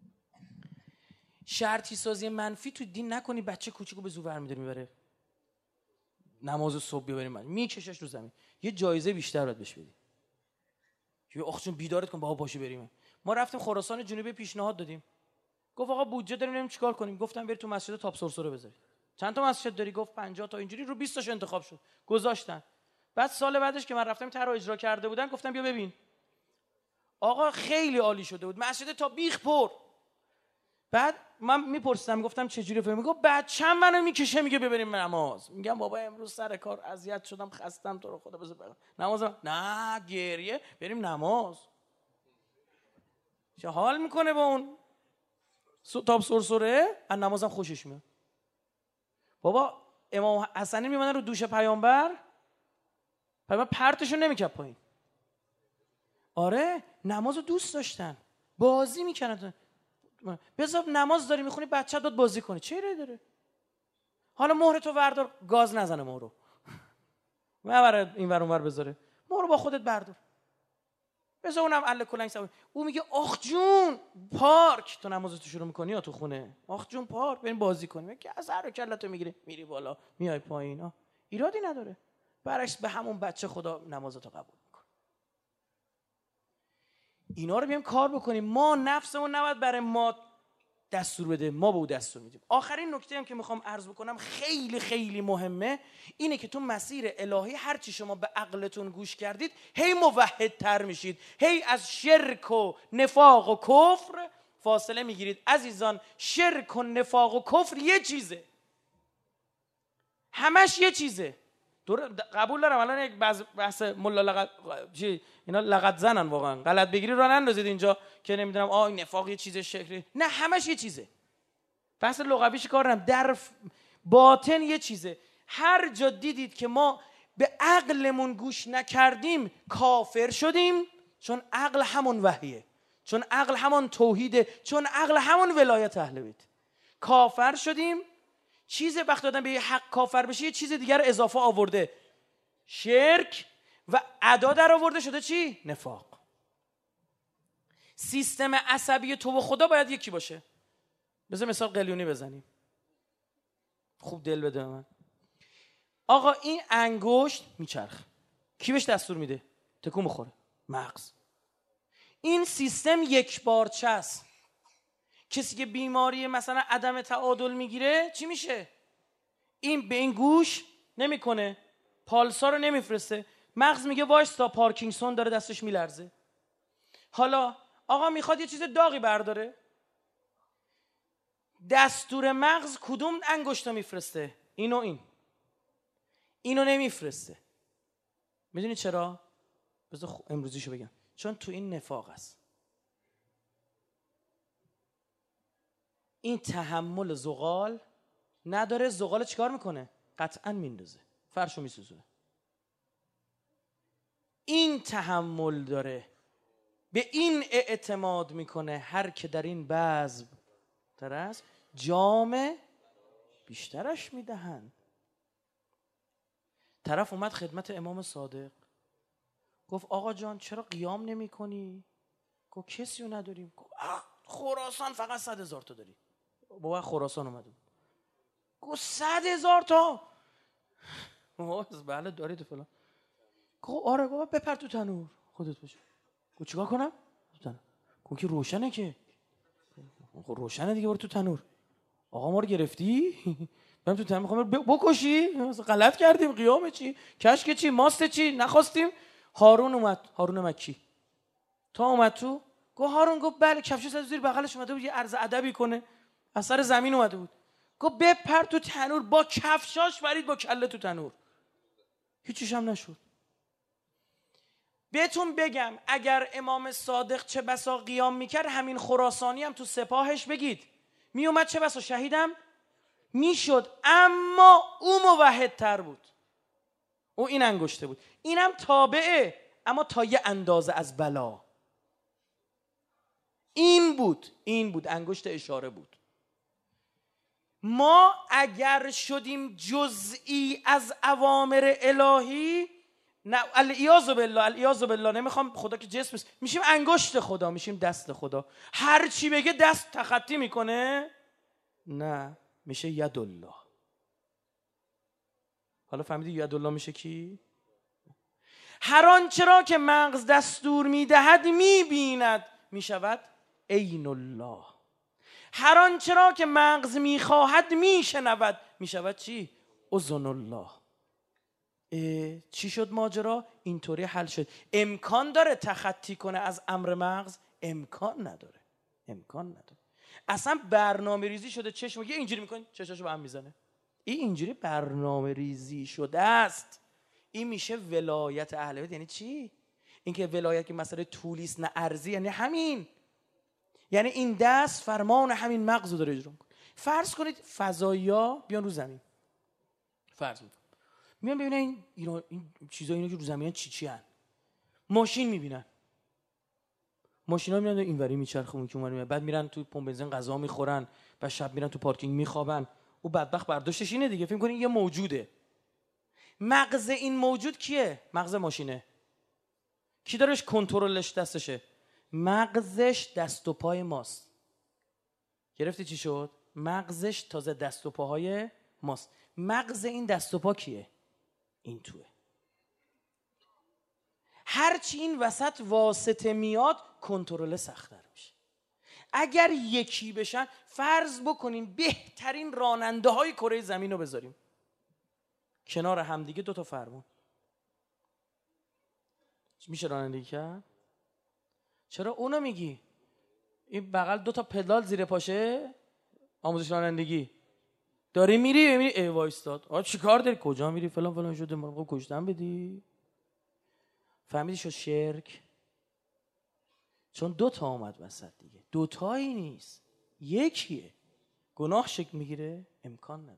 شرطی سازی منفی تو دین نکنی، بچه کوچیکو به زور برمی‌داری میبره نماز صبح ببریم میکشش رو زمین، یه جایزه بیشتر باید بهش بدی. یه آخچون بیدارت کن بابا پاشو بریم. ما رفتیم خراسان جنوبی پیشنهاد دادیم، گفت آقا بودجه داریم نمیدونم چیکار کنیم. گفتم برید تو مسجد تاپ سرسره بذارید. چند تا مسجد داری؟ گفت 50 تا. اینجوری رو 20 تاش انتخاب شد گذاشتن. بعد سال بعدش که من رفتم طرح اجرا کرده بودن گفتم بیا ببین آقا خیلی عالی شده بود، مسجد تا بیخ پر. بعد من میپرسیدم گفتم چه جوری فهمی؟ میگه بچه‌م منو میکشه میگه ببریم نماز. میگم بابا امروز سر کار اذیت شدم خستم تو رو خدا بذار برم نماز. نه گریه، بریم نماز. چه حال میکنه با اون تاپ سرسره، از نمازم خوشش میاد. بابا امام حسنی میمونه رو دوش پیامبر پرتشو نمیکرد پایین. آره نمازو دوست داشتن، بازی میکردن. بذار نماز داری میخونی بچه‌ت داد بازی کنه، چه ایرادی داره؟ حالا مهر تو وردار، گاز نزنه مهرو، مبره این ور اون ور بذاره، مهرو با خودت بردار، بذار اونم اله کلنگ سوار. او میگه آخ جون پارک، تو نمازتو شروع میکنی یا تو خونه آخ جون پارک بریم بازی کنیم، میگه از هر کلتو میگیری میری بالا میای پایین، ایرادی نداره. برعکس به همون بچه خدا نمازتو قبول میکنه. اینا رو بیام کار بکنیم. ما نفسمون نباید برای ما دستور بده، ما به او دستور میدیم. آخرین نکته هم که میخوام عرض بکنم خیلی خیلی مهمه، اینه که تو مسیر الهی هر چی شما به عقلتون گوش کردید هی موحدتر میشید، هی از شرک و نفاق و کفر فاصله میگیرید. عزیزان شرک و نفاق و کفر یه چیزه، همش یه چیزه. قبول دارم الان یک بحث ملا لغت اینا لغت زنن، واقعا غلط بگیری راه نندازید اینجا که نمیدونم این نفاق یه چیز شکلی، نه همش یه چیزه. بحث لغویش کار ندارم، در باطن یه چیزه. هر جا دیدید که ما به عقلمون گوش نکردیم کافر شدیم، چون عقل همون وحیه، چون عقل همون توحیده، چون عقل همون ولایت اهل بیت. کافر شدیم. چیز وقت دادن به یه حق کافر بشه یه چیز دیگر اضافه آورده، شرک، و ادا در آورده شده چی؟ نفاق. سیستم عصبی تو و خدا باید یکی باشه. بذار مثال قلیونی بزنیم، خوب دل بده من. آقا این انگشت میچرخ، کی بهش دستور میده؟ تکون بخوره؟ مغز. این سیستم یک بارچه است. کسی که بیماری مثلا عدم تعادل میگیره چی میشه؟ این به این گوش نمیکنه، پالسا رو نمیفرسته، مغز میگه وایستا پارکینسون داره دستش میلرزه. حالا آقا میخواد یه چیز داغی برداره، دستور مغز کدوم انگشتو میفرسته؟ اینو اینو نمیفرسته. میدونی چرا؟ بذار امروزیشو بگم. چون تو این نفاق است. این تحمل زغال نداره. زغال چیکار میکنه؟ قطعا میندازه، فرشو میسوزونه. این تحمل داره، به این اعتماد میکنه هر که در این بزم تر است جام بیشترش میدهند. طرف اومد خدمت امام صادق، گفت آقا جان چرا قیام نمی کنی؟ گفت کسی رو نداریم. گفت خراسان فقط 100,000 تا داری. بابا خراسان اومده. گفت 100,000 تا؟ بله دارید فلان. گفت آره. گفت بپر تو تنور خودت باشه. گفت چیکار کنم؟ تو تنور. گفت که روشنه که. خب روشنه دیگه، برو تو تنور. آقا ما رو گرفتی؟ برم تو تنور میخوام بکشی؟ غلط کردیم. قیام چی؟ کشک چی؟ ماست چی؟ نخواستیم. هارون اومد، هارون مکی تا اومد تو، گفت هارون، گفت بله. کفش زد زیر بغلش، اومده بود یه عرض ادبی کنه، از سر زمین اومده بود. گفت بپر تو تنور. با کفشاش برید با کله تو تنور. هیچیش هم نشد. بهتون بگم اگر امام صادق چه بسا قیام میکرد، همین خراسانی هم تو سپاهش بگید میومد، چه بسا شهیدم میشد. اما او موحدتر بود. او این انگشته بود، اینم تابعه، اما تا یه اندازه از بلا. این بود انگشت اشاره بود. ما اگر شدیم جزئی از اوامر الهی، نه العیاذ بالله، نمیخوام خدا که جسم است، میشیم انگشت خدا، میشیم دست خدا. هر چی بگه دست تخطی میکنه؟ نه، میشه ید الله. حالا فهمیدی ید الله میشه کی؟ هر آنچه را که مغز دستور میدهد میبیند، میشود عین الله. هر آنچه را که مغز میخواهد میشنود، میشود چی؟ اذن الله. چی شد ماجرا؟ اینطوری حل شد. امکان داره تخطی کنه از امر مغز؟ امکان نداره. اصلا برنامه ریزی شده. چشم یه اینجوری میکنی چشاشو به هم میزنه. این اینجوری برنامه ریزی شده است. این میشه ولایت اهل بیت. یعنی چی؟ اینکه ولایت که مسئله طولی است نه ارزی، یعنی همین. یعنی این دست فرمان همین مغز رو داره اجرا میکنه. فرض کنید فضایی‌ها بیان رو زمین. فرض میان ببینن این چیزا، اینا که رو زمینن چی هن. ماشین میبینن، ماشینا میرن اینوری میچرخه، اون که اونوری میره، بعد میرن تو پمپ بنزین غذا میخورن، بعد شب میرن تو پارکینگ میخوابن. او بدبخت برداشتش اینه دیگه، فکر کنین یه موجوده. مغز این موجود کیه؟ مغز ماشینه. کی دارش کنترلش دستشه؟ مغزش دست و پای ماست. گرفتی چی شد؟ مغزش تازه دست و پاهای ماست. مغز این دست و پا کیه؟ این توه. هرچی این وسط واسطه میاد کنترل سخت‌تر میشه. اگر یکی بشن، فرض بکنین بهترین راننده های کره زمین رو بذاریم کنار همدیگه، 2 تا فرمون، میشه رانندگی کرد؟ چرا اونو میگی؟ این بغل 2 تا پدال زیر پاشه، آموزش رانندگی داری میری ای وایستاد. آ چیکار داری؟ کجا میری؟ فلان شده، ما کشتن بدی. فهمیدی شد شرک؟ چون 2 تا اومد وسط دیگه. 2 تایی نیست، یکیه. گناه شکل میگیره؟ امکان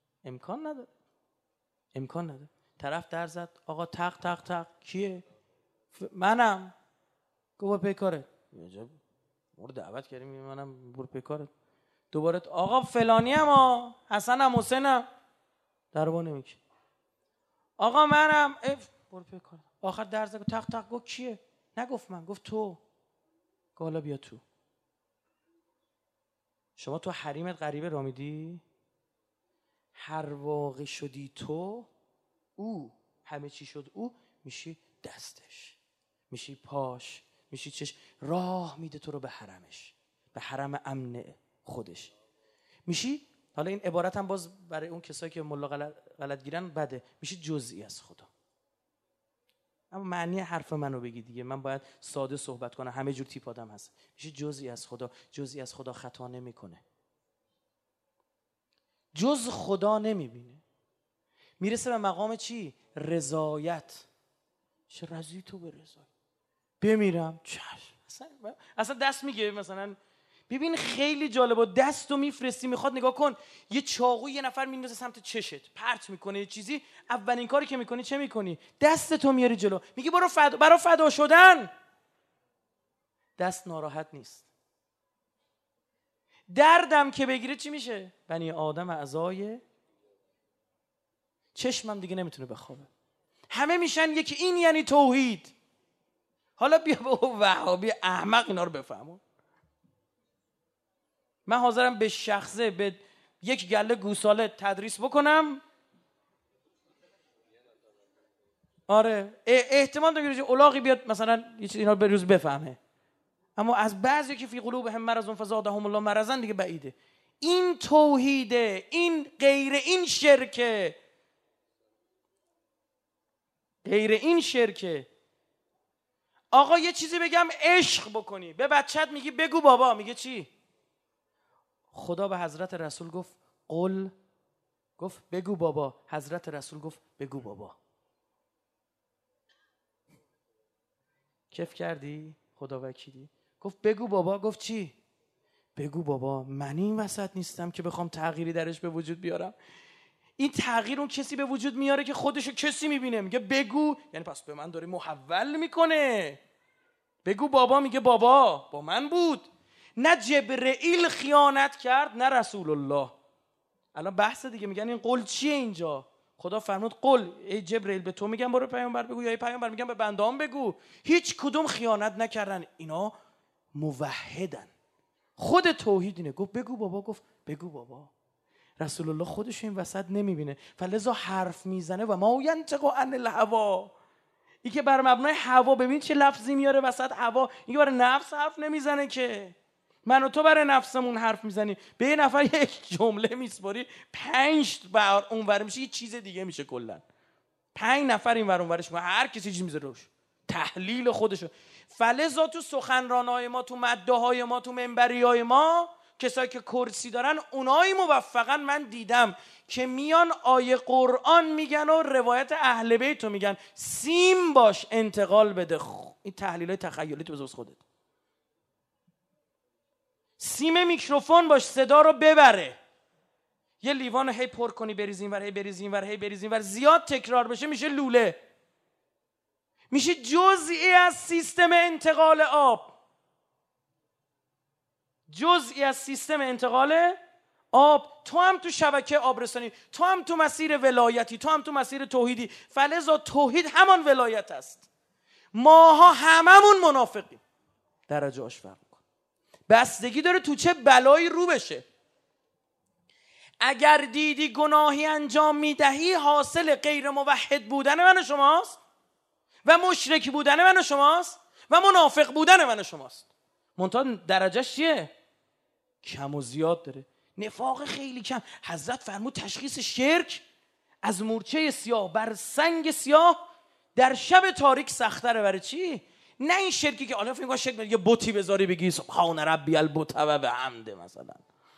نداره. طرف در زد، آقا تق کیه؟ منم. گفت پی کارت. مورد دعوت کردیم، منم برو پی کارت. دوباره آقا فلانی هم، حسنم حسینم. دروا نمیگه. آقا منم. برو پی کارت. آخر در زد، تق گفت کیه؟ نگفت من، گفت تو. حالا بیا تو. شما تو حریمت غریبه را میدی؟ هر واقع شدی تو، او همه چی شد او، میشی دستش، میشی پاش، میشی چش. راه میده تو رو به حرمش، به حرم امن خودش میشی. حالا این عبارت هم باز برای اون کسایی که ملا غلط گیرن بده، میشی جزئی از خدا. اما معنی حرف منو بگی دیگه، من باید ساده صحبت کنم، همه جور تیپ آدم هست. میشه جزئی از خدا. جزئی از خدا خطا نمیکنه. جز خدا نمیبینه. میرسه به مقام چی؟ رضایت. چه رضی تو به رضایت، بمیرم چشم. اصلا دست میگه مثلا. ببین خیلی جالبه، دستو میفرستی میخواد نگاه کن، یه چاقو یه نفر میندازه سمت چشت، پرت میکنه یه چیزی، اولین کاری که میکنی چه میکنی؟ دستتو میاری جلو، میگی برو برا فدا شدن. دست ناراحت نیست. دردم که بگیره چی میشه؟ بنی آدم اعضای چشمم دیگه نمیتونه بخوابه. همه میشن یکی. این یعنی توحید. حالا بیا به وهابی احمق اینا رو بفهمون. من حاضرم به شخصه به یک گله گوساله تدریس بکنم. آره احتمال داره یه الاغی بیاد مثلا یه چیز اینا رو به روز بفهمه، اما از بعضی که فی قلوبهم مرض فزادهم الله مرضا دیگه بعیده. این توحیده، این غیر این شرکه، غیر این شرکه. آقا یه چیزی بگم عشق بکنی، به بچت میگی بگو بابا، میگه چی؟ خدا به حضرت رسول گفت قل، گفت بگو بابا. حضرت رسول گفت بگو بابا. کیف کردی؟ خدا وکیلی گفت بگو بابا. گفت چی؟ بگو بابا. من این وسط نیستم که بخوام تغییری درش به وجود بیارم. این تغییر اون کسی به وجود میاره که خودشو کسی میبینه، میگه بگو، یعنی پس به من داره محول میکنه. بگو بابا، میگه بابا با من بود. نه جبرئیل خیانت کرد نه رسول الله. الان بحث دیگه، میگن این قول چیه اینجا؟ خدا فرمود قل، ای جبرئیل به تو میگم برو پیامبر بگو، یا ای پیامبر میگم به بندهام بگو. هیچ کدوم خیانت نکردن. اینا موحدن. خود توحید اینه. گفت بگو بابا، گفت بگو بابا. رسول الله خودش این وسط نمیبینه، فلذا حرف میزنه و ما ینطق عن الهوا. این که بر مبنای هوا، ببین چه لفظی میاره وسط هوا. این که برای نفس حرف نمیزنه که. من و تو برای نفسمون حرف میزنیم، به یه نفر یک جمله میسپاری، 5 بار اونور میشه یه چیز دیگه میشه. کلا 5 نفر این ور اونورش میشه، هر کسی چیز میذاره روش، تحلیل خودشو. فلذا تو سخنرانای ما، تو مداهای ما، تو منبریای ما، کسایی که کرسی دارن، اونایی موفقا من دیدم که میان آیه قرآن میگن و روایت اهل بیت رو میگن. سیم باش انتقال بده. این تحلیلای تخیلی تو بذار خودت. سیم میکروفون باش صدا رو ببره. یه لیوان رو هی پر کنی بریزی اینور، هی بریزی اینور، هی بریزی اینور، زیاد تکرار بشه میشه لوله، میشه جزئی از سیستم انتقال آب. جزئی از سیستم انتقال آب. تو هم تو شبکه آبرسانی، تو هم تو مسیر ولایتی، تو هم تو مسیر توحیدی. فلذا توحید همان ولایت است. ماها هممون منافقیم. درجه هاش فرق میکنه. بستگی داره تو چه بلایی رو بشه. اگر دیدی گناهی انجام میدهی، حاصل غیر موحد بودن من و شماست و مشرک بودن من و شماست و منافق بودن من و شماست. منتها درجهش چیه؟ کم و زیاد داره. نفاق خیلی کم. حضرت فرمود تشخیص شرک از مورچه سیاه بر سنگ سیاه در شب تاریک سختره. برای چی؟ نه این شرکی که حالا فکر می‌کنی شرک یه بتی بذاری بگی سبحان ربی البت و بحمده مثلا.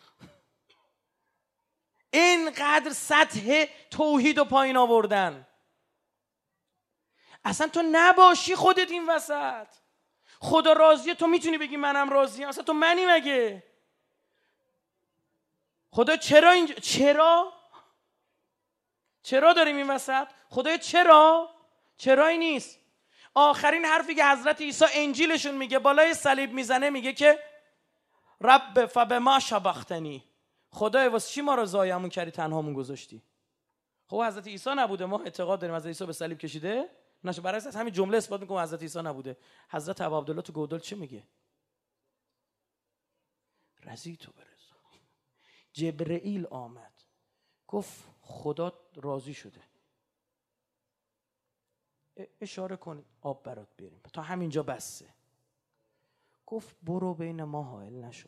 اینقدر سطح توحید و پایین آوردن. اصلا تو نباشی خودت این وسط. خدا راضیه، تو میتونی بگی منم راضیم؟ اصلا تو منی مگه؟ خدا چرا اینجا؟ چرا داریم این وسط؟ خدای چرایی نیست. آخرین حرفی که حضرت عیسی انجیلشون میگه، بالای صلیب میزنه، میگه که رب فبما شبختنی. خدای واسه چی ما رو ضایعمون کردی، تنهامون گذاشتی؟ خب حضرت عیسی نبوده، ما اعتقاد داریم حضرت عیسی به صلیب کشیده نشه. برای اساس همین جمله اثبات میکنم حضرت عیسی نبوده. حضرت ابا عبدالله تو گودال چه میگه؟ رضی تو برضا. جبرئیل آمد گفت خدا راضی شده، اشاره کن آب برات بیاریم، تا همینجا بسه. گفت برو بین ما حائل نشو،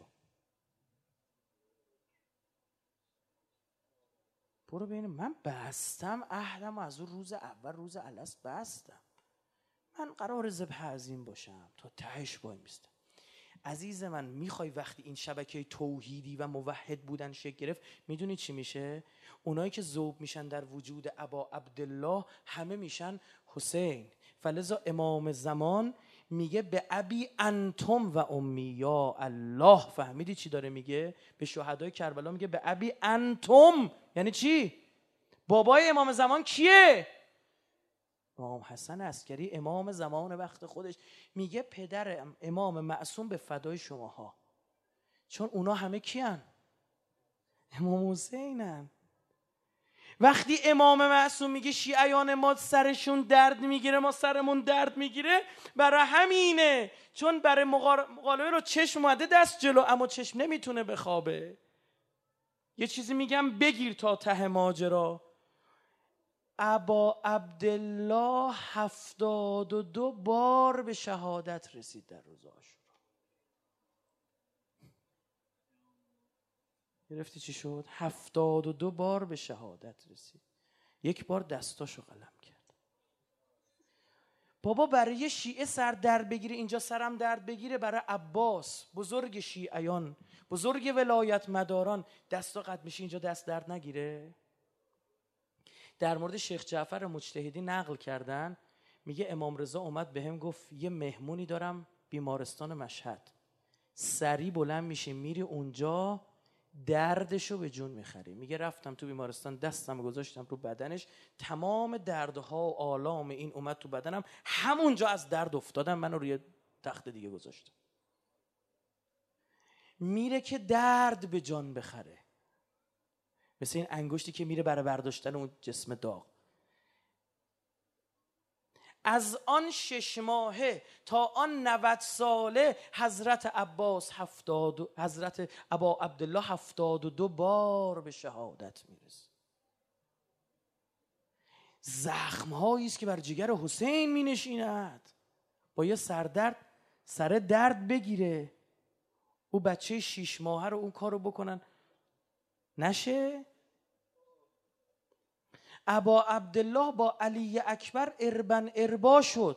برو بین. من بستم عهدم از اون روز اول، روز الست بستم. من قرار ذبح عظیم باشم، تا تهش وای میستم. عزیز من میخوای وقتی این شبکه توحیدی و موحد بودن شکل گرفت، میدونی چی میشه؟ اونایی که ذوب میشن در وجود ابا عبدالله همه میشن حسین. فلذا امام زمان میگه به ابی انتم و امی یا الله. فهمیدی چی داره میگه؟ به شهدای کربلا میگه به ابی انتم. یعنی چی؟ بابای امام زمان کیه؟ امام حسن عسکری، امام زمان وقت خودش. میگه پدر امام معصوم به فدای شماها. چون اونا همه کیان؟ امام حسینن. وقتی امام معصوم میگه شیعیان ما سرشون درد میگیره، ما سرمون درد میگیره، برای همینه. چون برای مقالبه رو چشم اومده دست جلو، اما چشم نمیتونه بخوابه. یه چیزی میگم بگیر تا ته ماجرا. ابا عبدالله 72 بار به شهادت رسید در روز عاشورا. گرفتی چی شد؟ 72 بار به شهادت رسید. یک بار دستاشو قلم کرد. بابا برای شیعه سر درد بگیره، اینجا سرم درد بگیره، برای عباس بزرگ شیعیان، بزرگ ولایت مداران دستا قد میشه، اینجا دست درد نگیره؟ در مورد شیخ جعفر مجتهدی نقل کردن، میگه امام رضا اومد بهم گفت یه مهمونی دارم بیمارستان مشهد، سری بلند میشی میری اونجا دردشو به جون میخری. میگه رفتم تو بیمارستان، دستم گذاشتم رو بدنش، تمام دردها و آلام این اومد تو بدنم، همونجا از درد افتادم، منو روی تخت دیگه گذاشتم. میره که درد به جان بخره، مثل این انگشتی که میره برای برداشتن اون جسم داغ. از آن 6 ماهه تا آن 90 ساله حضرت ابا عبدالله 72 بار به شهادت میرسه. زخم‌هایی است که بر جگر حسین مینشیند. با یه سر درد بگیره، او بچه 6 ماهه رو اون کارو بکنن نشه. ابا عبدالله با علی اکبر اربن اربا شد.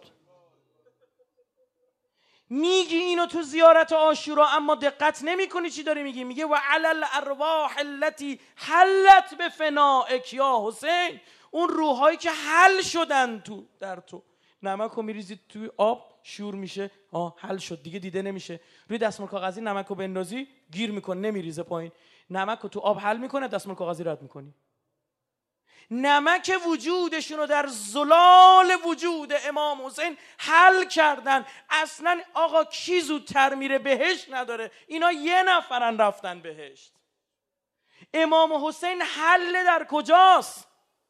میگی اینو تو زیارت عاشورا، اما دقت نمی کنی چی داری میگی. میگه و علی الارواح التي حلت بفنائک یا حسین. اون روحایی که حل شدن در تو. نمکو میریزی توی آب شور میشه، حل شد دیگه، دیده نمیشه. روی دستمال کاغذی نمکو بندازی گیر میکنه، نمیریزه پایین. نمکو تو آب حل میکنه، دستمال کاغذی رد میکنی. نمک وجودشون رو در زلال وجود امام حسین حل کردن. اصلا آقا کی زودتر میره بهشت نداره، اینا 1 نفرن رفتن بهشت. امام حسین حل در کجاست؟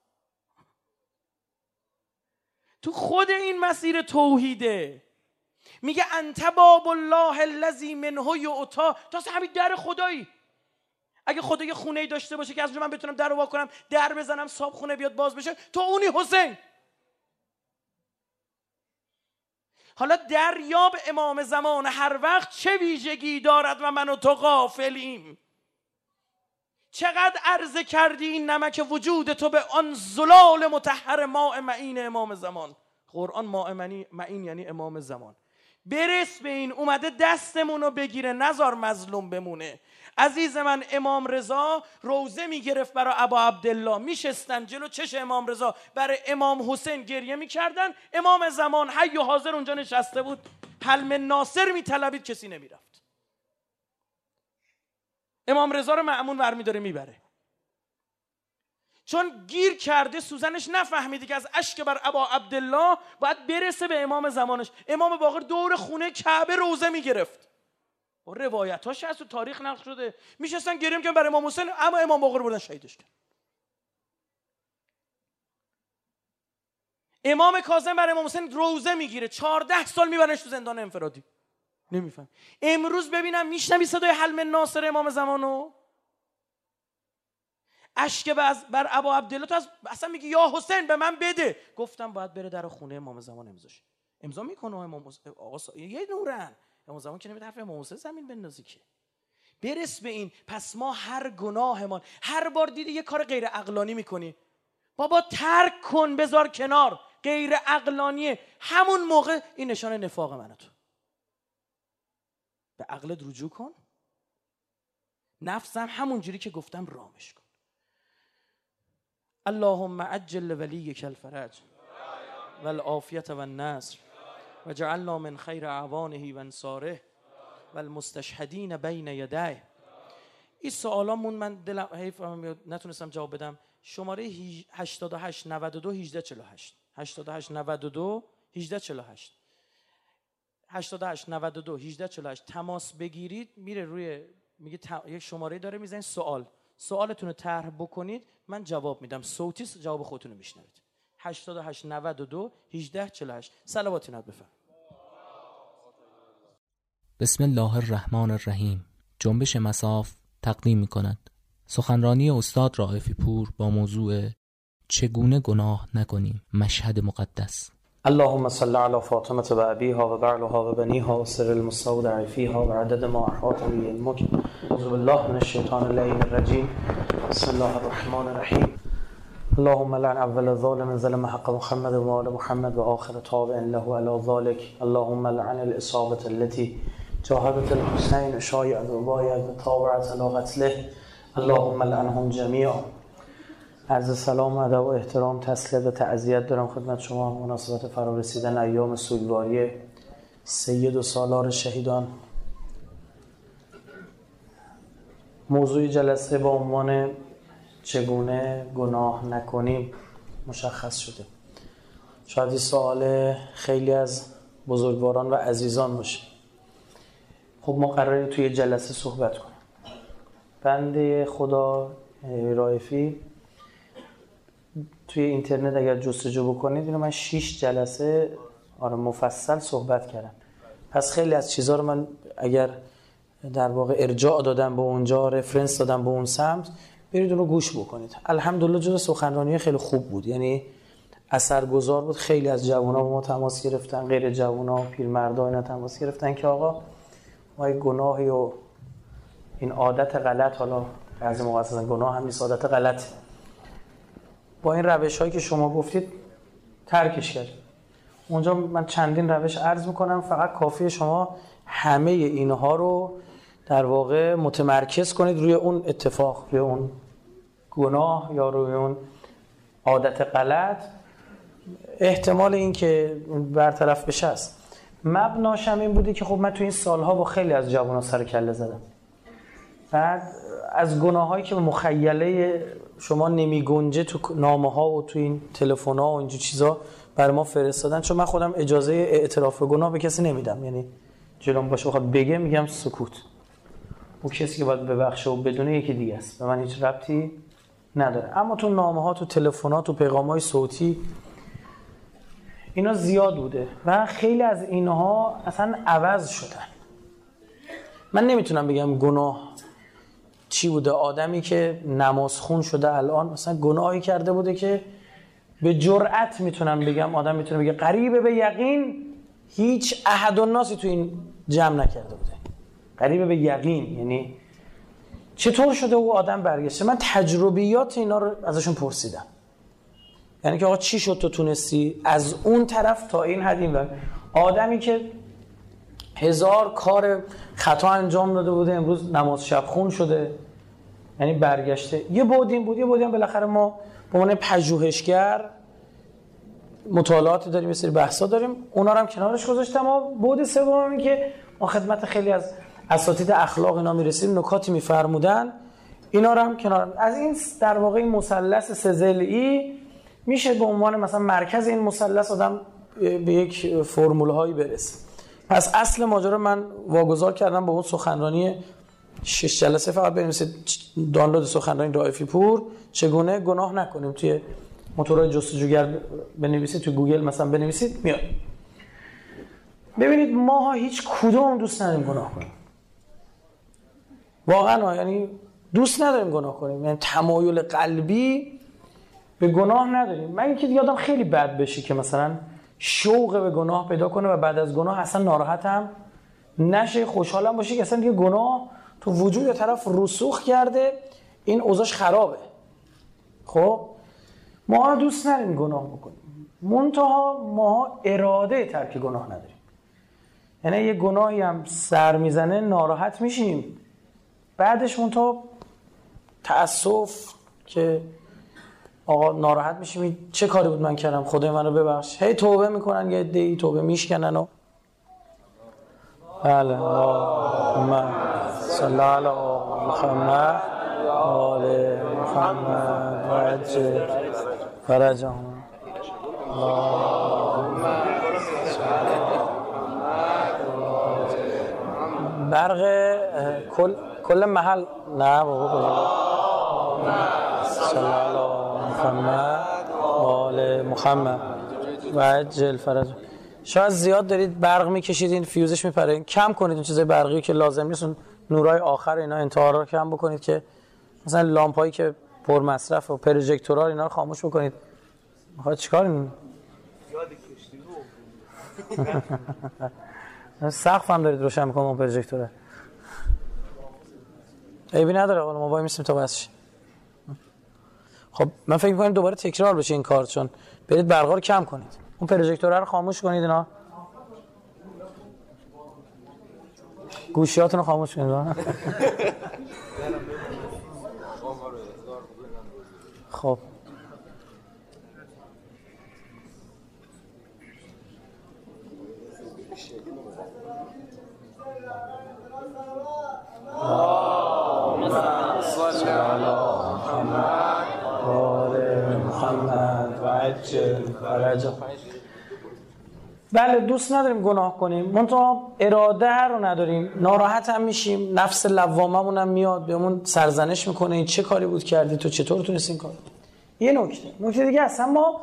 تو خود این مسیر توحیده. میگه انت باب الله الذی منه یؤتی. تو اصلا همین در خدایی. اگه خدا یه خونه‌ای داشته باشه که از اونجا من بتونم در رو وا کنم، در بزنم، صاحب خونه بیاد باز بشه، تو اونی حسین. حالا دریاب امام زمان هر وقت چه ویژگی دارد و من و تو غافلیم. چقدر عرضه کردی این نمک وجود تو به آن زلال مطهر ماء معین امام زمان. قرآن ماء معین یعنی امام زمان. برس به این. اومده دستمونو بگیره، نزار مظلوم بمونه. عزیز من، امام رضا روزه میگرفت برای ابا عبدالله، میشستن جلو چشم امام رضا برای امام حسین گریه میکردن. امام زمان حی و حاضر اونجا نشسته بود، حل من ناصر میطلبید، کسی نمیرفت. امام رضا رو مأمون برمیداره میبره، چون گیر کرده سوزنش، نفهمیدی که از اشک بر ابا عبدالله باید برسه به امام زمانش. امام باقر دور خونه کعبه روزه میگرفت. روایتاش هست و تاریخ نقل شده. میشستن گریه میکنن برای امام حسین، اما امام باقر بردن شهیدش کرد. امام کاظم برای امام حسین روزه میگیره، 14 سال میبرنش تو زندان انفرادی. نمیفهم. امروز ببینم میشنوی صدای حل من ناصر امام زمانو؟ اشک بر ابا عبدالله، تو اصلا میگی یا حسین به من بده. گفتم باید بره در خونه امام زمان امضاش. امضا میکنه امام حسین. آقا یه نورن امام زمان که نمیده حرف امام حسین زمین بندازی که. برس به این. پس ما هر گناهمان، هر بار دیدی یه کار غیر عقلانی میکنی، بابا ترک کن، بذار کنار. غیر عقلانیه، همون موقع این نشانه نفاق منه. تو به عقلت رجوع کن، نفسم همونجوری که گفتم رامش کن. اللهم عجل ولیک الفرج والعافیة والنصر وجعلنا من خیر اعوانه و انصاره والمستشهدین بین یدیه. این سوالامون من دلم حیف نتونستم جواب بدم. شماره 88 92 18 48 88 92 18 48 88 92 18 48 تماس بگیرید. میره روی میگه یک شماره داره میزنید، سوالتون رو طرح بکنید، من جواب میدم صوتی، جواب خودتون رو میشنوید. 88 92 18 48. صلوات نبی بفرمایید. بسم الله الرحمن الرحیم. جنبش مصاف تقدیم می‌کند سخنرانی استاد رائفی پور با موضوع چگونه گناه نکنیم، مشهد مقدس. اللهم صل علی فاطمه و ابیها و بعلها و بنیها و سر المستودع فیها و عدد ما احاط به علمک. اعوذ بالله من الشیطان اللعین الرجیم. بسم الله الرحمن الرحیم. اللهم لعن اول ظالم ظلم حق محمد و آل محمد و آخر تابع له علی ذلک. اللهم لعن الاصابه التي جاهدت الحسین شایع و باید و تابعت علی قتله. اللهم لعنهم جمیعا. عرض سلام و ادب و احترام، تسلیت و تعزیت دارم خدمت شما مناسبت فرا رسیدن ایام سوگواری سید و سالار شهیدان. موضوع جلسه با عنوان چگونه گناه نکنیم مشخص شده. شاید این سوال خیلی از بزرگواران و عزیزان باشه. خب ما قراره توی جلسه صحبت کنیم. بنده خدا رائفی توی اینترنت اگر جستجو بکنید اینو من 6 جلسه مفصل صحبت کردم. پس خیلی از چیزها رو من اگر در واقع ارجاع دادم به اونجا، رفرنس دادم به اون سمت، برید اون رو گوش بکنید. الحمدلله جزو سخنرانی خیلی خوب بود، یعنی اثرگذار بود. خیلی از جوونا با ما تماس گرفتن، غیر جوونا، پیرمردا اینا تماس گرفتن که آقا ما گناهی و این عادت غلط، حالا بعضی موقع اصلا گناه هم نیست، عادت غلط، با این روش هایی که شما گفتید ترکش کرد. اونجا من چندین روش عرض میکنم، فقط کافیه شما همه اینها رو در واقع متمرکز کنید روی اون اتفاق، روی اون گناه یا روی اون عادت غلط، احتمال این که برطرف بشه است. مبناش هم این بوده که خب من تو این سالها با خیلی از جوانان سر کله زدم. بعد از گناهایی که مخیله شما نمی گنجه تو نامه ها و تو این تلفن ها و اینجور چیزا برای ما فرستادن، چون من خودم اجازه اعتراف به گناه به کسی نمیدم. یعنی جلوم باشه بخواد بگه میگم سکوت. اون کسی که باید ببخشه و بدونه یکی دیگه است، به من هیچ ربطی نداره. اما تو نامه ها، تو تلفن ها، تو پیغام های صوتی اینا زیاد بوده و خیلی از اینها اصلا عوض شدن. من نمیتونم بگم گناه چی بوده. آدمی که نمازخون شده الان مثلا گناهی کرده بوده که به جرأت میتونم بگم، آدم میتونه بگه قریب به یقین هیچ احد الناسی تو این جمع نکرده بوده. قریب به یقین یعنی چطور شده او آدم برگشته. من تجربیات اینا رو ازشون پرسیدم، یعنی که آقا چی شد تو تونستی از اون طرف تا این حد این آدمی که 1000 کار خطا انجام داده بوده امروز نماز شب خون شده، یعنی برگشته. یه بود این بود، یه بودی هم بالاخره ما به عنوان پژوهشگر مطالعاتی داریم، یه سری بحثا داریم، اونا رو هم کنارش گذاشتم. و بود سوم این که ما خدمت خیلی از اساتید اخلاق اینا میرسیم، نکاتی میفرمودن، اینا رو هم کنار. از این در واقع این مثلث سه ضلعی میشه به عنوان مثلا مرکز این مثلث آدم به یک فرمول هایی برسه. پس اصل ماجرا من واگذار کردم به اون سخنرانی 6 جلسه. فقط بنویسید دانلود سخنرانی رائفی پور چگونه گناه نکنیم، توی موتورهای جستجوگر بنویسید، توی گوگل مثلا بنویسید میاد. ببینید ماها هیچ کدوم دوست نداریم گناه کنیم، واقعا، یعنی دوست نداریم گناه کنیم، یعنی تمایل قلبی به گناه نداریم. من اینکه دیگه آدم خیلی بد بشه که مثلا شوق به گناه پیدا کنه و بعد از گناه اصلا ناراحتم نشه، خوشحالم باشه که اصلا دیگه گناه تو وجود طرف رسوخ کرده، این اوضاعش خرابه. خب ما دوست نداریم گناه بکنیم، منتها ما اراده ترک گناه نداریم. یعنی یه گناهی هم سر میزنه ناراحت میشیم، بعدش اون تو تأسف که آقا ناراحت میشیم چه کاری بود من کردم، خدای منو ببخش. هی توبه میکنن، یه عده‌ای توبه میشکنن و بله اللهم صل علی محمد و آل محمد و عجل فرجهم. برق کل محل نه بابا صلی علی محمد و آل محمد و عجل فرج. شاید زیاد دارید برق میکشیدین فیوزش میپره، کم کنید اون چیزای برقی که لازم نیست، اون نورای آخر اینا انتها رو کم بکنید، که مثلا لامپایی که پر مصرف و پروژکتورها اینا رو خاموش بکنید. میخواد چیکار این یاد کشتی رو سقف هم دارید روشن میکنم اون پروژکتوره. عیبی نداره، حالا ما وای میسیم تا بسش. خب من فکر می‌کنم دوباره تکرار بشه این کار، چون برید برقا رو کم کنید، اون پروژکتوره رو خاموش کنید، اینا گوشیاتون رو خاموش کنید. خب بله دوست نداریم گناه کنیم، منتها اراده رو نداریم، ناراحت هم میشیم، نفس لواممون هم میاد بهمون سرزنش میکنه این چه کاری بود کردی، تو چطور تونستی این کار. یه نکته دیگه اصلا ما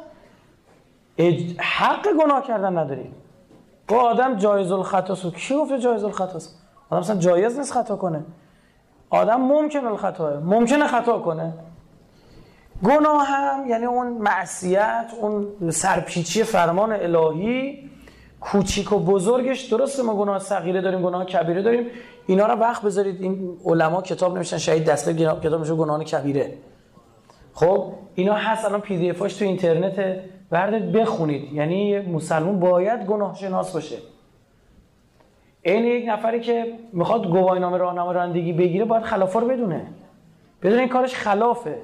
حق گناه کردن نداریم. با آدم جایز الخطاست. کی گفته جایز الخطاست؟ آدم اصلا جایز نیست خطا کنه. آدم ممکنه الخطاه، ممکنه خطا کنه. گناه هم یعنی اون معصیت، اون سرپیچی فرمان الهی، کوچیک و بزرگش. درسته ما گناه صغیره داریم، گناه کبیره داریم، اینا رو وقت بذارید. این علما کتاب نوشتن، شهید دستگیر کتاب نوشته گناهان کبیره. خب اینا هست الان پی دی افاش تو اینترنت، بردارید بخونید. یعنی مسلمان باید گناه شناس باشه. این یک نفری که میخواد گواهینامه راهنمای رانندگی بگیره باید خلافا رو بدونه این کارش خلافه.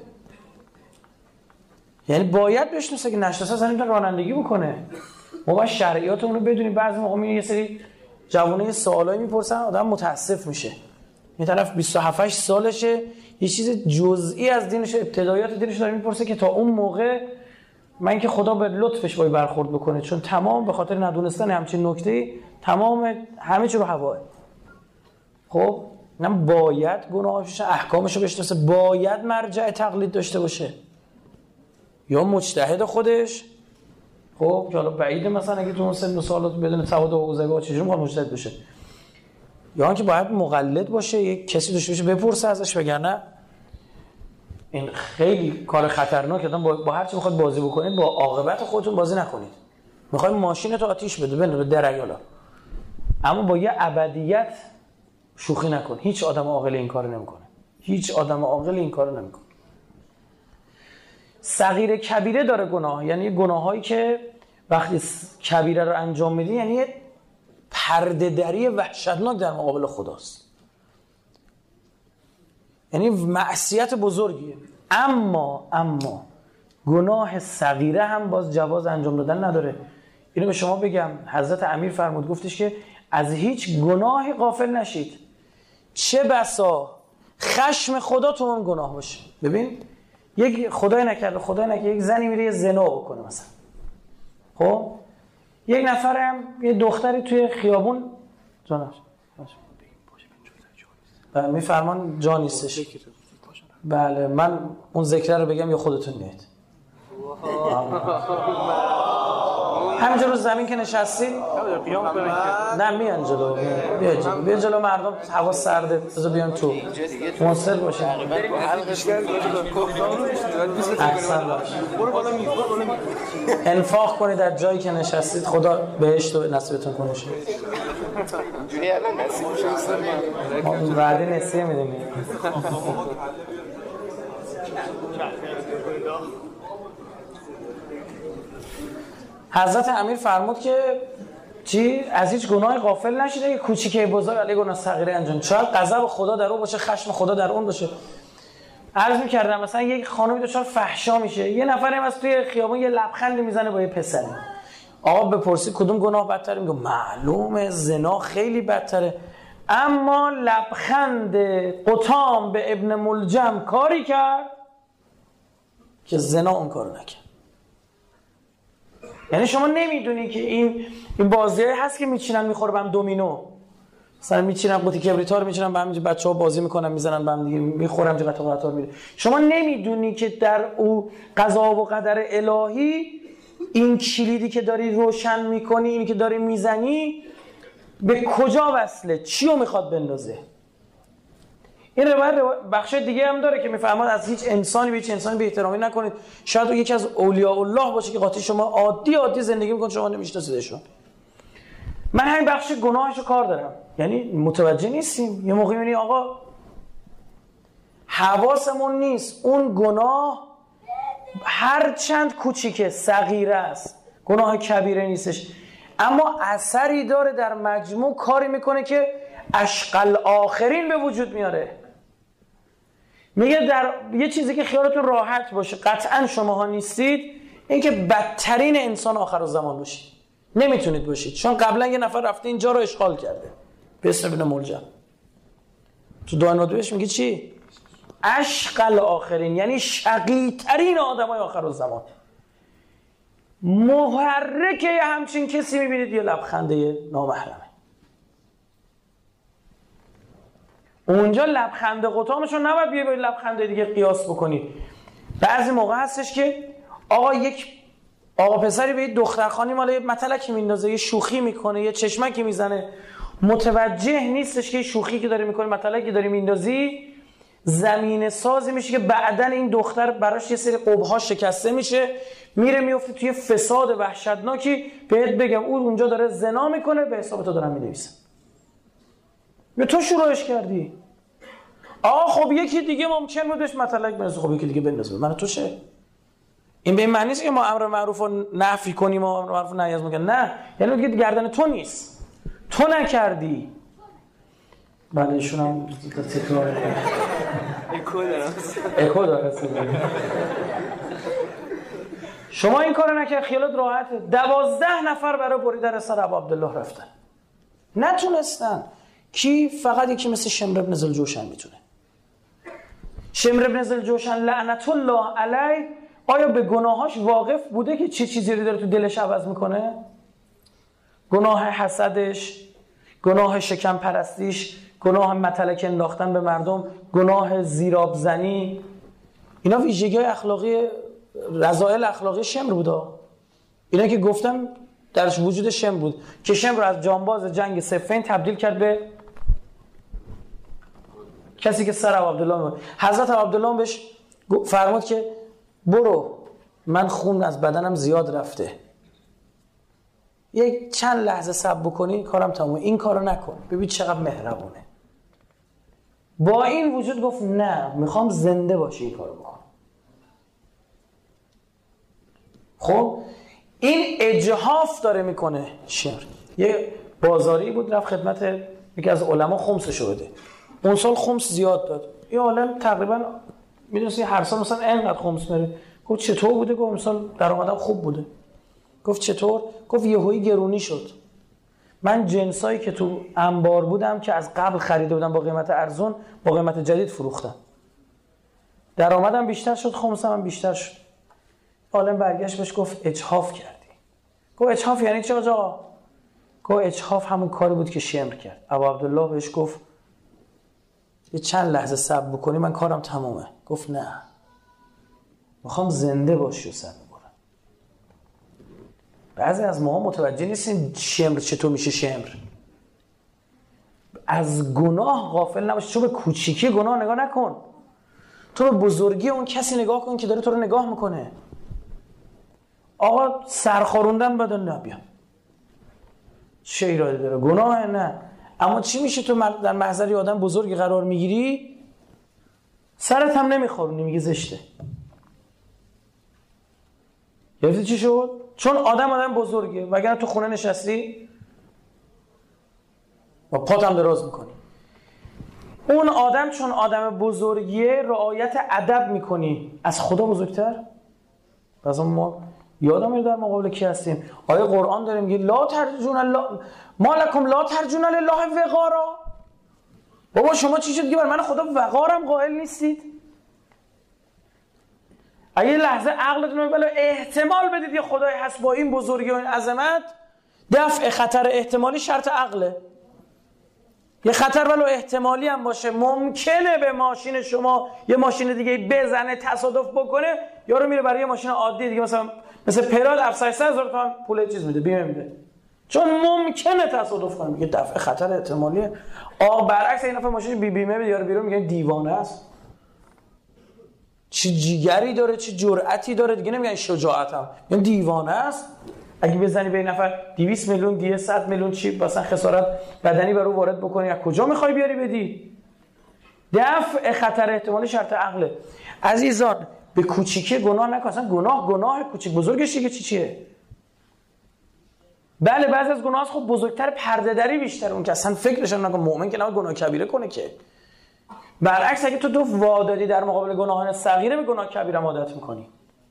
یعنی باید بشناسه که نشناسه اصلا نمیتونه رانندگی بکنه. ما باید شرعیات اون رو بدونیم. بعضی موقع میبینی یه سری جوونه سوالایی میپرسن، آدم متاسف میشه. این طرف 27 سالشه، یه چیز جزئی از دینش، ابتدایات دینش داره میپرسه که تا اون موقع من که خدا به لطفش باید برخورد بکنه، چون تمام به خاطر ندونستن همچین نکته‌ای تمام همه چی رو هواه. خب اینم باید گناهش احکامش رو بشناسه، باید مرجع تقلید داشته باشه، یا مجتهد خودش. خب که حالا بعیده مثلا اگه تو اون سن و سالات بدون سواد و حوزه‌ها چجوری میخواد مجتهد بشه، یا اینکه باید مقلد باشه، یک کسی داشته باشه بپرسه ازش، وگرنه این خیلی کار خطرناکه. با هر چی میخواد بازی بکنید با عاقبت خودتون بازی نکنید. میخواید ماشینتو آتیش بده بندازه درگالا، اما با یه ابدیت شوخی نکن. هیچ آدم عاقل این کارو نمیکنه، هیچ آدم عاقل این کارو نمیکنه. صغیر کبیره داره گناه، یعنی گناهایی که وقتی کبیره رو انجام میدی یعنی پرده دری وحشتناک در مقابل خداست، یعنی معصیت بزرگیه. اما گناه صغیره هم باز جواز انجام دادن نداره. اینو به شما بگم، حضرت امیر فرمود، گفتش که از هیچ گناهی غافل نشید، چه بسا خشم خدا تو اون گناه باشه. ببین یک خدای نکرده یک زنی میره یه زنا بکنه مثلا، خب یک نفرم یه دختری توی خیابون جانش میفرمان جا نیستش. بله من اون ذکر رو بگم یا خودتون میاد؟ همینجا رو زمین که نشستی نه میان جلو، بیا جلو مردم، هوا سرده، بذار بیان تو، منصر باشه. انفاق کنید در جایی که نشستید، خدا بهشت و نصیبتون کنه. اینجوری الان نصیب میشه، بعد نصیب میدیم. حضرت امیر فرمود که چی؟ از هیچ گناه غافل نشید. اگه کوچیکه بزرگ علی گناه صغیره انجام، شاید غضب خدا در اون باشه، خشم خدا در اون باشه. عرض می‌کردم مثلا یک خانمی دچار فحشا میشه، یه نفر هم از توی خیابون یه لبخند میزنه با یه پسری. آقا بپرسید کدوم گناه بدتره؟ میگه معلومه زنا خیلی بدتره. اما لبخند قطام به ابن ملجم کاری کرد که زنا اون کارو نکرد. یعنی شما نمیدونی که این بازیایی هست که میچینن میخوره به هم دومینو، مثلا میچینن قوطی کبریت ها رو میچینن به هم، بچه‌ها بازی میکنن میزنن به هم دیگه، میخورن چه قطار میره. شما نمیدونی که در او قضا و قدر الهی این کلیدی که داری روشن میکنی، اینی که داری میزنی به کجا وصله، چی رو میخواد بندازه. این بخش دیگه هم داره که میفهمد از هیچ انسانی به هیچ انسانی به احترامی نکنید. شاید یکی از اولیاء الله باشه که قاطی شما عادی زندگی میکنه، شما نمیشناسیدشون. من همین بخش گناهشو کار دارم، یعنی متوجه نیستیم. یه موقعی میبینی آقا حواسمون نیست اون گناه هر چند کوچیکه صغیره است، گناه کبیره نیستش، اما اثری داره در مجموع، کاری میکنه که اشقل آخرین به وجود میاره. میگه در یه چیزی که خیالتون راحت باشه، قطعا شماها نیستید، این که بدترین انسان آخر الزمان باشید. نمیتونید باشید، چون قبلا یه نفر رفته اینجا رو اشغال کرده به اسم ابن ملجم. تو دعا ندویش میگه چی؟ اشقل آخرین، یعنی شقی ترین آدمای آخر الزمان. محرک همچین کسی میبینید یه لبخنده نامحرمه. اونجا لبخنده قطامشون نباید بیه با لبخنده دیگه قیاس بکنید. بعضی موقع هستش که آقا پسری به یه دخترخانی مال یه متلکی میندازه، یه شوخی میکنه، یه چشمکی میزنه، متوجه نیستش که یه شوخی که داری میکنی، متلکی داری میندازی، زمینه سازی میشه که بعدن این دختر براش یه سری قبها شکسته میشه، میره میفته توی فساد وحشتناکی. بهت بگم اون اونجا داره زنا میکنه، به حساب تو دارم مینویسم، به تو شروعش کردی. خب یکی دیگه ممکن بودش مطلق بنویسه، خب یکی دیگه بنویسه، من تو چه؟ این به این معنی نیست که ما امر معروف رو نفی کنیم و امر معروف رو نهی از منکر، نه، یعنی میگه گردن تو نیست، تو نکردی. بله ایشون هم تکرار اکو داره. شما این کارو نکرد، خیالت راحته. 12 نفر برای بریدن سر ابو عبدالله رفتن، نتونستن. کی؟ فقط یکی مثل شمر بن ذوالجوشن میتونه. شمر بن ذوالجوشن لعنت الله علیه آیا به گناهاش واقف بوده که چه چیزی رو داره تو دلش عوض میکنه؟ گناه حسدش، گناه شکم پرستیش، گناه متلک انداختن به مردم، گناه زیراب زنی، اینا ویژگی‌های اخلاقی، رذائل اخلاقی شمر بوده. اینا که گفتم درش وجود شمر بود که شمر رو از جانباز جنگ صفین تبدیل کرد به کسی که سر عبدالله حضرت عبدالله بهش فرمود که برو، من خون از بدنم زیاد رفته، یک چند لحظه صبر بکنی کارم تمومه، این کارو نکن. ببین چقدر مهربونه. با این وجود گفت نه، میخوام زنده باشی این کارو بکن. خب این اجحاف داره میکنه شمر. یه بازاری بود رفت خدمت یکی از علما خمسشو بده. اون سال خمس زیاد داد. یه عالم تقریبا میدونستی هر سال مثلا اینقدر خمس میره. گفت چطور بوده؟ گفت امسال درآمدم خوب بوده. گفت چطور؟ گفت یهویی گرونی شد. من جنسایی که تو انبار بودم که از قبل خریده بودم با قیمت ارزون، با قیمت جدید فروختم. درآمدم بیشتر شد، خمسم هم بیشتر شد. عالم برگشت بهش گفت اجحاف کردی. گفت اجحاف یعنی چی آقا؟ گفت اجحاف همون کاری بود که شمر کرد. ابو عبدالله بهش گفت یه چند لحظه صبر بکنی من کارم تمومه. گفت نه، میخوام زنده باشی و صبر بکنم. بعضی از ما متوجه نیستیم شمر چطور میشه شمر. از گناه غافل نباش. تو به کوچیکی گناه نگاه نکن، تو به بزرگی اون کسی نگاه کن که داره تو رو نگاه میکنه. آقا سرخوروندن بدن نبیام، چه ایرادی داره؟ گناه نه. اما چی میشه تو در محضر آدم بزرگی قرار میگیری سرت هم نمیخورونی، میگه زشته. گرفتی چی شد؟ چون آدم بزرگه، وگرنه تو خونه نشستی و پاتم دراز میکنی. اون آدم چون آدم بزرگیه رعایت ادب میکنی. از خدا بزرگتر؟ پس ما یادم میاد در مقابل کی هستیم. آیه قرآن داره میگه لا ترجون الله ما لکم لا ترجون لله وقارا. بابا شما چی شد که بر من خدا وقارم قائل نیستید؟ اگه لحظه عقلتون رو بله احتمال بدید یه خدای هست با این بزرگی و این عظمت، دفع خطر احتمالی شرط عقله. یه خطر ولو احتمالی هم باشه ممکنه به ماشین شما یه ماشین دیگه بزنه تصادف بکنه، یارو میره برای یه ماشین عادی دیگه مثل پراد 700,000 تومان پول چیز میده، بیمه میده، چون ممکنه تصادف کنه. میگه دفع خطر احتمالیه. برعکس این نفر ماشین بیمه بده یارو بیرون میگه دیوانه است. چه جیگری داره، چه جرأتی داره، دیگه نمیگن شجاعتم، یعنی دیوانه است. اگه بزنی به این نفر 200 میلیون دیگه 100 میلیون چی مثلا خسارت بدنی برو وارد بکنی، از کجا میخوای بیاری بدی؟ دفع خطر احتمالی شرط عقله. عزیزان به کوچیکی گناه نکن. اصلا گناه کوچیک بزرگش دیگه چیه؟ بله بعضی از گناهات خب بزرگتر، پرده دری بیشتر، اون که اصلا فکرش هم نکن. مؤمن که نه گناه کبیره کنه که. برعکس اگه تو وادادی در مقابل گناهان صغیره به گناه کبیره عادت میکنی.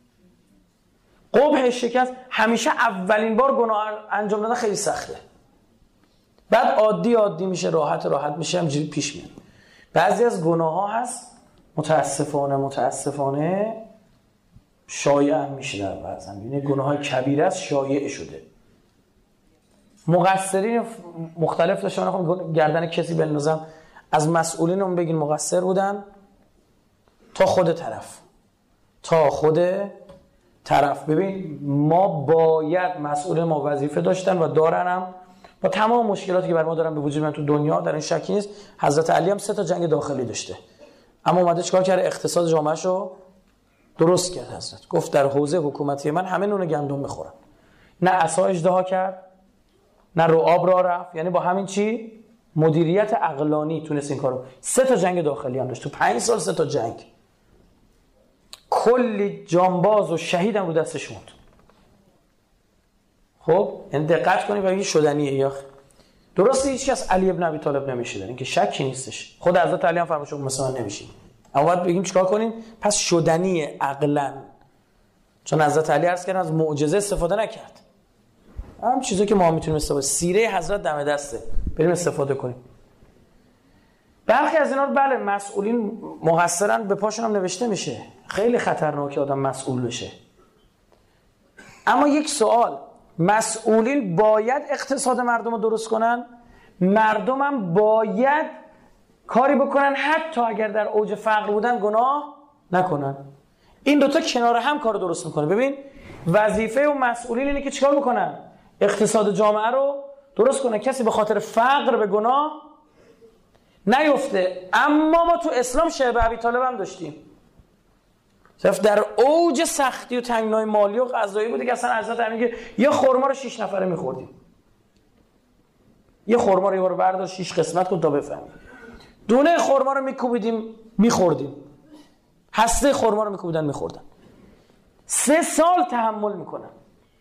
قبح شکست همیشه اولین بار گناه انجام دادن خیلی سخته، بعد عادی میشه، راحت میشه، همجوری پیش میاد. بعضی از گناه ها هست متاسفانه شایع میشه در بعضن، یعنی گناه های کبیره است شایع شده. مقصرین مختلف داشتن، نخوام گردن کسی بندازم، از مسئولین اون بگین مقصر بودن تا خود طرف. ببین ما باید مسئول ما وظیفه داشتن و دارنم با تمام مشکلاتی که بر ما دارن به وجود میاد تو دنیا، در این شکی نیست. حضرت علی هم 3 جنگ داخلی داشته، اما اومده چیکار کرده؟ اقتصاد جامعهشو درست کرد. حضرت گفت در حوزه حکومتی من همه نون گندم میخورن. نه عصا اژدها کرد، نه رعاب را رفت، یعنی با همین چی مدیریت عقلانی تونست این کارو. 3 جنگ داخلی هم داشت تو 5 سال، 3 جنگ. کلی جانباز و شهید هم رو دستش موند. خب این دقت کنید و این شدنیه یا درسته هیچ کس علی ابن ابی طالب نمیشه، این که شکی نیستش. خود حضرت علی هم فرموده مثلا نمیشه. اما باید بگیم چیکار کنیم؟ پس شدنیه عقلاً، چون حضرت علی عرض کردن از معجزه استفاده نکرد. هم چیزی که ما میتونیم استفاده، سیره حضرت دم دسته، بریم استفاده کنیم. برخی از اینا رو بله مسئولین مقصرن، به پاشون هم نوشته میشه. خیلی خطرناکه آدم مسئول بشه. اما یک سوال، مسئولین باید اقتصاد مردم رو درست کنن، مردم هم باید کاری بکنن حتی اگر در اوج فقر بودن گناه نکنن. این دوتا کنار هم کار درست میکنه. ببین وظیفه و مسئولین اینه که چیکار بکنن؟ اقتصاد جامعه رو درست کنن، کسی به خاطر فقر به گناه نیفته. اما ما تو اسلام شیخ ابی طالب هم داشتیم، صرف در اوج سختی و تنگنای مالی و غذایی بوده که اصلا حضرت علی میگه یه خرما رو 6 نفره میخوردیم. یه خرما رو یه بار برداشت 6 قسمت کن تا بفهمید. دونه خرما رو میکوبیدیم میخوردیم، هسته خرما رو میکوبیدن میخوردن. 3 سال تحمل میکنن.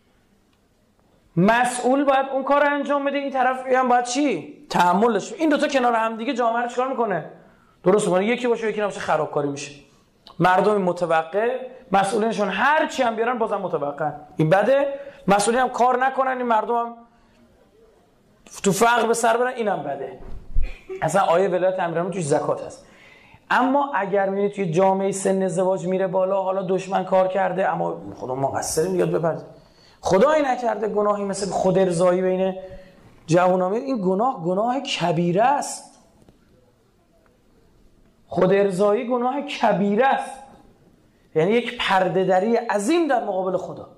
مسئول باید اون کار رو انجام بده، این طرف هم باید چی؟ تحملش. این دوتا کنار هم دیگه جامعه رو چیکار میکنه؟ درست میکنه. یکی باشه یکی نباشه خرابکاری میشه. مردم متوقع، مسئولینشون هر چی هم بیارن بازم متوقع. این بده. مسئولین هم کار نکنن، این مردم هم تو فقر به سر برن، اینم بده. اصلا آیه ولایت امیرالمومنین توش زکات هست. اما اگر میبینید توی جامعه سن ازدواج میره بالا، حالا دشمن کار کرده اما خدا مقصریم یاد بپرد، خدایی نکرده گناهی مثل خود ارضایی بین جوونا میاد، این گناه کبیره است. خود ارضایی گناه کبیره است، یعنی یک پرده دری عظیم در مقابل خدا.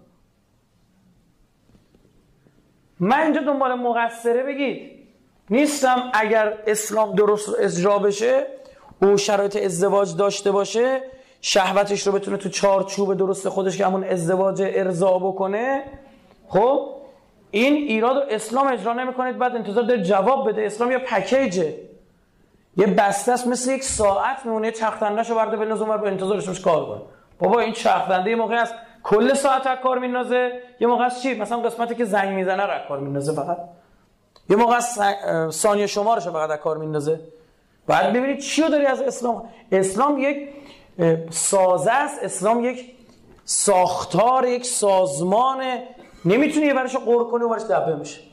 من اینجا دنبال مقصره بگید نیستم. اگر اسلام درست اجرا بشه، او شرایط ازدواج داشته باشه، شهوتش رو بتونه تو چارچوب درست خودش که همون ازدواج ارضا بکنه، خب این ایراد رو اسلام اجرا نمی‌کنید، بعد انتظار داره جواب بده. اسلام یه پکیجه، یه بسته است، مثل یک ساعت میمونه، چرخدنده‌شو برده بندازه اونور، به انتظارش کار کنه. بابا این چرخدنده یه موقعی است کل ساعت از کار میندازه، یه موقع است چی؟ مثلا قسمتی که زنگ میزنه رو کار میندازه فقط. یه موقع ثانیه شمارش رو فقط کار میندازه. باید ببینید چی رو داری از اسلام. اسلام یک سازه است، اسلام یک ساختار، یک سازمانه. نمیتونی یه برش قور کنی و برش دبه میشه.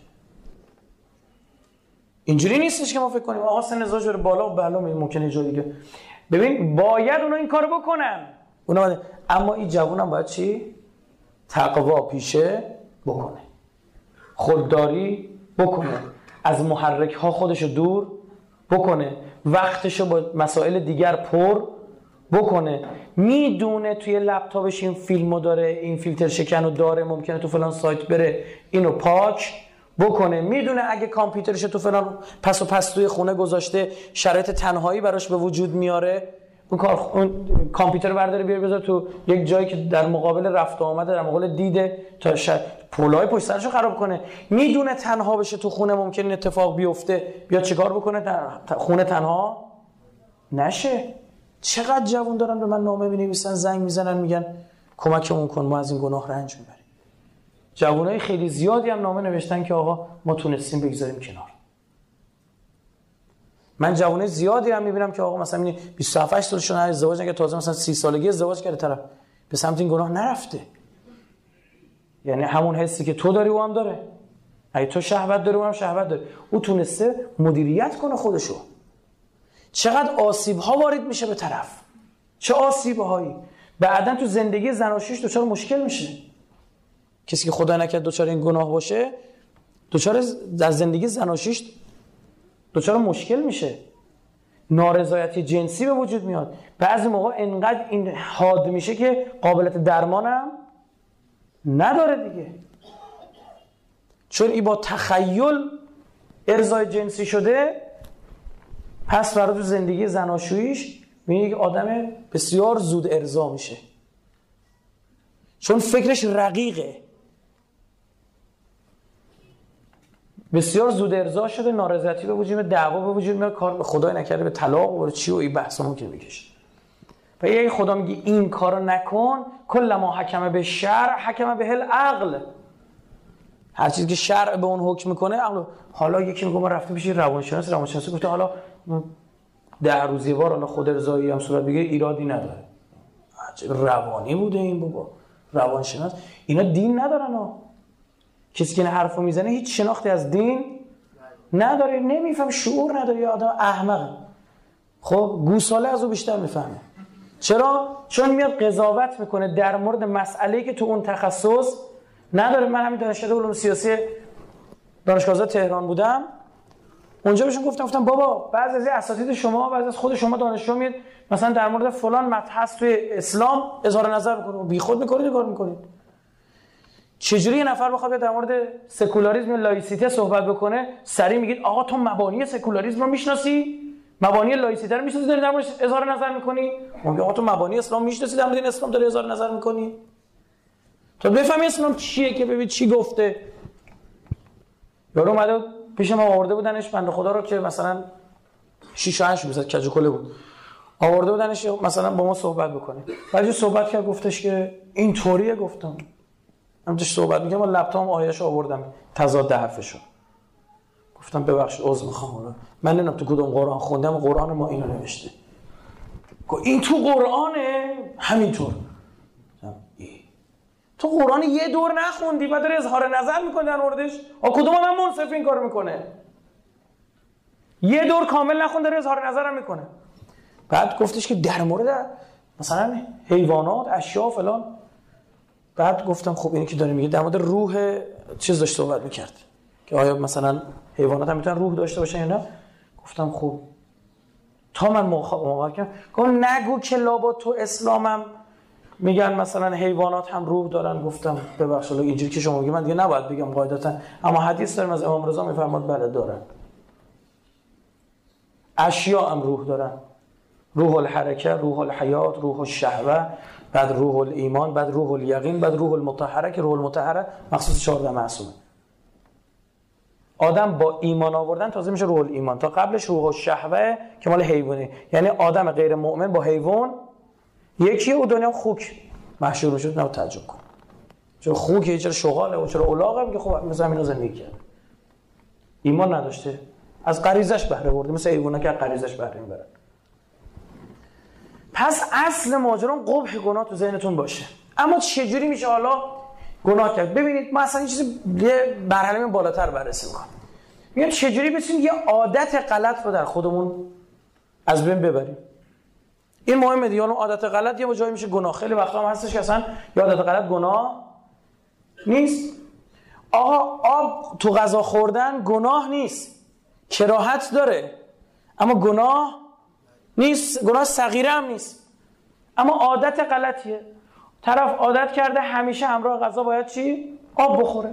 اینجوری نیستش که ما فکر کنیم آقا سن ازدواج بره بالا و بالا ممکنه جای دیگه. ببین باید اونا این کارو بکنن. اما این جوونم باید چی؟ تقوا پیشه بکنه، خودداری بکنه، از محرک ها خودشو دور بکنه، وقتشو با مسائل دیگر پر بکنه. میدونه توی لپتاپش این فیلمو داره، این فیلتر شکنو داره، ممکنه تو فلان سایت بره اینو پاک بکنه. میدونه اگه کامپیوترش تو فلان پس و پستوی خونه گذاشته شرایط تنهایی براش به وجود میاره، اون کامپیوتر برداره بیاره بذاره تو یک جایی که در مقابل رفت و آمده، در مقابل دیده، تا پولای پشت سرشو خراب کنه. میدونه تنها بشه تو خونه ممکنه این اتفاق بیفته، بیا چیکار بکنه؟ خونه تنها نشه. چقدر جوان دارن به من نامه می‌نویسن، زنگ میزنن، میگن کمکمون کن، ما از این گناه رنج میبریم. جوانای خیلی زیادی هم نامه نوشتن که آقا ما تونستیم بگذاریم کنار. من جوانای زیادی هم میبینم که آقا مثلا این 27 سالشون ازدواج نکرده، تازه مثلا 30 سالگی ازدواج کرده، طرف به سمت این گناه نرفته. یعنی همون حسی که تو داری او هم داره. اگه تو شهوت داری او هم شهوت داره. او تونسته مدیریت کنه خودشو. چقدر آسیب‌ها وارد میشه به طرف. چه آسیب‌هایی. بعداً تو زندگی زناشویش دچار مشکل میشه. کسی که خدا نکرد دچار این گناه باشه، دچار در زندگی زناشویش دچار مشکل میشه. نارضایتی جنسی به وجود میاد. بعضی موقع انقدر این حاد میشه که قابلیت درمانم نداره دیگه. چون این با تخیل ارضای جنسی شده، پس برای تو زندگی زناشویش میبینی که آدم بسیار زود ارضا میشه. چون فکرش رقیقه، بسیار زود ارضا شده، نارضایتی به وجود میاد، دعوا به وجود میاد، کار خدای نکرده به طلاق و چی و این بحثا ممکن میکشه. و اگه خدا میگه این کارو نکن، کل ما حکم به شرع حکم به العقل. هر چیزی که شرع به اون حکم میکنه عقل. حالا یکی میگه ما رفتیم پیش روانشناس گفته حالا 10 روز یه بار حالا خود رضایی هم صورت بگیره ایرادی نداره. روانی بوده این بابا، روانشناس. اینا دین ندارن ها. کسی که این حرفو میزنه هیچ شناختی از دین نداره، نمیفهم، شعور نداره، یا آدم احمقه. خب گوساله از او بیشتر میفهمه. چرا؟ چون میاد قضاوت میکنه در مورد مسئله‌ای که تو اون تخصص نداره. من همین دانشکده علوم سیاسی دانشگاه آزاد تهران بودم، اونجا بهشون گفتم بابا بعضی از اساتید شما، بعضی از خود شما دانشجو میاد مثلا در مورد فلان متن توی اسلام اظهار نظر میکنه، بیخود میکنید کار میکنید. چجوری یه نفر بخواد در مورد سکولاریسم یا لایسیته صحبت بکنه، سریع میگید آقا تو مبانی سکولاریسم رو میشناسی؟ مبانی لایسیته رو میشناسی داری در موردش اظهار نظر میکنی؟ میگه آقا تو مبانی اسلام میشناسی در مورد اسلام داری اظهار نظر میکنی؟ تو بفهمی اسلام چیه که ببین چی گفته. یارو اومده پیش ما آورده بودنش بنده خدا رو که مثلا 6 و 8 مثلا کج کله بود، آورده بودنش مثلا با ما صحبت بکنه. بعدش صحبت کرد، گفتش که این طوریه. گفتم من داشت صحبت میگم، من لپتاپم آیه‌شو آوردم تضاد حرفشو. گفتم ببخشید عذر میخوام، من نمیدونم تو کدوم قرآن خوندم، قرآن ما اینو نوشته. گفت این تو قرآنه؟ همینطور. تو قرآن یه دور نخوندی بعد داری اظهار نظر میکنی در موردش؟ کدوم من منصف این کارو میکنه؟ یه دور کامل نخوند داره اظهار نظرم میکنه. بعد گفتش که در مورد مثلا حیوانات، اشیاء فلان. بعد گفتم خب اینی که داره میگه در مورد روح چیز داشت صحبت میکرد که آیا مثلا حیوانات هم میتونن روح داشته باشن یا نه. گفتم خب تا من موافقت کردم. گفتم نگو که لابا تو اسلامم میگن مثلا حیوانات هم روح دارن. گفتم ببخشید اینجوری که شما میگید من دیگه نباید بگم قاعدتا، اما حدیث داریم از امام رضا میفرماد بله دارن. اشیاء هم روح دارن، روح الحرکه، روح الحیات، روح الشهوه، بعد روح الایمان، بعد روح الیقین، بعد روح المطهره که روح المطهره مخصوص 14 معصومه. آدم با ایمان آوردن تازه میشه روح الایمان، تا قبلش روح الشهوه که مال حیوانه، یعنی آدم غیر مؤمن با حیوان یکیه و دنیا خوک محشور میشه. نه تعجب کن چرا خوکه، چرا شغاله و چرا الاغه، میگه خب مثلا اینا زندگی کرد. ایمان نداشته، از غریزش بهره برده، مثل ایوونا که از غریزش بهره میبرن. پس اصل ماجرا قبح گناه تو ذهنتون باشه. اما چجوری میشه حالا گناه کرد؟ ببینید ما اصلا این چیزی مرحله بالاتر بررسی میکنیم. میگم چجوری بتونیم یه عادت غلط رو در خودمون از بین ببریم. این مهمه دیگه. اون عادت غلط یه جایی میشه گناه. خیلی وقتا هم هستش که اصلا یه عادت غلط گناه نیست. آقا آب تو غذا خوردن گناه نیست، کراهت داره اما گناه نیست، گناه صغیره هم نیست، اما عادت غلطیه. طرف عادت کرده همیشه همراه غذا باید چی؟ آب بخوره.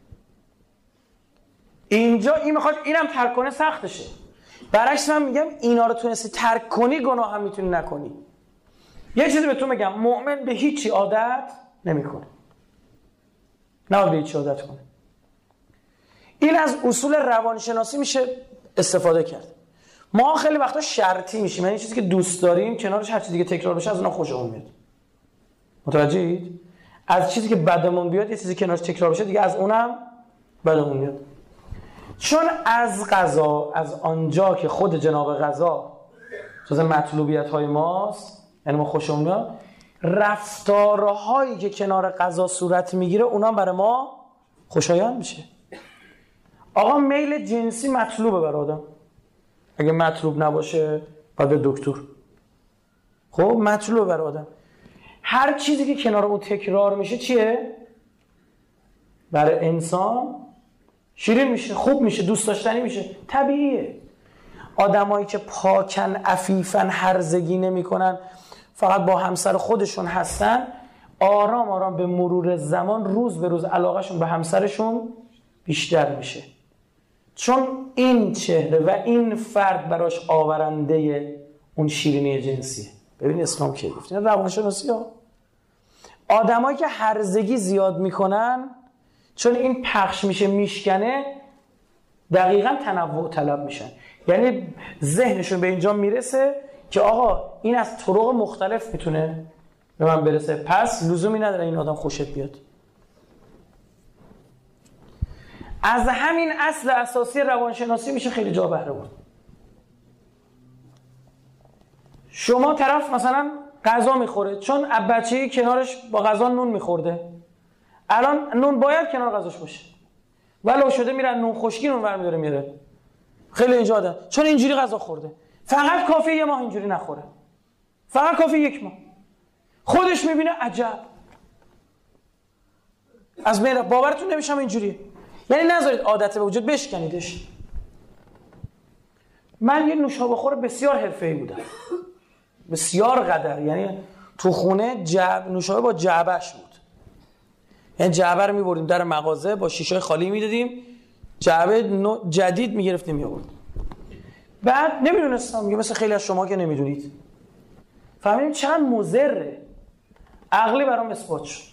اینجا این میخواد اینم ترک کنه سختشه. برعکس من میگم اینا رو تونستی ترک کنی گناه هم میتونی نکنی. یه چیزی بهتون میگم، مؤمن به هیچی عادت نمیکنه. نه به هیچی عادت کنه. این از اصول روانشناسی میشه استفاده کرد. ما خیلی وقتا شرطی میشیم، یعنی چیزی که دوست داریم کنارش هر چیزی دیگه تکرار بشه از اونها خوشمون میاد. متوجهید؟ از چیزی که بدمون بیاد یه چیزی کنارش تکرار بشه دیگه از اونم بدمون میاد. چون از قضا، از آنجا که خود جناب قضا جز مطلوبیت‌های ماست، یعنی ما خوشمون میاد، رفتارهایی که کنار قضا صورت میگیره اونا برای ما خوشایند میشه. آقا میل جنسی مطلوبه برای آدم، اگه مطلوب نباشه باید به دکتر. خب مطلوبه برای آدم. هر چیزی که کنار اون تکرار میشه چیه؟ برای انسان شیرین میشه، خوب میشه، دوست داشتنی میشه، طبیعیه. آدمایی که پاکن، عفیفن، هرزگی نمیکنن، فقط با همسر خودشون هستن، آرام آرام به مرور زمان روز به روز علاقهشون به همسرشون بیشتر میشه. چون این چهره و این فرد براش آورنده اون شیرینی جنسیه. ببین اسلام که گفت این روانشناسی ها. آدمایی که هرزگی زیاد میکنن چون این پخش میشه میشکنه، دقیقاً تنوع طلب میشن. یعنی ذهنشون به اینجا میرسه که آقا این از طرق مختلف میتونه به من برسه، پس لزومی نداره این آدم خوشت بیاد. از همین اصل اساسی روانشناسی میشه خیلی جا بهره برد. شما طرف مثلا غذا میخوره، چون بچه‌ای کنارش با غذا نون میخورده، الان نون باید کنار غذاش باشه، ولو شده میره نون خشکی نون برمی‌داره میاره. خیلی اینجا آدم چون اینجوری غذا خورده، فقط کافیه یه ماه اینجوری نخوره، فقط کافیه یک ماه، خودش میبینه عجب از میره، باورتون نمیشم اینجوریه. یعنی نذارید عادت به وجود بشکنیدش. من یه نوشابه‌خور بسیار حرفه‌ای بودم، بسیار قدر، یعنی تو خونه نوشابه با جعبه‌اش بود. یعنی جعبه رو می‌بردیم در مغازه با شیشه خالی میدادیم، جعبه جدید می‌گرفتیم می‌آوردیم. بعد نمیدونستم، میگه مثل خیلی از شما که نمیدونید، فهمیدیم چند مضره. عقلی برام اثبات شد.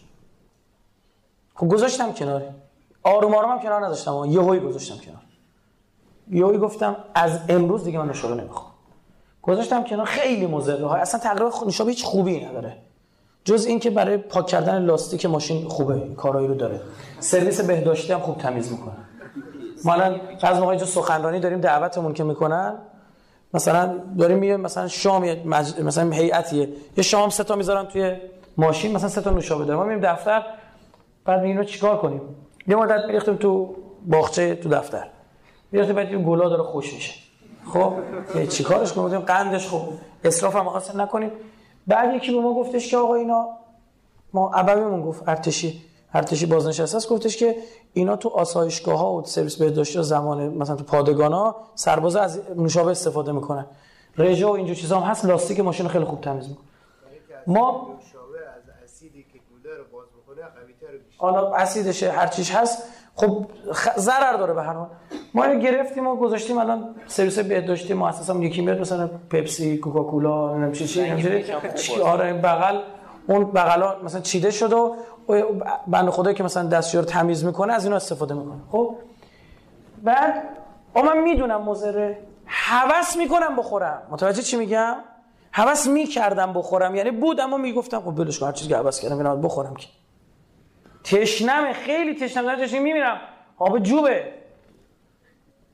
خب گذاشتم کنار، آروم آروم هم کنار نذاشتم، یهویی گذاشتم کنار. یهویی گفتم از امروز دیگه من نوشابه نمیخوام. گذاشتم کنار. خیلی مضره ها، اصلا تقریبا نوشابه هیچ خوبی نداره جز این که برای پاک کردن لاستیک ماشین خوبه، کارایی رو داره. سرویس بهداشتی هم خوب تمیز میکنه. ما الان بعضی موقع جو سخنرانی داریم، دعوتمون که میکنن، مثلا داریم میایم مثلا شام مثلا هیئتیه، یه شام 3 تا میذارن توی ماشین، مثلا 3 تا نوشابه داره، ما میریم دفتر، بعد میگیم اینو چیکار کنیم؟ یه مدت میریختیم تو باغچه تو دفتر، میریختیم بعد این گلا داره خوش میشه. خب چیکارش کنیم؟ قندش خوب، اسراف هم اصلا نکنیم. بعد یکی به ما گفتش که آقا اینا، ما ابویمون گفت ارتشی بازنشسته است، گفتش که اینا تو آسایشگاه‌ها و سرویس بهداشتی زمان مثلا تو پادگانا سربازا از نوشابه استفاده میکنن، رژه و اینجور چیزا هم هست، لاستیک ماشین خیلی خوب تمیز میکنه. ما نوشابه از اسیدی که گوله رو باز میکنه قوی‌تر میشه، حالا اسیدش هر چیز هست، خب ضرر داره به هر حال. ما اینو گرفتیم و گذاشتیم، الان سرویس بهداشتی مؤسسمون یکی میاد مثلا پپسی، کوکاکولا، نمیدونم چی اینجوری، آره بغل اون بغلا مثلا چیده شد و بنده خدایی که مثلا دستیار تمیز میکنه از اینا استفاده میکنه. خب بعد من میدونم مضره، هوس میکنم بخورم. متوجه چی میگم؟ هوس میکردم بخورم، یعنی بود اما میگفتم خب بلش کن، هر چیزی که هوس کردم اینا بخورم که تشنمه، خیلی تشنم دارم، میمیرم، آب جوبه.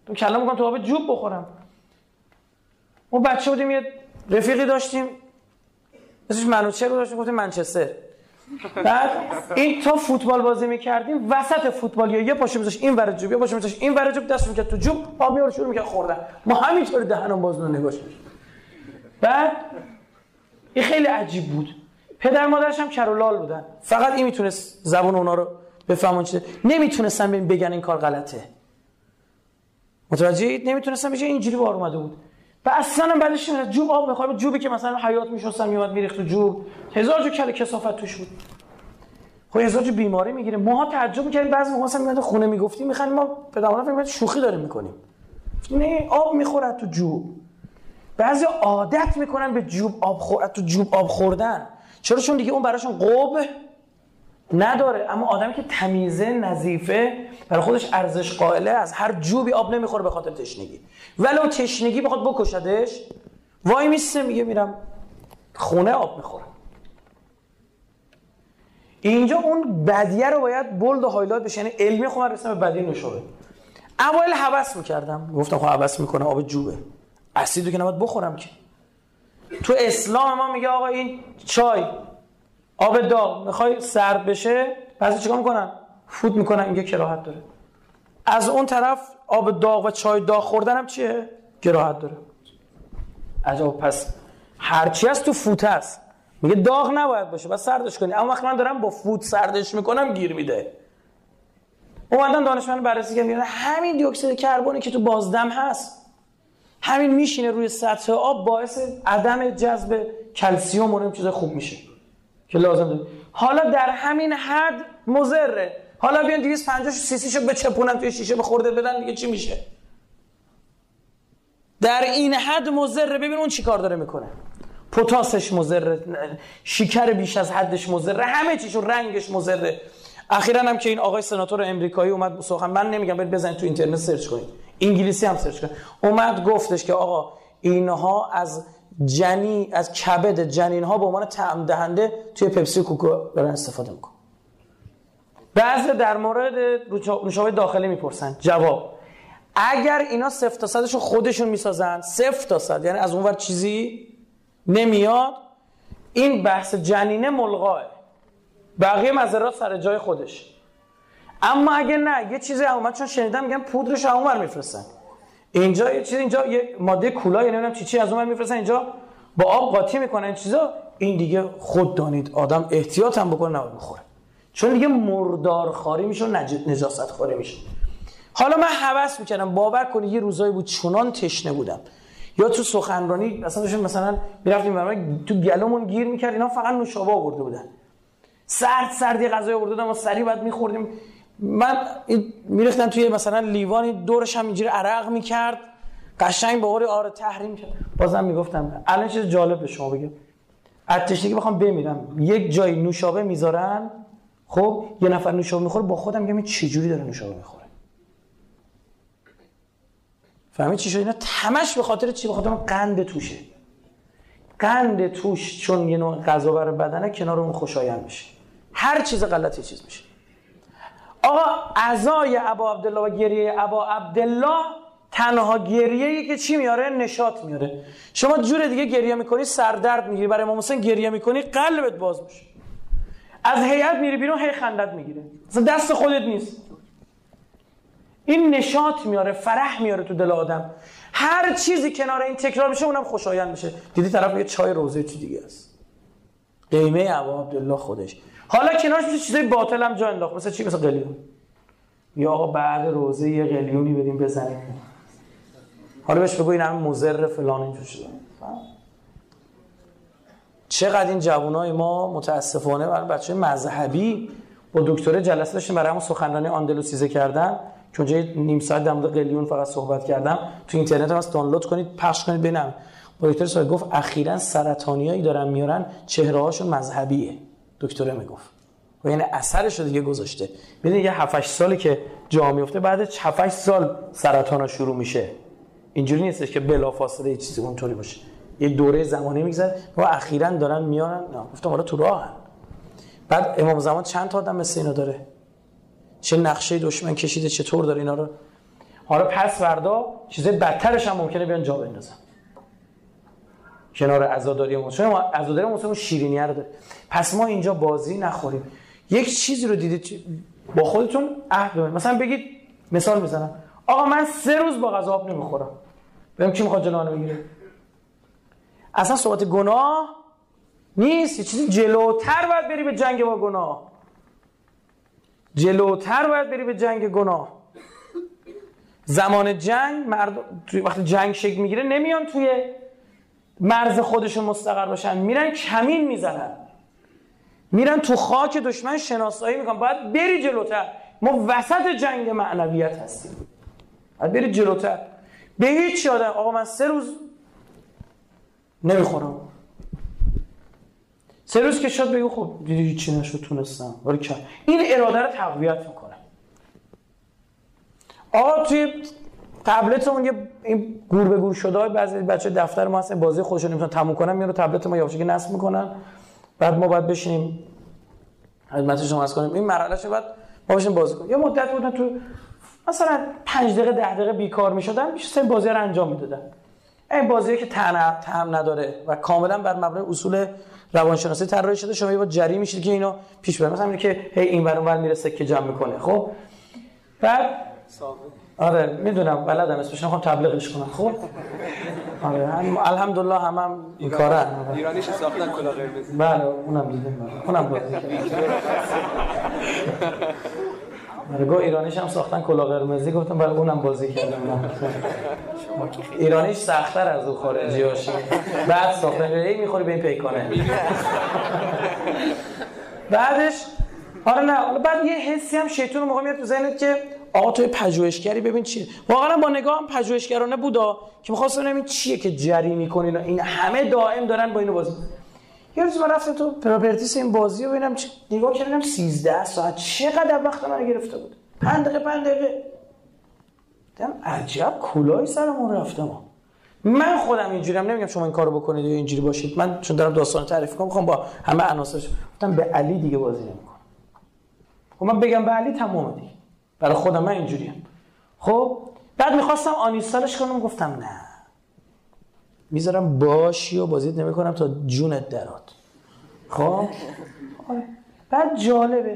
تو کله میکنم تو آب جوب بخورم. ما بچه بودیم یه رفیقی داشتیم اسمش منوچهر رو داشتیم گفتیم منچستر. بعد این تا فوتبال بازی میکردیم وسط فوتبال یه پاشو میذاش این ور جوب، یه پاشو میذاش این ور جوب، دست میکرد تو جوب، آب میاره شروع میکرد خوردن. ما همینطوری دهنم باز نگاش می‌کردیم. بعد این خیلی عجیب بود. پدر مادرش هم کرولال بودن. فقط این میتونست زبان اونا رو بفهمون چیه. نمیتونستن بگن این کار غلطه. متوجهید؟ نمیتونستن بگن اینجوری بار اومده بود. و اصلا بعدش جوب آب می‌خوره، جوبی که مثلا حیات میشستن میومد میریخت تو جوب، هزار جو کله کثافت توش بود. خب هزار جو بیماری میگیره. ماها تعجب می‌کردیم بعضی موقع مثلا میاد خونه میگفتیم می‌خوایم ما پدر مادر فکر می‌کردن شوخی داریم می‌کنیم. نه آب می‌خوره تو جوب. بعضی عادت می‌کنن به جوب آب خوردن. چرا؟ چون دیگه اون براشون قوب نداره. اما آدمی که تمیزه، نظیفه، برای خودش ارزش قائله، از هر جوبی آب نمیخوره به خاطر تشنگی. ولو تشنگی بخواد بکشدش، وای میسته میگه میرم خونه آب میخورم. اینجا اون بدیه رو باید بولد و هایلایت بشه، یعنی علمی خودم رسیدم به بدیه نوشابه. اوایل هوس میکردم، گفتم خب هوس میکنه آب جوبه، اسیدو که نباید بخورم که. تو اسلام ما میگه آقا این چای آب داغ میخوای سرد بشه، بعضی چیکار میکنن؟ فوت میکنن، میگه کراهت داره. از اون طرف آب داغ و چای داغ خوردن هم چیه؟ کراهت داره. عجب. پس هرچی هست تو فوت هست. میگه داغ نباید باشه، بس سردش کنی. اما وقتی من دارم با فوت سردش میکنم گیر میده. اومدن دانشمند بررسی کردن میگن همین دی اکسید کربنی که تو بازدم هست، همین میشینه روی سطح آب، باعث عدم جذب کلسیم و این چیزا خوب میشه که لازم داره. حالا در همین حد مضره. حالا بیان 250 سی سی شو بچپونن توی شیشه بخورده بدن، دیگه چی میشه؟ در این حد مضره. ببین اون چی کار داره میکنه. پتاسش مضره، شکر بیش از حدش مضره، همه چیشو، رنگش مضره. اخیراً هم که این آقای سناتور امریکایی اومد سخن، من نمیگم، برید بزنید تو اینترنت سرچ کنید، انگلیسی هم سرچ کنید، اومد گفتش که آقا اینها از کبد جنین ها به عنوان طعم دهنده توی پپسی و کوکا دارن استفاده میکنن. بعضی در مورد نوشابه داخلی میپرسن، جواب اگر اینا 0% خودشون میسازن، 0%، یعنی از اونور چیزی نمیاد، این بحث جنینه ملغاه، بقیه مزرات سر جای خودش. اما اگه نه، یه چیزی اومد، چون شنیدم میگن پودرش اونور میفرستن، اینجا یه چیز، اینجا یه ماده کولا، یعنی نمیدونم چی از اونور میفرستن، اینجا با آب قاطی میکنن این چیزا، این دیگه خود دانید آدم احتیاط هم بکنه نباید بخوره، چون دیگه مردارخواری میشه و نجاست خواری میشه. حالا من هوس میکردم، باور کنی یه روزایی بود چنان تشنه بودم، یا تو سخنرانی مثلا میرفتیم برام تو گلومون گیر میکرد، اینا فقط نوشابه آورده بودن، سردی غذا آورده بودن، ما سری بعد میخوردیم. من میریختم توی مثلا لیوانی، دورش هم اینجوری عرق میکرد، قشنگ به قول تحریم کرد. بازم میگفتم الان چیز جالب به شما بگم، از تشنگی بخوام بمیرم، یک جای نوشابه میذارن، خب یه نفر نوشابه میخوره، با خودم میگم این چه جوری داره نوشابه میخوره. فهمید چی شد؟ اینا همش به خاطر چی؟ به خاطر قند توشه. قند توش چون یه نوع غذا برای بدنه، کنار اون خوشایند میشه، هر چیز غلطی چیز میشه. آقا عزای ابا عبدالله و گریه ابا عبدالله تنها گریه‌ای که چی میاره؟ نشاط میاره. شما جور دیگه گریه میکنی سردرد میگیری، برای امام حسین گریه میکنی قلبت باز میشه، از هیئت میری بیرون هی خندت میگیره، اصلا دست خودت نیست. این نشاط میاره، فرح میاره تو دل آدم. هر چیزی کنار این تکرار میشه اونم خوشایند میشه. دیدی طرف یه چای روزه چی دیگه است، قیمه ابا عبدالله خودش. حالا کنارش میشه چیزای باطل هم جا انداخت، مثلا چی؟ مثلا قلیون. یا آقا بعد روزه یه قلیونی بدیم بزنیم، حالا بهش بگو این هم مضر فلان اینجور شده. چقدر این جوانای ما متاسفانه برای بچه مذهبی با دکتره جلسه داشتیم برای همون سخنرانی آندلوسیزه کردن که اونجا نیم ساعت در مورد قلیون فقط صحبت کردم، تو اینترنت هم هست، دانلود کنید پخش کنید ببینم. با دکتر صاحب گفت اخیراً سرطانیایی دارن میارن چهره‌هاشون مذهبیه. دکتره میگفت و یعنی اثرش رو دیگه گذاشته. ببینید یه 7-8 سالی که جا میفته، بعد 7-8 سال سرطانا شروع میشه. اینجوری نیستش که بلافاصله یه چیزی اونطوری باشه، یه دوره زمانی میگذره و اخیراً دارن میارن. گفتم حالا تو راهن. بعد امام زمان چند تا آدم مثل اینا داره، چه نقشه دشمن کشیده، چطور داره اینا رو. حالا پس فردا چیزای بدترش هم ممکنه بیان جا بندازن کنار عزاداری مسلم. چون عزاداری مسلم شیرینیه رو داره. پس ما اینجا بازی نخوریم. یک چیزی رو دیدید با خودتون عهد بگیرید. مثلا بگید، مثال میزنم، آقا من 3 روز با غذا آب نمیخورم. ببین کی میخواد جلوانو بگیره؟ اصلا صحبت گناه نیست، یه چیزی جلوتر باید بری به جنگ با گناه. جلوتر باید بری به جنگ گناه. زمان جنگ وقتی جنگ شکل میگیره نمیان توی مرز خودشون مستقر باشن، میرن کمین میزنن، میرن تو خاک دشمن شناسایی میکنن. باید بری جلوتر. ما وسط جنگ معنویت هستیم، باید بری جلوتر. به هیچ آدم آقا من 3 روز نمیخورم، 3 روز که شد بگو خب دیدی هیچی نشد تونستم ولی کم. این اراده رو تقویت میکنه. آقا توی تبلتمون یه این گور به گور شده های بعضی بچه دفتر ما هستن بازی خودشون نمیتونن تموم کنن، میارن تبلت ما یواشکی نصب میکنن، بعد ما باید بشینیم خدمت شما عرض کنیم این مرحله‌شو بعد ما بشینیم بازی کنیم. یه مدت بودن تو مثلا 5 دقیقه 10 دقیقه بیکار میشدن، میشه بازی رو انجام میدادن. این بازیه که طعم نداره و کاملا بر مبنای اصول روانشناسی طراحی شده، شما یه بار جری میشید که اینو پیش ببرید. مثلا اینه که هی این ور اون ور میره سکه جمع میکنه. خب بعد آره میدونم بلدم اسمش، نمیخوام تبلیغش کنم. خب آره الحمدلله هم این کارن. ایرانیش ساختن کلاه قرمز. بله اونم دیدم، اونم بازی کردم. گو ایرانیش هم ساختن کلاه قرمزی، گفتم برای اونم بازی کردم. ایرانیش سخت‌تر از اون خارجیاشه. بعد ساختن میخوری به این پیکانه. بعدش آره نه، بعد یه حسی هم شیطون موقع میاد تو ذهنت که آقا توی پژوهشگری ببین چیه. واقعا با نگاهم پژوهشگرانه بودا که می‌خواستم ببینم چیه که جری می‌کنین این همه دائم دارن با اینو بازی. یه روز من رفتم تو پراپرتیس این بازی رو ببینم، نگاه کردم 13 ساعت چقدر وقت من گرفته بود. 5 دقیقه دیدم عجب کلاهی سرمون رفته. من خودم اینجوریم، نمیگم شما این کارو بکنید یا اینجوری باشید، من چون دارم داستان تعریف می‌کنم می‌خوام با همه عناصرش گفتم به علی دیگه بازی نمی‌کنم. خب من بگم به علی تمومه دیگه. برای خودم من اینجوریم. خب بعد می‌خواستم آنینستالش کنم، گفتم نه. میذارم باشی و بازیت نمی‌کنم تا جونت درات. خب بعد جالبه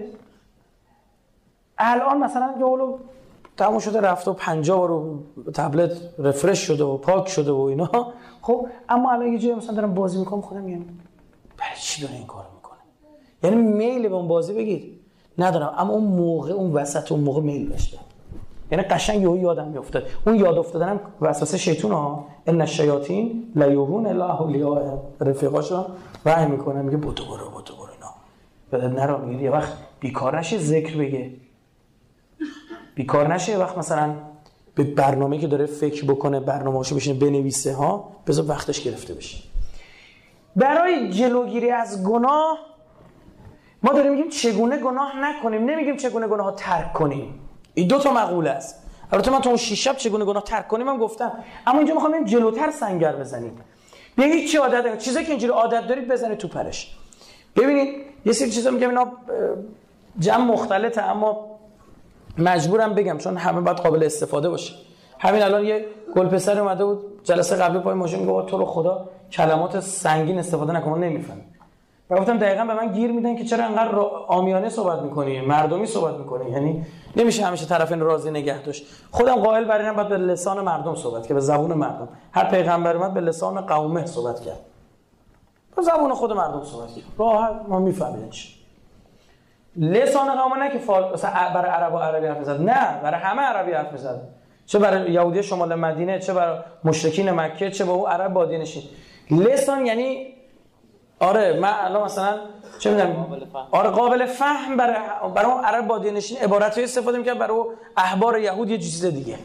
الان مثلا جولو تموم شده رفته و 50 بار رو تبلت رفرش شده و پاک شده و اینا. خب اما الان یه جایی مثلا دارم بازی میکنم خودم میگم برای چی داره این کارو میکنه؟ یعنی میل به اون بازی بگید ندارم، اما اون موقع اون وسط اون موقع میل داشته. یعنی قشنگ یادم میافتاد. اون یاد افتادنم وسوسه شیطون ها، ان الشیاطین لا یوحون الا اولیاء، رفیقاشو وحی میکنه میگه بودو برو اینا بعد نرو. میگه یه وقت بیکار نشه ذکر بگه، بیکار نشه یه وقت مثلا به برنامه‌ای که داره فکر بکنه برنامه‌اشو بشینه بنویسه ها، بذار وقتش گرفته بشه. برای جلوگیری از گناه ما داریم میگیم چگونه گناه نکنیم، نمیگیم چگونه گناه ها ترک کنیم. این 2 تا مقوله است. البته من تو اون 6 شب چگونه گناه ترک کنیم هم گفتم، اما اینجا میخوام بریم جلوتر سنگر بزنیم. ببینید چه عادت، چیزایی که اینجوری عادت دارید بزنید تو پرش. ببینید یه سری چیزا میگم اینا جمع مختلطه، اما مجبورم بگم چون همه باید قابل استفاده باشه. همین الان یه گل پسر اومده بود جلسه قبلی پای ماشین میگه تو رو خدا کلمات سنگین استفاده نکن، من نمیفهمم. و گفتم دقیقاً به من گیر میدن که چرا انقدر عامیانه صحبت میکنی، مردمی صحبت میکنی. یعنی نمیشه همیشه طرفین راضی نگه داشت. خودم قائل بر اینم باید به لسان مردم صحبت که به زبون مردم. هر پیغمبر اومد به لسان قومه صحبت کرد، به زبون خود مردم صحبت کرد. راحت ما میفهمیم چی. لسان قوم نه که مثلا برای عرب و عربی حرف میزد، نه برای همه عربی حرف میزد، چه برای یهودی شمال مدینه، چه برای مشرکین مکه، چه برای عرب بادیه نشین. لسان یعنی آره من الان مثلا چه میدونم آره قابل فهم برای اون عرب بادیه نشین عبارتایی استفاده میکنه، برای احبار یهود یه چیز دیگه.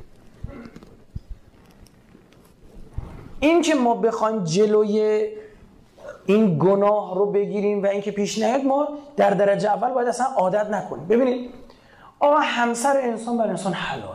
این که ما بخوایم جلوی این گناه رو بگیریم و اینکه پیش نیاد، ما در درجه اول باید اصلا عادت نکنیم. ببینید همسر انسان بر انسان حلاله.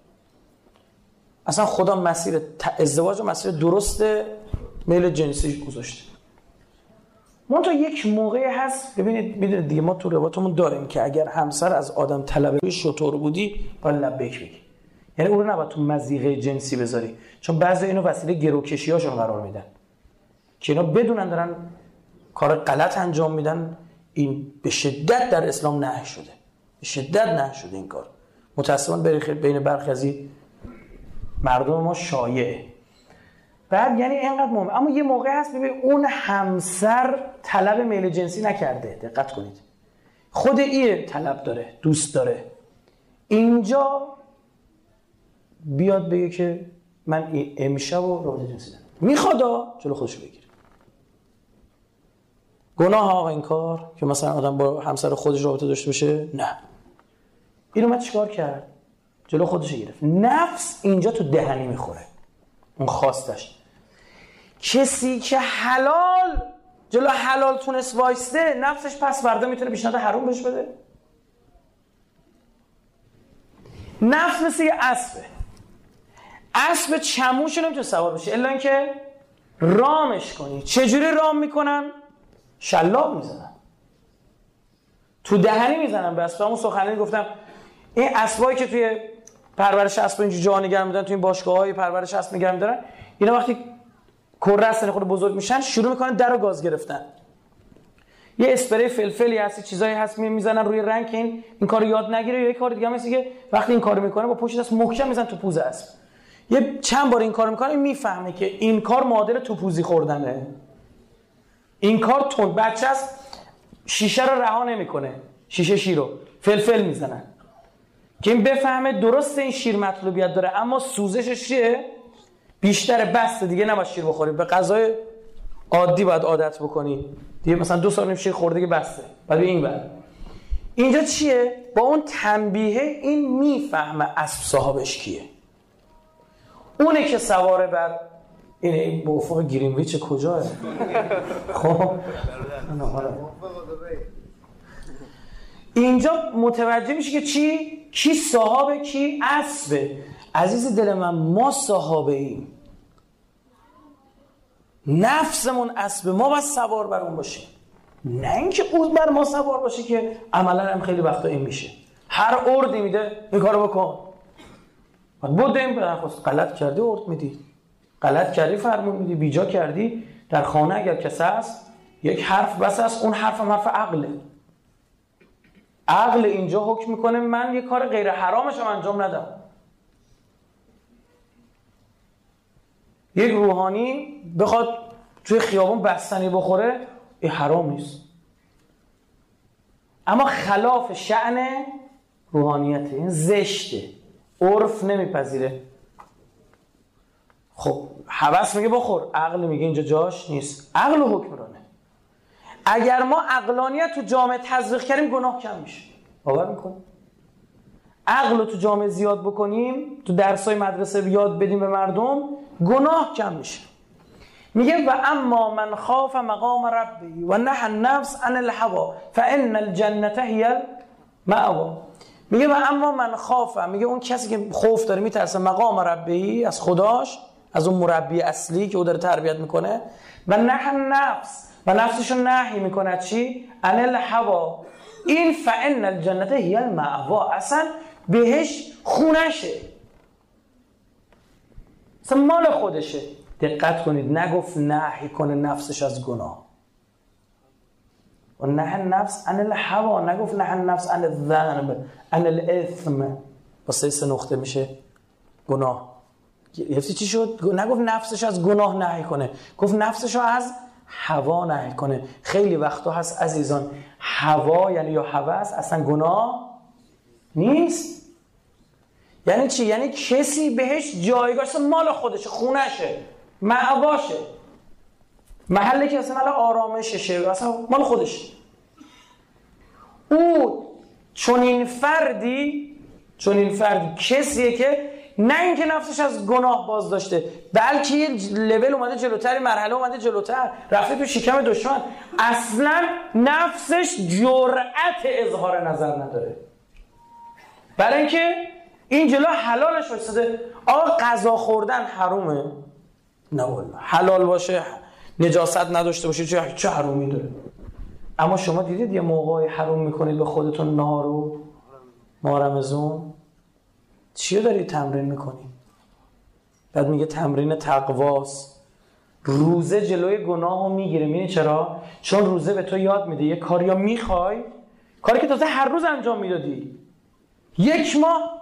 اصلا خدا مسیر ازدواج و مسیر درست میل جنسی گذاشته. ما تا یک موقعی هست ببینید میدونید دیگه ما تو روابطمون داریم که اگر همسر از آدم طلب شطور بودی باید لبیک بگی. یعنی اون رو نباید تو مضیقه جنسی بذاری، چون بعضی اینو وسیله گروکشی‌هاشون قرار میدن که اینا بدونن دارن کار غلط انجام میدن. این به شدت در اسلام نهی شده، به شدت نهی شده این کار. متأسفانه بین برخی از مردم ما شایعه. بعد یعنی اینقدر مهم. اما یه موقع هست ببین اون همسر طلب میل جنسی نکرده، دقت کنید، خود این طلب داره، دوست داره، اینجا بیاد بگه که من امشب و رابطه جنسی دارم، میخواد جلو خودشو بگیره. گناه آقا این کار که مثلا آدم با همسر خودش رابطه داشته باشه؟ نه. این اومد چیکار کرد؟ جلو خودش گرفت. نفس اینجا تو دهنی میخوره، اون خواستش. کسی که حلال جلو حلال تونست وایسته، نفسش پس فردا میتونه پیشنهاد حرام بهش بده؟ نفس مثل یه اسبه. اسب چموش نمیتونه سوار بشه الا اینکه رامش کنی. چجوری رام میکنن؟ شلاق میزنن، تو دهنی میزنن به اسب. همون سخنرانی گفتم این اسبایی که توی پرورش اسب اینجوری جا نگه میدارن، توی این باشگاه‌های پرورش اسب نگه میدارن، اینا وقتی کره هستن خود بزرگ میشن شروع میکنن در و گاز گرفتن. یه اسپری فلفلی هست، چیزایی هست میزنن روی رنگ که این کارو یاد نگیره. یا یه کار دیگه هم هست که وقتی این کارو میکنه با پشت دست محکم میزنن تو پوز اسب. یه چند بار این کارو میکنه، این میفهمه که این کار معادل توپوزی خوردنه. این کار تند بچه است، شیشه رو رها نمیکنه، شیشه شیر رو فلفل میزنن که این بفهمه درسته این شیر مطلوبیت داره اما سوزشش چیه؟ بیشتر، بسته دیگه نباید شیر بخوری، به غذای عادی باید عادت بکنی دیگه. مثلا 2 سال شیر خورده که بسته، بعد این بعد اینجا چیه؟ با اون تنبیه این میفهمه اسب صاحبش کیه. اونه که سواره بر این به افق گرینویچ کجاه؟ خب اینجا متوجه میشه که کی صاحب کی اسبه. عزیز دل من، ما صاحب ایم، نفسمون اسبه، ما باید سوار بر اون باشیم، نه اینکه اون بر ما سوار باشه که عملا هم خیلی وقتا این میشه. هر اردی میده این کارو بکن، بودیم برخواست غلط کردی ارد میدی، غلط کردی فرمون میدی، بیجا کردی. در خانه اگر کسی هست یک حرف بس است، اون حرف هم حرف عقله. عقل اینجا حکم میکنه من یه کار غیر حرامش هم انجام ندم. یک روحانی بخواد توی خیابون بستنی بخوره، این حرام نیست، اما خلاف شأن روحانیته، این زشته، عرف نمیپذیره. خب هوس میگه بخور، عقل میگه اینجا جاش نیست. عقل و حکمرانه. اگر ما عقلانیت تو جامعه تزریق کردیم گناه کم میشه. باور میکنیم؟ عقل رو تو جامعه زیاد بکنیم، تو درسای مدرسه یاد بدیم به مردم، گناه کم میشه. میگه و اما من خاف مقام ربی و نهى النفس عن الهوى فان الجنه هي المأوى. میگه و اما من خاف، میگه اون کسی که خوف داره، میترسه مقام ربی، از خداش، از اون مربی اصلی که او داره تربیت میکنه، و نهى النفس، و نفسشو نهی میکنه چی؟ عن الهوى. این فان الجنه هي المأوى، اصلا بهش خونشه، اصلا مال خودشه. دقت کنید، نگفت نهی کنه نفسش از گناه، و نهى النفس عن الهوى، نگفت نهى النفس عن الذنب عن الاثم. با 3 نقطه میشه گناه. گرفتی چی شد؟ نگفت نفسش از گناه نهی کنه، گفت نفسشو از هوا نهی کنه. خیلی وقتا هست عزیزان هوا یعنی یا هوس اصلا گناه نیست. یعنی چی؟ یعنی کسی بهش جایگاهش مال خودشه، خونشه، مأواشه، محلی که اصلا آرامششه، اصلا مال خودشه. او چون این فردی کسیه که نه اینکه نفسش از گناه باز داشته، بلکه یه لول اومده جلوتر، مرحله اومده جلوتر، رفته تو شکم دشمن، اصلا نفسش جرأت اظهار نظر نداره، برای اینکه این جلو حلالش وایساده. آقا غذا خوردن حرومه؟ نه والله. حلال باشه، نجاست نداشته باشه، چه حرومی داره؟ اما شما دیدید یه موقعی حروم میکنید به خودتون نهار و ماه رمضان؟ چیو داری تمرین میکنی؟ بعد میگه تمرین تقواست. روزه جلوی گناه رو میگیره. میدونی چرا؟ چون روزه به تو یاد میده یه کاری یا میخوای، کاری که تازه هر روز انجام میدادی، 1 ماه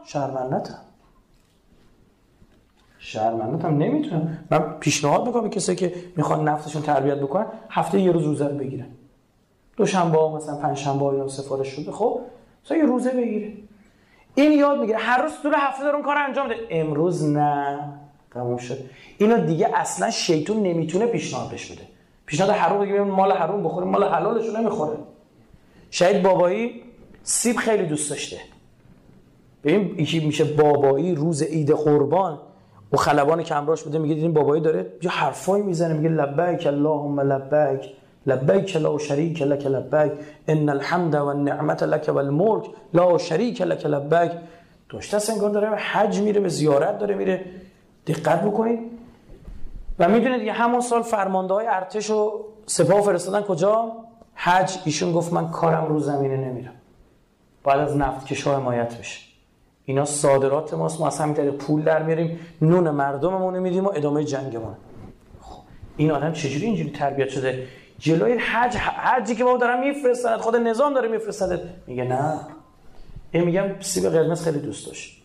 شرمندتم نمیتونم. من پیشنهاد میکنم به کسایی که میخوان نفسشون تربیت بکنن هفته یه روز روزه رو بگیرن. دوشنبه مثلا پنجشنبه اینا سفارش شده، خب مثلا یه روزه بگیره. این یاد میگیره هر روز طول هفته داره اون کارو انجام بده. امروز نه، تموم شد. اینو دیگه اصلا شیطون نمیتونه پیشنهادش بده. پیشنهاد حرام بگه مال حرام بخوره، مال حلالش رو نمیخوره. شهید بابایی سیب خیلی دوست داشته. ببین یکی میشه بابایی روز عید قربان و خلبان که همراهش بوده، میگه دیدین بابایی داره یه حرفایی میزنه، میگه لبیک اللهم لبیک لبیک لا شریک لک لبیک ان الحمد والنعمت لک والملک لا شریک لک لبیک. داشته انگار داره به حج میره، به زیارت داره میره. دقت بکنید. و میدونید دیگه همون سال فرمانده‌های ارتش و سپاه فرستادن کجا؟ حج. ایشون گفت من کارم رو زمینه نمیرم، باید از نفتکش‌ها حمایت بشه. اینا صادرات ماست، ما از همین طریق پول در میاریم، نون مردممون میدیم و ادامه جنگمون. خب این آدم چجوری اینجوری تربیت شده؟ جلوی حجی که بابا دارن میفرستن، خود نظام داره میفرستد، میگه نه. این میگم سیب قرمز خیلی دوست داشت.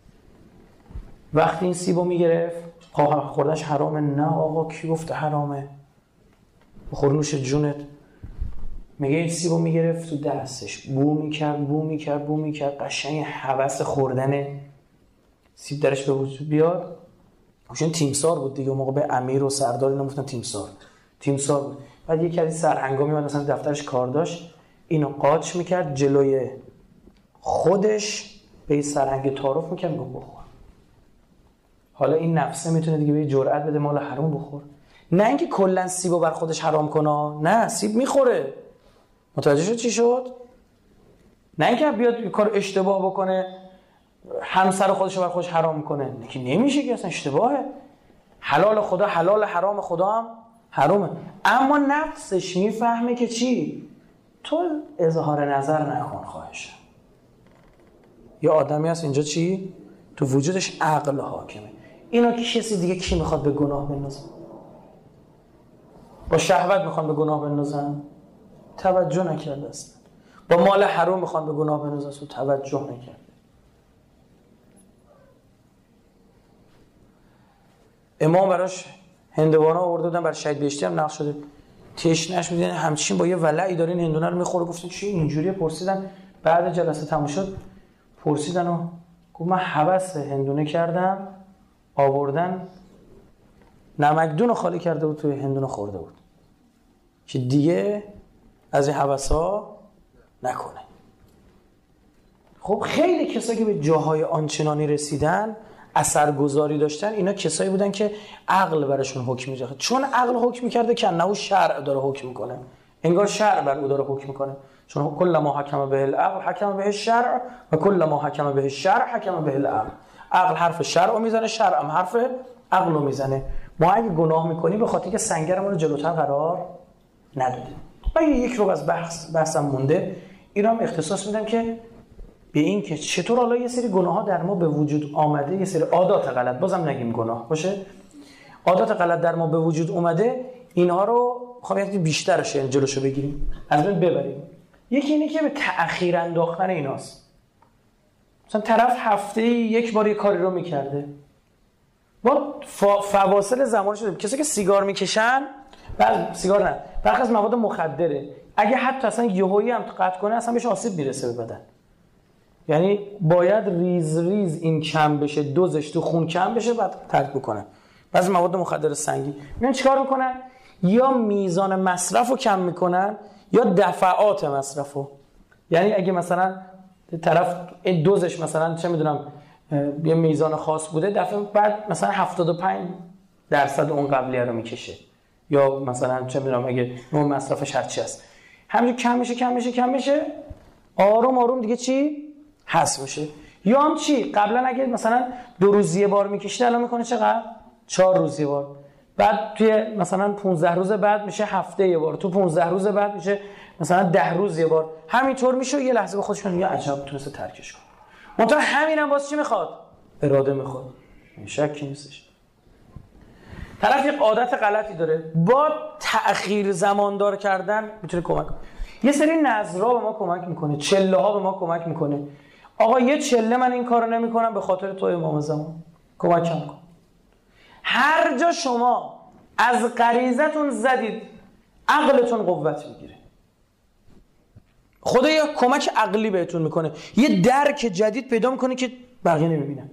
وقتی این سیبو میگرفت، خوردنش حرامه؟ نه آقا، کی گفته حرامه؟ بخور نوش جونت. میگه این سیبو میگرفت تو دستش، بو میکرد، قشنگ هوس خوردن سیب درش به وجود بیاد. چون تیمسار بود دیگه، اون موقع به امیر و سردار اینا گفتن تیمسار بود. بعد یکی از سرهنگا میاد مثلا دفترش کار داشت، اینو قاچ میکرد جلوی خودش، به این سرهنگ تعارف میکرد، میگه بخور. حالا این نفسه میتونه دیگه به جرأت بده مال حرام بخور؟ نه اینکه کلا سیبو بر خودش حرام کنه، نه، سیب میخوره. متوجه شد چی شد؟ نه اینکه بیاد کار اشتباه بکنه، همسر خودش رو بر خودش حرام کنه، که نمیشه، که اصلا اشتباهه. حلال خدا حلال، حرام خدا هم حرامه. اما نفسش میفهمه که چی؟ تو اظهار نظر نکن خواهشم. یه آدمی هست اینجا چی؟ تو وجودش عقل حاکمه. اینا که کسی دیگه کی میخواد به گناه بندازه؟ با شهوت میخوان به گناه بندازن؟ توجه نکرده است. با مال حرام میخوان به گناه بندازن؟ توجه نکرده. امام براش هندوانه آورده بودن، برای شهید بهشتی هم نقل شده. تشنه‌اش می‌دیدن همچین با یه ولعی داره این هندونه رو میخوره. گفتن چی اینجوریه؟ پرسیدن. بعد جلسه تموم شد پرسیدن و گفت من هوس هندونه کردم، آوردن نمکدون رو خالی کرده بود توی هندونه خورده بود که دیگه از این هوس‌ها نکنه. خب خیلی کسایی که به جاهای آنچنانی رسیدن، اثرگذاری داشتن، اینا کسایی بودن که عقل براشون حکم می‌کرد. چون عقل حکم می‌کرده که انه شرع داره حکم می‌کنه، انگار شرع بر او داره حکم می‌کنه. چون کل ما حکم به العقل حکم به الشرع و کل ما حکم به الشرع حکم به العقل. عقل حرف شرع رو میزنه، شرع هم حرف عقل رو میزنه. ما اگه گناه می‌کنیم به خاطر که سنگرمون رو جلوتر قرار ندادیم. من یک رو از بحثم مونده، اینا هم اختصاص میدم که به این که چطور حالا یه سری گناه‌ها در ما به وجود آمده، یه سری عادات غلط، بازم نگیم گناه باشه، عادات غلط در ما به وجود اومده، اینها رو خواهیم بیشترش جلوشو بگیریم، از بین ببریم. یکی اینه که به تأخیر انداختن ایناست. مثلا طرف هفته یک بار یه کاری رو میکرده، با فواصل زمان شده. کسی که سیگار میکشن، بعد سیگار نه، برخی از مواد مخدره، اگه حتی اصلا یهویی هم قطع کنه اصلا بهش آسیب میرسه به بدن. یعنی باید ریز ریز این کم بشه، دوزش تو خون کم بشه، بعد ترک بکنن. بعضی مواد مخدر سنگین میان چیکار میکنن؟ یا میزان مصرف رو کم میکنن یا دفعات مصرف رو. یعنی اگه مثلا طرف دوزش مثلا چه میدونم یه میزان خاص بوده، دفعه بعد مثلا 75% اون قبلیه رو میکشه، یا مثلا چه میدونم اگه نوع مصرفش هر چی هست، همینجوری کم میشه آروم آروم دیگه چی حذف میشه. یا هم چی قبلا اگه مثلا 2 روز یه بار میکشید، الان میکنه چقدر؟ 4 روز یه بار. بعد توی مثلا 15 روز بعد میشه هفته یه بار، تو 15 روز بعد میشه مثلا 10 روز یه بار. همینطور میشه. یه لحظه به خودش میگه عجب تونسته ترکش کنه. منتها همینم واسه چی میخواد؟ اراده میخواد، شکی نیستش. طرف یک عادت غلطی داره، با تأخیر زماندار کردن میتونه کمک کنه. یه سری نظرها به ما کمک میکنه، چله ها به ما کمک میکنه. آقا یه چله من این کارو نمیکنم به خاطر تو امام زمان، کمکم کن. هر جا شما از غریزتون زدید عقلتون قوت میگیره. خدا یه کمک عقلی بهتون میکنه، یه درک جدید پیدا میکنه که بقیه نمیبینن.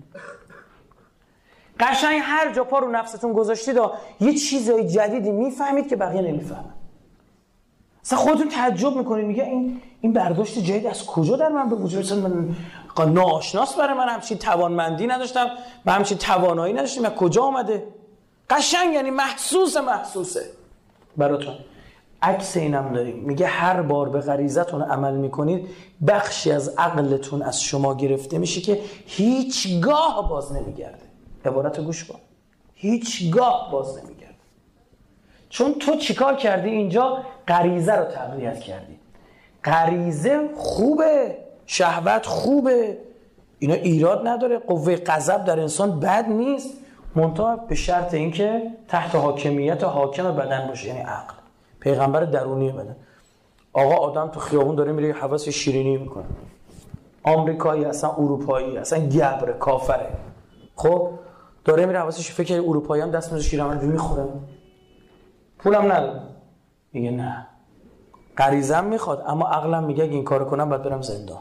قشنگ هر جا پا رو نفستون گذاشتید یه چیزای جدیدی میفهمید که بقیه نمیفهمن. اصلا خودتون تعجب میکنید، میگه این برداشت جدید از کجا در من به وجود رسید؟ من ناآشناس برای من، همچین توانمندی نداشتم، من همچین توانایی نداشتم، از کجا آمده؟ قشنگ یعنی محسوسه براتون. عکس اینم داریم، میگه هر بار به غریزتون عمل میکنید بخشی از عقلتون از شما گرفته میشه که هیچگاه باز نمیگرده. عبارت گوش کن، هیچگاه باز نمیگرده. چون تو چیکار کردی اینجا؟ غریزه رو تقویت کردی. غریزه خوبه، شهوت خوبه، اینا ایراد نداره، قوه غضب در انسان بد نیست، منتها به شرط اینکه تحت حاکمیت حاکم بدن باشه، یعنی عقل، پیغمبر درونی بدن. آقا آدم تو خیابون داره میره حواس شیرینی میکنه، آمریکایی اصلا اروپایی اصلا گبره کافره، خب داره میره حواسش فکر اروپایی هم دست میذاره شیرینی میخوره، پولم نداره، میگه نه غریزم میخواد اما عقلم میگه اگه این کارو کنم باید برم زندان.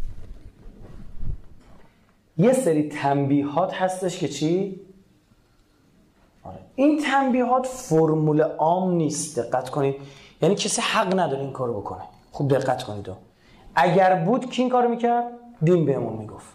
یه سری تنبیهات هستش که چی؟ آره. این تنبیهات فرمول عام نیست، دقت کنید، یعنی کسی حق نداره این کارو بکنه. خوب دقت کنید. اگر بود کی این کارو میکرد؟ دین بهمون میگفت.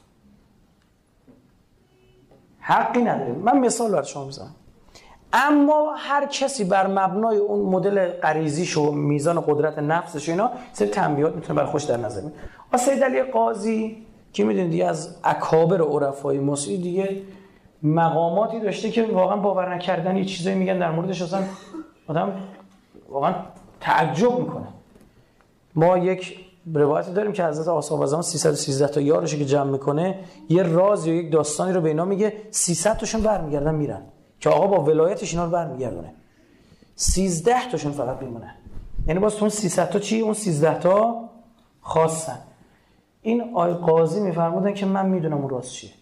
حقی نداره. من مثال برای شما میزنم. اما هر کسی بر مبنای اون مدل غریزیش و میزان قدرت نفسش اینا سری تنبیهات میتونه برای خوش در نظر بگیره. سید علی قاضی که میدونید دیگه از اکابر عرفای مصری دیگه مقاماتی داشته که واقعا باور نکردنی چیزایی میگن در موردش، اصلا آدم واقعا تعجب میکنه. ما یک روایتی داریم که حضرت اصحاب زمان 313 تا یارشو که جمع میکنه یه راز یا یک داستانی رو به اینا میگه، 300 تاشون برمیگردن میرن که آقا با ولایتش اینا رو برمیگردونه، 13 تاشون فقط میمونه. یعنی باز اون 300 تا چی؟ اون 13 تا خاصن. این آقای قاضی میفرمودن که من میدونم اون راز چیه.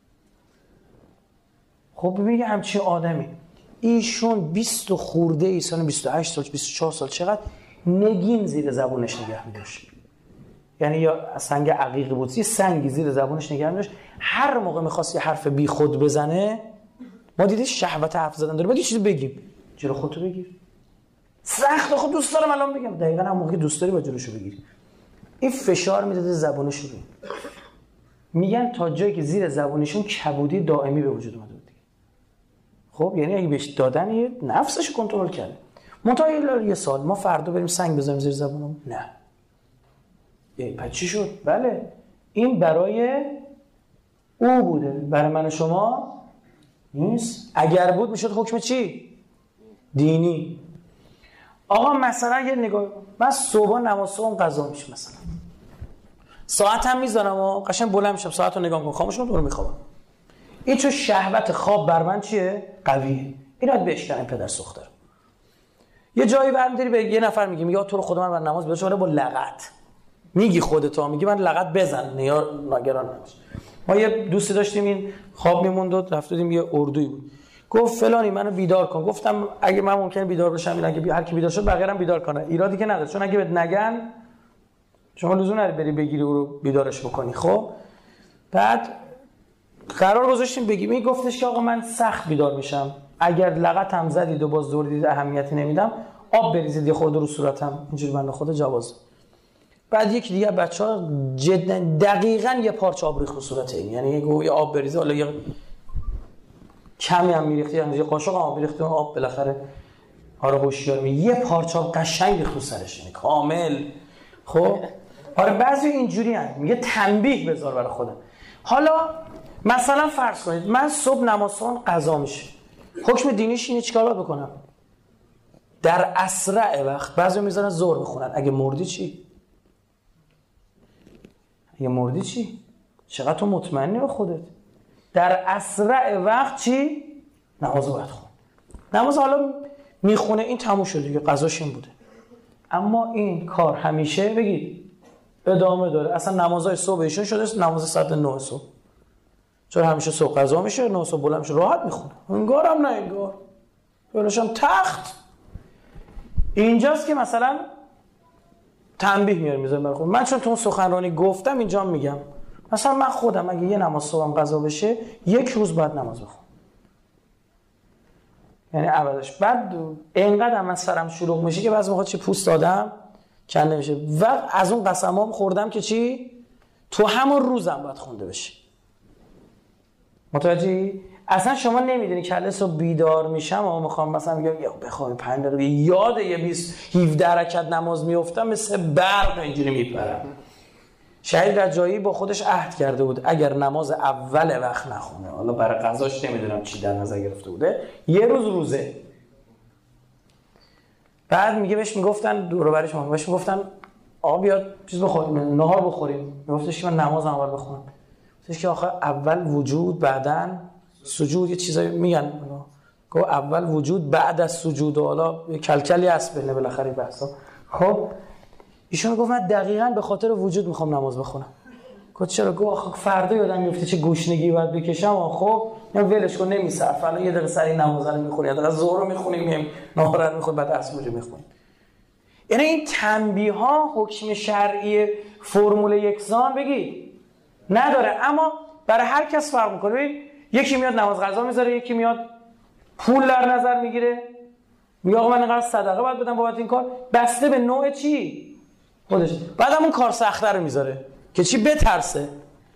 خب میگه همچین آدمی، ایشون 20 خورده ای سال 28 سال 24 سال چقدر نگین زیر زبونش نگه می‌داشت. یعنی یا سنگ عقیق بود، یه سنگی زیر زبونش نگه می‌داشت، هر موقع می‌خواست یه حرف بی خود بزنه، ما دیدی شهوت حرف زدن داره، باید یه چیزی بگیم، جلو خودتو بگیر. سخت خود دوست دارم الان بگم، دقیقاً هم موقع دوست داری با جلوشو بگیری. این فشار میداده زبونش رو. میگن تا جایی که زیر زبونشون کبودی دائمی به وجود اومده بود. خب یعنی اگه بهش دادن یه نفسش کنترل کرده. منتها یه سال ما فردا بریم سنگ بزنیم زیر زبونم؟ نه. پس چی شد؟ بله این برای او بوده، برای من و شما نیست. اگر بود میشد حکم چی؟ دینی. آقا مثلا یه نگاه، من صبح نماز صبح قضا میشه، مثلا ساعتم میذارم و قشنگ بلند میشم ساعت رو نگاه میکنم، خاموش کنم دور میخوابم. این چون شهوت خواب بر من چیه؟ قویه. اینو بشکنم پدر سوخته. یه جایی برمی‌داری به یه نفر میگی تو رو خدا من بر نماز بذار با لغت. میگی خودت میگی من لغت بزن، نگران نباش. ما یه دوستی داشتیم این خواب میموند و رفتیم یه اردویی بود. گفت فلانی منو بیدار کن. گفتم اگه من ممکنه بیدار بشم، این اگه هر کی بیدار شد بقیه هم بیدار کنه، ایرادی که نداره، چون اگه بهت نگن شما لزوم نداره بری بگیری او رو بیدارش بکنی. خب بعد قرار گذاشتیم بگیم، این گفتش که آقا من سخت بیدار میشم، اگر لغت هم زدید و باز دور دید اهمیتی نمیدم، آب بریزید یه خورده رو صورتم، اینجوری بنده خدا جواز. بعد یکی دیگه بچه‌ها جدا دقیقاً یه پارچه آب ریخت رو صورت این، یعنی یه آب بریزه، حالا یه کمی هم میریختی، یعنی یه قاشق آب میریخت، آب بالاخره آره هوشیار می یه پارچه آب قشنگ ریخت رو سرش، یعنی کامل. خب آره بعضی اینجوری هست، میگه تنبیه بذار برای خودم. حالا مثلا فرض کنید من صبح نمازخوان قضا میشه، حکم دینیش اینه چیکار باید بکنم؟ در اسرع وقت بعضی میذارن ظهر بخونن. اگه مردی چی؟ چقدر تو مطمئنی به خودت؟ در اسرع وقت چی؟ نماز باید خون. نماز حالا میخونه این تموم شد دیگه، قضاش این بوده. اما این کار همیشه بگید ادامه داره. اصلا نمازهای صبح ایشون شده نماز ساعت 9 صبح، چون همیشه صبح قضا میشه 9 صبح بلند میشه راحت میخونه. انگار هم نه انگار بلاشم تخت. اینجاست که مثلا تنبیه میاره میذاره برای خود. من چون تو اون سخنرانی گفتم اینجا میگم مثلا من خودم اگه یه نماز صبحم قضا بشه 1 روز بعد نماز بخونم، یعنی عوضش. بعد اینقدر من سرم شلوغ میشه که بعضی موقع چه پوست دادم کنده میشه و از اون قسمام خوردم که چی تو همون روزم باید خونده بشه. متوجهی؟ اصلا شما نمیدونی که کله صبح بیدار میشم و میخوام مثلا میگم یا بخوام 5 دقیقه یاد یه 20 17 رکعت نماز میافتم مثل برق اینجوری میپرم. شهید رجایی با خودش عهد کرده بود اگر نماز اول وقت نخونه، حالا برای قضاش نمیدونم چی در نظر گرفته بوده، یه روز روزه. بعد میگه بهش میگفتن دور و برش ما بهش میگفتن آقا بیاد چیز بخوریم نهار بخوریم، میگفتش که من نماز اول بخونم. گفتش که آخه اول وجود بعدن سجود، یه چیزایی میگن گفت اول وجود بعد از سجود و حالا کلکلی هست بله بالاخره بحثا. خب ایشون گفت من دقیقاً به خاطر وجود میخوام نماز بخونم. گفت چرا؟ گفت آخه فردا یادم میفته چه گوشنگی باید بکشم. خب من ولش کن نمیصرف الان یه دقیقه سری نماز رو میخونیم، یه دقیقه ظهر رو میخونیم، نهار رو میخونیم، بعد عصر رو میخونیم. یعنی این تنبیه ها حکم شرعی فرمول یکسان بگید نداره، اما برای هر کس فرق میکنه. ببین یکی میاد نماز قضا میذاره، یکی میاد پول در نظر میگیره میگه آقا من اینقدر صدقه باید بدم بابت این کار، بسته به نوع چی خودش. بعدم اون کار سخته رو میذاره که چی بترسه.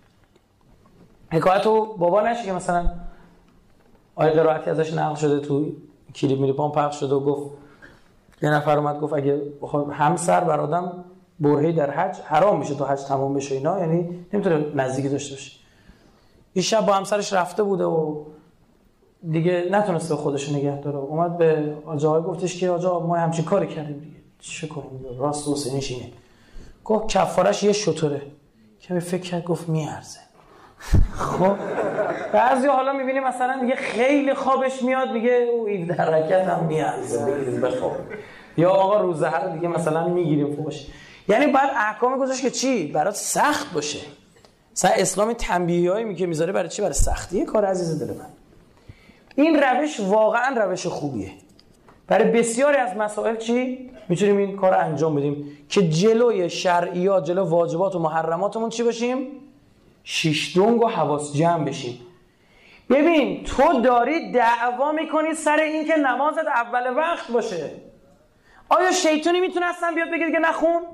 حکایتو بابا نشه که مثلا آیه قرائتی ازش نقل شده تو کلیپ میلیپان پخش شده و گفت یه نفر اومد گفت اگه همسر بر آدم برهه‌ای در حج حرام میشه تو حج تمام بشه اینا، یعنی نمیتونه نزدیکی داشته باشه. این شب با همسرش رفته بوده و دیگه نتونسته خودش نگه داره. اومد به آقا گفتش که آقا ما همچین کاری کردیم دیگه چه کنیم؟ راست و سنیش اینه. گفت کفارش یه شتره. که فکر کرد گفت میارزه. خب بعضی حالا میبینی مثلا دیگه خیلی خوابش میاد میگه او 17 رکعت هم میارزه بگیریم بخواب، یا آقا روزه هر دیگه مثلا میگیریم فوقش. یعنی بعد احکام گذاشت که چی برات سخت باشه. مثلا اسلام تنبیهایی که میذاره برای چی؟ برای سختیه کار. عزیز دل من این روش واقعا روش خوبیه. برای بسیاری از مسائل چی میتونیم این کار انجام بدیم که جلوی شرعیات جلو واجبات و محرماتمون چی باشیم؟ شیش دنگ و حواس جمع بشیم. ببین تو داری دعوا میکنی سر این که نمازت اول وقت باشه. آیا شیطانی میتونه اصلا بیاد بگه دیگه نخون؟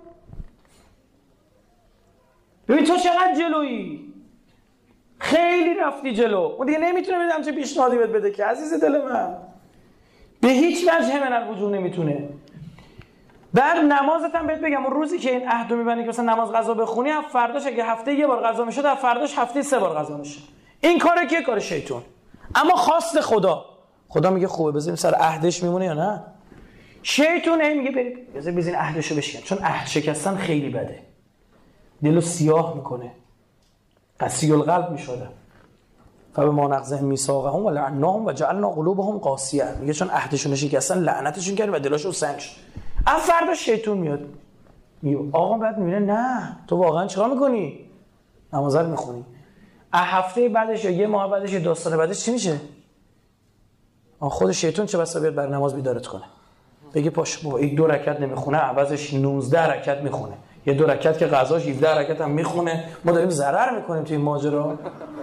ببین تو چقدر جلویی، خیلی رفتی جلو. اون دیگه نمیتونه بدم چه پیشنهادی بده که عزیز دل من به هیچ وجه من الوجود نمیتونه. بعد نمازت هم بهت بگم اون روزی که این عهدو میبندی که مثلا نماز قضا بخونی، از فرداش اگه هفته یه بار قضا میشه، در فرداش هفته 3 بار قضا میشه. این کاره که کار شیطان. اما خواست خدا میگه خوبه بذاریم سر عهدش میمونه یا نه؟ شیطان میگه برید بزین عهدشو بشکن، چون عهد شکستن خیلی بده، دلو سیاه میکنه، قسی القلب میشده. فبما نقضهم میثاقهم ولعناهم وجعلنا قلوبهم قاسیه. میگه چون عهدشون شکستن لعنتشون کردیم و دلاشون سنگ شد. فردا شیطان میاد میگه آقا بعد میبینه نه تو واقعا چیکار میکنی؟ نماز رو میخونی. هفته بعدش یا یه ماه بعدش یا 2 سال بعدش چی میشه؟ خود شیطان چه بسا بیاد بر نماز بیدارت کنه، بگی پاش بابا 1-2 رکعت نمیخونه عوضش 19 رکعت میخونه، یه 2 رکعت که قضاش 17 رکعت هم میخونه. ما داریم ضرر میکنیم توی این ماجرا.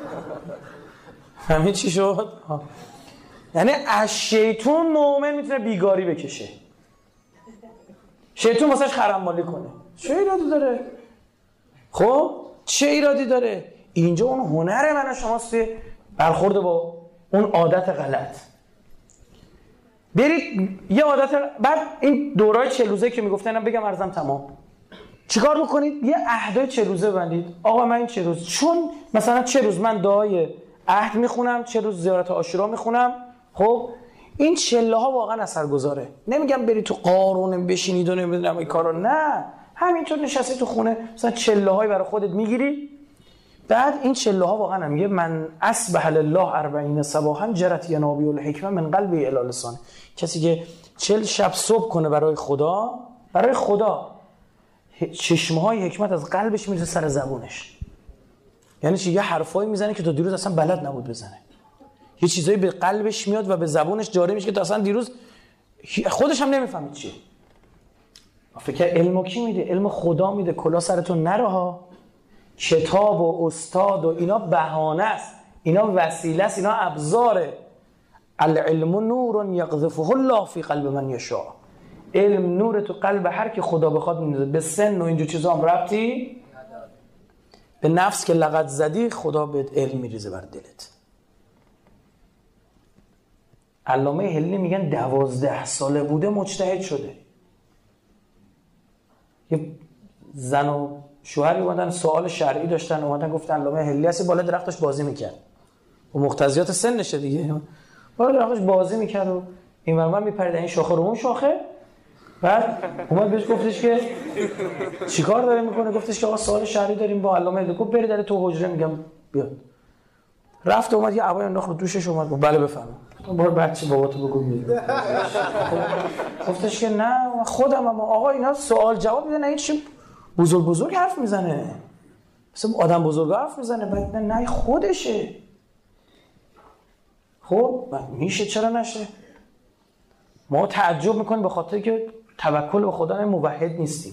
همین چی شد؟ یعنی از شیطان مؤمن میتونه بیگاری بکشه. شیطان واسش خرمالی کنه. چه ایرادی داره؟ خب چه ایرادی داره؟ اینجا اون هنر من و شماست توی برخورد با اون عادت غلط. برید یه عادت بعد این دورای 40 روزه که میگفتن بگم عرضم تمام. چیکار بکنید؟ یه عهدای 40 روزه بندید. آقا من این 40 روز چون مثلا 40 روز من دعای عهد میخونم، 40 روز زیارت عاشورا میخونم. خب این چله ها واقعا اثرگذاره. نمیگم برید تو قارون بشینید و نمیدونم این کارا، نه، همینطور نشستی تو خونه مثلا چله هایی برای خودت میگیری، بعد این چله ها واقعا میگه من اصبح لله 40 صباحا جرت ینابی الحکمه من قلبی الی لسان. کسی که 40 شب صبح کنه برای خدا چشمه های حکمت از قلبش میرسه سر زبونش. یعنی چی؟ یه حرفایی میزنه که تا دیروز اصلا بلد نبود بزنه، یه چیزایی به قلبش میاد و به زبونش جاری میشه که تا اصلا دیروز خودش هم نمیفهمید چیه. فکر علمو کی میده؟ علم خدا میده. کلا سرتون نره ها. کتاب و استاد و اینا بهانه است، اینا وسیله است، اینا ابزاره. العلم نور یقذفه الله فی قلب من یشاء. علم نور تو قلب هر کی خدا بخواد میندازه. به سن و اینجور چیزا هم ربطی به نفس که لغت زدی، خدا بهت علم میریزه بر دلت. علامه حلی میگن 12 ساله بوده مجتهد شده. یه زن و شوهری اومدن سوال شرعی داشتن، اومدن گفتن علامه حلی هستی، بالا درختش بازی میکرد و مقتضیات سنشه دیگه، بالا درختش بازی میکرد و این ور میپرید این شاخه رو اون شاخه. بعد اومد بهش گفتش که چیکار داره میکنه؟ گفتش که آقا سوال شرعی داریم با علامه حلی. گفت برید در تو حجره. میگم بیاد. رفت اومد یه عبای انداخت رو دوشش، اومد گفت بله بفرمایید. برو بچه باباتو بگو میاد. گفتش که نه خودم، اما آقا اینا سوال جواب میدن، این چی بزرگ حرف میزنه، مثلا آدم بزرگ حرف میزنه. بعد نه خودشه. خب میشه چرا نشه؟ ما تعجب میکنیم به خاطر که توکل به خدا موحد نیستیم.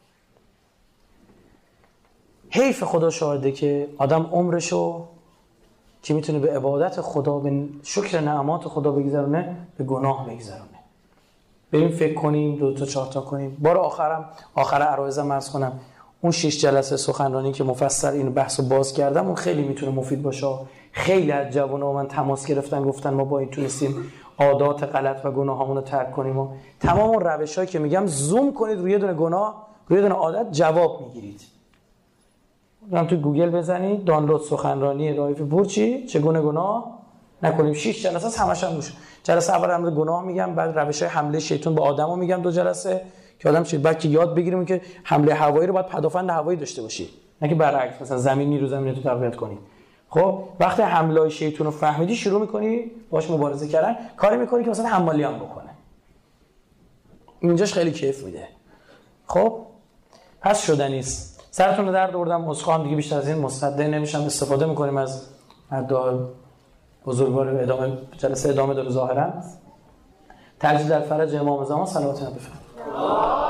حیف خدا شاهده که آدم عمرشو که میتونه به عبادت خدا، به شکر نعمات خدا بگذرونه، به گناه بگذرونه. بریم فکر کنیم، 2 تا 4 تا کنیم. بار آخر عرایزم عرض کنم اون 6 جلسه سخنرانی که مفصل این بحثو باز کردم، اون خیلی میتونه مفید باشه. خیلی از جوونا من تماس گرفتن، گفتن ما با این تونستیم عادات غلط و گناهامون رو ترک کنیم و تمام اون روشایی که میگم زوم کنید روی یه دونه گناه، روی یه دونه عادت جواب میگیرید. برام تو گوگل بزنید دانلود سخنرانی رائفی پور چگونه گناه نکنیم. 6 جلسه است، همش هم روش. جلسه اول امر گناه میگم، بعد روش‌های حمله شیطان به آدمو میگم 2 جلسه که آدم چه بعد که یاد بگیریم که حمله هوایی رو باید پدافند هوایی داشته باشی، نه که برعکس مثلا زمینی رو زمین تو تقویت کنی. خب وقتی حمله شیطان رو فهمیدی، شروع می‌کنی باهاش مبارزه کردن، کاری می‌کنی که مثلا حمالی هم بکنه. اینجاش خیلی کیف میده. خب پس شدنی است. سرتون رو درد آوردم، عذرخواهم دیگه، بیشتر از این مصدق نمیشم. استفاده می‌کنیم از دعای بزرگوار. جلسه ادامه داره ظاهرا. تجدید در فرج امام زمان صلوات بفرمایید.